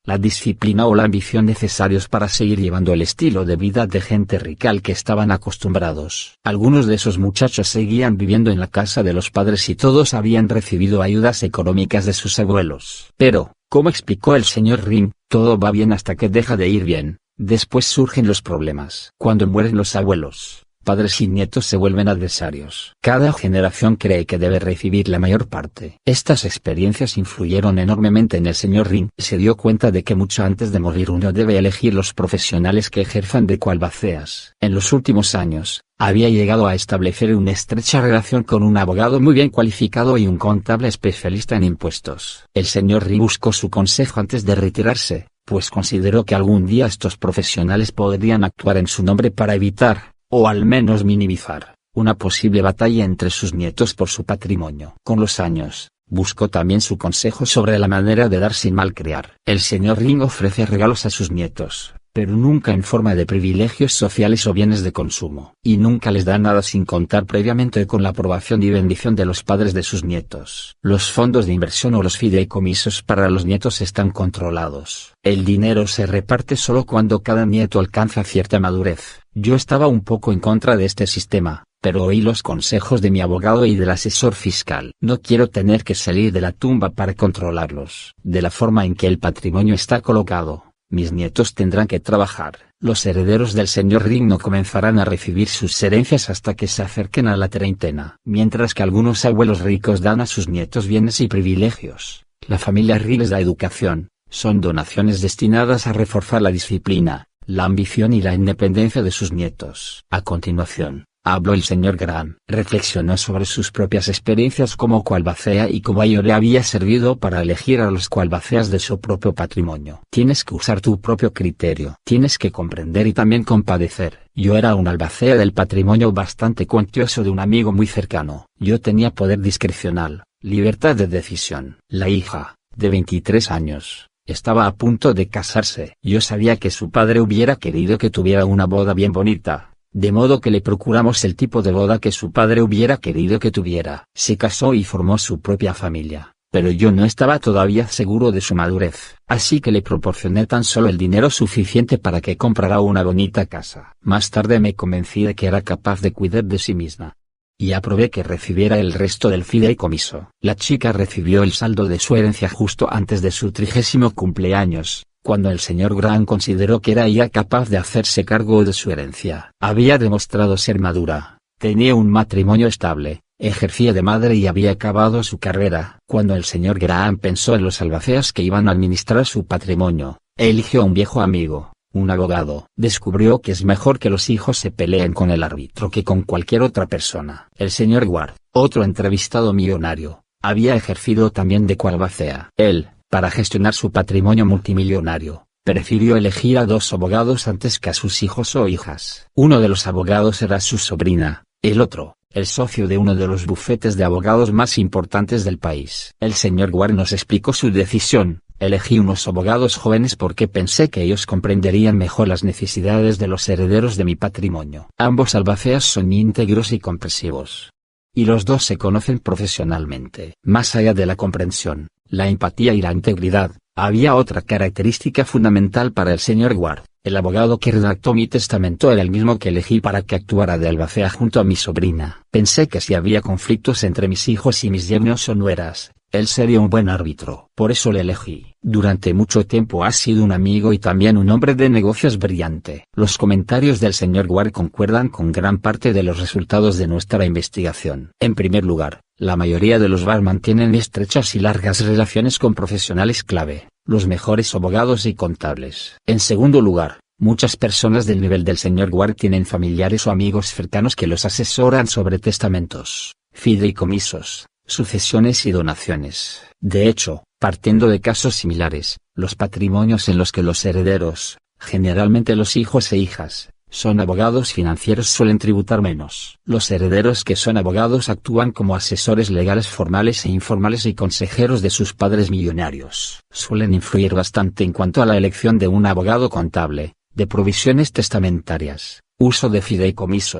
la disciplina o la ambición necesarios para seguir llevando el estilo de vida de gente rica al que estaban acostumbrados. Algunos de esos muchachos seguían viviendo en la casa de los padres y todos habían recibido ayudas económicas de sus abuelos. Pero, como explicó el señor Ring, todo va bien hasta que deja de ir bien, después surgen los problemas. Cuando mueren los abuelos, padres y nietos se vuelven adversarios. Cada generación cree que debe recibir la mayor parte. Estas experiencias influyeron enormemente en el señor Ring. Se dio cuenta de que mucho antes de morir uno debe elegir los profesionales que ejerzan de coalbaceas. En los últimos años, había llegado a establecer una estrecha relación con un abogado muy bien cualificado y un contable especialista en impuestos. El señor Ring buscó su consejo antes de retirarse, pues consideró que algún día estos profesionales podrían actuar en su nombre para evitar, o al menos minimizar, una posible batalla entre sus nietos por su patrimonio. Con los años, buscó también su consejo sobre la manera de dar sin malcriar. El señor Ring ofrece regalos a sus nietos, pero nunca en forma de privilegios sociales o bienes de consumo. Y nunca les da nada sin contar previamente con la aprobación y bendición de los padres de sus nietos. Los fondos de inversión o los fideicomisos para los nietos están controlados. El dinero se reparte solo cuando cada nieto alcanza cierta madurez. Yo estaba un poco en contra de este sistema, pero oí los consejos de mi abogado y del asesor fiscal. No quiero tener que salir de la tumba para controlarlos. De la forma en que el patrimonio está colocado, mis nietos tendrán que trabajar. Los herederos del señor Ring no comenzarán a recibir sus herencias hasta que se acerquen a la treintena. Mientras que algunos abuelos ricos dan a sus nietos bienes y privilegios, la familia Ring les da educación. Son donaciones destinadas a reforzar la disciplina, la ambición y la independencia de sus nietos. A continuación, habló el señor Graham. Reflexionó sobre sus propias experiencias como coalbacea y cómo a ello le había servido para elegir a los coalbaceas de su propio patrimonio. Tienes que usar tu propio criterio. Tienes que comprender y también compadecer. Yo era un albacea del patrimonio bastante cuantioso de un amigo muy cercano. Yo tenía poder discrecional, libertad de decisión. La hija, de veintitrés años, estaba a punto de casarse. Yo sabía que su padre hubiera querido que tuviera una boda bien bonita, de modo que le procuramos el tipo de boda que su padre hubiera querido que tuviera. Se casó y formó su propia familia, pero yo no estaba todavía seguro de su madurez, así que le proporcioné tan solo el dinero suficiente para que comprara una bonita casa. Más tarde me convencí de que era capaz de cuidar de sí misma, y aprobé que recibiera el resto del fideicomiso. La chica recibió el saldo de su herencia justo antes de su trigésimo cumpleaños, cuando el señor Graham consideró que era ya capaz de hacerse cargo de su herencia. Había demostrado ser madura, tenía un matrimonio estable, ejercía de madre y había acabado su carrera. Cuando el señor Graham pensó en los albaceas que iban a administrar su patrimonio, eligió a un viejo amigo, un abogado. Descubrió que es mejor que los hijos se peleen con el árbitro que con cualquier otra persona. El señor Ward, otro entrevistado millonario, había ejercido también de coalbacea. Él, para gestionar su patrimonio multimillonario, prefirió elegir a dos abogados antes que a sus hijos o hijas. Uno de los abogados era su sobrina, el otro, el socio de uno de los bufetes de abogados más importantes del país. El señor Ward nos explicó su decisión. Elegí unos abogados jóvenes porque pensé que ellos comprenderían mejor las necesidades de los herederos de mi patrimonio. Ambos albaceas son íntegros y comprensivos, y los dos se conocen profesionalmente. Más allá de la comprensión, la empatía y la integridad, había otra característica fundamental para el señor Ward. El abogado que redactó mi testamento era el mismo que elegí para que actuara de albacea junto a mi sobrina. Pensé que si había conflictos entre mis hijos y mis yernos o nueras, él sería un buen árbitro. Por eso le elegí. Durante mucho tiempo ha sido un amigo y también un hombre de negocios brillante. Los comentarios del señor Ward concuerdan con gran parte de los resultados de nuestra investigación. En primer lugar, la mayoría de los barman mantienen estrechas y largas relaciones con profesionales clave, los mejores abogados y contables. En segundo lugar, muchas personas del nivel del señor Ward tienen familiares o amigos cercanos que los asesoran sobre testamentos, fideicomisos, sucesiones y donaciones. De hecho, partiendo de casos similares, los patrimonios en los que los herederos, generalmente los hijos e hijas, son abogados financieros suelen tributar menos. Los herederos que son abogados actúan como asesores legales formales e informales y consejeros de sus padres millonarios. Suelen influir bastante en cuanto a la elección de un abogado contable, de provisiones testamentarias, uso de fideicomisos,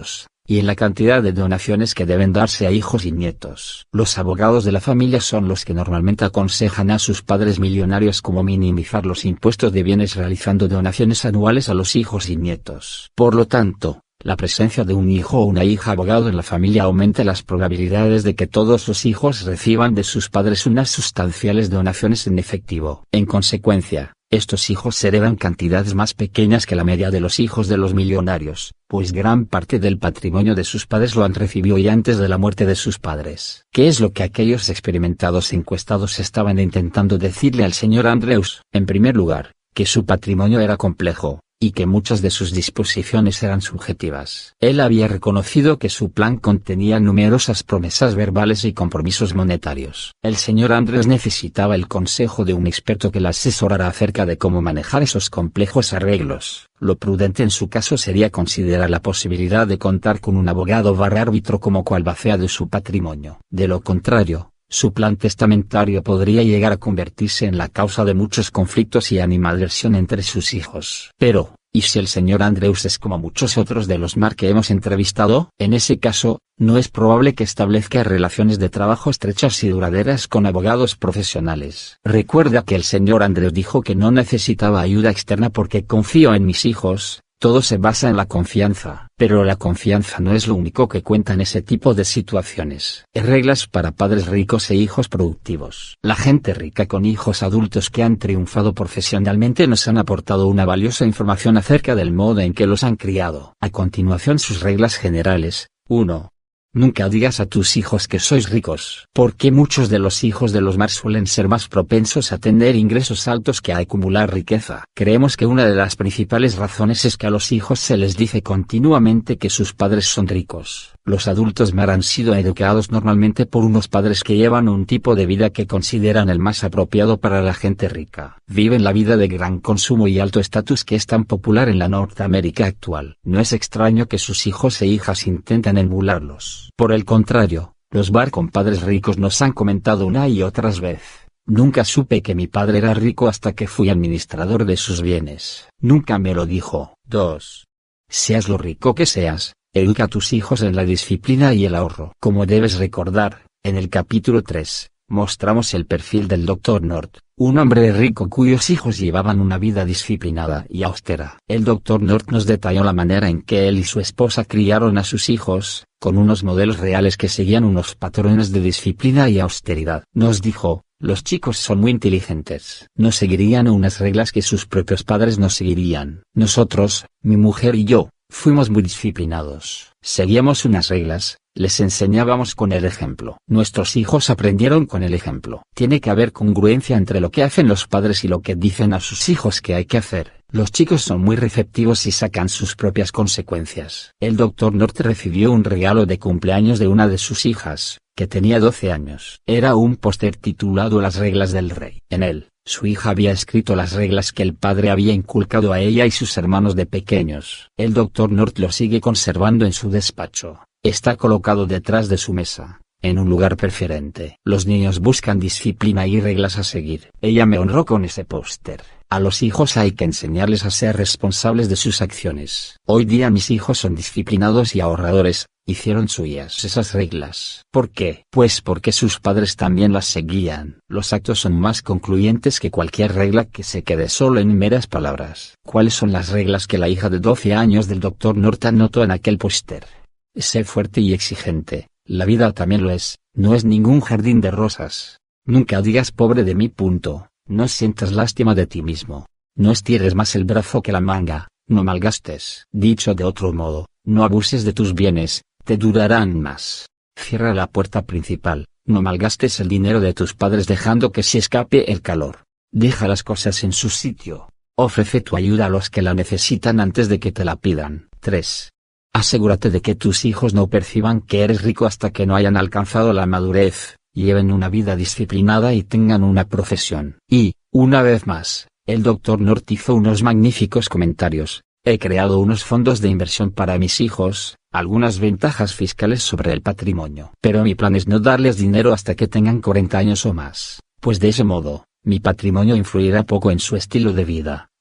y en la cantidad de donaciones que deben darse a hijos y nietos. Los abogados de la familia son los que normalmente aconsejan a sus padres millonarios cómo minimizar los impuestos de bienes realizando donaciones anuales a los hijos y nietos. Por lo tanto, la presencia de un hijo o una hija abogado en la familia aumenta las probabilidades de que todos los hijos reciban de sus padres unas sustanciales donaciones en efectivo. En consecuencia, estos hijos heredan cantidades más pequeñas que la media de los hijos de los millonarios, pues gran parte del patrimonio de sus padres lo han recibido ya antes de la muerte de sus padres. ¿Qué es lo que aquellos experimentados encuestados estaban intentando decirle al señor Andrews? En primer lugar, que su patrimonio era complejo, y que muchas de sus disposiciones eran subjetivas. Él había reconocido que su plan contenía numerosas promesas verbales y compromisos monetarios. El señor Andrews necesitaba el consejo de un experto que le asesorara acerca de cómo manejar esos complejos arreglos. Lo prudente en su caso sería considerar la posibilidad de contar con un abogado barra árbitro como coalbacea de su patrimonio. De lo contrario, su plan testamentario podría llegar a convertirse en la causa de muchos conflictos y animadversión entre sus hijos. Pero, ¿y si el señor Andrews es como muchos otros de los Mark que hemos entrevistado? En ese caso, no es probable que establezca relaciones de trabajo estrechas y duraderas con abogados profesionales. Recuerda que el señor Andrews dijo que no necesitaba ayuda externa porque confío en mis hijos. Todo se basa en la confianza, pero la confianza no es lo único que cuenta en ese tipo de situaciones. Reglas para padres ricos e hijos productivos. La gente rica con hijos adultos que han triunfado profesionalmente nos han aportado una valiosa información acerca del modo en que los han criado. A continuación sus reglas generales. uno. Nunca digas a tus hijos que sois ricos. Porque muchos de los hijos de los Mark suelen ser más propensos a tener ingresos altos que a acumular riqueza. Creemos que una de las principales razones es que a los hijos se les dice continuamente que sus padres son ricos. Los adultos Mark han sido educados normalmente por unos padres que llevan un tipo de vida que consideran el más apropiado para la gente rica. Viven la vida de gran consumo y alto estatus que es tan popular en la Norteamérica actual. No es extraño que sus hijos e hijas intenten emularlos. Por el contrario, los Mark con padres ricos nos han comentado una y otras veces: nunca supe que mi padre era rico hasta que fui administrador de sus bienes. Nunca me lo dijo. dos. Seas lo rico que seas, educa a tus hijos en la disciplina y el ahorro. Como debes recordar, en el capítulo tres, mostramos el perfil del doctor North, un hombre rico cuyos hijos llevaban una vida disciplinada y austera. El doctor North nos detalló la manera en que él y su esposa criaron a sus hijos, con unos modelos reales que seguían unos patrones de disciplina y austeridad. Nos dijo: los chicos son muy inteligentes. No seguirían unas reglas que sus propios padres no seguirían. Nosotros, mi mujer y yo, fuimos muy disciplinados. Seguíamos unas reglas, les enseñábamos con el ejemplo. Nuestros hijos aprendieron con el ejemplo. Tiene que haber congruencia entre lo que hacen los padres y lo que dicen a sus hijos que hay que hacer. Los chicos son muy receptivos y sacan sus propias consecuencias. El doctor North recibió un regalo de cumpleaños de una de sus hijas, que tenía doce años. Era un póster titulado Las reglas del rey. En él, su hija había escrito las reglas que el padre había inculcado a ella y sus hermanos de pequeños. El doctor North lo sigue conservando en su despacho. Está colocado detrás de su mesa, en un lugar preferente. Los niños buscan disciplina y reglas a seguir. Ella me honró con ese póster. A los hijos hay que enseñarles a ser responsables de sus acciones. Hoy día mis hijos son disciplinados y ahorradores. Hicieron suyas esas reglas. ¿Por qué? Pues porque sus padres también las seguían. Los actos son más concluyentes que cualquier regla que se quede solo en meras palabras. ¿Cuáles son las reglas que la hija de doce años del doctor North anotó en aquel póster? Sé fuerte y exigente. La vida también lo es. No es ningún jardín de rosas. Nunca digas pobre de mí. Punto. No sientas lástima de ti mismo. No estires más el brazo que la manga. No malgastes. Dicho de otro modo, no abuses de tus bienes. Te durarán más. Cierra la puerta principal. No malgastes el dinero de tus padres dejando que se escape el calor. Deja las cosas en su sitio. Ofrece tu ayuda a los que la necesitan antes de que te la pidan. tres. Asegúrate de que tus hijos no perciban que eres rico hasta que no hayan alcanzado la madurez, lleven una vida disciplinada y tengan una profesión. Y, una vez más, el doctor North hizo unos magníficos comentarios. He creado unos fondos de inversión para mis hijos, algunas ventajas fiscales sobre el patrimonio. Pero mi plan es no darles dinero hasta que tengan cuarenta años o más, pues de ese modo, mi patrimonio influirá poco en su estilo de vida.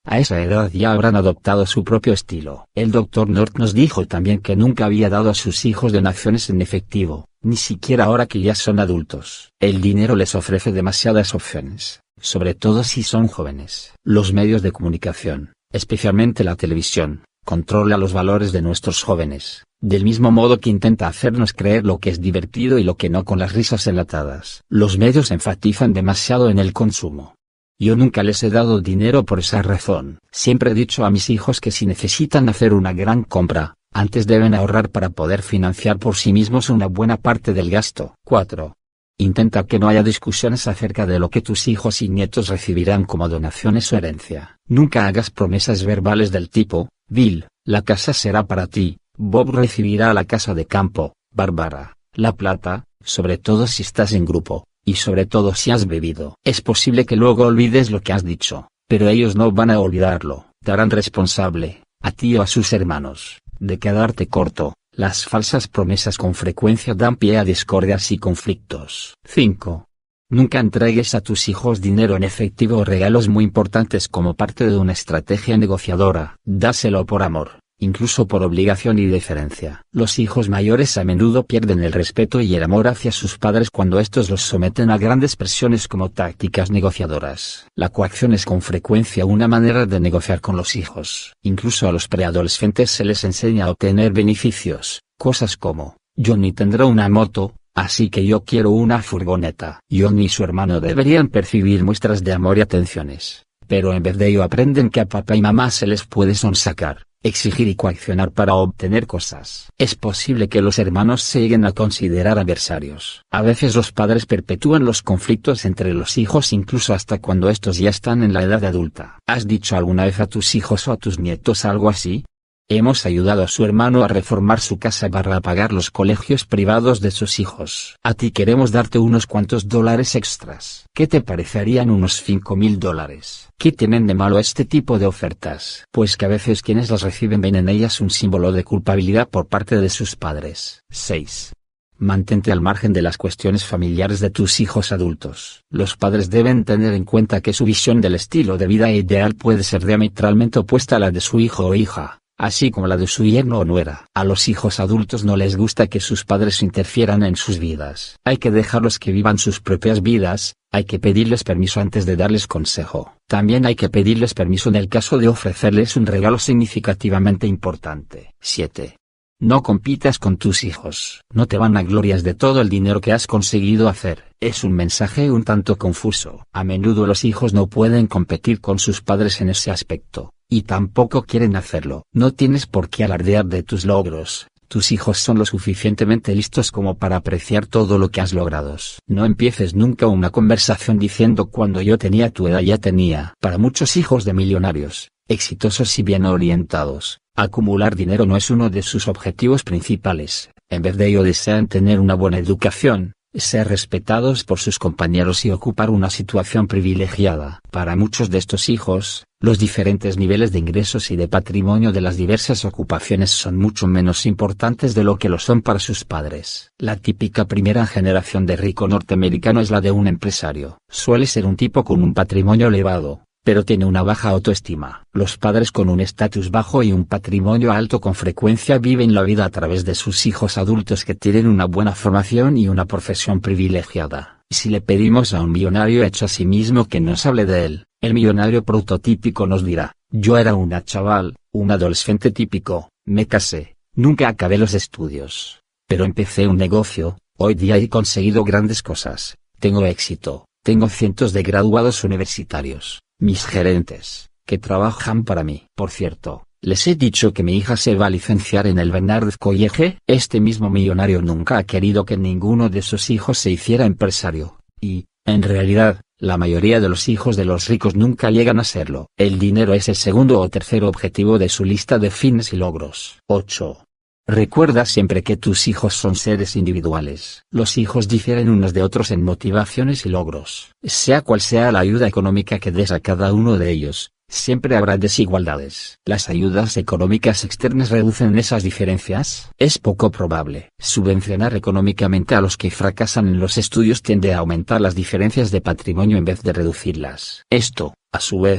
A esa edad ya habrán adoptado su propio estilo. El doctor North nos dijo también que nunca había dado a sus hijos donaciones en efectivo, ni siquiera ahora que ya son adultos. El dinero les ofrece demasiadas opciones, sobre todo si son jóvenes. Los medios de comunicación, especialmente la televisión, controla los valores de nuestros jóvenes, del mismo modo que intenta hacernos creer lo que es divertido y lo que no con las risas enlatadas. Los medios enfatizan demasiado en el consumo. Yo nunca les he dado dinero por esa razón. Siempre he dicho a mis hijos que si necesitan hacer una gran compra, antes deben ahorrar para poder financiar por sí mismos una buena parte del gasto. cuatro. Intenta que no haya discusiones acerca de lo que tus hijos y nietos recibirán como donaciones o herencia. Nunca hagas promesas verbales del tipo: Bill, la casa será para ti; Bob recibirá la casa de campo; Bárbara, la plata, sobre todo si estás en grupo, y sobre todo si has bebido. Es posible que luego olvides lo que has dicho, pero ellos no van a olvidarlo. Te harán responsable, a ti o a sus hermanos, de quedarte corto. Las falsas promesas con frecuencia dan pie a discordias y conflictos. cinco. Nunca entregues a tus hijos dinero en efectivo o regalos muy importantes como parte de una estrategia negociadora. Dáselo por amor, incluso por obligación y deferencia. Los hijos mayores a menudo pierden el respeto y el amor hacia sus padres cuando estos los someten a grandes presiones como tácticas negociadoras. La coacción es con frecuencia una manera de negociar con los hijos. Incluso a los preadolescentes se les enseña a obtener beneficios, cosas como: Johnny tendrá una moto, así que yo quiero una furgoneta. Johnny y su hermano deberían percibir muestras de amor y atenciones, pero en vez de ello aprenden que a papá y mamá se les puede sonsacar, exigir y coaccionar para obtener cosas. Es posible que los hermanos se lleguen a considerar adversarios. A veces los padres perpetúan los conflictos entre los hijos incluso hasta cuando estos ya están en la edad adulta. ¿Has dicho alguna vez a tus hijos o a tus nietos algo así? Hemos ayudado a su hermano a reformar su casa para pagar los colegios privados de sus hijos. A ti queremos darte unos cuantos dólares extras. ¿Qué te parecerían unos cinco mil dólares? ¿Qué tienen de malo este tipo de ofertas? Pues que a veces quienes las reciben ven en ellas un símbolo de culpabilidad por parte de sus padres. seis. Mantente al margen de las cuestiones familiares de tus hijos adultos. Los padres deben tener en cuenta que su visión del estilo de vida ideal puede ser diametralmente opuesta a la de su hijo o hija, así como la de su yerno o nuera. A los hijos adultos no les gusta que sus padres interfieran en sus vidas. Hay que dejarlos que vivan sus propias vidas, hay que pedirles permiso antes de darles consejo. También hay que pedirles permiso en el caso de ofrecerles un regalo significativamente importante. siete. No compitas con tus hijos. No te vanaglorias de todo el dinero que has conseguido hacer. Es un mensaje un tanto confuso. A menudo los hijos no pueden competir con sus padres en ese aspecto, y tampoco quieren hacerlo. No tienes por qué alardear de tus logros. Tus hijos son lo suficientemente listos como para apreciar todo lo que has logrado. No empieces nunca una conversación diciendo: cuando yo tenía tu edad ya tenía. Para muchos hijos de millonarios, exitosos y bien orientados, acumular dinero no es uno de sus objetivos principales. En vez de ello desean tener una buena educación, ser respetados por sus compañeros y ocupar una situación privilegiada. Para muchos de estos hijos, los diferentes niveles de ingresos y de patrimonio de las diversas ocupaciones son mucho menos importantes de lo que lo son para sus padres. La típica primera generación de rico norteamericano es la de un empresario. Suele ser un tipo con un patrimonio elevado, pero tiene una baja autoestima. Los padres con un estatus bajo y un patrimonio alto con frecuencia viven la vida a través de sus hijos adultos que tienen una buena formación y una profesión privilegiada. Si le pedimos a un millonario hecho a sí mismo que nos hable de él, el millonario prototípico nos dirá: yo era una chaval, un adolescente típico, me casé, nunca acabé los estudios, pero empecé un negocio, hoy día he conseguido grandes cosas, tengo éxito, tengo cientos de graduados universitarios, mis gerentes, que trabajan para mí. Por cierto, les he dicho que mi hija se va a licenciar en el Barnard College. Este mismo millonario nunca ha querido que ninguno de sus hijos se hiciera empresario, y, en realidad, la mayoría de los hijos de los ricos nunca llegan a serlo. El dinero es el segundo o tercer objetivo de su lista de fines y logros. ocho. Recuerda siempre que tus hijos son seres individuales. Los hijos difieren unos de otros en motivaciones y logros. Sea cual sea la ayuda económica que des a cada uno de ellos, siempre habrá desigualdades. ¿Las ayudas económicas externas reducen esas diferencias? Es poco probable. Subvencionar económicamente a los que fracasan en los estudios tiende a aumentar las diferencias de patrimonio en vez de reducirlas. Esto, a su vez,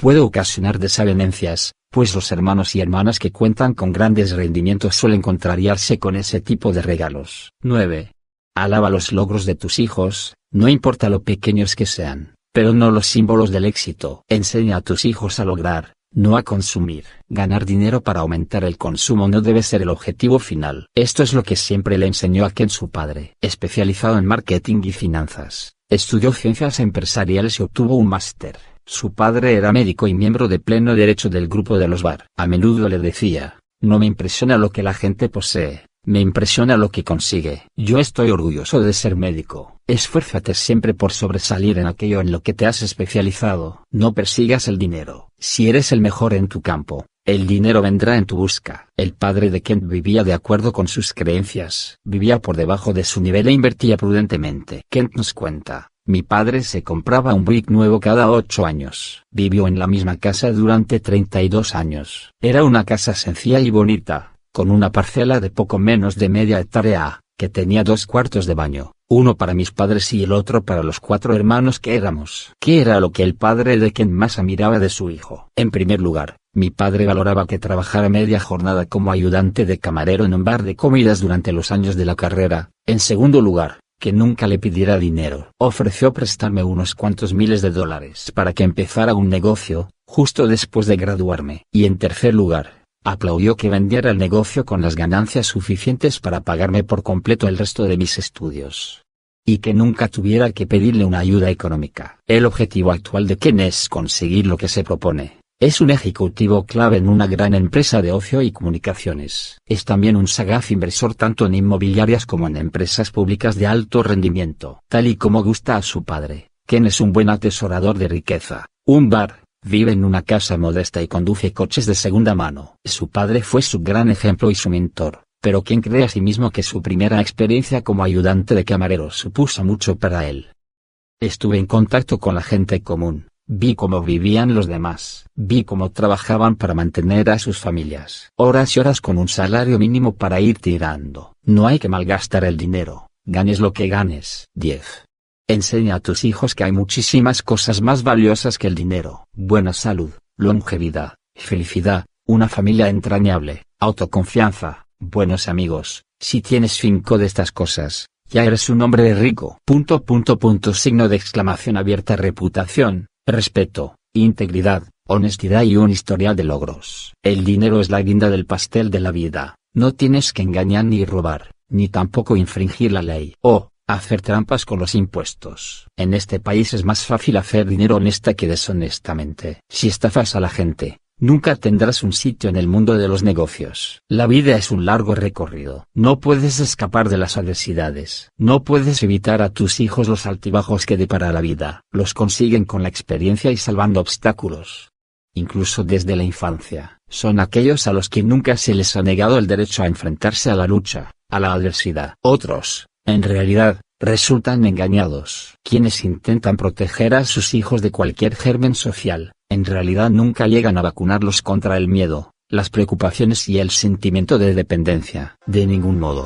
puede ocasionar desavenencias, pues los hermanos y hermanas que cuentan con grandes rendimientos suelen contrariarse con ese tipo de regalos. nueve. Alaba los logros de tus hijos, no importa lo pequeños que sean, pero no los símbolos del éxito. Enseña a tus hijos a lograr, no a consumir. Ganar dinero para aumentar el consumo no debe ser el objetivo final. Esto es lo que siempre le enseñó a Ken su padre. Especializado en marketing y finanzas, estudió ciencias empresariales y obtuvo un máster. Su padre era médico y miembro de pleno derecho del grupo de los Bar. A menudo le decía, no me impresiona lo que la gente posee, me impresiona lo que consigue. Yo estoy orgulloso de ser médico. Esfuérzate siempre por sobresalir en aquello en lo que te has especializado. No persigas el dinero. Si eres el mejor en tu campo, el dinero vendrá en tu busca. El padre de Kent vivía de acuerdo con sus creencias. Vivía por debajo de su nivel e invertía prudentemente. Kent nos cuenta, mi padre se compraba un Buick nuevo cada ocho años. Vivió en la misma casa durante treinta y dos años. Era una casa sencilla y bonita, con una parcela de poco menos de media hectárea, que tenía dos cuartos de baño, uno para mis padres y el otro para los cuatro hermanos que éramos. ¿Qué era lo que el padre de Ken más admiraba de su hijo? En primer lugar, mi padre valoraba que trabajara media jornada como ayudante de camarero en un bar de comidas durante los años de la carrera. En segundo lugar, que nunca le pidiera dinero. Ofreció prestarme unos cuantos miles de dólares para que empezara un negocio, justo después de graduarme. Y en tercer lugar, aplaudió que vendiera el negocio con las ganancias suficientes para pagarme por completo el resto de mis estudios. Y que nunca tuviera que pedirle una ayuda económica. El objetivo actual de Ken es conseguir lo que se propone. Es un ejecutivo clave en una gran empresa de ocio y comunicaciones. Es también un sagaz inversor tanto en inmobiliarias como en empresas públicas de alto rendimiento. Tal y como gusta a su padre, Ken es un buen atesorador de riqueza. Un bar. Vive en una casa modesta y conduce coches de segunda mano. Su padre fue su gran ejemplo y su mentor, pero Ken cree asimismo que su primera experiencia como ayudante de camarero supuso mucho para él. Estuve en contacto con la gente común, vi cómo vivían los demás, vi cómo trabajaban para mantener a sus familias. Horas y horas con un salario mínimo para ir tirando. No hay que malgastar el dinero, ganes lo que ganes. diez. Enseña a tus hijos que hay muchísimas cosas más valiosas que el dinero. Buena salud, longevidad, felicidad, una familia entrañable, autoconfianza, buenos amigos. Si tienes cinco de estas cosas, ya eres un hombre rico. Punto punto punto signo de exclamación abierta. Reputación, respeto, integridad, honestidad y un historial de logros. El dinero es la guinda del pastel de la vida. No tienes que engañar ni robar, ni tampoco infringir la ley. Oh, hacer trampas con los impuestos. En este país es más fácil hacer dinero honesta que deshonestamente. Si estafas a la gente, nunca tendrás un sitio en el mundo de los negocios. La vida es un largo recorrido. No puedes escapar de las adversidades. No puedes evitar a tus hijos los altibajos que depara la vida. Los consiguen con la experiencia y salvando obstáculos. Incluso desde la infancia, son aquellos a los que nunca se les ha negado el derecho a enfrentarse a la lucha, a la adversidad. Otros, en realidad, resultan engañados. Quienes intentan proteger a sus hijos de cualquier germen social, en realidad nunca llegan a vacunarlos contra el miedo, las preocupaciones y el sentimiento de dependencia. De ningún modo.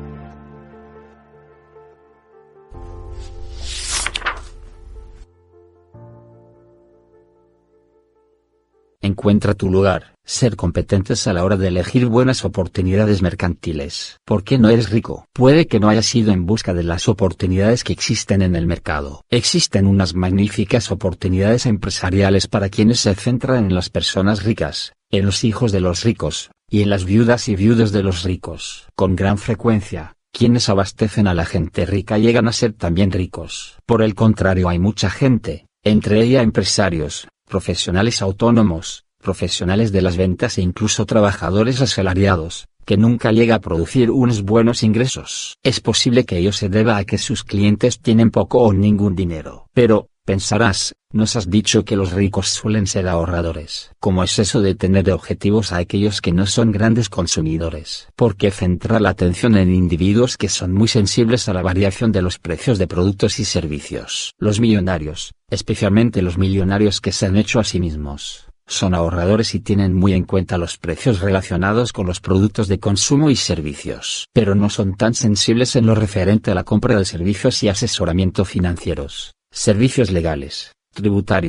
Encuentra tu lugar. Ser competentes a la hora de elegir buenas oportunidades mercantiles. ¿Por qué no eres rico? Puede que no hayas ido en busca de las oportunidades que existen en el mercado. Existen unas magníficas oportunidades empresariales para quienes se centran en las personas ricas, en los hijos de los ricos, y en las viudas y viudos de los ricos. Con gran frecuencia, quienes abastecen a la gente rica llegan a ser también ricos. Por el contrario, hay mucha gente, entre ella empresarios, profesionales autónomos, profesionales de las ventas e incluso trabajadores asalariados, que nunca llega a producir unos buenos ingresos. Es posible que ello se deba a que sus clientes tienen poco o ningún dinero. Pero, pensarás, nos has dicho que los ricos suelen ser ahorradores. ¿Cómo es eso de tener de objetivos a aquellos que no son grandes consumidores? ¿Por qué centrar la atención en individuos que son muy sensibles a la variación de los precios de productos y servicios? Los millonarios, especialmente los millonarios que se han hecho a sí mismos, son ahorradores y tienen muy en cuenta los precios relacionados con los productos de consumo y servicios. Pero no son tan sensibles en lo referente a la compra de servicios y asesoramiento financieros, servicios legales, tributarios,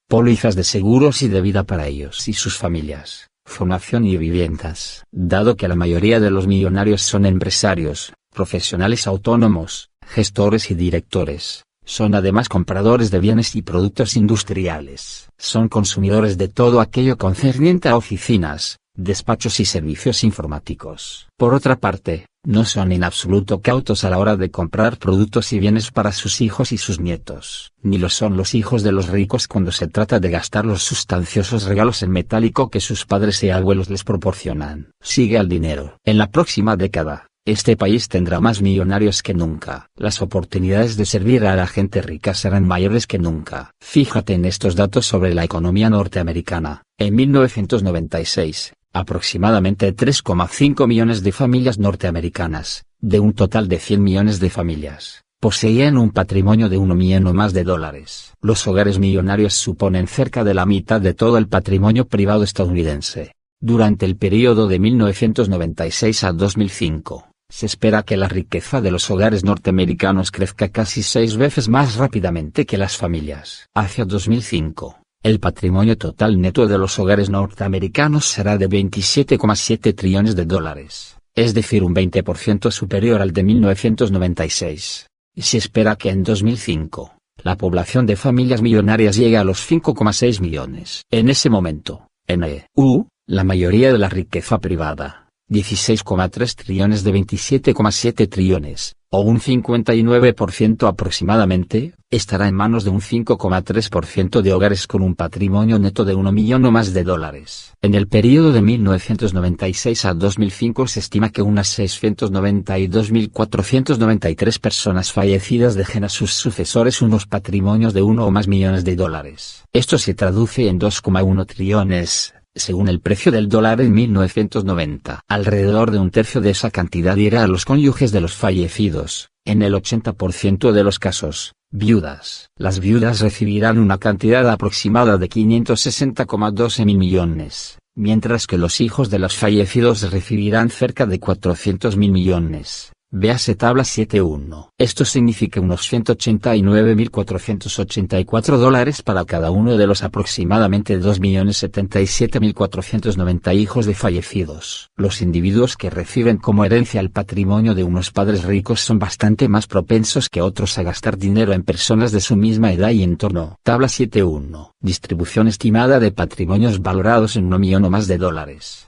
pólizas de seguros y de vida para ellos y sus familias, formación y viviendas. Dado que la mayoría de los millonarios son empresarios, profesionales autónomos, gestores y directores, son además compradores de bienes y productos industriales. Son consumidores de todo aquello concerniente a oficinas, despachos y servicios informáticos. Por otra parte, no son en absoluto cautos a la hora de comprar productos y bienes para sus hijos y sus nietos. Ni lo son los hijos de los ricos cuando se trata de gastar los sustanciosos regalos en metálico que sus padres y abuelos les proporcionan. Sigue al dinero. En la próxima década, este país tendrá más millonarios que nunca. Las oportunidades de servir a la gente rica serán mayores que nunca. Fíjate en estos datos sobre la economía norteamericana. En mil novecientos noventa y seis, aproximadamente tres coma cinco millones de familias norteamericanas, de un total de cien millones de familias, poseían un patrimonio de un millón o más de dólares. Los hogares millonarios suponen cerca de la mitad de todo el patrimonio privado estadounidense. Durante el período de mil novecientos noventa y seis a dos mil cinco, se espera que la riqueza de los hogares norteamericanos crezca casi seis veces más rápidamente que las familias. Hacia dos mil cinco, el patrimonio total neto de los hogares norteamericanos será de veintisiete coma siete trillones de dólares, es decir un veinte por ciento superior al de mil novecientos noventa y seis, y se espera que en dos mil cinco, la población de familias millonarias llegue a los cinco coma seis millones. En ese momento, en E U, la mayoría de la riqueza privada, dieciséis coma tres trillones de veintisiete coma siete trillones, o un cincuenta y nueve por ciento aproximadamente, estará en manos de un cinco coma tres por ciento de hogares con un patrimonio neto de un millón o más de dólares. En el periodo de mil novecientos noventa y seis a dos mil cinco se estima que unas seiscientas noventa y dos mil cuatrocientas noventa y tres personas fallecidas dejen a sus sucesores unos patrimonios de uno o más millones de dólares. Esto se traduce en dos coma uno trillones. Según el precio del dólar en mil novecientos noventa. Alrededor de un tercio de esa cantidad irá a los cónyuges de los fallecidos, en el ochenta por ciento de los casos, viudas. Las viudas recibirán una cantidad aproximada de quinientos sesenta coma doce mil millones, mientras que los hijos de los fallecidos recibirán cerca de cuatrocientos mil millones. Véase tabla siete punto uno. Esto significa unos ciento ochenta y nueve mil cuatrocientos ochenta y cuatro dólares para cada uno de los aproximadamente dos millones setenta y siete mil cuatrocientos noventa hijos de fallecidos. Los individuos que reciben como herencia el patrimonio de unos padres ricos son bastante más propensos que otros a gastar dinero en personas de su misma edad y entorno. Tabla siete punto uno. Distribución estimada de patrimonios valorados en un millón o más de dólares.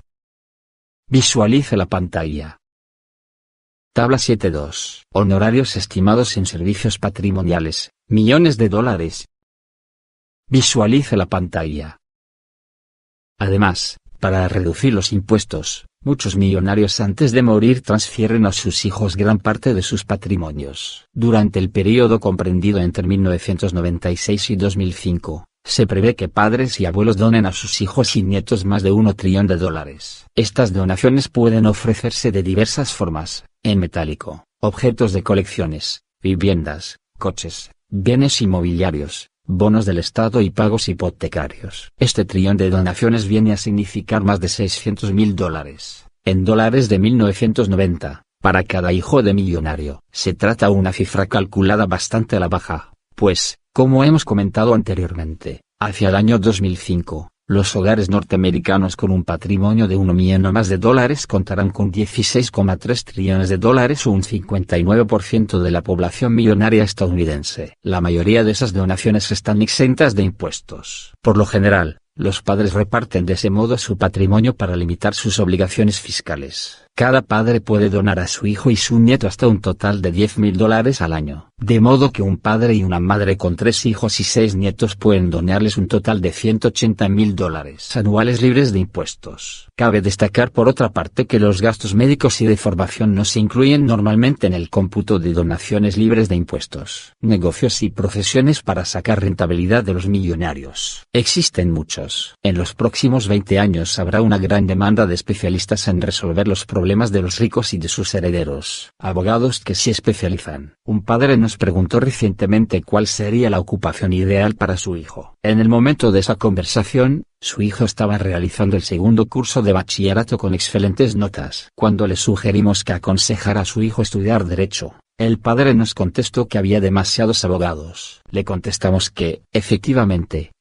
Visualice la pantalla. Tabla siete punto dos. Honorarios estimados en servicios patrimoniales, millones de dólares. Visualice la pantalla. Además, para reducir los impuestos, muchos millonarios antes de morir transfieren a sus hijos gran parte de sus patrimonios. Durante el período comprendido entre mil novecientos noventa y seis y dos mil cinco, se prevé que padres y abuelos donen a sus hijos y nietos más de un trillón de dólares. Estas donaciones pueden ofrecerse de diversas formas, en metálico, objetos de colecciones, viviendas, coches, bienes inmobiliarios, bonos del Estado y pagos hipotecarios. Este trillón de donaciones viene a significar más de seiscientos mil dólares, en dólares de mil novecientos noventa, para cada hijo de millonario. Se trata de una cifra calculada bastante a la baja, pues, como hemos comentado anteriormente, hacia el año dos mil cinco, los hogares norteamericanos con un patrimonio de un millón o más de dólares contarán con dieciséis coma tres trillones de dólares o un cincuenta y nueve por ciento de la población millonaria estadounidense. La mayoría de esas donaciones están exentas de impuestos. Por lo general, los padres reparten de ese modo su patrimonio para limitar sus obligaciones fiscales. Cada padre puede donar a su hijo y su nieto hasta un total de diez mil dólares al año. De modo que un padre y una madre con tres hijos y seis nietos pueden donarles un total de ciento ochenta mil dólares anuales libres de impuestos. Cabe destacar por otra parte que los gastos médicos y de formación no se incluyen normalmente en el cómputo de donaciones libres de impuestos. Negocios y profesiones para sacar rentabilidad de los millonarios. Existen muchos. En los próximos veinte años habrá una gran demanda de especialistas en resolver los problemas de los ricos y de sus herederos. Abogados que se especializan. Un padre nos preguntó recientemente cuál sería la ocupación ideal para su hijo. En el momento de esa conversación, su hijo estaba realizando el segundo curso de bachillerato con excelentes notas. Cuando le sugerimos que aconsejara a su hijo estudiar Derecho, el padre nos contestó que había demasiados abogados. Le contestamos que, efectivamente,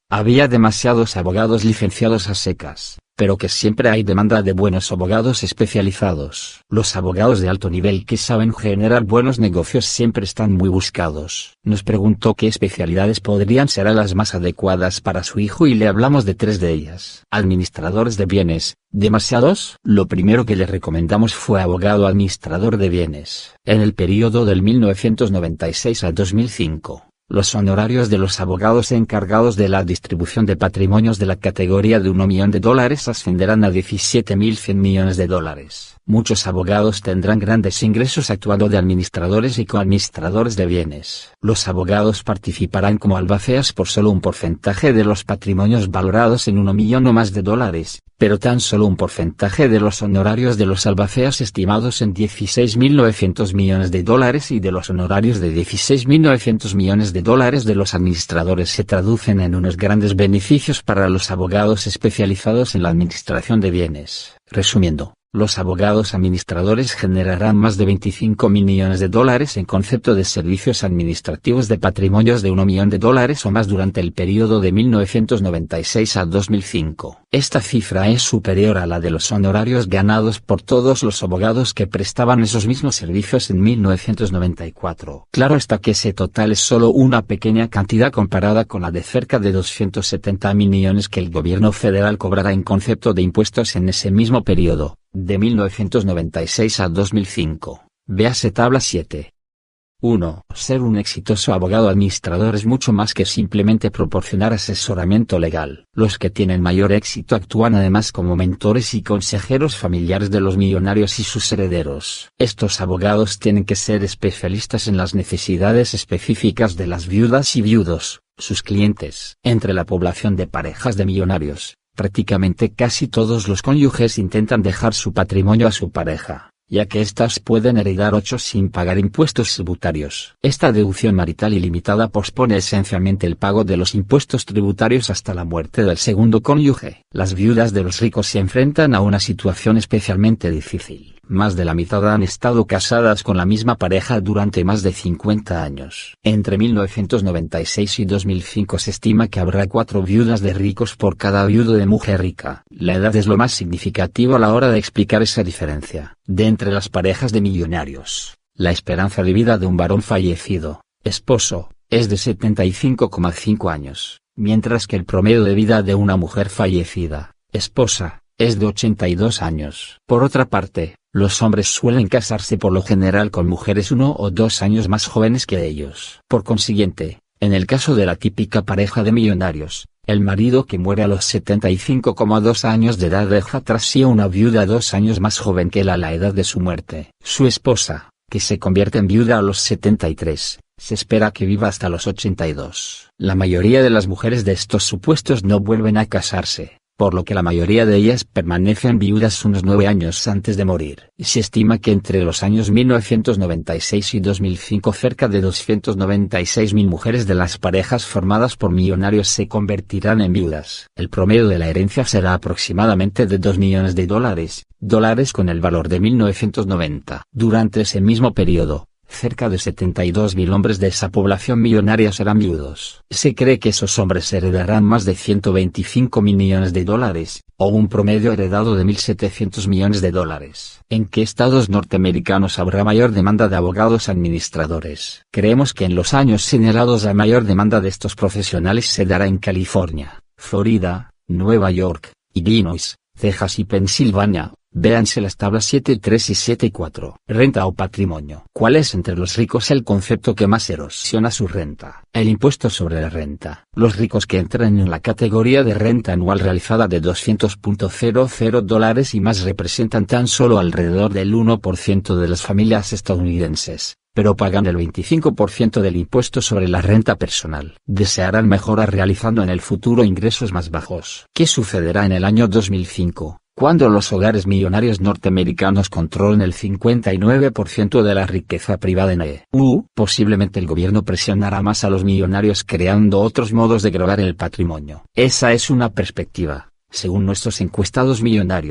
Había demasiados abogados licenciados a secas, pero que siempre hay demanda de buenos abogados especializados. Los abogados de alto nivel que saben generar buenos negocios siempre están muy buscados. Nos preguntó qué especialidades podrían ser las más adecuadas para su hijo y le hablamos de tres de ellas. Administradores de bienes. ¿Demasiados? Lo primero que le recomendamos fue abogado administrador de bienes. En el periodo del mil novecientos noventa y seis al dos mil cinco. Los honorarios de los abogados encargados de la distribución de patrimonios de la categoría de un millón de dólares ascenderán a diecisiete mil cien millones de dólares. Muchos abogados tendrán grandes ingresos actuando de administradores y coadministradores de bienes. Los abogados participarán como albaceas por solo un porcentaje de los patrimonios valorados en un millón o más de dólares, pero tan solo un porcentaje de los honorarios de los albaceas estimados en dieciséis mil novecientos millones de dólares y de los honorarios de dieciséis mil novecientos millones de dólares de los administradores se traducen en unos grandes beneficios para los abogados especializados en la administración de bienes. Resumiendo, los abogados administradores generarán más de veinticinco mil millones de dólares en concepto de servicios administrativos de patrimonios de un millón de dólares o más durante el periodo de mil novecientos noventa y seis a dos mil cinco. Esta cifra es superior a la de los honorarios ganados por todos los abogados que prestaban esos mismos servicios en mil novecientos noventa y cuatro. Claro está que ese total es solo una pequeña cantidad comparada con la de cerca de doscientos setenta mil millones que el gobierno federal cobrará en concepto de impuestos en ese mismo periodo, de mil novecientos noventa y seis a dos mil cinco. Véase tabla siete. uno. Ser un exitoso abogado administrador es mucho más que simplemente proporcionar asesoramiento legal. Los que tienen mayor éxito actúan además como mentores y consejeros familiares de los millonarios y sus herederos. Estos abogados tienen que ser especialistas en las necesidades específicas de las viudas y viudos, sus clientes. Entre la población de parejas de millonarios, prácticamente casi todos los cónyuges intentan dejar su patrimonio a su pareja, ya que éstas pueden heredar ocho sin pagar impuestos tributarios. Esta deducción marital ilimitada pospone esencialmente el pago de los impuestos tributarios hasta la muerte del segundo cónyuge. Las viudas de los ricos se enfrentan a una situación especialmente difícil. Más de la mitad han estado casadas con la misma pareja durante más de cincuenta años. Entre mil novecientos noventa y seis y dos mil cinco se estima que habrá cuatro viudas de ricos por cada viudo de mujer rica. La edad es lo más significativo a la hora de explicar esa diferencia. De entre las parejas de millonarios, la esperanza de vida de un varón fallecido, esposo, es de setenta y cinco coma cinco años, mientras que el promedio de vida de una mujer fallecida, esposa, es de ochenta y dos años. Por otra parte, los hombres suelen casarse por lo general con mujeres uno o dos años más jóvenes que ellos. Por consiguiente, en el caso de la típica pareja de millonarios, el marido que muere a los setenta y cinco coma dos años de edad deja tras sí a una viuda dos años más joven que él a la edad de su muerte. Su esposa, que se convierte en viuda a los setenta y tres, se espera que viva hasta los ochenta y dos. La mayoría de las mujeres de estos supuestos no vuelven a casarse, por lo que la mayoría de ellas permanecen viudas unos nueve años antes de morir. Se estima que entre los años mil novecientos noventa y seis y dos mil cinco cerca de doscientas noventa y seis mil mujeres de las parejas formadas por millonarios se convertirán en viudas. El promedio de la herencia será aproximadamente de dos millones de dólares, dólares con el valor de mil novecientos noventa. Durante ese mismo periodo, cerca de setenta y dos mil hombres de esa población millonaria serán viudos. Se cree que esos hombres heredarán más de ciento veinticinco mil millones de dólares, o un promedio heredado de mil setecientos millones de dólares. ¿En qué estados norteamericanos habrá mayor demanda de abogados administradores? Creemos que en los años señalados la mayor demanda de estos profesionales se dará en California, Florida, Nueva York, Illinois, Texas y Pensilvania. Véanse las tablas siete punto tres y siete punto cuatro. Renta o patrimonio. ¿Cuál es entre los ricos el concepto que más erosiona su renta? El impuesto sobre la renta. Los ricos que entran en la categoría de renta anual realizada de doscientos cero dólares y más representan tan solo alrededor del uno por ciento de las familias estadounidenses, pero pagan el veinticinco por ciento del impuesto sobre la renta personal. Desearán mejorar realizando en el futuro ingresos más bajos. ¿Qué sucederá en el año dos mil cinco? Cuando los hogares millonarios norteamericanos controlen el cincuenta y nueve por ciento de la riqueza privada en E U, posiblemente el gobierno presionará más a los millonarios creando otros modos de gravar el patrimonio. Esa es una perspectiva, según nuestros encuestados millonarios,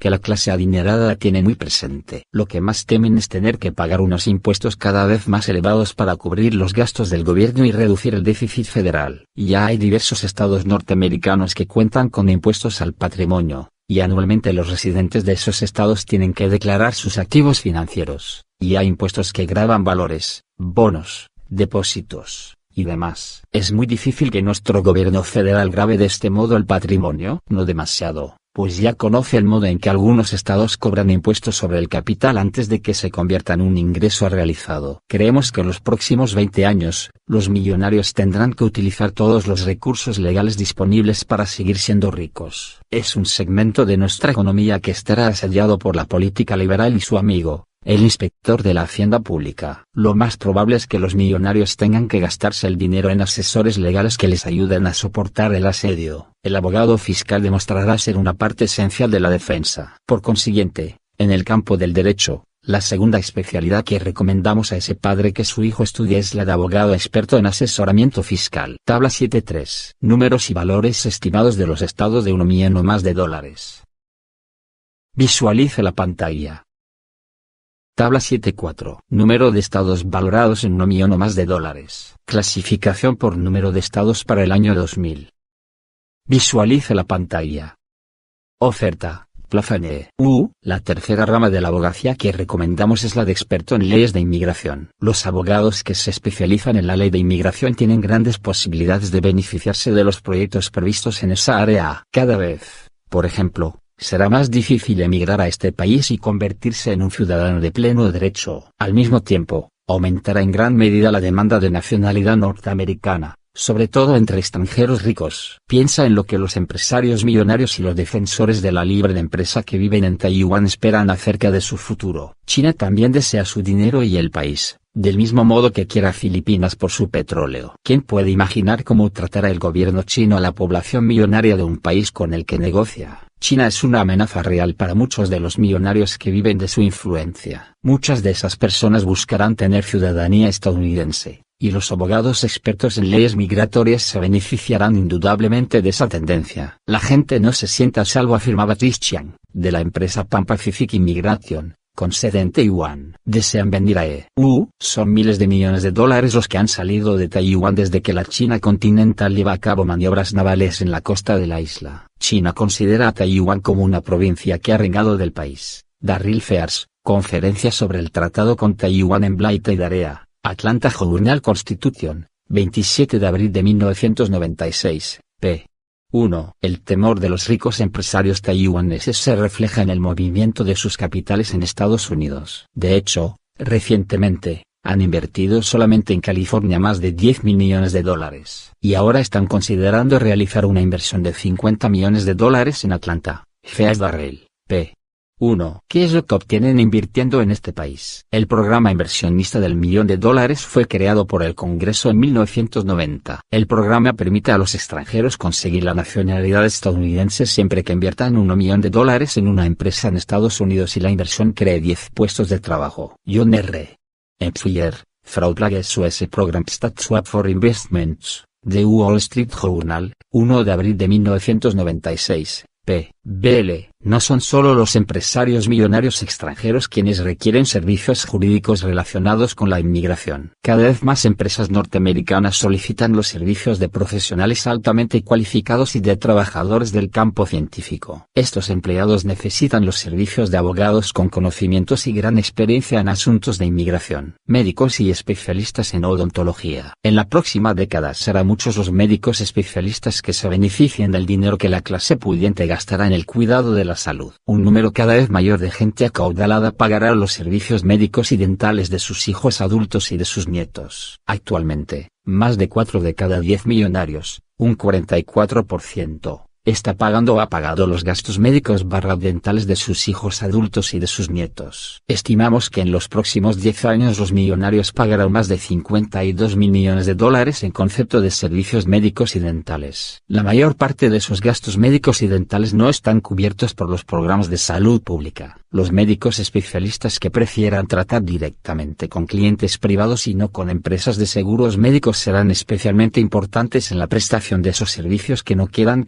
que la clase adinerada tiene muy presente. Lo que más temen es tener que pagar unos impuestos cada vez más elevados para cubrir los gastos del gobierno y reducir el déficit federal. Ya hay diversos estados norteamericanos que cuentan con impuestos al patrimonio, y anualmente los residentes de esos estados tienen que declarar sus activos financieros, y hay impuestos que gravan valores, bonos, depósitos y demás. ¿Es muy difícil que nuestro gobierno federal grave de este modo el patrimonio? No demasiado, pues ya conoce el modo en que algunos estados cobran impuestos sobre el capital antes de que se convierta en un ingreso realizado. Creemos que en los próximos veinte años, los millonarios tendrán que utilizar todos los recursos legales disponibles para seguir siendo ricos. Es un segmento de nuestra economía que estará asediado por la política liberal y su amigo, el inspector de la Hacienda Pública. Lo más probable es que los millonarios tengan que gastarse el dinero en asesores legales que les ayuden a soportar el asedio. El abogado fiscal demostrará ser una parte esencial de la defensa. Por consiguiente, en el campo del derecho, la segunda especialidad que recomendamos a ese padre que su hijo estudie es la de abogado experto en asesoramiento fiscal. Tabla siete punto tres. Números y valores estimados de los estados de un millón o más de dólares. Visualice la pantalla. Tabla siete punto cuatro. Número de estados valorados en un millón o más de dólares. Clasificación por número de estados para el año dos mil. Visualice la pantalla. Oferta. Plaza en E U. La tercera rama de la abogacía que recomendamos es la de experto en leyes de inmigración. Los abogados que se especializan en la ley de inmigración tienen grandes posibilidades de beneficiarse de los proyectos previstos en esa área. Cada vez, por ejemplo, será más difícil emigrar a este país y convertirse en un ciudadano de pleno derecho. Al mismo tiempo, aumentará en gran medida la demanda de nacionalidad norteamericana, sobre todo entre extranjeros ricos. Piensa en lo que los empresarios millonarios y los defensores de la libre empresa que viven en Taiwán esperan acerca de su futuro. China también desea su dinero y el país, del mismo modo que quiere a Filipinas por su petróleo. ¿Quién puede imaginar cómo tratará el gobierno chino a la población millonaria de un país con el que negocia? China es una amenaza real para muchos de los millonarios que viven de su influencia. Muchas de esas personas buscarán tener ciudadanía estadounidense, y los abogados expertos en leyes migratorias se beneficiarán indudablemente de esa tendencia. La gente no se siente a salvo, afirmaba Trish Chiang, de la empresa Pan Pacific Immigration, con sede en Taiwán. Desean venir a E U. Son miles de millones de dólares los que han salido de Taiwán desde que la China continental lleva a cabo maniobras navales en la costa de la isla. China considera a Taiwán como una provincia que ha renegado del país. Darryl Fears, Conferencia sobre el Tratado con Taiwán en Blighty Area, Atlanta Journal-Constitution, veintisiete de abril de mil novecientos noventa y seis, p. uno. El temor de los ricos empresarios taiwaneses se refleja en el movimiento de sus capitales en Estados Unidos. De hecho, recientemente, han invertido solamente en California más de diez mil millones de dólares. Y ahora están considerando realizar una inversión de cincuenta millones de dólares en Atlanta. Fears Darryl, p. uno. ¿Qué es lo que obtienen invirtiendo en este país? El programa inversionista del millón de dólares fue creado por el Congreso en mil novecientos noventa. El programa permite a los extranjeros conseguir la nacionalidad estadounidense siempre que inviertan un millón de dólares en una empresa en Estados Unidos y la inversión cree diez puestos de trabajo. John R. Empfuyer, Fraud Plagues U S Program Stat Swap for Investments, The Wall Street Journal, uno de abril de mil novecientos noventa y seis. P. B L. No son solo los empresarios millonarios extranjeros quienes requieren servicios jurídicos relacionados con la inmigración. Cada vez más empresas norteamericanas solicitan los servicios de profesionales altamente cualificados y de trabajadores del campo científico. Estos empleados necesitan los servicios de abogados con conocimientos y gran experiencia en asuntos de inmigración, médicos y especialistas en odontología. En la próxima década serán muchos los médicos especialistas que se beneficien del dinero que la clase pudiente gastará en el cuidado de la salud. Un número cada vez mayor de gente acaudalada pagará los servicios médicos y dentales de sus hijos adultos y de sus nietos. Actualmente, más de cuatro de cada diez millonarios, un cuarenta y cuatro por ciento, está pagando o ha pagado los gastos médicos barra dentales de sus hijos adultos y de sus nietos. Estimamos que en los próximos diez años los millonarios pagarán más de cincuenta y dos mil millones de dólares en concepto de servicios médicos y dentales. La mayor parte de esos gastos médicos y dentales no están cubiertos por los programas de salud pública. Los médicos especialistas que prefieran tratar directamente con clientes privados y no con empresas de seguros médicos serán especialmente importantes en la prestación de esos servicios que no quedan cubiertos.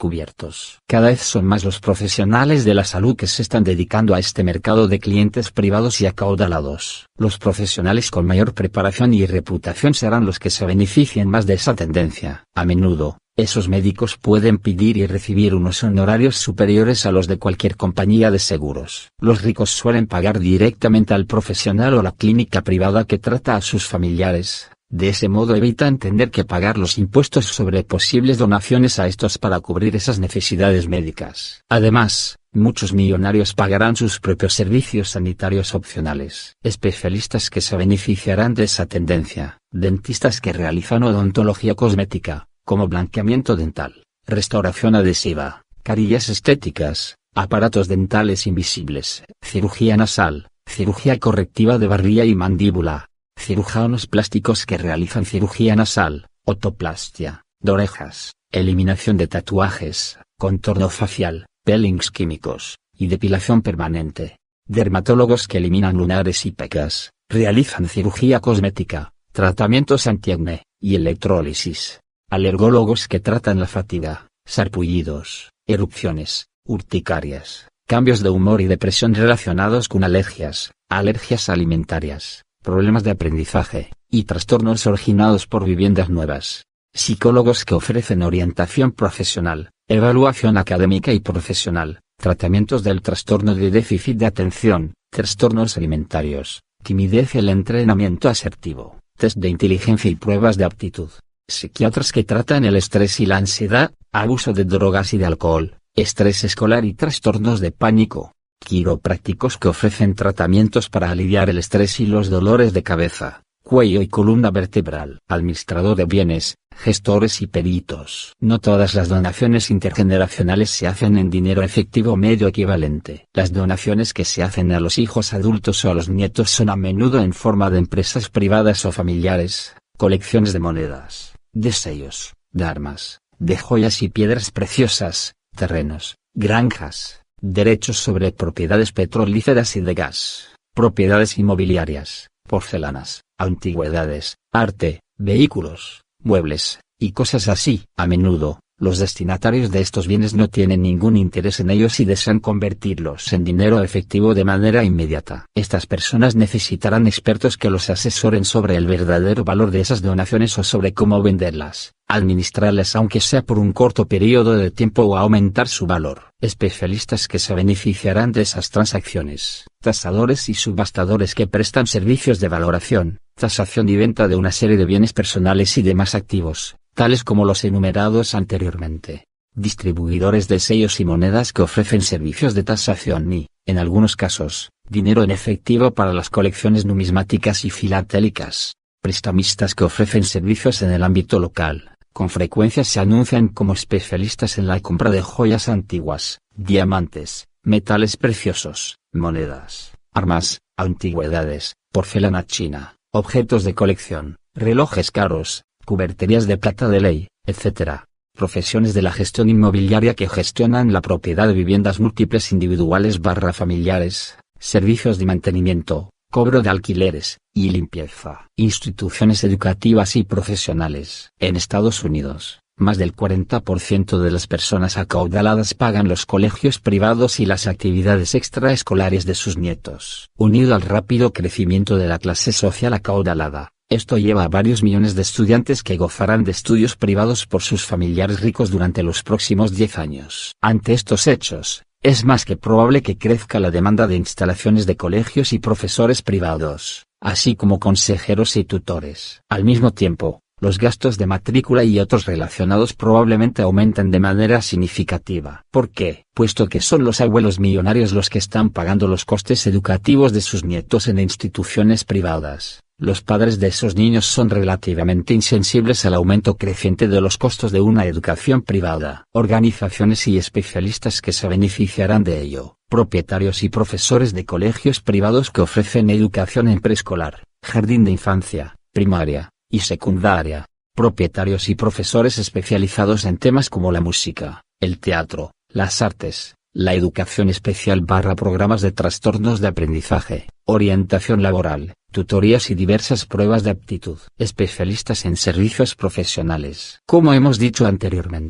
altos. Cada vez son más los profesionales de la salud que se están dedicando a este mercado de clientes privados y acaudalados. Los profesionales con mayor preparación y reputación serán los que se beneficien más de esa tendencia. A menudo, esos médicos pueden pedir y recibir unos honorarios superiores a los de cualquier compañía de seguros. Los ricos suelen pagar directamente al profesional o la clínica privada que trata a sus familiares. De ese modo evitan tener que pagar los impuestos sobre posibles donaciones a estos para cubrir esas necesidades médicas. Además, muchos millonarios pagarán sus propios servicios sanitarios opcionales. Especialistas que se beneficiarán de esa tendencia. Dentistas que realizan odontología cosmética, como blanqueamiento dental, restauración adhesiva, carillas estéticas, aparatos dentales invisibles, cirugía nasal, cirugía correctiva de barbilla y mandíbula, cirujanos plásticos que realizan cirugía nasal, otoplastia, de orejas, eliminación de tatuajes, contorno facial, peelings químicos, y depilación permanente. Dermatólogos que eliminan lunares y pecas, realizan cirugía cosmética, tratamientos antiacné, y electrólisis. Alergólogos que tratan la fatiga, sarpullidos, erupciones, urticarias, cambios de humor y depresión relacionados con alergias, alergias alimentarias, problemas de aprendizaje, y trastornos originados por viviendas nuevas. Psicólogos que ofrecen orientación profesional, evaluación académica y profesional, tratamientos del trastorno de déficit de atención, trastornos alimentarios, timidez y el entrenamiento asertivo, test de inteligencia y pruebas de aptitud. Psiquiatras que tratan el estrés y la ansiedad, abuso de drogas y de alcohol, estrés escolar y trastornos de pánico. Quiroprácticos que ofrecen tratamientos para aliviar el estrés y los dolores de cabeza, cuello y columna vertebral. Administrador de bienes, gestores y peritos. No todas las donaciones intergeneracionales se hacen en dinero efectivo medio equivalente. Las donaciones que se hacen a los hijos adultos o a los nietos son a menudo en forma de empresas privadas o familiares, colecciones de monedas, de sellos, de armas, de joyas y piedras preciosas, terrenos, granjas, derechos sobre propiedades petrolíferas y de gas, propiedades inmobiliarias, porcelanas, antigüedades, arte, vehículos, muebles, y cosas así. A menudo, los destinatarios de estos bienes no tienen ningún interés en ellos y desean convertirlos en dinero efectivo de manera inmediata. Estas personas necesitarán expertos que los asesoren sobre el verdadero valor de esas donaciones o sobre cómo venderlas, administrarlas aunque sea por un corto periodo de tiempo o aumentar su valor. Especialistas que se beneficiarán de esas transacciones. Tasadores y subastadores que prestan servicios de valoración, tasación y venta de una serie de bienes personales y demás activos, tales como los enumerados anteriormente. Distribuidores de sellos y monedas que ofrecen servicios de tasación y, en algunos casos, dinero en efectivo para las colecciones numismáticas y filatélicas. Prestamistas que ofrecen servicios en el ámbito local. Con frecuencia se anuncian como especialistas en la compra de joyas antiguas, diamantes, metales preciosos, monedas, armas, antigüedades, porcelana china, objetos de colección, relojes caros, cuberterías de plata de ley, etcétera. Profesiones de la gestión inmobiliaria que gestionan la propiedad de viviendas múltiples individuales barra familiares, servicios de mantenimiento, cobro de alquileres, y limpieza. Instituciones educativas y profesionales. En Estados Unidos, más del cuarenta por ciento de las personas acaudaladas pagan los colegios privados y las actividades extraescolares de sus nietos. Unido al rápido crecimiento de la clase social acaudalada, esto lleva a varios millones de estudiantes que gozarán de estudios privados por sus familiares ricos durante los próximos diez años. Ante estos hechos, es más que probable que crezca la demanda de instalaciones de colegios y profesores privados, así como consejeros y tutores. Al mismo tiempo, los gastos de matrícula y otros relacionados probablemente aumenten de manera significativa. ¿Por qué? Puesto que son los abuelos millonarios los que están pagando los costes educativos de sus nietos en instituciones privadas. Los padres de esos niños son relativamente insensibles al aumento creciente de los costos de una educación privada. Organizaciones y especialistas que se beneficiarán de ello. Propietarios y profesores de colegios privados que ofrecen educación en preescolar, jardín de infancia, primaria, y secundaria. Propietarios y profesores especializados en temas como la música, el teatro, las artes, la educación especial barra programas de trastornos de aprendizaje, orientación laboral, tutorías y diversas pruebas de aptitud. Especialistas en servicios profesionales. Como hemos dicho anteriormente,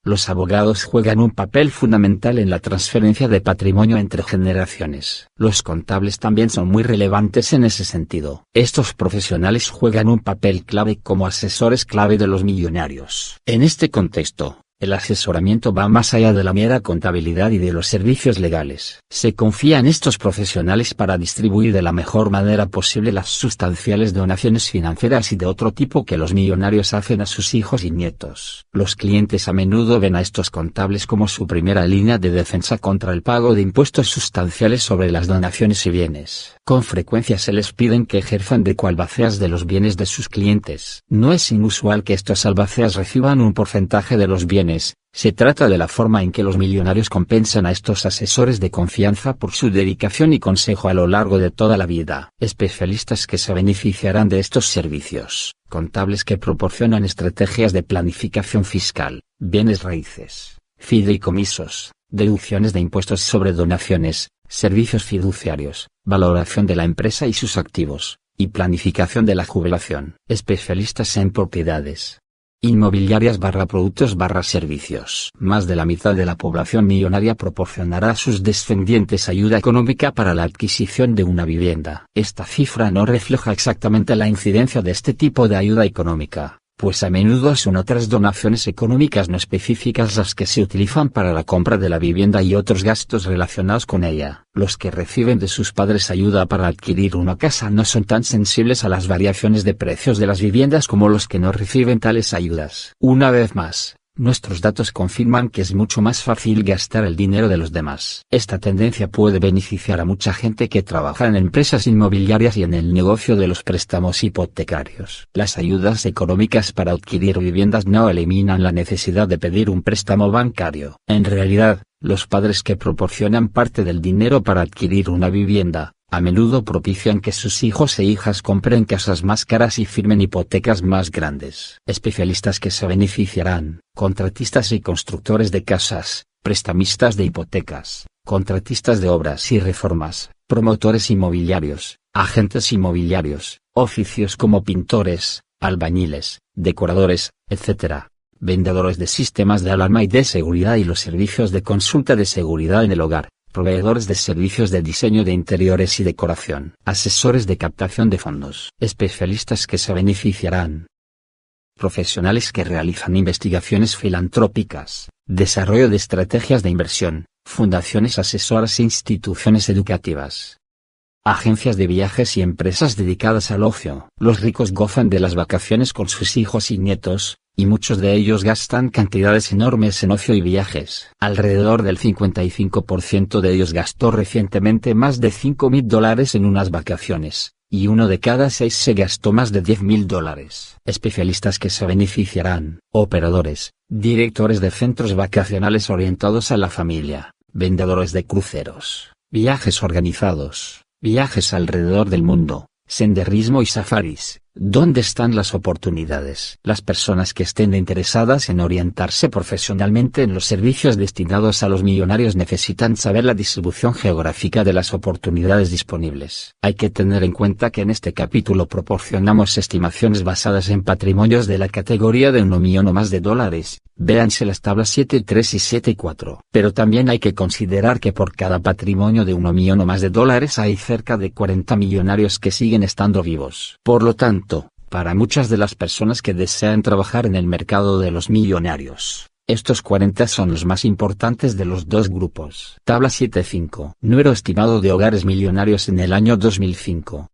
Los abogados juegan un papel fundamental en la transferencia de patrimonio entre generaciones. Los contables también son muy relevantes en ese sentido. Estos profesionales juegan un papel clave como asesores clave de los millonarios. En este contexto, el asesoramiento va más allá de la mera contabilidad y de los servicios legales. Se confía en estos profesionales para distribuir de la mejor manera posible las sustanciales donaciones financieras y de otro tipo que los millonarios hacen a sus hijos y nietos. Los clientes a menudo ven a estos contables como su primera línea de defensa contra el pago de impuestos sustanciales sobre las donaciones y bienes. Con frecuencia se les piden que ejerzan de coalbaceas de los bienes de sus clientes. No es inusual que estos albaceas reciban un porcentaje de los bienes. Se trata de la forma en que los millonarios compensan a estos asesores de confianza por su dedicación y consejo a lo largo de toda la vida. Especialistas que se beneficiarán de estos servicios. Contables que proporcionan estrategias de planificación fiscal, bienes raíces, fideicomisos, deducciones de impuestos sobre donaciones, servicios fiduciarios, valoración de la empresa y sus activos, y planificación de la jubilación. Especialistas en propiedades inmobiliarias barra productos barra servicios. Más de la mitad de la población millonaria proporcionará a sus descendientes ayuda económica para la adquisición de una vivienda. Esta cifra no refleja exactamente la incidencia de este tipo de ayuda económica, pues a menudo son otras donaciones económicas no específicas las que se utilizan para la compra de la vivienda y otros gastos relacionados con ella. Los que reciben de sus padres ayuda para adquirir una casa no son tan sensibles a las variaciones de precios de las viviendas como los que no reciben tales ayudas. Una vez más, nuestros datos confirman que es mucho más fácil gastar el dinero de los demás. Esta tendencia puede beneficiar a mucha gente que trabaja en empresas inmobiliarias y en el negocio de los préstamos hipotecarios. Las ayudas económicas para adquirir viviendas no eliminan la necesidad de pedir un préstamo bancario. En realidad, los padres que proporcionan parte del dinero para adquirir una vivienda, a menudo propician que sus hijos e hijas compren casas más caras y firmen hipotecas más grandes. Especialistas que se beneficiarán: contratistas y constructores de casas, prestamistas de hipotecas, contratistas de obras y reformas, promotores inmobiliarios, agentes inmobiliarios, oficios como pintores, albañiles, decoradores, etcétera. Vendedores de sistemas de alarma y de seguridad y los servicios de consulta de seguridad en el hogar, proveedores de servicios de diseño de interiores y decoración, asesores de captación de fondos, especialistas que se beneficiarán, profesionales que realizan investigaciones filantrópicas, desarrollo de estrategias de inversión, fundaciones asesoras e instituciones educativas, agencias de viajes y empresas dedicadas al ocio. Los ricos gozan de las vacaciones con sus hijos y nietos, y muchos de ellos gastan cantidades enormes en ocio y viajes. Alrededor del cincuenta y cinco por ciento de ellos gastó recientemente más de cinco mil dólares en unas vacaciones, y uno de cada seis se gastó más de diez mil dólares. Especialistas que se beneficiarán: operadores, directores de centros vacacionales orientados a la familia, vendedores de cruceros, viajes organizados, viajes alrededor del mundo, senderismo y safaris. ¿Dónde están las oportunidades? Las personas que estén interesadas en orientarse profesionalmente en los servicios destinados a los millonarios necesitan saber la distribución geográfica de las oportunidades disponibles. Hay que tener en cuenta que en este capítulo proporcionamos estimaciones basadas en patrimonios de la categoría de un millón o más de dólares. Véanse las tablas siete punto tres y siete punto cuatro. Pero también hay que considerar que por cada patrimonio de un millón o más de dólares hay cerca de cuarenta millonarios que siguen estando vivos. Por lo tanto, para muchas de las personas que desean trabajar en el mercado de los millonarios, estos cuarenta son los más importantes de los dos grupos. Tabla siete punto cinco. Número estimado de hogares millonarios en el año dos mil cinco.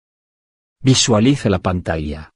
Visualice la pantalla.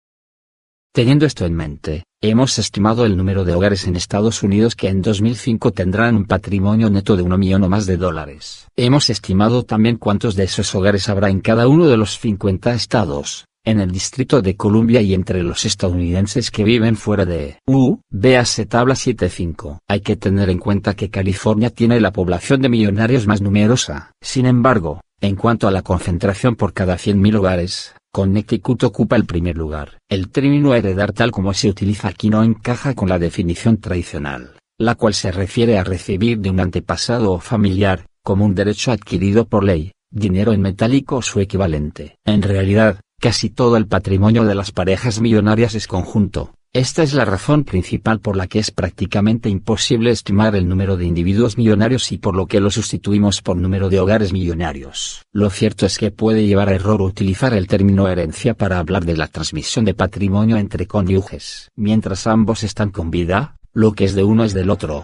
Teniendo esto en mente, hemos estimado el número de hogares en Estados Unidos que en dos mil cinco tendrán un patrimonio neto de un millón o más de dólares. Hemos estimado también cuántos de esos hogares habrá en cada uno de los cincuenta estados, en el Distrito de Columbia y entre los estadounidenses que viven fuera de U. Véase tabla siete punto cinco. Hay que tener en cuenta que California tiene la población de millonarios más numerosa. Sin embargo, en cuanto a la concentración por cada cien mil hogares, Connecticut ocupa el primer lugar. El término heredar tal como se utiliza aquí no encaja con la definición tradicional, la cual se refiere a recibir de un antepasado o familiar, como un derecho adquirido por ley, dinero en metálico o su equivalente. En realidad, casi todo el patrimonio de las parejas millonarias es conjunto, Esta es la razón principal por la que es prácticamente imposible estimar el número de individuos millonarios y por lo que lo sustituimos por número de hogares millonarios. Lo cierto es que puede llevar a error utilizar el término herencia para hablar de la transmisión de patrimonio entre cónyuges. Mientras ambos están con vida, lo que es de uno es del otro.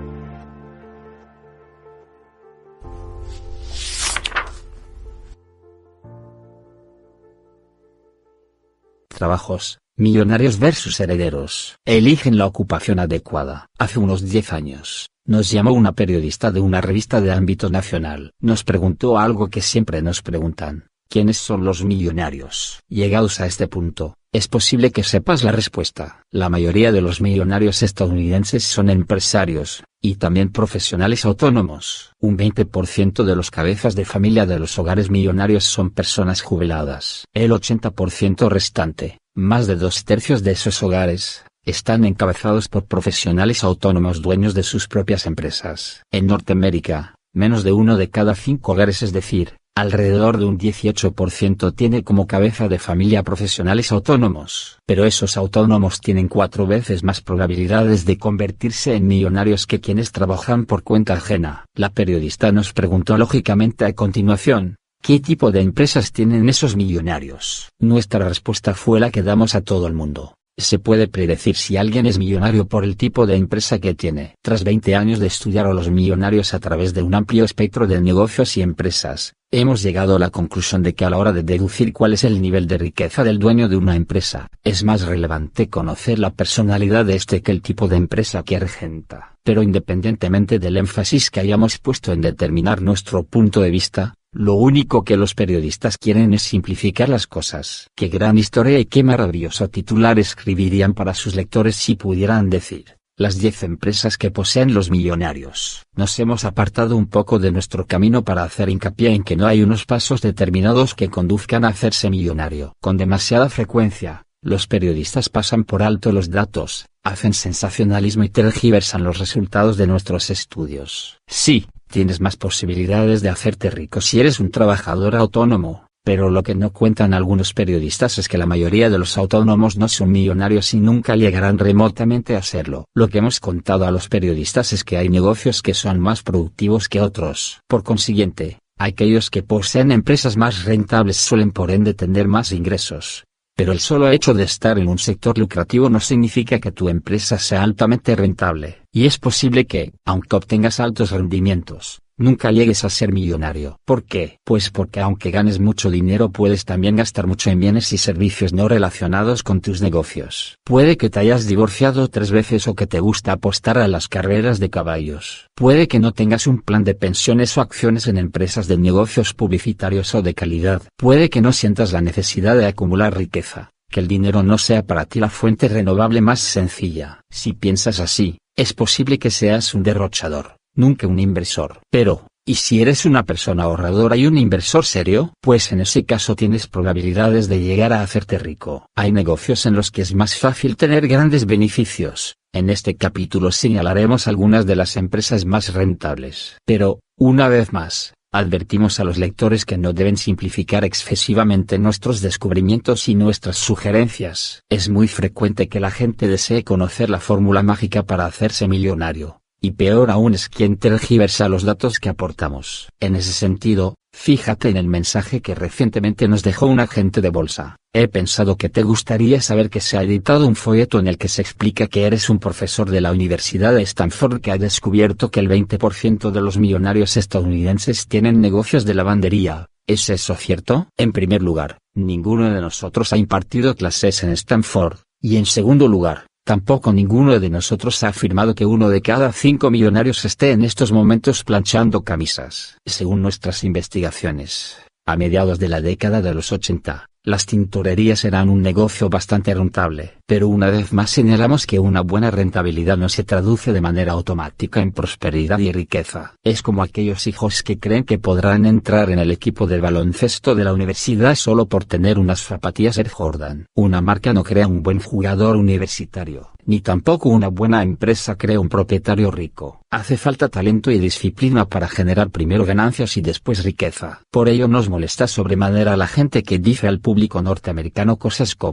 Trabajos. Millonarios versus herederos. Eligen la ocupación adecuada. Hace unos diez años, nos llamó una periodista de una revista de ámbito nacional. Nos preguntó algo que siempre nos preguntan: ¿quiénes son los millonarios? Llegados a este punto, es posible que sepas la respuesta. La mayoría de los millonarios estadounidenses son empresarios, y también profesionales autónomos. Un veinte por ciento de los cabezas de familia de los hogares millonarios son personas jubiladas. El ochenta por ciento restante, más de dos tercios de esos hogares, están encabezados por profesionales autónomos dueños de sus propias empresas. En Norteamérica, menos de uno de cada cinco hogares, es decir, alrededor de un dieciocho por ciento, tiene como cabeza de familia profesionales autónomos. Pero esos autónomos tienen cuatro veces más probabilidades de convertirse en millonarios que quienes trabajan por cuenta ajena. La periodista nos preguntó lógicamente a continuación: ¿qué tipo de empresas tienen esos millonarios? Nuestra respuesta fue la que damos a todo el mundo. Se puede predecir si alguien es millonario por el tipo de empresa que tiene. Tras veinte años de estudiar a los millonarios a través de un amplio espectro de negocios y empresas, hemos llegado a la conclusión de que a la hora de deducir cuál es el nivel de riqueza del dueño de una empresa, es más relevante conocer la personalidad de este que el tipo de empresa que regenta. Pero independientemente del énfasis que hayamos puesto en determinar nuestro punto de vista, lo único que los periodistas quieren es simplificar las cosas. Qué gran historia y qué maravilloso titular escribirían para sus lectores si pudieran decir: las diez empresas que poseen los millonarios. Nos hemos apartado un poco de nuestro camino para hacer hincapié en que no hay unos pasos determinados que conduzcan a hacerse millonario. Con demasiada frecuencia, los periodistas pasan por alto los datos, hacen sensacionalismo y tergiversan los resultados de nuestros estudios. Sí, tienes más posibilidades de hacerte rico si eres un trabajador autónomo, pero lo que no cuentan algunos periodistas es que la mayoría de los autónomos no son millonarios y nunca llegarán remotamente a serlo. Lo que hemos contado a los periodistas es que hay negocios que son más productivos que otros. Por consiguiente, aquellos que poseen empresas más rentables suelen por ende tener más ingresos. Pero el solo hecho de estar en un sector lucrativo no significa que tu empresa sea altamente rentable. Y es posible que, aunque obtengas altos rendimientos, nunca llegues a ser millonario. ¿Por qué? Pues porque aunque ganes mucho dinero puedes también gastar mucho en bienes y servicios no relacionados con tus negocios. Puede que te hayas divorciado tres veces o que te gusta apostar a las carreras de caballos. Puede que no tengas un plan de pensiones o acciones en empresas de negocios publicitarios o de calidad. Puede que no sientas la necesidad de acumular riqueza, que el dinero no sea para ti la fuente renovable más sencilla. Si piensas así, es posible que seas un derrochador, nunca un inversor. Pero, ¿y si eres una persona ahorradora y un inversor serio? Pues en ese caso tienes probabilidades de llegar a hacerte rico. Hay negocios en los que es más fácil tener grandes beneficios. En este capítulo señalaremos algunas de las empresas más rentables. Pero, una vez más, advertimos a los lectores que no deben simplificar excesivamente nuestros descubrimientos y nuestras sugerencias. Es muy frecuente que la gente desee conocer la fórmula mágica para hacerse millonario. Y peor aún es quien tergiversa los datos que aportamos. En ese sentido, fíjate en el mensaje que recientemente nos dejó un agente de bolsa. He pensado que te gustaría saber que se ha editado un folleto en el que se explica que eres un profesor de la Universidad de Stanford que ha descubierto que el veinte por ciento de los millonarios estadounidenses tienen negocios de lavandería. ¿Es eso cierto? En primer lugar, ninguno de nosotros ha impartido clases en Stanford, y en segundo lugar, tampoco ninguno de nosotros ha afirmado que uno de cada cinco millonarios esté en estos momentos planchando camisas. Según nuestras investigaciones, a mediados de la década de los ochenta, las tintorerías eran un negocio bastante rentable. Pero una vez más señalamos que una buena rentabilidad no se traduce de manera automática en prosperidad y riqueza. Es como aquellos hijos que creen que podrán entrar en el equipo de baloncesto de la universidad solo por tener unas zapatillas Air Jordan. Una marca no crea un buen jugador universitario, ni tampoco una buena empresa crea un propietario rico. Hace falta talento y disciplina para generar primero ganancias y después riqueza. Por ello nos molesta sobremanera la gente que dice al público norteamericano cosas como: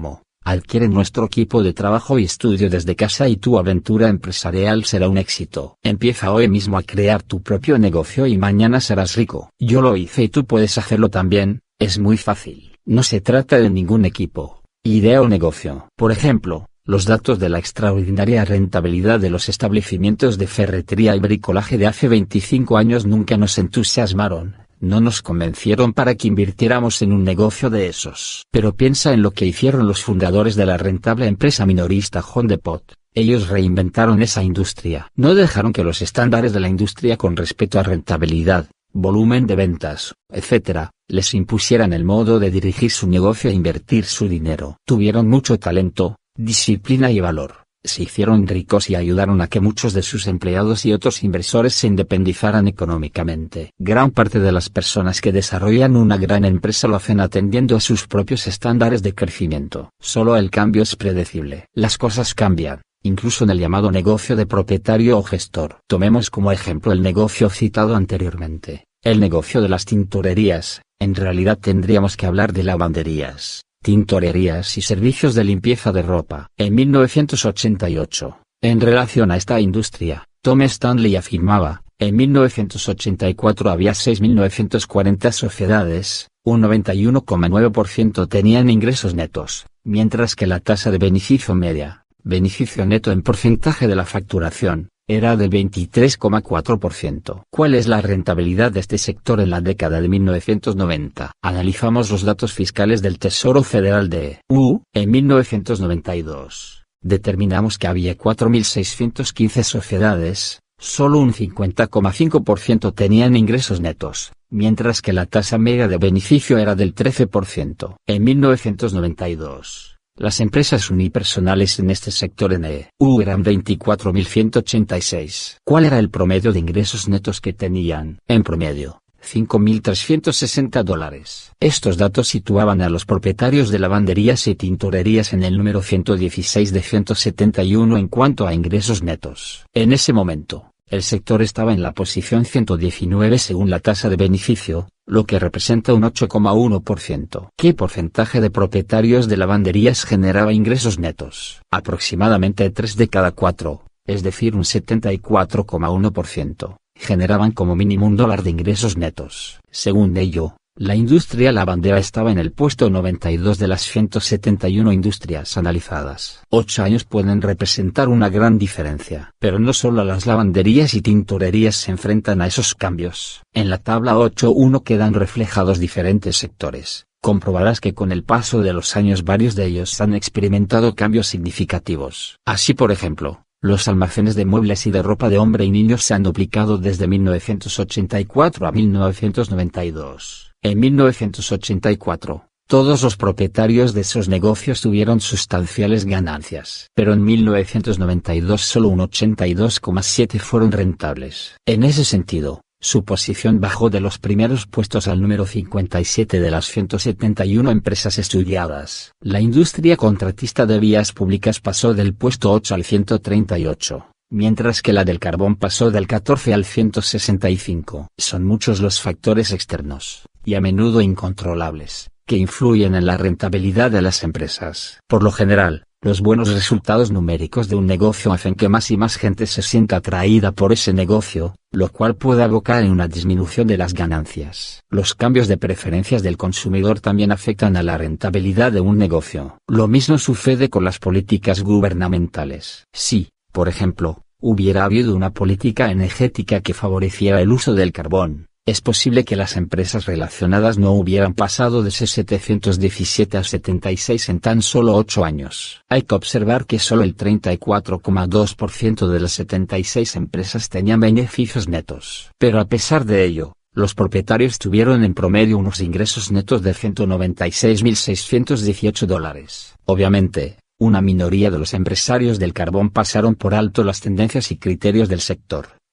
Adquiere nuestro equipo de trabajo y estudio desde casa y tu aventura empresarial será un éxito. Empieza hoy mismo a crear tu propio negocio y mañana serás rico. Yo lo hice y tú puedes hacerlo también, es muy fácil. No se trata de ningún equipo, idea o negocio. Por ejemplo, los datos de la extraordinaria rentabilidad de los establecimientos de ferretería y bricolaje de hace veinticinco años nunca nos entusiasmaron. No nos convencieron para que invirtiéramos en un negocio de esos. Pero piensa en lo que hicieron los fundadores de la rentable empresa minorista Home Depot. Ellos reinventaron esa industria. No dejaron que los estándares de la industria con respecto a rentabilidad, volumen de ventas, etcétera, les impusieran el modo de dirigir su negocio e invertir su dinero. Tuvieron mucho talento, disciplina y valor. Se hicieron ricos y ayudaron a que muchos de sus empleados y otros inversores se independizaran económicamente. Gran parte de las personas que desarrollan una gran empresa lo hacen atendiendo a sus propios estándares de crecimiento. Solo el cambio es predecible. Las cosas cambian, incluso en el llamado negocio de propietario o gestor. Tomemos como ejemplo el negocio citado anteriormente, el negocio de las tintorerías. En realidad tendríamos que hablar de lavanderías, tintorerías y servicios de limpieza de ropa. En mil novecientos ochenta y ocho, en relación a esta industria, Tom Stanley afirmaba, en mil novecientos ochenta y cuatro había seis mil novecientos cuarenta sociedades, un noventa y uno coma nueve por ciento tenían ingresos netos, mientras que la tasa de beneficio media, beneficio neto en porcentaje de la facturación, era del veintitrés coma cuatro por ciento. ¿Cuál es la rentabilidad de este sector en la década de mil novecientos noventa? Analizamos los datos fiscales del Tesoro Federal de U S en mil novecientos noventa y dos. Determinamos que había cuatro mil seiscientas quince sociedades, solo un cincuenta coma cinco por ciento tenían ingresos netos, mientras que la tasa media de beneficio era del trece por ciento. En mil novecientos noventa y dos. Las empresas unipersonales en este sector en E U eran veinticuatro mil ciento ochenta y seis. ¿Cuál era el promedio de ingresos netos que tenían? En promedio, cinco mil trescientos sesenta dólares. Estos datos situaban a los propietarios de lavanderías y tintorerías en el número ciento dieciséis de ciento setenta y uno en cuanto a ingresos netos. En ese momento, el sector estaba en la posición ciento diecinueve según la tasa de beneficio, lo que representa un ocho coma uno por ciento. ¿Qué porcentaje de propietarios de lavanderías generaba ingresos netos? Aproximadamente tres de cada cuatro, es decir un setenta y cuatro coma uno por ciento, generaban como mínimo un dólar de ingresos netos. Según ello, la industria lavandera estaba en el puesto noventa y dos de las ciento setenta y uno industrias analizadas. Ocho años pueden representar una gran diferencia. Pero no solo las lavanderías y tintorerías se enfrentan a esos cambios. En la tabla ocho punto uno quedan reflejados diferentes sectores. Comprobarás que con el paso de los años varios de ellos han experimentado cambios significativos. Así por ejemplo, los almacenes de muebles y de ropa de hombre y niños se han duplicado desde mil novecientos ochenta y cuatro a mil novecientos noventa y dos. En mil novecientos ochenta y cuatro, todos los propietarios de esos negocios tuvieron sustanciales ganancias. Pero en mil novecientos noventa y dos solo un ochenta y dos coma siete por ciento fueron rentables. En ese sentido, su posición bajó de los primeros puestos al número cincuenta y siete de las ciento setenta y uno empresas estudiadas. La industria contratista de vías públicas pasó del puesto ocho al ciento treinta y ocho. Mientras que la del carbón pasó del catorce al ciento sesenta y cinco. Son muchos los factores externos, y a menudo incontrolables, que influyen en la rentabilidad de las empresas. Por lo general, los buenos resultados numéricos de un negocio hacen que más y más gente se sienta atraída por ese negocio, lo cual puede abocar en una disminución de las ganancias. Los cambios de preferencias del consumidor también afectan a la rentabilidad de un negocio. Lo mismo sucede con las políticas gubernamentales. Sí. Por ejemplo, hubiera habido una política energética que favoreciera el uso del carbón, es posible que las empresas relacionadas no hubieran pasado de setecientos diecisiete a setenta y seis en tan solo ocho años. Hay que observar que solo el treinta y cuatro coma dos por ciento de las setenta y seis empresas tenían beneficios netos. Pero a pesar de ello, los propietarios tuvieron en promedio unos ingresos netos de ciento noventa y seis mil seiscientos dieciocho dólares. Obviamente, una minoría de los empresarios del carbón pasaron por alto las tendencias y criterios del sector,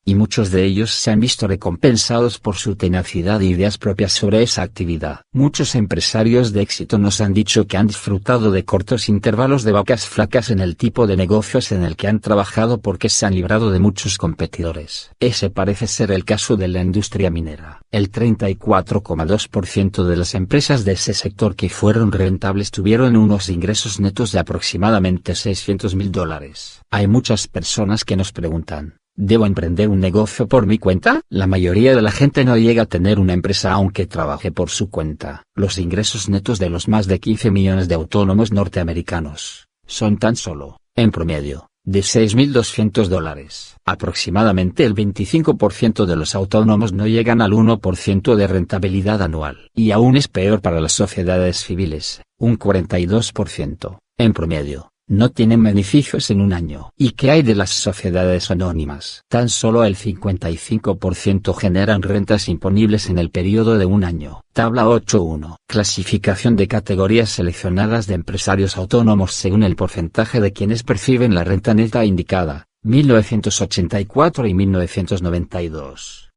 y muchos de ellos se han visto recompensados por su tenacidad e ideas propias sobre esa actividad. Muchos empresarios de éxito nos han dicho que han disfrutado de cortos intervalos de vacas flacas en el tipo de negocios en el que han trabajado porque se han librado de muchos competidores. Ese parece ser el caso de la industria minera. El treinta y cuatro coma dos por ciento de las empresas de ese sector que fueron rentables tuvieron unos ingresos netos de aproximadamente seiscientos mil dólares. Hay muchas personas que nos preguntan, ¿debo emprender un negocio por mi cuenta? La mayoría de la gente no llega a tener una empresa aunque trabaje por su cuenta. Los ingresos netos de los más de quince millones de autónomos norteamericanos son tan solo, en promedio, de seis mil doscientos dólares. Aproximadamente el veinticinco por ciento de los autónomos no llegan al uno por ciento de rentabilidad anual. Y aún es peor para las sociedades civiles, un cuarenta y dos por ciento, en promedio. No tienen beneficios en un año. ¿Y qué hay de las sociedades anónimas? Tan solo el cincuenta y cinco por ciento generan rentas imponibles en el periodo de un año. Tabla ocho punto uno. Clasificación de categorías seleccionadas de empresarios autónomos según el porcentaje de quienes perciben la renta neta indicada, mil novecientos ochenta y cuatro y mil novecientos noventa y dos.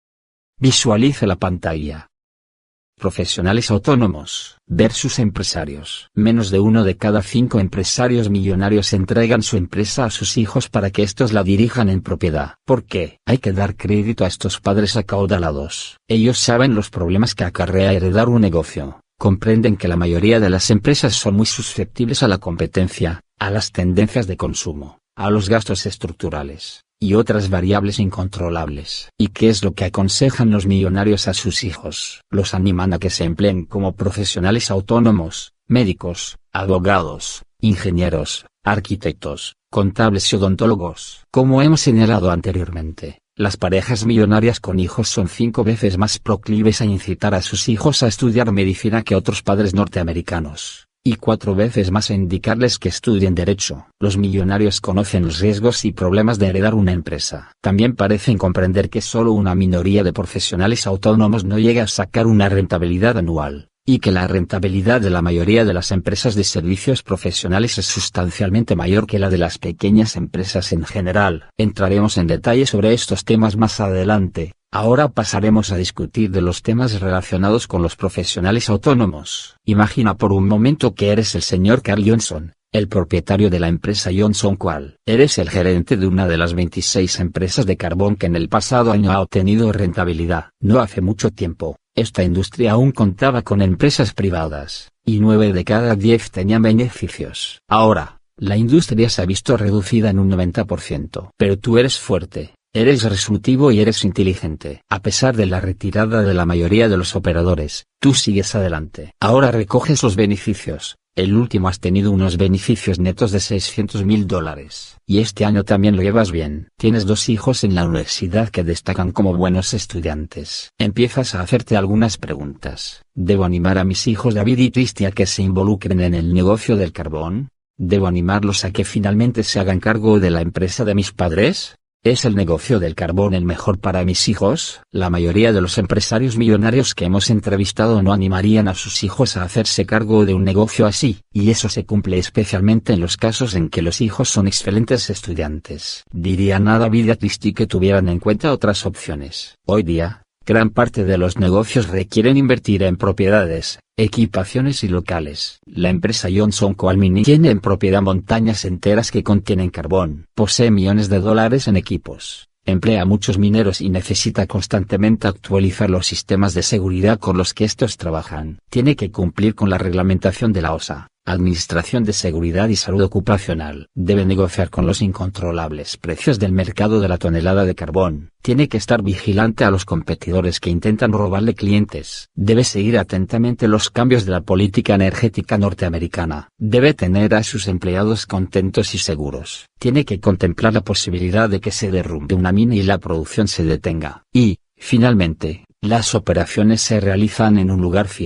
Visualice la pantalla. Profesionales autónomos versus empresarios. Menos de uno de cada cinco empresarios millonarios entregan su empresa a sus hijos para que estos la dirijan en propiedad. ¿Por qué? Hay que dar crédito a estos padres acaudalados. Ellos saben los problemas que acarrea heredar un negocio. Comprenden que la mayoría de las empresas son muy susceptibles a la competencia, a las tendencias de consumo, a los gastos estructurales y otras variables incontrolables. ¿Y qué es lo que aconsejan los millonarios a sus hijos? Los animan a que se empleen como profesionales autónomos, médicos, abogados, ingenieros, arquitectos, contables y odontólogos. Como hemos señalado anteriormente, las parejas millonarias con hijos son cinco veces más proclives a incitar a sus hijos a estudiar medicina que otros padres norteamericanos, y cuatro veces más a indicarles que estudien derecho. Los millonarios conocen los riesgos y problemas de heredar una empresa. También parecen comprender que solo una minoría de profesionales autónomos no llega a sacar una rentabilidad anual, y que la rentabilidad de la mayoría de las empresas de servicios profesionales es sustancialmente mayor que la de las pequeñas empresas en general. Entraremos en detalle sobre estos temas más adelante. Ahora pasaremos a discutir de los temas relacionados con los profesionales autónomos. Imagina por un momento que eres el señor Carl Johnson, el propietario de la empresa Johnson Coal. Eres el gerente de una de las veintiséis empresas de carbón que en el pasado año ha obtenido rentabilidad. No hace mucho tiempo, esta industria aún contaba con empresas privadas, y nueve de cada diez tenían beneficios. Ahora, la industria se ha visto reducida en un noventa por ciento. Pero tú eres fuerte. Eres resolutivo y eres inteligente. A pesar de la retirada de la mayoría de los operadores, tú sigues adelante. Ahora recoges los beneficios. El último has tenido unos beneficios netos de seiscientos mil dólares. Y este año también lo llevas bien. Tienes dos hijos en la universidad que destacan como buenos estudiantes. Empiezas a hacerte algunas preguntas. ¿Debo animar a mis hijos David y Christy a que se involucren en el negocio del carbón? ¿Debo animarlos a que finalmente se hagan cargo de la empresa de mis padres? ¿Es el negocio del carbón el mejor para mis hijos? La mayoría de los empresarios millonarios que hemos entrevistado no animarían a sus hijos a hacerse cargo de un negocio así, y eso se cumple especialmente en los casos en que los hijos son excelentes estudiantes. Dirían a David y a Christy que tuvieran en cuenta otras opciones. Hoy día, gran parte de los negocios requieren invertir en propiedades, equipaciones y locales. La empresa Johnson Coal Mining tiene en propiedad montañas enteras que contienen carbón. Posee millones de dólares en equipos, emplea a muchos mineros y necesita constantemente actualizar los sistemas de seguridad con los que estos trabajan. Tiene que cumplir con la reglamentación de la O S A, Administración de Seguridad y Salud Ocupacional. Debe negociar con los incontrolables precios del mercado de la tonelada de carbón. Tiene que estar vigilante a los competidores que intentan robarle clientes. Debe seguir atentamente los cambios de la política energética norteamericana. Debe tener a sus empleados contentos y seguros. Tiene que contemplar la posibilidad de que se derrumbe una mina y la producción se detenga. Y, finalmente, las operaciones se realizan en un lugar fijo.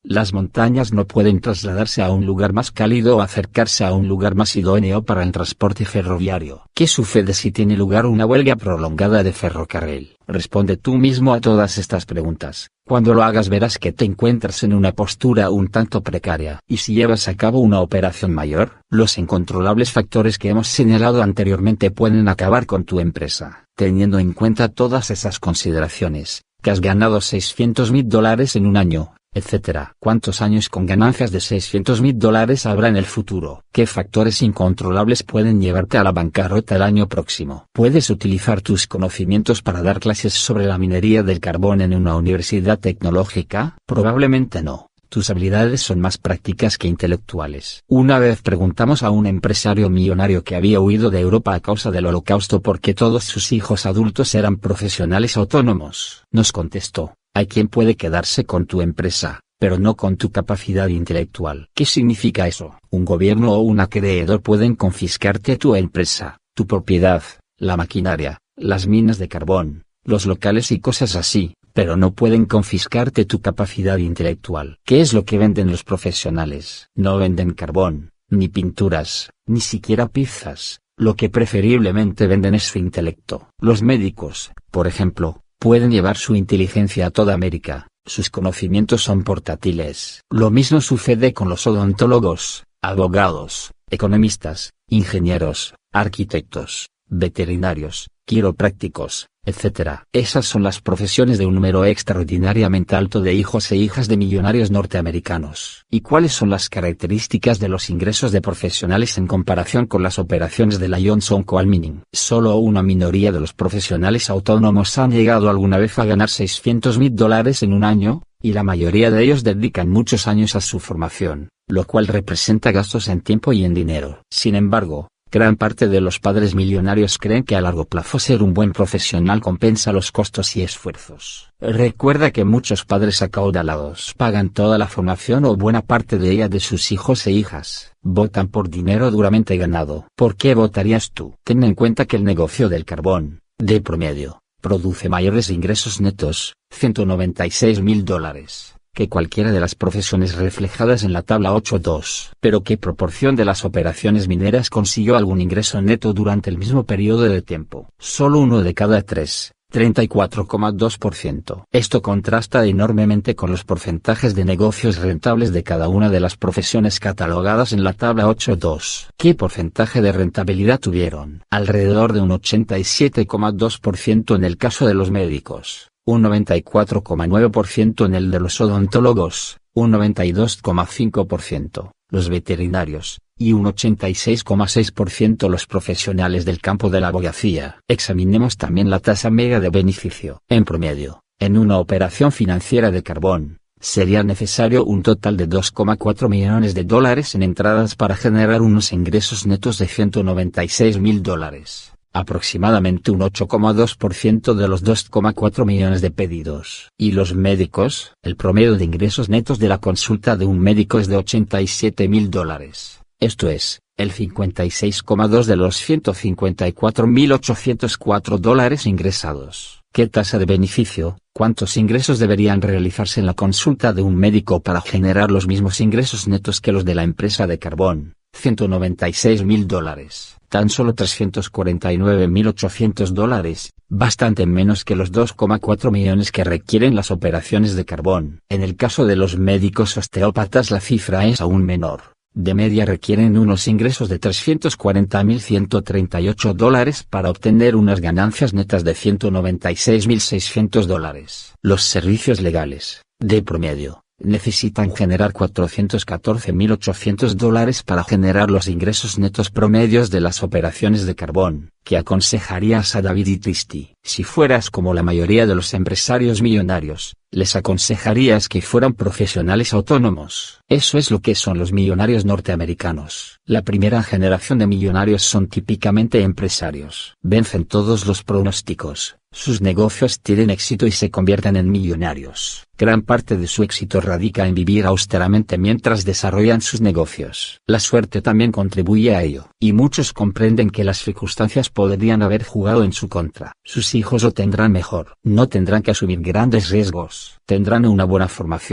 Las montañas no pueden trasladarse a un lugar más cálido o acercarse a un lugar más idóneo para el transporte ferroviario. ¿Qué sucede si tiene lugar una huelga prolongada de ferrocarril? Responde tú mismo a todas estas preguntas. Cuando lo hagas verás que te encuentras en una postura un tanto precaria. Y si llevas a cabo una operación mayor, los incontrolables factores que hemos señalado anteriormente pueden acabar con tu empresa. Teniendo en cuenta todas esas consideraciones, que has ganado seiscientos mil dólares en un año, etcétera. ¿Cuántos años con ganancias de seiscientos mil dólares habrá en el futuro? ¿Qué factores incontrolables pueden llevarte a la bancarrota el año próximo? ¿Puedes utilizar tus conocimientos para dar clases sobre la minería del carbón en una universidad tecnológica? Probablemente no. Tus habilidades son más prácticas que intelectuales. Una vez preguntamos a un empresario millonario que había huido de Europa a causa del Holocausto porque todos sus hijos adultos eran profesionales autónomos. Nos contestó: hay quien puede quedarse con tu empresa, pero no con tu capacidad intelectual. ¿Qué significa eso? Un gobierno o un acreedor pueden confiscarte tu empresa, tu propiedad, la maquinaria, las minas de carbón, los locales y cosas así, pero no pueden confiscarte tu capacidad intelectual. ¿Qué es lo que venden los profesionales? No venden carbón, ni pinturas, ni siquiera pizzas. Lo que preferiblemente venden es su intelecto. Los médicos, por ejemplo, pueden llevar su inteligencia a toda América, sus conocimientos son portátiles. Lo mismo sucede con los odontólogos, abogados, economistas, ingenieros, arquitectos, veterinarios, quiroprácticos, etcétera. Esas son las profesiones de un número extraordinariamente alto de hijos e hijas de millonarios norteamericanos. ¿Y cuáles son las características de los ingresos de profesionales en comparación con las operaciones de la Johnson Coal Mining? Solo una minoría de los profesionales autónomos han llegado alguna vez a ganar seiscientos mil dólares en un año, y la mayoría de ellos dedican muchos años a su formación, lo cual representa gastos en tiempo y en dinero. Sin embargo, gran parte de los padres millonarios creen que a largo plazo ser un buen profesional compensa los costos y esfuerzos. Recuerda que muchos padres acaudalados pagan toda la formación o buena parte de ella de sus hijos e hijas. Votan por dinero duramente ganado. ¿Por qué votarías tú? Ten en cuenta que el negocio del carbón, de promedio, produce mayores ingresos netos, ciento noventa y seis mil dólares. Que cualquiera de las profesiones reflejadas en la tabla ocho punto dos. Pero ¿qué proporción de las operaciones mineras consiguió algún ingreso neto durante el mismo periodo de tiempo? Solo uno de cada tres, treinta y cuatro coma dos por ciento. Esto contrasta enormemente con los porcentajes de negocios rentables de cada una de las profesiones catalogadas en la tabla ocho punto dos. ¿Qué porcentaje de rentabilidad tuvieron? Alrededor de un ochenta y siete coma dos por ciento en el caso de los médicos, un noventa y cuatro coma nueve por ciento en el de los odontólogos, un noventa y dos coma cinco por ciento, los veterinarios, y un ochenta y seis coma seis por ciento los profesionales del campo de la abogacía. Examinemos también la tasa media de beneficio. En promedio, en una operación financiera de carbón, sería necesario un total de dos coma cuatro millones de dólares en entradas para generar unos ingresos netos de ciento noventa y seis mil dólares. Aproximadamente un ocho coma dos por ciento de los dos coma cuatro millones de pedidos. ¿Y los médicos? El promedio de ingresos netos de la consulta de un médico es de ochenta y siete mil dólares. Esto es, el cincuenta y seis coma dos de los ciento cincuenta y cuatro mil ochocientos cuatro dólares ingresados. ¿Qué tasa de beneficio? ¿Cuántos ingresos deberían realizarse en la consulta de un médico para generar los mismos ingresos netos que los de la empresa de carbón? ciento noventa y seis mil dólares. Tan solo trescientos cuarenta y nueve mil ochocientos dólares, bastante menos que los dos coma cuatro millones que requieren las operaciones de carbón. En el caso de los médicos osteópatas la cifra es aún menor. De media requieren unos ingresos de trescientos cuarenta mil ciento treinta y ocho dólares para obtener unas ganancias netas de ciento noventa y seis mil seiscientos dólares. Los servicios legales, de promedio, necesitan generar cuatrocientos catorce mil ochocientos dólares para generar los ingresos netos promedios de las operaciones de carbón. ¿Qué aconsejarías a David y Tristi? Si fueras como la mayoría de los empresarios millonarios, les aconsejarías que fueran profesionales autónomos. Eso es lo que son los millonarios norteamericanos. La primera generación de millonarios son típicamente empresarios. Vencen todos los pronósticos. Sus negocios tienen éxito y se convierten en millonarios. Gran parte de su éxito radica en vivir austeramente mientras desarrollan sus negocios. La suerte también contribuye a ello, y muchos comprenden que las circunstancias podrían haber jugado en su contra. Sus hijos lo tendrán mejor. No tendrán que asumir grandes riesgos. Tendrán una buena formación,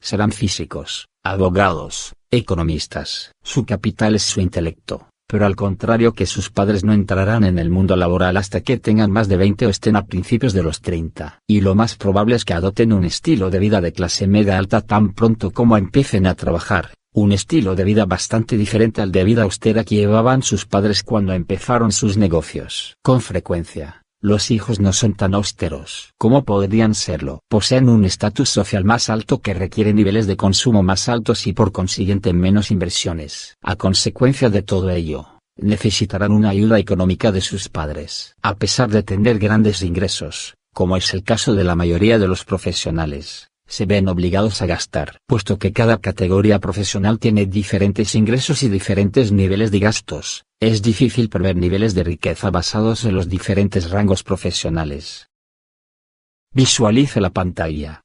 serán físicos, abogados, economistas. Su capital es su intelecto, pero al contrario que sus padres no entrarán en el mundo laboral hasta que tengan más de veinte o estén a principios de los treinta. Y lo más probable es que adopten un estilo de vida de clase media alta tan pronto como empiecen a trabajar. Un estilo de vida bastante diferente al de vida austera que llevaban sus padres cuando empezaron sus negocios. Con frecuencia, los hijos no son tan austeros como podrían serlo. Poseen un estatus social más alto que requiere niveles de consumo más altos y por consiguiente menos inversiones. A consecuencia de todo ello, necesitarán una ayuda económica de sus padres. A pesar de tener grandes ingresos, como es el caso de la mayoría de los profesionales, se ven obligados a gastar. Puesto que cada categoría profesional tiene diferentes ingresos y diferentes niveles de gastos, es difícil prever niveles de riqueza basados en los diferentes rangos profesionales. Visualice la pantalla.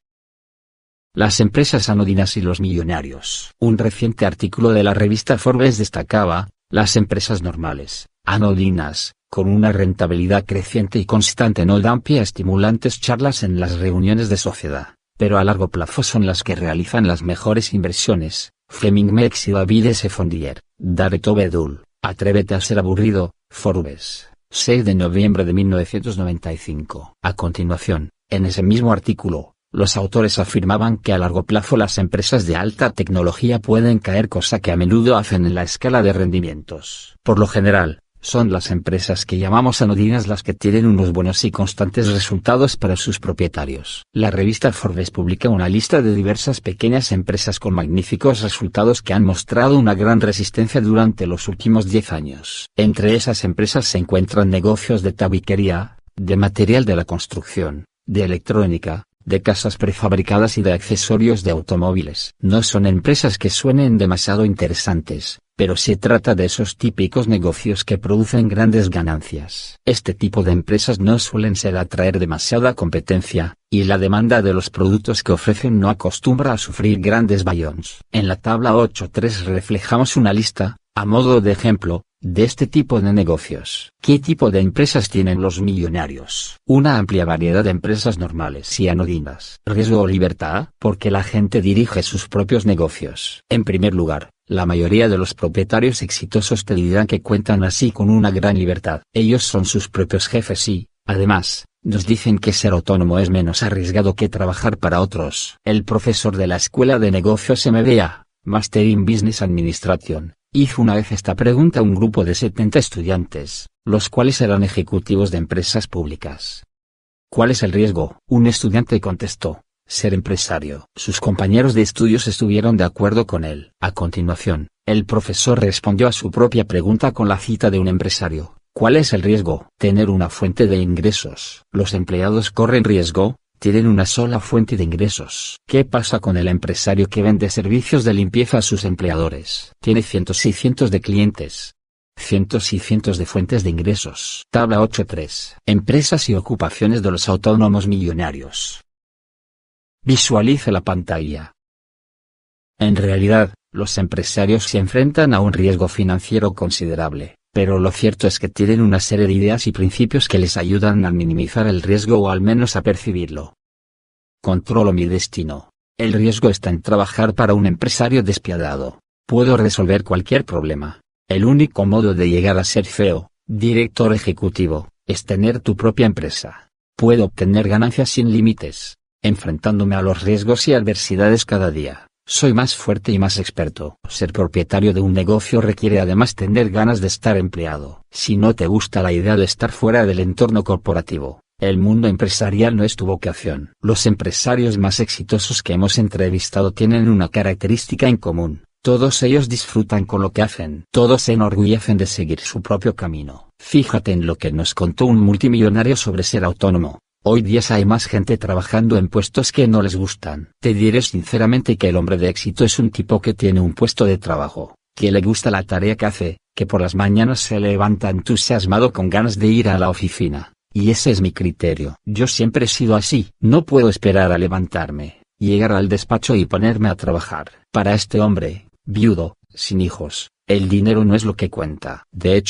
Las empresas anodinas y los millonarios. Un reciente artículo de la revista Forbes destacaba, las empresas normales, anodinas, con una rentabilidad creciente y constante no dan pie a estimulantes charlas en las reuniones de sociedad, pero a largo plazo son las que realizan las mejores inversiones. Fleming Mex y David S. Fondier, Dareto Bedul, Atrévete a ser aburrido, Forbes, seis de noviembre de mil novecientos noventa y cinco. A continuación, en ese mismo artículo, los autores afirmaban que a largo plazo las empresas de alta tecnología pueden caer, cosa que a menudo hacen en la escala de rendimientos. Por lo general, son las empresas que llamamos anodinas las que tienen unos buenos y constantes resultados para sus propietarios. La revista Forbes publica una lista de diversas pequeñas empresas con magníficos resultados que han mostrado una gran resistencia durante los últimos diez años. Entre esas empresas se encuentran negocios de tabiquería, de material de la construcción, de electrónica, de casas prefabricadas y de accesorios de automóviles. No son empresas que suenen demasiado interesantes, pero se trata de esos típicos negocios que producen grandes ganancias. Este tipo de empresas no suelen ser atraer demasiada competencia, y la demanda de los productos que ofrecen no acostumbra a sufrir grandes bayons. En la tabla ocho punto tres reflejamos una lista, a modo de ejemplo, de este tipo de negocios. ¿Qué tipo de empresas tienen los millonarios? Una amplia variedad de empresas normales y anodinas. ¿Riesgo o libertad? Porque la gente dirige sus propios negocios. En primer lugar, la mayoría de los propietarios exitosos te dirán que cuentan así con una gran libertad. Ellos son sus propios jefes y, además, nos dicen que ser autónomo es menos arriesgado que trabajar para otros. El profesor de la Escuela de Negocios M B A, Master in Business Administration, hizo una vez esta pregunta a un grupo de setenta estudiantes, los cuales eran ejecutivos de empresas públicas. ¿Cuál es el riesgo? Un estudiante contestó: ser empresario. Sus compañeros de estudios estuvieron de acuerdo con él. A continuación, el profesor respondió a su propia pregunta con la cita de un empresario. ¿Cuál es el riesgo? Tener una fuente de ingresos. Los empleados corren riesgo, tienen una sola fuente de ingresos. ¿Qué pasa con el empresario que vende servicios de limpieza a sus empleadores? Tiene cientos y cientos de clientes, cientos y cientos de fuentes de ingresos. Tabla ocho punto tres. Empresas y ocupaciones de los autónomos millonarios. Visualice la pantalla. En realidad, los empresarios se enfrentan a un riesgo financiero considerable, pero lo cierto es que tienen una serie de ideas y principios que les ayudan a minimizar el riesgo o al menos a percibirlo. Controlo mi destino. El riesgo está en trabajar para un empresario despiadado. Puedo resolver cualquier problema. El único modo de llegar a ser C E O, director ejecutivo, es tener tu propia empresa. Puedo obtener ganancias sin límites, enfrentándome a los riesgos y adversidades cada día. Soy más fuerte y más experto. Ser propietario de un negocio requiere además tener ganas de estar empleado. Si no te gusta la idea de estar fuera del entorno corporativo, el mundo empresarial no es tu vocación. Los empresarios más exitosos que hemos entrevistado tienen una característica en común: todos ellos disfrutan con lo que hacen. Todos se enorgullecen de seguir su propio camino. Fíjate en lo que nos contó un multimillonario sobre ser autónomo. Hoy día hay más gente trabajando en puestos que no les gustan. Te diré sinceramente que el hombre de éxito es un tipo que tiene un puesto de trabajo, que le gusta la tarea que hace, que por las mañanas se levanta entusiasmado con ganas de ir a la oficina. Y ese es mi criterio. Yo siempre he sido así. No puedo esperar a levantarme, llegar al despacho y ponerme a trabajar. Para este hombre, viudo, sin hijos, el dinero no es lo que cuenta. De hecho,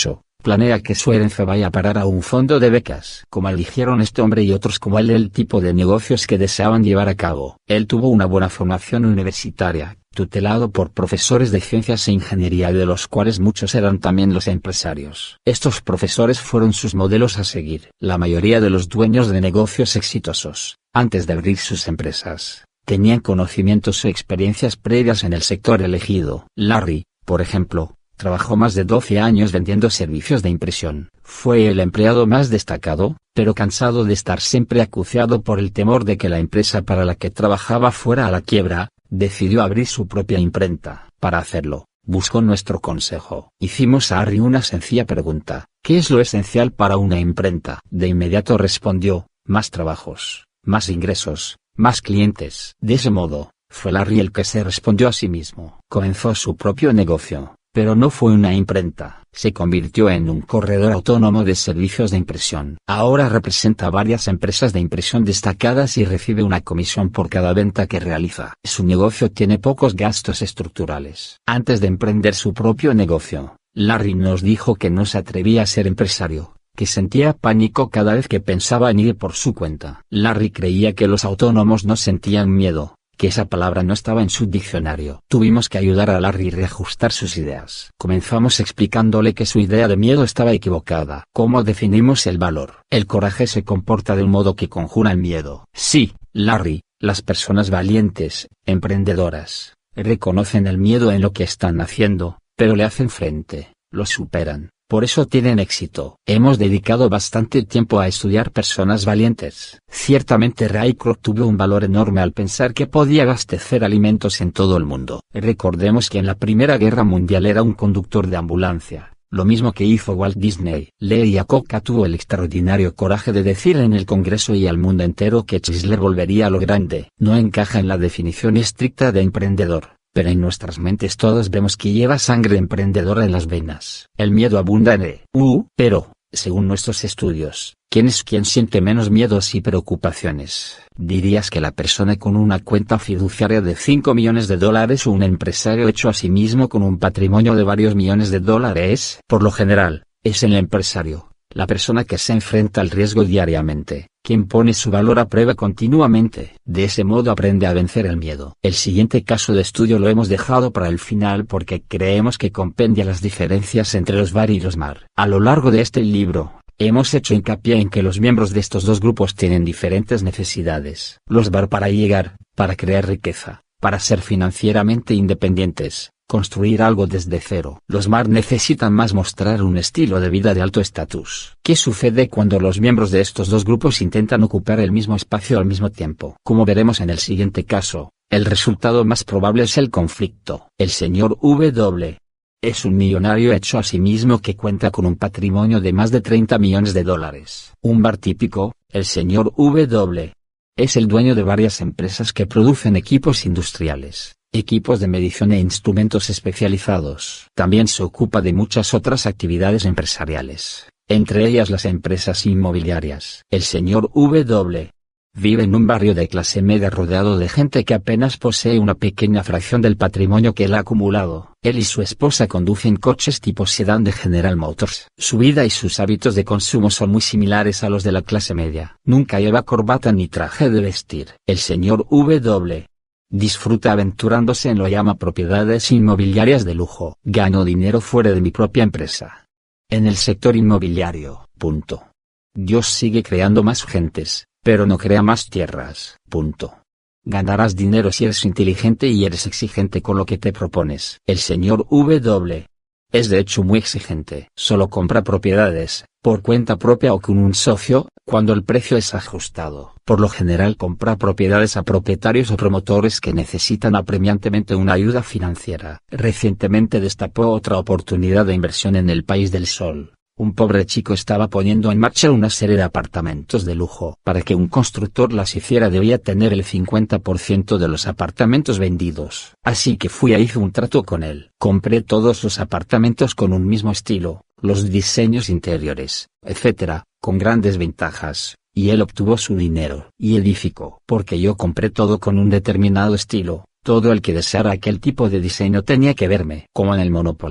planea que su herencia vaya a parar a un fondo de becas. Como eligieron este hombre y otros como él el tipo de negocios que deseaban llevar a cabo. Él tuvo una buena formación universitaria, tutelado por profesores de ciencias e ingeniería de los cuales muchos eran también los empresarios. Estos profesores fueron sus modelos a seguir. La mayoría de los dueños de negocios exitosos, antes de abrir sus empresas, tenían conocimientos o experiencias previas en el sector elegido. Larry, por ejemplo, trabajó más de doce años vendiendo servicios de impresión. Fue el empleado más destacado, pero cansado de estar siempre acuciado por el temor de que la empresa para la que trabajaba fuera a la quiebra, decidió abrir su propia imprenta. Para hacerlo, buscó nuestro consejo. Hicimos a Harry una sencilla pregunta: ¿qué es lo esencial para una imprenta? De inmediato respondió: más trabajos, más ingresos, más clientes. De ese modo, fue Larry el que se respondió a sí mismo. Comenzó su propio negocio, pero no fue una imprenta. Se convirtió en un corredor autónomo de servicios de impresión. Ahora representa varias empresas de impresión destacadas y recibe una comisión por cada venta que realiza. Su negocio tiene pocos gastos estructurales. Antes de emprender su propio negocio, Larry nos dijo que no se atrevía a ser empresario, que sentía pánico cada vez que pensaba en ir por su cuenta. Larry creía que los autónomos no sentían miedo, que esa palabra no estaba en su diccionario. Tuvimos que ayudar a Larry a reajustar sus ideas. Comenzamos explicándole que su idea de miedo estaba equivocada. ¿Cómo definimos el valor? El coraje se comporta de un modo que conjura el miedo. Sí, Larry, las personas valientes, emprendedoras, reconocen el miedo en lo que están haciendo, pero le hacen frente, lo superan. Por eso tienen éxito. Hemos dedicado bastante tiempo a estudiar personas valientes. Ciertamente Ray Kroc tuvo un valor enorme al pensar que podía abastecer alimentos en todo el mundo. Recordemos que en la Primera Guerra Mundial era un conductor de ambulancia, lo mismo que hizo Walt Disney. Lee Iacocca tuvo el extraordinario coraje de decir en el Congreso y al mundo entero que Chrysler volvería a lo grande. No encaja en la definición estricta de emprendedor, pero en nuestras mentes todos vemos que lleva sangre emprendedora en las venas. El miedo abunda en E U, pero, según nuestros estudios, ¿quién es quien siente menos miedos y preocupaciones? ¿Dirías que la persona con una cuenta fiduciaria de cinco millones de dólares o un empresario hecho a sí mismo con un patrimonio de varios millones de dólares? Por lo general, es el empresario, la persona que se enfrenta al riesgo diariamente, quien pone su valor a prueba continuamente. De ese modo aprende a vencer el miedo. El siguiente caso de estudio lo hemos dejado para el final porque creemos que compendia las diferencias entre los V A R y los M A R. A lo largo de este libro, hemos hecho hincapié en que los miembros de estos dos grupos tienen diferentes necesidades. Los V A R para llegar, para crear riqueza, para ser financieramente independientes, construir algo desde cero. Los M A R necesitan más mostrar un estilo de vida de alto estatus. ¿Qué sucede cuando los miembros de estos dos grupos intentan ocupar el mismo espacio al mismo tiempo? Como veremos en el siguiente caso, el resultado más probable es el conflicto. El señor W es un millonario hecho a sí mismo que cuenta con un patrimonio de más de treinta millones de dólares. Un V A R típico, el señor W es el dueño de varias empresas que producen equipos industriales, equipos de medición e instrumentos especializados. También se ocupa de muchas otras actividades empresariales, entre ellas las empresas inmobiliarias. El señor W vive en un barrio de clase media rodeado de gente que apenas posee una pequeña fracción del patrimonio que él ha acumulado. Él y su esposa conducen coches tipo sedán de General Motors. Su vida y sus hábitos de consumo son muy similares a los de la clase media. Nunca lleva corbata ni traje de vestir. El señor W disfruta aventurándose en lo llama propiedades inmobiliarias de lujo. Gano dinero fuera de mi propia empresa. En el sector inmobiliario. Punto. Dios sigue creando más gentes, pero no crea más tierras. Punto. Ganarás dinero si eres inteligente y eres exigente con lo que te propones. El señor W es de hecho muy exigente. Solo compra propiedades, por cuenta propia o con un socio, cuando el precio es ajustado. Por lo general compra propiedades a propietarios o promotores que necesitan apremiantemente una ayuda financiera. Recientemente destapó otra oportunidad de inversión en el País del Sol. Un pobre chico estaba poniendo en marcha una serie de apartamentos de lujo. Para que un constructor las hiciera debía tener el cincuenta por ciento de los apartamentos vendidos. Así que fui a hice un trato con él. Compré todos los apartamentos con un mismo estilo, los diseños interiores, etcétera, con grandes ventajas, y él obtuvo su dinero. Y edificó. Porque yo compré todo con un determinado estilo, todo el que deseara aquel tipo de diseño tenía que verme. Como en el monopolio.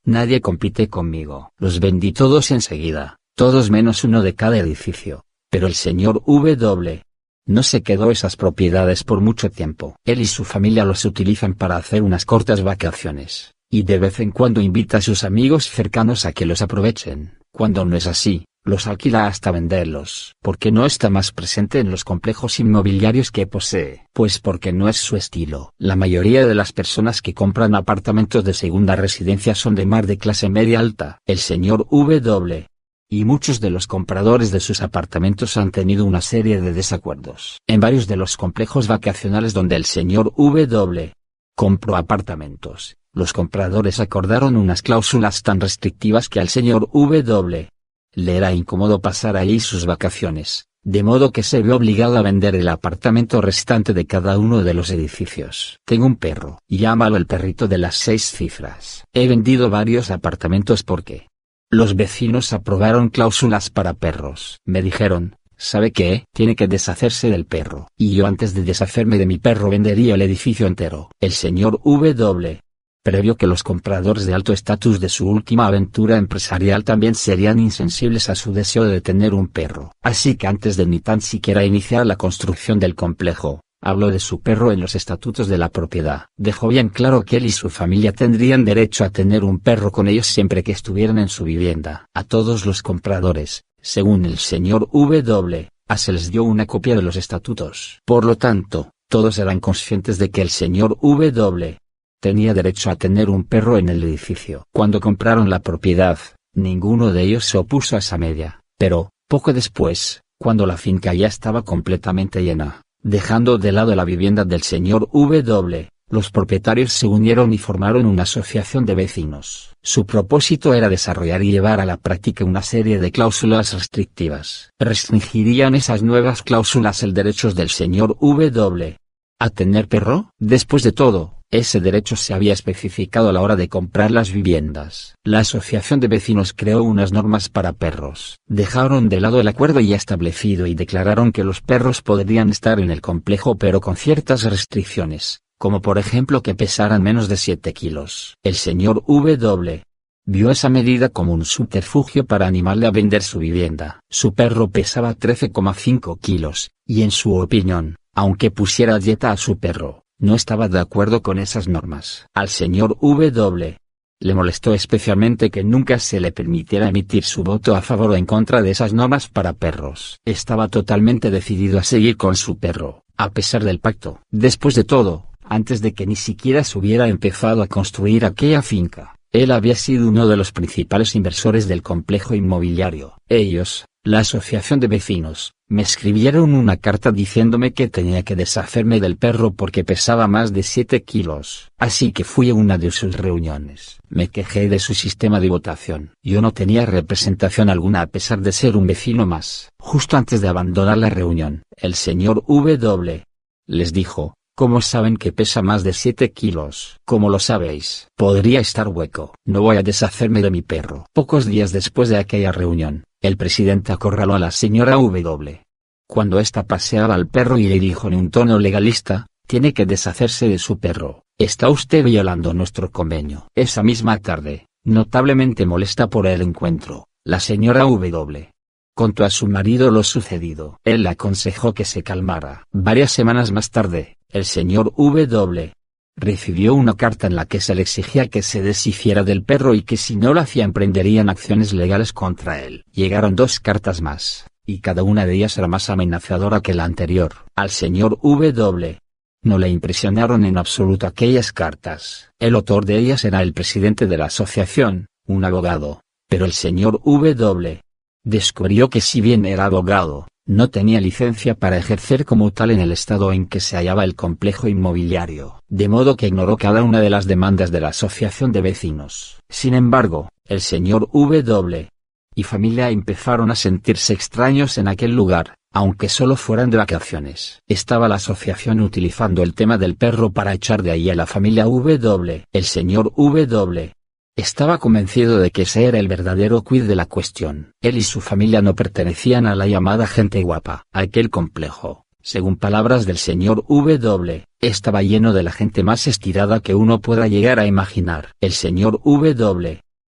Nadie compite conmigo. Los vendí todos enseguida, todos menos uno de cada edificio. Pero el señor W no se quedó esas propiedades por mucho tiempo. Él y su familia los utilizan para hacer unas cortas vacaciones, y de vez en cuando invita a sus amigos cercanos a que los aprovechen. Cuando no es así, los alquila hasta venderlos. ¿Por qué no está más presente en los complejos inmobiliarios que posee? Pues porque no es su estilo. La mayoría de las personas que compran apartamentos de segunda residencia son de más de clase media alta. El señor W y muchos de los compradores de sus apartamentos han tenido una serie de desacuerdos. En varios de los complejos vacacionales donde el señor W compró apartamentos, los compradores acordaron unas cláusulas tan restrictivas que al señor W le era incómodo pasar allí sus vacaciones, de modo que se vio obligado a vender el apartamento restante de cada uno de los edificios. Tengo un perro, llámalo el perrito de las seis cifras. He vendido varios apartamentos porque los vecinos aprobaron cláusulas para perros. Me dijeron, ¿sabe qué? Tiene que deshacerse del perro. Y yo antes de deshacerme de mi perro vendería el edificio entero. El señor W previó que los compradores de alto estatus de su última aventura empresarial también serían insensibles a su deseo de tener un perro. Así que antes de ni tan siquiera iniciar la construcción del complejo, habló de su perro en los estatutos de la propiedad. Dejó bien claro que él y su familia tendrían derecho a tener un perro con ellos siempre que estuvieran en su vivienda. A todos los compradores, según el señor W, se les dio una copia de los estatutos. Por lo tanto, todos eran conscientes de que el señor W tenía derecho a tener un perro en el edificio. Cuando compraron la propiedad, ninguno de ellos se opuso a esa medida, pero, poco después, cuando la finca ya estaba completamente llena, dejando de lado la vivienda del señor W, los propietarios se unieron y formaron una asociación de vecinos. Su propósito era desarrollar y llevar a la práctica una serie de cláusulas restrictivas. ¿Restringirían esas nuevas cláusulas el derecho del señor W a tener perro? Después de todo, ese derecho se había especificado a la hora de comprar las viviendas. La asociación de vecinos creó unas normas para perros. Dejaron de lado el acuerdo ya establecido y declararon que los perros podrían estar en el complejo pero con ciertas restricciones, como por ejemplo que pesaran menos de siete kilos. El señor W vio esa medida como un subterfugio para animarle a vender su vivienda. Su perro pesaba trece coma cinco kilos, y en su opinión, aunque pusiera dieta a su perro, no estaba de acuerdo con esas normas. Al señor W le molestó especialmente que nunca se le permitiera emitir su voto a favor o en contra de esas normas para perros. Estaba totalmente decidido a seguir con su perro, a pesar del pacto. Después de todo, antes de que ni siquiera se hubiera empezado a construir aquella finca, él había sido uno de los principales inversores del complejo inmobiliario. Ellos, la asociación de vecinos, me escribieron una carta diciéndome que tenía que deshacerme del perro porque pesaba más de siete kilos. Así que fui a una de sus reuniones. Me quejé de su sistema de votación. Yo no tenía representación alguna a pesar de ser un vecino más. Justo antes de abandonar la reunión, el señor W les dijo, ¿cómo saben que pesa más de siete kilos? ¿Cómo lo sabéis? Podría estar hueco. No voy a deshacerme de mi perro. Pocos días después de aquella reunión, el presidente acorraló a la señora W. Cuando ésta paseaba al perro y le dijo en un tono legalista, tiene que deshacerse de su perro, está usted violando nuestro convenio. Esa misma tarde, notablemente molesta por el encuentro, la señora W contó a su marido lo sucedido. Él le aconsejó que se calmara. Varias semanas más tarde, el señor W recibió una carta en la que se le exigía que se deshiciera del perro y que si no lo hacía emprenderían acciones legales contra él. Llegaron dos cartas más, y cada una de ellas era más amenazadora que la anterior. Al señor W no le impresionaron en absoluto aquellas cartas. El autor de ellas era el presidente de la asociación, un abogado, pero el señor W descubrió que si bien era abogado, no tenía licencia para ejercer como tal en el estado en que se hallaba el complejo inmobiliario, de modo que ignoró cada una de las demandas de la asociación de vecinos. Sin embargo, el señor W y familia empezaron a sentirse extraños en aquel lugar, aunque solo fueran de vacaciones. Estaba la asociación utilizando el tema del perro para echar de ahí a la familia W. El señor W estaba convencido de que ese era el verdadero quid de la cuestión. Él y su familia no pertenecían a la llamada gente guapa. Aquel complejo, según palabras del señor W, estaba lleno de la gente más estirada que uno pueda llegar a imaginar. El señor W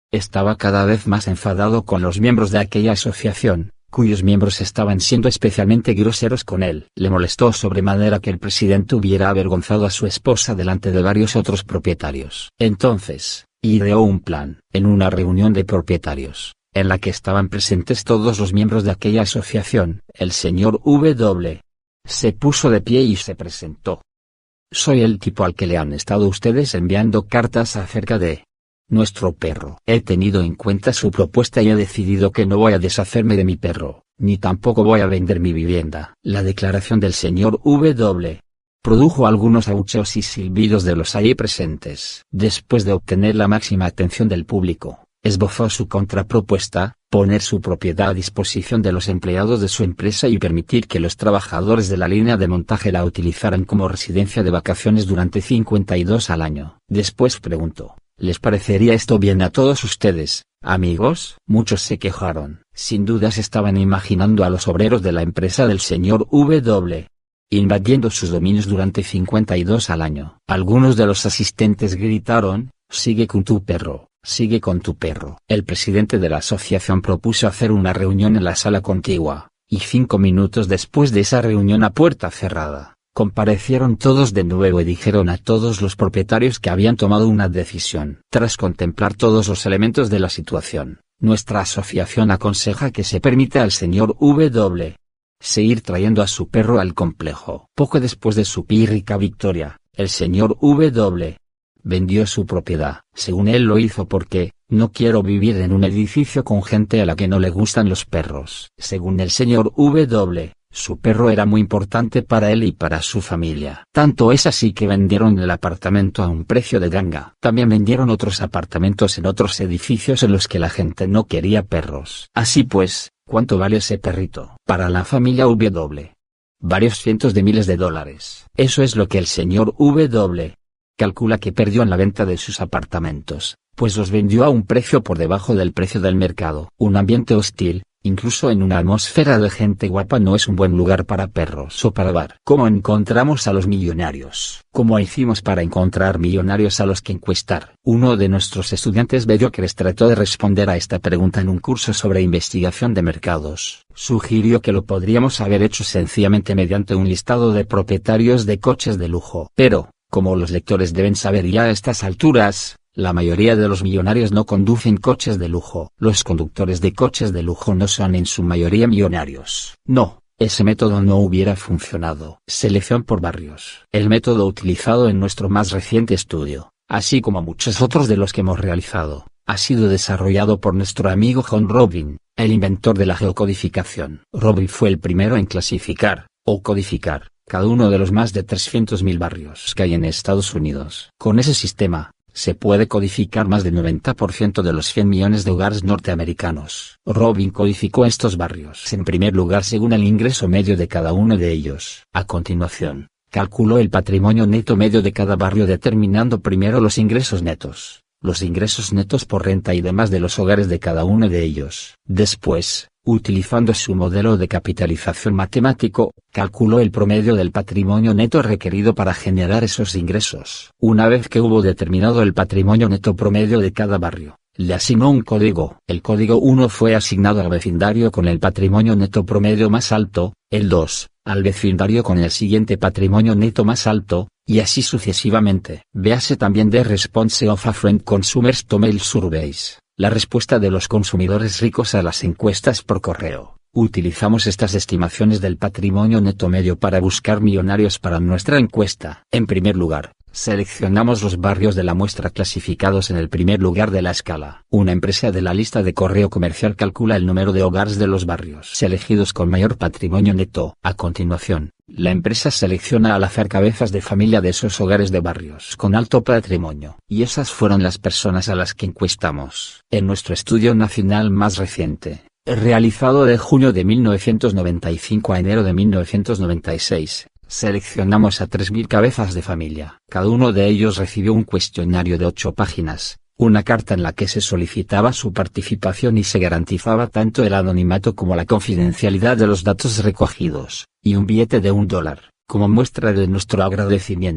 Estaba cada vez más enfadado con los miembros de aquella asociación, cuyos miembros estaban siendo especialmente groseros con él. Le molestó sobremanera que el presidente hubiera avergonzado a su esposa delante de varios otros propietarios. Entonces, ideó un plan. En una reunión de propietarios, en la que estaban presentes todos los miembros de aquella asociación, el señor W. se puso de pie y se presentó. Soy el tipo al que le han estado ustedes enviando cartas acerca de nuestro perro. He tenido en cuenta su propuesta y he decidido que no voy a deshacerme de mi perro, ni tampoco voy a vender mi vivienda. La declaración del señor W. produjo algunos abucheos y silbidos de los allí presentes. Después de obtener la máxima atención del público, esbozó su contrapropuesta: poner su propiedad a disposición de los empleados de su empresa y permitir que los trabajadores de la línea de montaje la utilizaran como residencia de vacaciones durante cincuenta y dos al año. Después preguntó: ¿les parecería esto bien a todos ustedes, amigos? Muchos se quejaron. Sin dudas estaban imaginando a los obreros de la empresa del señor W. invadiendo sus dominios durante cincuenta y dos al año. Algunos de los asistentes gritaron: sigue con tu perro, sigue con tu perro. El presidente de la asociación propuso hacer una reunión en la sala contigua, y cinco minutos después de esa reunión a puerta cerrada, comparecieron todos de nuevo y dijeron a todos los propietarios que habían tomado una decisión. Tras contemplar todos los elementos de la situación, nuestra asociación aconseja que se permita al señor W. seguir trayendo a su perro al complejo. Poco después de su pírrica victoria, el señor W. vendió su propiedad. Según él lo hizo porque, no quiero vivir en un edificio con gente a la que no le gustan los perros. Según el señor W., su perro era muy importante para él y para su familia. Tanto es así que vendieron el apartamento a un precio de ganga. También vendieron otros apartamentos en otros edificios en los que la gente no quería perros. Así pues, ¿cuánto vale ese perrito? Para la familia W. Varios cientos de miles de dólares. Eso es lo que el señor W. calcula que perdió en la venta de sus apartamentos, pues los vendió a un precio por debajo del precio del mercado. Un ambiente hostil, incluso en una atmósfera de gente guapa, no es un buen lugar para perros o para bar. ¿Cómo encontramos a los millonarios? ¿Cómo hicimos para encontrar millonarios a los que encuestar? Uno de nuestros estudiantes mediocres trató de responder a esta pregunta en un curso sobre investigación de mercados. Sugirió que lo podríamos haber hecho sencillamente mediante un listado de propietarios de coches de lujo. Pero, como los lectores deben saber ya a estas alturas, la mayoría de los millonarios no conducen coches de lujo. Los conductores de coches de lujo no son en su mayoría millonarios. No, ese método no hubiera funcionado. Selección por barrios. El método utilizado en nuestro más reciente estudio, así como muchos otros de los que hemos realizado, ha sido desarrollado por nuestro amigo John Robin, el inventor de la geocodificación. Robin fue el primero en clasificar, o codificar, cada uno de los más de trescientos mil barrios que hay en Estados Unidos. Con ese sistema, se puede codificar más del noventa por ciento de los cien millones de hogares norteamericanos. Robin codificó estos barrios en primer lugar según el ingreso medio de cada uno de ellos. A continuación, calculó el patrimonio neto medio de cada barrio determinando primero los ingresos netos, los ingresos netos por renta y demás de los hogares de cada uno de ellos. Después, utilizando su modelo de capitalización matemático, calculó el promedio del patrimonio neto requerido para generar esos ingresos. Una vez que hubo determinado el patrimonio neto promedio de cada barrio, le asignó un código. El código uno fue asignado al vecindario con el patrimonio neto promedio más alto, el dos, al vecindario con el siguiente patrimonio neto más alto, y así sucesivamente. Véase también The Response of Affluent Consumers to Mail Surveys. La respuesta de los consumidores ricos a las encuestas por correo. Utilizamos estas estimaciones del patrimonio neto medio para buscar millonarios para nuestra encuesta. En primer lugar, seleccionamos los barrios de la muestra clasificados en el primer lugar de la escala. Una empresa de la lista de correo comercial calcula el número de hogares de los barrios elegidos con mayor patrimonio neto. A continuación, la empresa selecciona al azar cabezas de familia de esos hogares de barrios con alto patrimonio. Y esas fueron las personas a las que encuestamos. En nuestro estudio nacional más reciente, realizado de junio de mil novecientos noventa y cinco a enero de mil novecientos noventa y seis, seleccionamos a tres mil cabezas de familia. Cada uno de ellos recibió un cuestionario de ocho páginas, una carta en la que se solicitaba su participación y se garantizaba tanto el anonimato como la confidencialidad de los datos recogidos, y un billete de un dólar, como muestra de nuestro agradecimiento.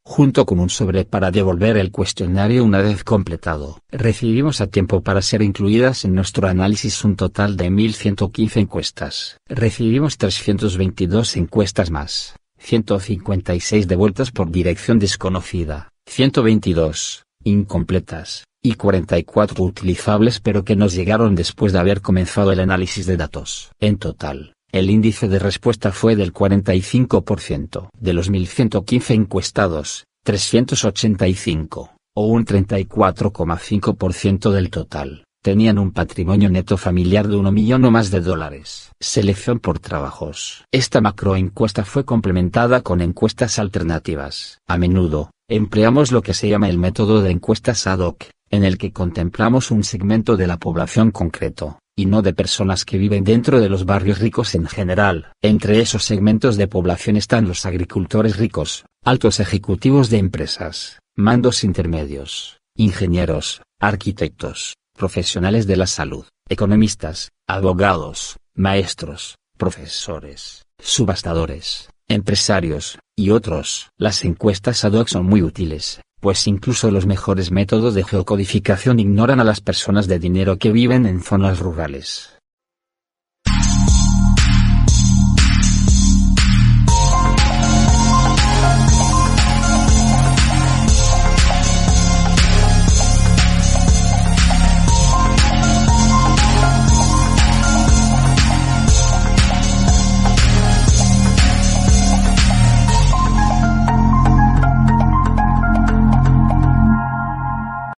junto con un sobre para devolver el cuestionario una vez completado. Recibimos a tiempo para ser incluidas en nuestro análisis un total de mil ciento quince encuestas. Recibimos trescientas veintidós encuestas más, ciento cincuenta y seis devueltas por dirección desconocida, ciento veintidós incompletas, y cuarenta y cuatro utilizables pero que nos llegaron después de haber comenzado el análisis de datos. En total, el índice de respuesta fue del cuarenta y cinco por ciento. De los mil ciento quince encuestados, trescientos ochenta y cinco, o un treinta y cuatro coma cinco por ciento del total, tenían un patrimonio neto familiar de un millón o más de dólares. Selección por trabajos. Esta macroencuesta fue complementada con encuestas alternativas. A menudo, empleamos lo que se llama el método de encuestas ad hoc, en el que contemplamos un segmento de la población concreto, y no de personas que viven dentro de los barrios ricos en general. Entre esos segmentos de población están los agricultores ricos, altos ejecutivos de empresas, mandos intermedios, ingenieros, arquitectos, profesionales de la salud, economistas, abogados, maestros, profesores, subastadores, empresarios, y otros. Las encuestas ad hoc son muy útiles, pues incluso los mejores métodos de geocodificación ignoran a las personas de dinero que viven en zonas rurales.